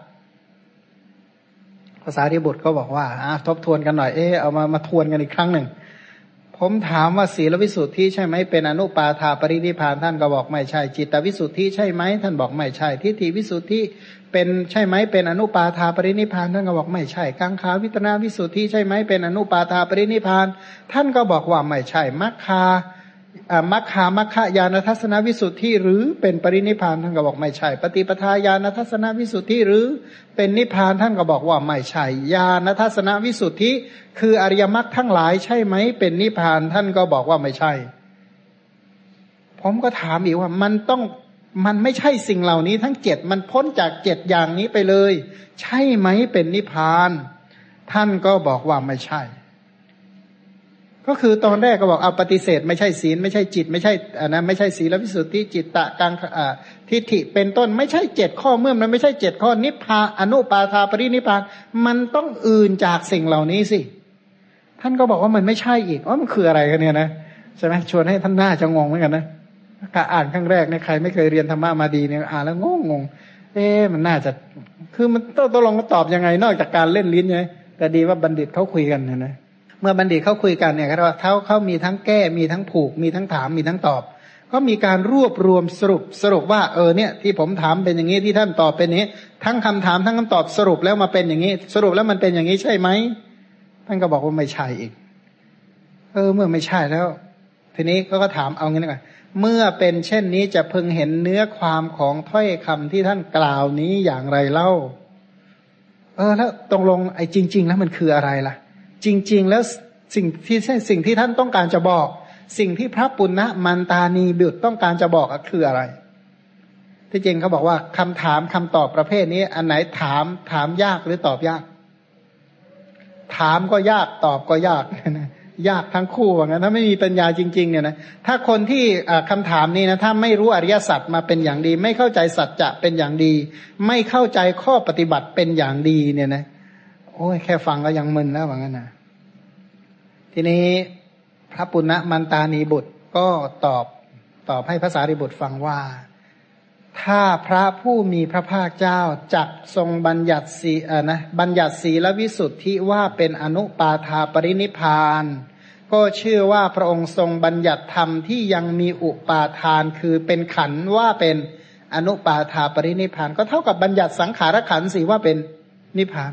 ภาษาริบุตรก็บอกว่าอ่ะทบทวนกันหน่อยเอ๊ะเอามามาทวนกันอีกครั้งหนึ่งผมถามว่าศีลวิสุทธิใช่ไหมเป็นอนุปาทาปรินิพพานท่านก็บอกไม่ใช่จิตวิสุทธิใช่ไหมท่านบอกไม่ใช่ทิฏฐิวิสุทธิเป็นใช่ไหมเป็นอนุปาทาปรินิพพานท่านก็บอกไม่ใช่กังขาวิตรณวิสุทธิใช่ไหมเป็นอนุปาทาปรินิพพานท่านก็บอกว่าไม่ใช่มัคคามัคคามัคคายานทัศนวิสุทธิหรือเป็นปรินิพพานท่านก็บอกไม่ใช่ปฏิปทาญาณทัศนวิสุทธิหรือเป็นนิพพานท่านก็บอกว่าไม่ใช่ญาณทัศนวิสุทธิคืออริยมรรคทั้งหลายใช่ไหมเป็นนิพพานท่านก็บอกว่าไม่ใช่ผมก็ถามอีกว่ามันต้องมันไม่ใช่สิ่งเหล่านี้ทั้งเจ็ดมันพ้นจากเจ็ดอย่างนี้ไปเลยใช่ไหมเป็นนิพพานท่านก็บอกว่าไม่ใช่ก็คือตอนแรกก็บอกเอาปฏิเสธไม่ใช่ศีลไม่ใช่จิตไม่ใช่อ่านะไม่ใช่ศีลวิสุทธิจิตตะกังอ่าทิฏฐิเป็นต้นไม่ใช่เจ็ดข้อเมื่อมันไม่ใช่เจ็ดข้อนิพพานอนุปาทาปรินิพพานมันต้องอื่นจากสิ่งเหล่านี้สิท่านก็บอกว่ามันไม่ใช่อีกว่ามันคืออะไรกันเนี่ยนะใช่ไหมชวนให้ท่านหน้าจะงงเหมือนกันนะการอ่านครั้งแรกเนี่ยใครไม่เคยเรียนธรรมะมาดีเนี่ยอ่านแล้วงงงงเอ๊ะมันน่าจะคือมันต้องต้องลองตอบยังไงนอกจากการเล่นลิ้นไงแต่ดีว่าบัณฑิตเขาคุยกันนะนะเมื่อบัณฑิตเขาคุยกันเนี่ยเขาเขาเขามีทั้งแก้มีทั้งผูกมีทั้งถามมีทั้งตอบก็มีการรวบรวมสรุปสรุปว่าเออเนี่ยที่ผมถามเป็นอย่างนี้ที่ท่านตอบเป็นอย่างนี้ทั้งคำถามทั้งคำตอบสรุปแล้วมาเป็นอย่างนี้สรุปแล้วมันเป็นอย่างนี้ใช่ไหมท่านก็บอกว่าไม่ใช่อีกเออเมื่อไม่ใช่แล้วทีนี้เขาก็ถามเอางี้ดีกว่าเมื่อเป็นเช่นนี้จะพึงเห็นเนื้อความของถ้อยคำที่ท่านกล่าวนี้อย่างไรเล่าเออแล้วตรงลงไอ้จริงๆแล้วมันคืออะไรล่ะจริงๆแล้วสิ่งที่ใช่สิ่งที่ท่านต้องการจะบอกสิ่งที่พระปุณณมันตานีบุตรต้องการจะบอกคืออะไรที่จริงเขาบอกว่าคำถามคำตอบประเภทนี้อันไหนถามถามยากหรือตอบยากถามก็ยากตอบก็ยากนะยากทั้งคู่ว่างั้นถ้าไม่มีปัญญาจริงๆเนี่ยนะถ้าคนที่คำถามนี้นะถ้าไม่รู้อริยสัจมาเป็นอย่างดีไม่เข้าใจสัจจะเป็นอย่างดีไม่เข้าใจข้อปฏิบัติเป็นอย่างดีเนี่ยนะโอ้ยแค่ฟังก็ยังมึนแล้วว่างั้นนะทีนี้พระปุณณมันตานีบุตรก็ตอบตอบให้พระสารีบุตรฟังว่าถ้าพระผู้มีพระภาคเจ้าจักทรงบัญญัติสีอ่านะบัญญัติศีลวิสุทธิว่าเป็นอนุปาทาปรินิพพานก็เชื่อว่าพระองค์ทรงบัญญัติธรรมที่ยังมีอุปาทานคือเป็นขันธ์ว่าเป็นอนุปาทาปรินิพพานก็เท่ากับบัญญัติสังขารขันธ์สิว่าเป็นนิพพาน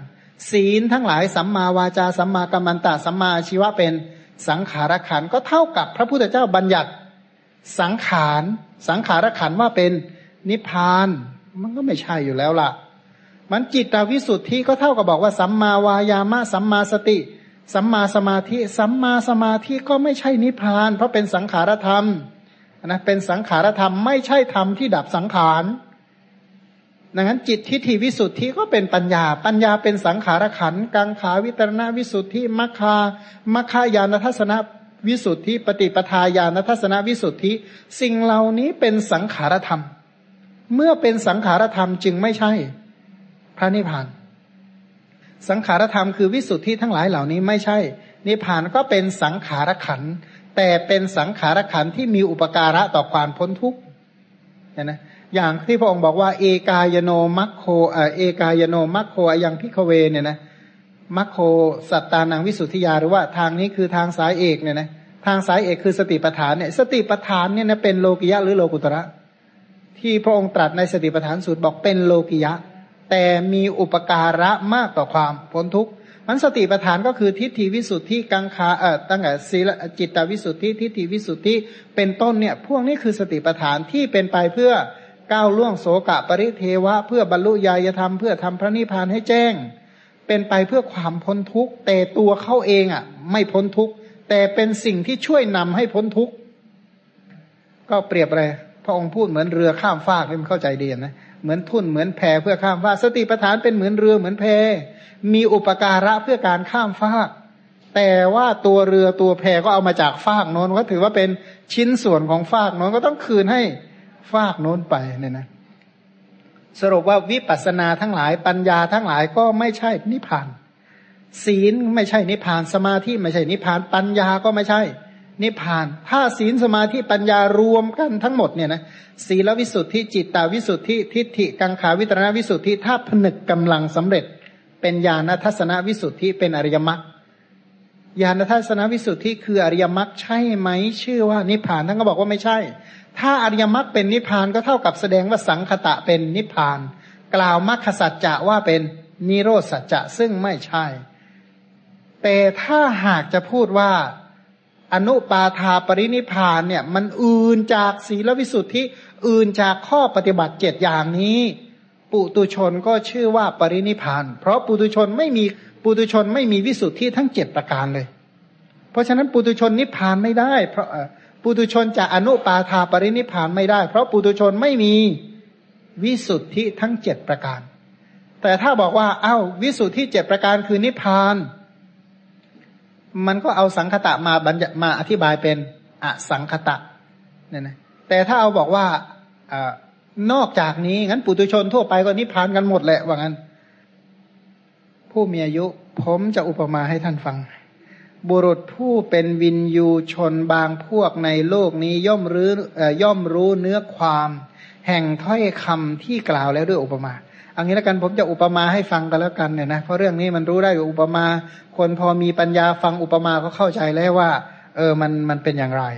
ศีลทั้งหลายสัมมาวาจาสัมมากัมมันตะสัมมาอาชีวะเป็นสังขารขันธ์ก็เท่ากับพระพุทธเจ้าบัญญัติสังขารสังขารขันธ์ว่าเป็นนิพพานมันก็ไม่ใช่อยู่แล้วล่ะมันจิตวิสุทธิก็เท่ากับบอกว่าสัมมาวายามะสัมมาสติสัมมาสมาธิสัมมาสมาธิก็ไม่ใช่นิพพานเพราะเป็นสังขารธรรมนะเป็นสังขารธรรมไม่ใช่ธรรมที่ดับสังขารดังนั้นจิตทิฏฐิวิสุทธิก็เป็นปัญญาปัญญาเป็นสังขารขันธ์กังขาวิตรณวิสุทธิมัคคามัคคายานทัศนวิสุทธิปฏิปทาญาณทัศนวิสุทธิสิ่งเหล่านี้เป็นสังขารธรรมเมื่อเป็นสังขารธรรมจึงไม่ใช่พระนิพพานสังขารธรรมคือวิสุทธิทั้งหลายเหล่านี้ไม่ใช่นิพพานก็เป็นสังขารขันธ์แต่เป็นสังขารขันธ์ที่มีอุปการะต่อความพ้นทุกข์นะอย่างที่พระองค์บอกว่าเอกายโนมัคโคเอเอกายโนมัคโคอยังพิกเวเนี่ยนะมัคโคสัตตานังวิสุทธิยาหรือว่าทางนี้คือทางสายเอกเนี่ยนะทางสายเอกคือสติปัฏฐานเนี่ยสติปัฏฐานเนี่ยนะเป็นโลกิยะหรือโลกุตระที่พระองค์ตรัสในสติปัฏฐานสูตรบอกเป็นโลกิยะแต่มีอุปการะมากต่อความพ้นทุกข์มันสติปัฏฐานก็คือทิฏฐิวิสุทธิกังขาเอ่อตั้งแต่ศีลจิตวิสุทธิทิฏฐิวิสุทธิเป็นต้นเนี่ยพวกนี้คือสติปัฏฐานที่เป็นไปเพื่อก้าวล่วงโสกะปริเทวะเพื่อบรรลุญาณธรรมเพื่อทำพระนิพพานให้แจ้งเป็นไปเพื่อความพ้นทุกข์แต่ตัวเขาเองอ่ะไม่พ้นทุกข์แต่เป็นสิ่งที่ช่วยนำให้พ้นทุกข์ก็เปรียบอะไรพระองค์พูดเหมือนเรือข้ามฟากให้มันเข้าใจดีนะเหมือนทุ่นเหมือนแพเพื่อข้ามฟากสติปัฏฐานเป็นเหมือนเรือเหมือนแพมีอุปการะเพื่อการข้ามฟากแต่ว่าตัวเรือตัวแพก็เอามาจากฟากโน้นก็ถือว่าเป็นชิ้นส่วนของฟากโน้นก็ต้องคืนให้ฟากโน้นไปเนี่ยนะสรุปว่าวิปัสสนาทั้งหลายปัญญาทั้งหลายก็ไม่ใช่นิพพานศีลไม่ใช่นิพพานสมาธิไม่ใช่นิพพานปัญญาก็ไม่ใช่นิพพานถ้าศีลสมาธิปัญญารวมกันทั้งหมดเนี่ยนะศีลวิสุทธิจิตตวิสุทธิทิฏฐิกังขาวิตรณวิสุทธิถ้าผนึกกำลังสำเร็จเป็นญาณทัศนวิสุทธิเป็นอริยมรรคญาณทัศนวิสุทธิคืออริยมรรคใช่ไหมชื่อว่านิพพานท่านก็บอกว่าไม่ใช่ถ้าอริยมรรคเป็นนิพพานก็เท่ากับแสดงว่าสังคตะเป็นนิพพานกล่าวมรรคสัจจะว่าเป็นนิโรธสัจจะซึ่งไม่ใช่แต่ถ้าหากจะพูดว่าอนุปาทาปรินิพพานเนี่ยมันอื่นจากศีลวิสุทธิอื่นจากข้อปฏิบัติเจ็ดอย่างนี้ปุตุชนก็ชื่อว่าปรินิพพานเพราะปุตุชนไม่มีปุตุชนไม่มีวิสุทธิทั้งเจ็ดประการเลยเพราะฉะนั้นปุตุชนนิพพานไม่ได้เพราะปุตุชนจะอนุปาทาปรินิพพานไม่ได้เพราะปุตุชนไม่มีวิสุทธิทั้งเจ็ดประการแต่ถ้าบอกว่าอ้าววิสุทธิเจ็ดประการคือนิพพานมันก็เอาสังคตะมาบัญญัติมาอธิบายเป็นอสังคตะเนี่ยนะแต่ถ้าเอาบอกว่าอ่านอกจากนี้งั้นปุถุชนทั่วไปก็นิพพานกันหมดแหละว่างั้นผู้มีอายุผมจะอุปมาให้ท่านฟังบุรุษผู้เป็นวินยูชนบางพวกในโลกนี้ย่อมรู้ย่อมรู้เนื้อความแห่งถ้อยคำที่กล่าวแล้วด้วยอุปมาอันนี้แล้วกันผมจะอุปมาให้ฟังกันแล้วกันเนี่ยนะเพราะเรื่องนี้มันรู้ได้กับอุปมาคนพอมีปัญญาฟังอุปมาก็เข้าใจแล้วว่าเออมันมันเป็นอย่างไร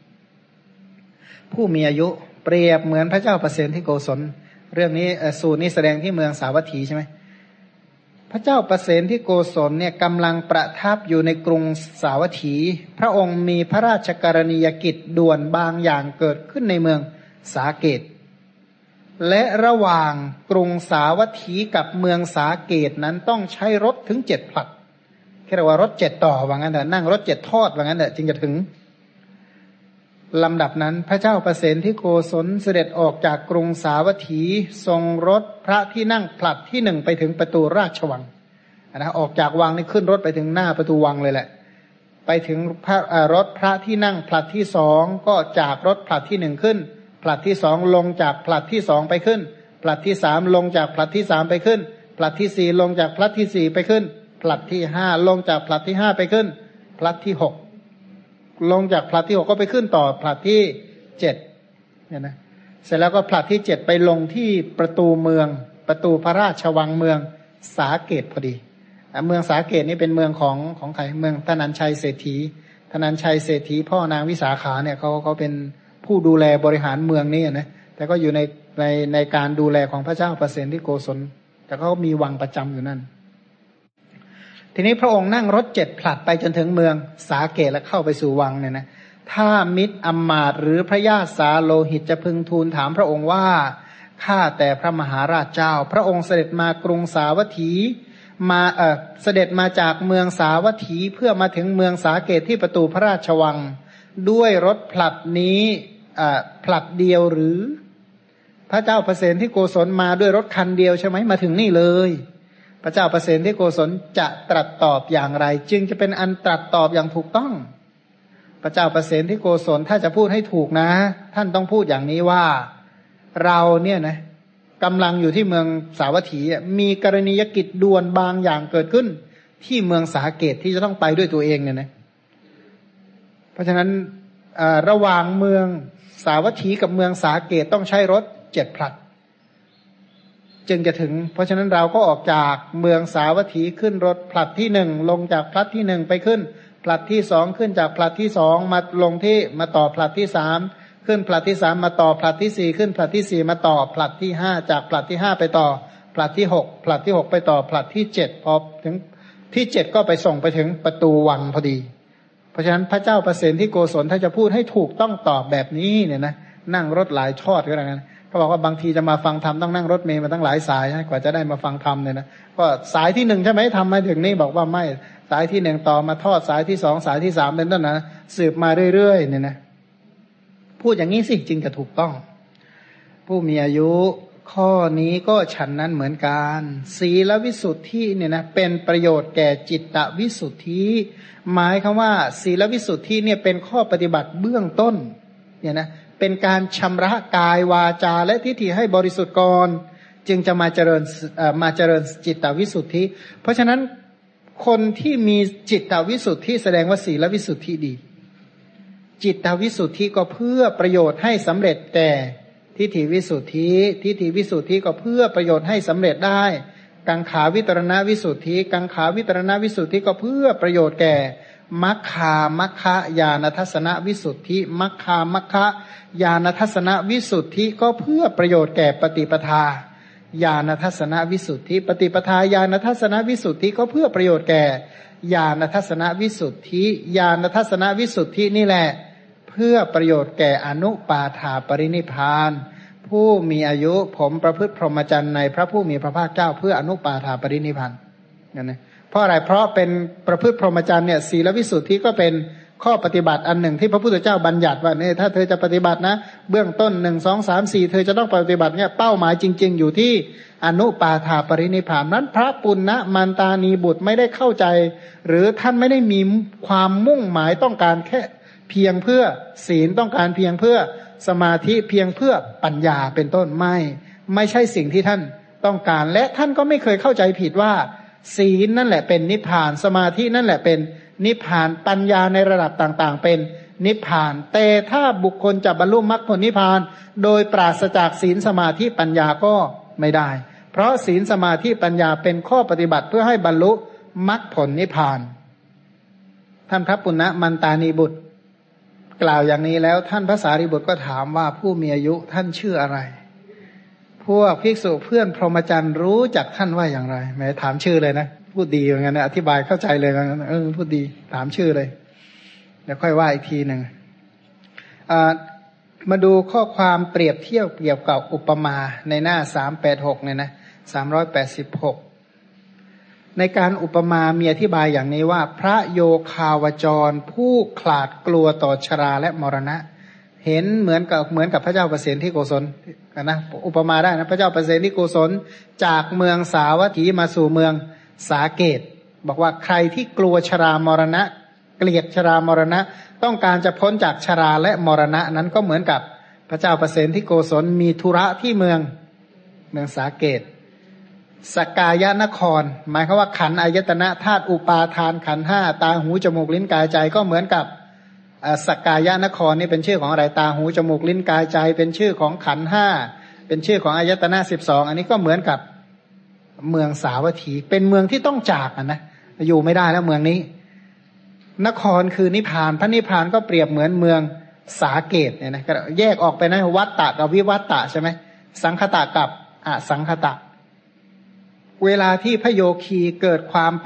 ผู้มีอายุเปรียบเหมือนพระเจ้าประเสนที่โกศลเรื่องนี้สูตรนี้แสดงที่เมืองสาวัตถีใช่ไหมพระเจ้าประเสนที่โกศลเนี่ยกำลังประทับอยู่ในกรุงสาวัตถีพระองค์มีพระราชกรณียกิจด่วนบางอย่างเกิดขึ้นในเมืองสาเกตและระหว่างกรุงสาวัตถีกับเมืองสาเกตนั้นต้องใช้รถถึงเจ็ดผลัดเรียกว่ารถเจ็ดต่อว่างั้นเถอะนั่งรถเจ็ดทอดว่างั้นเถอะจึงจะถึงลำดับนั้นพระเจ้าประเสนที่โกศลเสด็จออกจากกรุงสาวัตถีทรงรถพระที่นั่งผลัดที่หนึ่งไปถึงประตูราชวังนะออกจากวังนี่ขึ้นรถไปถึงหน้าประตูวังเลยแหละไปถึงพระรถพระที่นั่งผลัดที่สองก็จากรถผลัดที่หนึ่งขึ้นผลัดที่สองลงจากผลัดที่สองไปขึ้นผลัดที่สามลงจากผลัดที่สามไปขึ้นผลัดที่สี่ลงจากผลัดที่สี่ไปขึ้นผลัดที่ห้าลงจากผลัดที่ห้าไปขึ้นผลัดที่หกลงจากผลัดที่หกก็ไปขึ้นต่อผลัดที่เจ็ดเนี่ยนะเสร็จแล้วก็ผลัดที่เจ็ดไปลงที่ประตูเมืองประตูพระราชวังเมืองสาเกตพอดีเมืองสาเกตนี่เป็นเมืองของของใครเมืองธนัญชัยเศรษฐีธนัญชัยเศรษฐีพ่อนางวิสาขาเนี่ยเขาเขาเป็นผู้ดูแลบริหารเมืองนี้นะแต่ก็อยู่ในในในการดูแลของพระเจ้าประเสนที่โกศลแต่เขามีวังประจำอยู่นั่นทีนี้พระองค์นั่งรถเจ็ดผลัดไปจนถึงเมืองสาเกตและเข้าไปสู่วังเนี่ยนะถ้ามิตรอำมาตย์หรือพระญาติสาโลหิตจะพึงทูลถามพระองค์ว่าข้าแต่พระมหาราชเจ้าพระองค์เสด็จมากรุงสาวัตถีมาเออเสด็จมาจากเมืองสาวัตถีเพื่อมาถึงเมืองสาเกตที่ประตูพระราชวังด้วยรถผลัดนี้เอ่อผลัดเดียวหรือพระเจ้าประเสนที่โกศลมาด้วยรถคันเดียวใช่ไหมมาถึงนี่เลยพระเจ้าประเสนที่โกศลจะตรัสตอบอย่างไรจึงจะเป็นอันตรัสตอบอย่างถูกต้องพระเจ้าประเสนที่โกศลถ้าจะพูดให้ถูกนะท่านต้องพูดอย่างนี้ว่าเราเนี่ยนะกำลังอยู่ที่เมืองสาวัตถีมีกรณียกิจด่วนบางอย่างเกิดขึ้นที่เมืองสาเกตที่จะต้องไปด้วยตัวเองเนี่ยนะเพราะฉะนั้นระหว่างเมืองสาวัตถีกับเมืองสาเกตต้องใช้รถเจ็ดผลัดจึงจะถึงเพราะฉะนั้นเราก็ออกจากเมืองสาวัตถีขึ้นรถผลัดที่หนึ่งลงจากผลัดที่หนึ่งไปขึ้นผลัดที่สองขึ้นจากผลัดที่สองมาลงที่มาต่อผลัดที่สามขึ้นผลัดที่สามมาต่อผลัดที่สี่ขึ้นผลัดที่สี่มาต่อผลัดที่ห้าจากผลัดที่ห้าไปต่อผลัดที่หกผลัดที่หกไปต่อผลัดที่เจ็ดพอถึงที่เจ็ดก็ไปส่งไปถึงประตูวังพอดีเพราะฉะนั้นพระเจ้าประเสนที่โกศลถ้าจะพูดให้ถูกต้องตอบแบบนี้เนี่ยนะนั่งรถหลายทอดก็แล้วกันเขาบอกว่าบางทีจะมาฟังธรรมต้องนั่งรถเมล์มาตั้งหลายสายกว่าจะได้มาฟังธรรมเนี่ยนะก็สายที่หนึ่งใช่ไหมทำมาถึงนี่บอกว่าไม่สายที่หนึ่งต่อมาทอดสายที่สองสายที่สามเป็นต้นนะสืบมาเรื่อยๆเนี่ยนะพูดอย่างนี้สิจริงจะถูกต้องผู้มีอายุข้อนี้ก็ฉันนั้นเหมือนกันศีลวิสุทธิเนี่ยนะเป็นประโยชน์แก่จิตตวิสุทธิหมายคำว่าศีลวิสุทธิเนี่ยเป็นข้อปฏิบัติเบื้องต้นเนี่ยนะเป็นการชำระกายวาจาและทิฏฐิให้บริสุทธิ์ก่อนจึงจะมาเจริญมาเจริญจิตตวิสุทธิเพราะฉะนั้นคนที่มีจิตตวิสุทธิแสดงว่าศีลวิสุทธิดีจิตตวิสุทธิก็เพื่อประโยชน์ให้สำเร็จแต่ทิฏฐิวิสุทธิทิฏฐิวิสุทธิก็เพื่อประโยชน์ให้สำเร็จได้กังขาวิตรณวิสุทธิกังขาวิตรณวิสุทธิก็เพื่อประโยชน์แก่มัคคามัคคะญาณทัสสนวิสุทธิมัคคามัคคะญาณทัสสนวิสุทธิก็เพื่อประโยชน์แก่ปฏิปทาญาณทัสสนวิสุทธิปฏิปทาญาณทัสสนวิสุทธิก็เพื่อประโยชน์แก่ญาณทัสสนวิสุทธิญาณทัสสนวิสุทธินี่แหละเพื่อประโยชน์แก่อนุปาทาปรินิพพานผู้มีอายุผมประพฤติพรหมจรรย์ในพระผู้มีพระภาคเจ้าเพื่ออนุปาทาปรินิพพานนั่นนะเพราะอะไรเพราะเป็นประพฤติพรหมจรรย์เนี่ยศีลวิสุทธิก็เป็นข้อปฏิบัติอันหนึ่งที่พระพุทธเจ้าบัญญัติว่าเนี่ยถ้าเธอจะปฏิบัตินะเบื้องต้นหนึ่งสองสามสี่เธอจะต้องปฏิบัติเนี่ยเป้าหมายจริงๆอยู่ที่อนุปาทาปรินิพพานนั้นพระปุณณมันตานีบุตรไม่ได้เข้าใจหรือท่านไม่ได้มีความมุ่งหมายต้องการแค่เพียงเพื่อศีลต้องการเพียงเพื่อสมาธิเพียงเพื่อปัญญาเป็นต้นไม่ไม่ใช่สิ่งที่ท่านต้องการและท่านก็ไม่เคยเข้าใจผิดว่าศีลนั่นแหละเป็นนิพพานสมาธินั่นแหละเป็นนิพพานปัญญาในระดับต่างๆเป็นนิพพานแต่ถ้าบุคคลจะบรรลุมรรคผลนิพพานโดยปราศจากศีลสมาธิปัญญาก็ไม่ได้เพราะศีลสมาธิปัญญาเป็นข้อปฏิบัติเพื่อให้บรรลุมรรคผลนิพพานท่านพระปุณณมันตานีบุตรกล่าวอย่างนี้แล้วท่านพระสารีบุตรก็ถามว่าผู้มีอายุท่านชื่ออะไรพวกภิกษุเพื่อนพรหมจรรย์รู้จักท่านว่าอย่างไรแม้ถามชื่อเลยนะพูดดีอย่างนั้นนะอธิบายเข้าใจเลยอย่างนั้นเออพูดดีถามชื่อเลยเดี๋ยวค่อยว่าอีกทีหนึ่งมาดูข้อความเปรียบเทียบเกี่ยวกับอุปมาในหน้าสามแปดหกเนี่ยนะสามร้อยแปดสิบหกในการอุปมามีอธิบายอย่างนี้ว่าพระโยคาวจรผู้ขลาดกลัวต่อชราและมรณะเห็นเหมือนกับเหมือนกับพระเจ้าประเสนที่โกศลนะอุปมาได้นะพระเจ้าประเสนที่โกศลจากเมืองสาวัตถีมาสู่เมืองสาเกตบอกว่าใครที่กลัวชรามรณะเกลียดชรามรณะต้องการจะพ้นจากชราและมรณะนั้นก็เหมือนกับพระเจ้าประเสนที่โกศลมีธุระที่เมืองเมืองสาเกตสกายนครหมายความว่าขันธ์อายตนะธาตุอุปาทานขันธ์ห้าตาหูจมูกลิ้นกายใจก็เหมือนกับสกายนครนี่เป็นชื่อของอะไรตาหูจมูกลิ้นกายใจเป็นชื่อของขันธ์ห้าเป็นชื่อของอายตนะสิบสองอันนี้ก็เหมือนกับเมืองสาวัตถีเป็นเมืองที่ต้องจากอ่ะนะอยู่ไม่ได้แล้วเมืองนี้นครคือนิพพานพระนิพพานก็เปรียบเหมือนเมืองสาเกตเนี่ยนะก็แยกออกไปนะวัตตะกับวิวัตตะใช่ไหมสังคตะกับอสังคตะเวลาที่พระโยคีเกิดความปรารป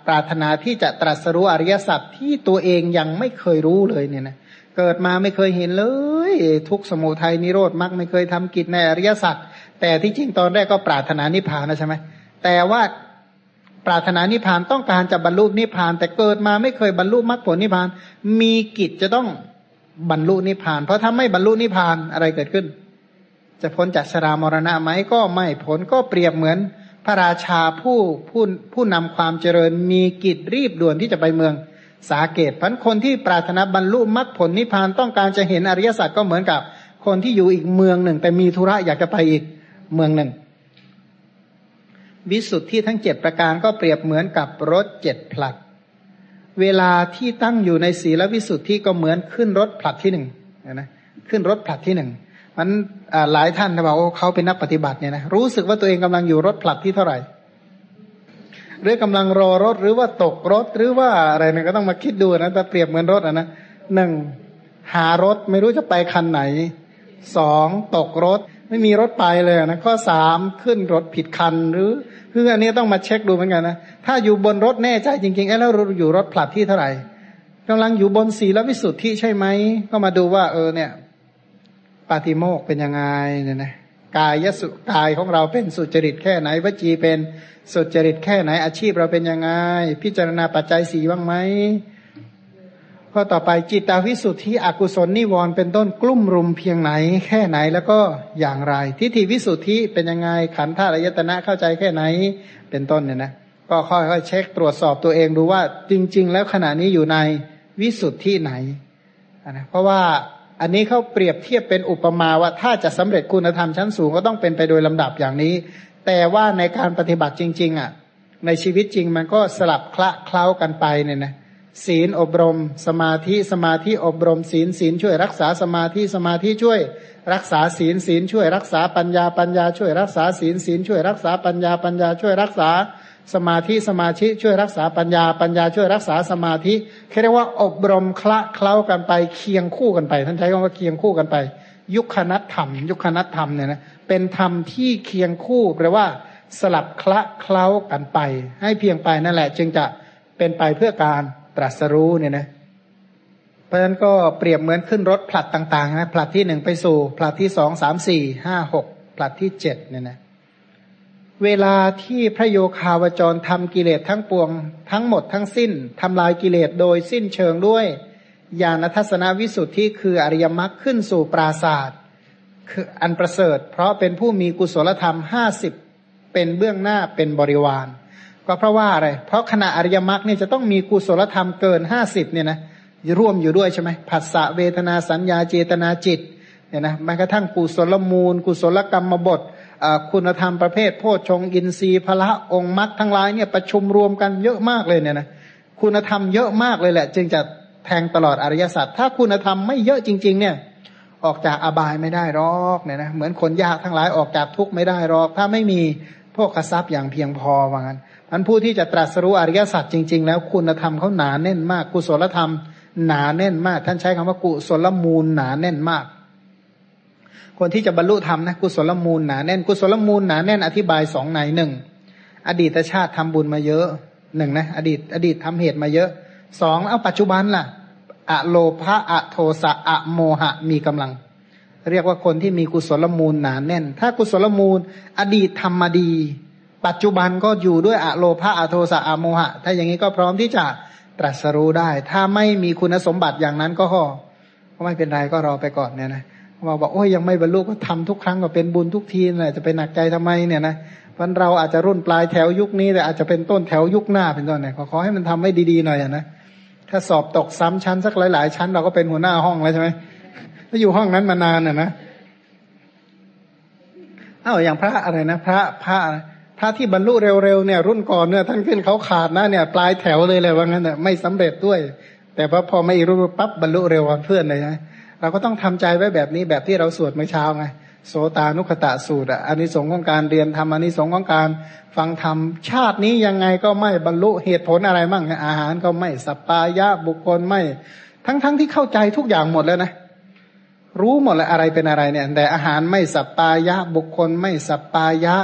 ปรารถนาที่จะตรัสรู้อริยสัจที่ตัวเองยังไม่เคยรู้เลยเนี่ยนะเกิดมาไม่เคยเห็นเลยทุกข์สมุทัยนิโรธมรรคไม่เคยทำกิจในอริยสัจแต่ที่จริงตอนแรกก็ปรารถนานิพพานนะใช่ไหมแต่ว่าปรารถนานิพพานต้องการจะบรรลุนิพพานแต่เกิดมาไม่เคยบรรลุมรรคผลนิพพานมีกิจจะต้องบรรลุนิพพานเพราะถ้าไม่บรรลุนิพพานอะไรเกิดขึ้นจะพ้นจากชรามรณะไหมก็ไม่พ้นก็เปรียบเหมือนพระราชาผู้ผู้ผู้นำความเจริญมีกิจรีบด่วนที่จะไปเมืองสาเกตพันคนที่ปรารถนาบรรลุมรรคผลนิพพานต้องการจะเห็นอริยสัจก็เหมือนกับคนที่อยู่อีกเมืองหนึ่งแต่มีธุระอยากจะไปอีกเมืองหนึ่งวิสุทธิทั้งเจ็ดประการก็เปรียบเหมือนกับรถเจ็ดผลัดเวลาที่ตั้งอยู่ในศีลวิสุทธิก็เหมือนขึ้นรถผลัดที่หนึ่งนะขึ้นรถผลัดที่หนึ่งมันหลายท่านเขาบอกว่าเขาเป็นนักปฏิบัติเนี่ยนะรู้สึกว่าตัวเองกำลังอยู่รถผลัดที่เท่าไหร่หรือกำลังรอรถหรือว่าตกรถหรือว่าอะไรเนี่ยก็ต้องมาคิดดูนะแต่เปรียบเหมือนรถอ่ะนะหนึ่งหารถไม่รู้จะไปคันไหนสองตกรถไม่มีรถไปเลยนะข้อสามขึ้นรถผิดคันหรือคืออันนี้ต้องมาเช็คดูเหมือนกันนะถ้าอยู่บนรถแน่ใจจริงๆแล้วเราอยู่รถผลัดที่เท่าไหร่กำลังอยู่บนศีลวิสุทธิใช่ไหมก็มาดูว่าเออเนี่ยปาติโมกข์เป็นยังไงเนี่ยนะกายสุกายของเราเป็นสุจริตแค่ไหนวจีเป็นสุจริตแค่ไหนอาชีพเราเป็นยังไงพิจารณาปัจจัยสี่บ้างไหมข้อต่อไปจิตตวิสุทธิอกุศลนิวรณ์เป็นต้นกลุ่มรุมเพียงไหนแค่ไหนแล้วก็อย่างไรทิฏฐิวิสุทธิเป็นยังไงขันธ์ธาตุอายตนะเข้าใจแค่ไหนเป็นต้นเนี่ยนะก็ค่อยๆเช็คตรวจสอบตัวเองดูว่าจริงๆแล้วขณะนี้อยู่ในวิสุทธิไหนนะเพราะว่าอันนี้เขาเปรียบเทียบเป็นอุปมาว่าถ้าจะสำเร็จคุณธรรมชั้นสูงก็ต้องเป็นไปโดยลำดับอย่างนี้แต่ว่าในการปฏิบัติจริงๆอ่ะในชีวิตจริงมันก็สลับคละเคล้ากันไปเนี่ยนะศีลอบรมสมาธิสมาธิอบรมศีลศีลช่วยรักษาสมาธิสมาธิช่วยรักษาศีลศีลช่วยรักษาปัญญาปัญญาช่วยรักษาศีลศีลช่วยรักษาปัญญาปัญญาช่วยรักษาสมาธิสมาธิช่วยรักษาปัญญาปัญญาช่วยรักษาสมาธิเรียกว่าอบรมคละเคล้ากันไปเคียงคู่กันไปท่านใช้คำว่าเคียงคู่กันไปยุคนัตธรรมยุคนัตธรรมเนี่ยนะเป็นธรรมที่เคียงคู่แปลว่าสลับคละเคล้ากันไปให้เพียงไปนั่นแหละจึงจะเป็นไปเพื่อการตรัสรู้เนี่ยนะเพราะฉะนั้นก็เปรียบเหมือนขึ้นรถผลัดต่างๆนะผลัดที่หนึ่งไปสู่ผลัดที่สองสามสี่ห้าหกผลัดที่เจ็ดเนี่ยนะเวลาที่พระโยคาวจรทำกิเลสทั้งปวงทั้งหมดทั้งสิ้นทำลายกิเลสโดยสิ้นเชิงด้วยญาณทัศนวิสุทธิคืออริยมรรคขึ้นสู่ปราศาสตร์คืออันประเสริฐเพราะเป็นผู้มีกุศลธรรมห้าสิบเป็นเบื้องหน้าเป็นบริวารก็เพราะว่าอะไรเพราะขณะอริยมรรคเนี่ยจะต้องมีกุศลธรรมเกินห้าสิบเนี่ยนะร่วมอยู่ด้วยใช่ไหมผัสสะเวทนาสัญญาเจตนาจิตเนี่ยนะแม้กระทั่งกุศลมูลกุศลกรรมบทคุณธรรมประเภทโพชฌงค์อินทรีย์พละองค์มรรคทั้งหลายเนี่ยประชุมรวมกันเยอะมากเลยเนี่ยนะคุณธรรมเยอะมากเลยแหละจึงจะแทงตลอดอริยสัจถ้าคุณธรรมไม่เยอะจริงๆเนี่ยออกจากอบายไม่ได้หรอกเนี่ยนะเหมือนคนยากทั้งหลายออกจากทุกข์ไม่ได้หรอกถ้าไม่มีพวกทรัพย์อย่างเพียงพอว่างั้นอันผู้ที่จะตรัสรู้อริยสัจจริงๆแล้วคุณธรรมเขาหนาแน่นมากกุศลธรรมหนาแน่นมากท่านใช้คำว่ากุศลมูลหนาแน่นมากคนที่จะบรรลุธรรมนะกุศลมูลหนาแน่นกุศลมูลหนาแน่นอธิบายสองในหนึ่งอดีตชาติทำบุญมาเยอะหนึ่งนะอดีตอดีตทำเหตุมาเยอะสองเอาปัจจุบันล่ะอะโลภะอะโทสะอะโมหะมีกำลังเรียกว่าคนที่มีกุศลมูลหนาแน่นถ้ากุศลมูลอดีตทำมาดีปัจจุบันก็อยู่ด้วยอะโลภะอะโทสะอะโมหะถ้าอย่างนี้ก็พร้อมที่จะตรัสรู้ได้ถ้าไม่มีคุณสมบัติอย่างนั้นก็ก็ไม่เป็นไรก็รอไปก่อนเนี่ยนะมาบอกโอ้ยยังไม่บรรลุก็ทำทุกครั้งก็เป็นบุญทุกทีแหละจะไปหนักใจทำไมเนี่ยนะวันเราอาจจะรุ่นปลายแถวยุคนี้แต่อาจจะเป็นต้นแถวยุคหน้าเป็นต้นเนี่ยขอขอให้มันทำให้ดีๆหน่อยนะถ้าสอบตกซ้ำชั้นสักหลายๆชั้นเราก็เป็นหัวหน้าห้องแล้วใช่ไหมถ้าอยู่ห้องนั้นมานานน่ะนะอ้าวอย่างพระอะไรนะพระพระพระที่บรรลุเร็วๆเนี่ยรุ่นก่อนเนี่ยท่านขึ้นเขาขาดนะเนี่ยปลายแถวเลยเลยว่างั้นเนี่ยไม่สำเร็จด้วยแต่พอพอไม่รู้ปั๊บบรรลุเร็วกว่าเพื่อนเลยนะเราก็ต้องทำใจไว้แบบนี้แบบที่เราสวดเมื่อเช้าไงโสตานุคตะสูตรอ่ะอานิสงส์ของการเรียนธรรมอานิสงส์ของการฟังธรรมชาตินี้ยังไงก็ไม่บรรลุเหตุผลอะไรมั่งอาหารก็ไม่สัปปายะบุคคลไม่ทั้งๆ ท, ที่เข้าใจทุกอย่างหมดแล้วนะรู้หมดแล้วอะไรเป็นอะไรเนี่ยแต่อาหารไม่สัปปายะบุคคลไม่สัปปายะ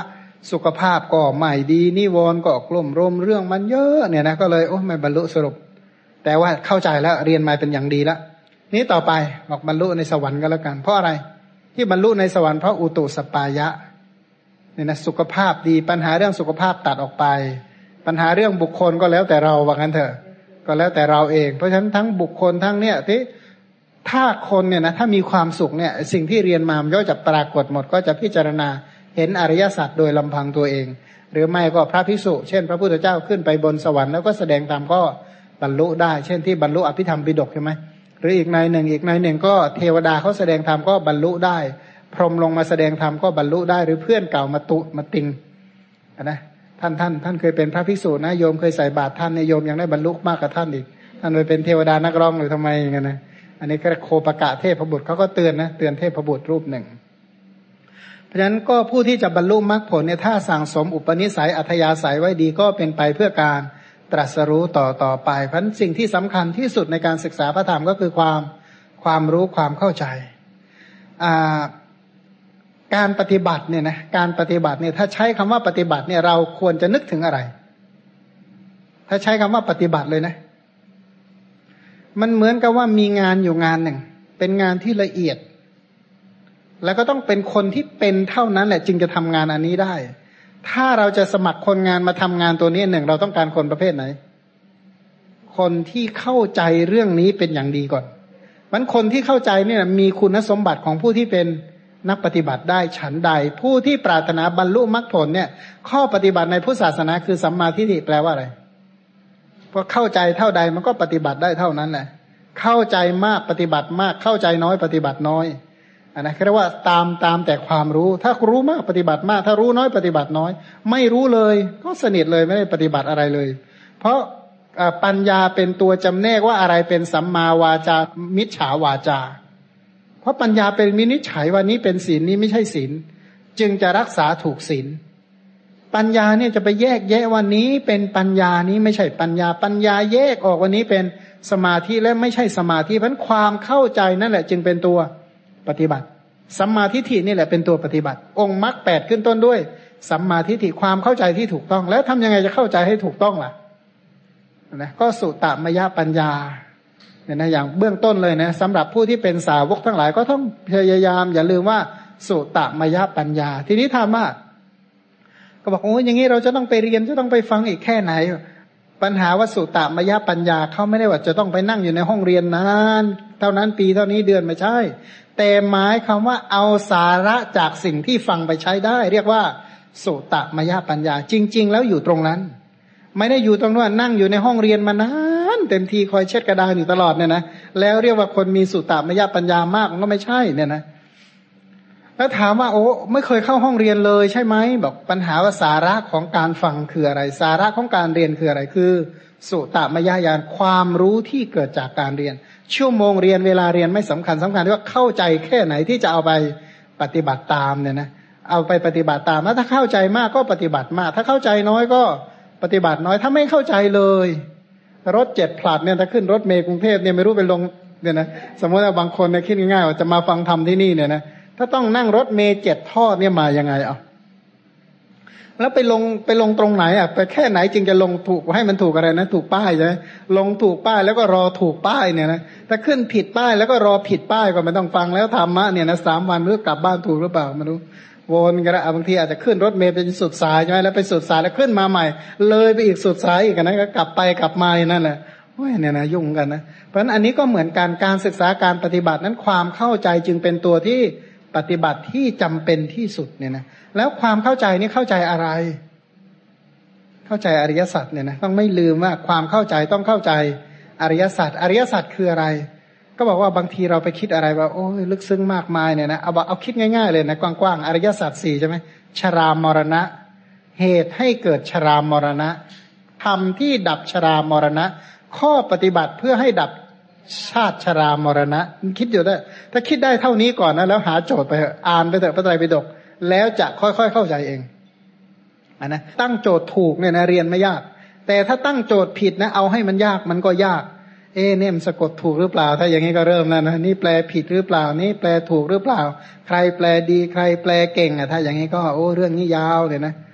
สุขภาพก็ไม่ดีนิวรณ์ก็กลุ่มรุมเรื่องมันเยอะเนี่ยนะก็เลยโอ้ไม่บรรลุสรุปแต่ว่าเข้าใจแล้วเรียนมาเป็นอย่างดีแล้วนี้ต่อไปบอกบรรลุในสวรรค์ก็แล้วกันเพราะอะไรที่บรรลุในสวรรค์เพราะอุตุสปายะเนี่ยนะสุขภาพดีปัญหาเรื่องสุขภาพตัดออกไปปัญหาเรื่องบุคคลก็แล้วแต่เราว่างั้นเถอะก็แล้วแต่เราเองเพราะฉะนั้นทั้งบุคคลทั้งเนี่ยที่ถ้าคนเนี่ยนะถ้ามีความสุขเนี่ยสิ่งที่เรียนมามันก็จะปรากฏหมดก็จะพิจารณาเห็นอริยสัจโดยลำพังตัวเองหรือไม่ก็พระภิกษุเช่นพระพุทธเจ้าขึ้นไปบนสวรรค์แล้วก็แสดงธรรมก็บรรลุได้เช่นที่บรรลุอภิธรรมปิฎกใช่ไหมหรืออีกในหนึ่งอีกในหนึ่งก็เทวดาเขาแสดงธรรมก็บรรลุได้พรหมลงมาแสดงธรรมก็บรรลุได้หรือเพื่อนเก่ามาตุมาติงนะท่านท่านท่านเคยเป็นพระภิกษุนะโยมเคยใส่บาตรท่านในโยมยังได้บรรลุมากกว่าท่านอีกท่านไปเป็นเทวดานักร้องหรือทำไมอย่างนั้นนะอันนี้ก็โคปกะเทพบุตรเขาก็เตือนนะเตือนเทพบุตรรูปหนึ่งเพราะฉะนั้นก็ผู้ที่จะบรรลุมรรคผลเนี่ยถ้าสั่งสมอุปนิสัยอัธยาศัยไว้ดีก็เป็นไปเพื่อการตรัสรู้ต่อต่อไปเพราะฉะนั้นสิ่งที่สำคัญที่สุดในการศึกษาพระธรรมก็คือความความรู้ความเข้าใจอ่าการปฏิบัติเนี่ยนะการปฏิบัติเนี่ยถ้าใช้คำว่าปฏิบัติเนี่ยเราควรจะนึกถึงอะไรถ้าใช้คำว่าปฏิบัติเลยนะมันเหมือนกับว่ามีงานอยู่งานหนึ่งเป็นงานที่ละเอียดแล้วก็ต้องเป็นคนที่เป็นเท่านั้นแหละจึงจะทำงานอันนี้ได้ถ้าเราจะสมัครคนงานมาทำงานตัวนี้หนึ่งเราต้องการคนประเภทไหนคนที่เข้าใจเรื่องนี้เป็นอย่างดีก่อนมันคนที่เข้าใจเนี่ยมีคุณสมบัติของผู้ที่เป็นนักปฏิบัติได้ฉันใดผู้ที่ปรารถนาบรรลุมรรคผลเนี่ยข้อปฏิบัติในพุทธศาสนาคือสัมมาทิฏฐิแปลว่าอะไรเพราะเข้าใจเท่าใดมันก็ปฏิบัติได้เท่านั้นแหละเข้าใจมากปฏิบัติมากเข้าใจน้อยปฏิบัติน้อยอันนั้นเรียกว่าตามตามแต่ความรู้ถ้ารู้มากปฏิบัติมากถ้ารู้น้อยปฏิบัติน้อยไม่รู้เลยก็สนิทเลยไม่ได้ปฏิบัติอะไรเลยเพราะปัญญาเป็นตัวจำแนกว่าอะไรเป็นสัมมาวาจามิจฉาวาจาเพราะปัญญาเป็นวินิจฉัยว่านี้เป็นศีลนี้ไม่ใช่ศีลจึงจะรักษาถูกศีลปัญญาเนี่ยจะไปแยกแยะวันนี้เป็นปัญญานี้ไม่ใช่ปัญญาปัญญาแยกออกวันนี้เป็นสมาธิและไม่ใช่สมาธิเพราะความเข้าใจนั่นแหละจึงเป็นตัวปฏิบัติสัมมาทิฏฐินี่แหละเป็นตัวปฏิบัติองค์มรรคแปดขึ้นต้นด้วยสัมมาทิฏฐิความเข้าใจที่ถูกต้องแล้วทำยังไงจะเข้าใจให้ถูกต้องล่ะนะก็สุตตมยปัญญาเนี่ยนะอย่างเบื้องต้นเลยนะสำหรับผู้ที่เป็นสาวกทั้งหลายก็ต้องพยายามอย่าลืมว่าสุตตมยปัญญาทีนี้ถามว่าก็บอกโอ้ยอย่างนี้เราจะต้องไปเรียนจะต้องไปฟังอีกแค่ไหนปัญหาว่าสุตตมยปัญญาเขาไม่ได้ว่าจะต้องไปนั่งอยู่ในห้องเรียนนานเท่านั้นปีเท่านี้เดือนไม่ใช่แต่หมายคำว่าเอาสาระจากสิ่งที่ฟังไปใช้ได้เรียกว่าสุตตมยปัญญาจริงๆแล้วอยู่ตรงนั้นไม่ได้อยู่ตรงนั้นนั่งอยู่ในห้องเรียนมานานเต็มทีคอยเช็ดกระดานอยู่ตลอดเนี่ยนะแล้วเรียกว่าคนมีสุตตมยปัญญามากมันก็ไม่ใช่เนี่ยนะแล้วถามว่าโอ้ไม่เคยเข้าห้องเรียนเลยใช่ไหมบอกปัญหาว่าสาระของการฟังคืออะไรสาระของการเรียนคืออะไรคือสุตตมยญาณความรู้ที่เกิดจากการเรียนชั่วโมงเรียนเวลาเรียนไม่สำคัญสำคัญที่ว่าเข้าใจแค่ไหนที่จะเอาไปปฏิบัติตามเนี่ยนะเอาไปปฏิบัติตามแล้วถ้าเข้าใจมากก็ปฏิบัติมากถ้าเข้าใจน้อยก็ปฏิบัติน้อยถ้าไม่เข้าใจเลยรถเจ็ดผลัดเนี่ยถ้าขึ้นรถเมล์กรุงเทพเนี่ยไม่รู้ไปลงเนี่ยนะสมมติว่าบางคนเนี่ยคิดง่ายๆว่าจะมาฟังธรรมที่นี่เนี่ยนะถ้าต้องนั่งรถเมล์เจ็ดทอดเนี่ยมายังไงเอาแล้วไปลงไปลงตรงไหนอ่ะไปแค่ไหนจึงจะลงถูกให้มันถูกอะไรนะถูกป้ายใช่ไหมลงถูกป้ายแล้วก็รอถูกป้ายเนี่ยนะถ้าขึ้นผิดป้ายแล้วก็รอผิดป้ายก็ไม่ต้องฟังแล้วธรรมะเนี่ยนะสามวันเพื่อกลับบ้านถูกหรือเปล่าไม่รู้วนกันแล้วบางทีอาจจะขึ้นรถเมล์เป็นสุดสายใช่ไหมแล้วไปสุดสายแล้วขึ้นมาใหม่เลยไปอีกสุดสายอีกนะก็กลับไปกลับมานั่นแหละโอ้ยเนี่ยนะยุ่งกันนะเพราะฉะนั้นอันนี้ก็เหมือนการการศึกษาการปฏิบัตินั้นความเข้าใจจึงเป็นตัวที่ปฏิบัติที่จำเป็นที่สุดเนี่ยนะแล้วความเข้าใจนี่เข้าใจอะไรเข้าใจอริยสัจเนี่ยนะต้องไม่ลืมว่าความเข้าใจต้องเข้าใจอริยสัจอริยสัจคืออะไรก็บอกว่าบางทีเราไปคิดอะไรว่าโอ้ยลึกซึ้งมากมายเนี่ยนะเอาเอาคิดง่ายๆเลยนะกว้างๆอริยสัจสี่ใช่ไหมชรามรณะเหตุให้เกิดชรามรณะธรรมที่ดับชรามรณะข้อปฏิบัติเพื่อให้ดับชาติชรามรณะคิดอยู่ได้ถ้าคิดได้เท่านี้ก่อนนะแล้วหาโจทย์ไปอ่านไปเถอะพระไตรปิฎกแล้วจะค่อยๆเข้าใจเองอันนะตั้งโจทย์ถูกเนี่ยนะเรียนไม่ยากแต่ถ้าตั้งโจทย์ผิดนะเอาให้มันยากมันก็ยากเอ๊ะเนี่ยมันสะกดถูกหรือเปล่าถ้าอย่างนี้ก็เริ่มแล้วนะนี่แปลผิดหรือเปล่านี่แปลถูกหรือเปล่าใครแปลดีใครแปลเก่งอ่ะถ้าอย่างนี้ก็โอ้เรื่องนี้ยาวเลยนะ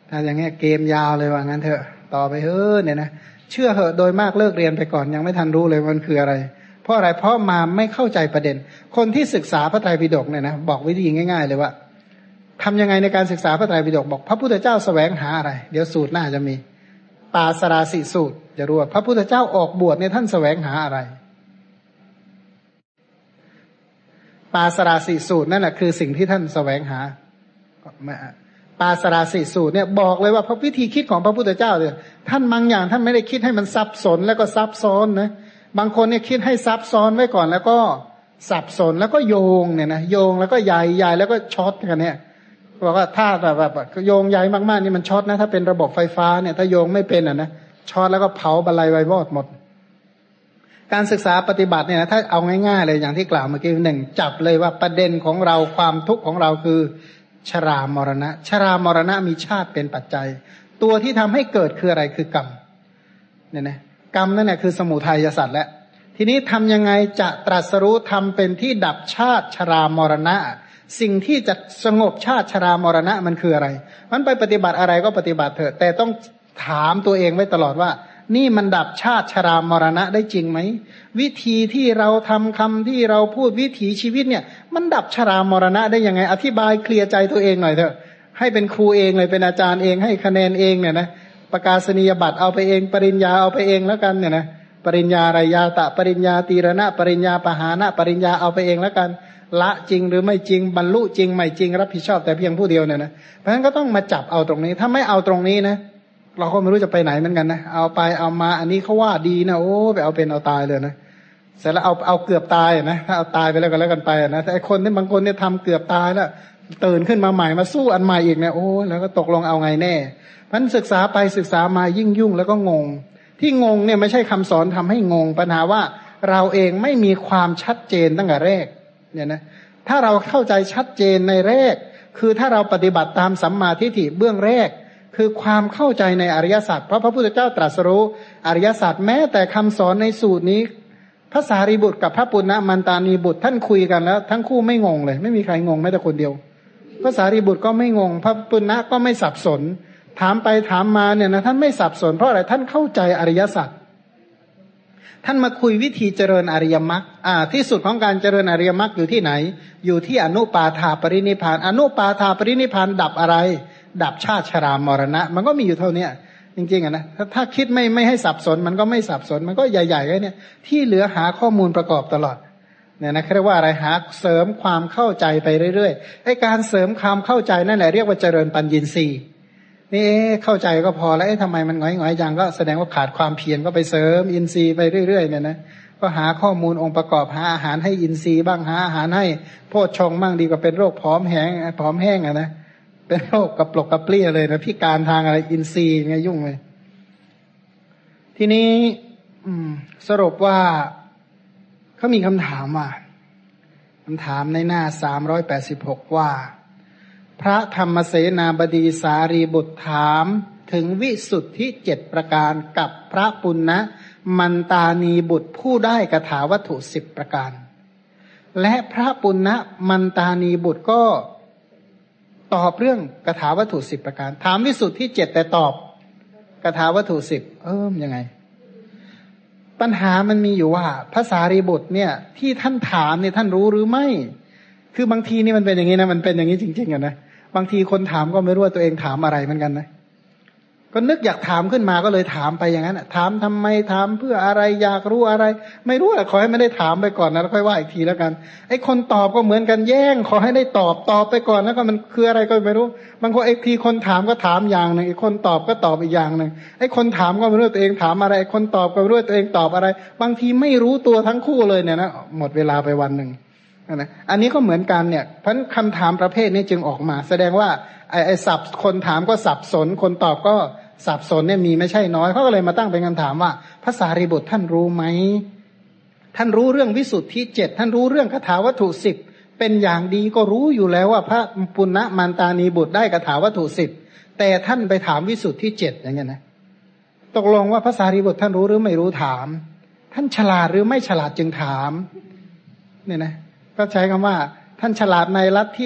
ถ้าอย่างเงี้ยเกมยาวเลยว่างั้นเถอะต่อไปเฮ้อเนี่ยนะเชื่อเหอะโดยมากเลิกเรียนไปก่อนยังไม่ทันรู้เลยมันคืออะไรเพราะอะไรเพราะมาไม่เข้าใจประเด็นคนที่ศึกษาพระไตรปิฎกเนี่ยนะบอกวิธีง่ายๆเลยว่าทำยังไงในการศึกษาพระไตรปิฎกบอกพระพุทธเจ้าแสวงหาอะไรเดี๋ยวสูตรหน้าจะมีปาสราสิสูตรจะรู้ว่าพระพุทธเจ้าออกบวชเนี่ยท่านแสวงหาอะไรปาสราสิสูตรนั่นแหละคือสิ่งที่ท่านแสวงหาปาสราสิสูตรเนี่ยบอกเลยว่าพระวิธีคิดของพระพุทธเจ้าเนี่ยท่านบางอย่างท่านไม่ได้คิดให้มันซับซ้อนแล้วก็ซับซ้อนนะบางคนเนี่ยคิดให้ซับซ้อนไว้ก่อนแล้วก็สับสนแล้วก็โยงเนี่ยนะโยงแล้วก็ใหญ่ใหญ่แล้วก็ช็อตกันเนี่ยบอกว่าถ้าแบบแบบโยงใหญ่มากๆนี่มันช็อตนะถ้าเป็นระบบไฟฟ้าเนี่ยถ้าโยงไม่เป็นอ่ะนะช็อตแล้วก็เผาบรรลัยไววอดหมดการศึกษาปฏิบัติเนี่ยนะถ้าเอาง่ายๆเลยอย่างที่กล่าวเมื่อกี้หนึ่งจับเลยว่าประเด็นของเราความทุกข์ของเราคือชรามรณะชรามรณะมีชาติเป็นปัจจัยตัวที่ทำให้เกิดคืออะไรคือกรรมเนี่ยนะกรรมนั่นแหละคือสมุทัยสัตว์และทีนี้ทำยังไงจะตรัสรู้ทำเป็นที่ดับชาติชรามรณะสิ่งที่จะสงบชาติชรามรณะมันคืออะไรมันไปปฏิบัติอะไรก็ปฏิบัติเถอะแต่ต้องถามตัวเองไว้ตลอดว่านี่มันดับชาติชรามรณะได้จริงไหมวิธีที่เราทำคำที่เราพูดวิถีชีวิตเนี่ยมันดับชรามรณะได้ยังไงอธิบายเคลียร์ใจตัวเองหน่อยเถอะให้เป็นครูเองเลยเป็นอาจารย์เองให้คะแนนเองเนี่ยนะประกาศนียบัตรเอาไปเองปริญญาเอาไปเองแล้วกันเนี่ยนะปริญญาไรยาตะปริญญาตีรณะปริญญาปหานะปริญญาเอาไปเองแล้วกันละจริงหรือไม่จริงบรรลุจริงไม่จริงรับผิดชอบแต่เพียงผู้เดียวเนี่ยนะเพราะฉะนั้นก็ต้องมาจับเอาตรงนี้ถ้าไม่เอาตรงนี้นะเราก็ไม่รู้จะไปไหนเหมือนกันนะเอาไปเอามาอันนี้เขาว่าดีนะโอ้ไปเอาเป็นเอาตายเลยนะเสร็จแล้วเอาเอาเกือบตายนะถ้าเอาตายไปแล้วกันแล้วกันไปนะแต่ไอคนที่บางคนเนี่ยทำเกือบตายแล้วตื่นขึ้นมาใหม่มาสู้อันใหม่อีกเนี่ยโอ้แล้วก็ตกลงเอาไงแน่เพราะฉะนั้นศึกษาไปศึกษามายิ่งยุ่งแล้วก็งงที่งงเนี่ยไม่ใช่คำสอนทำให้งงปัญหาว่าเราเองไม่มีความชัดเจนตั้งแต่แรกเนี่ยนะถ้าเราเข้าใจชัดเจนในแรกคือถ้าเราปฏิบัติตามสัมมาทิฏฐิเบื้องแรกคือความเข้าใจในอริยสัจเพราะพระพุทธเจ้าตรัสรู้อริยสัจแม้แต่คำสอนในสูตรนี้พระสารีบุตรกับพระปุณณมันตานีบุตรท่านคุยกันแล้วทั้งคู่ไม่งงเลยไม่มีใครงงแม้แต่คนเดียวพระสารีบุตรก็ไม่งงพระปุณณก็ไม่สับสนถามไปถามมาเนี่ยนะท่านไม่สับสนเพราะอะไรท่านเข้าใจอริยสัจท่านมาคุยวิธีเจริญอริยมรรคอ่าที่สุดของการเจริญอริยมรรคอยู่ที่ไหนอยู่ที่อนุปาทาปรินิพพานอนุปาทาปรินิพพานดับอะไรดับชาติชรามรณะมันก็มีอยู่เท่านี้จริงๆอ่ะนะถ้าถ้าคิดไม่ไม่ให้สับสนมันก็ไม่สับสนมันก็ใหญ่ๆแค่นี้ที่เหลือหาข้อมูลประกอบตลอดเนี่ยนะเรียกว่าอะไรหาเสริมความเข้าใจไปเรื่อยๆไอ้การเสริมความเข้าใจนั่นแหละเรียกว่าเจริญปัญญีสีนี่เข้าใจก็พอแล้วทำไมมันง่อยๆจังก็แสดงว่าขาดความเพียรก็ไปเสริมอินทรีย์ไปเรื่อยๆเนี่ยนะก็หาข้อมูลองค์ประกอบหาอาหารให้อินทรีย์บ้างหาอาหารให้โพชฌงค์บ้างดีกว่าเป็นโรคผอมแห้งผอมแห้งอ่ะนะเป็นโรคกระปลกกระเปรี้ยเลยนะพิการทางอะไรอินทรีย์ไงยุ่งเลยทีนี้สรุปว่าเขามีคำถามว่าคำถามในหน้าสามร้อยแปดสิบหกว่าพระธรรมเสนาบดีสารีบุตรถามถึงวิสุทธิเจ็ดประการกับพระปุณณมันตานีบุตรผู้ได้คาถาวัตถุสิบประการและพระปุณณมันตานีบุตรก็ตอบเรื่องคาถาวัตถุสิบประการถามวิสุทธิเจ็ดแต่ตอบคาถาวัตถุสิบเอิ่มยังไงปัญหามันมีอยู่ว่าพระสารีบุตรเนี่ยที่ท่านถามเนี่ยท่านรู้หรือไม่คือบางทีนี่มันเป็นอย่างนี้นะมันเป็นอย่างนี้จริงๆอ่ะนะบางทีคนถามก็ไม่รู้ว่าตัวเองถามอะไรเหมือนกันนะก็นึกอยากถามขึ้นมาก็เลยถามไปอย่างนั้นถามทำไมถามเพื่ออะไรอยากรู้อะไรไม่รู้อะขอให้ไม่ได้ถามไปก่อนนะแล้วค่อยว่าอีกทีแล้วกันไอ้คนตอบก็เหมือนกันแย่งขอให้ได้ตอบตอบไปก่อนแล้วก็มันคืออะไรก็ไม่รู้บางคนไอ้ทีคนถามก็ถามอย่างหนึ่งไอ้คนตอบก็ตอบอีกอย่างหนึ่งไอ้คนถามก็ไม่รู้ตัวเองถามอะไรไอ้คนตอบก็ไม่รู้ตัวเองตอบอะไรบางทีไม่รู้ตัวทั้งคู่เลยเนี่ยนะหมดเวลาไปวันหนึ่งนะอันนี้ก็เหมือนกันเนี่ยเพราะคำถามประเภทนี้จึงออกมาแสดงว่าไอ้ไอ้สับคนถามก็สับสนคนตอบก็สับสนเนี่ยมีไม่ใช่น้อยเขาก็เลยมาตั้งเป็นคำถามว่าพระสารีบุตรท่านรู้ไหมท่านรู้เรื่องวิสุทธิเจ็ดท่านรู้เรื่องคาถาวัตถุสิบเป็นอย่างดีก็รู้อยู่แล้วว่าพระปุณณมันตานีบุตรได้คาถาวัตถุสิบแต่ท่านไปถามวิสุทธิเจ็ดอย่างเงี้ยนะตกลงว่าพระสารีบุตรท่านรู้หรือไม่รู้ถามท่านฉลาดหรือไม่ฉลาดจึงถามเนี่ยนะก็ใช้คำว่าท่านฉลาดในลัทธิ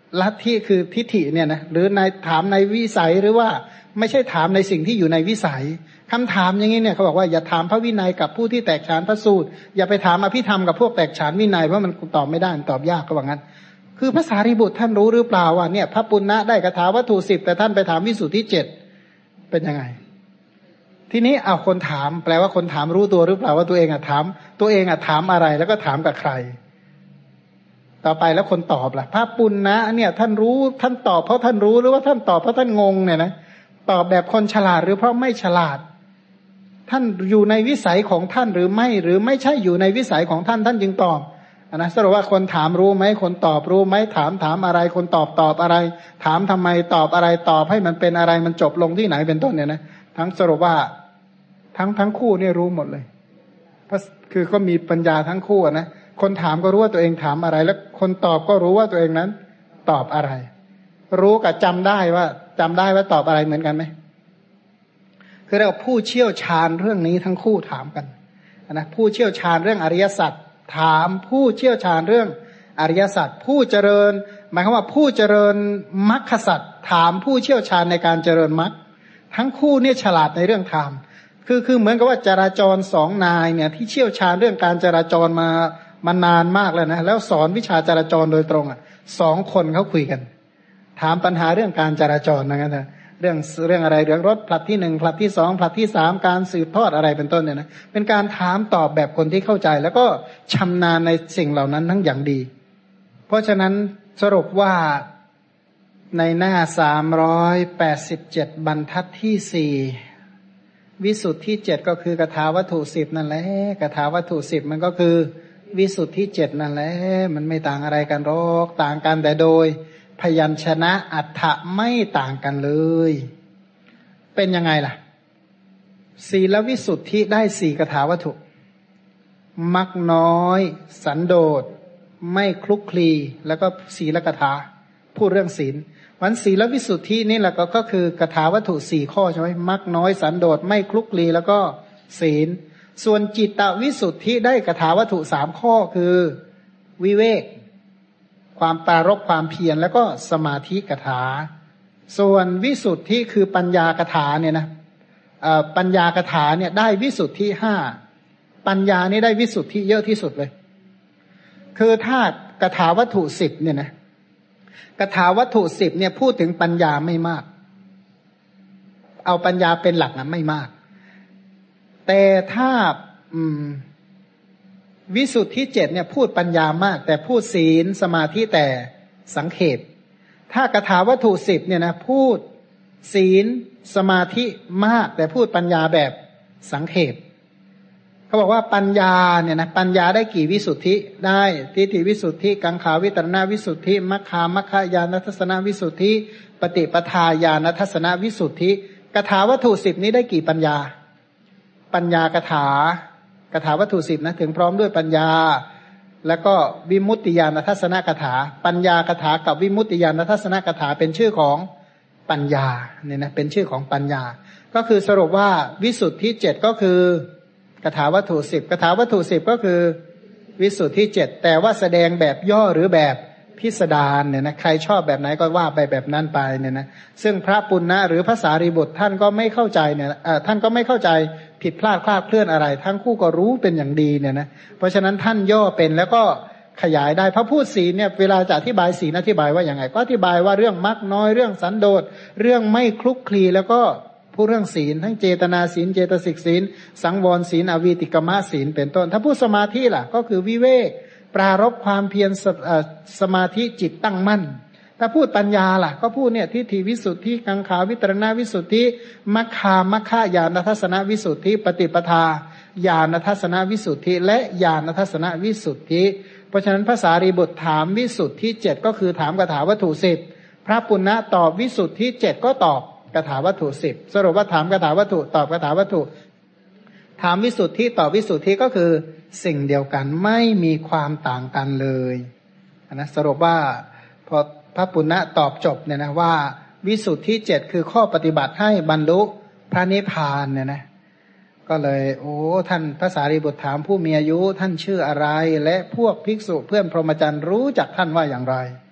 ลัทธิคือทิฏฐิเนี่ยนะหรือในถามในวิสัยหรือว่าไม่ใช่ถามในสิ่งที่อยู่ในวิสัยคำถามอย่างนี้เนี่ยเขาบอกว่าอย่าถามพระวินัยกับผู้ที่แตกฉานพระสูตรอย่าไปถามอภิธรรมกับพวกแตกฉานวินัยเพราะมันตอบไม่ได้ตอบยากก็ว่างั้นคือพระสารีบุตรท่านรู้หรือเปล่าว่าเนี่ยพระปุณณะได้คาถาวัตถุสิบแต่ท่านไปถามวิสุทธิเจ็ดเป็นยังไงทีนี้เอาคนถามแปลว่าคนถามรู้ตัวหรือเปล่าว่าตัวเองอะถามตัวเองอะถามอะไรแล้วก็ถามกับใครต่อไปแล้วคนตอบล่ะพระปุณณะเนี่ยท่านรู้ท่านตอบเพราะท่านรู้หรือว่าท่านตอบเพราะท่านงงเนี่ยนะตอบแบบคนฉลาดหรือเพราะไม่ฉลาดท่านอยู่ในวิสัยของท่านหรือไม่หรือไม่ใช่อยู่ในวิสัยของท่านท่านจึงตอบนะสรุปว่าคนถามรู้ไหมคนตอบรู้ไหมถามถามอะไรคนตอบตอบอะไรถามทำไมตอบอะไรตอบให้มันเป็นอะไรมันจบลงที่ไหนเป็นต้นเนี่ยนะทั้งสรุปว่าทั้งทั้งคู่เนี่ยรู้หมดเลยเพราะคือก็มีปัญญาทั้งคู่นะคนถามก็รู้ว่าตัวเองถามอะไรแล้วคนตอบก็รู้ว่าตัวเองนั้นตอบอะไรรู้กับจำได้ว่าจำได้ว่าตอบอะไรเหมือนกันไหมคือเราผู้เชี่ยวชาญเรื่องนี้ทั้งคู่ถามกันนะผู้เชี่ยวชาญเรื่องอริยสัจถามผู้เชี่ยวชาญเรื่องอริยสัจผู้เจริญหมายความว่าผู้เจริญมรรคสัจถามผู้เชี่ยวชาญในการเจริญมรรคทั้งคู่เนี่ยฉลาดในเรื่องธรรมคือคือเหมือนกับว่าจราจรสองนายเนี่ยที่เชี่ยวชาญเรื่องการจราจรมามานานมากแล้วนะแล้วสอนวิชาจราจรโดยตรงอ่ะสองคนเขาคุยกันถามปัญหาเรื่องการจราจรนะงั้นนะเรื่องเรื่องอะไรเรื่องรถผลัดที่หนึ่งผลัดที่สองผลัดที่สามการสืบทอดอะไรเป็นต้นเนี่ยนะเป็นการถามตอบแบบคนที่เข้าใจแล้วก็ชำนาญในสิ่งเหล่านั้นทั้งอย่างดีเพราะฉะนั้นสรุปว่าในหน้าสามร้อยแปดสิบเจ็ดบรรทัดที่สี่วิสุทธิเจ็ดก็คือกถาวัตถุสิบนั่นแหละกถาวัตถุสิบมันก็คือวิสุทธิเจ็ดนั่นแหละมันไม่ต่างอะไรกันหรอกต่างกันแต่โดยพยัญชนะอัฏฐะไม่ต่างกันเลยเป็นยังไงล่ะศีลวิสุทธิได้สี่กถาวัตถุมักน้อยสันโดษไม่คลุกคลีแล้วก็ศีลกถาพูดเรื่องศีลวันศีลวิสุทธินี่แหละก็ก็คือกถาวัตถุสี่ข้อใช่ไหมมักน้อยสันโดษไม่คลุกคลีแล้วก็ศีลส่วนจิตตวิสุทธิได้กถาวัตถุสามข้อคือวิเวกความปรารภความเพียรแล้วก็สมาธิกถาส่วนวิสุทธิคือปัญญากถาเนี่ยนะปัญญากถาเนี่ยได้วิสุทธิห้าปัญญานี่ได้วิสุทธิเยอะที่สุดเลยคือถ้ากถาวัตถุสิบเนี่ยนะกถาวัตถุสิบเนี่ยพูดถึงปัญญาไม่มากเอาปัญญาเป็นหลักนะไม่มากแต่ถ้าอืมวิสุทธิเจ็ดเนี่ยพูดปัญญามากแต่พูดศีลสมาธิแต่สังเขปถ้ากถาวัตถุสิบเนี่ยนะพูดศีลสมาธิมากแต่พูดปัญญาแบบสังเขปเขาบอกว่าปัญญาเนี่ยนะปัญญาได้กี่วิสุทธิได้ทิฏฐิวิสุทธิกังขาวิตรณวิสุทธิมัคคามัคคายานทัศนวิสุทธิปฏิปทาญาณทัศนวิสุทธิกถาวัตถุสิบนี้ได้กี่ปัญญาปัญญากถากถาวัตถุสิบนะถึงพร้อมด้วยปัญญาแล้วก็วิมุตติญาณทัศนกถาปัญญากถากับวิมุตติญาณทัศนกถาเป็นชื่อของปัญญาเนี่ยนะเป็นชื่อของปัญญาก็คือสรุปว่าวิสุทธิเจ็ดก็คือกถาวัตถุสิบกถาวัตถุสิบก็คือวิสุทธิเจ็ดแต่ว่าแสดงแบบย่อหรือแบบพิสดารเนี่ยนะใครชอบแบบไหนก็ว่าไปแบบนั้นไปเนี่ยนะซึ่งพระปุณณะหรือพระสารีบุตรท่านก็ไม่เข้าใจเนี่ยท่านก็ไม่เข้าใจผิดพลาดคลาดเคลื่อนอะไรทั้งคู่ก็รู้เป็นอย่างดีเนี่ยนะเพราะฉะนั้นท่านย่อเป็นแล้วก็ขยายได้พระพูดศีลเนี่ยเวลาจะอธิบายศีลอธิบายว่าอย่างไงก็อธิบายว่าเรื่องมักน้อยเรื่องสันโดษเรื่องไม่คลุกคลีแล้วก็พูดเรื่องศีลทั้งเจตนาศีลเจตสิกศีลสังวรศีลอวีติกมะศีลเป็นต้นถ้าพูดสมาธิล่ะก็คือวิเวกปรารภความเพียร ส, สมาธิจิตตั้งมั่นถ้าพูดปัญญาล่ะก็พูดเนี่ยทิฏฐิวิสุทธิกังขาวิตรณวิสุทธิมัคคามัคคายานทัศนวิสุทธิปฏิปทาญาณทัศนวิสุทธิและญาณทัศนวิสุทธิเพราะฉะนั้นภาษารีบุตรถามวิสุทธิเจ็ดก็คือถามกถาวัตถุสิบพระปุณณะตอบวิสุทธิเจ็ดก็ตอบกถาวัตถุสิบสรุปว่าถามกถาวัตถุตอบกถาวัตถุถามวิสุทธิตอบวิสุทธิก็คือสิ่งเดียวกันไม่มีความต่างกันเลยนะสรุปว่าพอพระปุณณะตอบจบเนี่ยนะว่าวิสุทธิเจ็ดคือข้อปฏิบัติให้บรรลุพระนิพพานเนี่ยนะก็เลยโอ้ท่านพระสารีบุตรถามผู้มีอายุท่านชื่ออะไรและพวกภิกษุเพื่อนพรหมจรรย์รู้จักท่านว่าอย่างไร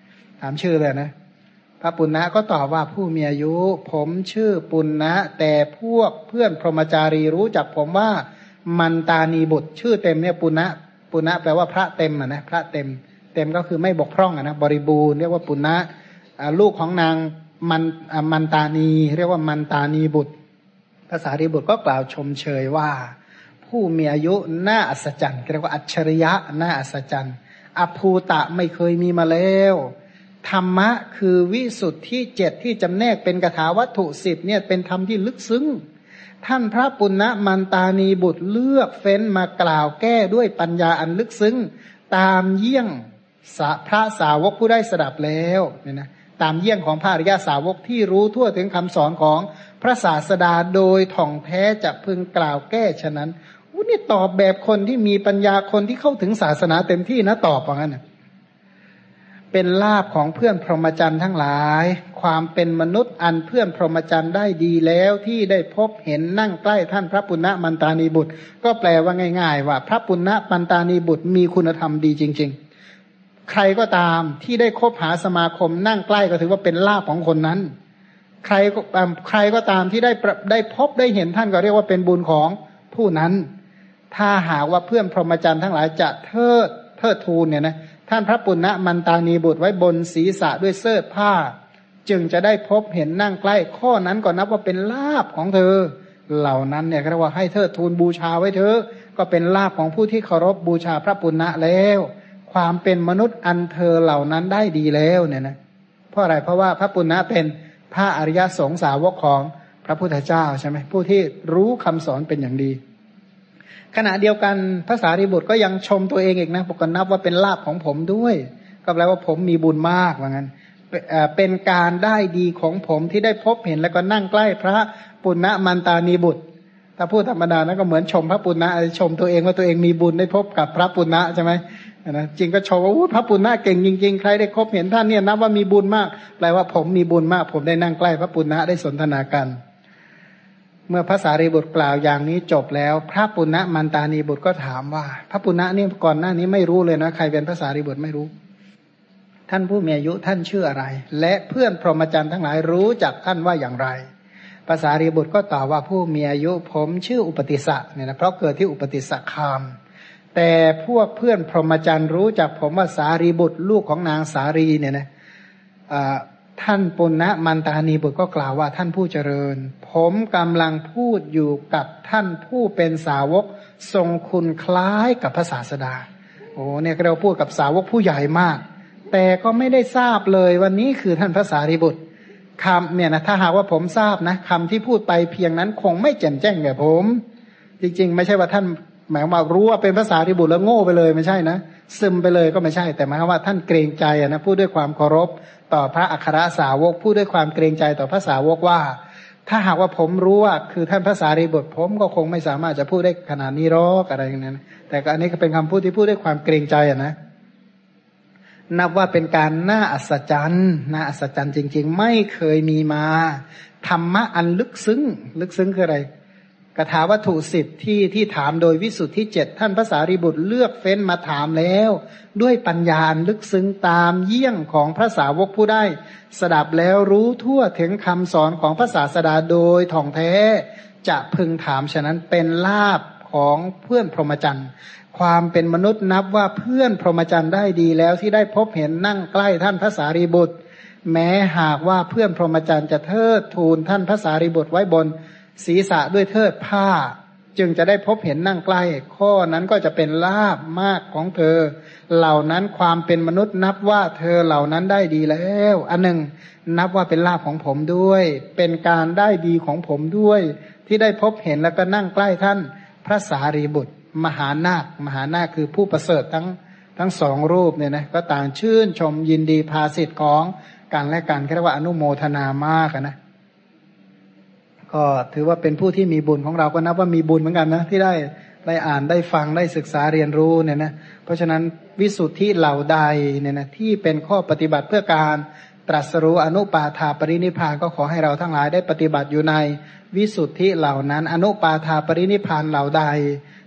ามชื่อเลยนะพระปุณณะก็ตอบว่าผู้มีอายุผมชื่อปุณณะแต่พวกเพื่อนพรหมจารีรู้จักผมว่ามันตานีบุตรชื่อเต็มเนี่ยปุณณะปุณณะแปลว่าพระเต็มอ่ะนะพระเต็มเต็มก็คือไม่บกพร่องอ่ะนะบริบูรณ์เรียกว่าปุณณะลูกของนางมันมันตานีเรียกว่ามันตานีบุตรภาษารีบุตรก็กล่าวชมเชยว่าผู้มีอายุน่าอัศจรรย์เรียกว่าอัจฉริยะน่าอัศจรรย์อภูตะไม่เคยมีมาแล้วธรรมะคือวิสุทธิเจ็ดที่จำแนกเป็นคาถาวัตถุสิบเนี่ยเป็นธรรมที่ลึกซึ้งท่านพระปุณณมันตานีบุตรเลือกเฟ้นมากล่าวแก้ด้วยปัญญาอันลึกซึ้งตามเยี่ยงพระสาวกผู้ได้สดับแล้วเนี่ยนะตามเยี่ยงของพระอริยสาวกที่รู้ทั่วถึงคำสอนของพระศาสดาโดยท่องแท้จะพึงกล่าวแก้ฉะนั้นอู้นี่ตอบแบบคนที่มีปัญญาคนที่เข้าถึงศาสนาเต็มที่นะตอบว่างั้นนะเป็นลาภของเพื่อนพรหมจรรย์ทั้งหลายความเป็นมนุษย์อันเพื่อนพรหมจรรย์ได้ดีแล้วที่ได้พบเห็นนั่งใกล้ท่านพระปุณณมันตานีบุตรก็แปลว่าง่ายๆว่าพระปุณณมันตานีบุตรมีคุณธรรมดีจริงๆใครก็ตามที่ได้คบหาสมาคมนั่งใกล้ก็ถือว่าเป็นลาภของคนนั้นใครก็ตามใครก็ตามที่ได้ได้พบได้เห็นท่านก็เรียกว่าเป็นบุญของผู้นั้นถ้าหากว่าเพื่อนพรหมจรรย์ทั้งหลายจะเทิดเทิดทูนเนี่ยนะท่านพระปุณณมันตานีบุตรไว้บนศีรษะด้วยเสื้อผ้าจึงจะได้พบเห็นนั่งใกล้ข้อนั้นก็นับว่าเป็นลาภของเธอเหล่านั้นเนี่ยเรียกว่าให้เทิดทูนบูชาไว้เถอะก็เป็นลาภของผู้ที่เคารพบูชาพระปุณณะแล้วความเป็นมนุษย์อันเธอเหล่านั้นได้ดีแล้วเนี่ยนะเพราะอะไรเพราะว่าพระปุณณะเป็นพระอริยสงสาวกของพระพุทธเจ้าใช่ไหมผู้ที่รู้คำสอนเป็นอย่างดีขณะเดียวกันพระสารีบุตรก็ยังชมตัวเองอีกนะบอกนับว่าเป็นลาภของผมด้วยก็แปลว่าผมมีบุญมากว่างั้นเป็นการได้ดีของผมที่ได้พบเห็นแล้วก็นั่งใกล้พระปุณณมันตานีบุตรถ้าพูดธรรมดานะก็เหมือนชมพระปุณณะชมตัวเองว่าตัวเองมีบุญได้พบกับพระปุณณะใช่ไหมนะจริงก็ชมว่าพระปุณณะเก่งจริงๆใครได้พบเห็นท่านเนี่ยนับว่ามีบุญมากแปลว่าผมมีบุญมากผมได้นั่งใกล้พระปุณณะได้สนทนากันเมื่อพระสารีบุตรกล่าวอย่างนี้จบแล้วพระปุณณมันตานีบุตรก็ถามว่าพระปุณณะนี่ก่อนหน้านี้ไม่รู้เลยนะใครเป็นพระสารีบุตรไม่รู้ท่านผู้มีอายุท่านชื่ออะไรและเพื่อนพรหมจรรย์ทั้งหลายรู้จักท่านว่าอย่างไรพระสารีบุตรก็ตอบว่าผู้มีอายุผมชื่ออุปติสสะเนี่ยนะเพราะเกิดที่อุปติสสะคามแต่พวกเพื่อนพรหมจรรย์รู้จักผมว่าสารีบุตรลูกของนางสารีเนี่ยนะท่านปุณณมันตานีบุตรก็กล่าวว่าท่านผู้เจริญผมกำลังพูดอยู่กับท่านผู้เป็นสาวกทรงคุณคล้ายกับพระศาสดาโอ้เนี่ยเราพูดกับสาวกผู้ใหญ่มากแต่ก็ไม่ได้ทราบเลยวันนี้คือท่านพระสารีบุตรคำเนี่ยนะถ้าหากว่าผมทราบนะคำที่พูดไปเพียงนั้นคงไม่แจ่มแจ้งแก่ผมจริงๆไม่ใช่ว่าท่านหมายว่ารู้ว่าเป็นพระสารีบุตรแล้วโง่ไปเลยไม่ใช่นะซึมไปเลยก็ไม่ใช่แต่หมายว่าท่านเกรงใจนะพูดด้วยความเคารพต่อพระอัครสาวกพูดด้วยความเกรงใจต่อพระสาวกว่าถ้าหากว่าผมรู้ว่าคือท่านพระสารีบุตรผมก็คงไม่สามารถจะพูดได้ขนาดนี้หรอกอะไรอย่างนั้นแต่อันนี้ก็เป็นคำพูดที่พูดด้วยความเกรงใจอ่ะนะนับว่าเป็นการน่าอัศจรรย์น่าอัศจรรย์จริงๆไม่เคยมีมาธรรมะอันลึกซึ้งลึกซึ้งคืออะไรคาถาวัตถุสิบที่ที่ถามโดยวิสุทธิเจ็ดท่านพระสารีบุตรเลือกเฟ้นมาถามแล้วด้วยปัญญาลึกซึ้งตามเยี่ยงของพระสาวกผู้ได้สดับแล้วรู้ทั่วถึงคำสอนของพระศาสดาโดยท่องแท้จะพึงถามฉะนั้นเป็นลาภของเพื่อนพรหมจรรย์ความเป็นมนุษย์นับว่าเพื่อนพรหมจรรย์ได้ดีแล้วที่ได้พบเห็นนั่งใกล้ท่านพระสารีบุตรแม้หากว่าเพื่อนพรหมจรรย์จะเทิดทูนท่านพระสารีบุตรไว้บนศีรษะด้วยเทิดผ้าจึงจะได้พบเห็นนั่งใกล้ข้อนั้นก็จะเป็นลาภมากของเธอเหล่านั้นความเป็นมนุษย์นับว่าเธอเหล่านั้นได้ดีแล้วอันหนึ่งนับว่าเป็นลาภของผมด้วยเป็นการได้ดีของผมด้วยที่ได้พบเห็นแล้วก็นั่งใกล้ท่านพระสารีบุตรมหานาคมหานาคคือผู้ประเสริฐทั้งทั้งสองรูปเนี่ยนะก็ต่างชื่นชมยินดีภาสิทธิ์ของกันและกันเรียกว่าอนุโมทนามากนะก็ถือว่าเป็นผู้ที่มีบุญของเราก็นับว่ามีบุญเหมือนกันนะที่ได้ได้อ่านได้ฟังได้ศึกษาเรียนรู้เนี่ยนะเพราะฉะนั้นวิสุทธิเหล่าใดเนี่ยนะที่เป็นข้อปฏิบัติเพื่อการตรัสรู้อนุปาทาปรินิพพานก็ขอให้เราทั้งหลายได้ปฏิบัติอยู่ในวิสุทธิเหล่านั้นอนุปาทาปรินิพพานเหล่าใด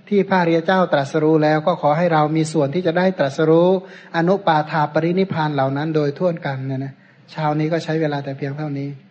ที่พระริยเจ้าตรัสรู้แล้วก็ขอให้เรามีส่วนที่จะได้ตรัสรู้อนุปาทาปรินิพพานเหล่านั้นโดยทั่วกันเนี่ยนะเช้านี้ก็ใช้เวลาแต่เพียงเท่านี้